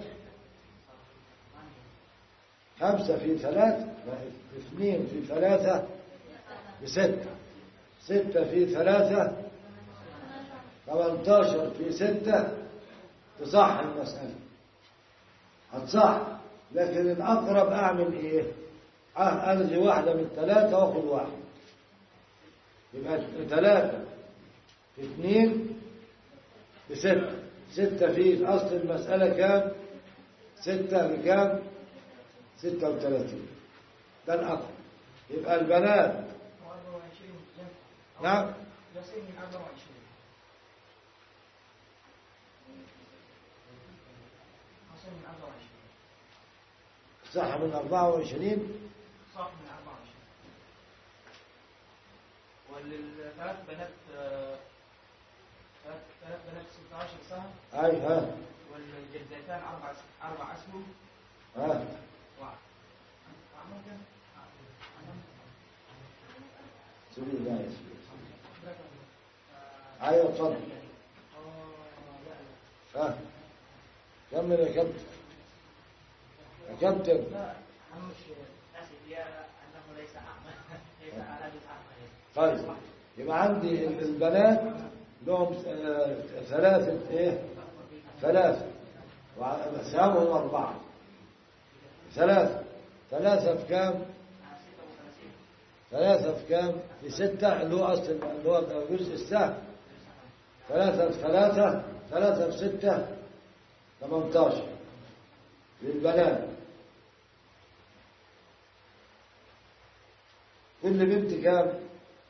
خمسة في ثلاثة اثنين في ثلاثة
بستة. ستة في ثلاثة ثمانية في ستة تصح المسألة، هتصح. لكن الأقرب أعمل إيه؟ أه ألغي واحدة من ثلاثة وأخذ واحد، يبقى ثلاثة في اثنين بستة. ستة في أصل المسألة كام؟ ستة بكام؟ ستة وثلاثين. ده الأقرب. يبقى البنات نعم صح من أربعة وعشرين.
صح من أربعة وعشرين. وللثلاث بنات ثلاث ثلاث بنات ستة عشر سهم.
أي ها.
والجدتان أربع أربع أسهم.
ها.
ممكن.
سبيل الله يا سبيل. أيوة تفضل. ها. كمل يا كابتن. يا كابتن.
لا مش آسف يا أنه ليس أعمى ليس على أعمى.
طيب يبقى عندي البنات لهم ثلاثة إيه؟ ثلاثة وسهمهم أربعة. ثلاثة ثلاثة في كام؟ ثلاثة في كام؟ في ستة اللي هو أصل اللي هو جزء السهم. ثلاثة في ثلاثة ثلاثة في ستة ثمانية عشر للبنات. كل بنت كام؟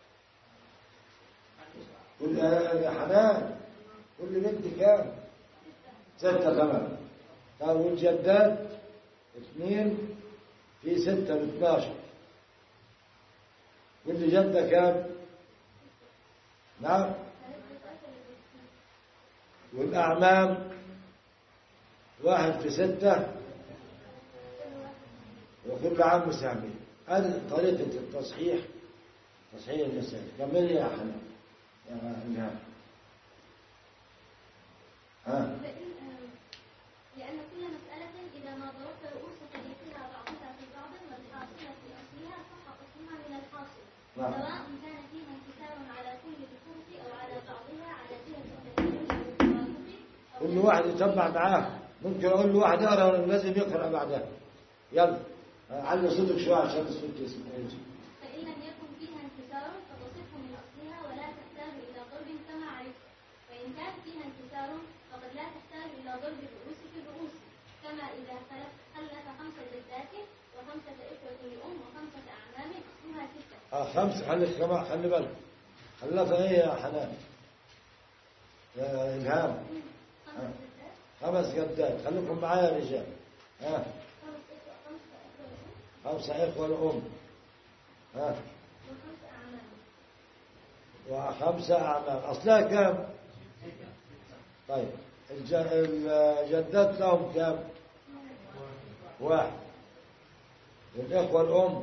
كل يا حنان كل بنت كام؟ ستة كمان. طيب والجدات اثنين في ستة باثناشر. كل جدة كام؟ نعم. والأعمام واحد في ستة وكل عام سهمين. هذه طريقة التصحيح، تصحيح المسائل. كملي يا حنان يا إلهام. ها.
لأن كل مسألة إذا ما ضربت رؤوس فريقها بعضها في بعض والحاصلة في أصلها صح قسمها من الحاصل، سواء كان فيها انكسار على كل الفروق أو على بعضها على جهة التكلم والتوافق.
كل واحد يتبع معاه. ممكن أقول له واحد يقرأ لازم يقرأ بعدها. يلا علي صوتك شوية عشان الصوت يسمع.
فإن لم يكن فيها انكسار فتصح من أصلها ولا تحتاج إلى ضرب كما عرفت، وإن كان فيها انكسار فقد لا تحتاج إلى ضرب الرؤوس في الرؤوس، كما إذا خلف خمس جدات وخمسة إخوة لأم وخمسة أعمام أصلها ستة.
آه خمسة. خلي كمان خلي بالك. خلفها إيه يا حنان؟ يا إلهام. آه. خمس جدات. خليكم معايا يا رجال. ها. آه. خمسة إخوة لأم. ها. وخمسة أعمام أصلها كم؟ طيب الجدات لهم كم؟ واحد. والإخوة الأم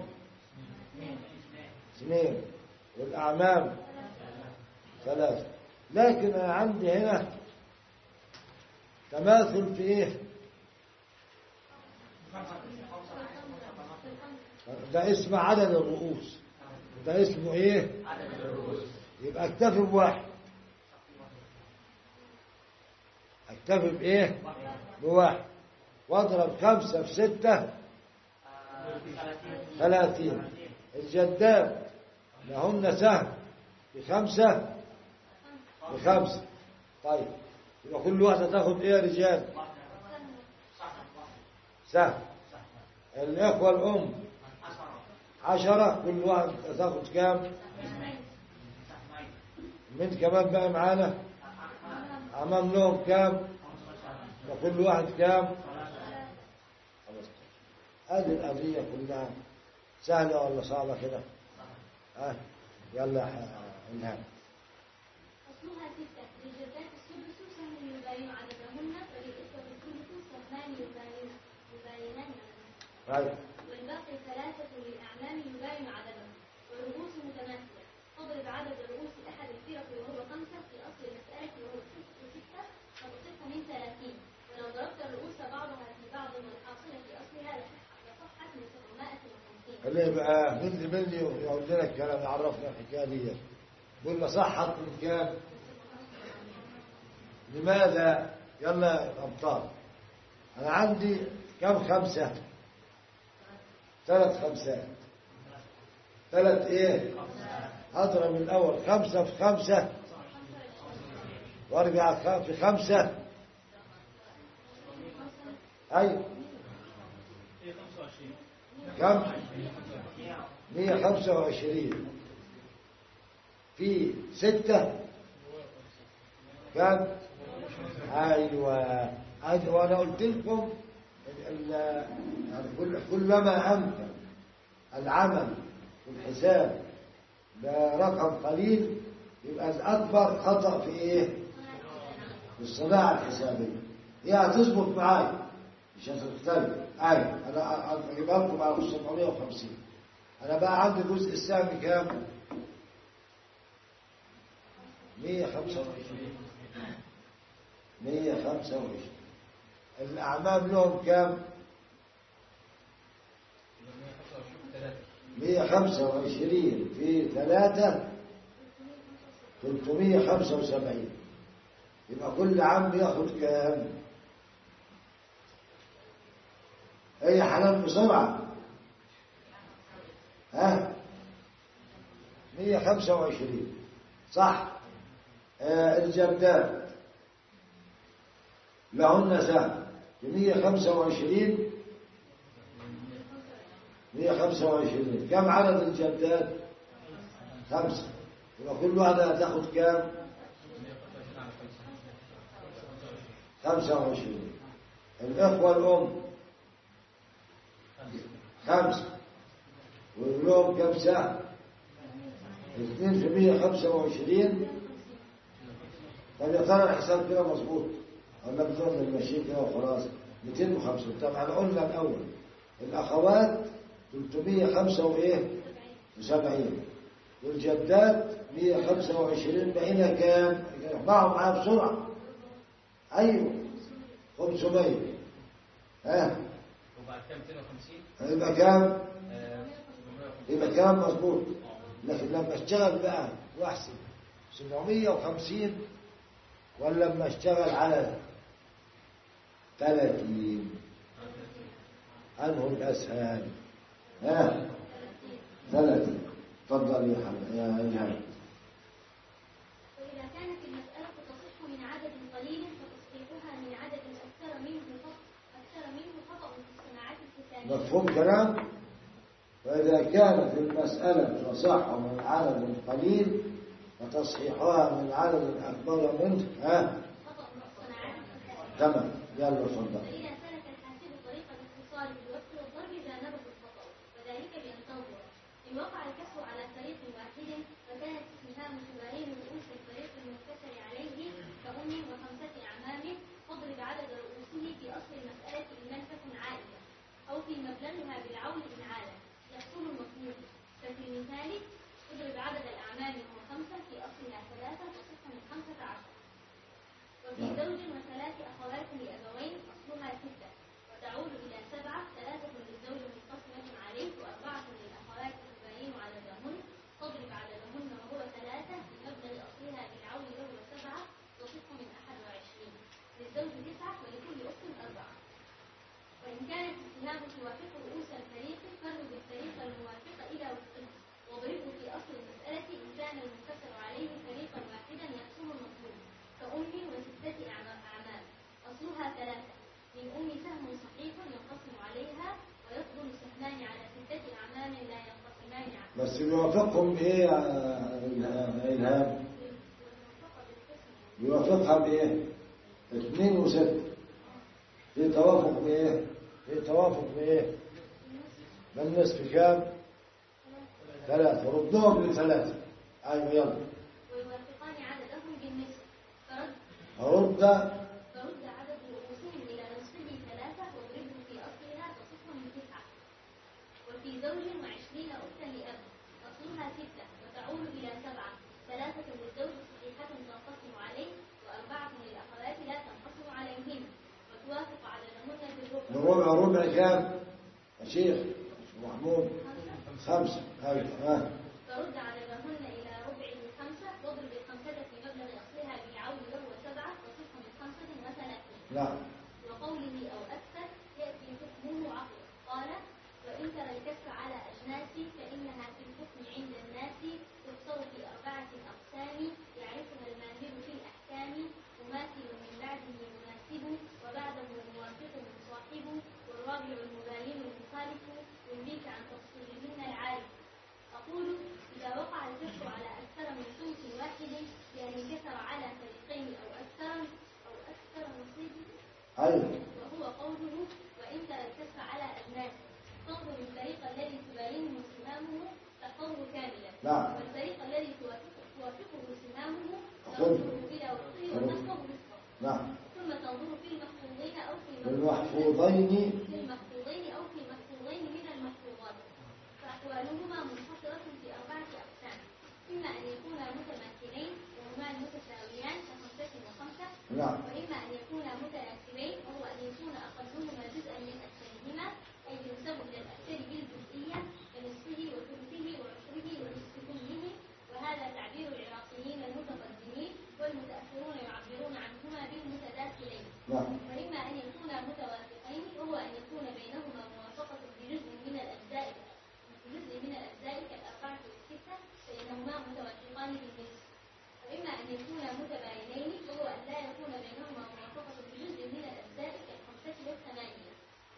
اثنين. والأعمام ثلاثة. لكن أنا عندي هنا تماثل في إيه؟ ده اسمه عدد الرؤوس. ده اسمه إيه؟
عدد الرؤوس.
يبقى اكتفي بواحد. اكتفي بإيه؟ بواحد. واضرب خمسة في ستة ثلاثين. الجدات لهن سهم بخمسة بخمسة. طيب يبقى كل واحدة تاخد إيه يا رجال؟ سهم. الإخوة الأم عشرة. كل واحد تاخد كام؟ من كمان بقى معانا أمام لهم كام؟ وكل واحد كام؟ هذه القضية كلها سهلة ولا صعبة كده؟ ها يلا إلهام.
أصلها ستة. للجدات السدس سهم يباين عددهن، وللإخوة الثلث سهمان يباين يباينان عددهن. والباقي ثلاثة للأعمام يباين عددهم، والرؤوس متماثلة. تضرب عدد رؤوس أحد الفرق وهو خمسة في أصل المسألة وهو ستة فتصح من ثلاثين. ولو ضربت الرؤوس بعضها في بعض والحاصلة في أصلها لصحت من سبعمائة وخمسين.
اللي يبقى مني مني ويقول لنا الكلام يعرفنا الحكايه دي. قلنا صحت من كام؟ لماذا؟ يلا يا ابطال، انا عندي كم خمسه؟ ثلاث خمسات. ثلاث ايه؟ اضرب من الاول خمسه في خمسه وارجع في خمسه. ايوه كم؟ مية وخمسة وعشرين في ستة كم؟ أيوة. وأنا قلت لكم يعني كل كلما أمكن العمل والحساب برقم قليل يبقى الأكبر خطأ في إيه؟ في الصناعة الحسابية. هي هتظبط معايا مش هتختلف. أيوة أنا أجيبها لكم على سبعمية وخمسين. أنا بقى عندي جزء السهم كام؟ مية وخمسة وعشرين. مية وخمسة وعشرين. الأعمام لهم كام؟ مية وخمسة وعشرين في ثلاثة ثلاثمية وخمسة وسبعين. يبقى كل عام بياخد كام؟ أي حلال بسرعة؟ ها؟ مية وخمسة وعشرين صح؟ آه الجردات لهن سهم مية وخمسة وعشرين. مية وخمسة وعشرين. كم عدد الجردات؟ خمسة. يبقى كل واحدة هتاخد كام؟ خمسة وعشرين. الإخوة الأم خمسة ولهم كم سهم؟ اثنين في مية وخمسة وعشرين. طب يا ترى الحساب كده مظبوط ولا بنروح نمشيه كده وخلاص؟ مئتين وخمسة. طبعا قلنا الأول الأخوات ثلاثمية وخمسة وإيه؟ وسبعين والجدات مية وخمسة وعشرين. بقينا كام؟ اجمعوا معايا بسرعة. أيوه خمسمية. ها؟
وبعد كام؟ مئتين وخمسين.
هيبقى كام؟ يبقى كام مظبوط. لكن لما اشتغل بقى واحسب سبعمية وخمسين ولا لما اشتغل على ثلاثين أنه الأسهل؟ ها؟ ثلاثين. تفضل يا حبيبي يا إلهام.
وإذا كانت المسألة تصح من عدد قليل فتصحيحها من عدد أكثر منه أكثر منه خطأ في الصناعات الحسابية.
مفهوم كلام؟ وإذا كانت المسألة تصح من عدد قليل فتصحيحها من عدد أكبر منه. ها؟ تمام. يلا تفضل.
فإذا سلك الحاسب طريقة الاتصال بالوقت والضرب جانبه الخطأ وذلك بأن تنظر إن وقع الكسر على طريق واحد فكانت سهام شبهين رؤوس الطريق المتصل عليه كأم وخمسة أعمام فاضرب عدد رؤوسه في أصل المسألة إن لم تكن عائلة أو في مبلغها بالعول إن عالة يحصل المطلوب. ففي المثال اضرب عدد الأعمام هو خمسة في أصلها ثلاثة تصح من خمسة عشر. وفي زوج وثلاث أخوات لأبوين أصلها ستة وتعود إلى سبعة. ثلاثة للزوج منقسمة عليه وأربعة للأخوات الباقين على دهن تضرب عددهن وهو ثلاثة بمبلغ أصلها بالعول وهو سبعة تصح من أحد وعشرين. للزوج تسعة ولكل أخت أربعة. وإن كانت السهام توافق رؤوس الفريق فرد بالطريقة الموافقة إلى وفقه واضربه في أصل المسألة إن كان المنكسر عليه فريقا واحدا يقسم المطلوب كأم وستة أعمام أصلها ثلاثة. من أم سهم صحيح ينقسم عليها ويفضل سهمان على ستة أعمام لا ينقسمان عليها.
بس يوافقهم إيه يا إلهام؟ يوافقها بإيه؟ اثنين وستة. في توافق بإيه؟ في توافق بإيه؟ بالنسبة كام؟ ثلاثة. ردهم لثلاثة. أيوة يلا.
ويوافقان عددهم بالنصف فرد
أرد
فرد عدد رؤوسهم إلى نصفه ثلاثة واضربه في أصلها تصح من تسعة. وفي زوج وعشرين أختا لأب أصلها ستة وتعود إلى سبعة. ثلاثة للزوج صحيحة تنقسم عليه وأربعة للأخوات لا تنقسم عليهن وتوافق عددهن بالربع.
الربع ربع كام؟ يا شيخ محمود
خمسة أيوة ها.
فرد عددهن إلى ربعه خمسة واضرب الخمسة في مبلغ أصلها بالعون وهو سبعة وصفها من خمسة وثلاثين.
نعم.
وقوله أو أكثر يأتي حكمه عقلا. قال وإن ترى الكسر على أجناس فإنها في الحكم عند الناس تفصل في أربعة أقسام يعرفها الماهر في الأحكام مماثل من بعده مناسب وبعده موافق صاحب والرابع المباين المخالف ينبيك عن تفصيلهن العارف. أقول إذا وقع الكسر على أكثر من صنف واحد يعني كسر على فريقين أو أكثر أو أكثر نصيبه
أيوة.
وهو قوله وإن ترى الكسر على أجناس تنظر الفريق الذي تباينه سهامه تحفظه كاملا.
نعم.
والفريق الذي توافقه سهامه تنظر إلى وقته وتحفظ نصفه.
نعم.
ثم تنظر في المحفوظين أو في
المحفوظين
في المحفوظين أو في المحفوظين من المحفوظات فأحوالهما منحصرة في أربعة أقسام إما أن يكونا متماثلين وهما المتساويان كخمسة وخمسة.
نعم.
وإما أن يكونا متناسبين وهو أن يكون أقلهما جزءا من أكثرهما أي ينسب إلى الأكثر بالجزئية كنصفه وثلثه وعشره ونصف كله وهذا تعبير العراقيين المتقدمين والمتأخرون يعبرون عنهما بالمتداخلين.
نعم.
وإما أن يكونا متوافقين وهو أن يكون بينهما موافقة بجزء من الأجزاء بجزء من الأجزاء كالأربعة والستة فإنهما متوافقان بالنصف. وإما أن يكونا متباينين وهو أن لا يكون بينهما موافقة بجزء من الأجزاء كالخمسة والثمانية.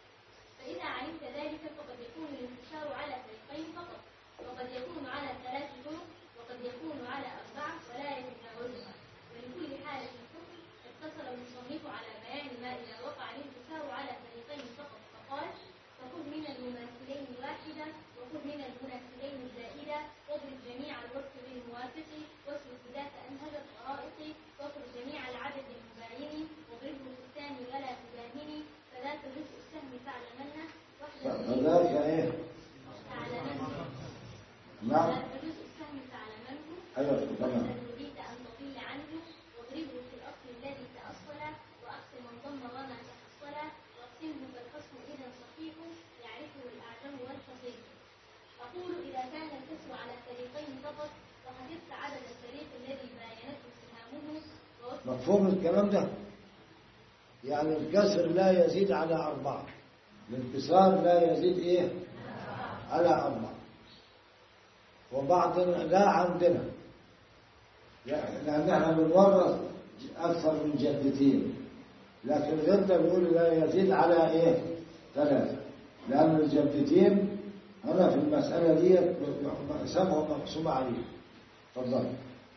فإذا علمت ذلك فقد يكون الانتشار على فريقين فقط وقد يكون على ثلاث طرق وقد يكون على أربعة ولا يتجاوزها. ولكل حالة حكم اقتصر المصنف على بيان ما إذا وقع الانتشار على فريقين فقط فقال فخذ من المماثلين واحدة وخذ من المناسبين الزائدة واضرب جميع الوقت بالموافق واسلك ذات أنهج الطرائق واخرج جميع العدد المباين واضربه في الثاني ولا تباهني فذاك جزء السهم فاعلمنه
فذاك إيه؟
فاعلمنه.
نعم.
فذاك جزء السهم فاعلمنه.
أيوة تمام.
تريد أن تطيل عنه واضربه في الأصل الذي تأصل وأقسم من ضم وما تحصل واقسمه فالقسم إذا صحيح يعرفه الأعجم والفصيح. أقول إذا كان الكسر على فريقين فقط وحفظت عدد الفريق الذي باينته سهامه
مفهوم الكلام ده؟ يعني الكسر لا يزيد على أربعة الانكسار لا يزيد إيه؟ على أربعة وبعضنا لا عندنا لأن احنا بنورث أكثر من جدتين لكن غيرنا بيقول لا يزيد على إيه؟ ثلاثة لأن الجدتين هنا في المسألة دي مقسمهم مقسوم عليه. تفضل.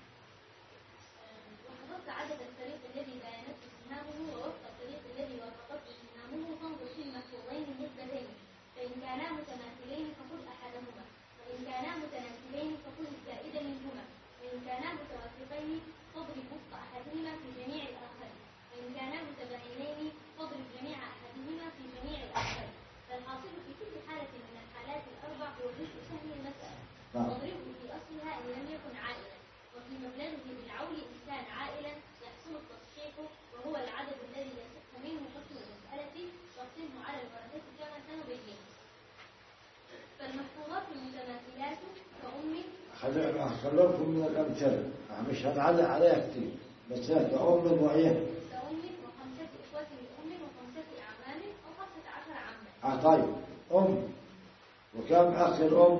وحفظت عدد الفريق الذي بيانته سهامه ووفق الفريق الذي وافقته سهامه فانظر في المحفوظين مثبتين فإن كانا متماثلين فخذ أحدهما وإن كانا متناسبين فخذ الزائد منهما وإن كانا متوافقين فاضرب وفق أحدهما في جميع الآخرين وإن كانا متباينين فاضرب جميع أحدهما في جميع الآخرين. فالحاصل في كل حالة من الحالات الأربع هو جزء سهم المسألة واضربه في أصلها إن لم يكن عائلا وفي مبلغه بالعول إن كان عائلا يحصل التصحيح وهو العدد الذي يصح منه حكم المسألة واقسمه على الورثة كما سنبين. فالمحفوظات المتماثلات كأم
خلوكم من الأمثلة مش هنعلق عليها كتير بس هي كأم وإيه؟
كأم وخمسة إخوة لأم وخمسة أعمام أو خمسة عشر عما.
آه طيب أم وكم أخ الأم؟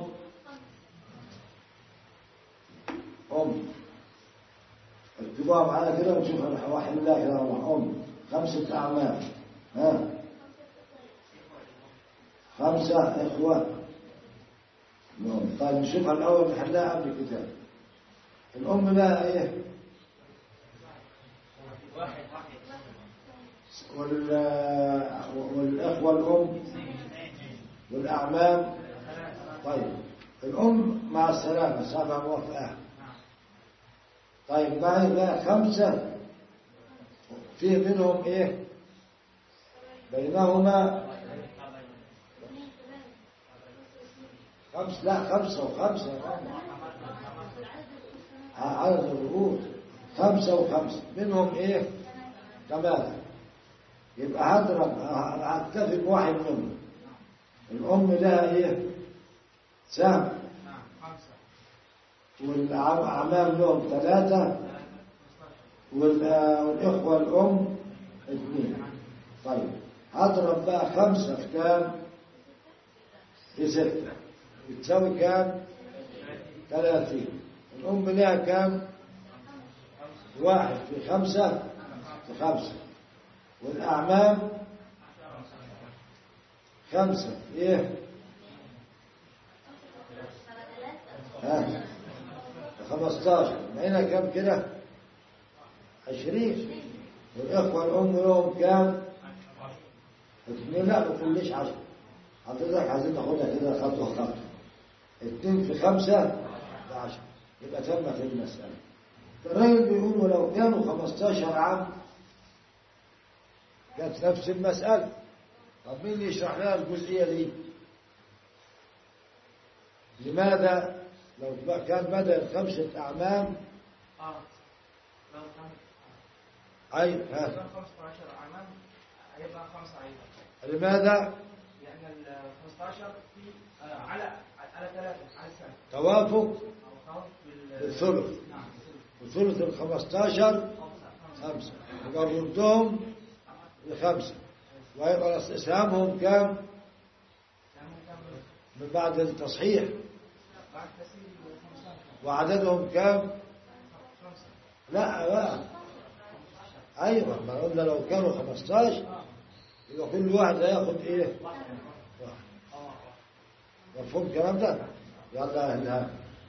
أم اكتبوها معانا كده ونشوف واحد الله كده أم خمسة أعمام ها خمسة إخوة. طيب نشوفها الأول نحلها قبل الكتاب. الأم بقى إيه؟
واحد واحد
وال... والإخوة الأم والأعمام. طيب الأم مع السلامة سبعة موافقة. طيب معي بقى خمسة فيه منهم إيه؟ بينهما خمس لا خمسة وخمسة عدد الرؤوس خمسة وخمسة منهم إيه؟ ثمانية. يبقى هضرب هتكفي بواحد منهم. الأم لها إيه؟
سهم،
نعم خمسة.
والأعمام لهم ثلاثة، وال- والإخوة الأم اثنين. طيب هضرب بقى خمسة في كام؟ في ستة، بتساوي كام؟ ثلاثين. الأم لها كام؟ واحد في خمسة في خمسة، والأعمام خمسة إيه؟ ها خمستاشر. هنا كام كده؟ عشرين. والإخوة الأم لهم كام؟ اثنين. لا ما تقوليش عشرة، حضرتك عايزين ناخدها كده خطوة خطوة. اتنين في خمسة في عشرة، يبقى تمت المسألة. الراجل بيقول ولو كانوا خمستاشر عام كانت نفس المسألة. طب مين اللي يشرح لنا الجزئية دي؟ لماذا لو كان بدل خمسة أعمام
اه لو كان
أي ها
خمستاشر أعمام هيبقى خمسة أيضا.
لماذا؟
لأن ال خمستاشر في آه على على ثلاثة على السنة.
توافق
أو توافق بال-
بالثلث.
نعم
وثلث ال خمستاشر خمسة، يبقى ردهم لخمسة، ويبقى سهامهم كام؟ من بعد التصحيح.
بعد تسليم خمستاشر
وعددهم كام؟
خمسة.
لا بقى ايوه، ما قلنا لو كانوا خمستاشر يبقى كل واحد هياخد ايه؟ واحد. مفهوم الكلام ده؟ يلا يا اهلها.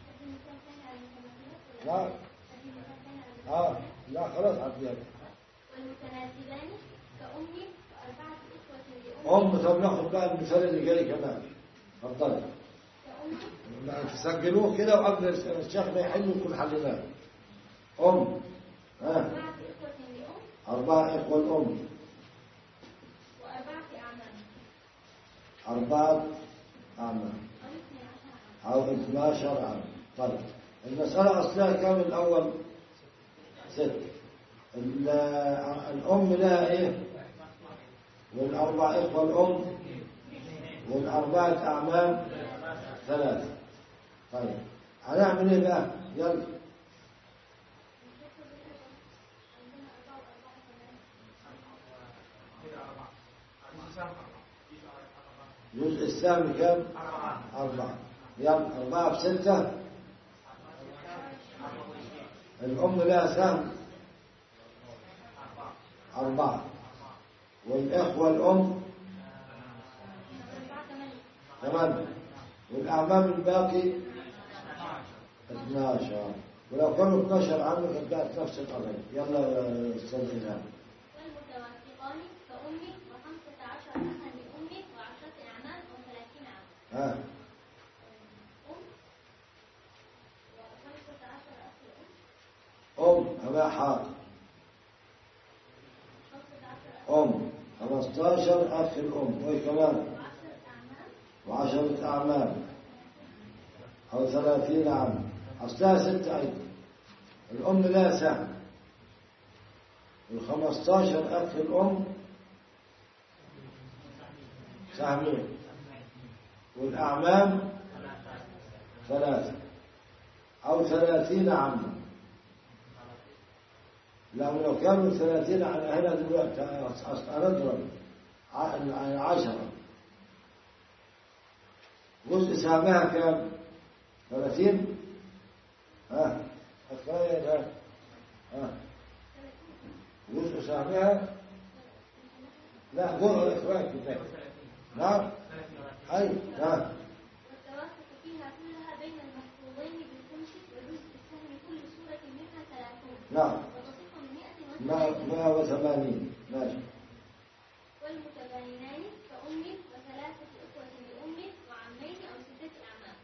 لا اه لا خلاص عديها.
والمتناسبان كأم وأربعة إخوة لأم
ام طب ناخد بقى المثال اللي جاي كمان. اتفضلي.
كأم
تسجلوه كده وقبل الشيخ ما يحل يكون حلناه. ام ها
أربعة إخوة لأم
أربعة إخوة الأم،
وأربعة أعمام
أربعة أعمام
أو اثني عشر عام.
أو اثناشر عام. طيب المسألة أصلها كام الأول؟ ست. ال- الأم لها إيه؟ والأربع إخوة الأم والأربعة أعمام ثلاثة. طيب هنعمل إيه بقى؟ يلا. جزء السهم كام؟ أربعة. يلا أربعة في ستة. الأم لها سهم أربعة، والإخوة الأم ثمانية، والأعمام الباقي اثناشر. ولو كانوا اثناشر عام كانت بقت نفس القضية. يلا يا أستاذ إلهام.
والمتوافقان كأم وخمسة عشر أخا لأم وعشرة أعمام وثلاثين عام.
ها
أم وخمسة عشر أخ لأم
أم أبا حاضر.
خمسة عشر أخ
أم خمستاشر أخ الأم، وإيه كمان؟
وعشرة أعمام
وعشرة أعمام أو ثلاثين عام. أصلها ستة أيضا. الأم لها سهم، والخمستاشر أخ الأم سهمين، والأعمام ثلاثة أو ثلاثين عاما. لو لو كانوا ثلاثين على هنا دلوقتي أنضرب عشرة، جزء سهمها كام؟ ثلاثين. ها أخرى ها ها جزء سهمها لا جزء إخراج كده. نعم أي ها
والتوافق فيها كلها بين المحفوظين بالخمس وجزء السهم كل سورة منها ثلاثون.
نعم
وتصح من مئة
مائة
وثلاثين.
مائة وثمانين. ماشي.
والمتباينان كأم وثلاثة إخوة لأم وعمين أو ستة أعمام.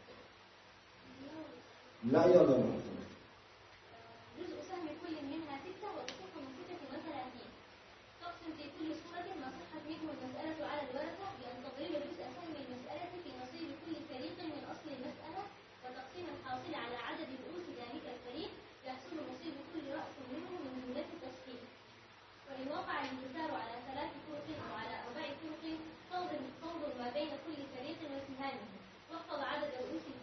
لا يلا
جزء سهم كل منها ستة وتصح من ستة وثلاثين. تقسم في كل سورة ما صحت منه المسألة على الورثة بأن تضرب جزء سهم المسألة في نصيب كل فريق من أصل المسألة، وتقسيم الحاصل على عدد رؤوس ذلك الفريق يحصل نصيب كل رأس منه من جملة التصحيح. وإن وقع الانتصار على ثلاث طرق أو على أربع طرق فانظر ما بين كل فريق وسهامه، واحفظ عدد رؤوس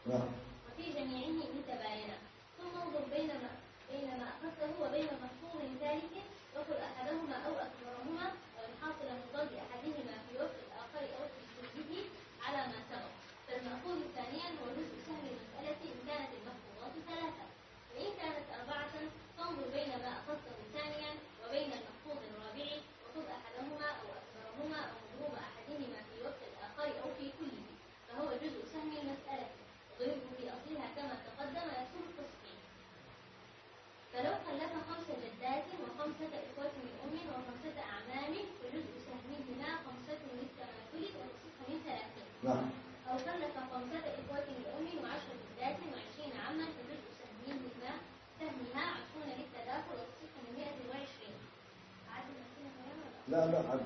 وفي جميعه متباينة. ثم انظر بين ما بين ما أخذته وبين محفوظ ثالث وخذ أحدهما أو أكثرهما والحاصل من ضرب أحدهما في وفق الآخر أو في شبهه على ما سبق. فالمأخوذ ثانيا هو جزء سهم المسألة إن كانت المحفوظات ثلاثة، وإن كانت أربعة فانظر بين ما أخذته ثانيا وبين المحفوظ الرابع وخذ أحدهما أو أكثرهما أو مضروب أحدهما في وفق الآخر أو في كله، فهو جزء سهم المسألة وضربه في أصلها كما تقدم يكون التصحيح. فلو خلف خمس جدات وخمسة إخوة من أم وخمسة أعمام فجزء سهمهما خمسة للتماثل وتصح من ثلاثين. أو خلف خمسة إخوة لأم وعشر جدات وعشرين عما فجزء سهمهما سهمها عشرون للتداخل وتصح من مئة وعشرين. عاد المسألة
لا لا عد.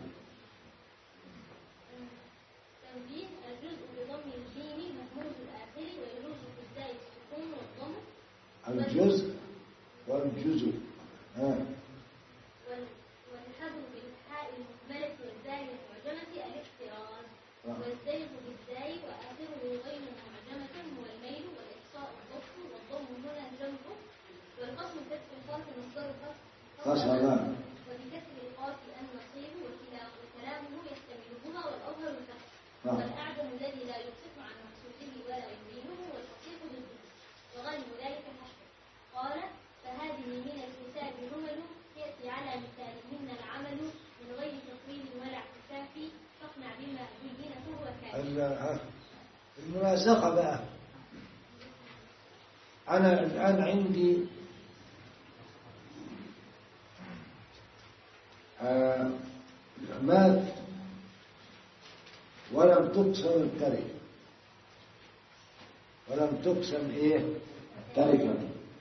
تنبيه: الجزء بضم الجيم مهموز الآخر ويجوز في الزاي السكون والضم.
الجزء والجزء ها
والحذف بالحاء المهملة والزاي المعجمة الاحتراز. والزيغ بالزاي وآخره غير معجمة هو الميل والإحصاء الضبط والضم هنا الجمع. والقسم كسر القاف مصدر
قسما
وبكسر القاف النصيب وكلامه يحتملهما والأظهر الفتح. والأعجم الذي لا يفصح عن مقصوده ولا يبينه والفصيح ضده وغالب ذلك الحشر. قال: فهذه من الكتاب جمل يأتي على مثالهن العمل من غير تطويل ولا اعتكاف فاقنع بما بينه وكافي.
المناسقة بقى، أنا الآن عندي آه مات ولم تقسم التركة، ولم تقسم إيه تركة.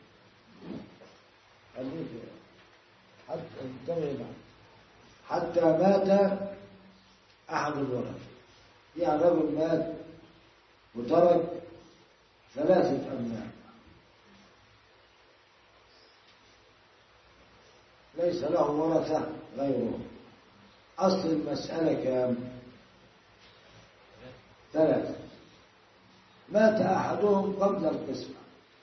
حتى انتبه حتى مات أحد الورثة، يعني رجل مات وترك ثلاثة أبناء ليس له ورثة غيره. أصل المسألة كام؟ ثلاثة. مات أحدهم قبل القسمة،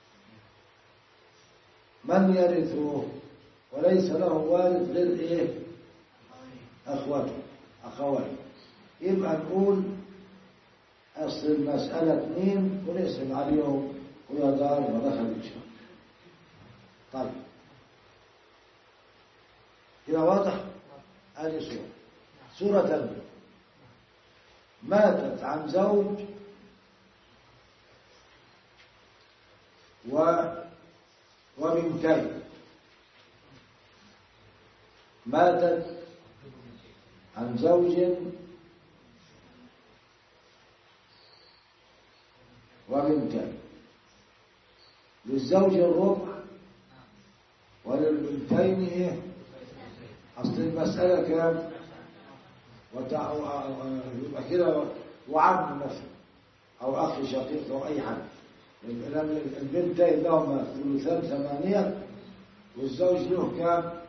من يرثه وليس له والد غير إيه؟ أخوته أخواته. يبقى نقول أصل المسألة اثنين ونقسم عليهم ويا دار ودخل إن شاء الله. طيب كده واضح؟ هذه صورة. صورة ثانية: ماتت عن زوج و وبنتين. ماتت عن زوج وبنتين، للزوج الربع وللبنتين ايه؟ اصل المسألة كام؟ وتع... يبقى كده وعم مثلا او اخ شقيق او اي حد. البنتين لهما ثلثان ثمانية والزوج له كام؟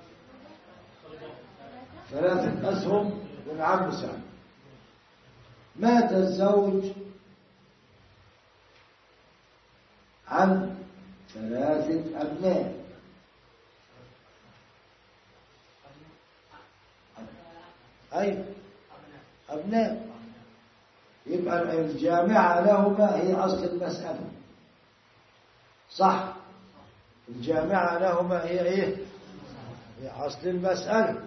ثلاثة أسهم والعم سهم. مات الزوج عن ثلاثة أبناء، أي أبناء، يبقى الجامعة لهما هي أصل المسألة. صح؟ الجامعة لهما هي إيه؟ هي أصل المسألة.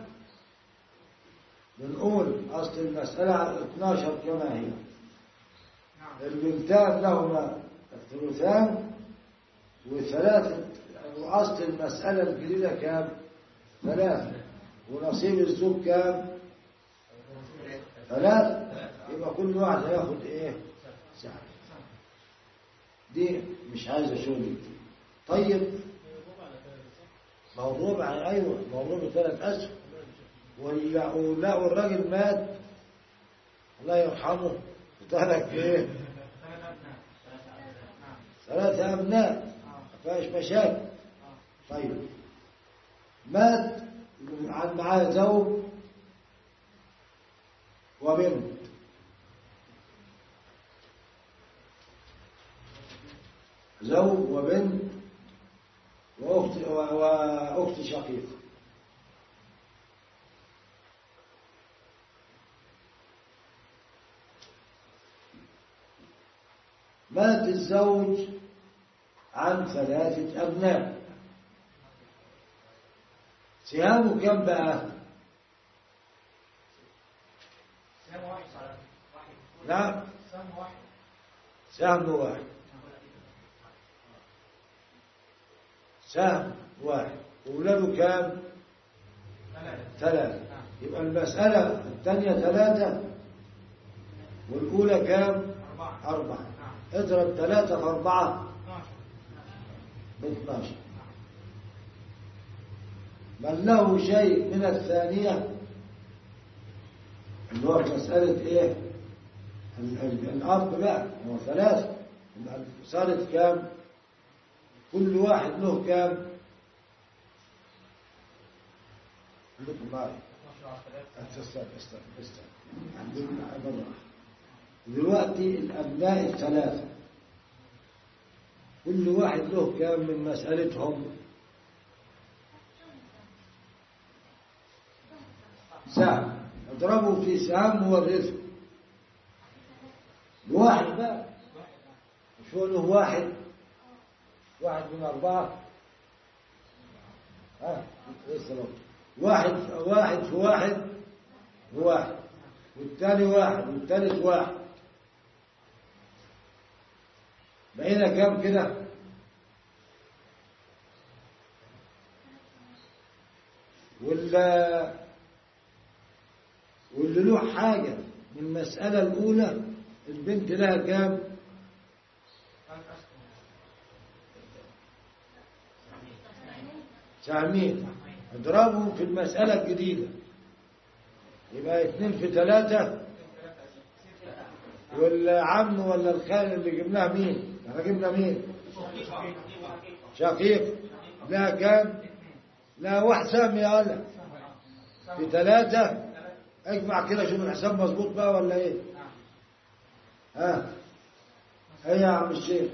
بنقول أصل المسألة اثناشر كما هي. البنتان لهما الثلثان وثلاثة، وأصل المسألة الجديدة كام؟ ثلاثة، ونصيب الزوج كام؟ ثلاثة. يبقى كل واحد هياخد إيه؟ ساعة. دي مش عايزة شغل. طيب موضوع عن أيوة موضوع بثلاث أسهم، ولقوا الراجل مات الله يرحمه وترك ايه؟ ثلاثة أبناء ما فيهاش مشاكل. طيب مات عن معاه زوج وبنت، زوج وبنت وأخت, وأخت شقيقة. مات الزوج عن ثلاثة أبناء، سهامه كم بقى؟
سهم واحد على واحد.
نعم
سهم واحد.
سهم واحد. سهم واحد. أولاده كام؟ ثلاثة. يبقى المسألة الثانية ثلاثة والأولى كام؟ أربعة. اضرب ثلاثة في أربعة باثناشر. من له شيء من الثانية اللي هو مسألة إيه؟ الأرض بقى هو ثلاثة، صارت كام؟ كل واحد له كام؟ لكم معي استنى استنى استنى دلوقتي الأبناء الثلاثة كل واحد له كام من مسألتهم؟ سهم. اضربوا في سهم ورثه بواحد بقى. شو له واحد؟ واحد من أربعة. ها واحد واحد في واحد واحد، والثاني واحد، والثالث واحد. بقينا كام كده؟ ولا واللي له حاجة من المسألة الأولى البنت لها كام؟ سهمين. اضربهم في المسألة الجديدة يبقى اثنين في ثلاثة. والعم ولا الخال اللي جبناه مين؟ احنا جبنا مين؟ شقيق. لا كام؟ لا واحد سهم يا ولا في ثلاثة. اجمع كده شوف الحساب مظبوط بقى ولا ايه؟ ها ايه يا عم الشيخ؟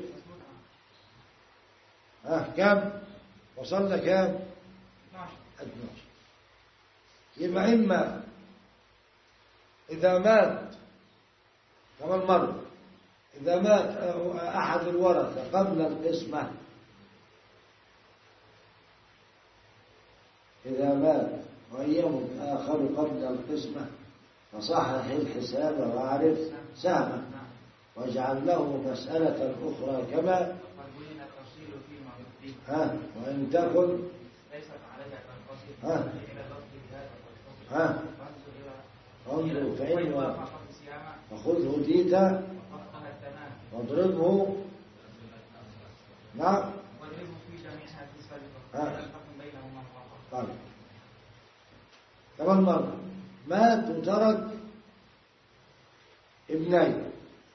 ها كام؟ وصلنا كام؟ اثناشر. يبقى إما إذا مات كمان مرة إذا مات أحد الورثة قبل القسمة إذا مات ويموت آخر قبل القسمة فصحح الحساب وأعرف سهمه واجعل له مسألة أخرى كما ها وإن تكن ها ها انظر فإن فخذه ديتا واضربه. نعم ها طيب كمان مرة مات وترك ابنين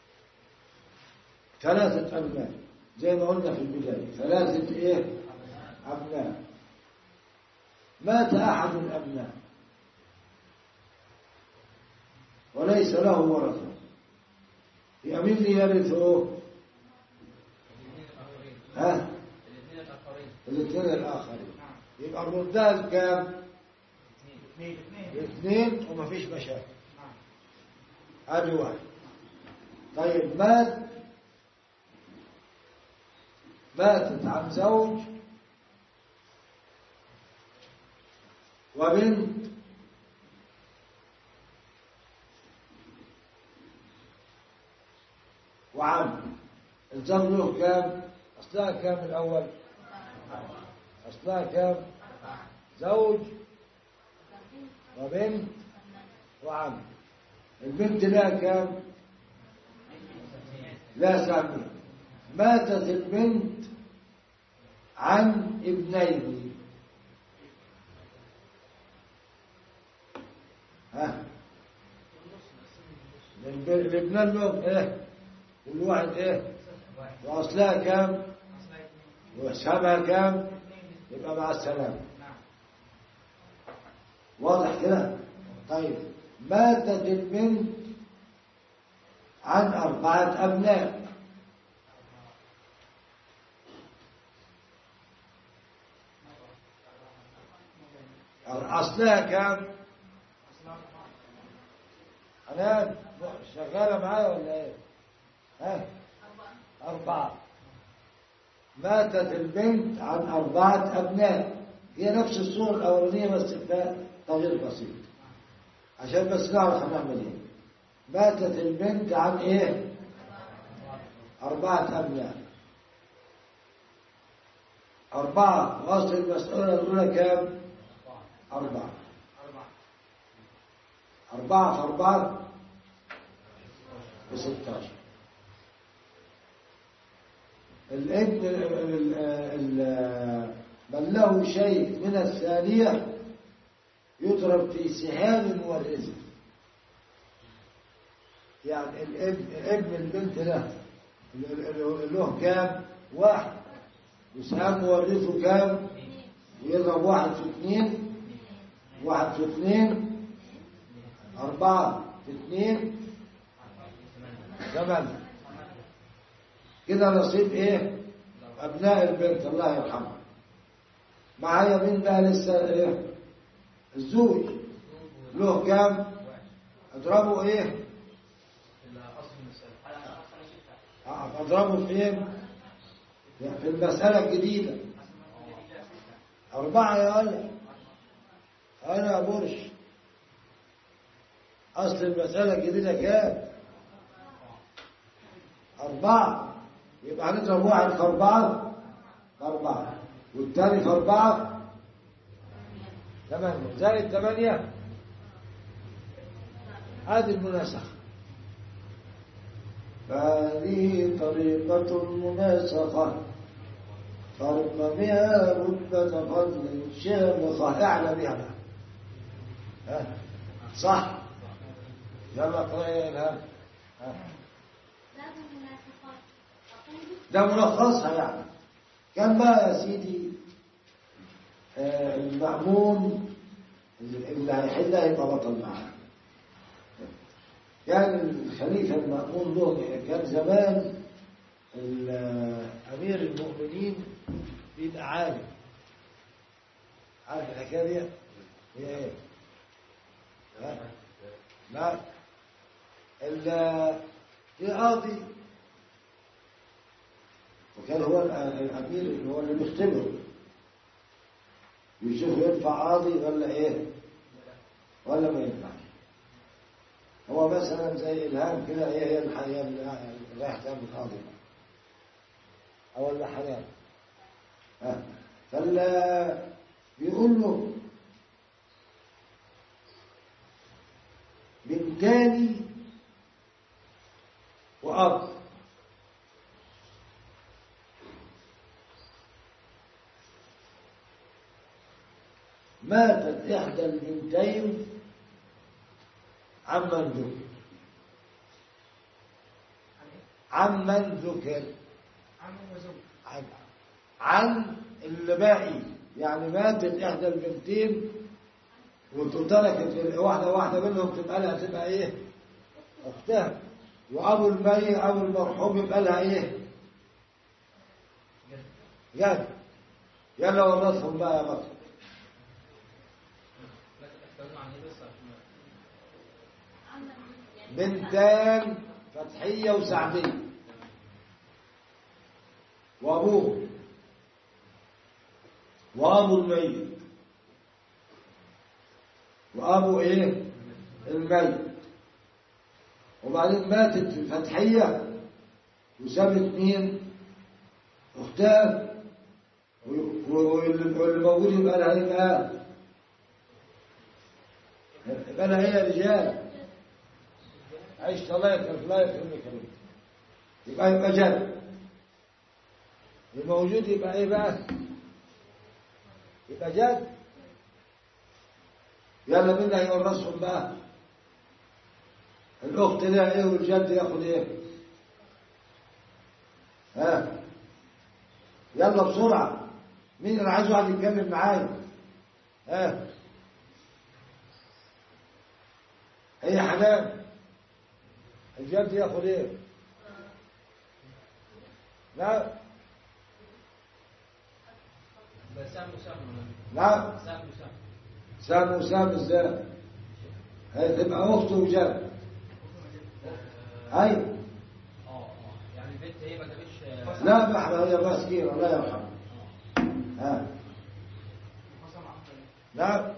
ثلاثة أبناء زي ما قلنا في البداية ثلاثة إيه أبناء. مات أحد الأبناء وليس له ورثة يبقى مين اللي يرثه؟ ها الاثنين الآخرين. يبقى الرداد كام؟ اثنين وما فيش مشاكل. هذه واحد. طيب مات ماتت عن زوج وبنت وعم. الزوج له كام؟ أصلها كام الأول؟ أصلها كام؟ زوج وبنت وعم. البنت لها كام؟ لا سامية. ماتت البنت عن ابنين. ها الابنان لهم ايه؟ كل واحد ايه؟ واصلها كام؟ وحسابها كام؟ يبقى مع السلامة. واضح كده؟ طيب ماتت البنت عن أربعة أبناء.
أصلها كام؟ حنان شغالة معايا ولا إيه؟ ها؟ أربعة. ماتت البنت عن أربعة أبناء. هي نفس الصورة الأولانية بس تغيير بسيط عشان بس نعرف هنعمل إيه. ماتت البنت عن إيه؟ أربعة أبناء. أربعة وأصل المسألة الأولى كام؟ أربعة. أربعة في أربعة بستاشر. الابن من له شيء من الثانية يضرب في سهام والرزق. يعني الابن ابن البنت له له كام؟ واحد. وسهام ورثه كام؟ يضرب واحد في اثنين. واحد في اثنين أربعة في اثنين ثمانية. كده نصيب ايه؟ أبناء البنت الله يرحمها. معايا مين بقى لسه ايه؟ الزوج له كام؟ اضربه ايه؟ اضربه فين؟ في المسألة الجديدة. أربعة يا ولد. أنا يا برش أصل المسألة الجديدة كام؟ أربعة. يبقى هنضرب واحد في أربعة أربعة والتاني في أربعة ثمانية زائد ثمانية. هذه المناسخة. فهذه طريقة المناسخة فرق بها رتبة فضل شامخة. اعلى بها بقى. ها صح. يلا اقرأ يا إلهام. ده ملخصها يعني. كان بقى يا سيدي آه المأمون اللي هيحلها يبقى بطل معاه. يعني الخليفة المأمون له كان زمان أمير المؤمنين بيبقى عالم. عارف الحكاية دي؟ هي ايه؟ ها؟ لا في قاضي وكان هو الأمير اللي هو اللي بيختبره يشوف ينفع قاضي ولا ايه ولا ما ينفعش. هو مثلا زي إلهام كده ايه هي الحياة اللي رايح تعمل قاضي أو ولا حياة. ها فلا بيقول له بنتاني وأب. ماتت إحدى البنتين عمن ذكر. عمن ذكر عن عن اللي باقي. يعني ماتت إحدى البنتين وتتركت واحدة واحدة منهم تبقى لها تبقى إيه؟ أختها. وأبو الميت أبو المرحوم يبقى لها إيه؟ جد. يلا ورثهم بقى يا بطل. بنتان فتحية وسعدية وأبوه وأبو الميت وأبو إيه؟ الميت. وبعدين ماتت الفتحية وسابت مين؟ أختها. واللي موجود يبقى لها يبقى يبقى لها هي رجال. عيش الله يكرمك الله يكرمك يبقى يبقى جد. الموجود يبقى ايه بقى؟ يبقى جد. يلا مين هيورثهم بقى؟ الأخت لها ايه والجد ياخد ايه؟ ها يلا بسرعة. مين اللي عايز واحد يتكلم معايا؟ ها هي حنان. الجد ياخد ايه؟ لا
سهم وسهم.
لا
سهم وسهم.
سام وسام ازاي؟ هي تبقى أخت وجد. أيوة.
اه يعني البنت هي ما جابتش.
لا بحرة هي مسكينة الله يرحمها. ها. نعم.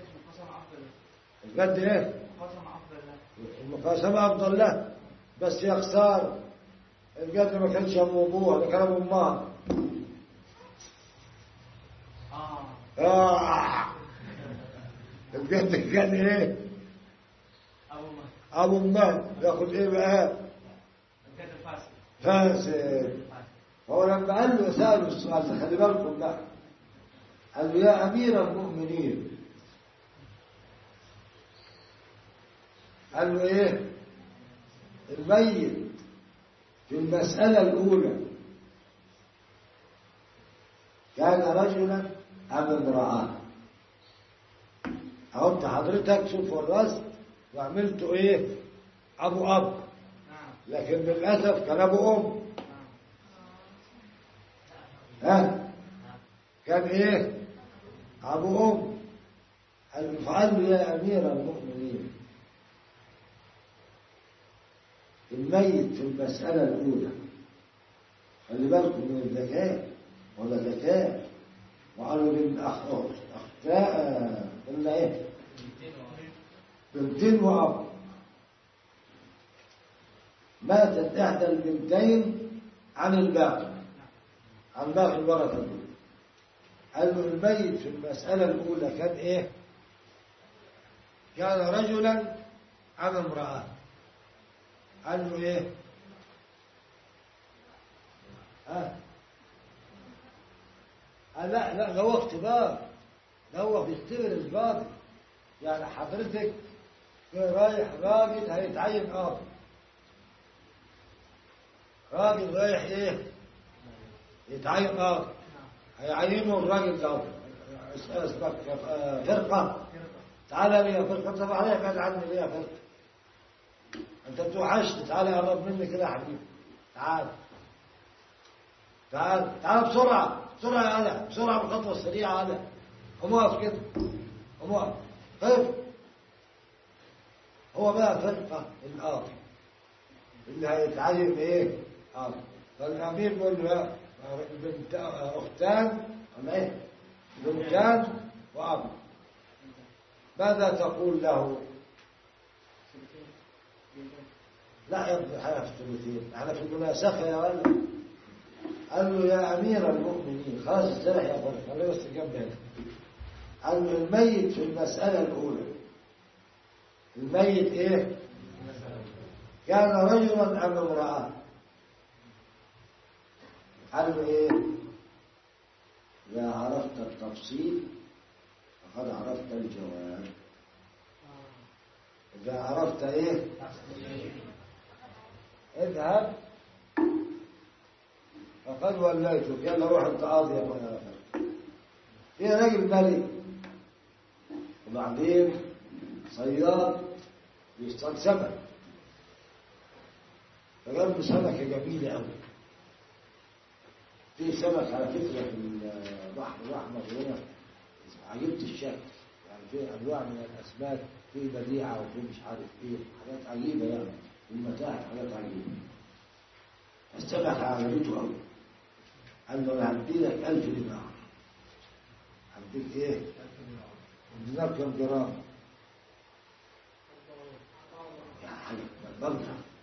الجد ايه؟ المقاسمة أفضل له، بس يا خسارة الجد ما كانش أم أبوها، ده كان أبو أمها. آه آه الجد كان إيه؟ أبو أمها ياخد إيه بقى؟ فاسد. هو لما قال له سأله السؤال ده خلي بالكم بقى، قال له يا أمير المؤمنين، قال له إيه؟ الميت في المسألة الأولى كان رجلا أم امرأة؟ أهو أنت حضرتك شوفوا الرسم وعملته إيه؟ أبو أب، لكن للأسف كان أبو أم. ها؟ كان إيه؟ أبو أم. فقال له يا أمير المؤمنين، الميت في المسألة الأولى، خلي بالكم من الذكاء ولا ذكاء، وقالوا للأخوات أختاء قلنا إيه؟ بنتين وأب. ماتت إحدى البنتين عن الباقي، عن باقي الورثة دول. قال له الميت في المسألة الأولى كان إيه؟ كان رجلا أم امرأة؟ قال له ايه؟ ها؟ قال لا لا ده هو اختبار، ده هو بيختبر القاضي. يعني حضرتك رايح راجل هيتعين قاضي، راجل رايح ايه؟ يتعين قاضي، هيعينه الراجل ده اسمك فرقة، تعالى لي فرقة، طب عليك قاعد عني ليه فرقة؟ انت بتوحشني، تعالى قرب مني كده يا حبيبي، تعال تعال تعال بسرعة بسرعة يا هلا، بسرعة بالخطوة السريعة يا هلا، قوم اقف كده، قوم اقف قف. هو بقى فرقة القاضي اللي هيتعين ايه؟ قاضي. فالامير بيقول له بنت اختان ولا ايه؟ بنتان واب، ماذا تقول له؟ لا يا ابني حاجة في الثلثين، احنا في المناسخة يا ولد. قال له يا أمير المؤمنين، خلاص استرح يا فرق، خليه بس جنب هنا. قال له الميت في المسألة الأولى، الميت إيه؟ كان رجلا أم امرأة؟ قال له إيه؟ إذا عرفت التفصيل فقد عرفت الجواب. إذا عرفت إيه؟ اذهب فقد وليتك، يلا روح انت قاضي يا اخويا. في راجل ملك وبعدين صياد بيصطاد سمك، فجاب له سمكه جميله قوي. في سمك على فكره في البحر الاحمر هنا عجيبه الشكل، يعني في انواع من الاسماك، في بديعه وفي مش عارف ايه، حاجات عجيبه يعني، المتاحف حاجات عجيبه. السمكه عجبته قوي، قال له انا هدي لك ألف دينار. هديك ايه؟ الدينار كم جرام؟ يعني حاجه مبلغ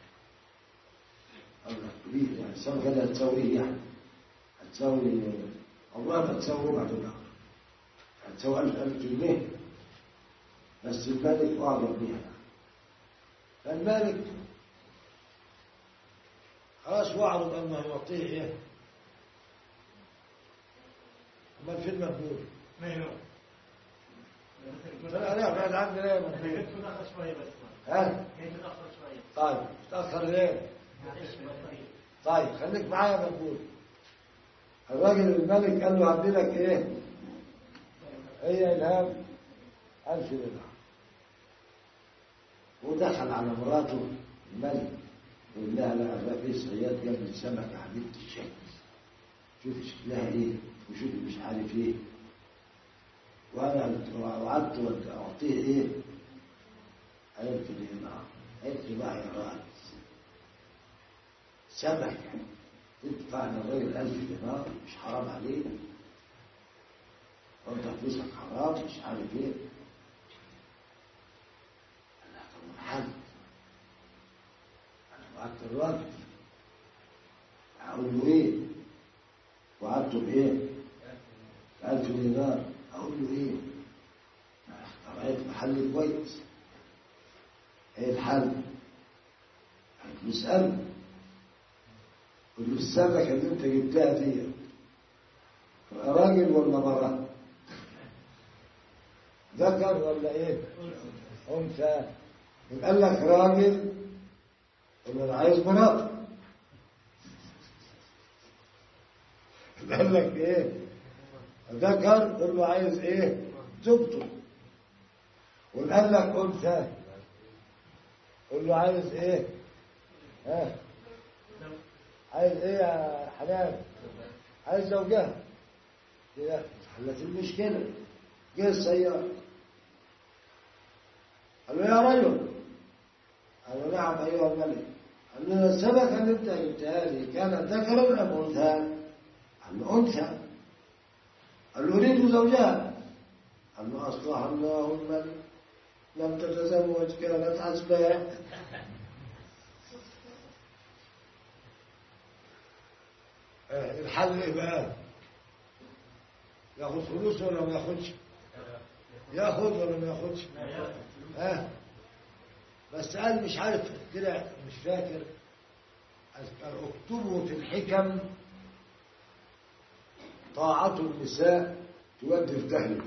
مبلغ كبير، يعني السمكه دي هتساوي ايه يعني؟ هتساوي عمرها ما تساوي ربع دينار، هتساوي ألف ألف جنيه. بس الملك أعجب بها، فالملك خلاص وعرض أنه يعطيه إيه؟ أمال فين مقبول؟
ما هو
لا لا بعد عني ليه مقبول؟
هي تتأخر شوية بس.
ها؟
هي تتأخر شوية.
طيب تتأخر ليه؟ طيب خليك معايا مقبول. الراجل الملك قال له هدي لك إيه؟ هي إلهام ألف دينار. ودخل على مراته الملك يقول لها لا أبقى في صياد جنب السمكة حبيبة الشكل، شوف شكلها إيه وشوف مش عارف إيه. وأنا وعدت أعطيه إيه؟ ألف دينار. قلت له بقى يا راجل سمك تدفع للراجل ألف دينار مش حرام عليه؟ وأنت فلوسك حرام مش عارف إيه؟ أنا طب حل أنا وعدت الراجل أقول له إيه؟ وعدته بإيه؟ بألف دينار. أقول له إيه؟ أنا اخترعت محل كويس. إيه الحل؟ نسأله قل له السمكة اللي أنت جبتها دي راجل ولا مرة؟ ذكر ولا إيه؟ أنثى؟ قال لك راجل قل له أنا عايز مراتك. قال لك إيه؟ ذكر قل له عايز إيه؟ زوجته. وقال لك أنثى قل له عايز إيه؟ ها؟ عايز إيه يا حنان؟ عايز زوجها. كده حلت المشكلة. جه السيارة قال له يا رجل. قال له نعم أيها الملك. قال له السمكة اللي أنت جبتها لي كانت ذكرا أم أنثى؟ قال له أنثى. قال له أريد زوجها. قال له أصلح الله الملك لم تتزوج كانت عزباء. الحل ايه بقى؟ ياخد فلوس ولا ما ياخدش؟ ياخد ولا ما ياخدش؟ ها؟ بس قال مش عارف كده مش فاكر. اكتبوا في الحكم طاعة النساء تودي في دهنه،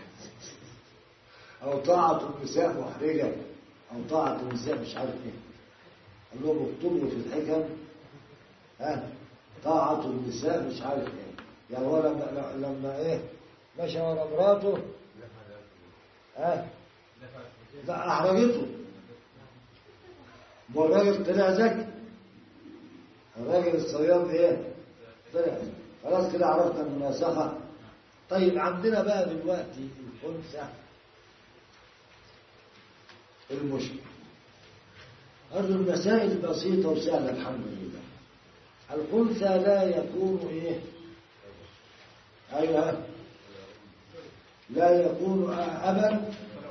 أو طاعة النساء محرجة، أو طاعة النساء مش عارف إيه. قال لهم اكتبوا في الحكم ها طاعة النساء مش عارف إيه. يعني هو لما, لما إيه مشى ورا مراته ها لا أحرجته. والراجل طلع ذكي. الراجل الصياد إيه طلع. خلاص كده عرفنا المناسخة. طيب عندنا بقى دلوقتي الأنثى المشكلة. أرض المسائل بسيطة وسهلة الحمد لله. الأنثى لا يكون إيه؟ أيوة لا يكون أبا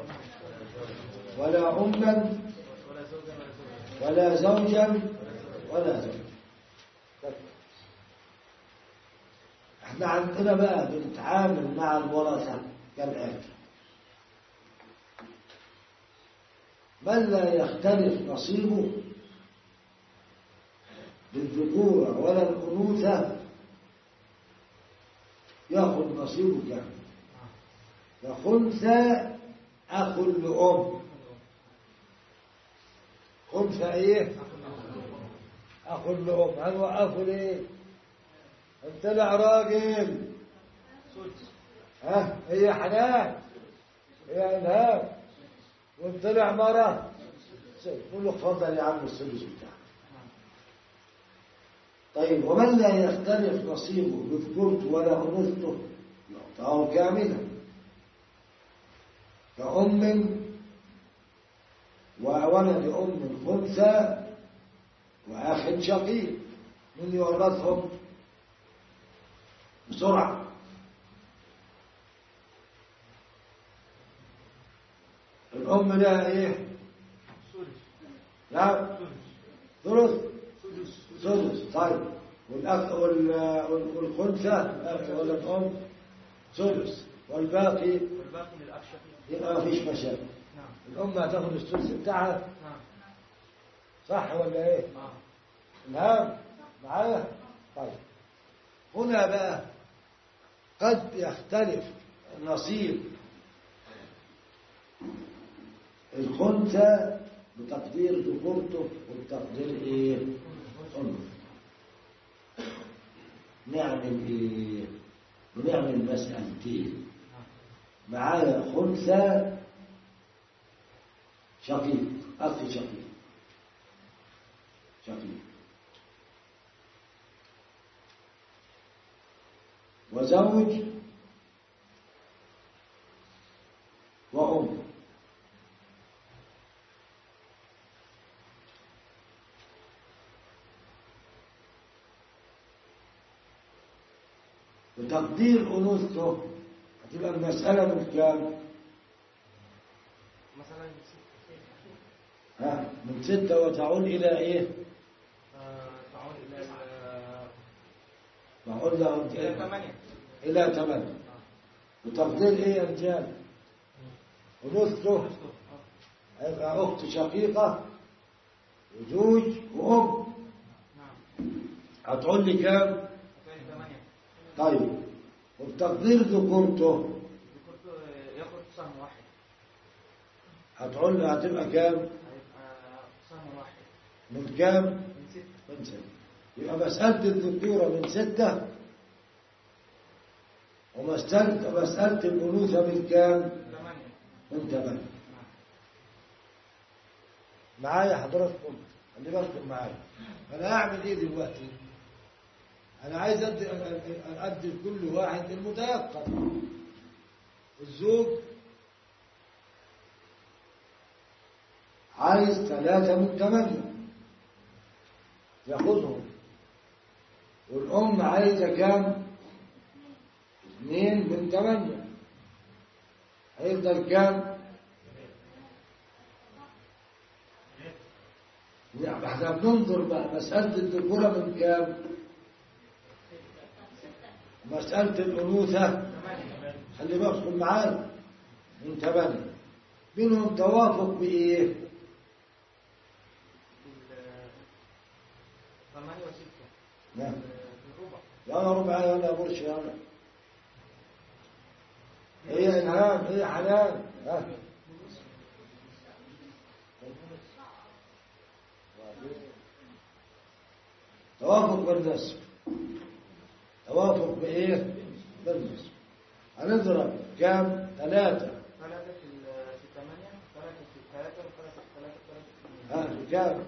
ولا أما ولا زوجا ولا زوجا. احنا عندنا بقى بنتعامل مع الورثة كالآتي: من لا يختلف نصيبه بالذكورة ولا الأنوثة يأخذ نصيبه كامل. فخنثى أخ لأم. خنثى إيه؟ أخ لأم. هل هو أخ لإيه؟ أنت لا راجل. ها هي حنان هي إلهام وطلع مرة. قول له اتفضل يا عم السدس بتاعك. طيب ومن لا يختلف نصيبه بذكورته ولا أنوثته يعطاه كاملا كأم وولد أم خنثى وأخ شقيق. من يورثهم بسرعة؟ الأم لها إيه؟ لا ثلث ثلث. طيب والأخ والخنثى ولا الأم ثلث والباقي
والباقي للأخ شقيق.
يبقى ما فيش مشاكل. الأم هتاخد الثلث بتاعها صح ولا إيه؟ نعم معايا. طيب هنا بقى قد يختلف نصيب الخنثى بتقدير ذكورته وبتقدير ايه انثى. نعمل ايه؟ بنعمل مسألتين. معايا خنثى شقيق اخ شقيق شقيق وزوج وتقدير أنوثته هتبقى المسألة من كام؟
مثلا
ها من ستة وتعود إلى إيه؟
آه، تعود إلى
تعود إلى
إلى ثمانية.
إلى ثمانية. وتقدير إيه يا رجال؟ أنوثته هيبقى أخت شقيقة وزوج وأم. هتقول لي كام؟ طيب وبتقدير ذكورته
ياخد سهم واحد.
هتقول لي هتبقى كام؟
هيبقى سهم واحد.
من كام؟
من ستة.
من ستة. يبقى مسألة الذكورة من ستة ومسألة مسألة الأنوثة من كام؟
ثمانية.
من ثمانية. معايا حضراتكم؟ خلي بالكم معايا. أنا أعمل إيه دلوقتي؟ أنا عايز أدي أدي لكل واحد المتيقن. الزوج عايز ثلاثة من ثمانية ياخذهم، والأم عايزة كام؟ اثنين من ثمانية، هيفضل كام؟ يعني احنا بننظر بقى مسألة الذكورة من كام؟ مسألة الأنوثة خلي بالكم معايا من ثمانية. منهم توافق بإيه؟
ثمانية وستة.
نعم.
بالربع.
يا ربع يا برش يا ربع. هي إنهام هي حلال. ها توافق بالنسب. توافق بإيه؟ بالنسب. هنضرب كام؟ ثلاثة.
ثلاثة في في الثمانية، ثلاثة في الثلاثة، وثلاثة في الثلاثة، ثلاثة في
ها كام؟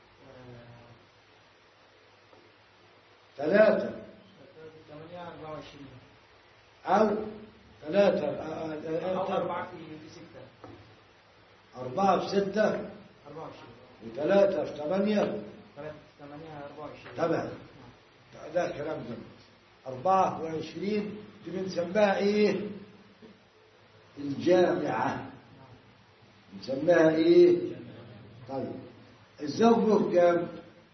ثلاثة.
ثمانية أربعة وعشرين.
أو ثلاثة.
أو أربعة في ستة.
أربعة في ستة.
أربعة وعشرين.
وثلاثة في ثمانية.
ثلاثة في ثمانية أربعة وعشرين.
تمام. ده كلام جميل. أربعة وعشرين دي بنسميها إيه؟ الجامعة. بنسميها إيه؟ طيب الزوج له كام؟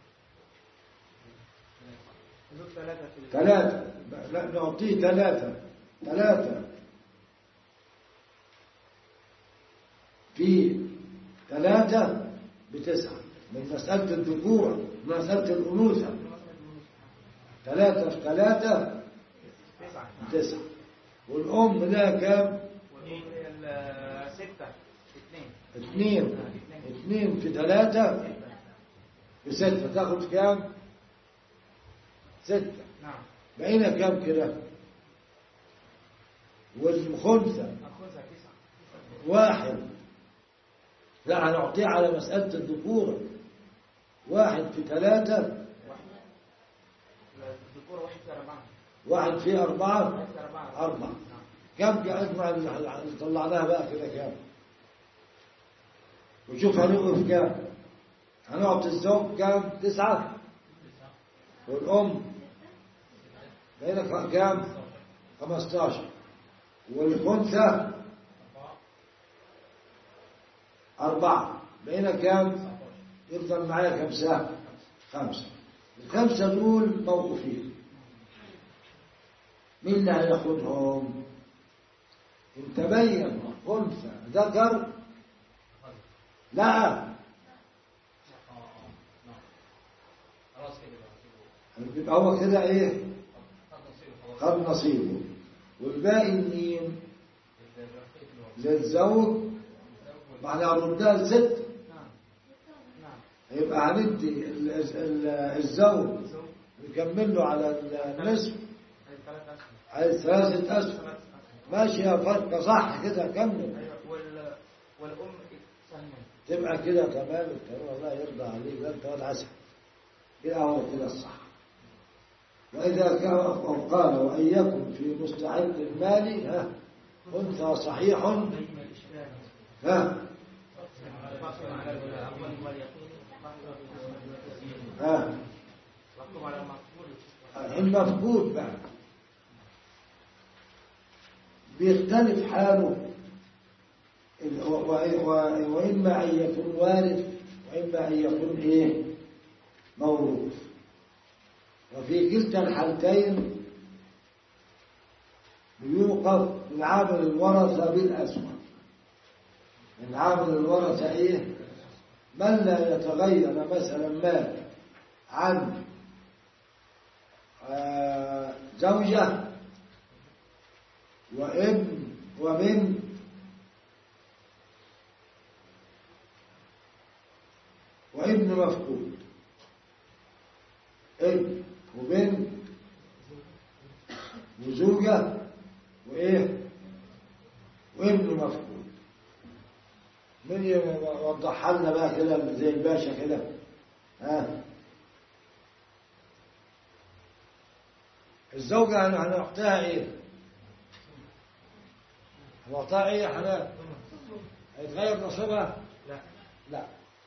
ثلاثة. لا نعطيه ثلاثة. ثلاثة في ثلاثة بتسعة من مسألة الذكورة من مسألة الأنوثة. ثلاثة في ثلاثة تسعة. والأم لها كام؟
ستة. اثنين.
اثنين. اثنين في ثلاثة بستة تاخد كام؟ ستة.
نعم.
بقينا كام كده؟ والخنثى واحد. لا هنعطيه على مسألة الذكورة. واحد في ثلاثة.
الذكورة واحد في أربعة.
واحد في أربعة.
واحد في أربعة.
أربعة. كم أجمع اللي طلعناها بقى كده كام؟ وشوف هنوقف كام؟ هنعطي الزوج كام؟ تسعة. والأم بقينا كام؟ خمستاشر. والخنثى أربعة. بقينا كام؟ يفضل معايا كم ساعة؟ خمسة. الخمسة دول موقوفين. مين اللي هياخدهم؟ إن تبين خنثى ذكر لا يبقى هو كده ايه؟ خد نصيبه. والباقي مين؟ للزوج. بعد هنردها لست. يبقى هندي الزوج نكمل له على النصف عايز ثلاثة أشهر. ماشي يا فرق صح كده كمل.
والأم سهمين.
تبقى كده تمام. الله يرضى عليك. ده انت ولا عسل كده هو كده الصح. وإذا كان قال وأن يكن في مستعد المال ها أنثى صحيح ها ها المفقود بقى بيختلف حاله و- و- و- وإما أن يكون وارث وإما أن يكون إيه موروث. وفي كلتا الحالتين بيوقف من عامل الورثة بالأسوأ. من عامل الورثة إيه؟ من لا يتغير مثلا مات عن آه زوجة وابن وبنت وابن مفقود، ابن وبنت وزوجة وإيه وابن مفقود. من يوضحها لنا بقى كده زي الباشا كده؟ ها الزوجة هنعطيها إيه؟ هنعطيها إيه يا حنان؟ هيتغير نصيبها؟
لا
لا.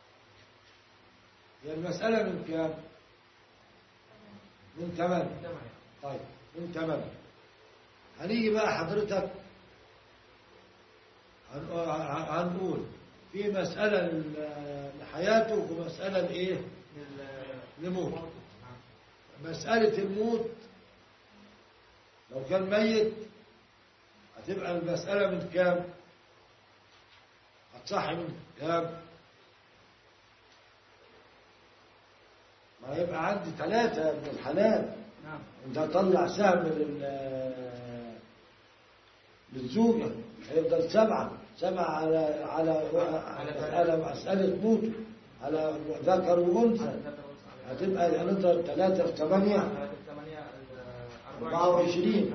هي المسألة من كام؟ من ثمانية. طيب من ثمانية. هنيجي بقى حضرتك هنقول في مسألة لحياته ومسألة لإيه؟ لموت. مسألة الموت لو كان ميت هتبقى المسألة من كام؟ هتصحي من كام؟ ما يبقى عندي ثلاثة من الحلال.
نعم.
انت هتطلع سهم لل للزوجة هيفضل سبعة سبعة على على على مسألة موت على ذكر وأنثى هتبقى هنضرب ثلاثة في ثمانية أربعة وعشرين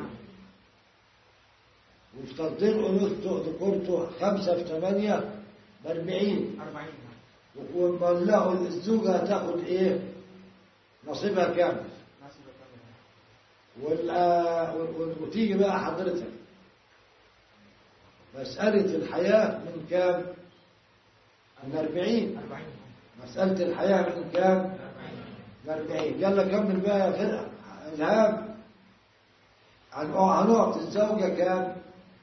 وفي تقدير أنوثته ذكورته خمسة في ثمانية بأربعين ومن الزوجة هتاخد إيه نصيبها كامل. وتيجي بقى حضرتك مسألة الحياة من كام؟ من أربعين. مسألة الحياة من كام؟ من أربعين. يلا كمل بقى يا فرقة الهام. هنعطي الزوجة كام؟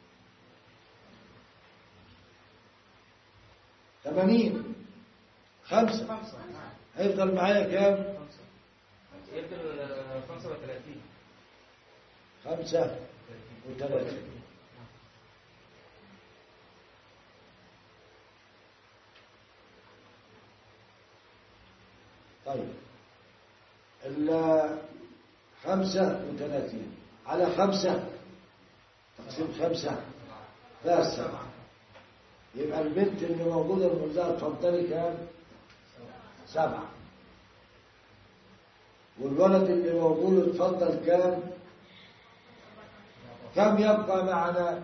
ثمانين. خمسة. هيفضل معايا كام؟
يفضل خمسة وثلاثين.
خمسة وثلاثين. طيب خمسة وثلاثين على خمسة تقسيم خمسة فيها سبعة. يبقى البنت اللي موجودة المرزقة تفضلي كام؟ سبعة. والولد اللي موجود اتفضل كام؟ كم يبقى معنا؟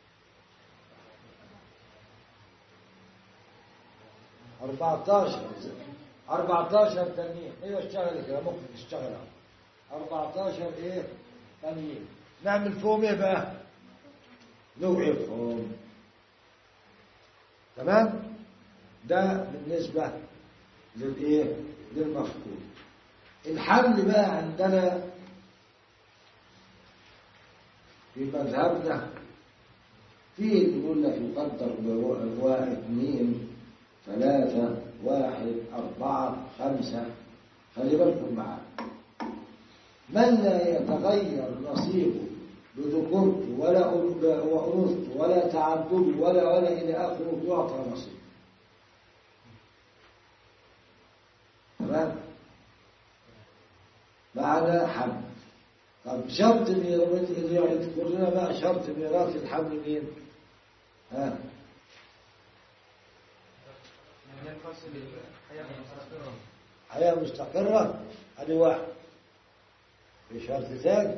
أربعتاشر. أربعتاشر تانيين. ايوه اشتغل كده مخك اشتغل. أربعتاشر ايه تانيين. نعمل فيهم ايه بقى؟ نوقفهم. تمام؟ ده بالنسبة للايه؟ للمفقود. الحل بقى عندنا في مذهبنا فيه يقول لك يقدر بواحد اثنين ثلاثة واحد أربعة خمسة. خلي بالكم معاه. من لا يتغير نصيبه بذكورته ولا وأنوثته ولا تعدده ولا ولا إلى آخره يعطى نصيب. تمام؟ معنا حمل. طب شرط اللي يذكر لنا بقى شرط ميراث الحمل مين؟ ها؟ حياة مستقرة. هذه واحد. في شرط ثاني.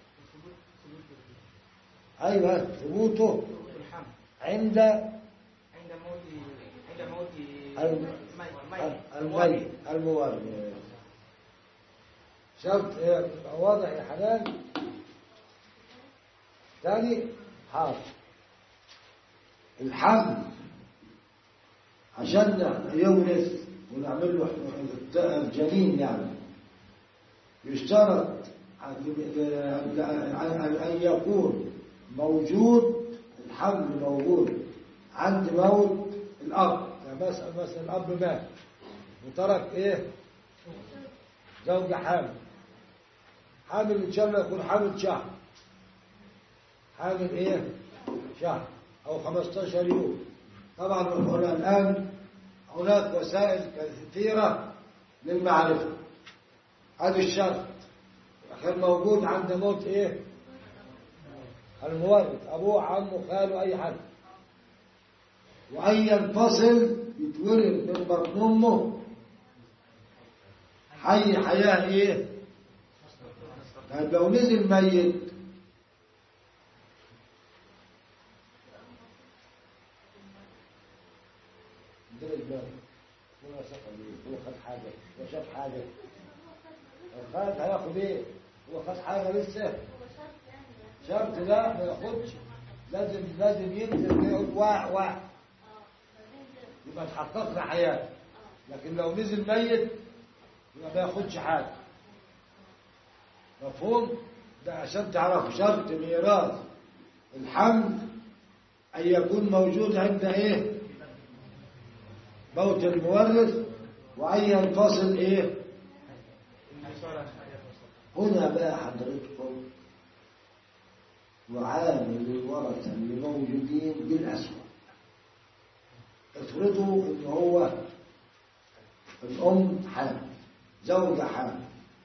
أيوة ثبوته عند
عند موت عند موت
الميت المورث. شرط واضح يا حلال. ثاني حاضر. الحمل عشان يورث ونعمل له الجنين يعني يشترط أن يكون موجود الحمل موجود عند موت الأب، يعني مثلا مثلا الأب مات وترك إيه؟ زوجة حامل. حامل إن شاء الله يكون حامل شهر، حامل إيه؟ شهر أو خمستاشر يوم. طبعا هنا الآن هناك وسائل كثيرة للمعرفة. هذا الشرط كان موجود عند موت إيه؟ المورث، أبوه عمه خاله أي حد، وأن ينفصل يتولد من بطن أمه حي حياة إيه؟ طيب لو نزل ميت هو خد حاجة، هو شاف حاجة، الخالد هياخد ايه؟ هو خد حاجة لسه؟ شرط لا ما ياخدش، لازم لازم ينزل يقول واع واع يبقى تحقق له حياة. لكن لو نزل ميت يبقى ما ياخدش حاجة. مفهوم؟ ده عشان تعرفوا شرط ميراث الحمل أن يكون موجود عند إيه؟ موت المورث، وأن ينفصل إيه؟ هنا بقى حضرتكم وعامل الورثة اللي موجودين بالأسوأ. افرضوا إن هو الأم حامل، زوجة حامل،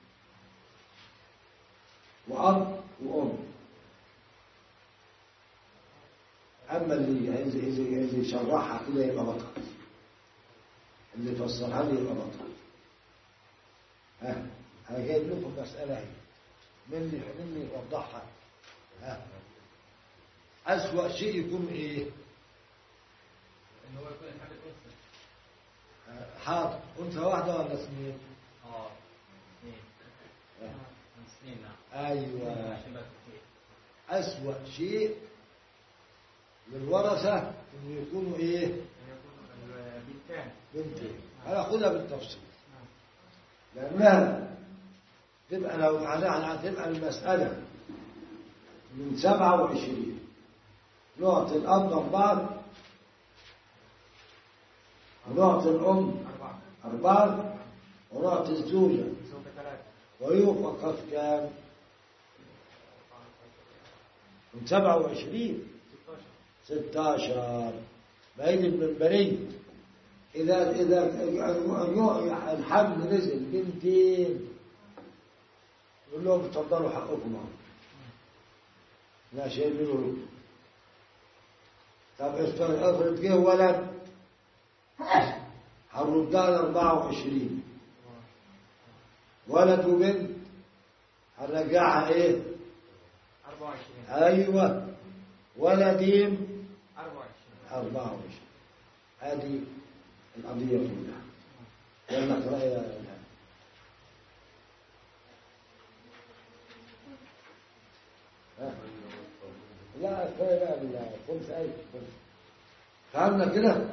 وأب وأم. أما اللي عايز عايز يشرحها كده يبقى بطل، اللي فسرها لي يبقى بطل. ها أنا جايب لكم مسألة هي من اللي من اللي يوضحها. ها أسوأ شيء يكون إيه؟
إن هو يكون الحمل أنثى.
حاضر، أنثى واحدة ولا اثنين؟
آه اثنين. من سنين نعم.
أيوة. أسوأ شيء للورثة إنه يكونوا إيه؟
بنتان.
بنتين. هناخدها بالتفصيل. لأنها تبقى لو هتبقى المسألة من سبعة وعشرين نعطي الأب أربعة ونعطي الأم أربعة ونعطي الزوجة ويوفق في كام؟ من سبعة وعشرين ستاشر. بعيد المنبري إذا إذا الحمل نزل بنتين يقول لهم تفضلوا حقكم لا شيء منه. طب افرض جه ولد هنردها ل أربعة وعشرين، ولد وبنت هنرجعها ايه؟
أربعة وعشرين.
ايوه ولدين
أربعة وعشرين.
أربعة وعشرين. هذه القضية كلها. يلا اقرأ يا الهام. لا كفاية بقى الخمس أي فهمنا كده؟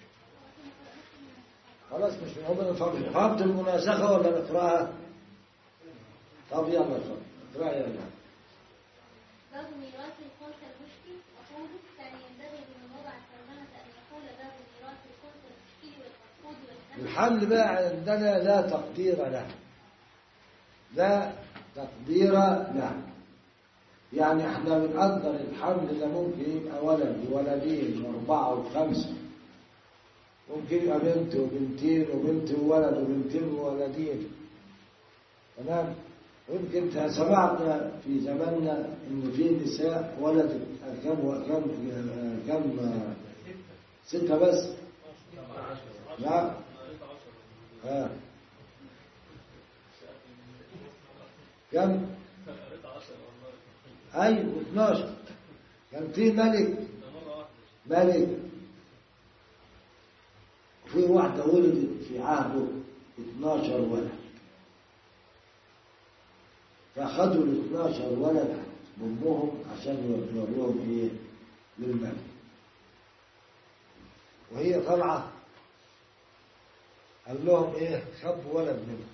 خلاص مش من عمر الفرق. فهمت المناسخة ولا نقرأها؟ طب يلا اقرأ يا الهام.
باب ميراث الخنثى المشكل. أقول كان ينبغي لمن وضع الترجمة أن يقول باب ميراث الخنثى المشكل والمفقود والحمل.
الحمل بقى عندنا لا تقدير له، لا تقدير له. يعني احنا بنقدر الحمل اللي ممكن يبقى ولد وولدين واربعة وخمسة، ممكن يبقى بنت وبنتين وبنت وولد وبنتين وولدين. تمام؟ ويمكن سمعنا في زماننا ان في نساء ولدت كم وكم كم ستة بس. نعم. ها كم؟ أيوة اثناشر. كان في ملك ملك في واحدة ولدت في عهده اثناشر ولد، فأخذوا ال اثناشر ولد بأمهم عشان يوروهم إيه للملك، وهي طالعة قال لهم إيه خبوا ولد منهم،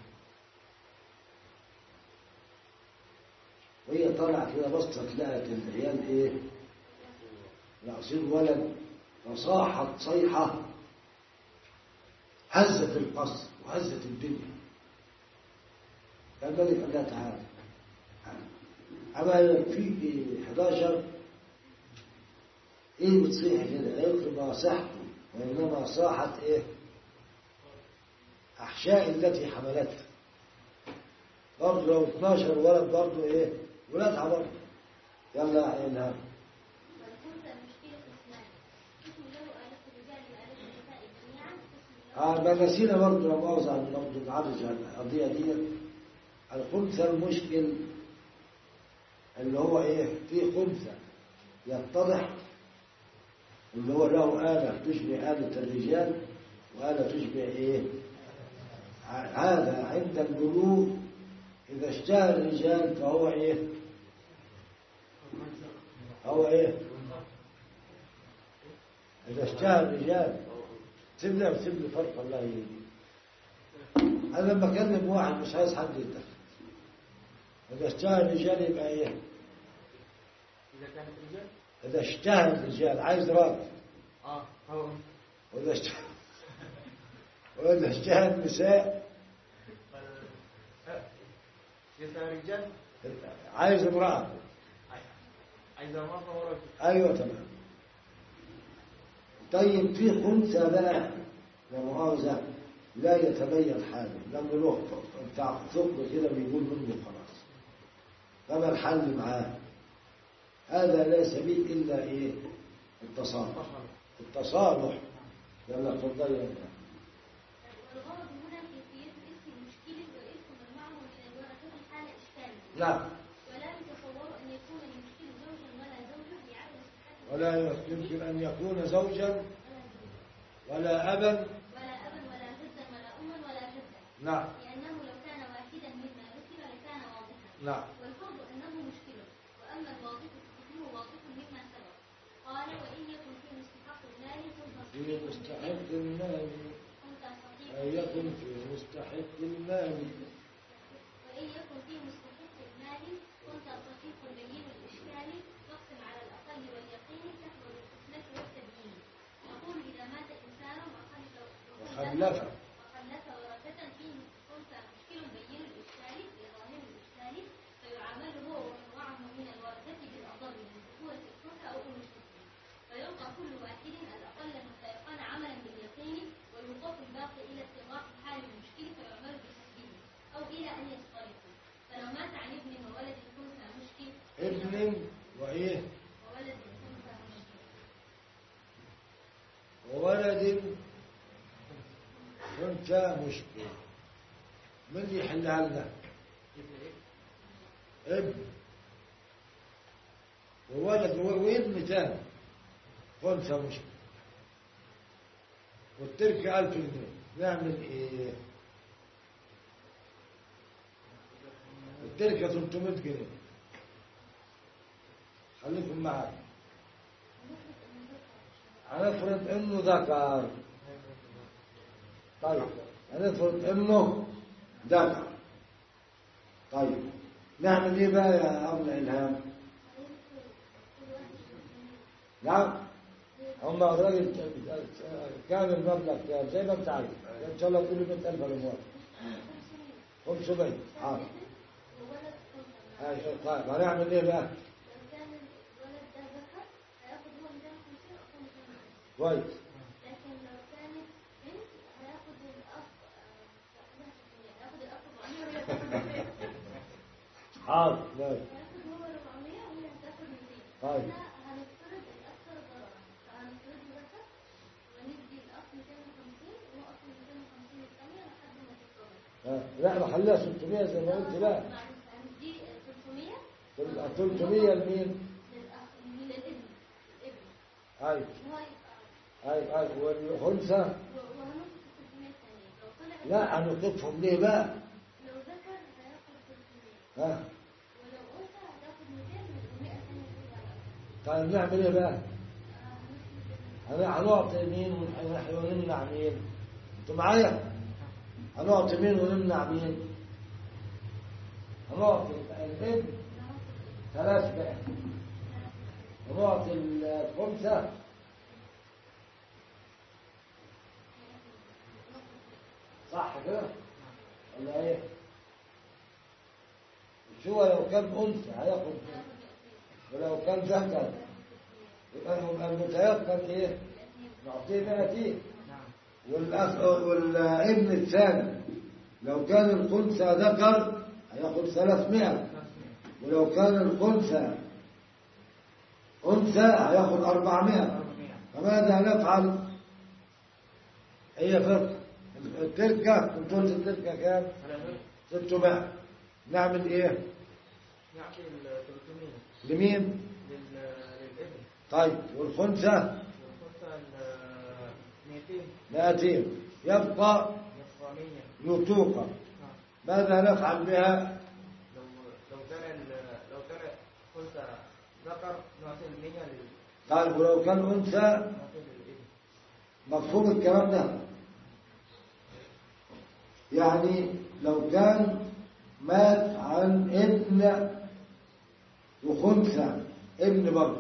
وهي طالعة كده بصت لقت العيال إيه الأصيل ولد فصاحت صيحة هزت القصر وهزت الدنيا. فالملك قال لها تعالى أما يكفيك حداشر إيه بتصيح كده؟ قالت له ما صحت وإنما صاحت إيه؟ أحشاء التي حملتها. برضه لو اثناشر ولد برضه إيه؟ ولادها برضه. يلا يا إلهام. آه ما نسينا برضه لما أوزع برضه نعرج على القضية دي. الخنثى المشكل اللي هو إيه؟ في خنثى يتضح اللي هو له آلة تشبه آلة الرجال وآلة تشبه إيه؟ هذا عند البلوغ إذا اشتهى الرجال فهو إيه؟ هو إيه؟ إذا اشتهى الرجال سيب لي سيب لي فرق الله يهدي. أنا لما أكلم واحد مش عايز حد يتدخل. إذا اشتهى الرجال يبقى إيه؟
إذا كانت رجال؟
إذا اشتهى الرجال عايز راجل.
آه هو.
وإذا اشتهى وإذا اشتهى النساء
إذا رجال
عايز امرأة.
عايز امرأة ورجل.
أيوة تمام. طيب في خنثى بقى لمؤاخذة لا يتبين حاله لما له بتاع ثقب كده بيقول منه خلاص. فما الحل معاه؟ هذا لا سبيل إلا إيه؟ التصالح. التصالح. يلا اتفضلي يا ابني.
والغرض هنا كيفية اسم المشكلة واسم مجمعه من الورثة الحالة إشكالا.
نعم.
ولا يتصور أن يكون المشكل زوجا ولا زوجة بعدم استحقاق.
ولا يمكن أن يكون زوجا ولا أبا
ولا أبا ولا جدا ولا أما ولا جدا.
نعم.
لأنه لو كان واحدا مما ذكر لكان واضحا.
نعم.
والفرض أنه مشكل وأما الواضح فهو واضح مما سبق. قال وإن يكن في مستحق المال
في مستحق المال أن يكن في مستحق المال
وإن يكن في مستحق المال كنت صحيح بين الإشكال نقسم على الأقل واليقين تحمل القسمة والتبيين. نقول إذا مات إنسان وخلف
وخلف
وخلف ورثة فيه كنت مشكل بين الإشكال لظاهر الإشكال فيعامل هو ومن معه من الورثة بالأضر من ذكورة الكنثى أو المشتكين فيلقى كل واحد الأقل حتى يقال عملا باليقين ويوقف الباقي إلى اتضاح حال المشكل فيعمل بحسبه أو إلى أن يفترقوا. فلو مات عن ابن وولد كنثى مشكل
ابن وإيه
وولد كنثى مشكل
وولد كنثى مشكل من اللي يحلها لنا؟ ابن وولد وابن ثاني كنثى مشكل والتركة ألف جنيه نعمل إيه؟ التركة ثلاثمائة جنيه خليكم معي. هنفرض إنه ذكر. طيب هنفرض إنه ذكر. طيب نعمل إيه بقى يا أبناء إلهام؟ نعم هم الراجل كان المبلغ كام زي ما انت عارف ان شاء الله تقول مئة ألف الاموال خمسمائة حاضر. ايوه طيب هنعمل ايه بقى؟ كويس.
لكن لو كانت بنت هياخد الأخ هياخد الأخ أربعمائة
حاضر ماشي.
هياخد هو أربعمائة وهي هتاخد مئتين.
طيب
هنفترض الأكثر ضررا فهنفترض ذكر وندي الأخ مئتين وخمسين ونقف مئتين وخمسين الثانية لحد ما تتضرر.
لا ما خليها ستمائة زي ما قلت بقى.
هندي ثلاثمائة.
ثلاثمائة لمين؟
للأخ من الابن الابن.
ايوه
هو
ايوه ايوه والخنثى لا هنوقفهم ليه بقى؟
لو ذكر هياخد ثلاثمائة.
ها
ولو أنثى هتاخد مئتين ومئة ثانية.
طيب نعمل ايه بقى؟ هنعطي مين ونمنع مين؟ انتوا معايا؟ هنعطي مين ونمنع مين؟ هنعطي الابن ثلاث بقى ونعطي الخمسة صح كده ولا ايه؟ شو لو كان أنثى هياخد، ولو كان ذكر يبقى المتيقن ايه؟ نعطيه مئتين. والأخ والابن الثاني لو كان الخنثى ذكر هياخد ثلاثمائة، ولو كان الخنثى أنثى هياخد أربعمائة. فماذا نفعل؟ هي فرق التركة، كنترول التركة كام؟ ستمائة. نعمل ايه؟
نعطي ال ثلاثمائة
لمين؟
للابن.
طيب والخنثى؟
والخنثى مئتين.
مئتين. يبقى
يبقى مئة.
نطوقة. ماذا نفعل بها؟
لو لو كان لو كان خنثى ذكر نعطي المئة لل.
طيب ولو كان أنثى؟
نعطي للابن.
مفهوم الكلام ده؟ يعني لو كان مات عن ابن وخنثى ابن برضه،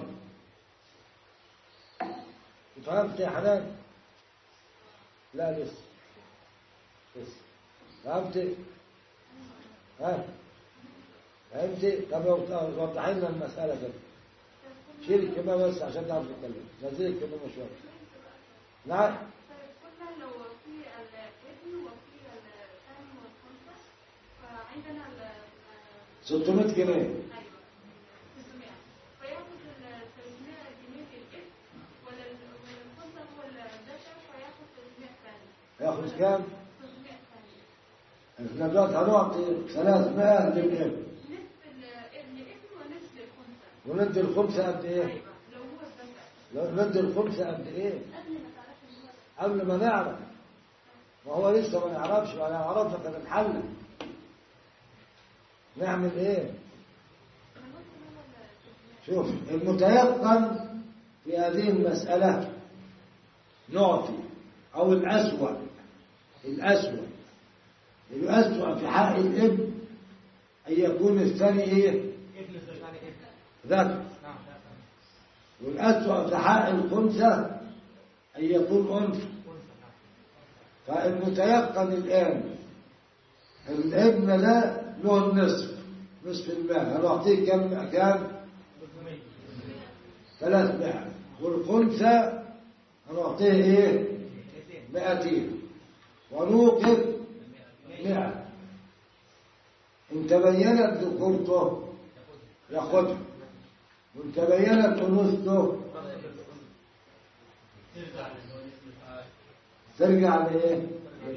فهمت يا حنان؟ لا لسه لسه. فهمت؟ ها؟ فهمت؟ طب وضحي لنا المسألة كده. شيل الكلمة بس عشان تعرف تتكلم، نزل الكلمة شوية. نعم؟
قلنا لو في الابن وفي الثاني والخنثى فعندنا
ستمائة جنيه.
ايوه ستمائة، فياخد ال ثلاثمائة جنيه الابن، ولا الخنثى هو الذكر فياخد ثلاثمائة ثاني.
هياخد كام؟
ثلاثمائة ثاني.
احنا دلوقتي هنعطي ثلاثمائة للابن.
نصف الابن ونصف الخنثى.
وندي الخمسة قد ايه؟
ايوه لو هو الذكر.
ندي الخمسة قد ايه؟
قبل ما تعرف ان هو
قبل ما نعرف. وهو لسه ما نعرفش، ولا عرفنا كان الحل. نعمل ايه؟ شوف المتيقن في هذه المسألة نعطي، أو الأسوأ الأسوأ الأسوأ في حق الابن أن يكون الثاني إيه؟ ذكر. والأسوأ في حق الخنثى أن يكون أنثى. فالمتيقن الآن الابن ده له النصف، نصف المال. هنعطيه كم كام؟ ثلاثمائة. والخنثى هنعطيه ايه؟ مئتين. ونوقف مئة. ان تبينت ذكورته ياخذها، وان تبينت انوثته ترجع لايه؟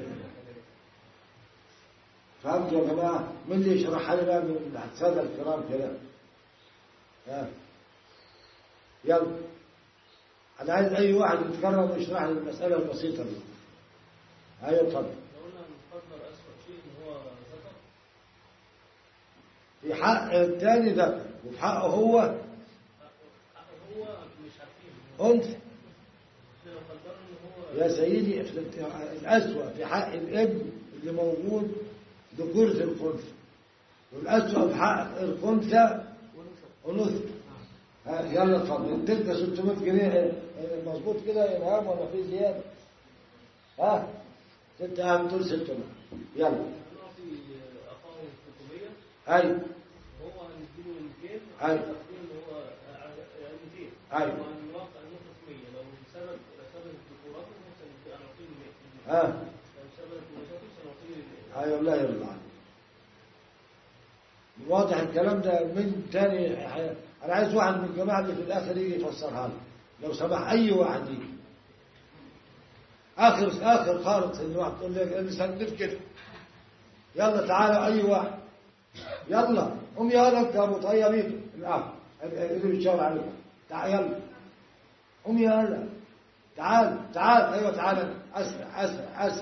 فهمت يا جماعه؟ مين اللي يشرحها لي بقى من الساده الكرام كده؟ ها يلا، انا عايز اي واحد يتكرم ويشرح لي المساله البسيطه دي. ايوه اتفضل.
لو قلنا المقدر اسوأ شيء ان هو ذكر،
في حق الثاني ذكر، وفي حقه هو
حقه هو مش عارفين
انثى.
لو قدرنا ان هو
يا سيدي الأسوأ في حق الابن اللي موجود ذكورة الخنثى، والأسوأ في حق الخنثى أنوثة. يلا اتفضل. تلك ستمائة جنيه مظبوط كده يا إلهام ولا في زيادة؟ ها؟ ستة أهم دول ستمائة. يلا.
نعطي أخاه ستمائة.
أيوه.
وهو هنديله مئتين.
أيوه.
اللي هو مئتين.
أيوه.
وهنوقع المنقص مئة. لو ثبت ثبت ذكوراته سنعطيه مئة.
ها؟
لو ثبت انوثاته سنعطيه.
أيوه الله يرضى عليك. واضح الكلام ده من تاني. أنا عايز واحد من الجماعة اللي في الآخر يجي يفسرها لي لو سمح. أي واحد يجي آخر آخر خالص اللي واحد تقول لك اللي سندف كده. يلا تعالى أي واحد. يلا قوم يلا أنت أبو طيبين الآخر اللي بيتشاور عليك. تعال يلا قوم يلا تعال تعال. أيوة تعال أسرع أسرع أسرع.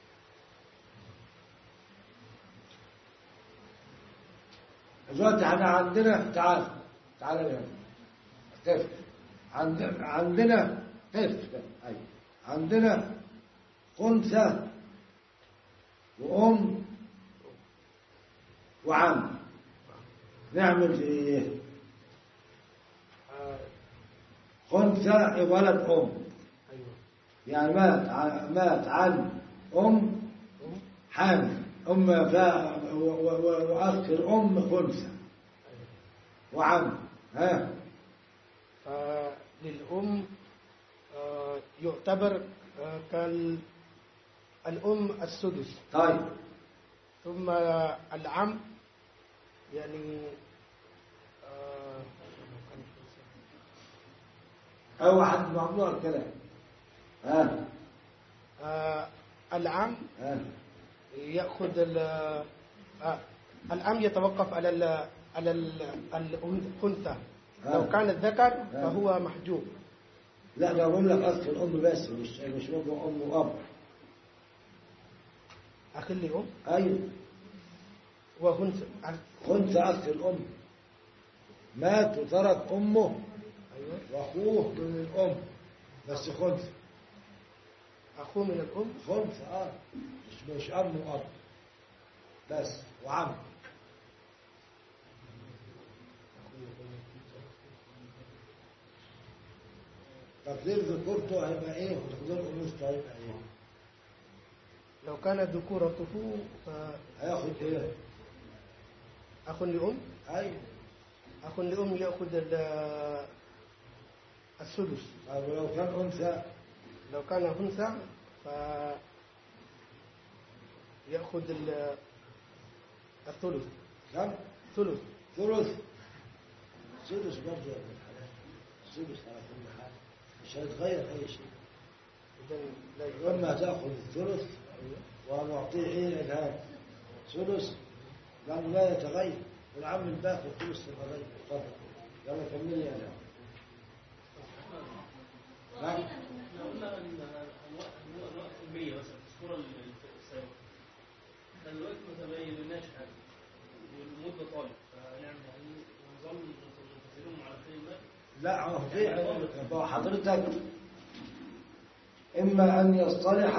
دلوقتي احنا عندنا تعال تعال هنا كيف عندنا عندنا كيف ايوه عندنا خنثى وام وعم. نعمل ايه؟ خنثى ولد أم. يعني مات ع- مات عن أم حامل أم فا و- و- وأخ الأم خنثى وعم. ها
فللأم آه، يعتبر آه، كالأم السدس.
طيب.
ثم العم يعني آه،
أو حد ممنوع الكلام. ها
آه، العم
ها
يأخذ ال آه، العم يتوقف على ال على ال- الأنثى. لو كان الذكر فهو محجوب.
لا ده بقول لك أخ الأم بس مش مش أم أم وأب.
أخ لأم
أيوه
وخنثى.
خنثى أخ الأم مات وترك أمه وأخوه من الأم بس خنثى.
أخوه من الأم
خنثى آه مش مش أم وأب بس وعم. تقدير ذكورته هيبقى إيه وتقدير أنوثته هيبقى إيه؟
لو كانت ذكورته
هياخد إيه؟
أخ لأم.
أيوه
أخ لأم يأخذ ال- السدس.
أو لو كان أنثى
لو كان أنثى ف يأخذ ال- الثلث.
كم؟
ثلث.
ثلث. سدس برضه يا ابن الحلال. سدس على كل حال مش هيتغير أي شيء. إما تأخذ الثلث ونعطيه إيه الإلهام ثلث لأنه لا يتغير. والعم الباقي الثلث يتغير. تفضل يلا كملي يا إلهام.
احنا قلنا ان الوقت المية مثلا في الصورة السابقة. احنا دلوقتي ما تبيناش حاجة والمدة طالب فنعمل يعني نظام ننزلهم على خير الماء.
لا هو في هو حضرتك إما أن يصطلح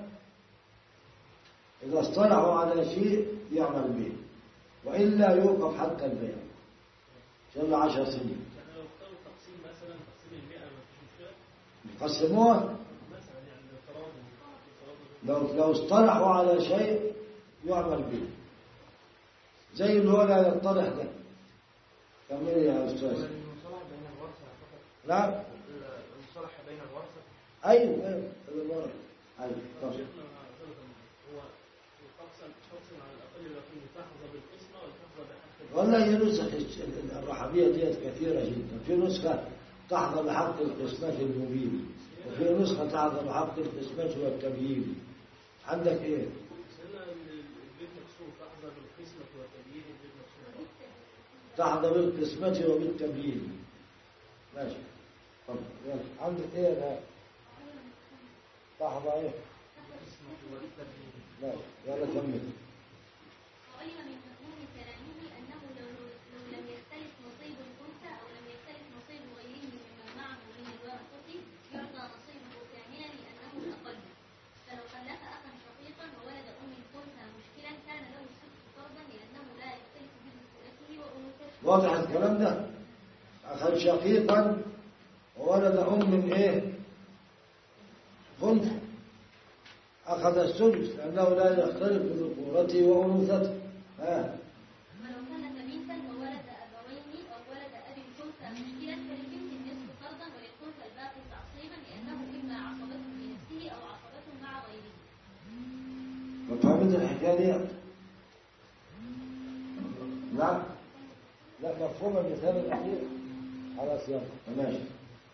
إذا اصطلحوا على شيء يعمل به وإلا يوقف حتى البيع شاء الله عشر سنين.
احنا لو اختاروا تقسيم مثلا تقسيم المئة ما فيش مشكلة.
يقسموها
مثلا يعني التراضي
لو لو اصطلحوا على شيء يعمل به زي اللي هو لا يطرح ده. كمل يا أستاذ.
المصالحة بين الورثة فقط.
نعم.
المصالحة بين الورثة.
أيوه أيوه الورثة. أيوه طبعا.
هو يقسم يقسم على الأقل لكن تحظى بالقسمة ولا تحظى بحق.
والله هي نسخ الرحبية ديت كثيرة جدا. في نسخة تحظى بحق القسمة المبين وفي نسخة تحظى بحق القسمة والتبيين. عندك إيه؟
سألنا البيت مكسور تحظى بالقسمة والتبيين. البيت مكسور
تحظى بالقسمة وبالتبيين. ماشي. طب يلا عندك إيه يا تحظى إيه؟ ماشي يلا كمل.
وعلم من مفهوم كلامه أنه لو لو لم يختلف نصيب الأنثى أو لم يختلف نصيب غيره ممن معه من الورثة يعطى نصيبه كاملا لأنه أقل. فلو خلف أخا شقيقا وولد أم الأنثى مشكلا كان له السدس فرضا لأنه لا يختلف بذكورته وأنوثته.
واضح الكلام ده؟ أخا شقيقا وولد أم من إيه؟ خنثى أخذ السدس لأنه لا يختلف بذكورته وأنوثته. ها
ولو كان بنتا وولد أبوين أو ولد أب الأنثى مشكلا فللبنت النصف فرضا وللأنثى الباقي تعصيبا لأنه إما عصبته بنفسه أو عصبته مع غيره.
فهمت الحكاية دي؟ لا لا مفهوم المثال الأخير على سياق ماشي.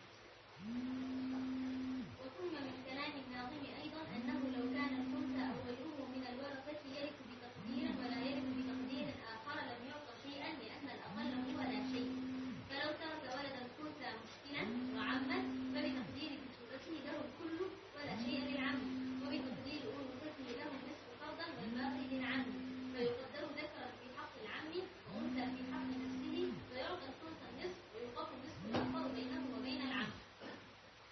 وثم من كلام الناظم أيضا أنه لو كان الأنثى أو غيره من الورثة يرث بتقدير ولا يرث بتقدير آخر لم يعط شيئا لأن الأقل هو لا شيء. فلو ترك ولد الأنثى مشكلا وعما فبتقدير بصورته له الكل ولا شيء للعم وبتقدير أنوثته له النصف فرضا والباقي للعم فيقدر ذكرا في حق العم وأنثى في حق نفسه فيعطى الأنثى النصف ويوقف النصف الآخر بينه وبين العم.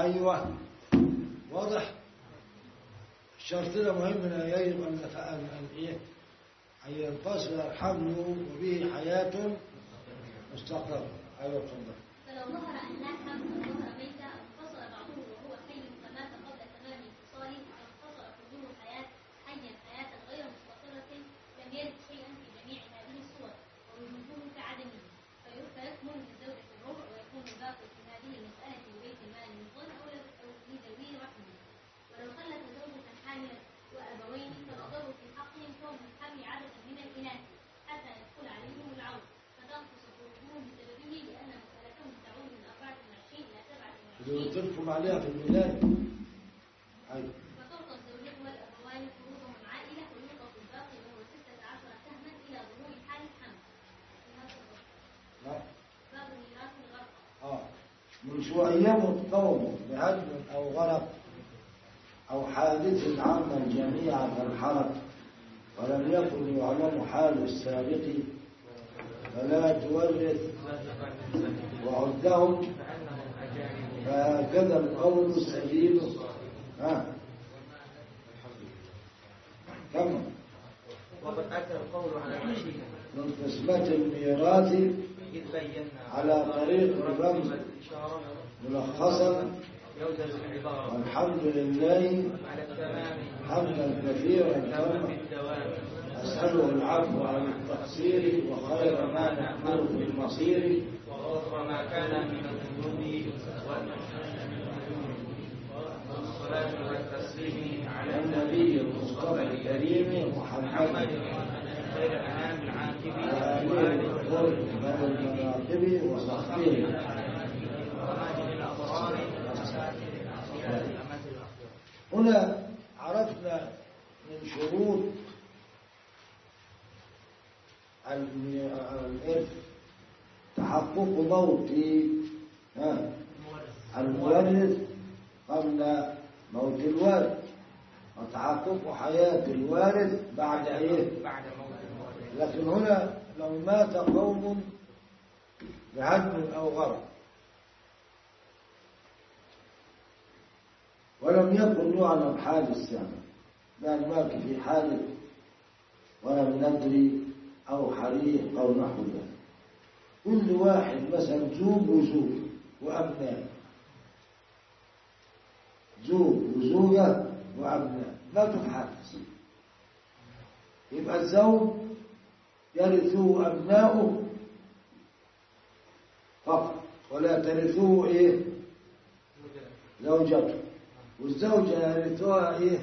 أيوة واضح. الشرط ده مهم أن يجب أن نتأمل أن إيه أن ينتصر الحمل وبه حياة مستقرة. أيوة تفضل.
فلو ظهر أن لا حمل وظهر ميتا انفصل بعضه وهو حي فمات قبل تمام انفصاله فانفصل كله حياة حيا حياة غير مستقرة لم يرد شيئا في جميع هذه الصور ووجوده كعدمه فيكمل للزوجة الربع ويكون الباقي في هذه المسألة لبيت المال من ظن أو لذوي رحمه. ولو خلف زوجة حاملا وأبوين فالأضر في حقهم كون الحمل عددا من الإناث حتى يدخل عليهم العون فتنقص فروجهم بسببه لأن مسألتهم تعود من أربعة وعشرين إلى سبعة
اللي
وعشرين.
قلت لكم عليها في البداية. أيوة.
فتعطى الزوجة والأبوان فروجهم عائلة ويوقف الباقي وهو ستة عشر سهما إلى ظهور حال الحمل.
لا.
باب ميراث الغرق.
آه. من شو أيام قوم بهدم أو غرق أو حادث عم الجميع كالحرق ولم يكن يعلم حال السابق فلا تورث وعدهم فهكذا القول السليم. ها كم
وقد أتى القول على المشيئة
من قسمة الميراث
إذ بينا
على طريق الرمز ملخصا
يوجد العبارة
والحمد لله
على التمام
حمدا كثيرا
تمام
كما
الدوام
أسأله العفو عن التقصير وخير ما نأمل بالمصير
وغفر ما كان من الذنوب والصلاة والتسليم على
النبي المصطفى الكريم محمد
خير الأنام العاقب
وآله الغر من المناقب وصحبه.
وماجد الأبرار
هنا عرفنا من شروط الإرث تحقق موت المورث قبل موت الوارث وتحقق حياة الوارث بعد إيه؟
بعد موت المورث.
لكن هنا لو مات قوم بهدم أو غرق ولم يكن يعلم حال السابق بأن مات في حال ولم ندري أو حريق أو نحو ذلك. كل واحد مثلا زوج وزوج وأبناء زوج وزوجة وأبناء لا تتحدث يبقى الزوج يرثه أبناؤه فقط ولا ترثه إيه زوجته والزوجة يرثها إيه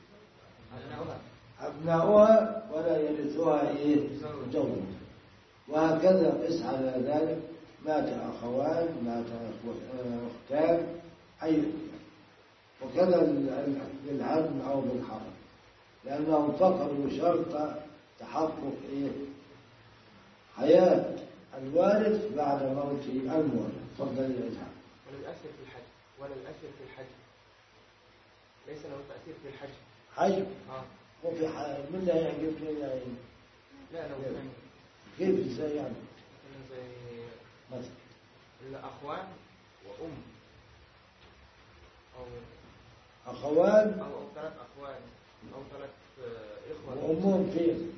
أبناؤها ولا يرثها إيه زوجها. وهكذا قس على ذلك مات أخوان مات أختان أي وكذا بالعدم أو بالحرم لأنهم فقدوا شرط تحقق إيه حياة الوارث بعد موت المورث. تفضل يا إسحاق.
وللأسر في الحج وللأسر في الحج ليس له تأثير في الحج.
حج
اه
وفي حاجة من لا يعجب لا يعني
لا لو كان
كيف ازاي يعني
زي
مثلا
الأخوان وأم أو
أخوان
أو, أو ثلاث أخوان أو ثلاث إخوة
وأمهم فين؟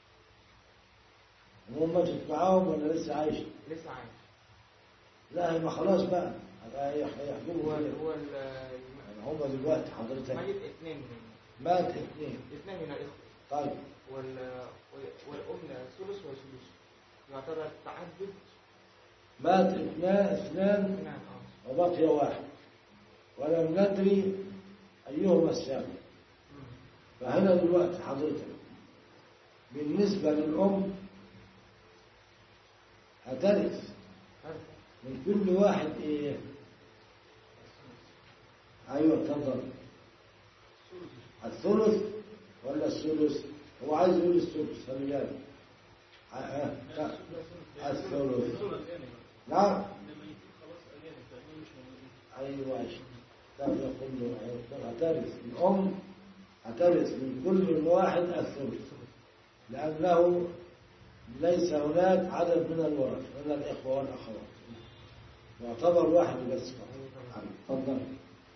أمهم ماتت معاهم ولا لسه عايشة؟
لسه عايش.
لا هي ما خلاص بقى هيحجبوا
هو
كده.
هو
يعني هم دلوقتي حضرتك
ميت اثنين من
مات اثنين
اثنين من الإخوة.
طيب
وال والأم ثلث وثلث يعتبر تعدد.
مات اثنان اثنان
اثنان اه
وبقي واحد ولم ندري أيهما السابق. فهنا دلوقتي حضرتك بالنسبة للأم هترث من كل واحد إيه؟ أيوة تفضل. الثلث ولا الثلث؟ هو عايز يقول الثلث خلي بالك. الثلث نعم أيوة طب يقول له هترث الأم هترث من كل واحد الثلث لأنه ليس هناك عدد من الورث من الإخوة والأخوات يعتبر واحد بس فقط. تفضل.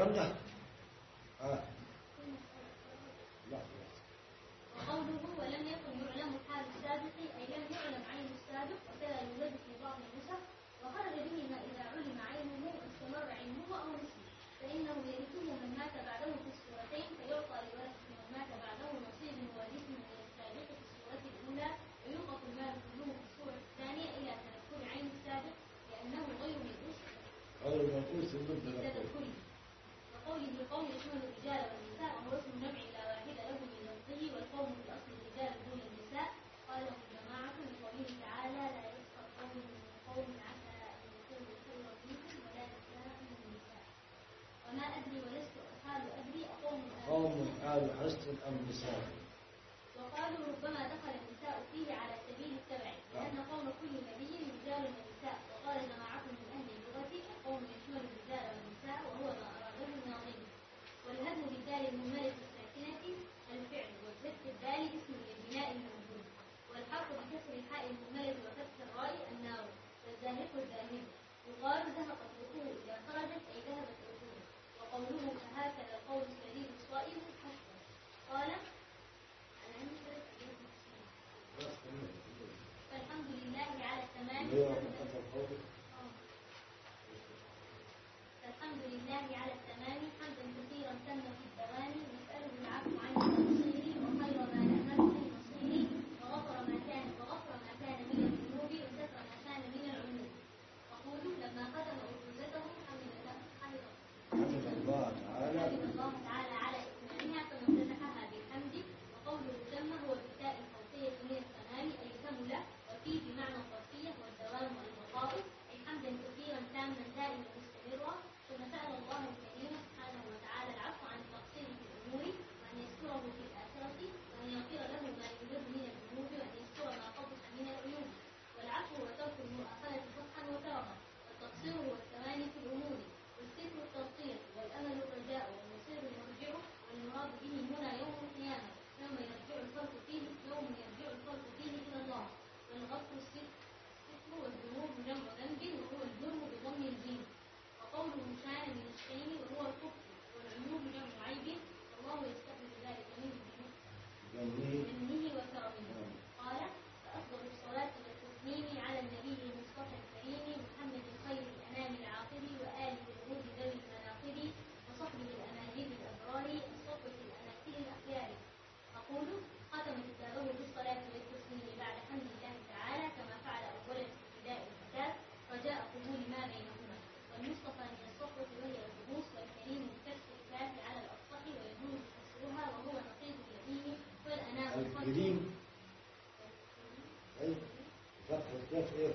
الكلام ده؟ آه. لا.
وقوله ولم يكن يعلم حال السابق أي لم يعلم عين السابق وكذا يوجد في بعض النسخ وخرج به ما إذا علم عينه واستمر علمه أو نسي فإنه يرثه من مات بعده في السورتين فيعطى لورثه من مات بعده نصيب وارث من السابق في السورة الأولى ويوقف المال كله في السورة الثانية إلى تذكر عين السابق لأنه غير مدرس
غير منقوص المدة
تذكره وقوله قوم يشمل الرجال والنساء وهو اسم جمع لا واحد له من لفظه والقوم في الأصل الرجال دون النساء قاله جماعة لقوله تعالى لا يسخر قوم من قوم عسى أن يكونوا خيرا منهم ولا نساء من النساء وما أدري ولست أحال أدري أقوم
قوم آل حسن أم نساء.
وقالوا ربما دخل النساء فيه على سبيل التبع لأن قوم كل نبي رجال ونساء وقال جماعة من أهل اللغة القوم يشمل الرجال والنساء وهو ما أراده الناظم والهدم بالدال المهملة الساكنة الفعل والفتح الدال اسم للبناء الموجود والحرف بكسر الحاء المهملة وفتح الراء النار والزاهق الذاهب يقال ذهبت الركوع إذا خرجت أي ذهبت الركوع وقوله فهكذا القول السليم الصائب حسن قال فالحمد لله على التمام فالحمد لله على التمام حمدا كثيرا تم في الدوام نسأله العفو عن التقصير وخير ما نأمل من المصير وغفر ما كان وغفر ما كان من الذنوب وستر ما كان من العيوب أقول لما ختم أرجوزته حمد الله
حمد الله تعالى
حمد الله تعالى على إتمامها فما افتتحها بالحمد وقوله تم هو بالتاء الفوقية من التمام أي كمل وفيه بمعنى الظرفية والدوام والبقاء أي حمدا كثيرا تاما دائما مستمرا ثم سأل الله الكريم سبحانه وتعالى العفو عن التقصير في الأمور وأن يستره في الآخرة وأن يغفر له ما يوجد من الذنوب وأن يستر ما قبح من العيوب والعفو وترك المؤاخذة فتحا وكرها والتقصير هو التواني في الأمور والستر التوقير والأمل الرجاء والمصير المرجع والمراد به هنا يوم القيامة يوم يرجع الخلق فيه يوم يرجع الخلق فيه إلى الله والغفر الستر والذنوب جمع ذنب وهو الجرم بضم الجيم وقوله كان من الشين وهو الكفر والعيوب جمع عيب والله يستقبل ذلك منه بمنه وكرمه قال فأفضل الصلاة والتسليم على النبي المصطفى الكريم محمد خير الأنام العاقب وآله الغر ذوي المناقب وصحبه الأناجيب الأبرار الصفوة الأناكيل الأخيار أقول ختم كتابه بالصلاة والتسليم بعد حمد الله تعالى كما فعل أولا في ابتداء الكتاب رجاء قبول ما بينهما والمصطفى من الصفوة وهي الرؤوس والكريم بكسر الكاف على الأفصح ويجوز كسرها وهو نقيض اليمين والأنام
الكريم أي فتح الكاف إيه؟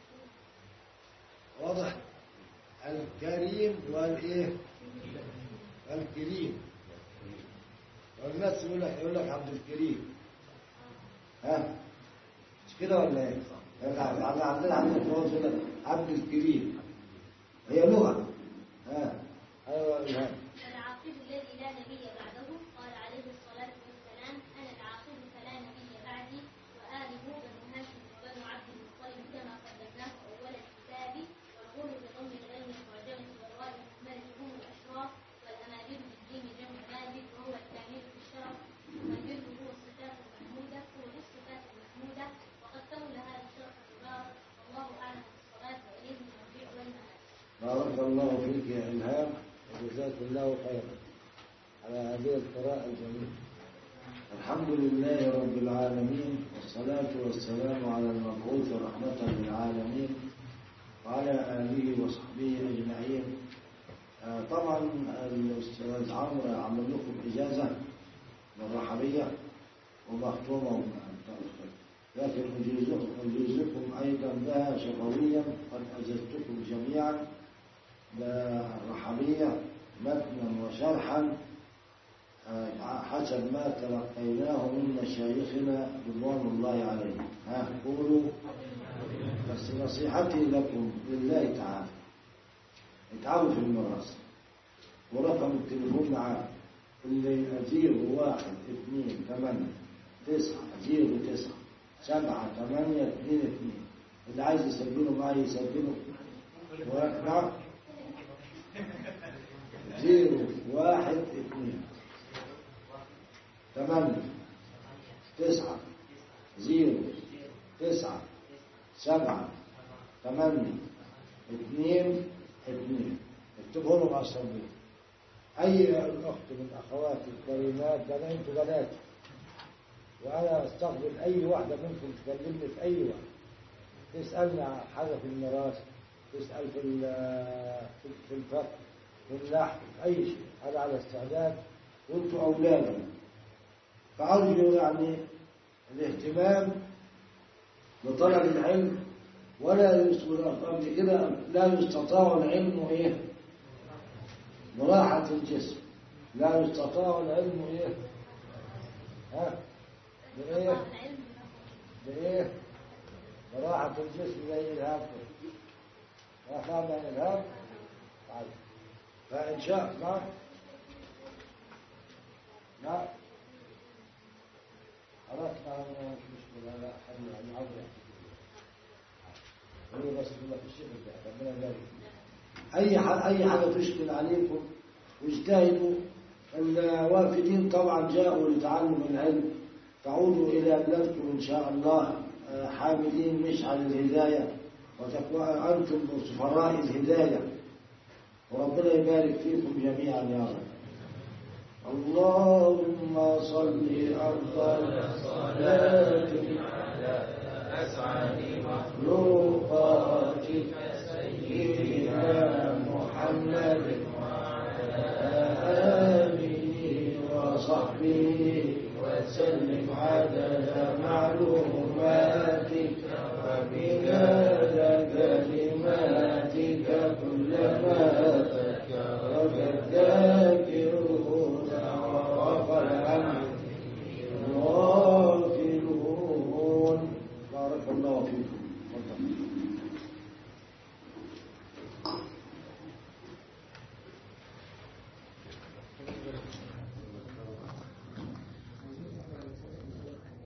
واضح الكريم والإيه؟ الكريم والناس يقول لك يقول لك عبد الكريم ها مش كده ولا ايه؟ عندنا عندنا عندنا يقول لك عبد الكريم هي لغة ها ايوه الهام
العاقب الذي لا نبي بعده قال عليه الصلاة والسلام أنا العاقب فلا نبي بعدي وآله بنو هاشم وبنو عبد المطلب كما قدمناه أول الكتاب والغر بضم الغين المعجمة والراء المحملة هم الأشراف والأنابيب بالجيم جمع ماجد وهو الكامل في الشرف والبر هو الصفات المحمودة هو الصفات المحمودة وقد كمل هذا الشرف الكبار والله أعلم بالصلاة وإليه المرجع والمآب.
بارك الله فيك يا إلهام وجزاك الله خيرا على هذه القراءة الجميلة. الحمد لله رب العالمين والصلاة والسلام على المبعوث رحمة للعالمين وعلى آله وصحبه أجمعين. آه طبعا الأستاذ عمرو عمل لكم إجازة من الرحبية ومختومة لكن أجيزكم أيضا بها شفويا قد أجزتكم جميعا بالرحبية متنا وشرحا حسب ما تلقيناه من مشايخنا رضوان الله عليهم. ها قولوا بس نصيحتي لكم لله تعالى اتعبوا في المراسل ورقم التليفون معاه اللي أزيرو واحد اثنين ثمانية تسعة زيرو تسعة سبعة ثمانية اثنين اثنين اللي عايز يسجله معي يسجله. نعم زيرو واحد اثنين ثمانية تسعة زيرو تسعة سبعة ثمانية اثنين اثنين اكتبوا لهم على الصندوق. أي أخت من أخواتي الكريمات ده أنا أنتوا بناتي، وأنا أستقبل أي واحدة منكم تكلمني في أي وقت، تسألني عن حاجة في الميراث، تسأل في في الفقه في النحو في أي شيء، أنا على استعداد وأنتوا أولادي. فأرجو يعني الاهتمام بطلب العلم، ولا قبل كده لا يستطاع العلم إيه؟ مراحة الجسم، لا يستطاع العلم إيه؟ ها؟ بإيه؟ بإيه؟ مراحة الجسم زي الهام ما فهم الهام طيب. فإن شاء الله لا خلاص ما مش مشكلة، لا حل يعني عبر هو بس كده في الشغل ده ربنا يبارك. أي حاجة أي حاجة تشكل عليكم واجتهدوا. الوافدين طبعا جاءوا لتعلم العلم، تعودوا إلى بلادكم إن شاء الله حاملين مشعل الهداية، وتكونوا أنتم سفراء الهداية، وربنا يبارك فيكم جميعا يا رب. اللهم صل أفضل صلاة على أسعد مخلوقاتك سيدنا محمد وعلى آله وصحبه وسلم عدد معلوماتك وبلاد